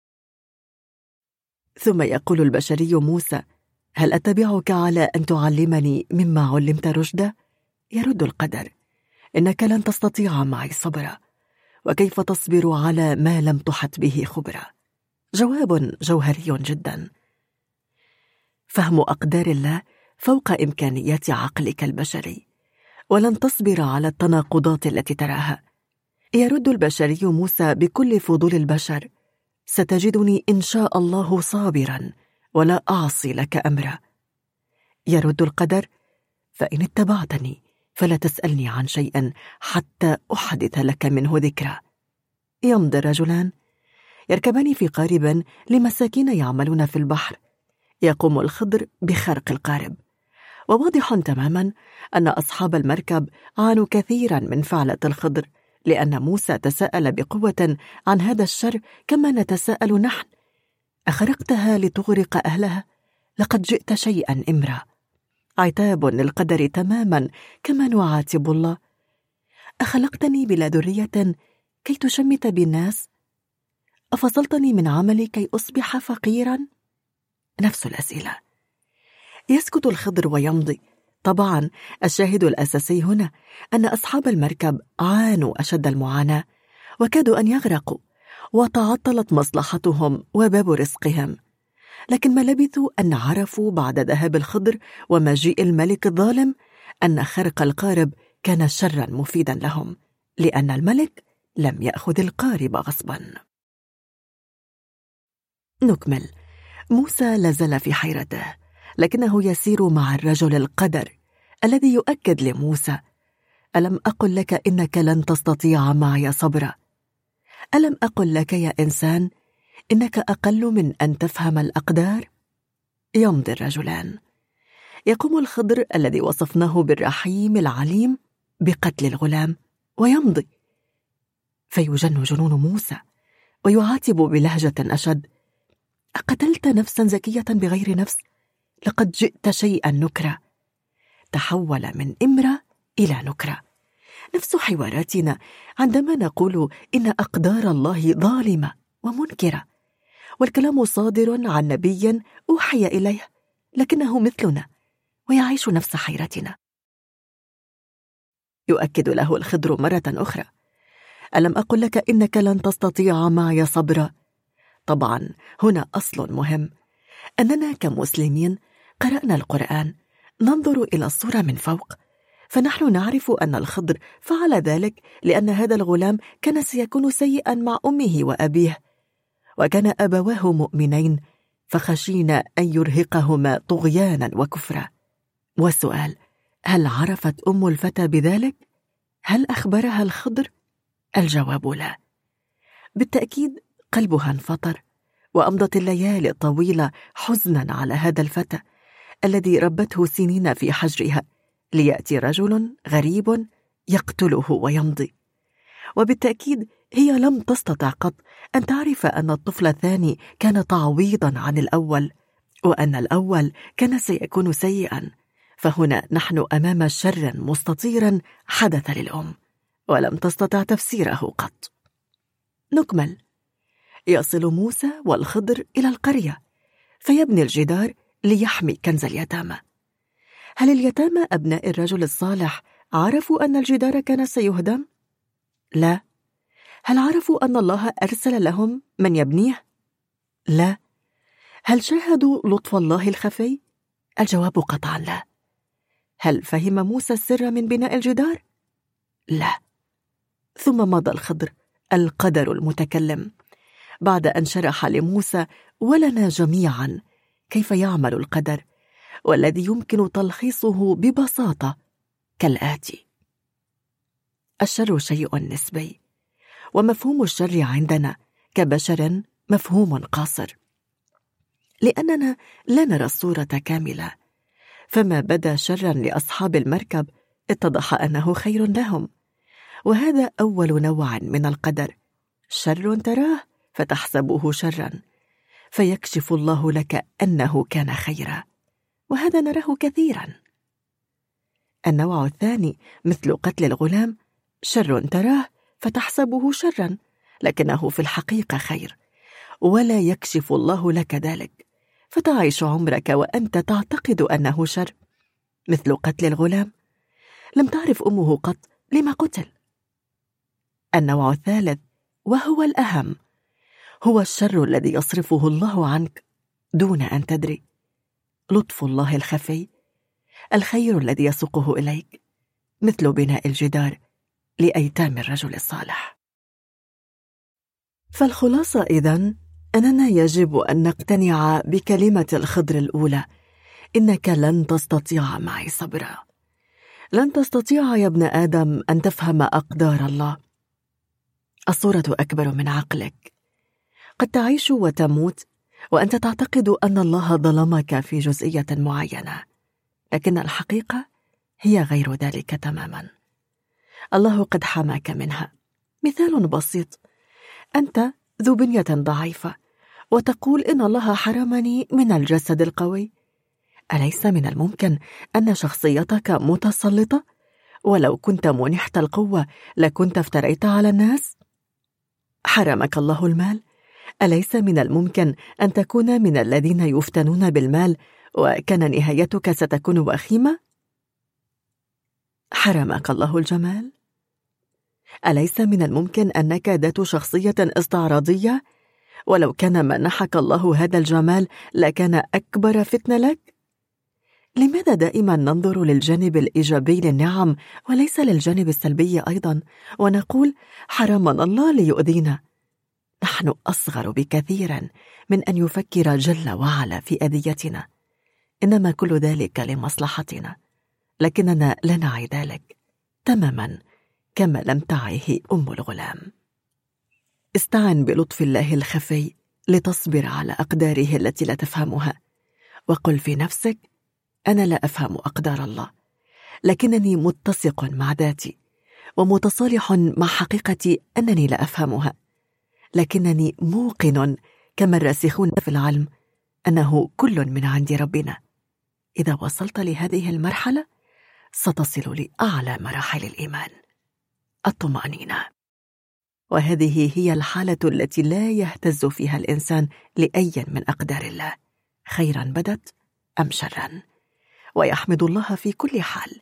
ثم يقول البشري موسى: هل أتبعك على أن تعلمني مما علمت رشدا؟ يرد القدر: إنك لن تستطيع معي صبرا، وكيف تصبر على ما لم تحط به خبرا؟ جواب جوهري جدا. فهم أقدار الله فوق إمكانيات عقلك البشري، ولن تصبر على التناقضات التي تراها. يرد البشري موسى بكل فضول البشر: ستجدني إن شاء الله صابرا ولا أعصي لك أمرا. يرد القدر: فإن اتبعتني فلا تسألني عن شيء حتى أحدث لك منه ذكرى. يمضي الرجلان يركبان في قارب لمساكين يعملون في البحر. يقوم الخضر بخرق القارب، وواضح تماما أن أصحاب المركب عانوا كثيرا من فعلة الخضر، لأن موسى تساءل بقوة عن هذا الشر كما نتساءل نحن: أخرقتها لتغرق أهلها؟ لقد جئت شيئا إمرا. عتاب للقدر تماما كما نعاتب الله: أخلقتني بلا ذرية كي تشمت بالناس؟ أفصلتني من عملي كي أصبح فقيرا؟ نفس الأسئلة. يسكت الخضر ويمضي. طبعا الشاهد الأساسي هنا أن أصحاب المركب عانوا أشد المعاناة، وكادوا أن يغرقوا، وتعطلت مصلحتهم وباب رزقهم. لكن ما لبثوا أن عرفوا بعد ذهاب الخضر ومجيء الملك الظالم أن خرق القارب كان شرا مفيدا لهم، لأن الملك لم يأخذ القارب غصبا. نكمل. موسى لازال في حيرته، لكنه يسير مع الرجل القدر الذي يؤكد لموسى: ألم أقل لك إنك لن تستطيع معي صبرا؟ ألم أقل لك يا إنسان إنك أقل من أن تفهم الأقدار؟ يمضي الرجلان. يقوم الخضر الذي وصفناه بالرحيم العليم بقتل الغلام ويمضي. فيجن جنون موسى ويعاتب بلهجة أشد: أقتلت نفسا زكية بغير نفس؟ لقد جئت شيئا نكرا. تحول من إمرة إلى نكرة. نفس حواراتنا عندما نقول إن أقدار الله ظالمة ومنكرة، والكلام صادر عن نبي أوحي إليه لكنه مثلنا ويعيش نفس حيرتنا. يؤكد له الخضر مرة أخرى: ألم أقل لك إنك لن تستطيع معي صبرا؟ طبعا هنا أصل مهم، أننا كمسلمين قرأنا القرآن ننظر إلى الصورة من فوق، فنحن نعرف أن الخضر فعل ذلك لأن هذا الغلام كان سيكون سيئا مع أمه وأبيه، وكان أبواه مؤمنين فخشينا أن يرهقهما طغيانا وكفرا. والسؤال: هل عرفت أم الفتى بذلك؟ هل أخبرها الخضر؟ الجواب لا. بالتأكيد قلبها انفطر، وأمضت الليالي الطويلة حزنا على هذا الفتى الذي ربته سنين في حجرها، ليأتي رجل غريب يقتله ويمضي. وبالتأكيد هي لم تستطع قط أن تعرف أن الطفل الثاني كان تعويضا عن الأول، وأن الأول كان سيكون سيئا. فهنا نحن أمام شر مستطير حدث للأم ولم تستطع تفسيره قط. نكمل. يصل موسى والخضر إلى القرية فيبني الجدار ليحمي كنز اليتامى. هل اليتامى أبناء الرجل الصالح عرفوا أن الجدار كان سيهدم؟ لا. هل عرفوا أن الله أرسل لهم من يبنيه؟ لا. هل شاهدوا لطف الله الخفي؟ الجواب قطعا لا. هل فهم موسى السر من بناء الجدار؟ لا. ثم مضى الخضر القدر المتكلم بعد أن شرح لموسى ولنا جميعا كيف يعمل القدر، والذي يمكن تلخيصه ببساطة كالآتي: الشر شيء نسبي، ومفهوم الشر عندنا كبشر مفهوم قاصر، لأننا لا نرى الصورة كاملة. فما بدا شرا لأصحاب المركب اتضح أنه خير لهم، وهذا أول نوع من القدر: شر تراه فتحسبه شرا فيكشف الله لك أنه كان خيرا، وهذا نراه كثيرا. النوع الثاني مثل قتل الغلام: شر تراه فتحسبه شرا لكنه في الحقيقة خير، ولا يكشف الله لك ذلك، فتعيش عمرك وأنت تعتقد أنه شر. مثل قتل الغلام: لم تعرف أمه قط لما قتل. النوع الثالث وهو الأهم هو الشر الذي يصرفه الله عنك دون أن تدري، لطف الله الخفي، الخير الذي يسوقه إليك، مثل بناء الجدار لأيتام الرجل الصالح. فالخلاصة إذن أننا يجب أن نقتنع بكلمة الخضر الأولى: إنك لن تستطيع معي صبرا. لن تستطيع يا ابن آدم أن تفهم أقدار الله. الصورة أكبر من عقلك. قد تعيش وتموت وأنت تعتقد أن الله ظلمك في جزئية معينة، لكن الحقيقة هي غير ذلك تماما. الله قد حماك منها. مثال بسيط: أنت ذو بنية ضعيفة وتقول إن الله حرمني من الجسد القوي. أليس من الممكن أن شخصيتك متسلطة؟ ولو كنت منحت القوة لكنت افتريت على الناس؟ حرمك الله المال. أليس من الممكن أن تكون من الذين يفتنون بالمال وكان نهايتك ستكون وخيمة؟ حرمك الله الجمال. أليس من الممكن أنك ذات شخصية استعراضية، ولو كان منحك الله هذا الجمال لكان أكبر فتنة لك؟ لماذا دائما ننظر للجانب الإيجابي للنعم وليس للجانب السلبي أيضا، ونقول حرمنا الله ليؤذينا؟ نحن أصغر بكثير من أن يفكر جل وعلا في أذيتنا، إنما كل ذلك لمصلحتنا، لكننا لا نعي ذلك تماما كما لم تعيه أم الغلام. استعن بلطف الله الخفي لتصبر على أقداره التي لا تفهمها، وقل في نفسك: أنا لا أفهم أقدار الله، لكنني متسق مع ذاتي، ومتصالح مع حقيقتي أنني لا أفهمها، لكنني موقن كما الراسخون في العلم أنه كل من عند ربنا. إذا وصلت لهذه المرحلة ستصل لأعلى مراحل الإيمان، الطمأنينة. وهذه هي الحالة التي لا يهتز فيها الإنسان لأي من أقدار الله، خيرا بدت أم شرا، ويحمد الله في كل حال.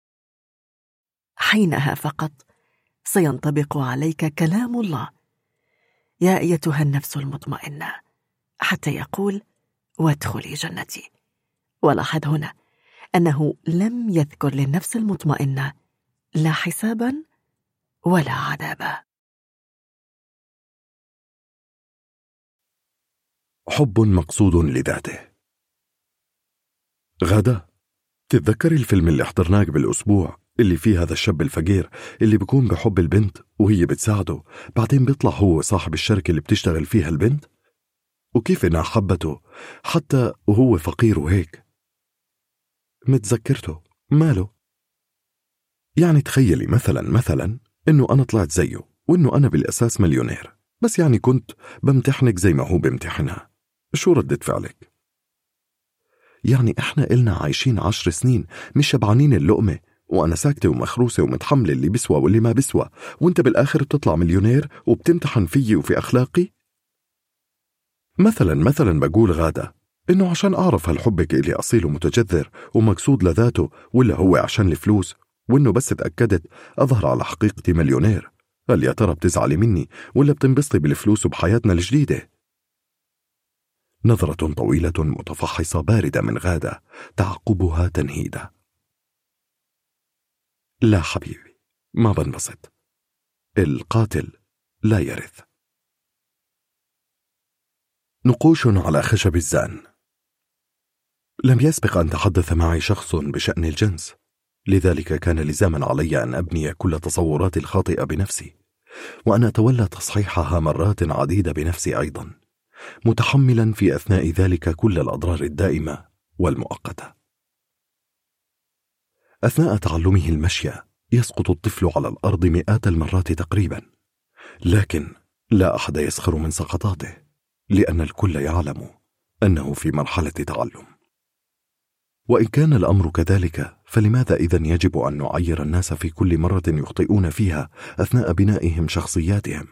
حينها فقط سينطبق عليك كلام الله: يا أيتها النفس المطمئنة، حتى يقول: وادخلي جنتي. ولاحظ هنا أنه لم يذكر للنفس المطمئنة لا حسابا ولا عذابا. حب مقصود لذاته. غادة، تتذكري الفيلم اللي حضرناه قبل أسبوع اللي فيه هذا الشاب الفقير اللي بيكون بحب البنت وهي بتساعده، بعدين بيطلع هو صاحب الشركة اللي بتشتغل فيها البنت، وكيف إنها حبته حتى وهو فقير وهيك؟ متذكرته؟ ماله؟ يعني تخيلي مثلا إنه أنا طلعت زيه، وإنه أنا بالأساس مليونير، بس يعني كنت بمتحنك زي ما هو بمتحنها، شو ردة فعلك؟ يعني إحنا إلنا عايشين 10 سنين مش شبعانين اللقمة، وأنا ساكتة ومخروسة ومتحملة اللي بسوى واللي ما بسوى، وإنت بالآخر بتطلع مليونير وبتمتحن فيي وفي أخلاقي؟ مثلا بقول غادة إنه عشان أعرف هل حبك إلي أصيل ومتجذر ومقصود لذاته، ولا هو عشان الفلوس، وإنه بس اتأكدت أظهر على حقيقتي مليونير، هل يا ترى بتزعلي مني ولا بتنبسطي بالفلوس وبحياتنا الجديدة؟ نظرة طويلة متفحصة باردة من غادة، تعقبها تنهيدة. لا حبيبي، ما بنبسط، القاتل لا يرث. نقوش على خشب الزان. لم يسبق أن تحدث معي شخص بشأن الجنس، لذلك كان لزاما علي أن أبني كل تصوراتي الخاطئة بنفسي، وأن أتولى تصحيحها مرات عديدة بنفسي أيضا، متحملا في أثناء ذلك كل الأضرار الدائمة والمؤقتة. أثناء تعلمه المشي يسقط الطفل على الأرض مئات المرات تقريبا، لكن لا أحد يسخر من سقطاته، لأن الكل يعلم أنه في مرحلة تعلم. وإن كان الأمر كذلك، فلماذا إذن يجب أن نعير الناس في كل مرة يخطئون فيها أثناء بنائهم شخصياتهم؟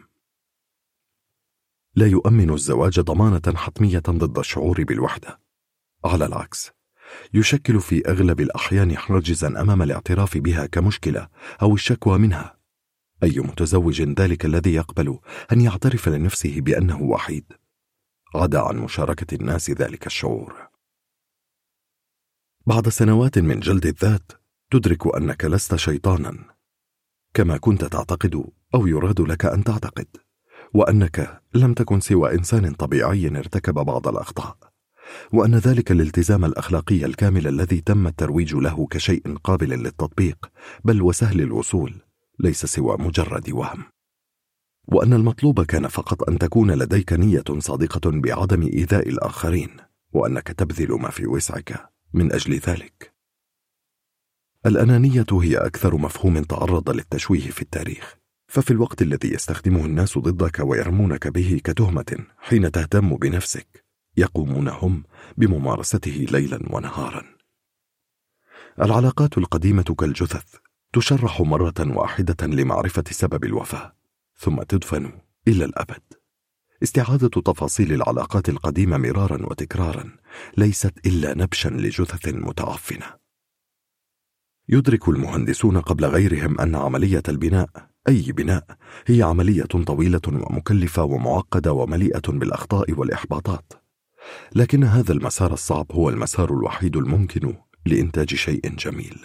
لا يؤمن الزواج ضمانة حتمية ضد الشعور بالوحدة، على العكس يشكل في أغلب الأحيان حاجزا أمام الاعتراف بها كمشكلة أو الشكوى منها. أي متزوج ذلك الذي يقبل أن يعترف لنفسه بأنه وحيد، عدا عن مشاركة الناس ذلك الشعور. بعد سنوات من جلد الذات تدرك أنك لست شيطانا كما كنت تعتقد أو يراد لك أن تعتقد، وأنك لم تكن سوى إنسان طبيعي ارتكب بعض الأخطاء، وأن ذلك الالتزام الأخلاقي الكامل الذي تم الترويج له كشيء قابل للتطبيق بل وسهل الوصول ليس سوى مجرد وهم، وأن المطلوب كان فقط أن تكون لديك نية صادقة بعدم إيذاء الآخرين، وأنك تبذل ما في وسعك من أجل ذلك. الأنانية هي أكثر مفهوم تعرض للتشويه في التاريخ، ففي الوقت الذي يستخدمه الناس ضدك ويرمونك به كتهمة حين تهتم بنفسك، يقومون هم بممارسته ليلا ونهارا. العلاقات القديمة كالجثث تشرح مرة واحدة لمعرفة سبب الوفاة، ثم تدفن إلى الأبد. استعادة تفاصيل العلاقات القديمة مرارا وتكرارا ليست إلا نبشا لجثث متعفنة. يدرك المهندسون قبل غيرهم أن عملية البناء، أي بناء، هي عملية طويلة ومكلفة ومعقدة ومليئة بالأخطاء والإحباطات، لكن هذا المسار الصعب هو المسار الوحيد الممكن لإنتاج شيء جميل.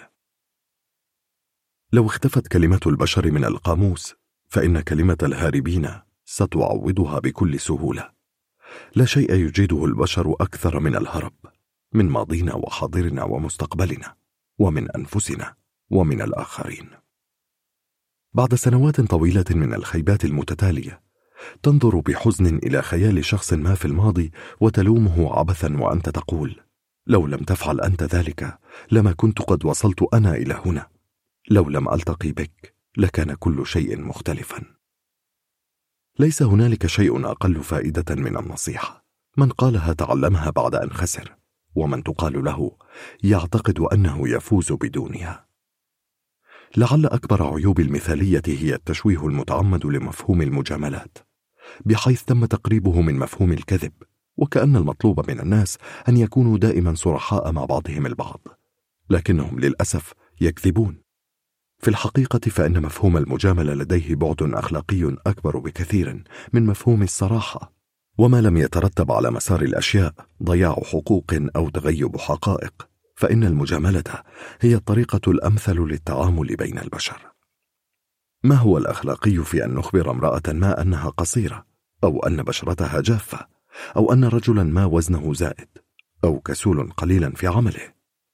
لو اختفت كلمة البشر من القاموس، فإن كلمة الهاربين ستعوضها بكل سهولة. لا شيء يجيده البشر أكثر من الهرب من ماضينا وحاضرنا ومستقبلنا، ومن أنفسنا ومن الآخرين. بعد سنوات طويلة من الخيبات المتتالية، تنظر بحزن إلى خيال شخص ما في الماضي وتلومه عبثا، وأنت تقول: لو لم تفعل أنت ذلك لما كنت قد وصلت أنا إلى هنا، لو لم ألتقي بك لكان كل شيء مختلفا. ليس هنالك شيء أقل فائدة من النصيحة. من قالها تعلمها بعد أن خسر، ومن تقال له يعتقد أنه يفوز بدونها. لعل أكبر عيوب المثالية هي التشويه المتعمد لمفهوم المجاملات، بحيث تم تقريبه من مفهوم الكذب، وكأن المطلوب من الناس أن يكونوا دائما صرحاء مع بعضهم البعض، لكنهم للأسف يكذبون. في الحقيقة فإن مفهوم المجاملة لديه بعد أخلاقي أكبر بكثير من مفهوم الصراحة، وما لم يترتب على مسار الأشياء ضياع حقوق أو تغيب حقائق، فإن المجاملة هي الطريقة الأمثل للتعامل بين البشر. ما هو الأخلاقي في أن نخبر امرأة ما أنها قصيرة، أو أن بشرتها جافة، أو أن رجلا ما وزنه زائد، أو كسول قليلا في عمله؟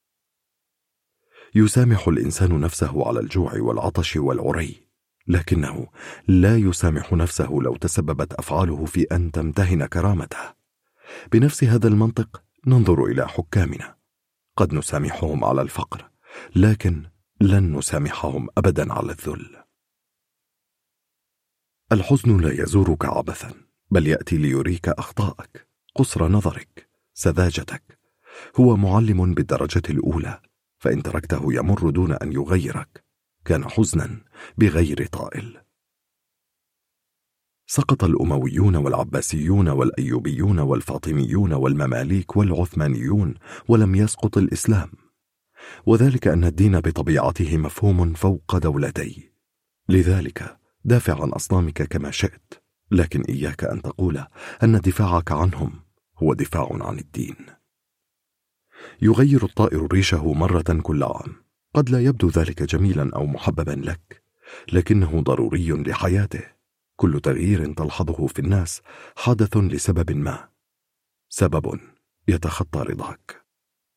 يسامح الإنسان نفسه على الجوع والعطش والعري، لكنه لا يسامح نفسه لو تسببت أفعاله في أن تمتهن كرامته. بنفس هذا المنطق ننظر إلى حكامنا، قد نسامحهم على الفقر، لكن لن نسامحهم أبدا على الذل. الحزن لا يزورك عبثا، بل يأتي ليريك أخطائك، قصر نظرك، سذاجتك. هو معلم بالدرجة الأولى، فإن تركته يمر دون أن يغيرك كان حزنا بغير طائل. سقط الأمويون والعباسيون والأيوبيون والفاطميون والمماليك والعثمانيون، ولم يسقط الإسلام، وذلك أن الدين بطبيعته مفهوم فوق دولتي. لذلك دافع عن أصنامك كما شئت، لكن إياك أن تقول أن دفاعك عنهم هو دفاع عن الدين. يغير الطائر ريشه مرة كل عام، قد لا يبدو ذلك جميلا أو محببا لك، لكنه ضروري لحياته. كل تغيير تلحظه في الناس حدث لسبب ما، سبب يتخطى رضاك.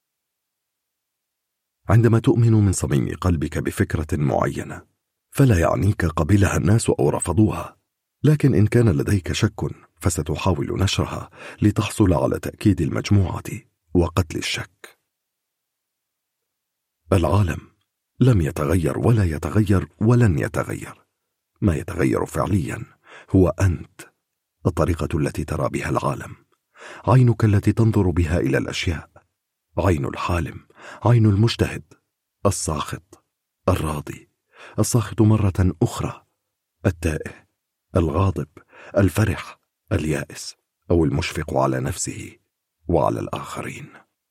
عندما تؤمن من صميم قلبك بفكرة معينة، فلا يعنيك قبلها الناس أو رفضوها، لكن إن كان لديك شك فستحاول نشرها لتحصل على تأكيد المجموعة وقتل الشك. العالم لم يتغير ولا يتغير ولن يتغير. ما يتغير فعليا هو أنت، الطريقة التي ترى بها العالم، عينك التي تنظر بها إلى الأشياء، عين الحالم، عين المجتهد، الساخط، الراضي، الساخط مرة أخرى، التائه، الغاضب، الفرح، اليائس، أو المشفق على نفسه وعلى الآخرين.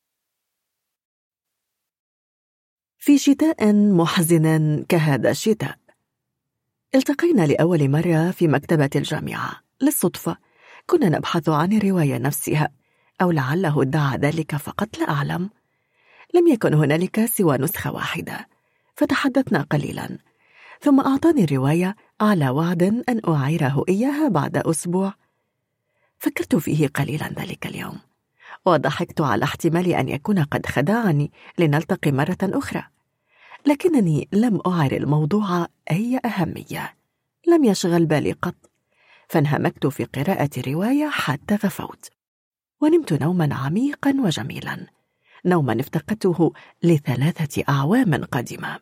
في شتاء محزن كهذا الشتاء، التقينا لأول مرة في مكتبة الجامعة للصدفة. كنا نبحث عن الرواية نفسها، أو لعله ادعى ذلك فقط، لا أعلم. لم يكن هنالك سوى نسخة واحدة، فتحدثنا قليلا، ثم أعطاني الرواية على وعد أن أعيره إياها بعد أسبوع. فكرت فيه قليلا ذلك اليوم، وضحكت على احتمال أن يكون قد خدعني لنلتقي مرة أخرى، لكنني لم أعر الموضوع أي أهمية، لم يشغل بالي قط. فانهمكت في قراءة الرواية حتى غفوت، ونمت نوما عميقا وجميلا، نوما افتقدته ل3 أعوام قادمة.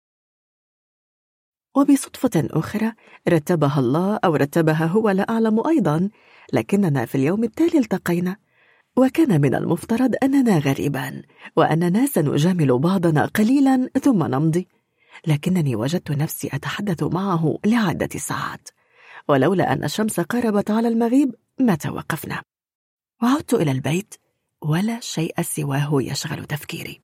وبصدفة أخرى رتبها الله أو رتبها هو، لا أعلم أيضا، لكننا في اليوم التالي التقينا، وكان من المفترض أننا غريبان، وأننا سنجامل بعضنا قليلا ثم نمضي، لكنني وجدت نفسي أتحدث معه ل10 ساعات، ولولا أن الشمس قربت على المغيب ما توقفنا. وعدت إلى البيت ولا شيء سواه يشغل تفكيري،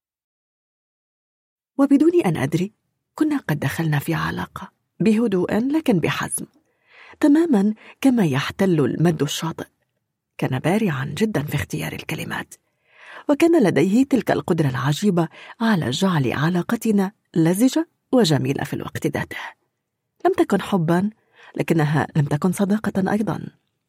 وبدون أن أدري كنا قد دخلنا في علاقة بهدوء لكن بحزم، تماما كما يحتل المد الشاطئ. كان بارعا جدا في اختيار الكلمات، وكان لديه تلك القدرة العجيبة على جعل علاقتنا لزجة وجميلة في الوقت ذاته. لم تكن حبا، لكنها لم تكن صداقة أيضا.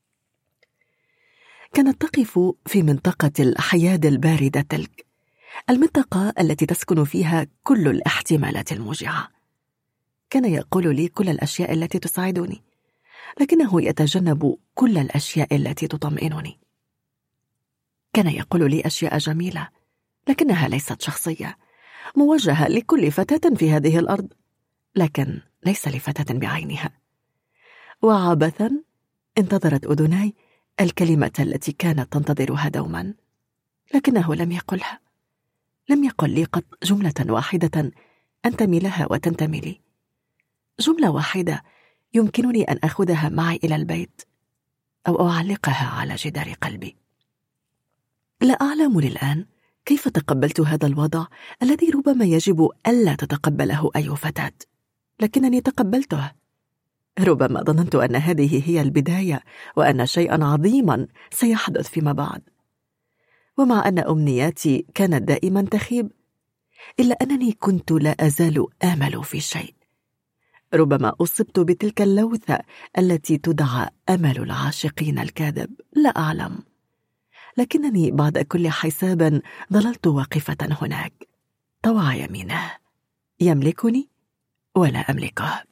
كانت تقف في منطقة الحياد الباردة تلك، المنطقة التي تسكن فيها كل الاحتمالات الموجعة. كان يقول لي كل الأشياء التي تساعدني، لكنه يتجنب كل الأشياء التي تطمئنني. كان يقول لي أشياء جميلة، لكنها ليست شخصية، موجهة لكل فتاة في هذه الأرض، لكن ليس لفتاة بعينها. وعبثا انتظرت أذناي الكلمة التي كانت تنتظرها دوما، لكنه لم يقلها. لم يقل لي قط جملة واحدة أنتمي لها وتنتمي لي، جملة واحدة يمكنني أن أخذها معي إلى البيت أو أعلقها على جدار قلبي. لا أعلم للآن كيف تقبلت هذا الوضع الذي ربما يجب ألا تتقبله أي فتاة، لكنني تقبلته. ربما ظننت أن هذه هي البداية وأن شيئا عظيما سيحدث فيما بعد. ومع أن أمنياتي كانت دائما تخيب، إلا أنني كنت لا أزال آمل في شيء. ربما أصبت بتلك اللوثة التي تدعى أمل العاشقين الكاذب، لا أعلم، لكنني بعد كل حساب ظللت واقفة هناك طوع يمينه، يملكني ولا أملكه.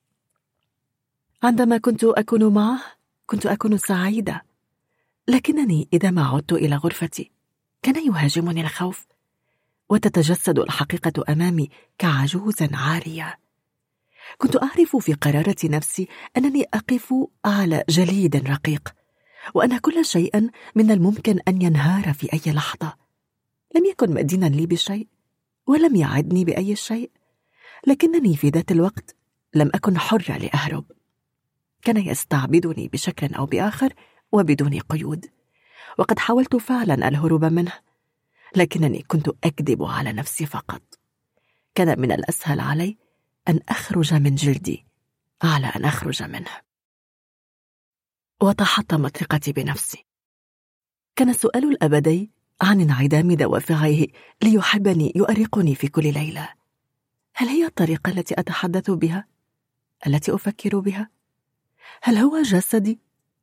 عندما كنت أكون معه كنت أكون سعيدة، لكنني إذا ما عدت إلى غرفتي كان يهاجمني الخوف، وتتجسد الحقيقة أمامي كعجوز عارية. كنت أعرف في قرارة نفسي أنني أقف على جليد رقيق، وأن كل شيء من الممكن أن ينهار في أي لحظة. لم يكن مدينا لي بشيء ولم يعدني بأي شيء، لكنني في ذات الوقت لم أكن حرة لأهرب. كان يستعبدني بشكل أو بآخر وبدون قيود، وقد حاولت فعلا الهروب منه، لكنني كنت أكذب على نفسي فقط. كان من الأسهل علي أن أخرج من جلدي على أن أخرج منه. وتحطمت ثقتي بنفسي. كان السؤال الأبدي عن انعدام دوافعه ليحبني يؤرقني في كل ليلة. هل هي الطريقة التي أتحدث بها؟ التي أفكر بها؟ هل هو جسدي؟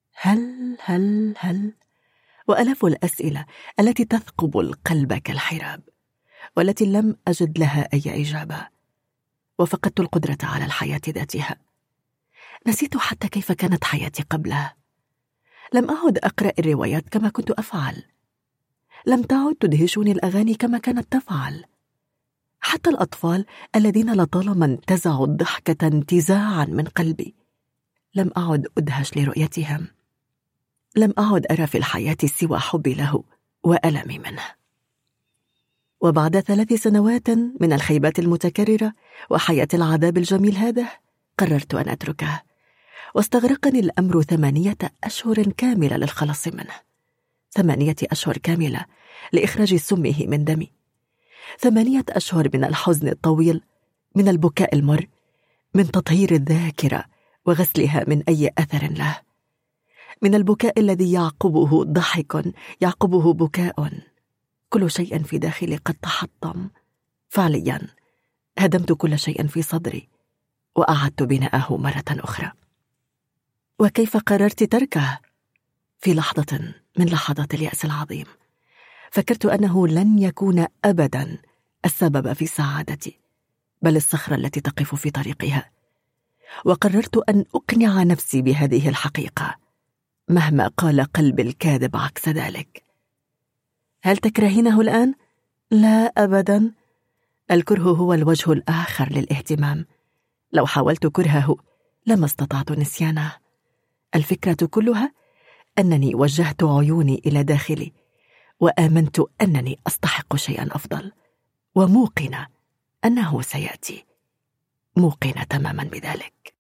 هل وألاف الأسئلة التي تثقب القلب كالحراب، والتي لم أجد لها أي إجابة. وفقدت القدرة على الحياة ذاتها. نسيت حتى كيف كانت حياتي قبلها. لم أعد أقرأ الروايات كما كنت أفعل. لم تعد تدهشني الأغاني كما كانت تفعل. حتى الأطفال الذين لطالما انتزعوا الضحكة انتزاعا من قلبي لم أعد أدهش لرؤيتهم. لم أعد أرى في الحياة سوى حبي له وألمي منه. وبعد 3 سنوات من الخيبات المتكررة وحياة العذاب الجميل هذا، قررت أن أتركه، واستغرقني الأمر 8 أشهر كاملة للخلاص منه. 8 أشهر كاملة لإخراج سمه من دمي. 8 أشهر من الحزن الطويل، من البكاء المر، من تطهير الذاكرة وغسلها من أي أثر له، من البكاء الذي يعقبه ضحك، يعقبه بكاء. كل شيء في داخلي قد تحطم. فعليا هدمت كل شيء في صدري وأعدت بناءه مرة أخرى. وكيف قررت تركه؟ في لحظة من لحظات اليأس العظيم فكرت أنه لن يكون أبدا السبب في سعادتي، بل الصخرة التي تقف في طريقها. وقررت أن أقنع نفسي بهذه الحقيقة مهما قال قلبي الكاذب عكس ذلك. هل تكرهينه الآن؟ لا أبدا. الكره هو الوجه الآخر للاهتمام. لو حاولت كرهه لما استطعت نسيانه. الفكرة كلها أنني وجهت عيوني إلى داخلي وآمنت أنني أستحق شيئا أفضل، وموقنة أنه سيأتي، موقنة تماما بذلك.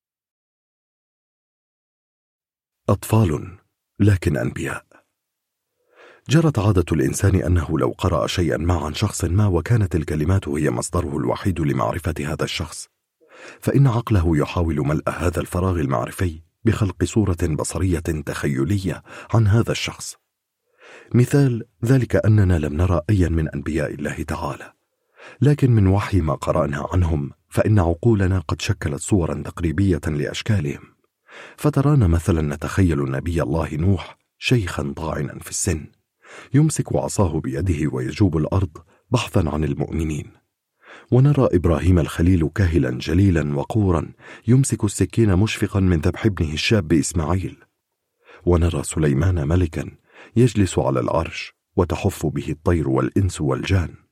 أطفال لكن أنبياء. جرت عادة الإنسان أنه لو قرأ شيئا ما عن شخص ما وكانت الكلمات هي مصدره الوحيد لمعرفة هذا الشخص، فإن عقله يحاول ملء هذا الفراغ المعرفي بخلق صورة بصرية تخيلية عن هذا الشخص. مثال ذلك أننا لم نرى أيا من أنبياء الله تعالى، لكن من وحي ما قرأنا عنهم فإن عقولنا قد شكلت صورا تقريبية لأشكالهم. فترانا مثلا نتخيل نبي الله نوح شيخا طاعنا في السن، يمسك عصاه بيده ويجوب الأرض بحثا عن المؤمنين. ونرى إبراهيم الخليل كاهلا جليلا وقورا يمسك السكين مشفقا من ذبح ابنه الشاب إسماعيل. ونرى سليمان ملكا يجلس على العرش وتحف به الطير والإنس والجان.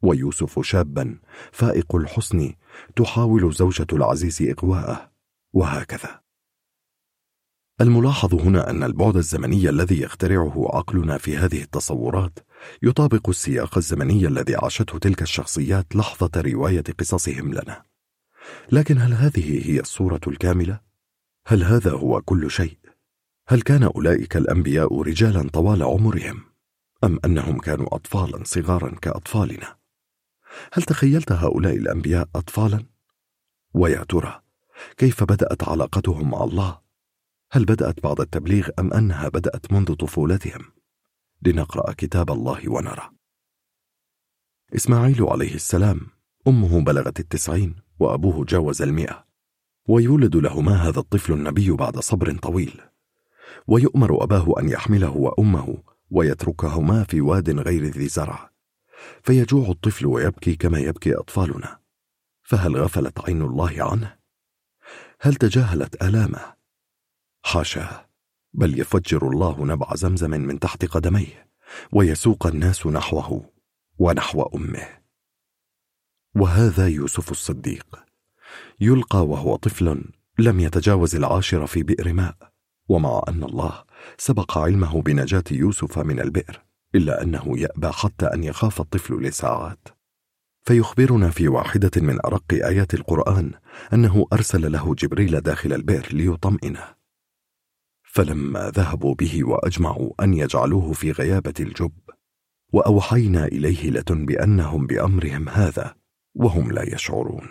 ويوسف شابا فائق الحسن تحاول زوجة العزيز إغواءه، وهكذا. الملاحظ هنا أن البعد الزمني الذي يخترعه عقلنا في هذه التصورات يطابق السياق الزمني الذي عاشته تلك الشخصيات لحظة رواية قصصهم لنا. لكن هل هذه هي الصورة الكاملة؟ هل هذا هو كل شيء؟ هل كان أولئك الأنبياء رجالا طوال عمرهم، أم أنهم كانوا أطفالا صغارا كأطفالنا؟ هل تخيلت هؤلاء الأنبياء أطفالا؟ ويا ترى كيف بدأت علاقتهم مع الله؟ هل بدأت بعد التبليغ أم أنها بدأت منذ طفولتهم؟ لنقرأ كتاب الله ونرى. إسماعيل عليه السلام أمه بلغت 90 وأبوه جاوز 100، ويولد لهما هذا الطفل النبي بعد صبر طويل، ويؤمر أباه أن يحمله وأمه ويتركهما في واد غير ذي زرع، فيجوع الطفل ويبكي كما يبكي أطفالنا. فهل غفلت عين الله عنه؟ هل تجاهلت آلامه؟ حاشاه، بل يفجر الله نبع زمزم من تحت قدميه ويسوق الناس نحوه ونحو أمه. وهذا يوسف الصديق يلقى وهو طفل لم يتجاوز 10 في بئر ماء، ومع أن الله سبق علمه بنجاة يوسف من البئر، إلا أنه يأبى حتى أن يخاف الطفل لساعات. فيخبرنا في واحدة من أرق آيات القرآن أنه أرسل له جبريل داخل البئر ليطمئنه. فلما ذهبوا به وأجمعوا أن يجعلوه في غيابة الجب، وأوحينا إليه لتنبئنهم بأمرهم هذا وهم لا يشعرون.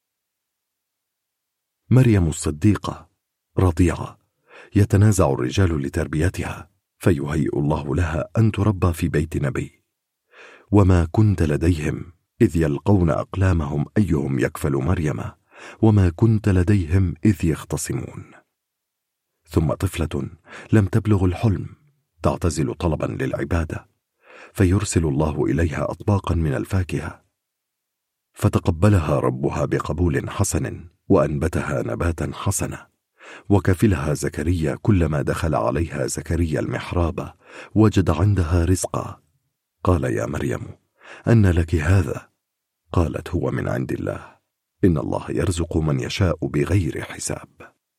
مريم الصديقة رضيعة يتنازع الرجال لتربيتها، فيهيئ الله لها أن تربى في بيت نبي. وما كنت لديهم إذ يلقون أقلامهم أيهم يكفل مريم، وما كنت لديهم إذ يختصمون. ثم طفلة لم تبلغ الحلم تعتزل طلبا للعبادة، فيرسل الله إليها أطباقا من الفاكهة، فتقبلها ربها بقبول حسن وأنبتها نباتا حسنا. وكفلها زكريا كلما دخل عليها زكريا المحراب وجد عندها رزقا. قال يا مريم أن لك هذا؟ قالت هو من عند الله، إن الله يرزق من يشاء بغير حساب.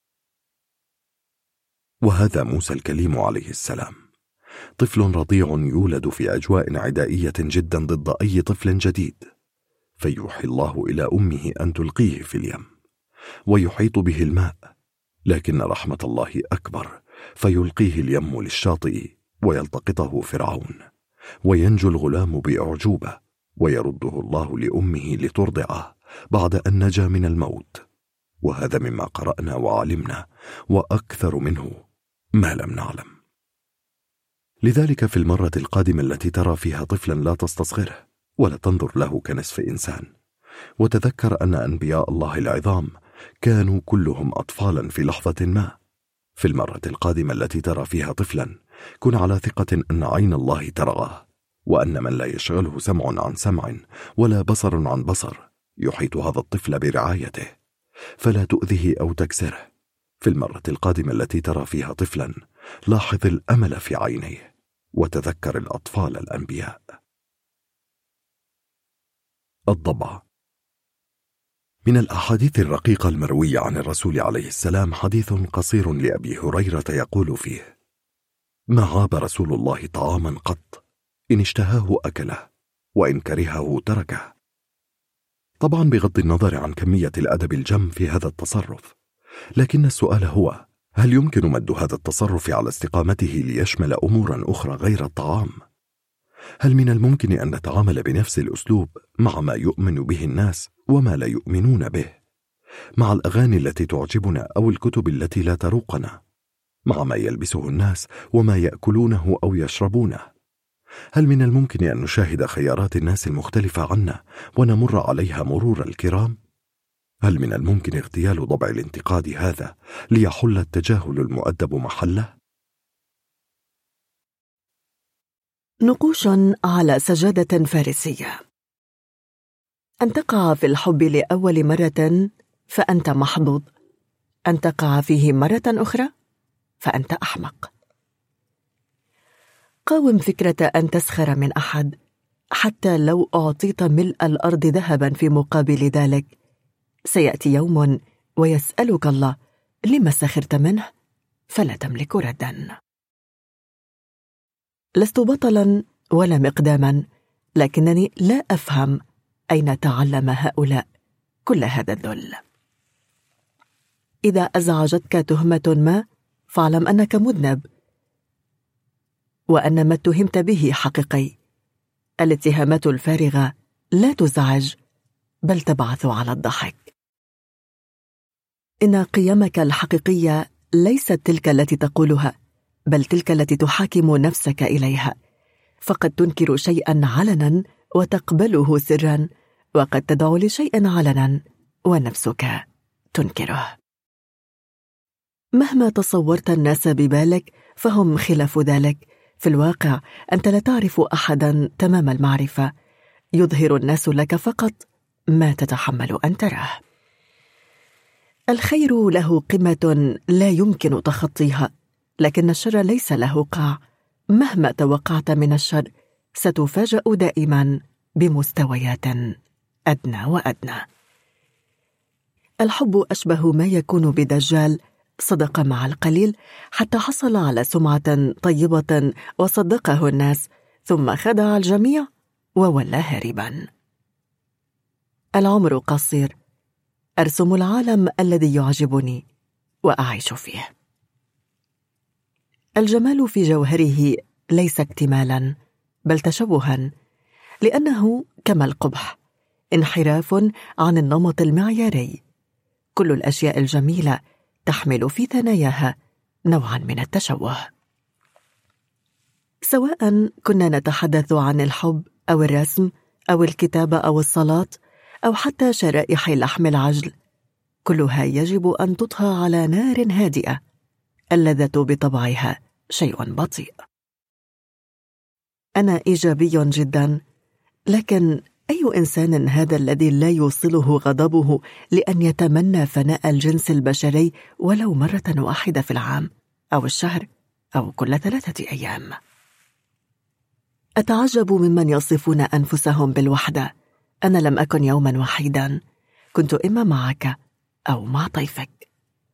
وهذا موسى الكليم عليه السلام، طفل رضيع يولد في أجواء عدائية جدا ضد أي طفل جديد، فيوحي الله إلى أمه أن تلقيه في اليم ويحيط به الماء، لكن رحمة الله أكبر، فيلقيه اليم للشاطئ ويلتقطه فرعون، وينجو الغلام بأعجوبة، ويرده الله لأمه لترضعه بعد أن نجا من الموت. وهذا مما قرأنا وعلمنا، وأكثر منه ما لم نعلم. لذلك في المرة القادمة التي ترى فيها طفلا لا تستصغره ولا تنظر له كنصف إنسان، وتذكر أن أنبياء الله العظام كانوا كلهم أطفالا في لحظة ما. في المرة القادمة التي ترى فيها طفلا كن على ثقة أن عين الله تراه، وأن من لا يشغله سمع عن سمع ولا بصر عن بصر يحيط هذا الطفل برعايته، فلا تؤذه أو تكسره. في المرة القادمة التي ترى فيها طفلا لاحظ الأمل في عينيه، وتذكر الأطفال الأنبياء. الضبع. من الأحاديث الرقيقة المروية عن الرسول عليه السلام حديث قصير لأبي هريرة يقول فيه: ما عاب رسول الله طعاما قط، إن اشتهاه أكله وإن كرهه تركه. طبعا بغض النظر عن كمية الأدب الجم في هذا التصرف، لكن السؤال هو: هل يمكن مد هذا التصرف على استقامته ليشمل أمورا أخرى غير الطعام؟ هل من الممكن أن نتعامل بنفس الأسلوب مع ما يؤمن به الناس وما لا يؤمنون به، مع الأغاني التي تعجبنا أو الكتب التي لا تروقنا، مع ما يلبسه الناس وما يأكلونه أو يشربونه؟ هل من الممكن أن نشاهد خيارات الناس المختلفة عنا ونمر عليها مرور الكرام؟ هل من الممكن اغتيال ضبع الانتقاد هذا ليحل التجاهل المؤدب محله؟ نقوش على سجادة فارسية. أن تقع في الحب لأول مرة فأنت محظوظ، أن تقع فيه مرة أخرى فأنت أحمق. قاوم فكرة أن تسخر من أحد حتى لو أعطيت ملء الأرض ذهبا في مقابل ذلك، سيأتي يوم ويسألك الله: لما سخرت منه؟ فلا تملك ردا. لست بطلا ولا مقداما، لكنني لا أفهم أين تعلم هؤلاء كل هذا الذل. إذا أزعجتك تهمة ما، فاعلم أنك مذنب، وأن ما اتهمت به حقيقي. الاتهامات الفارغة لا تزعج، بل تبعث على الضحك. إن قيمك الحقيقية ليست تلك التي تقولها، بل تلك التي تحاكم نفسك إليها. فقد تنكر شيئا علنا وتقبله سرا، وقد تدعو لشيء علنا ونفسك تنكره. مهما تصورت الناس ببالك فهم خلاف ذلك. في الواقع أنت لا تعرف أحدا تمام المعرفة، يظهر الناس لك فقط ما تتحمل أن تراه. الخير له قمة لا يمكن تخطيها، لكن الشر ليس له قاع. مهما توقعت من الشر ستفاجأ دائما بمستويات أدنى وأدنى. الحب أشبه ما يكون بدجال، صدق مع القليل حتى حصل على سمعة طيبة وصدقه الناس، ثم خدع الجميع وولى هاربا. العمر قصير، أرسم العالم الذي يعجبني وأعيش فيه. الجمال في جوهره ليس اكتمالا، بل تشبها، لأنه كما القبح انحراف عن النمط المعياري. كل الأشياء الجميلة تحمل في ثناياها نوعا من التشوه. سواء كنا نتحدث عن الحب أو الرسم أو الكتابة أو الصلاة أو حتى شرائح لحم العجل، كلها يجب أن تطهى على نار هادئة. اللذة بطبعها شيء بطيء. أنا إيجابي جدا، لكن أي إنسان هذا الذي لا يوصله غضبه لأن يتمنى فناء الجنس البشري ولو مرة واحدة في العام أو الشهر أو كل 3 أيام؟ أتعجب ممن يصفون أنفسهم بالوحدة. أنا لم أكن يوما وحيدا، كنت إما معك أو مع طيفك.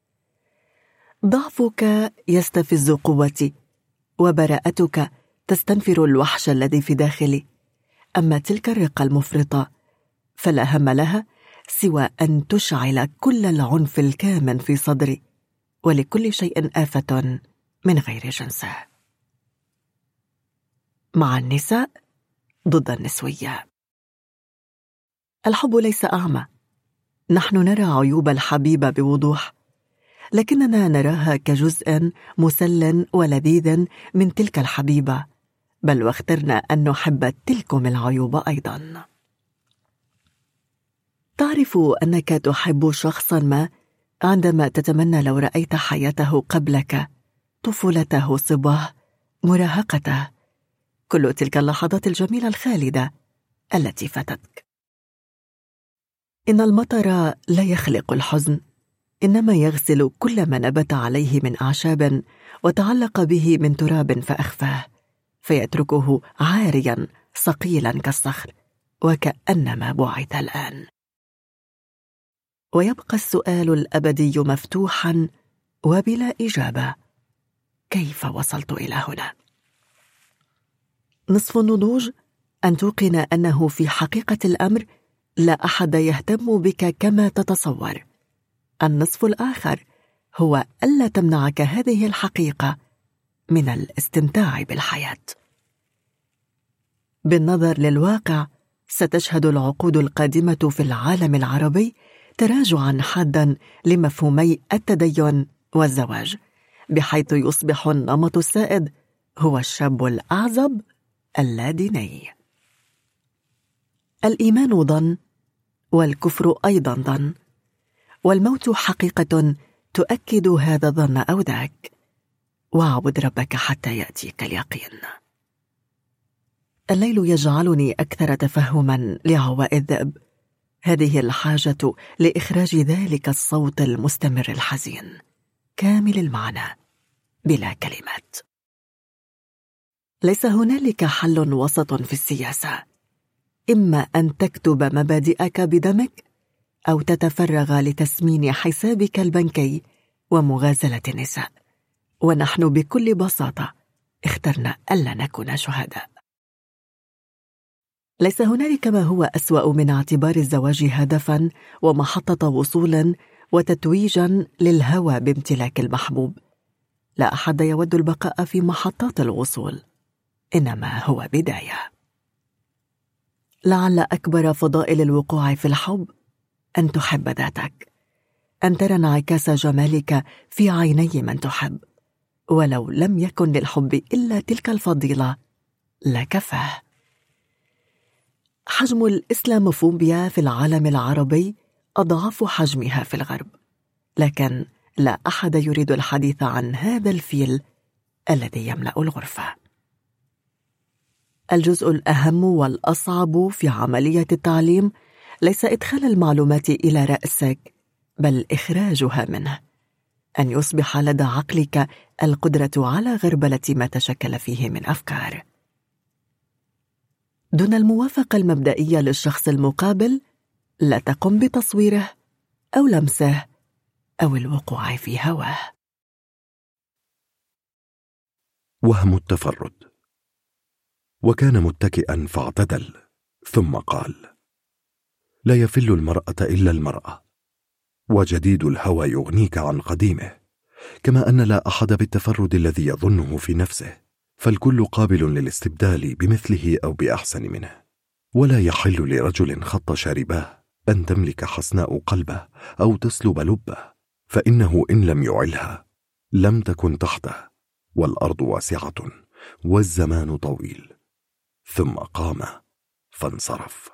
ضعفك يستفز قوتي، وبراءتك تستنفر الوحش الذي في داخلي. أما تلك الرقة المفرطة فلا هم لها سوى أن تشعل كل العنف الكامن في صدري، ولكل شيء آفة من غير جنسه. مع النساء ضد النسوية. الحب ليس أعمى. نحن نرى عيوب الحبيبة بوضوح، لكننا نراها كجزء مسل ولذيذ من تلك الحبيبة، بل واخترنا أن نحب تلكم العيوب أيضا. تعرف أنك تحب شخصا ما عندما تتمنى لو رأيت حياته قبلك، طفولته، صباه، مراهقته، كل تلك اللحظات الجميلة الخالدة التي فاتتك. إن المطر لا يخلق الحزن، إنما يغسل كل ما نبت عليه من أعشاب وتعلق به من تراب فأخفاه، فيتركه عاريا صقيلا كالصخر وكأنما بعث الآن. ويبقى السؤال الأبدي مفتوحا وبلا إجابة: كيف وصلت إلى هنا؟ نصف النضوج أن توقن أنه في حقيقة الأمر لا أحد يهتم بك كما تتصور. النصف الآخر هو ألا تمنعك هذه الحقيقة من الاستمتاع بالحياة. بالنظر للواقع ستشهد العقود القادمة في العالم العربي تراجعا حادا لمفهومي التدين والزواج، بحيث يصبح النمط السائد هو الشاب الأعزب اللاديني. الإيمان ظن، والكفر أيضا ظن، والموت حقيقة تؤكد هذا الظن أو ذاك. واعبد ربك حتى يأتيك اليقين. الليل يجعلني أكثر تفهما لعواء الذئب، هذه الحاجة لإخراج ذلك الصوت المستمر الحزين كامل المعنى بلا كلمات. ليس هنالك حل وسط في السياسة، إما أن تكتب مبادئك بدمك أو تتفرغ لتسمين حسابك البنكي ومغازلة النساء. ونحن بكل بساطة اخترنا ألا نكون شهداء. ليس هنالك ما هو أسوأ من اعتبار الزواج هدفاً ومحطة وصول وتتويجاً للهوى بامتلاك المحبوب. لا أحد يود البقاء في محطات الوصول، إنما هو بداية. لعل أكبر فضائل الوقوع في الحب أن تحب ذاتك، أن ترى انعكاس جمالك في عيني من تحب، ولو لم يكن للحب إلا تلك الفضيلة لكفاه. حجم الإسلاموفوبيا في العالم العربي أضعاف حجمها في الغرب، لكن لا أحد يريد الحديث عن هذا الفيل الذي يملأ الغرفة. الجزء الأهم والأصعب في عملية التعليم ليس إدخال المعلومات إلى رأسك، بل إخراجها منه، أن يصبح لدى عقلك القدرة على غربلة ما تشكل فيه من أفكار. دون الموافقة المبدئية للشخص المقابل لا تقم بتصويره أو لمسه أو الوقوع في هواه. وهم التفرد. وكان متكئا فاعتدل ثم قال: لا يفل المرأة إلا المرأة، وجديد الهوى يغنيك عن قديمه، كما أن لا أحد بالتفرد الذي يظنه في نفسه، فالكل قابل للاستبدال بمثله أو بأحسن منه. ولا يحل لرجل خط شارباه أن تملك حسناء قلبه أو تسلب لبه، فإنه إن لم يعلها لم تكن تحته، والأرض واسعة والزمان طويل. ثم قام فانصرف.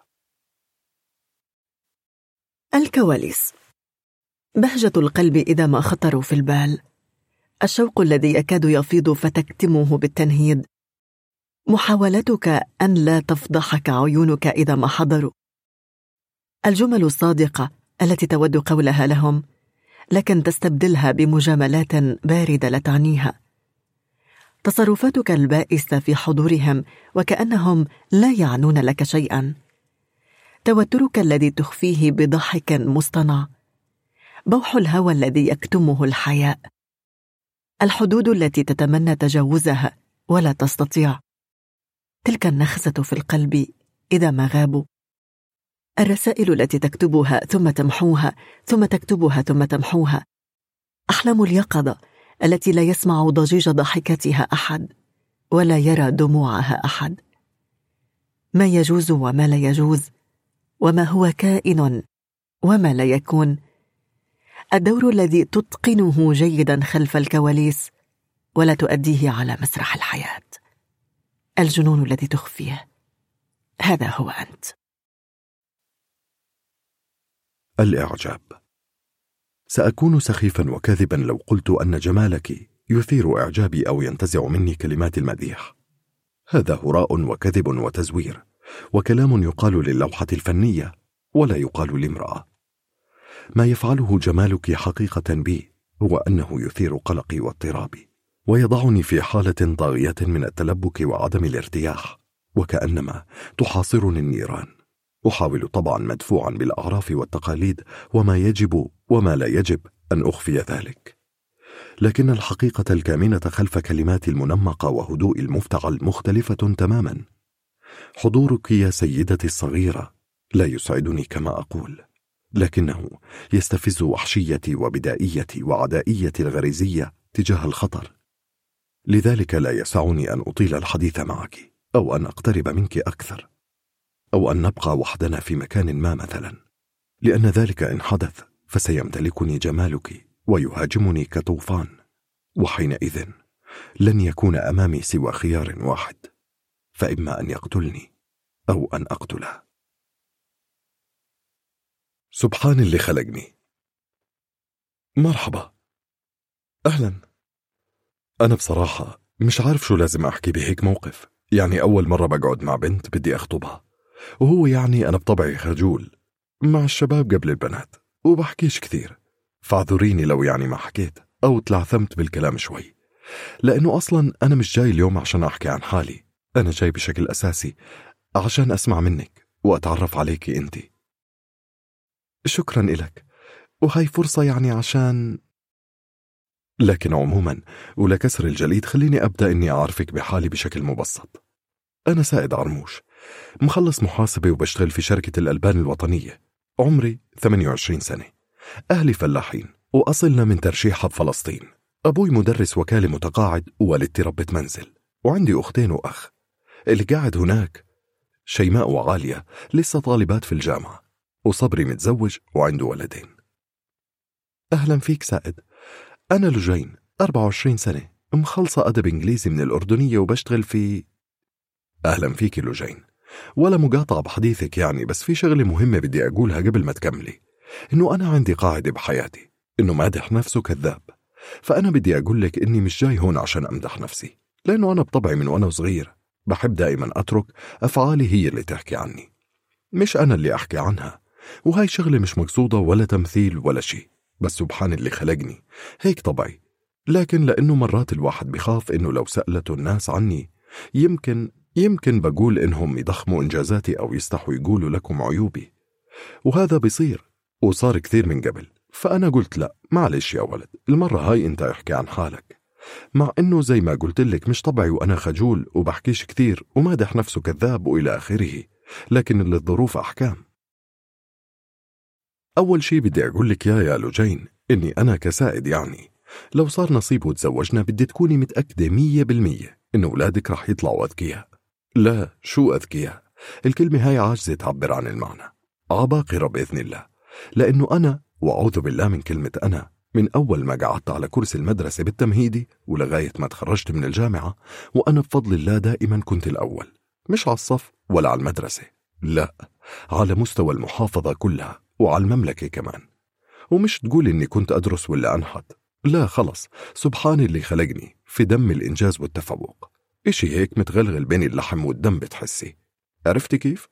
الكواليس. بهجة القلب إذا ما خطروا في البال، الشوق الذي يكاد يفيض فتكتمه بالتنهيد، محاولتك أن لا تفضحك عيونك إذا ما حضروا، الجمل الصادقة التي تود قولها لهم لكن تستبدلها بمجاملات باردة لا تعنيها، تصرفاتك البائسة في حضورهم وكأنهم لا يعنون لك شيئا، توترك الذي تخفيه بضحك مصطنع، بوح الهوى الذي يكتمه الحياء، الحدود التي تتمنى تجاوزها ولا تستطيع، تلك النخسة في القلب إذا ما غابوا، الرسائل التي تكتبها ثم تمحوها ثم تكتبها ثم تمحوها، أحلام اليقظة التي لا يسمع ضجيج ضحكتها أحد ولا يرى دموعها أحد، ما يجوز وما لا يجوز، وما هو كائن وما لا يكون، الدور الذي تتقنه جيدا خلف الكواليس ولا تؤديه على مسرح الحياة، الجنون الذي تخفيه، هذا هو أنت. الإعجاب. سأكون سخيفا وكاذبا لو قلت أن جمالك يثير إعجابي أو ينتزع مني كلمات المديح. هذا هراء وكذب وتزوير، وكلام يقال للوحة الفنية ولا يقال لامرأة. ما يفعله جمالك حقيقة بي هو أنه يثير قلقي واضطرابي، ويضعني في حالة طاغية من التلبك وعدم الارتياح، وكأنما تحاصرني النيران. أحاول طبعا مدفوعا بالأعراف والتقاليد وما يجب وما لا يجب أن أخفي ذلك، لكن الحقيقة الكامنة خلف كلماتي المنمقة وهدوء المفتعل مختلفة تماما. حضورك يا سيدتي الصغيرة لا يسعدني كما أقول، لكنه يستفز وحشيتي وبدائيتي وعدائيتي الغريزية تجاه الخطر. لذلك لا يسعني أن أطيل الحديث معك، أو أن أقترب منك أكثر، أو أن نبقى وحدنا في مكان ما مثلا، لأن ذلك إن حدث فسيمتلكني جمالك ويهاجمني كطوفان، وحينئذ لن يكون أمامي سوى خيار واحد، فإما أن يقتلني أو أن أقتله. سبحان اللي خلقني. مرحبا، أهلا. أنا بصراحة مش عارف شو لازم أحكي بهيك موقف، يعني أول مرة بقعد مع بنت بدي أخطبها، وهو يعني أنا بطبعي خجول مع الشباب قبل البنات وبحكيش كثير، فاعذريني لو يعني ما حكيت أو تلعثمت بالكلام شوي، لأنه أصلا أنا مش جاي اليوم عشان أحكي عن حالي، أنا جاي بشكل أساسي عشان أسمع منك وأتعرف عليكي أنت. شكرا إلك، وهاي فرصة يعني عشان... لكن عموما ولكسر الجليد خليني أبدأ إني أعرفك بحالي بشكل مبسط. أنا سائد عرموش، مخلص محاسبة وبشتغل في شركة الألبان الوطنية. عمري 28 سنة. أهلي فلاحين وأصلنا من ترشيحة بفلسطين. أبوي مدرس وكالة متقاعد ووالدتي ربة منزل، وعندي أختين وأخ. اللي قاعد هناك شيماء وعالية لسه طالبات في الجامعة، وصبري متزوج وعنده ولدين. أهلا فيك سائد. أنا لجين 24 سنة، مخلصة أدب إنجليزي من الأردنية وبشتغل في... أهلا فيك لجين. ولا مقاطعة بحديثك يعني، بس في شغلة مهمة بدي أقولها قبل ما تكملي، إنه أنا عندي قاعدة بحياتي إنه مادح نفسه كذاب. فأنا بدي أقول لك إني مش جاي هون عشان أمدح نفسي، لأنه أنا بطبعي من وأنا صغير بحب دائما أترك أفعالي هي اللي تحكي عني، مش أنا اللي أحكي عنها. وهاي شغلة مش مقصودة ولا تمثيل ولا شيء، بس سبحان اللي خلقني هيك طبعي. لكن لأنه مرات الواحد بخاف إنه لو سألته الناس عني يمكن بقول إنهم يضخموا إنجازاتي أو يستحوا يقولوا لكم عيوبي، وهذا بيصير وصار كثير من قبل. فأنا قلت لا، معلش يا ولد، المرة هاي أنت احكي عن حالك، مع إنه زي ما قلت لك مش طبعي وأنا خجول وبحكيش كثير ومادح نفسه كذاب وإلى آخره، لكن اللي الظروف أحكام. أول شي بدي أقول لك يا لجين إني أنا كسائد يعني لو صار نصيب وتزوجنا بدي تكوني متأكدة 100% إن أولادك رح يطلعوا أذكياء. لا، شو أذكياء؟ الكلمة هاي عاجزة تعبر عن المعنى. عباقرة بإذن الله، لأنه أنا وأعوذ بالله من كلمة أنا، من أول ما قعدت على كرسي المدرسة بالتمهيدي ولغاية ما تخرجت من الجامعة وأنا بفضل الله دائما كنت الأول، مش على الصف ولا على المدرسة، لا، على مستوى المحافظة كلها وعلى المملكة كمان. ومش تقول إني كنت أدرس ولا أنحت، لا خلص، سبحان اللي خلقني في دم الإنجاز والتفوق. إشي هيك متغلغل بين اللحم والدم بتحسي. عرفتي كيف؟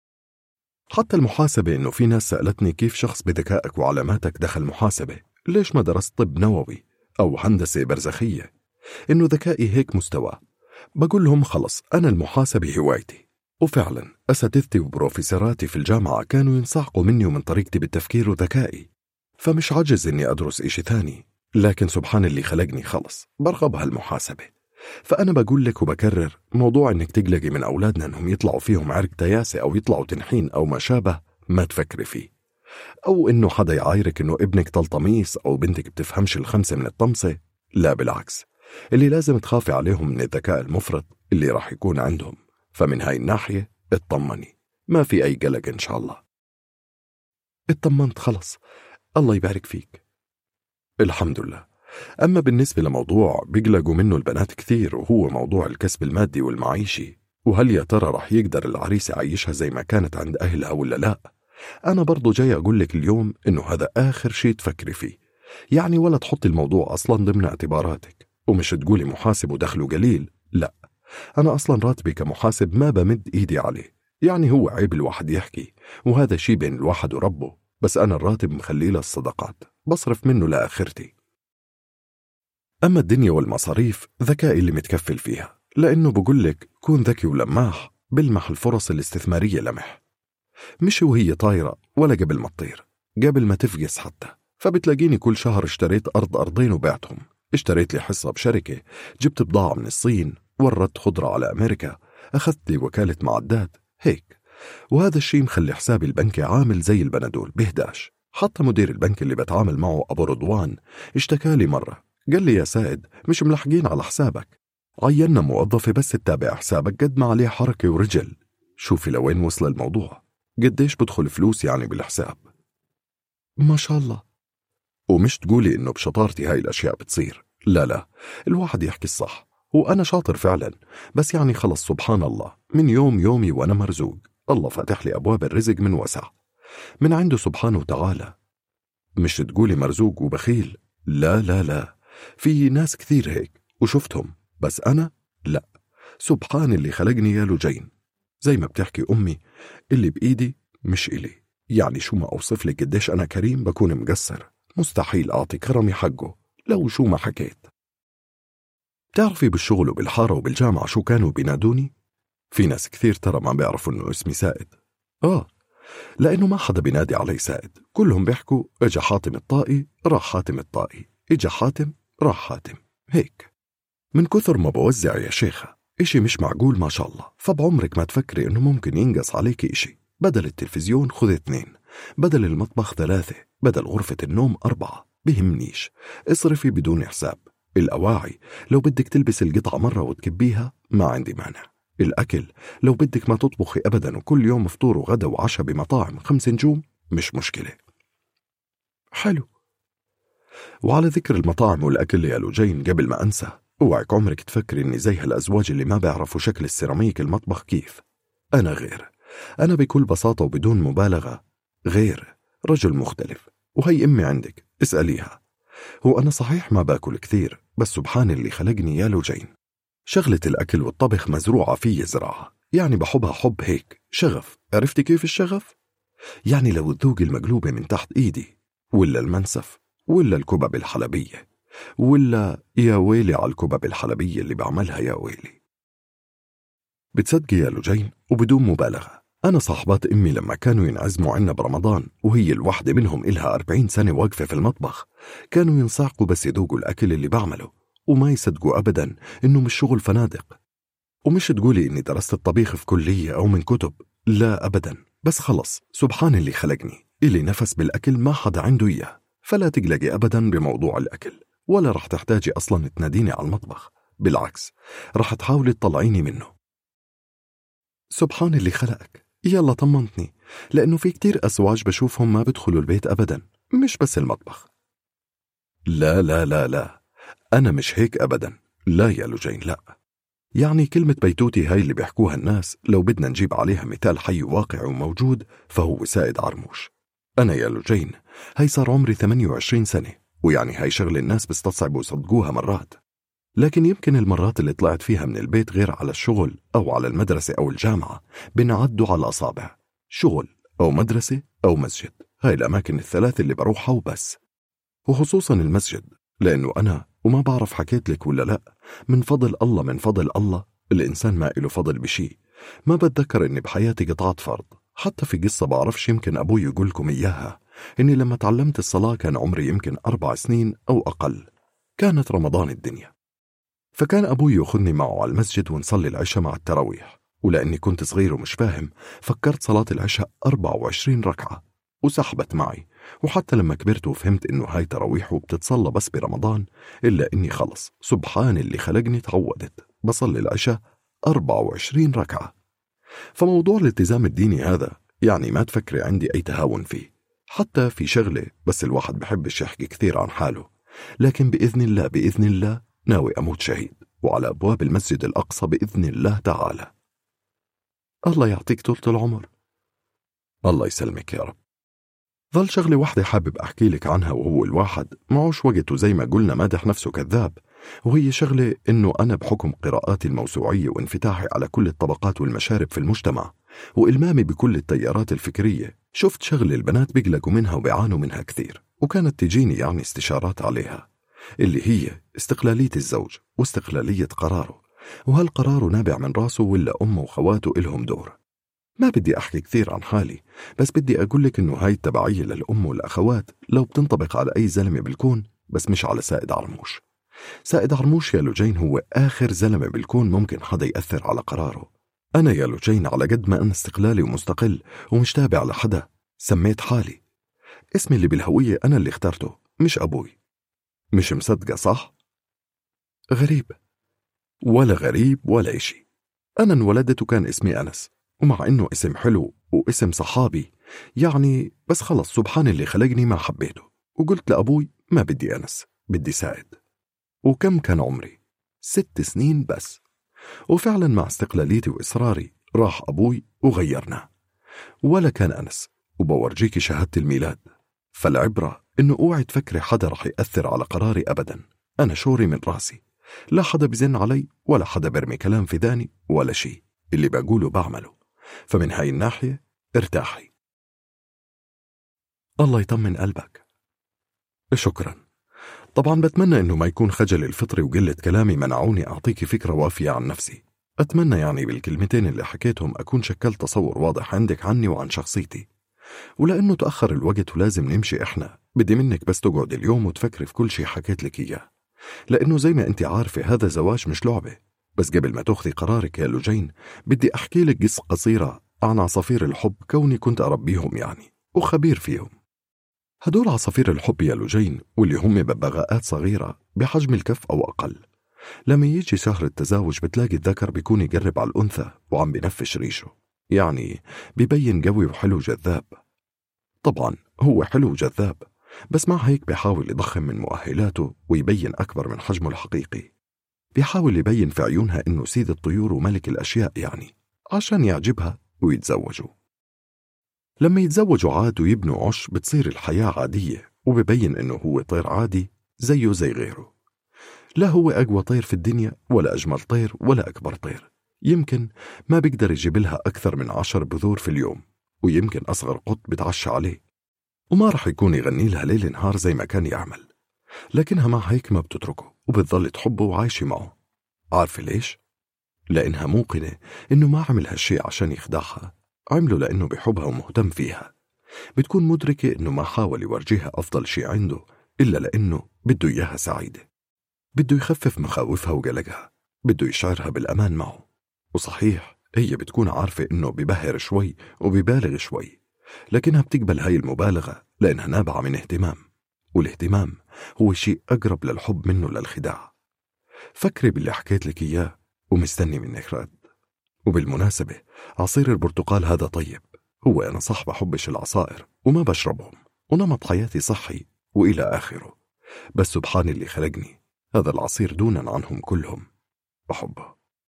حتى المحاسبة، إنه في ناس سألتني كيف شخص بذكائك وعلاماتك دخل محاسبة، ليش ما درست طب نووي أو هندسة برزخية؟ إنه ذكائي هيك مستوى. بقول لهم خلص أنا المحاسبة هوايتي. وفعلا أساتذتي وبروفيسوراتي في الجامعة كانوا ينصعقوا مني ومن طريقتي بالتفكير وذكائي، فمش عجز إني أدرس إشي ثاني، لكن سبحان اللي خلقني خلص برغب هالمحاسبة. فأنا بقول لك وبكرر، موضوع إنك تقلقي من أولادنا إنهم يطلعوا فيهم عرق تياسة أو يطلعوا تنحين أو ما شابه ما تفكري فيه، أو إنه حدا يعايرك إنه ابنك طلطميس أو بنتك بتفهمش الخمسة من الطمسة. لا بالعكس، اللي لازم تخافي عليهم من الذكاء المفرط اللي راح يكون عندهم. فمن هاي الناحية اطمني، ما في أي قلق إن شاء الله. اطمنت خلص، الله يبارك فيك. الحمد لله. أما بالنسبة لموضوع بيقلقوا منه البنات كثير، وهو موضوع الكسب المادي والمعيشي، وهل يا ترى رح يقدر العريس يعيشها زي ما كانت عند أهلها ولا لا؟ أنا برضو جاي أقول لك اليوم إنه هذا آخر شيء تفكري فيه، يعني ولا تحطي الموضوع أصلا ضمن اعتباراتك. ومش تقولي محاسب ودخله قليل، لا، أنا أصلا راتبي كمحاسب ما بمد إيدي عليه، يعني هو عيب الواحد يحكي، وهذا شيء بين الواحد وربه، بس أنا الراتب مخليه للصدقات، بصرف منه لآخرتي. أما الدنيا والمصاريف ذكائي اللي متكفل فيها، لأنه بقولك كون ذكي ولماح بلمح الفرص الاستثمارية لمح، مش وهي طايرة ولا قبل ما تطير، قبل ما تفقس حتى. فبتلاقيني كل شهر اشتريت أرضين وبعتهم، اشتريت لي حصة بشركة، جبت بضاعة من الصين، وردت خضرة على أمريكا، أخذت لي وكالة معدات هيك. وهذا الشيء مخلي حسابي البنكي عامل زي البنادول بهداش. حتى مدير البنك اللي بتعامل معه أبو رضوان اشتكالي مرة، قال لي يا سائد مش ملحقين على حسابك، عينا موظفة بس تتابع حسابك قد ما عليه حركة ورجل. شوفي لوين وصل الموضوع، قديش بدخل فلوس يعني بالحساب. ما شاء الله. ومش تقولي إنه بشطارتي هاي الأشياء بتصير، لا، الواحد يحكي الصح، وأنا شاطر فعلا، بس يعني خلص سبحان الله، من يومي وأنا مرزوق، الله فاتح لي أبواب الرزق من وسع من عنده سبحانه وتعالى. مش تقولي مرزوق وبخيل، لا، في ناس كثير هيك وشفتهم، بس أنا لا، سبحان اللي خلقني يا لجين. زي ما بتحكي أمي، اللي بإيدي مش إلي، يعني شو ما أوصف لك قديش أنا كريم بكون مقصر، مستحيل أعطي كرمي حقه لو شو ما حكيت. بتعرفي بالشغل وبالحارة وبالجامعة شو كانوا بينادوني؟ في ناس كثير ترى ما بيعرفوا إنه اسمي سائد، لأنه ما حدا بينادي علي سائد، كلهم بيحكوا اجا حاتم الطائي راح حاتم الطائي، اجا حاتم راح حاتم، هيك. من كثر ما بوزع يا شيخة إشي مش معقول ما شاء الله، فبعمرك ما تفكري إنه ممكن ينقص عليك إشي. بدل التلفزيون خذ 2، بدل المطبخ 3، بدل غرفة النوم 4، بهمنيش، اصرفي بدون حساب. الأواعي لو بدك تلبس القطعة مرة وتكبيها ما عندي مانع. الأكل لو بدك ما تطبخي أبدا وكل يوم فطور وغدا وعشاء بمطاعم 5 نجوم مش مشكلة. حلو. وعلى ذكر المطاعم والأكل يا لجين، قبل ما أنسى، اوعك عمرك تفكري إني زي هالأزواج اللي ما بيعرفوا شكل السيراميك المطبخ كيف. أنا غير، أنا بكل بساطة وبدون مبالغة غير، رجل مختلف. وهي أمي عندك اسأليها. هو أنا صحيح ما باكل كثير، بس سبحان اللي خلقني يا لجين. شغلة الأكل والطبخ مزروعة في زراعة، يعني بحبها حب هيك، شغف. عرفتي كيف الشغف؟ يعني لو تذوقي المقلوبة من تحت إيدي، ولا المنسف، ولا الكبب الحلبية، ولا يا ويلي على الكبب الحلبية اللي بعملها يا ويلي. بتصدقي يا لجين وبدون مبالغة، أنا صاحبات أمي لما كانوا ينعزموا عنا برمضان وهي الوحدة منهم إلها 40 سنة واقفة في المطبخ، كانوا ينصعقوا بس يذوقوا الأكل اللي بعمله، وما يصدقوا أبدا إنه مش شغل فنادق. ومش تقولي إني درست الطبيخ في كلية أو من كتب، لا أبدا، بس خلص سبحان اللي خلقني، إلي نفس بالأكل ما حدا عنده إياه. فلا تقلقي أبدا بموضوع الأكل، ولا رح تحتاجي أصلا تناديني على المطبخ، بالعكس رح تحاولي تطلعيني منه. سبحان اللي خلقك. يلا طمنتني، لأنه في كتير أزواج بشوفهم ما بدخلوا البيت أبدا، مش بس المطبخ. لا لا لا لا، أنا مش هيك أبدا، لا يا لجين لا. يعني كلمة بيتوتي هاي اللي بيحكوها الناس لو بدنا نجيب عليها مثال حي واقع وموجود فهو سائد عرموش. أنا يا لجين هاي صار عمري 28 سنة، ويعني هاي شغل الناس بستصعبوا يصدقوها مرات، لكن يمكن المرات اللي طلعت فيها من البيت غير على الشغل أو على المدرسة أو الجامعة بنعدوا على الأصابع. شغل أو مدرسة أو مسجد، هاي الأماكن الثلاث اللي بروحها وبس. وخصوصا المسجد، لأنه أنا وما بعرف حكيت لك ولا لأ، من فضل الله، من فضل الله الإنسان ما إله فضل بشي. ما بتذكر إني بحياتي قطعت فرض. حتى في قصة بعرفش يمكن أبوي يقولكم إياها، إني لما تعلمت الصلاة كان عمري يمكن 4 سنين أو أقل، كانت رمضان الدنيا، فكان أبوي يأخذني معه على المسجد ونصلي العشاء مع التراويح. ولأني كنت صغير ومش فاهم فكرت صلاة العشاء 24 ركعة وسحبت معي. وحتى لما كبرت وفهمت إنه هاي تراويح وبتتصلى بس برمضان، إلا إني خلص سبحان اللي خلقني تعودت بصلي العشاء 24 ركعة. فموضوع الالتزام الديني هذا يعني ما تفكري عندي أي تهاون فيه. حتى في شغلة بس الواحد بحبش يحكي كثير عن حاله، لكن بإذن الله بإذن الله ناوي أموت شهيد وعلى أبواب المسجد الأقصى بإذن الله تعالى. الله يعطيك طولة العمر. الله يسلمك يا رب. ظل شغلة واحدة حابب أحكي لك عنها، وهو الواحد معوش وقت وزي ما قلنا مادح نفسه كذاب، وهي شغلة إنه أنا بحكم قراءاتي الموسوعية وانفتاحي على كل الطبقات والمشارب في المجتمع وإلمامي بكل التيارات الفكرية، شفت شغلة البنات بيقلقوا منها وبيعانوا منها كثير، وكانت تجيني يعني استشارات عليها، اللي هي استقلالية الزوج واستقلالية قراره، وهل قراره نابع من راسه ولا أمه وخواته إلهم دور. ما بدي أحكي كثير عن حالي، بس بدي أقول لك إنه هاي التبعية للأم والأخوات لو بتنطبق على أي زلمة بالكون، بس مش على سائد عرموش. سائد عرموش يا لجين هو آخر زلمة بالكون ممكن حدا يأثر على قراره. أنا يا لجين على قد ما أنا استقلالي ومستقل ومش تابع لحدا، سميت حالي اسمي اللي بالهوية أنا اللي اخترته مش أبوي. مش مصدقة صح؟ غريب. ولا غريب ولا إشي. أنا انولدت وكان اسمي أنس، ومع إنه اسم حلو واسم صحابي يعني، بس خلص سبحان اللي خلقني ما حبيته، وقلت لأبوي ما بدي أنس، بدي سائد. وكم كان عمري؟ 6 سنين بس. وفعلا مع استقلاليتي وإصراري راح أبوي وغيرنا، ولا كان أنس، وبورجيكي شهادة الميلاد. فالعبرة إنه اوعي تفكري حدا رح يأثر على قراري أبدا. أنا شوري من راسي، لا حدا بزن علي ولا حدا برمي كلام في داني ولا شي، اللي بقوله بعمله. فمن هاي الناحية ارتاحي. الله يطمن قلبك. شكرا. طبعا بتمنى انه ما يكون خجل الفطري وقلة كلامي منعوني اعطيكي فكرة وافية عن نفسي. أتمنى يعني بالكلمتين اللي حكيتهم أكون شكلت تصور واضح عندك عني وعن شخصيتي. ولأنه تأخر الوقت ولازم نمشي إحنا، بدي منك بس تقعد اليوم وتفكري في كل شي حكيت لك إياه، لأنه زي ما أنت عارفة هذا زواج مش لعبة. بس قبل ما تأخذي قرارك يا لجين بدي أحكي لك قصة قصيرة عن عصافير الحب، كوني كنت أربيهم يعني وخبير فيهم. هدول عصافير الحب يا لجين، واللي هم ببغاءات صغيرة بحجم الكف أو أقل. لما يجي شهر التزاوج بتلاقي الذكر بيكون يقرب على الأنثى وعم بنفش ريشه، يعني بيبين قوي وحلو جذاب. طبعا هو حلو وجذاب، بس مع هيك بيحاول يضخم من مؤهلاته ويبين أكبر من حجمه الحقيقي. بيحاول يبين في عيونها إنه سيد الطيور وملك الأشياء يعني، عشان يعجبها ويتزوجوا. لما يتزوجوا عاد ويبنوا عش بتصير الحياة عادية، وبيبين إنه هو طير عادي زيه زي غيره. لا هو أقوى طير في الدنيا ولا أجمل طير ولا أكبر طير، يمكن ما بيقدر يجيب لها أكثر من 10 بذور في اليوم، ويمكن أصغر قط بتعشى عليه، وما رح يكون يغني لها ليل نهار زي ما كان يعمل. لكنها مع هيك ما بتتركه وبتظل تحبه وعايشة معه. عارفة ليش؟ لأنها موقنة إنه ما عمل هالشي عشان يخدعها، عمله لأنه بحبها ومهتم فيها. بتكون مدركة إنه ما حاول يورجيها أفضل شي عنده إلا لأنه بده إياها سعيدة، بده يخفف مخاوفها وقلقها، بده يشعرها بالأمان معه. وصحيح هي بتكون عارفة إنه ببهر شوي وبيبالغ شوي، لكنها بتقبل هاي المبالغة لأنها نابعة من اهتمام، والاهتمام هو شيء أقرب للحب منه للخداع. فكري باللي حكيت لك إياه ومستني منك رد. وبالمناسبة عصير البرتقال هذا طيب، هو أنا صح بحبش العصائر وما بشربهم، ونمط حياتي صحي وإلى آخره، بس سبحان اللي خلقني، هذا العصير دونا عنهم كلهم بحبه.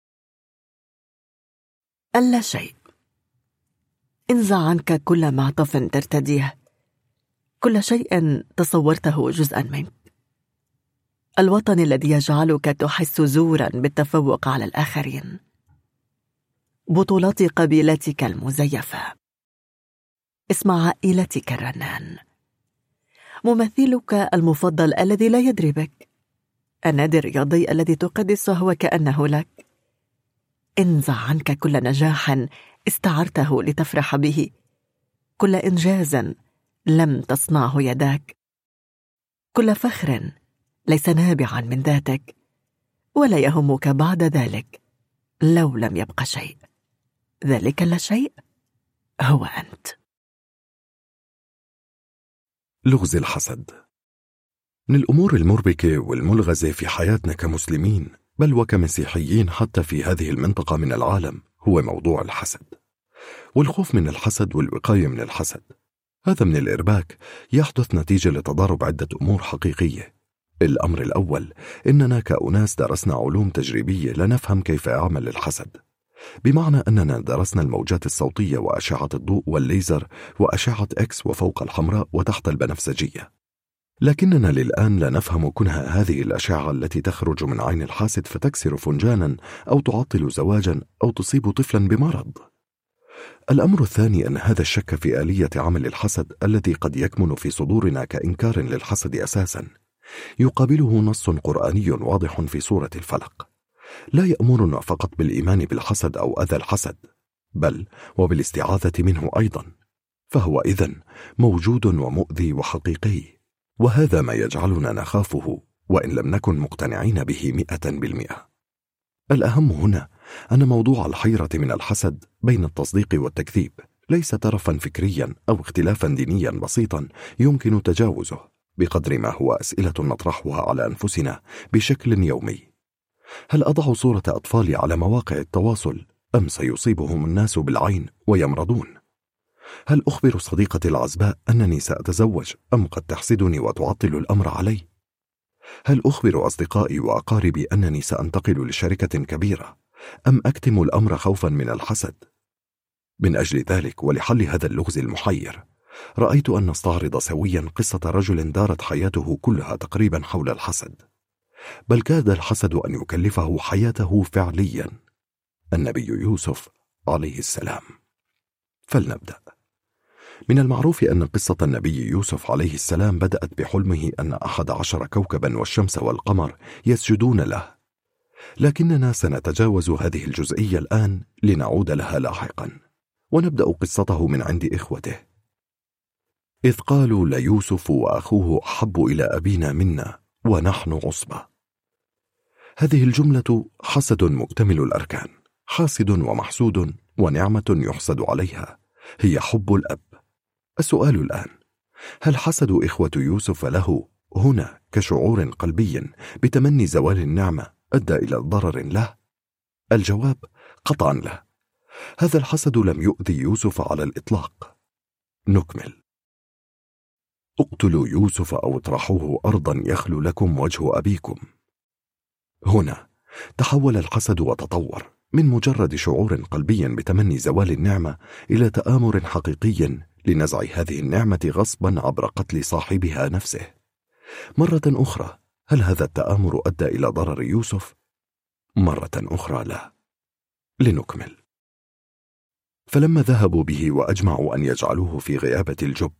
ألا شيء. انزع عنك كل معطف ترتديه، كل شيء تصورته جزءا منك. الوطن الذي يجعلك تحس زورا بالتفوق على الآخرين، بطولات قبيلتك المزيفة، اسم عائلتك الرنان، ممثلك المفضل الذي لا يدري بك، النادي الرياضي الذي تقدسه وكأنه لك. انزع عنك كل نجاح استعرته لتفرح به، كل إنجاز لم تصنعه يداك، كل فخر ليس نابعا من ذاتك، ولا يهمك بعد ذلك لو لم يبق شيء. ذلك لا شيء هو أنت. لغز الحسد. من الأمور المربكة والملغزة في حياتنا كمسلمين بل وكمسيحيين حتى في هذه المنطقة من العالم هو موضوع الحسد، والخوف من الحسد والوقاية من الحسد. هذا من الإرباك يحدث نتيجة لتضارب عدة أمور حقيقية. الأمر الأول إننا كأناس درسنا علوم تجريبية لنفهم كيف يعمل الحسد، بمعنى أننا درسنا الموجات الصوتية وأشعة الضوء والليزر وأشعة إكس وفوق الحمراء وتحت البنفسجية، لكننا للآن لا نفهم كنها هذه الأشعة التي تخرج من عين الحاسد فتكسر فنجانا أو تعطل زواجا أو تصيب طفلا بمرض. الأمر الثاني أن هذا الشك في آلية عمل الحسد الذي قد يكمن في صدورنا كإنكار للحسد أساسا يقابله نص قرآني واضح في سورة الفلق، لا يأمرنا فقط بالإيمان بالحسد أو أذى الحسد، بل وبالاستعاذة منه أيضا، فهو إذن موجود ومؤذي وحقيقي، وهذا ما يجعلنا نخافه وإن لم نكن مقتنعين به 100%. الأهم هنا أن موضوع الحيرة من الحسد بين التصديق والتكذيب ليس ترفا فكريا أو اختلافا دينيا بسيطا يمكن تجاوزه، بقدر ما هو أسئلة نطرحها على أنفسنا بشكل يومي. هل أضع صورة أطفالي على مواقع التواصل أم سيصيبهم الناس بالعين ويمرضون؟ هل أخبر صديقتي العزباء أنني سأتزوج أم قد تحسدني وتعطل الأمر علي؟ هل أخبر أصدقائي وأقاربي أنني سأنتقل لشركة كبيرة أم أكتم الأمر خوفا من الحسد؟ من أجل ذلك ولحل هذا اللغز المحير رأيت أن نستعرض سويا قصة رجل دارت حياته كلها تقريبا حول الحسد، بل كاد الحسد أن يكلفه حياته فعليا، النبي يوسف عليه السلام. فلنبدأ. من المعروف أن قصة النبي يوسف عليه السلام بدأت بحلمه أن 11 كوكبا والشمس والقمر يسجدون له، لكننا سنتجاوز هذه الجزئية الآن لنعود لها لاحقا، ونبدأ قصته من عند إخوته. إذ قالوا ليوسف وأخوه أحب إلى أبينا منا ونحن عصبة. هذه الجملة حسد مكتمل الأركان، حاسد ومحسود ونعمة يحسد عليها، هي حب الأب. السؤال الآن: هل حسد إخوة يوسف له هنا كشعور قلبي بتمني زوال النعمة أدى إلى ضرر له؟ الجواب: قطعا لا. هذا الحسد لم يؤذي يوسف على الإطلاق. نكمل. اقتلوا يوسف أو اطرحوه أرضا يخلو لكم وجه أبيكم. هنا تحول الحسد وتطور من مجرد شعور قلبي بتمني زوال النعمة إلى تآمر حقيقي لنزع هذه النعمة غصبا عبر قتل صاحبها نفسه. مرة أخرى، هل هذا التآمر أدى إلى ضرر يوسف؟ مرة أخرى لا. لنكمل. فلما ذهبوا به وأجمعوا أن يجعلوه في غيابة الجب،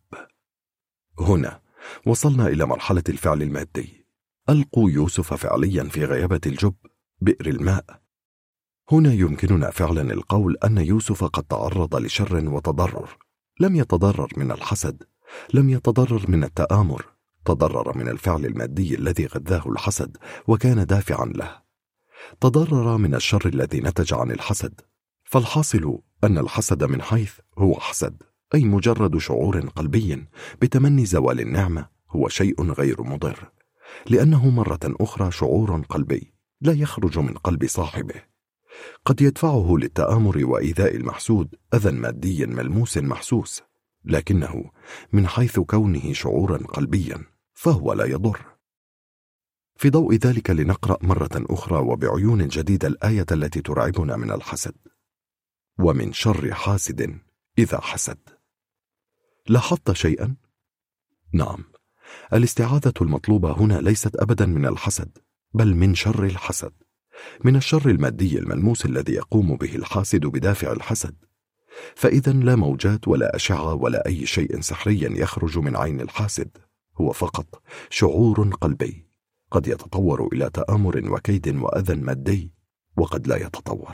هنا وصلنا إلى مرحلة الفعل المادي. ألقوا يوسف فعليا في غيابة الجب، بئر الماء. هنا يمكننا فعلا القول أن يوسف قد تعرض لشر وتضرر. لم يتضرر من الحسد، لم يتضرر من التآمر، تضرر من الفعل المادي الذي غذاه الحسد وكان دافعا له. تضرر من الشر الذي نتج عن الحسد. فالحاصل أن الحسد من حيث هو حسد، أي مجرد شعور قلبي بتمني زوال النعمة، هو شيء غير مضر، لأنه مرة أخرى شعور قلبي لا يخرج من قلب صاحبه. قد يدفعه للتآمر وإيذاء المحسود أذى مادي ملموس محسوس، لكنه من حيث كونه شعورا قلبيا فهو لا يضر. في ضوء ذلك لنقرأ مرة أخرى وبعيون جديدة الآية التي ترعبنا من الحسد: ومن شر حاسد إذا حسد. لاحظت شيئا؟ نعم، الاستعاذة المطلوبة هنا ليست أبدا من الحسد، بل من شر الحسد، من الشر المادي الملموس الذي يقوم به الحاسد بدافع الحسد. فإذا لا موجات ولا أشعة ولا أي شيء سحري يخرج من عين الحاسد، هو فقط شعور قلبي قد يتطور إلى تآمر وكيد وأذى مادي، وقد لا يتطور.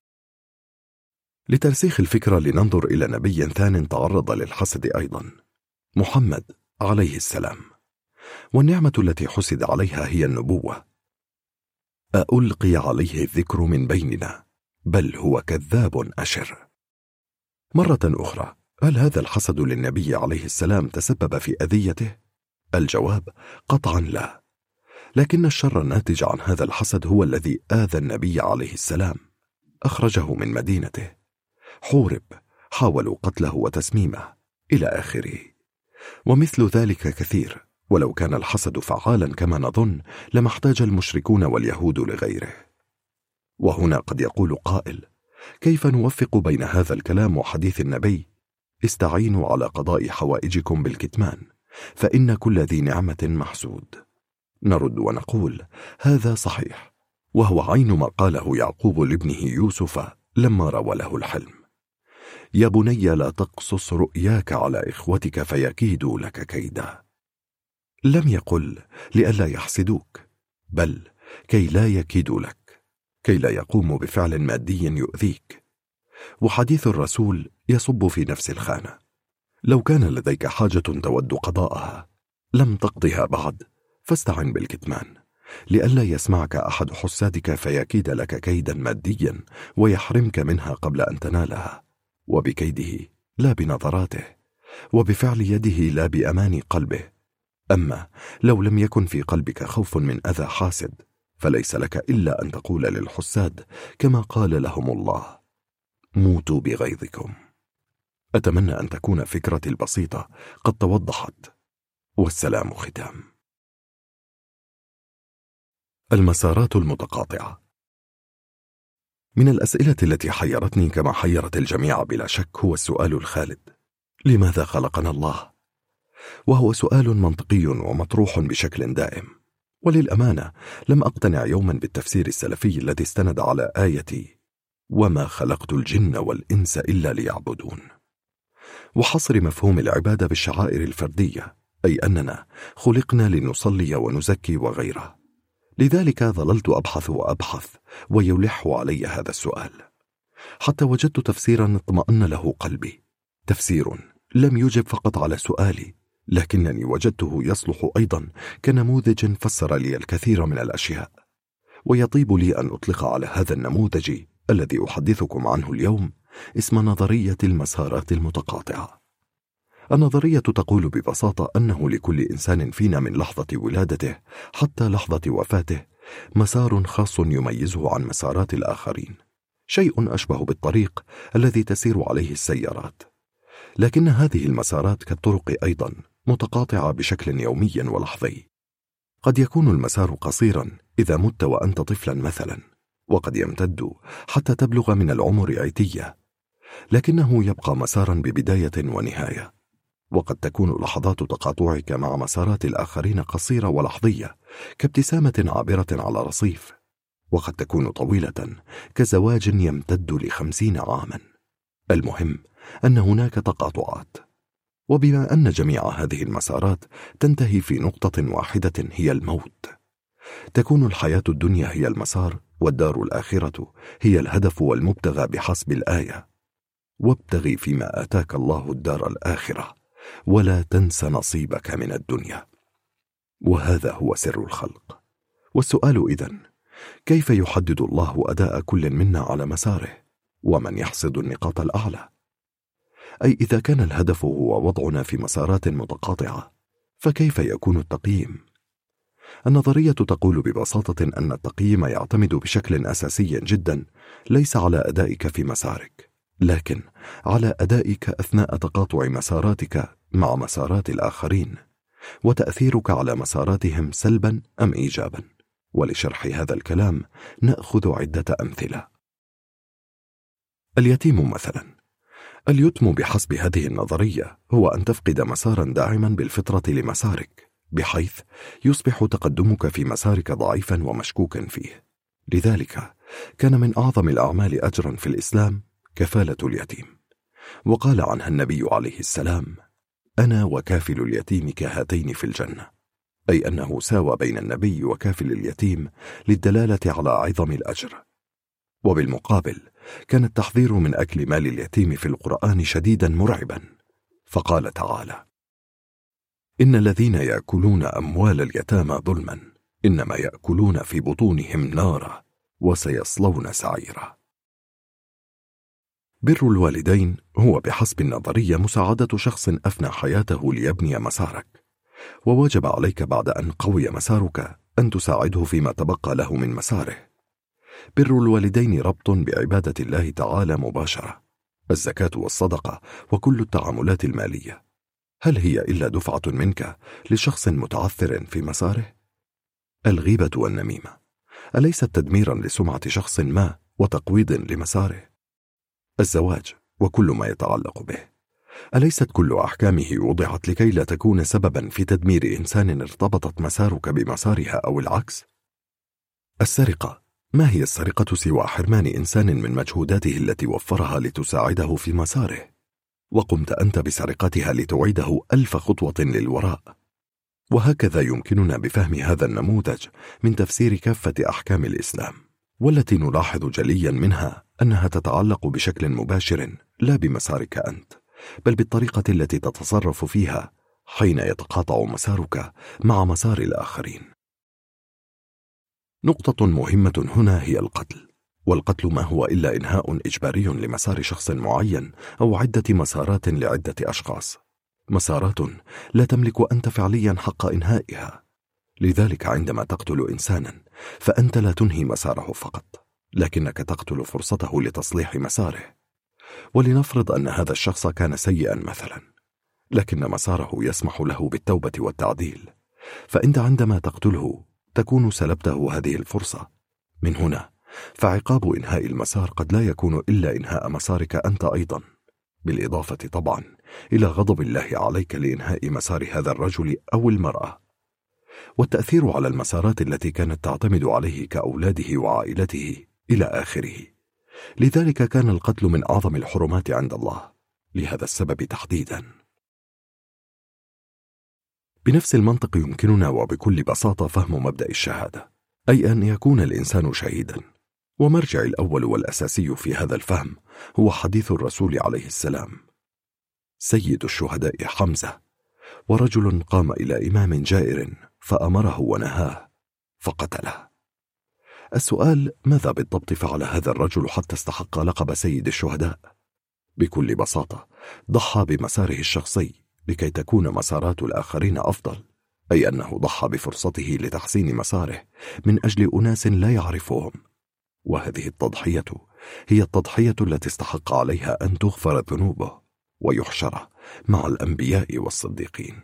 لترسيخ الفكرة لننظر إلى نبي ثان تعرض للحسد أيضا، محمد عليه السلام. والنعمة التي حسد عليها هي النبوة. ألقي عليه الذكر من بيننا بل هو كذاب أشر. مرة أخرى، هل هذا الحسد للنبي عليه السلام تسبب في أذيته؟ الجواب: قطعا لا. لكن الشر الناتج عن هذا الحسد هو الذي آذى النبي عليه السلام. أخرجه من مدينته، حورب، حاولوا قتله وتسميمه، إلى آخره. ومثل ذلك كثير. ولو كان الحسد فعالا كما نظن لما احتاج المشركون واليهود لغيره. وهنا قد يقول قائل: كيف نوفق بين هذا الكلام وحديث النبي: استعينوا على قضاء حوائجكم بالكتمان فإن كل ذي نعمة محسود؟ نرد ونقول: هذا صحيح، وهو عين ما قاله يعقوب لابنه يوسف لما روى له الحلم: يا بني لا تقصص رؤياك على إخوتك فيكيدوا لك كيدا. لم يقل لئلا يحسدوك، بل كي لا يكيدوا لك، كي لا يقوموا بفعل مادي يؤذيك. وحديث الرسول يصب في نفس الخانة. لو كان لديك حاجة تود قضاءها لم تقضها بعد، فاستعن بالكتمان لئلا يسمعك أحد حسادك فيكيد لك كيدا ماديا ويحرمك منها قبل أن تنالها، وبكيده لا بنظراته، وبفعل يده لا بأمان قلبه. أما لو لم يكن في قلبك خوف من أذى حاسد، فليس لك إلا أن تقول للحساد كما قال لهم الله: موتوا بغيظكم. أتمنى أن تكون فكرتي البسيطة قد توضحت، والسلام ختام. المسارات المتقاطعة. من الأسئلة التي حيرتني كما حيرت الجميع بلا شك هو السؤال الخالد: لماذا خلقنا الله؟ وهو سؤال منطقي ومطروح بشكل دائم. وللأمانة لم أقتنع يوما بالتفسير السلفي الذي استند على آية وما خلقت الجن والإنس إلا ليعبدون، وحصر مفهوم العبادة بالشعائر الفردية، أي أننا خلقنا لنصلي ونزكي وغيره، لذلك ظللت أبحث وأبحث ويلح علي هذا السؤال، حتى وجدت تفسيرا اطمأن له قلبي، تفسير لم يجب فقط على سؤالي، لكنني وجدته يصلح أيضا كنموذج فسر لي الكثير من الأشياء. ويطيب لي أن أطلق على هذا النموذج الذي أحدثكم عنه اليوم اسم نظرية المسارات المتقاطعة. النظرية تقول ببساطة أنه لكل إنسان فينا من لحظة ولادته حتى لحظة وفاته مسار خاص يميزه عن مسارات الآخرين، شيء أشبه بالطريق الذي تسير عليه السيارات، لكن هذه المسارات كالطرق أيضا متقاطعة بشكل يومي ولحظي. قد يكون المسار قصيرا إذا مت وأنت طفلا مثلا، وقد يمتد حتى تبلغ من العمر عتية، لكنه يبقى مسارا ببداية ونهاية. وقد تكون لحظات تقاطعك مع مسارات الآخرين قصيرة ولحظية كابتسامة عابرة على رصيف، وقد تكون طويلة كزواج يمتد ل50 عاما. المهم أن هناك تقاطعات، وبما أن جميع هذه المسارات تنتهي في نقطة واحدة هي الموت، تكون الحياة الدنيا هي المسار، والدار الآخرة هي الهدف والمبتغى بحسب الآية: وابتغي فيما آتاك الله الدار الآخرة ولا تنس نصيبك من الدنيا. وهذا هو سر الخلق. والسؤال إذن: كيف يحدد الله أداء كل منا على مساره؟ ومن يحصد النقاط الأعلى؟ أي إذا كان الهدف هو وضعنا في مسارات متقاطعة، فكيف يكون التقييم؟ النظرية تقول ببساطة أن التقييم يعتمد بشكل أساسي جدا ليس على أدائك في مسارك، لكن على أدائك أثناء تقاطع مساراتك مع مسارات الآخرين، وتأثيرك على مساراتهم سلبا أم إيجابا. ولشرح هذا الكلام نأخذ عدة أمثلة. اليتيم مثلا. اليتم بحسب هذه النظرية هو أن تفقد مسارا داعما بالفطرة لمسارك، بحيث يصبح تقدمك في مسارك ضعيفا ومشكوكا فيه. لذلك كان من أعظم الأعمال أجرا في الإسلام كفالة اليتيم، وقال عنها النبي عليه السلام: أنا وكافل اليتيم كهاتين في الجنة، أي أنه ساوى بين النبي وكافل اليتيم للدلالة على عظم الأجر. وبالمقابل كان التحذير من أكل مال اليتيم في القرآن شديدا مرعبا، فقال تعالى: إن الذين يأكلون أموال اليتامى ظلما إنما يأكلون في بطونهم نارا وسيصلون سعيرا. بر الوالدين هو بحسب النظرية مساعدة شخص أفنى حياته ليبني مسارك، ووجب عليك بعد أن قوي مسارك أن تساعده فيما تبقى له من مساره. بر الوالدين ربط بعبادة الله تعالى مباشرة. الزكاة والصدقة وكل التعاملات المالية، هل هي إلا دفعة منك لشخص متعثر في مساره؟ الغيبة والنميمة أليست تدميرا لسمعة شخص ما وتقويض لمساره؟ الزواج وكل ما يتعلق به أليست كل أحكامه وضعت لكي لا تكون سببا في تدمير إنسان ارتبطت مسارك بمسارها أو العكس؟ السرقة، ما هي السرقة سوى حرمان إنسان من مجهوداته التي وفرها لتساعده في مساره، وقمت أنت بسرقتها لتعيده 1000 خطوة للوراء؟ وهكذا يمكننا بفهم هذا النموذج من تفسير كافة أحكام الإسلام، والتي نلاحظ جليا منها أنها تتعلق بشكل مباشر لا بمسارك أنت، بل بالطريقة التي تتصرف فيها حين يتقاطع مسارك مع مسار الآخرين. نقطة مهمة هنا هي القتل، والقتل ما هو إلا إنهاء إجباري لمسار شخص معين أو عدة مسارات لعدة أشخاص، مسارات لا تملك أنت فعليا حق إنهائها. لذلك عندما تقتل إنسانا فأنت لا تنهي مساره فقط، لكنك تقتل فرصته لتصليح مساره. ولنفرض أن هذا الشخص كان سيئا مثلا، لكن مساره يسمح له بالتوبة والتعديل، فأنت عندما تقتله تكون سلبته هذه الفرصة. من هنا فعقاب إنهاء المسار قد لا يكون إلا إنهاء مسارك أنت أيضا، بالإضافة طبعا إلى غضب الله عليك لإنهاء مسار هذا الرجل أو المرأة، والتأثير على المسارات التي كانت تعتمد عليه كأولاده وعائلته إلى آخره. لذلك كان القتل من أعظم الحرمات عند الله لهذا السبب تحديدا. بنفس المنطق يمكننا وبكل بساطة فهم مبدأ الشهادة، أي أن يكون الإنسان شهيدا. ومرجع الأول والأساسي في هذا الفهم هو حديث الرسول عليه السلام: سيد الشهداء حمزة، ورجل قام إلى إمام جائر فأمره ونهاه فقتله. السؤال: ماذا بالضبط فعل هذا الرجل حتى استحق لقب سيد الشهداء؟ بكل بساطة ضحى بمساره الشخصي لكي تكون مسارات الآخرين أفضل، أي أنه ضحى بفرصته لتحسين مساره من أجل أناس لا يعرفهم. وهذه التضحية هي التضحية التي استحق عليها أن تغفر ذنوبه ويحشر مع الأنبياء والصديقين.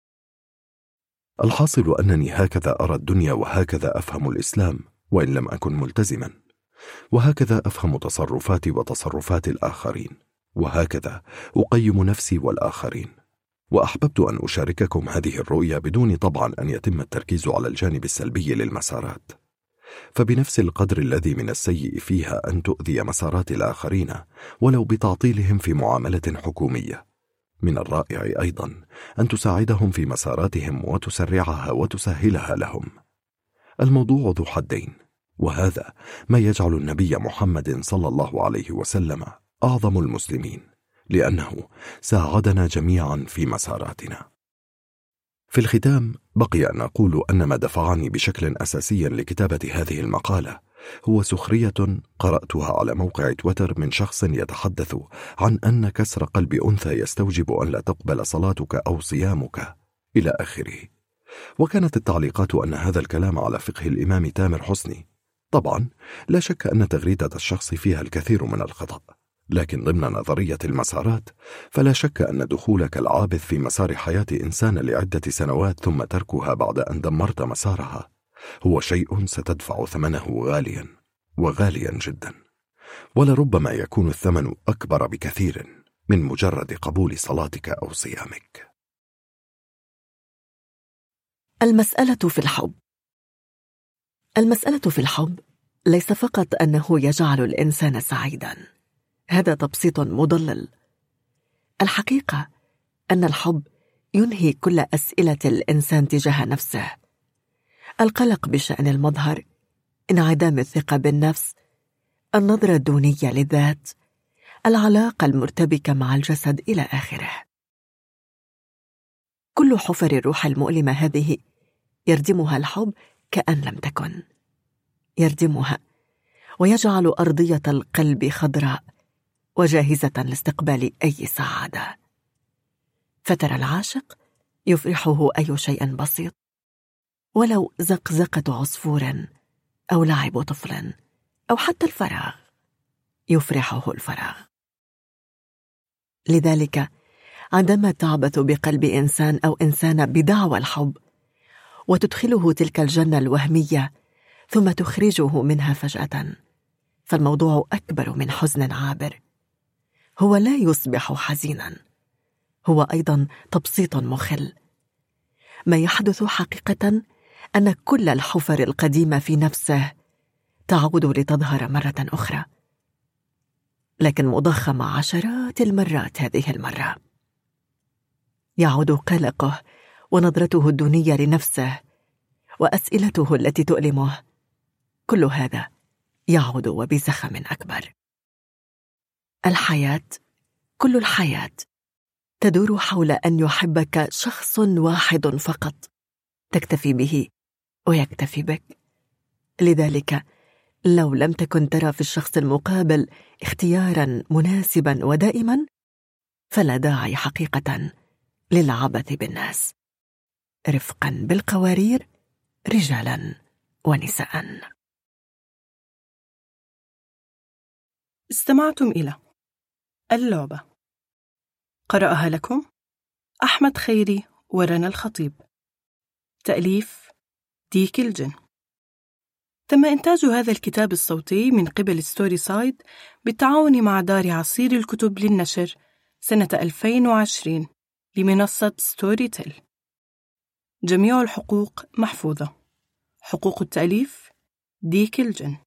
الحاصل أنني هكذا أرى الدنيا، وهكذا أفهم الإسلام وإن لم أكن ملتزما، وهكذا أفهم تصرفاتي وتصرفات الآخرين، وهكذا أقيم نفسي والآخرين. وأحببت أن أشارككم هذه الرؤية بدون طبعا أن يتم التركيز على الجانب السلبي للمسارات، فبنفس القدر الذي من السيء فيها أن تؤذي مسارات الآخرين ولو بتعطيلهم في معاملة حكومية، من الرائع أيضا أن تساعدهم في مساراتهم وتسرعها وتسهلها لهم. الموضوع ذو حدين، وهذا ما يجعل النبي محمد صلى الله عليه وسلم أعظم المسلمين، لأنه ساعدنا جميعا في مساراتنا. في الختام بقي أن أقول أن ما دفعني بشكل أساسي لكتابة هذه المقالة هو سخرية قرأتها على موقع تويتر من شخص يتحدث عن أن كسر قلب أنثى يستوجب أن لا تقبل صلاتك أو صيامك إلى آخره. وكانت التعليقات أن هذا الكلام على فقه الإمام تامر حسني. طبعا لا شك أن تغريدة الشخص فيها الكثير من الخطأ، لكن ضمن نظرية المسارات فلا شك أن دخولك العابث في مسار حياة إنسان لعدة سنوات ثم تركها بعد أن دمرت مسارها هو شيء ستدفع ثمنه غاليا، وغاليا جدا، ولربما يكون الثمن أكبر بكثير من مجرد قبول صلاتك أو صيامك. المسألة في الحب. المسألة في الحب ليس فقط أنه يجعل الإنسان سعيدا، هذا تبسيط مضلل. الحقيقة أن الحب ينهي كل أسئلة الإنسان تجاه نفسه: القلق بشأن المظهر، انعدام الثقة بالنفس، النظرة الدونية للذات، العلاقة المرتبكة مع الجسد إلى آخره. كل حفر الروح المؤلمة هذه يردمها الحب كأن لم تكن، يردمها ويجعل أرضية القلب خضراء وجاهزة لاستقبال أي سعادة. فترى العاشق يفرحه أي شيء بسيط، ولو زقزقة عصفور أو لعب طفل أو حتى الفراغ، يفرحه الفراغ. لذلك عندما تعبث بقلب إنسان أو إنسانة بدعوى الحب وتدخله تلك الجنة الوهمية ثم تخرجه منها فجأة، فالموضوع أكبر من حزن عابر. هو لا يصبح حزينا، هو أيضا تبسيط مخل. ما يحدث حقيقة أن كل الحفر القديمة في نفسه تعود لتظهر مرة أخرى، لكن مضخمة عشرات المرات. هذه المرة يعود قلقه ونظرته الدونية لنفسه وأسئلته التي تؤلمه، كل هذا يعود وبزخم أكبر. الحياة، كل الحياة تدور حول أن يحبك شخص واحد فقط، تكتفي به ويكتفي بك. لذلك لو لم تكن ترى في الشخص المقابل اختيارا مناسبا ودائما، فلا داعي حقيقة للعبث بالناس. رفقا بالقوارير، رجالا ونساء. استمعتم إلى اللعبة، قرأها لكم أحمد خيري ورنا الخطيب، تأليف ديك الجن. تم إنتاج هذا الكتاب الصوتي من قبل ستوري سايد بالتعاون مع دار عصير الكتب للنشر سنة 2020 لمنصة ستوري تيل. جميع الحقوق محفوظة. حقوق التأليف ديك الجن.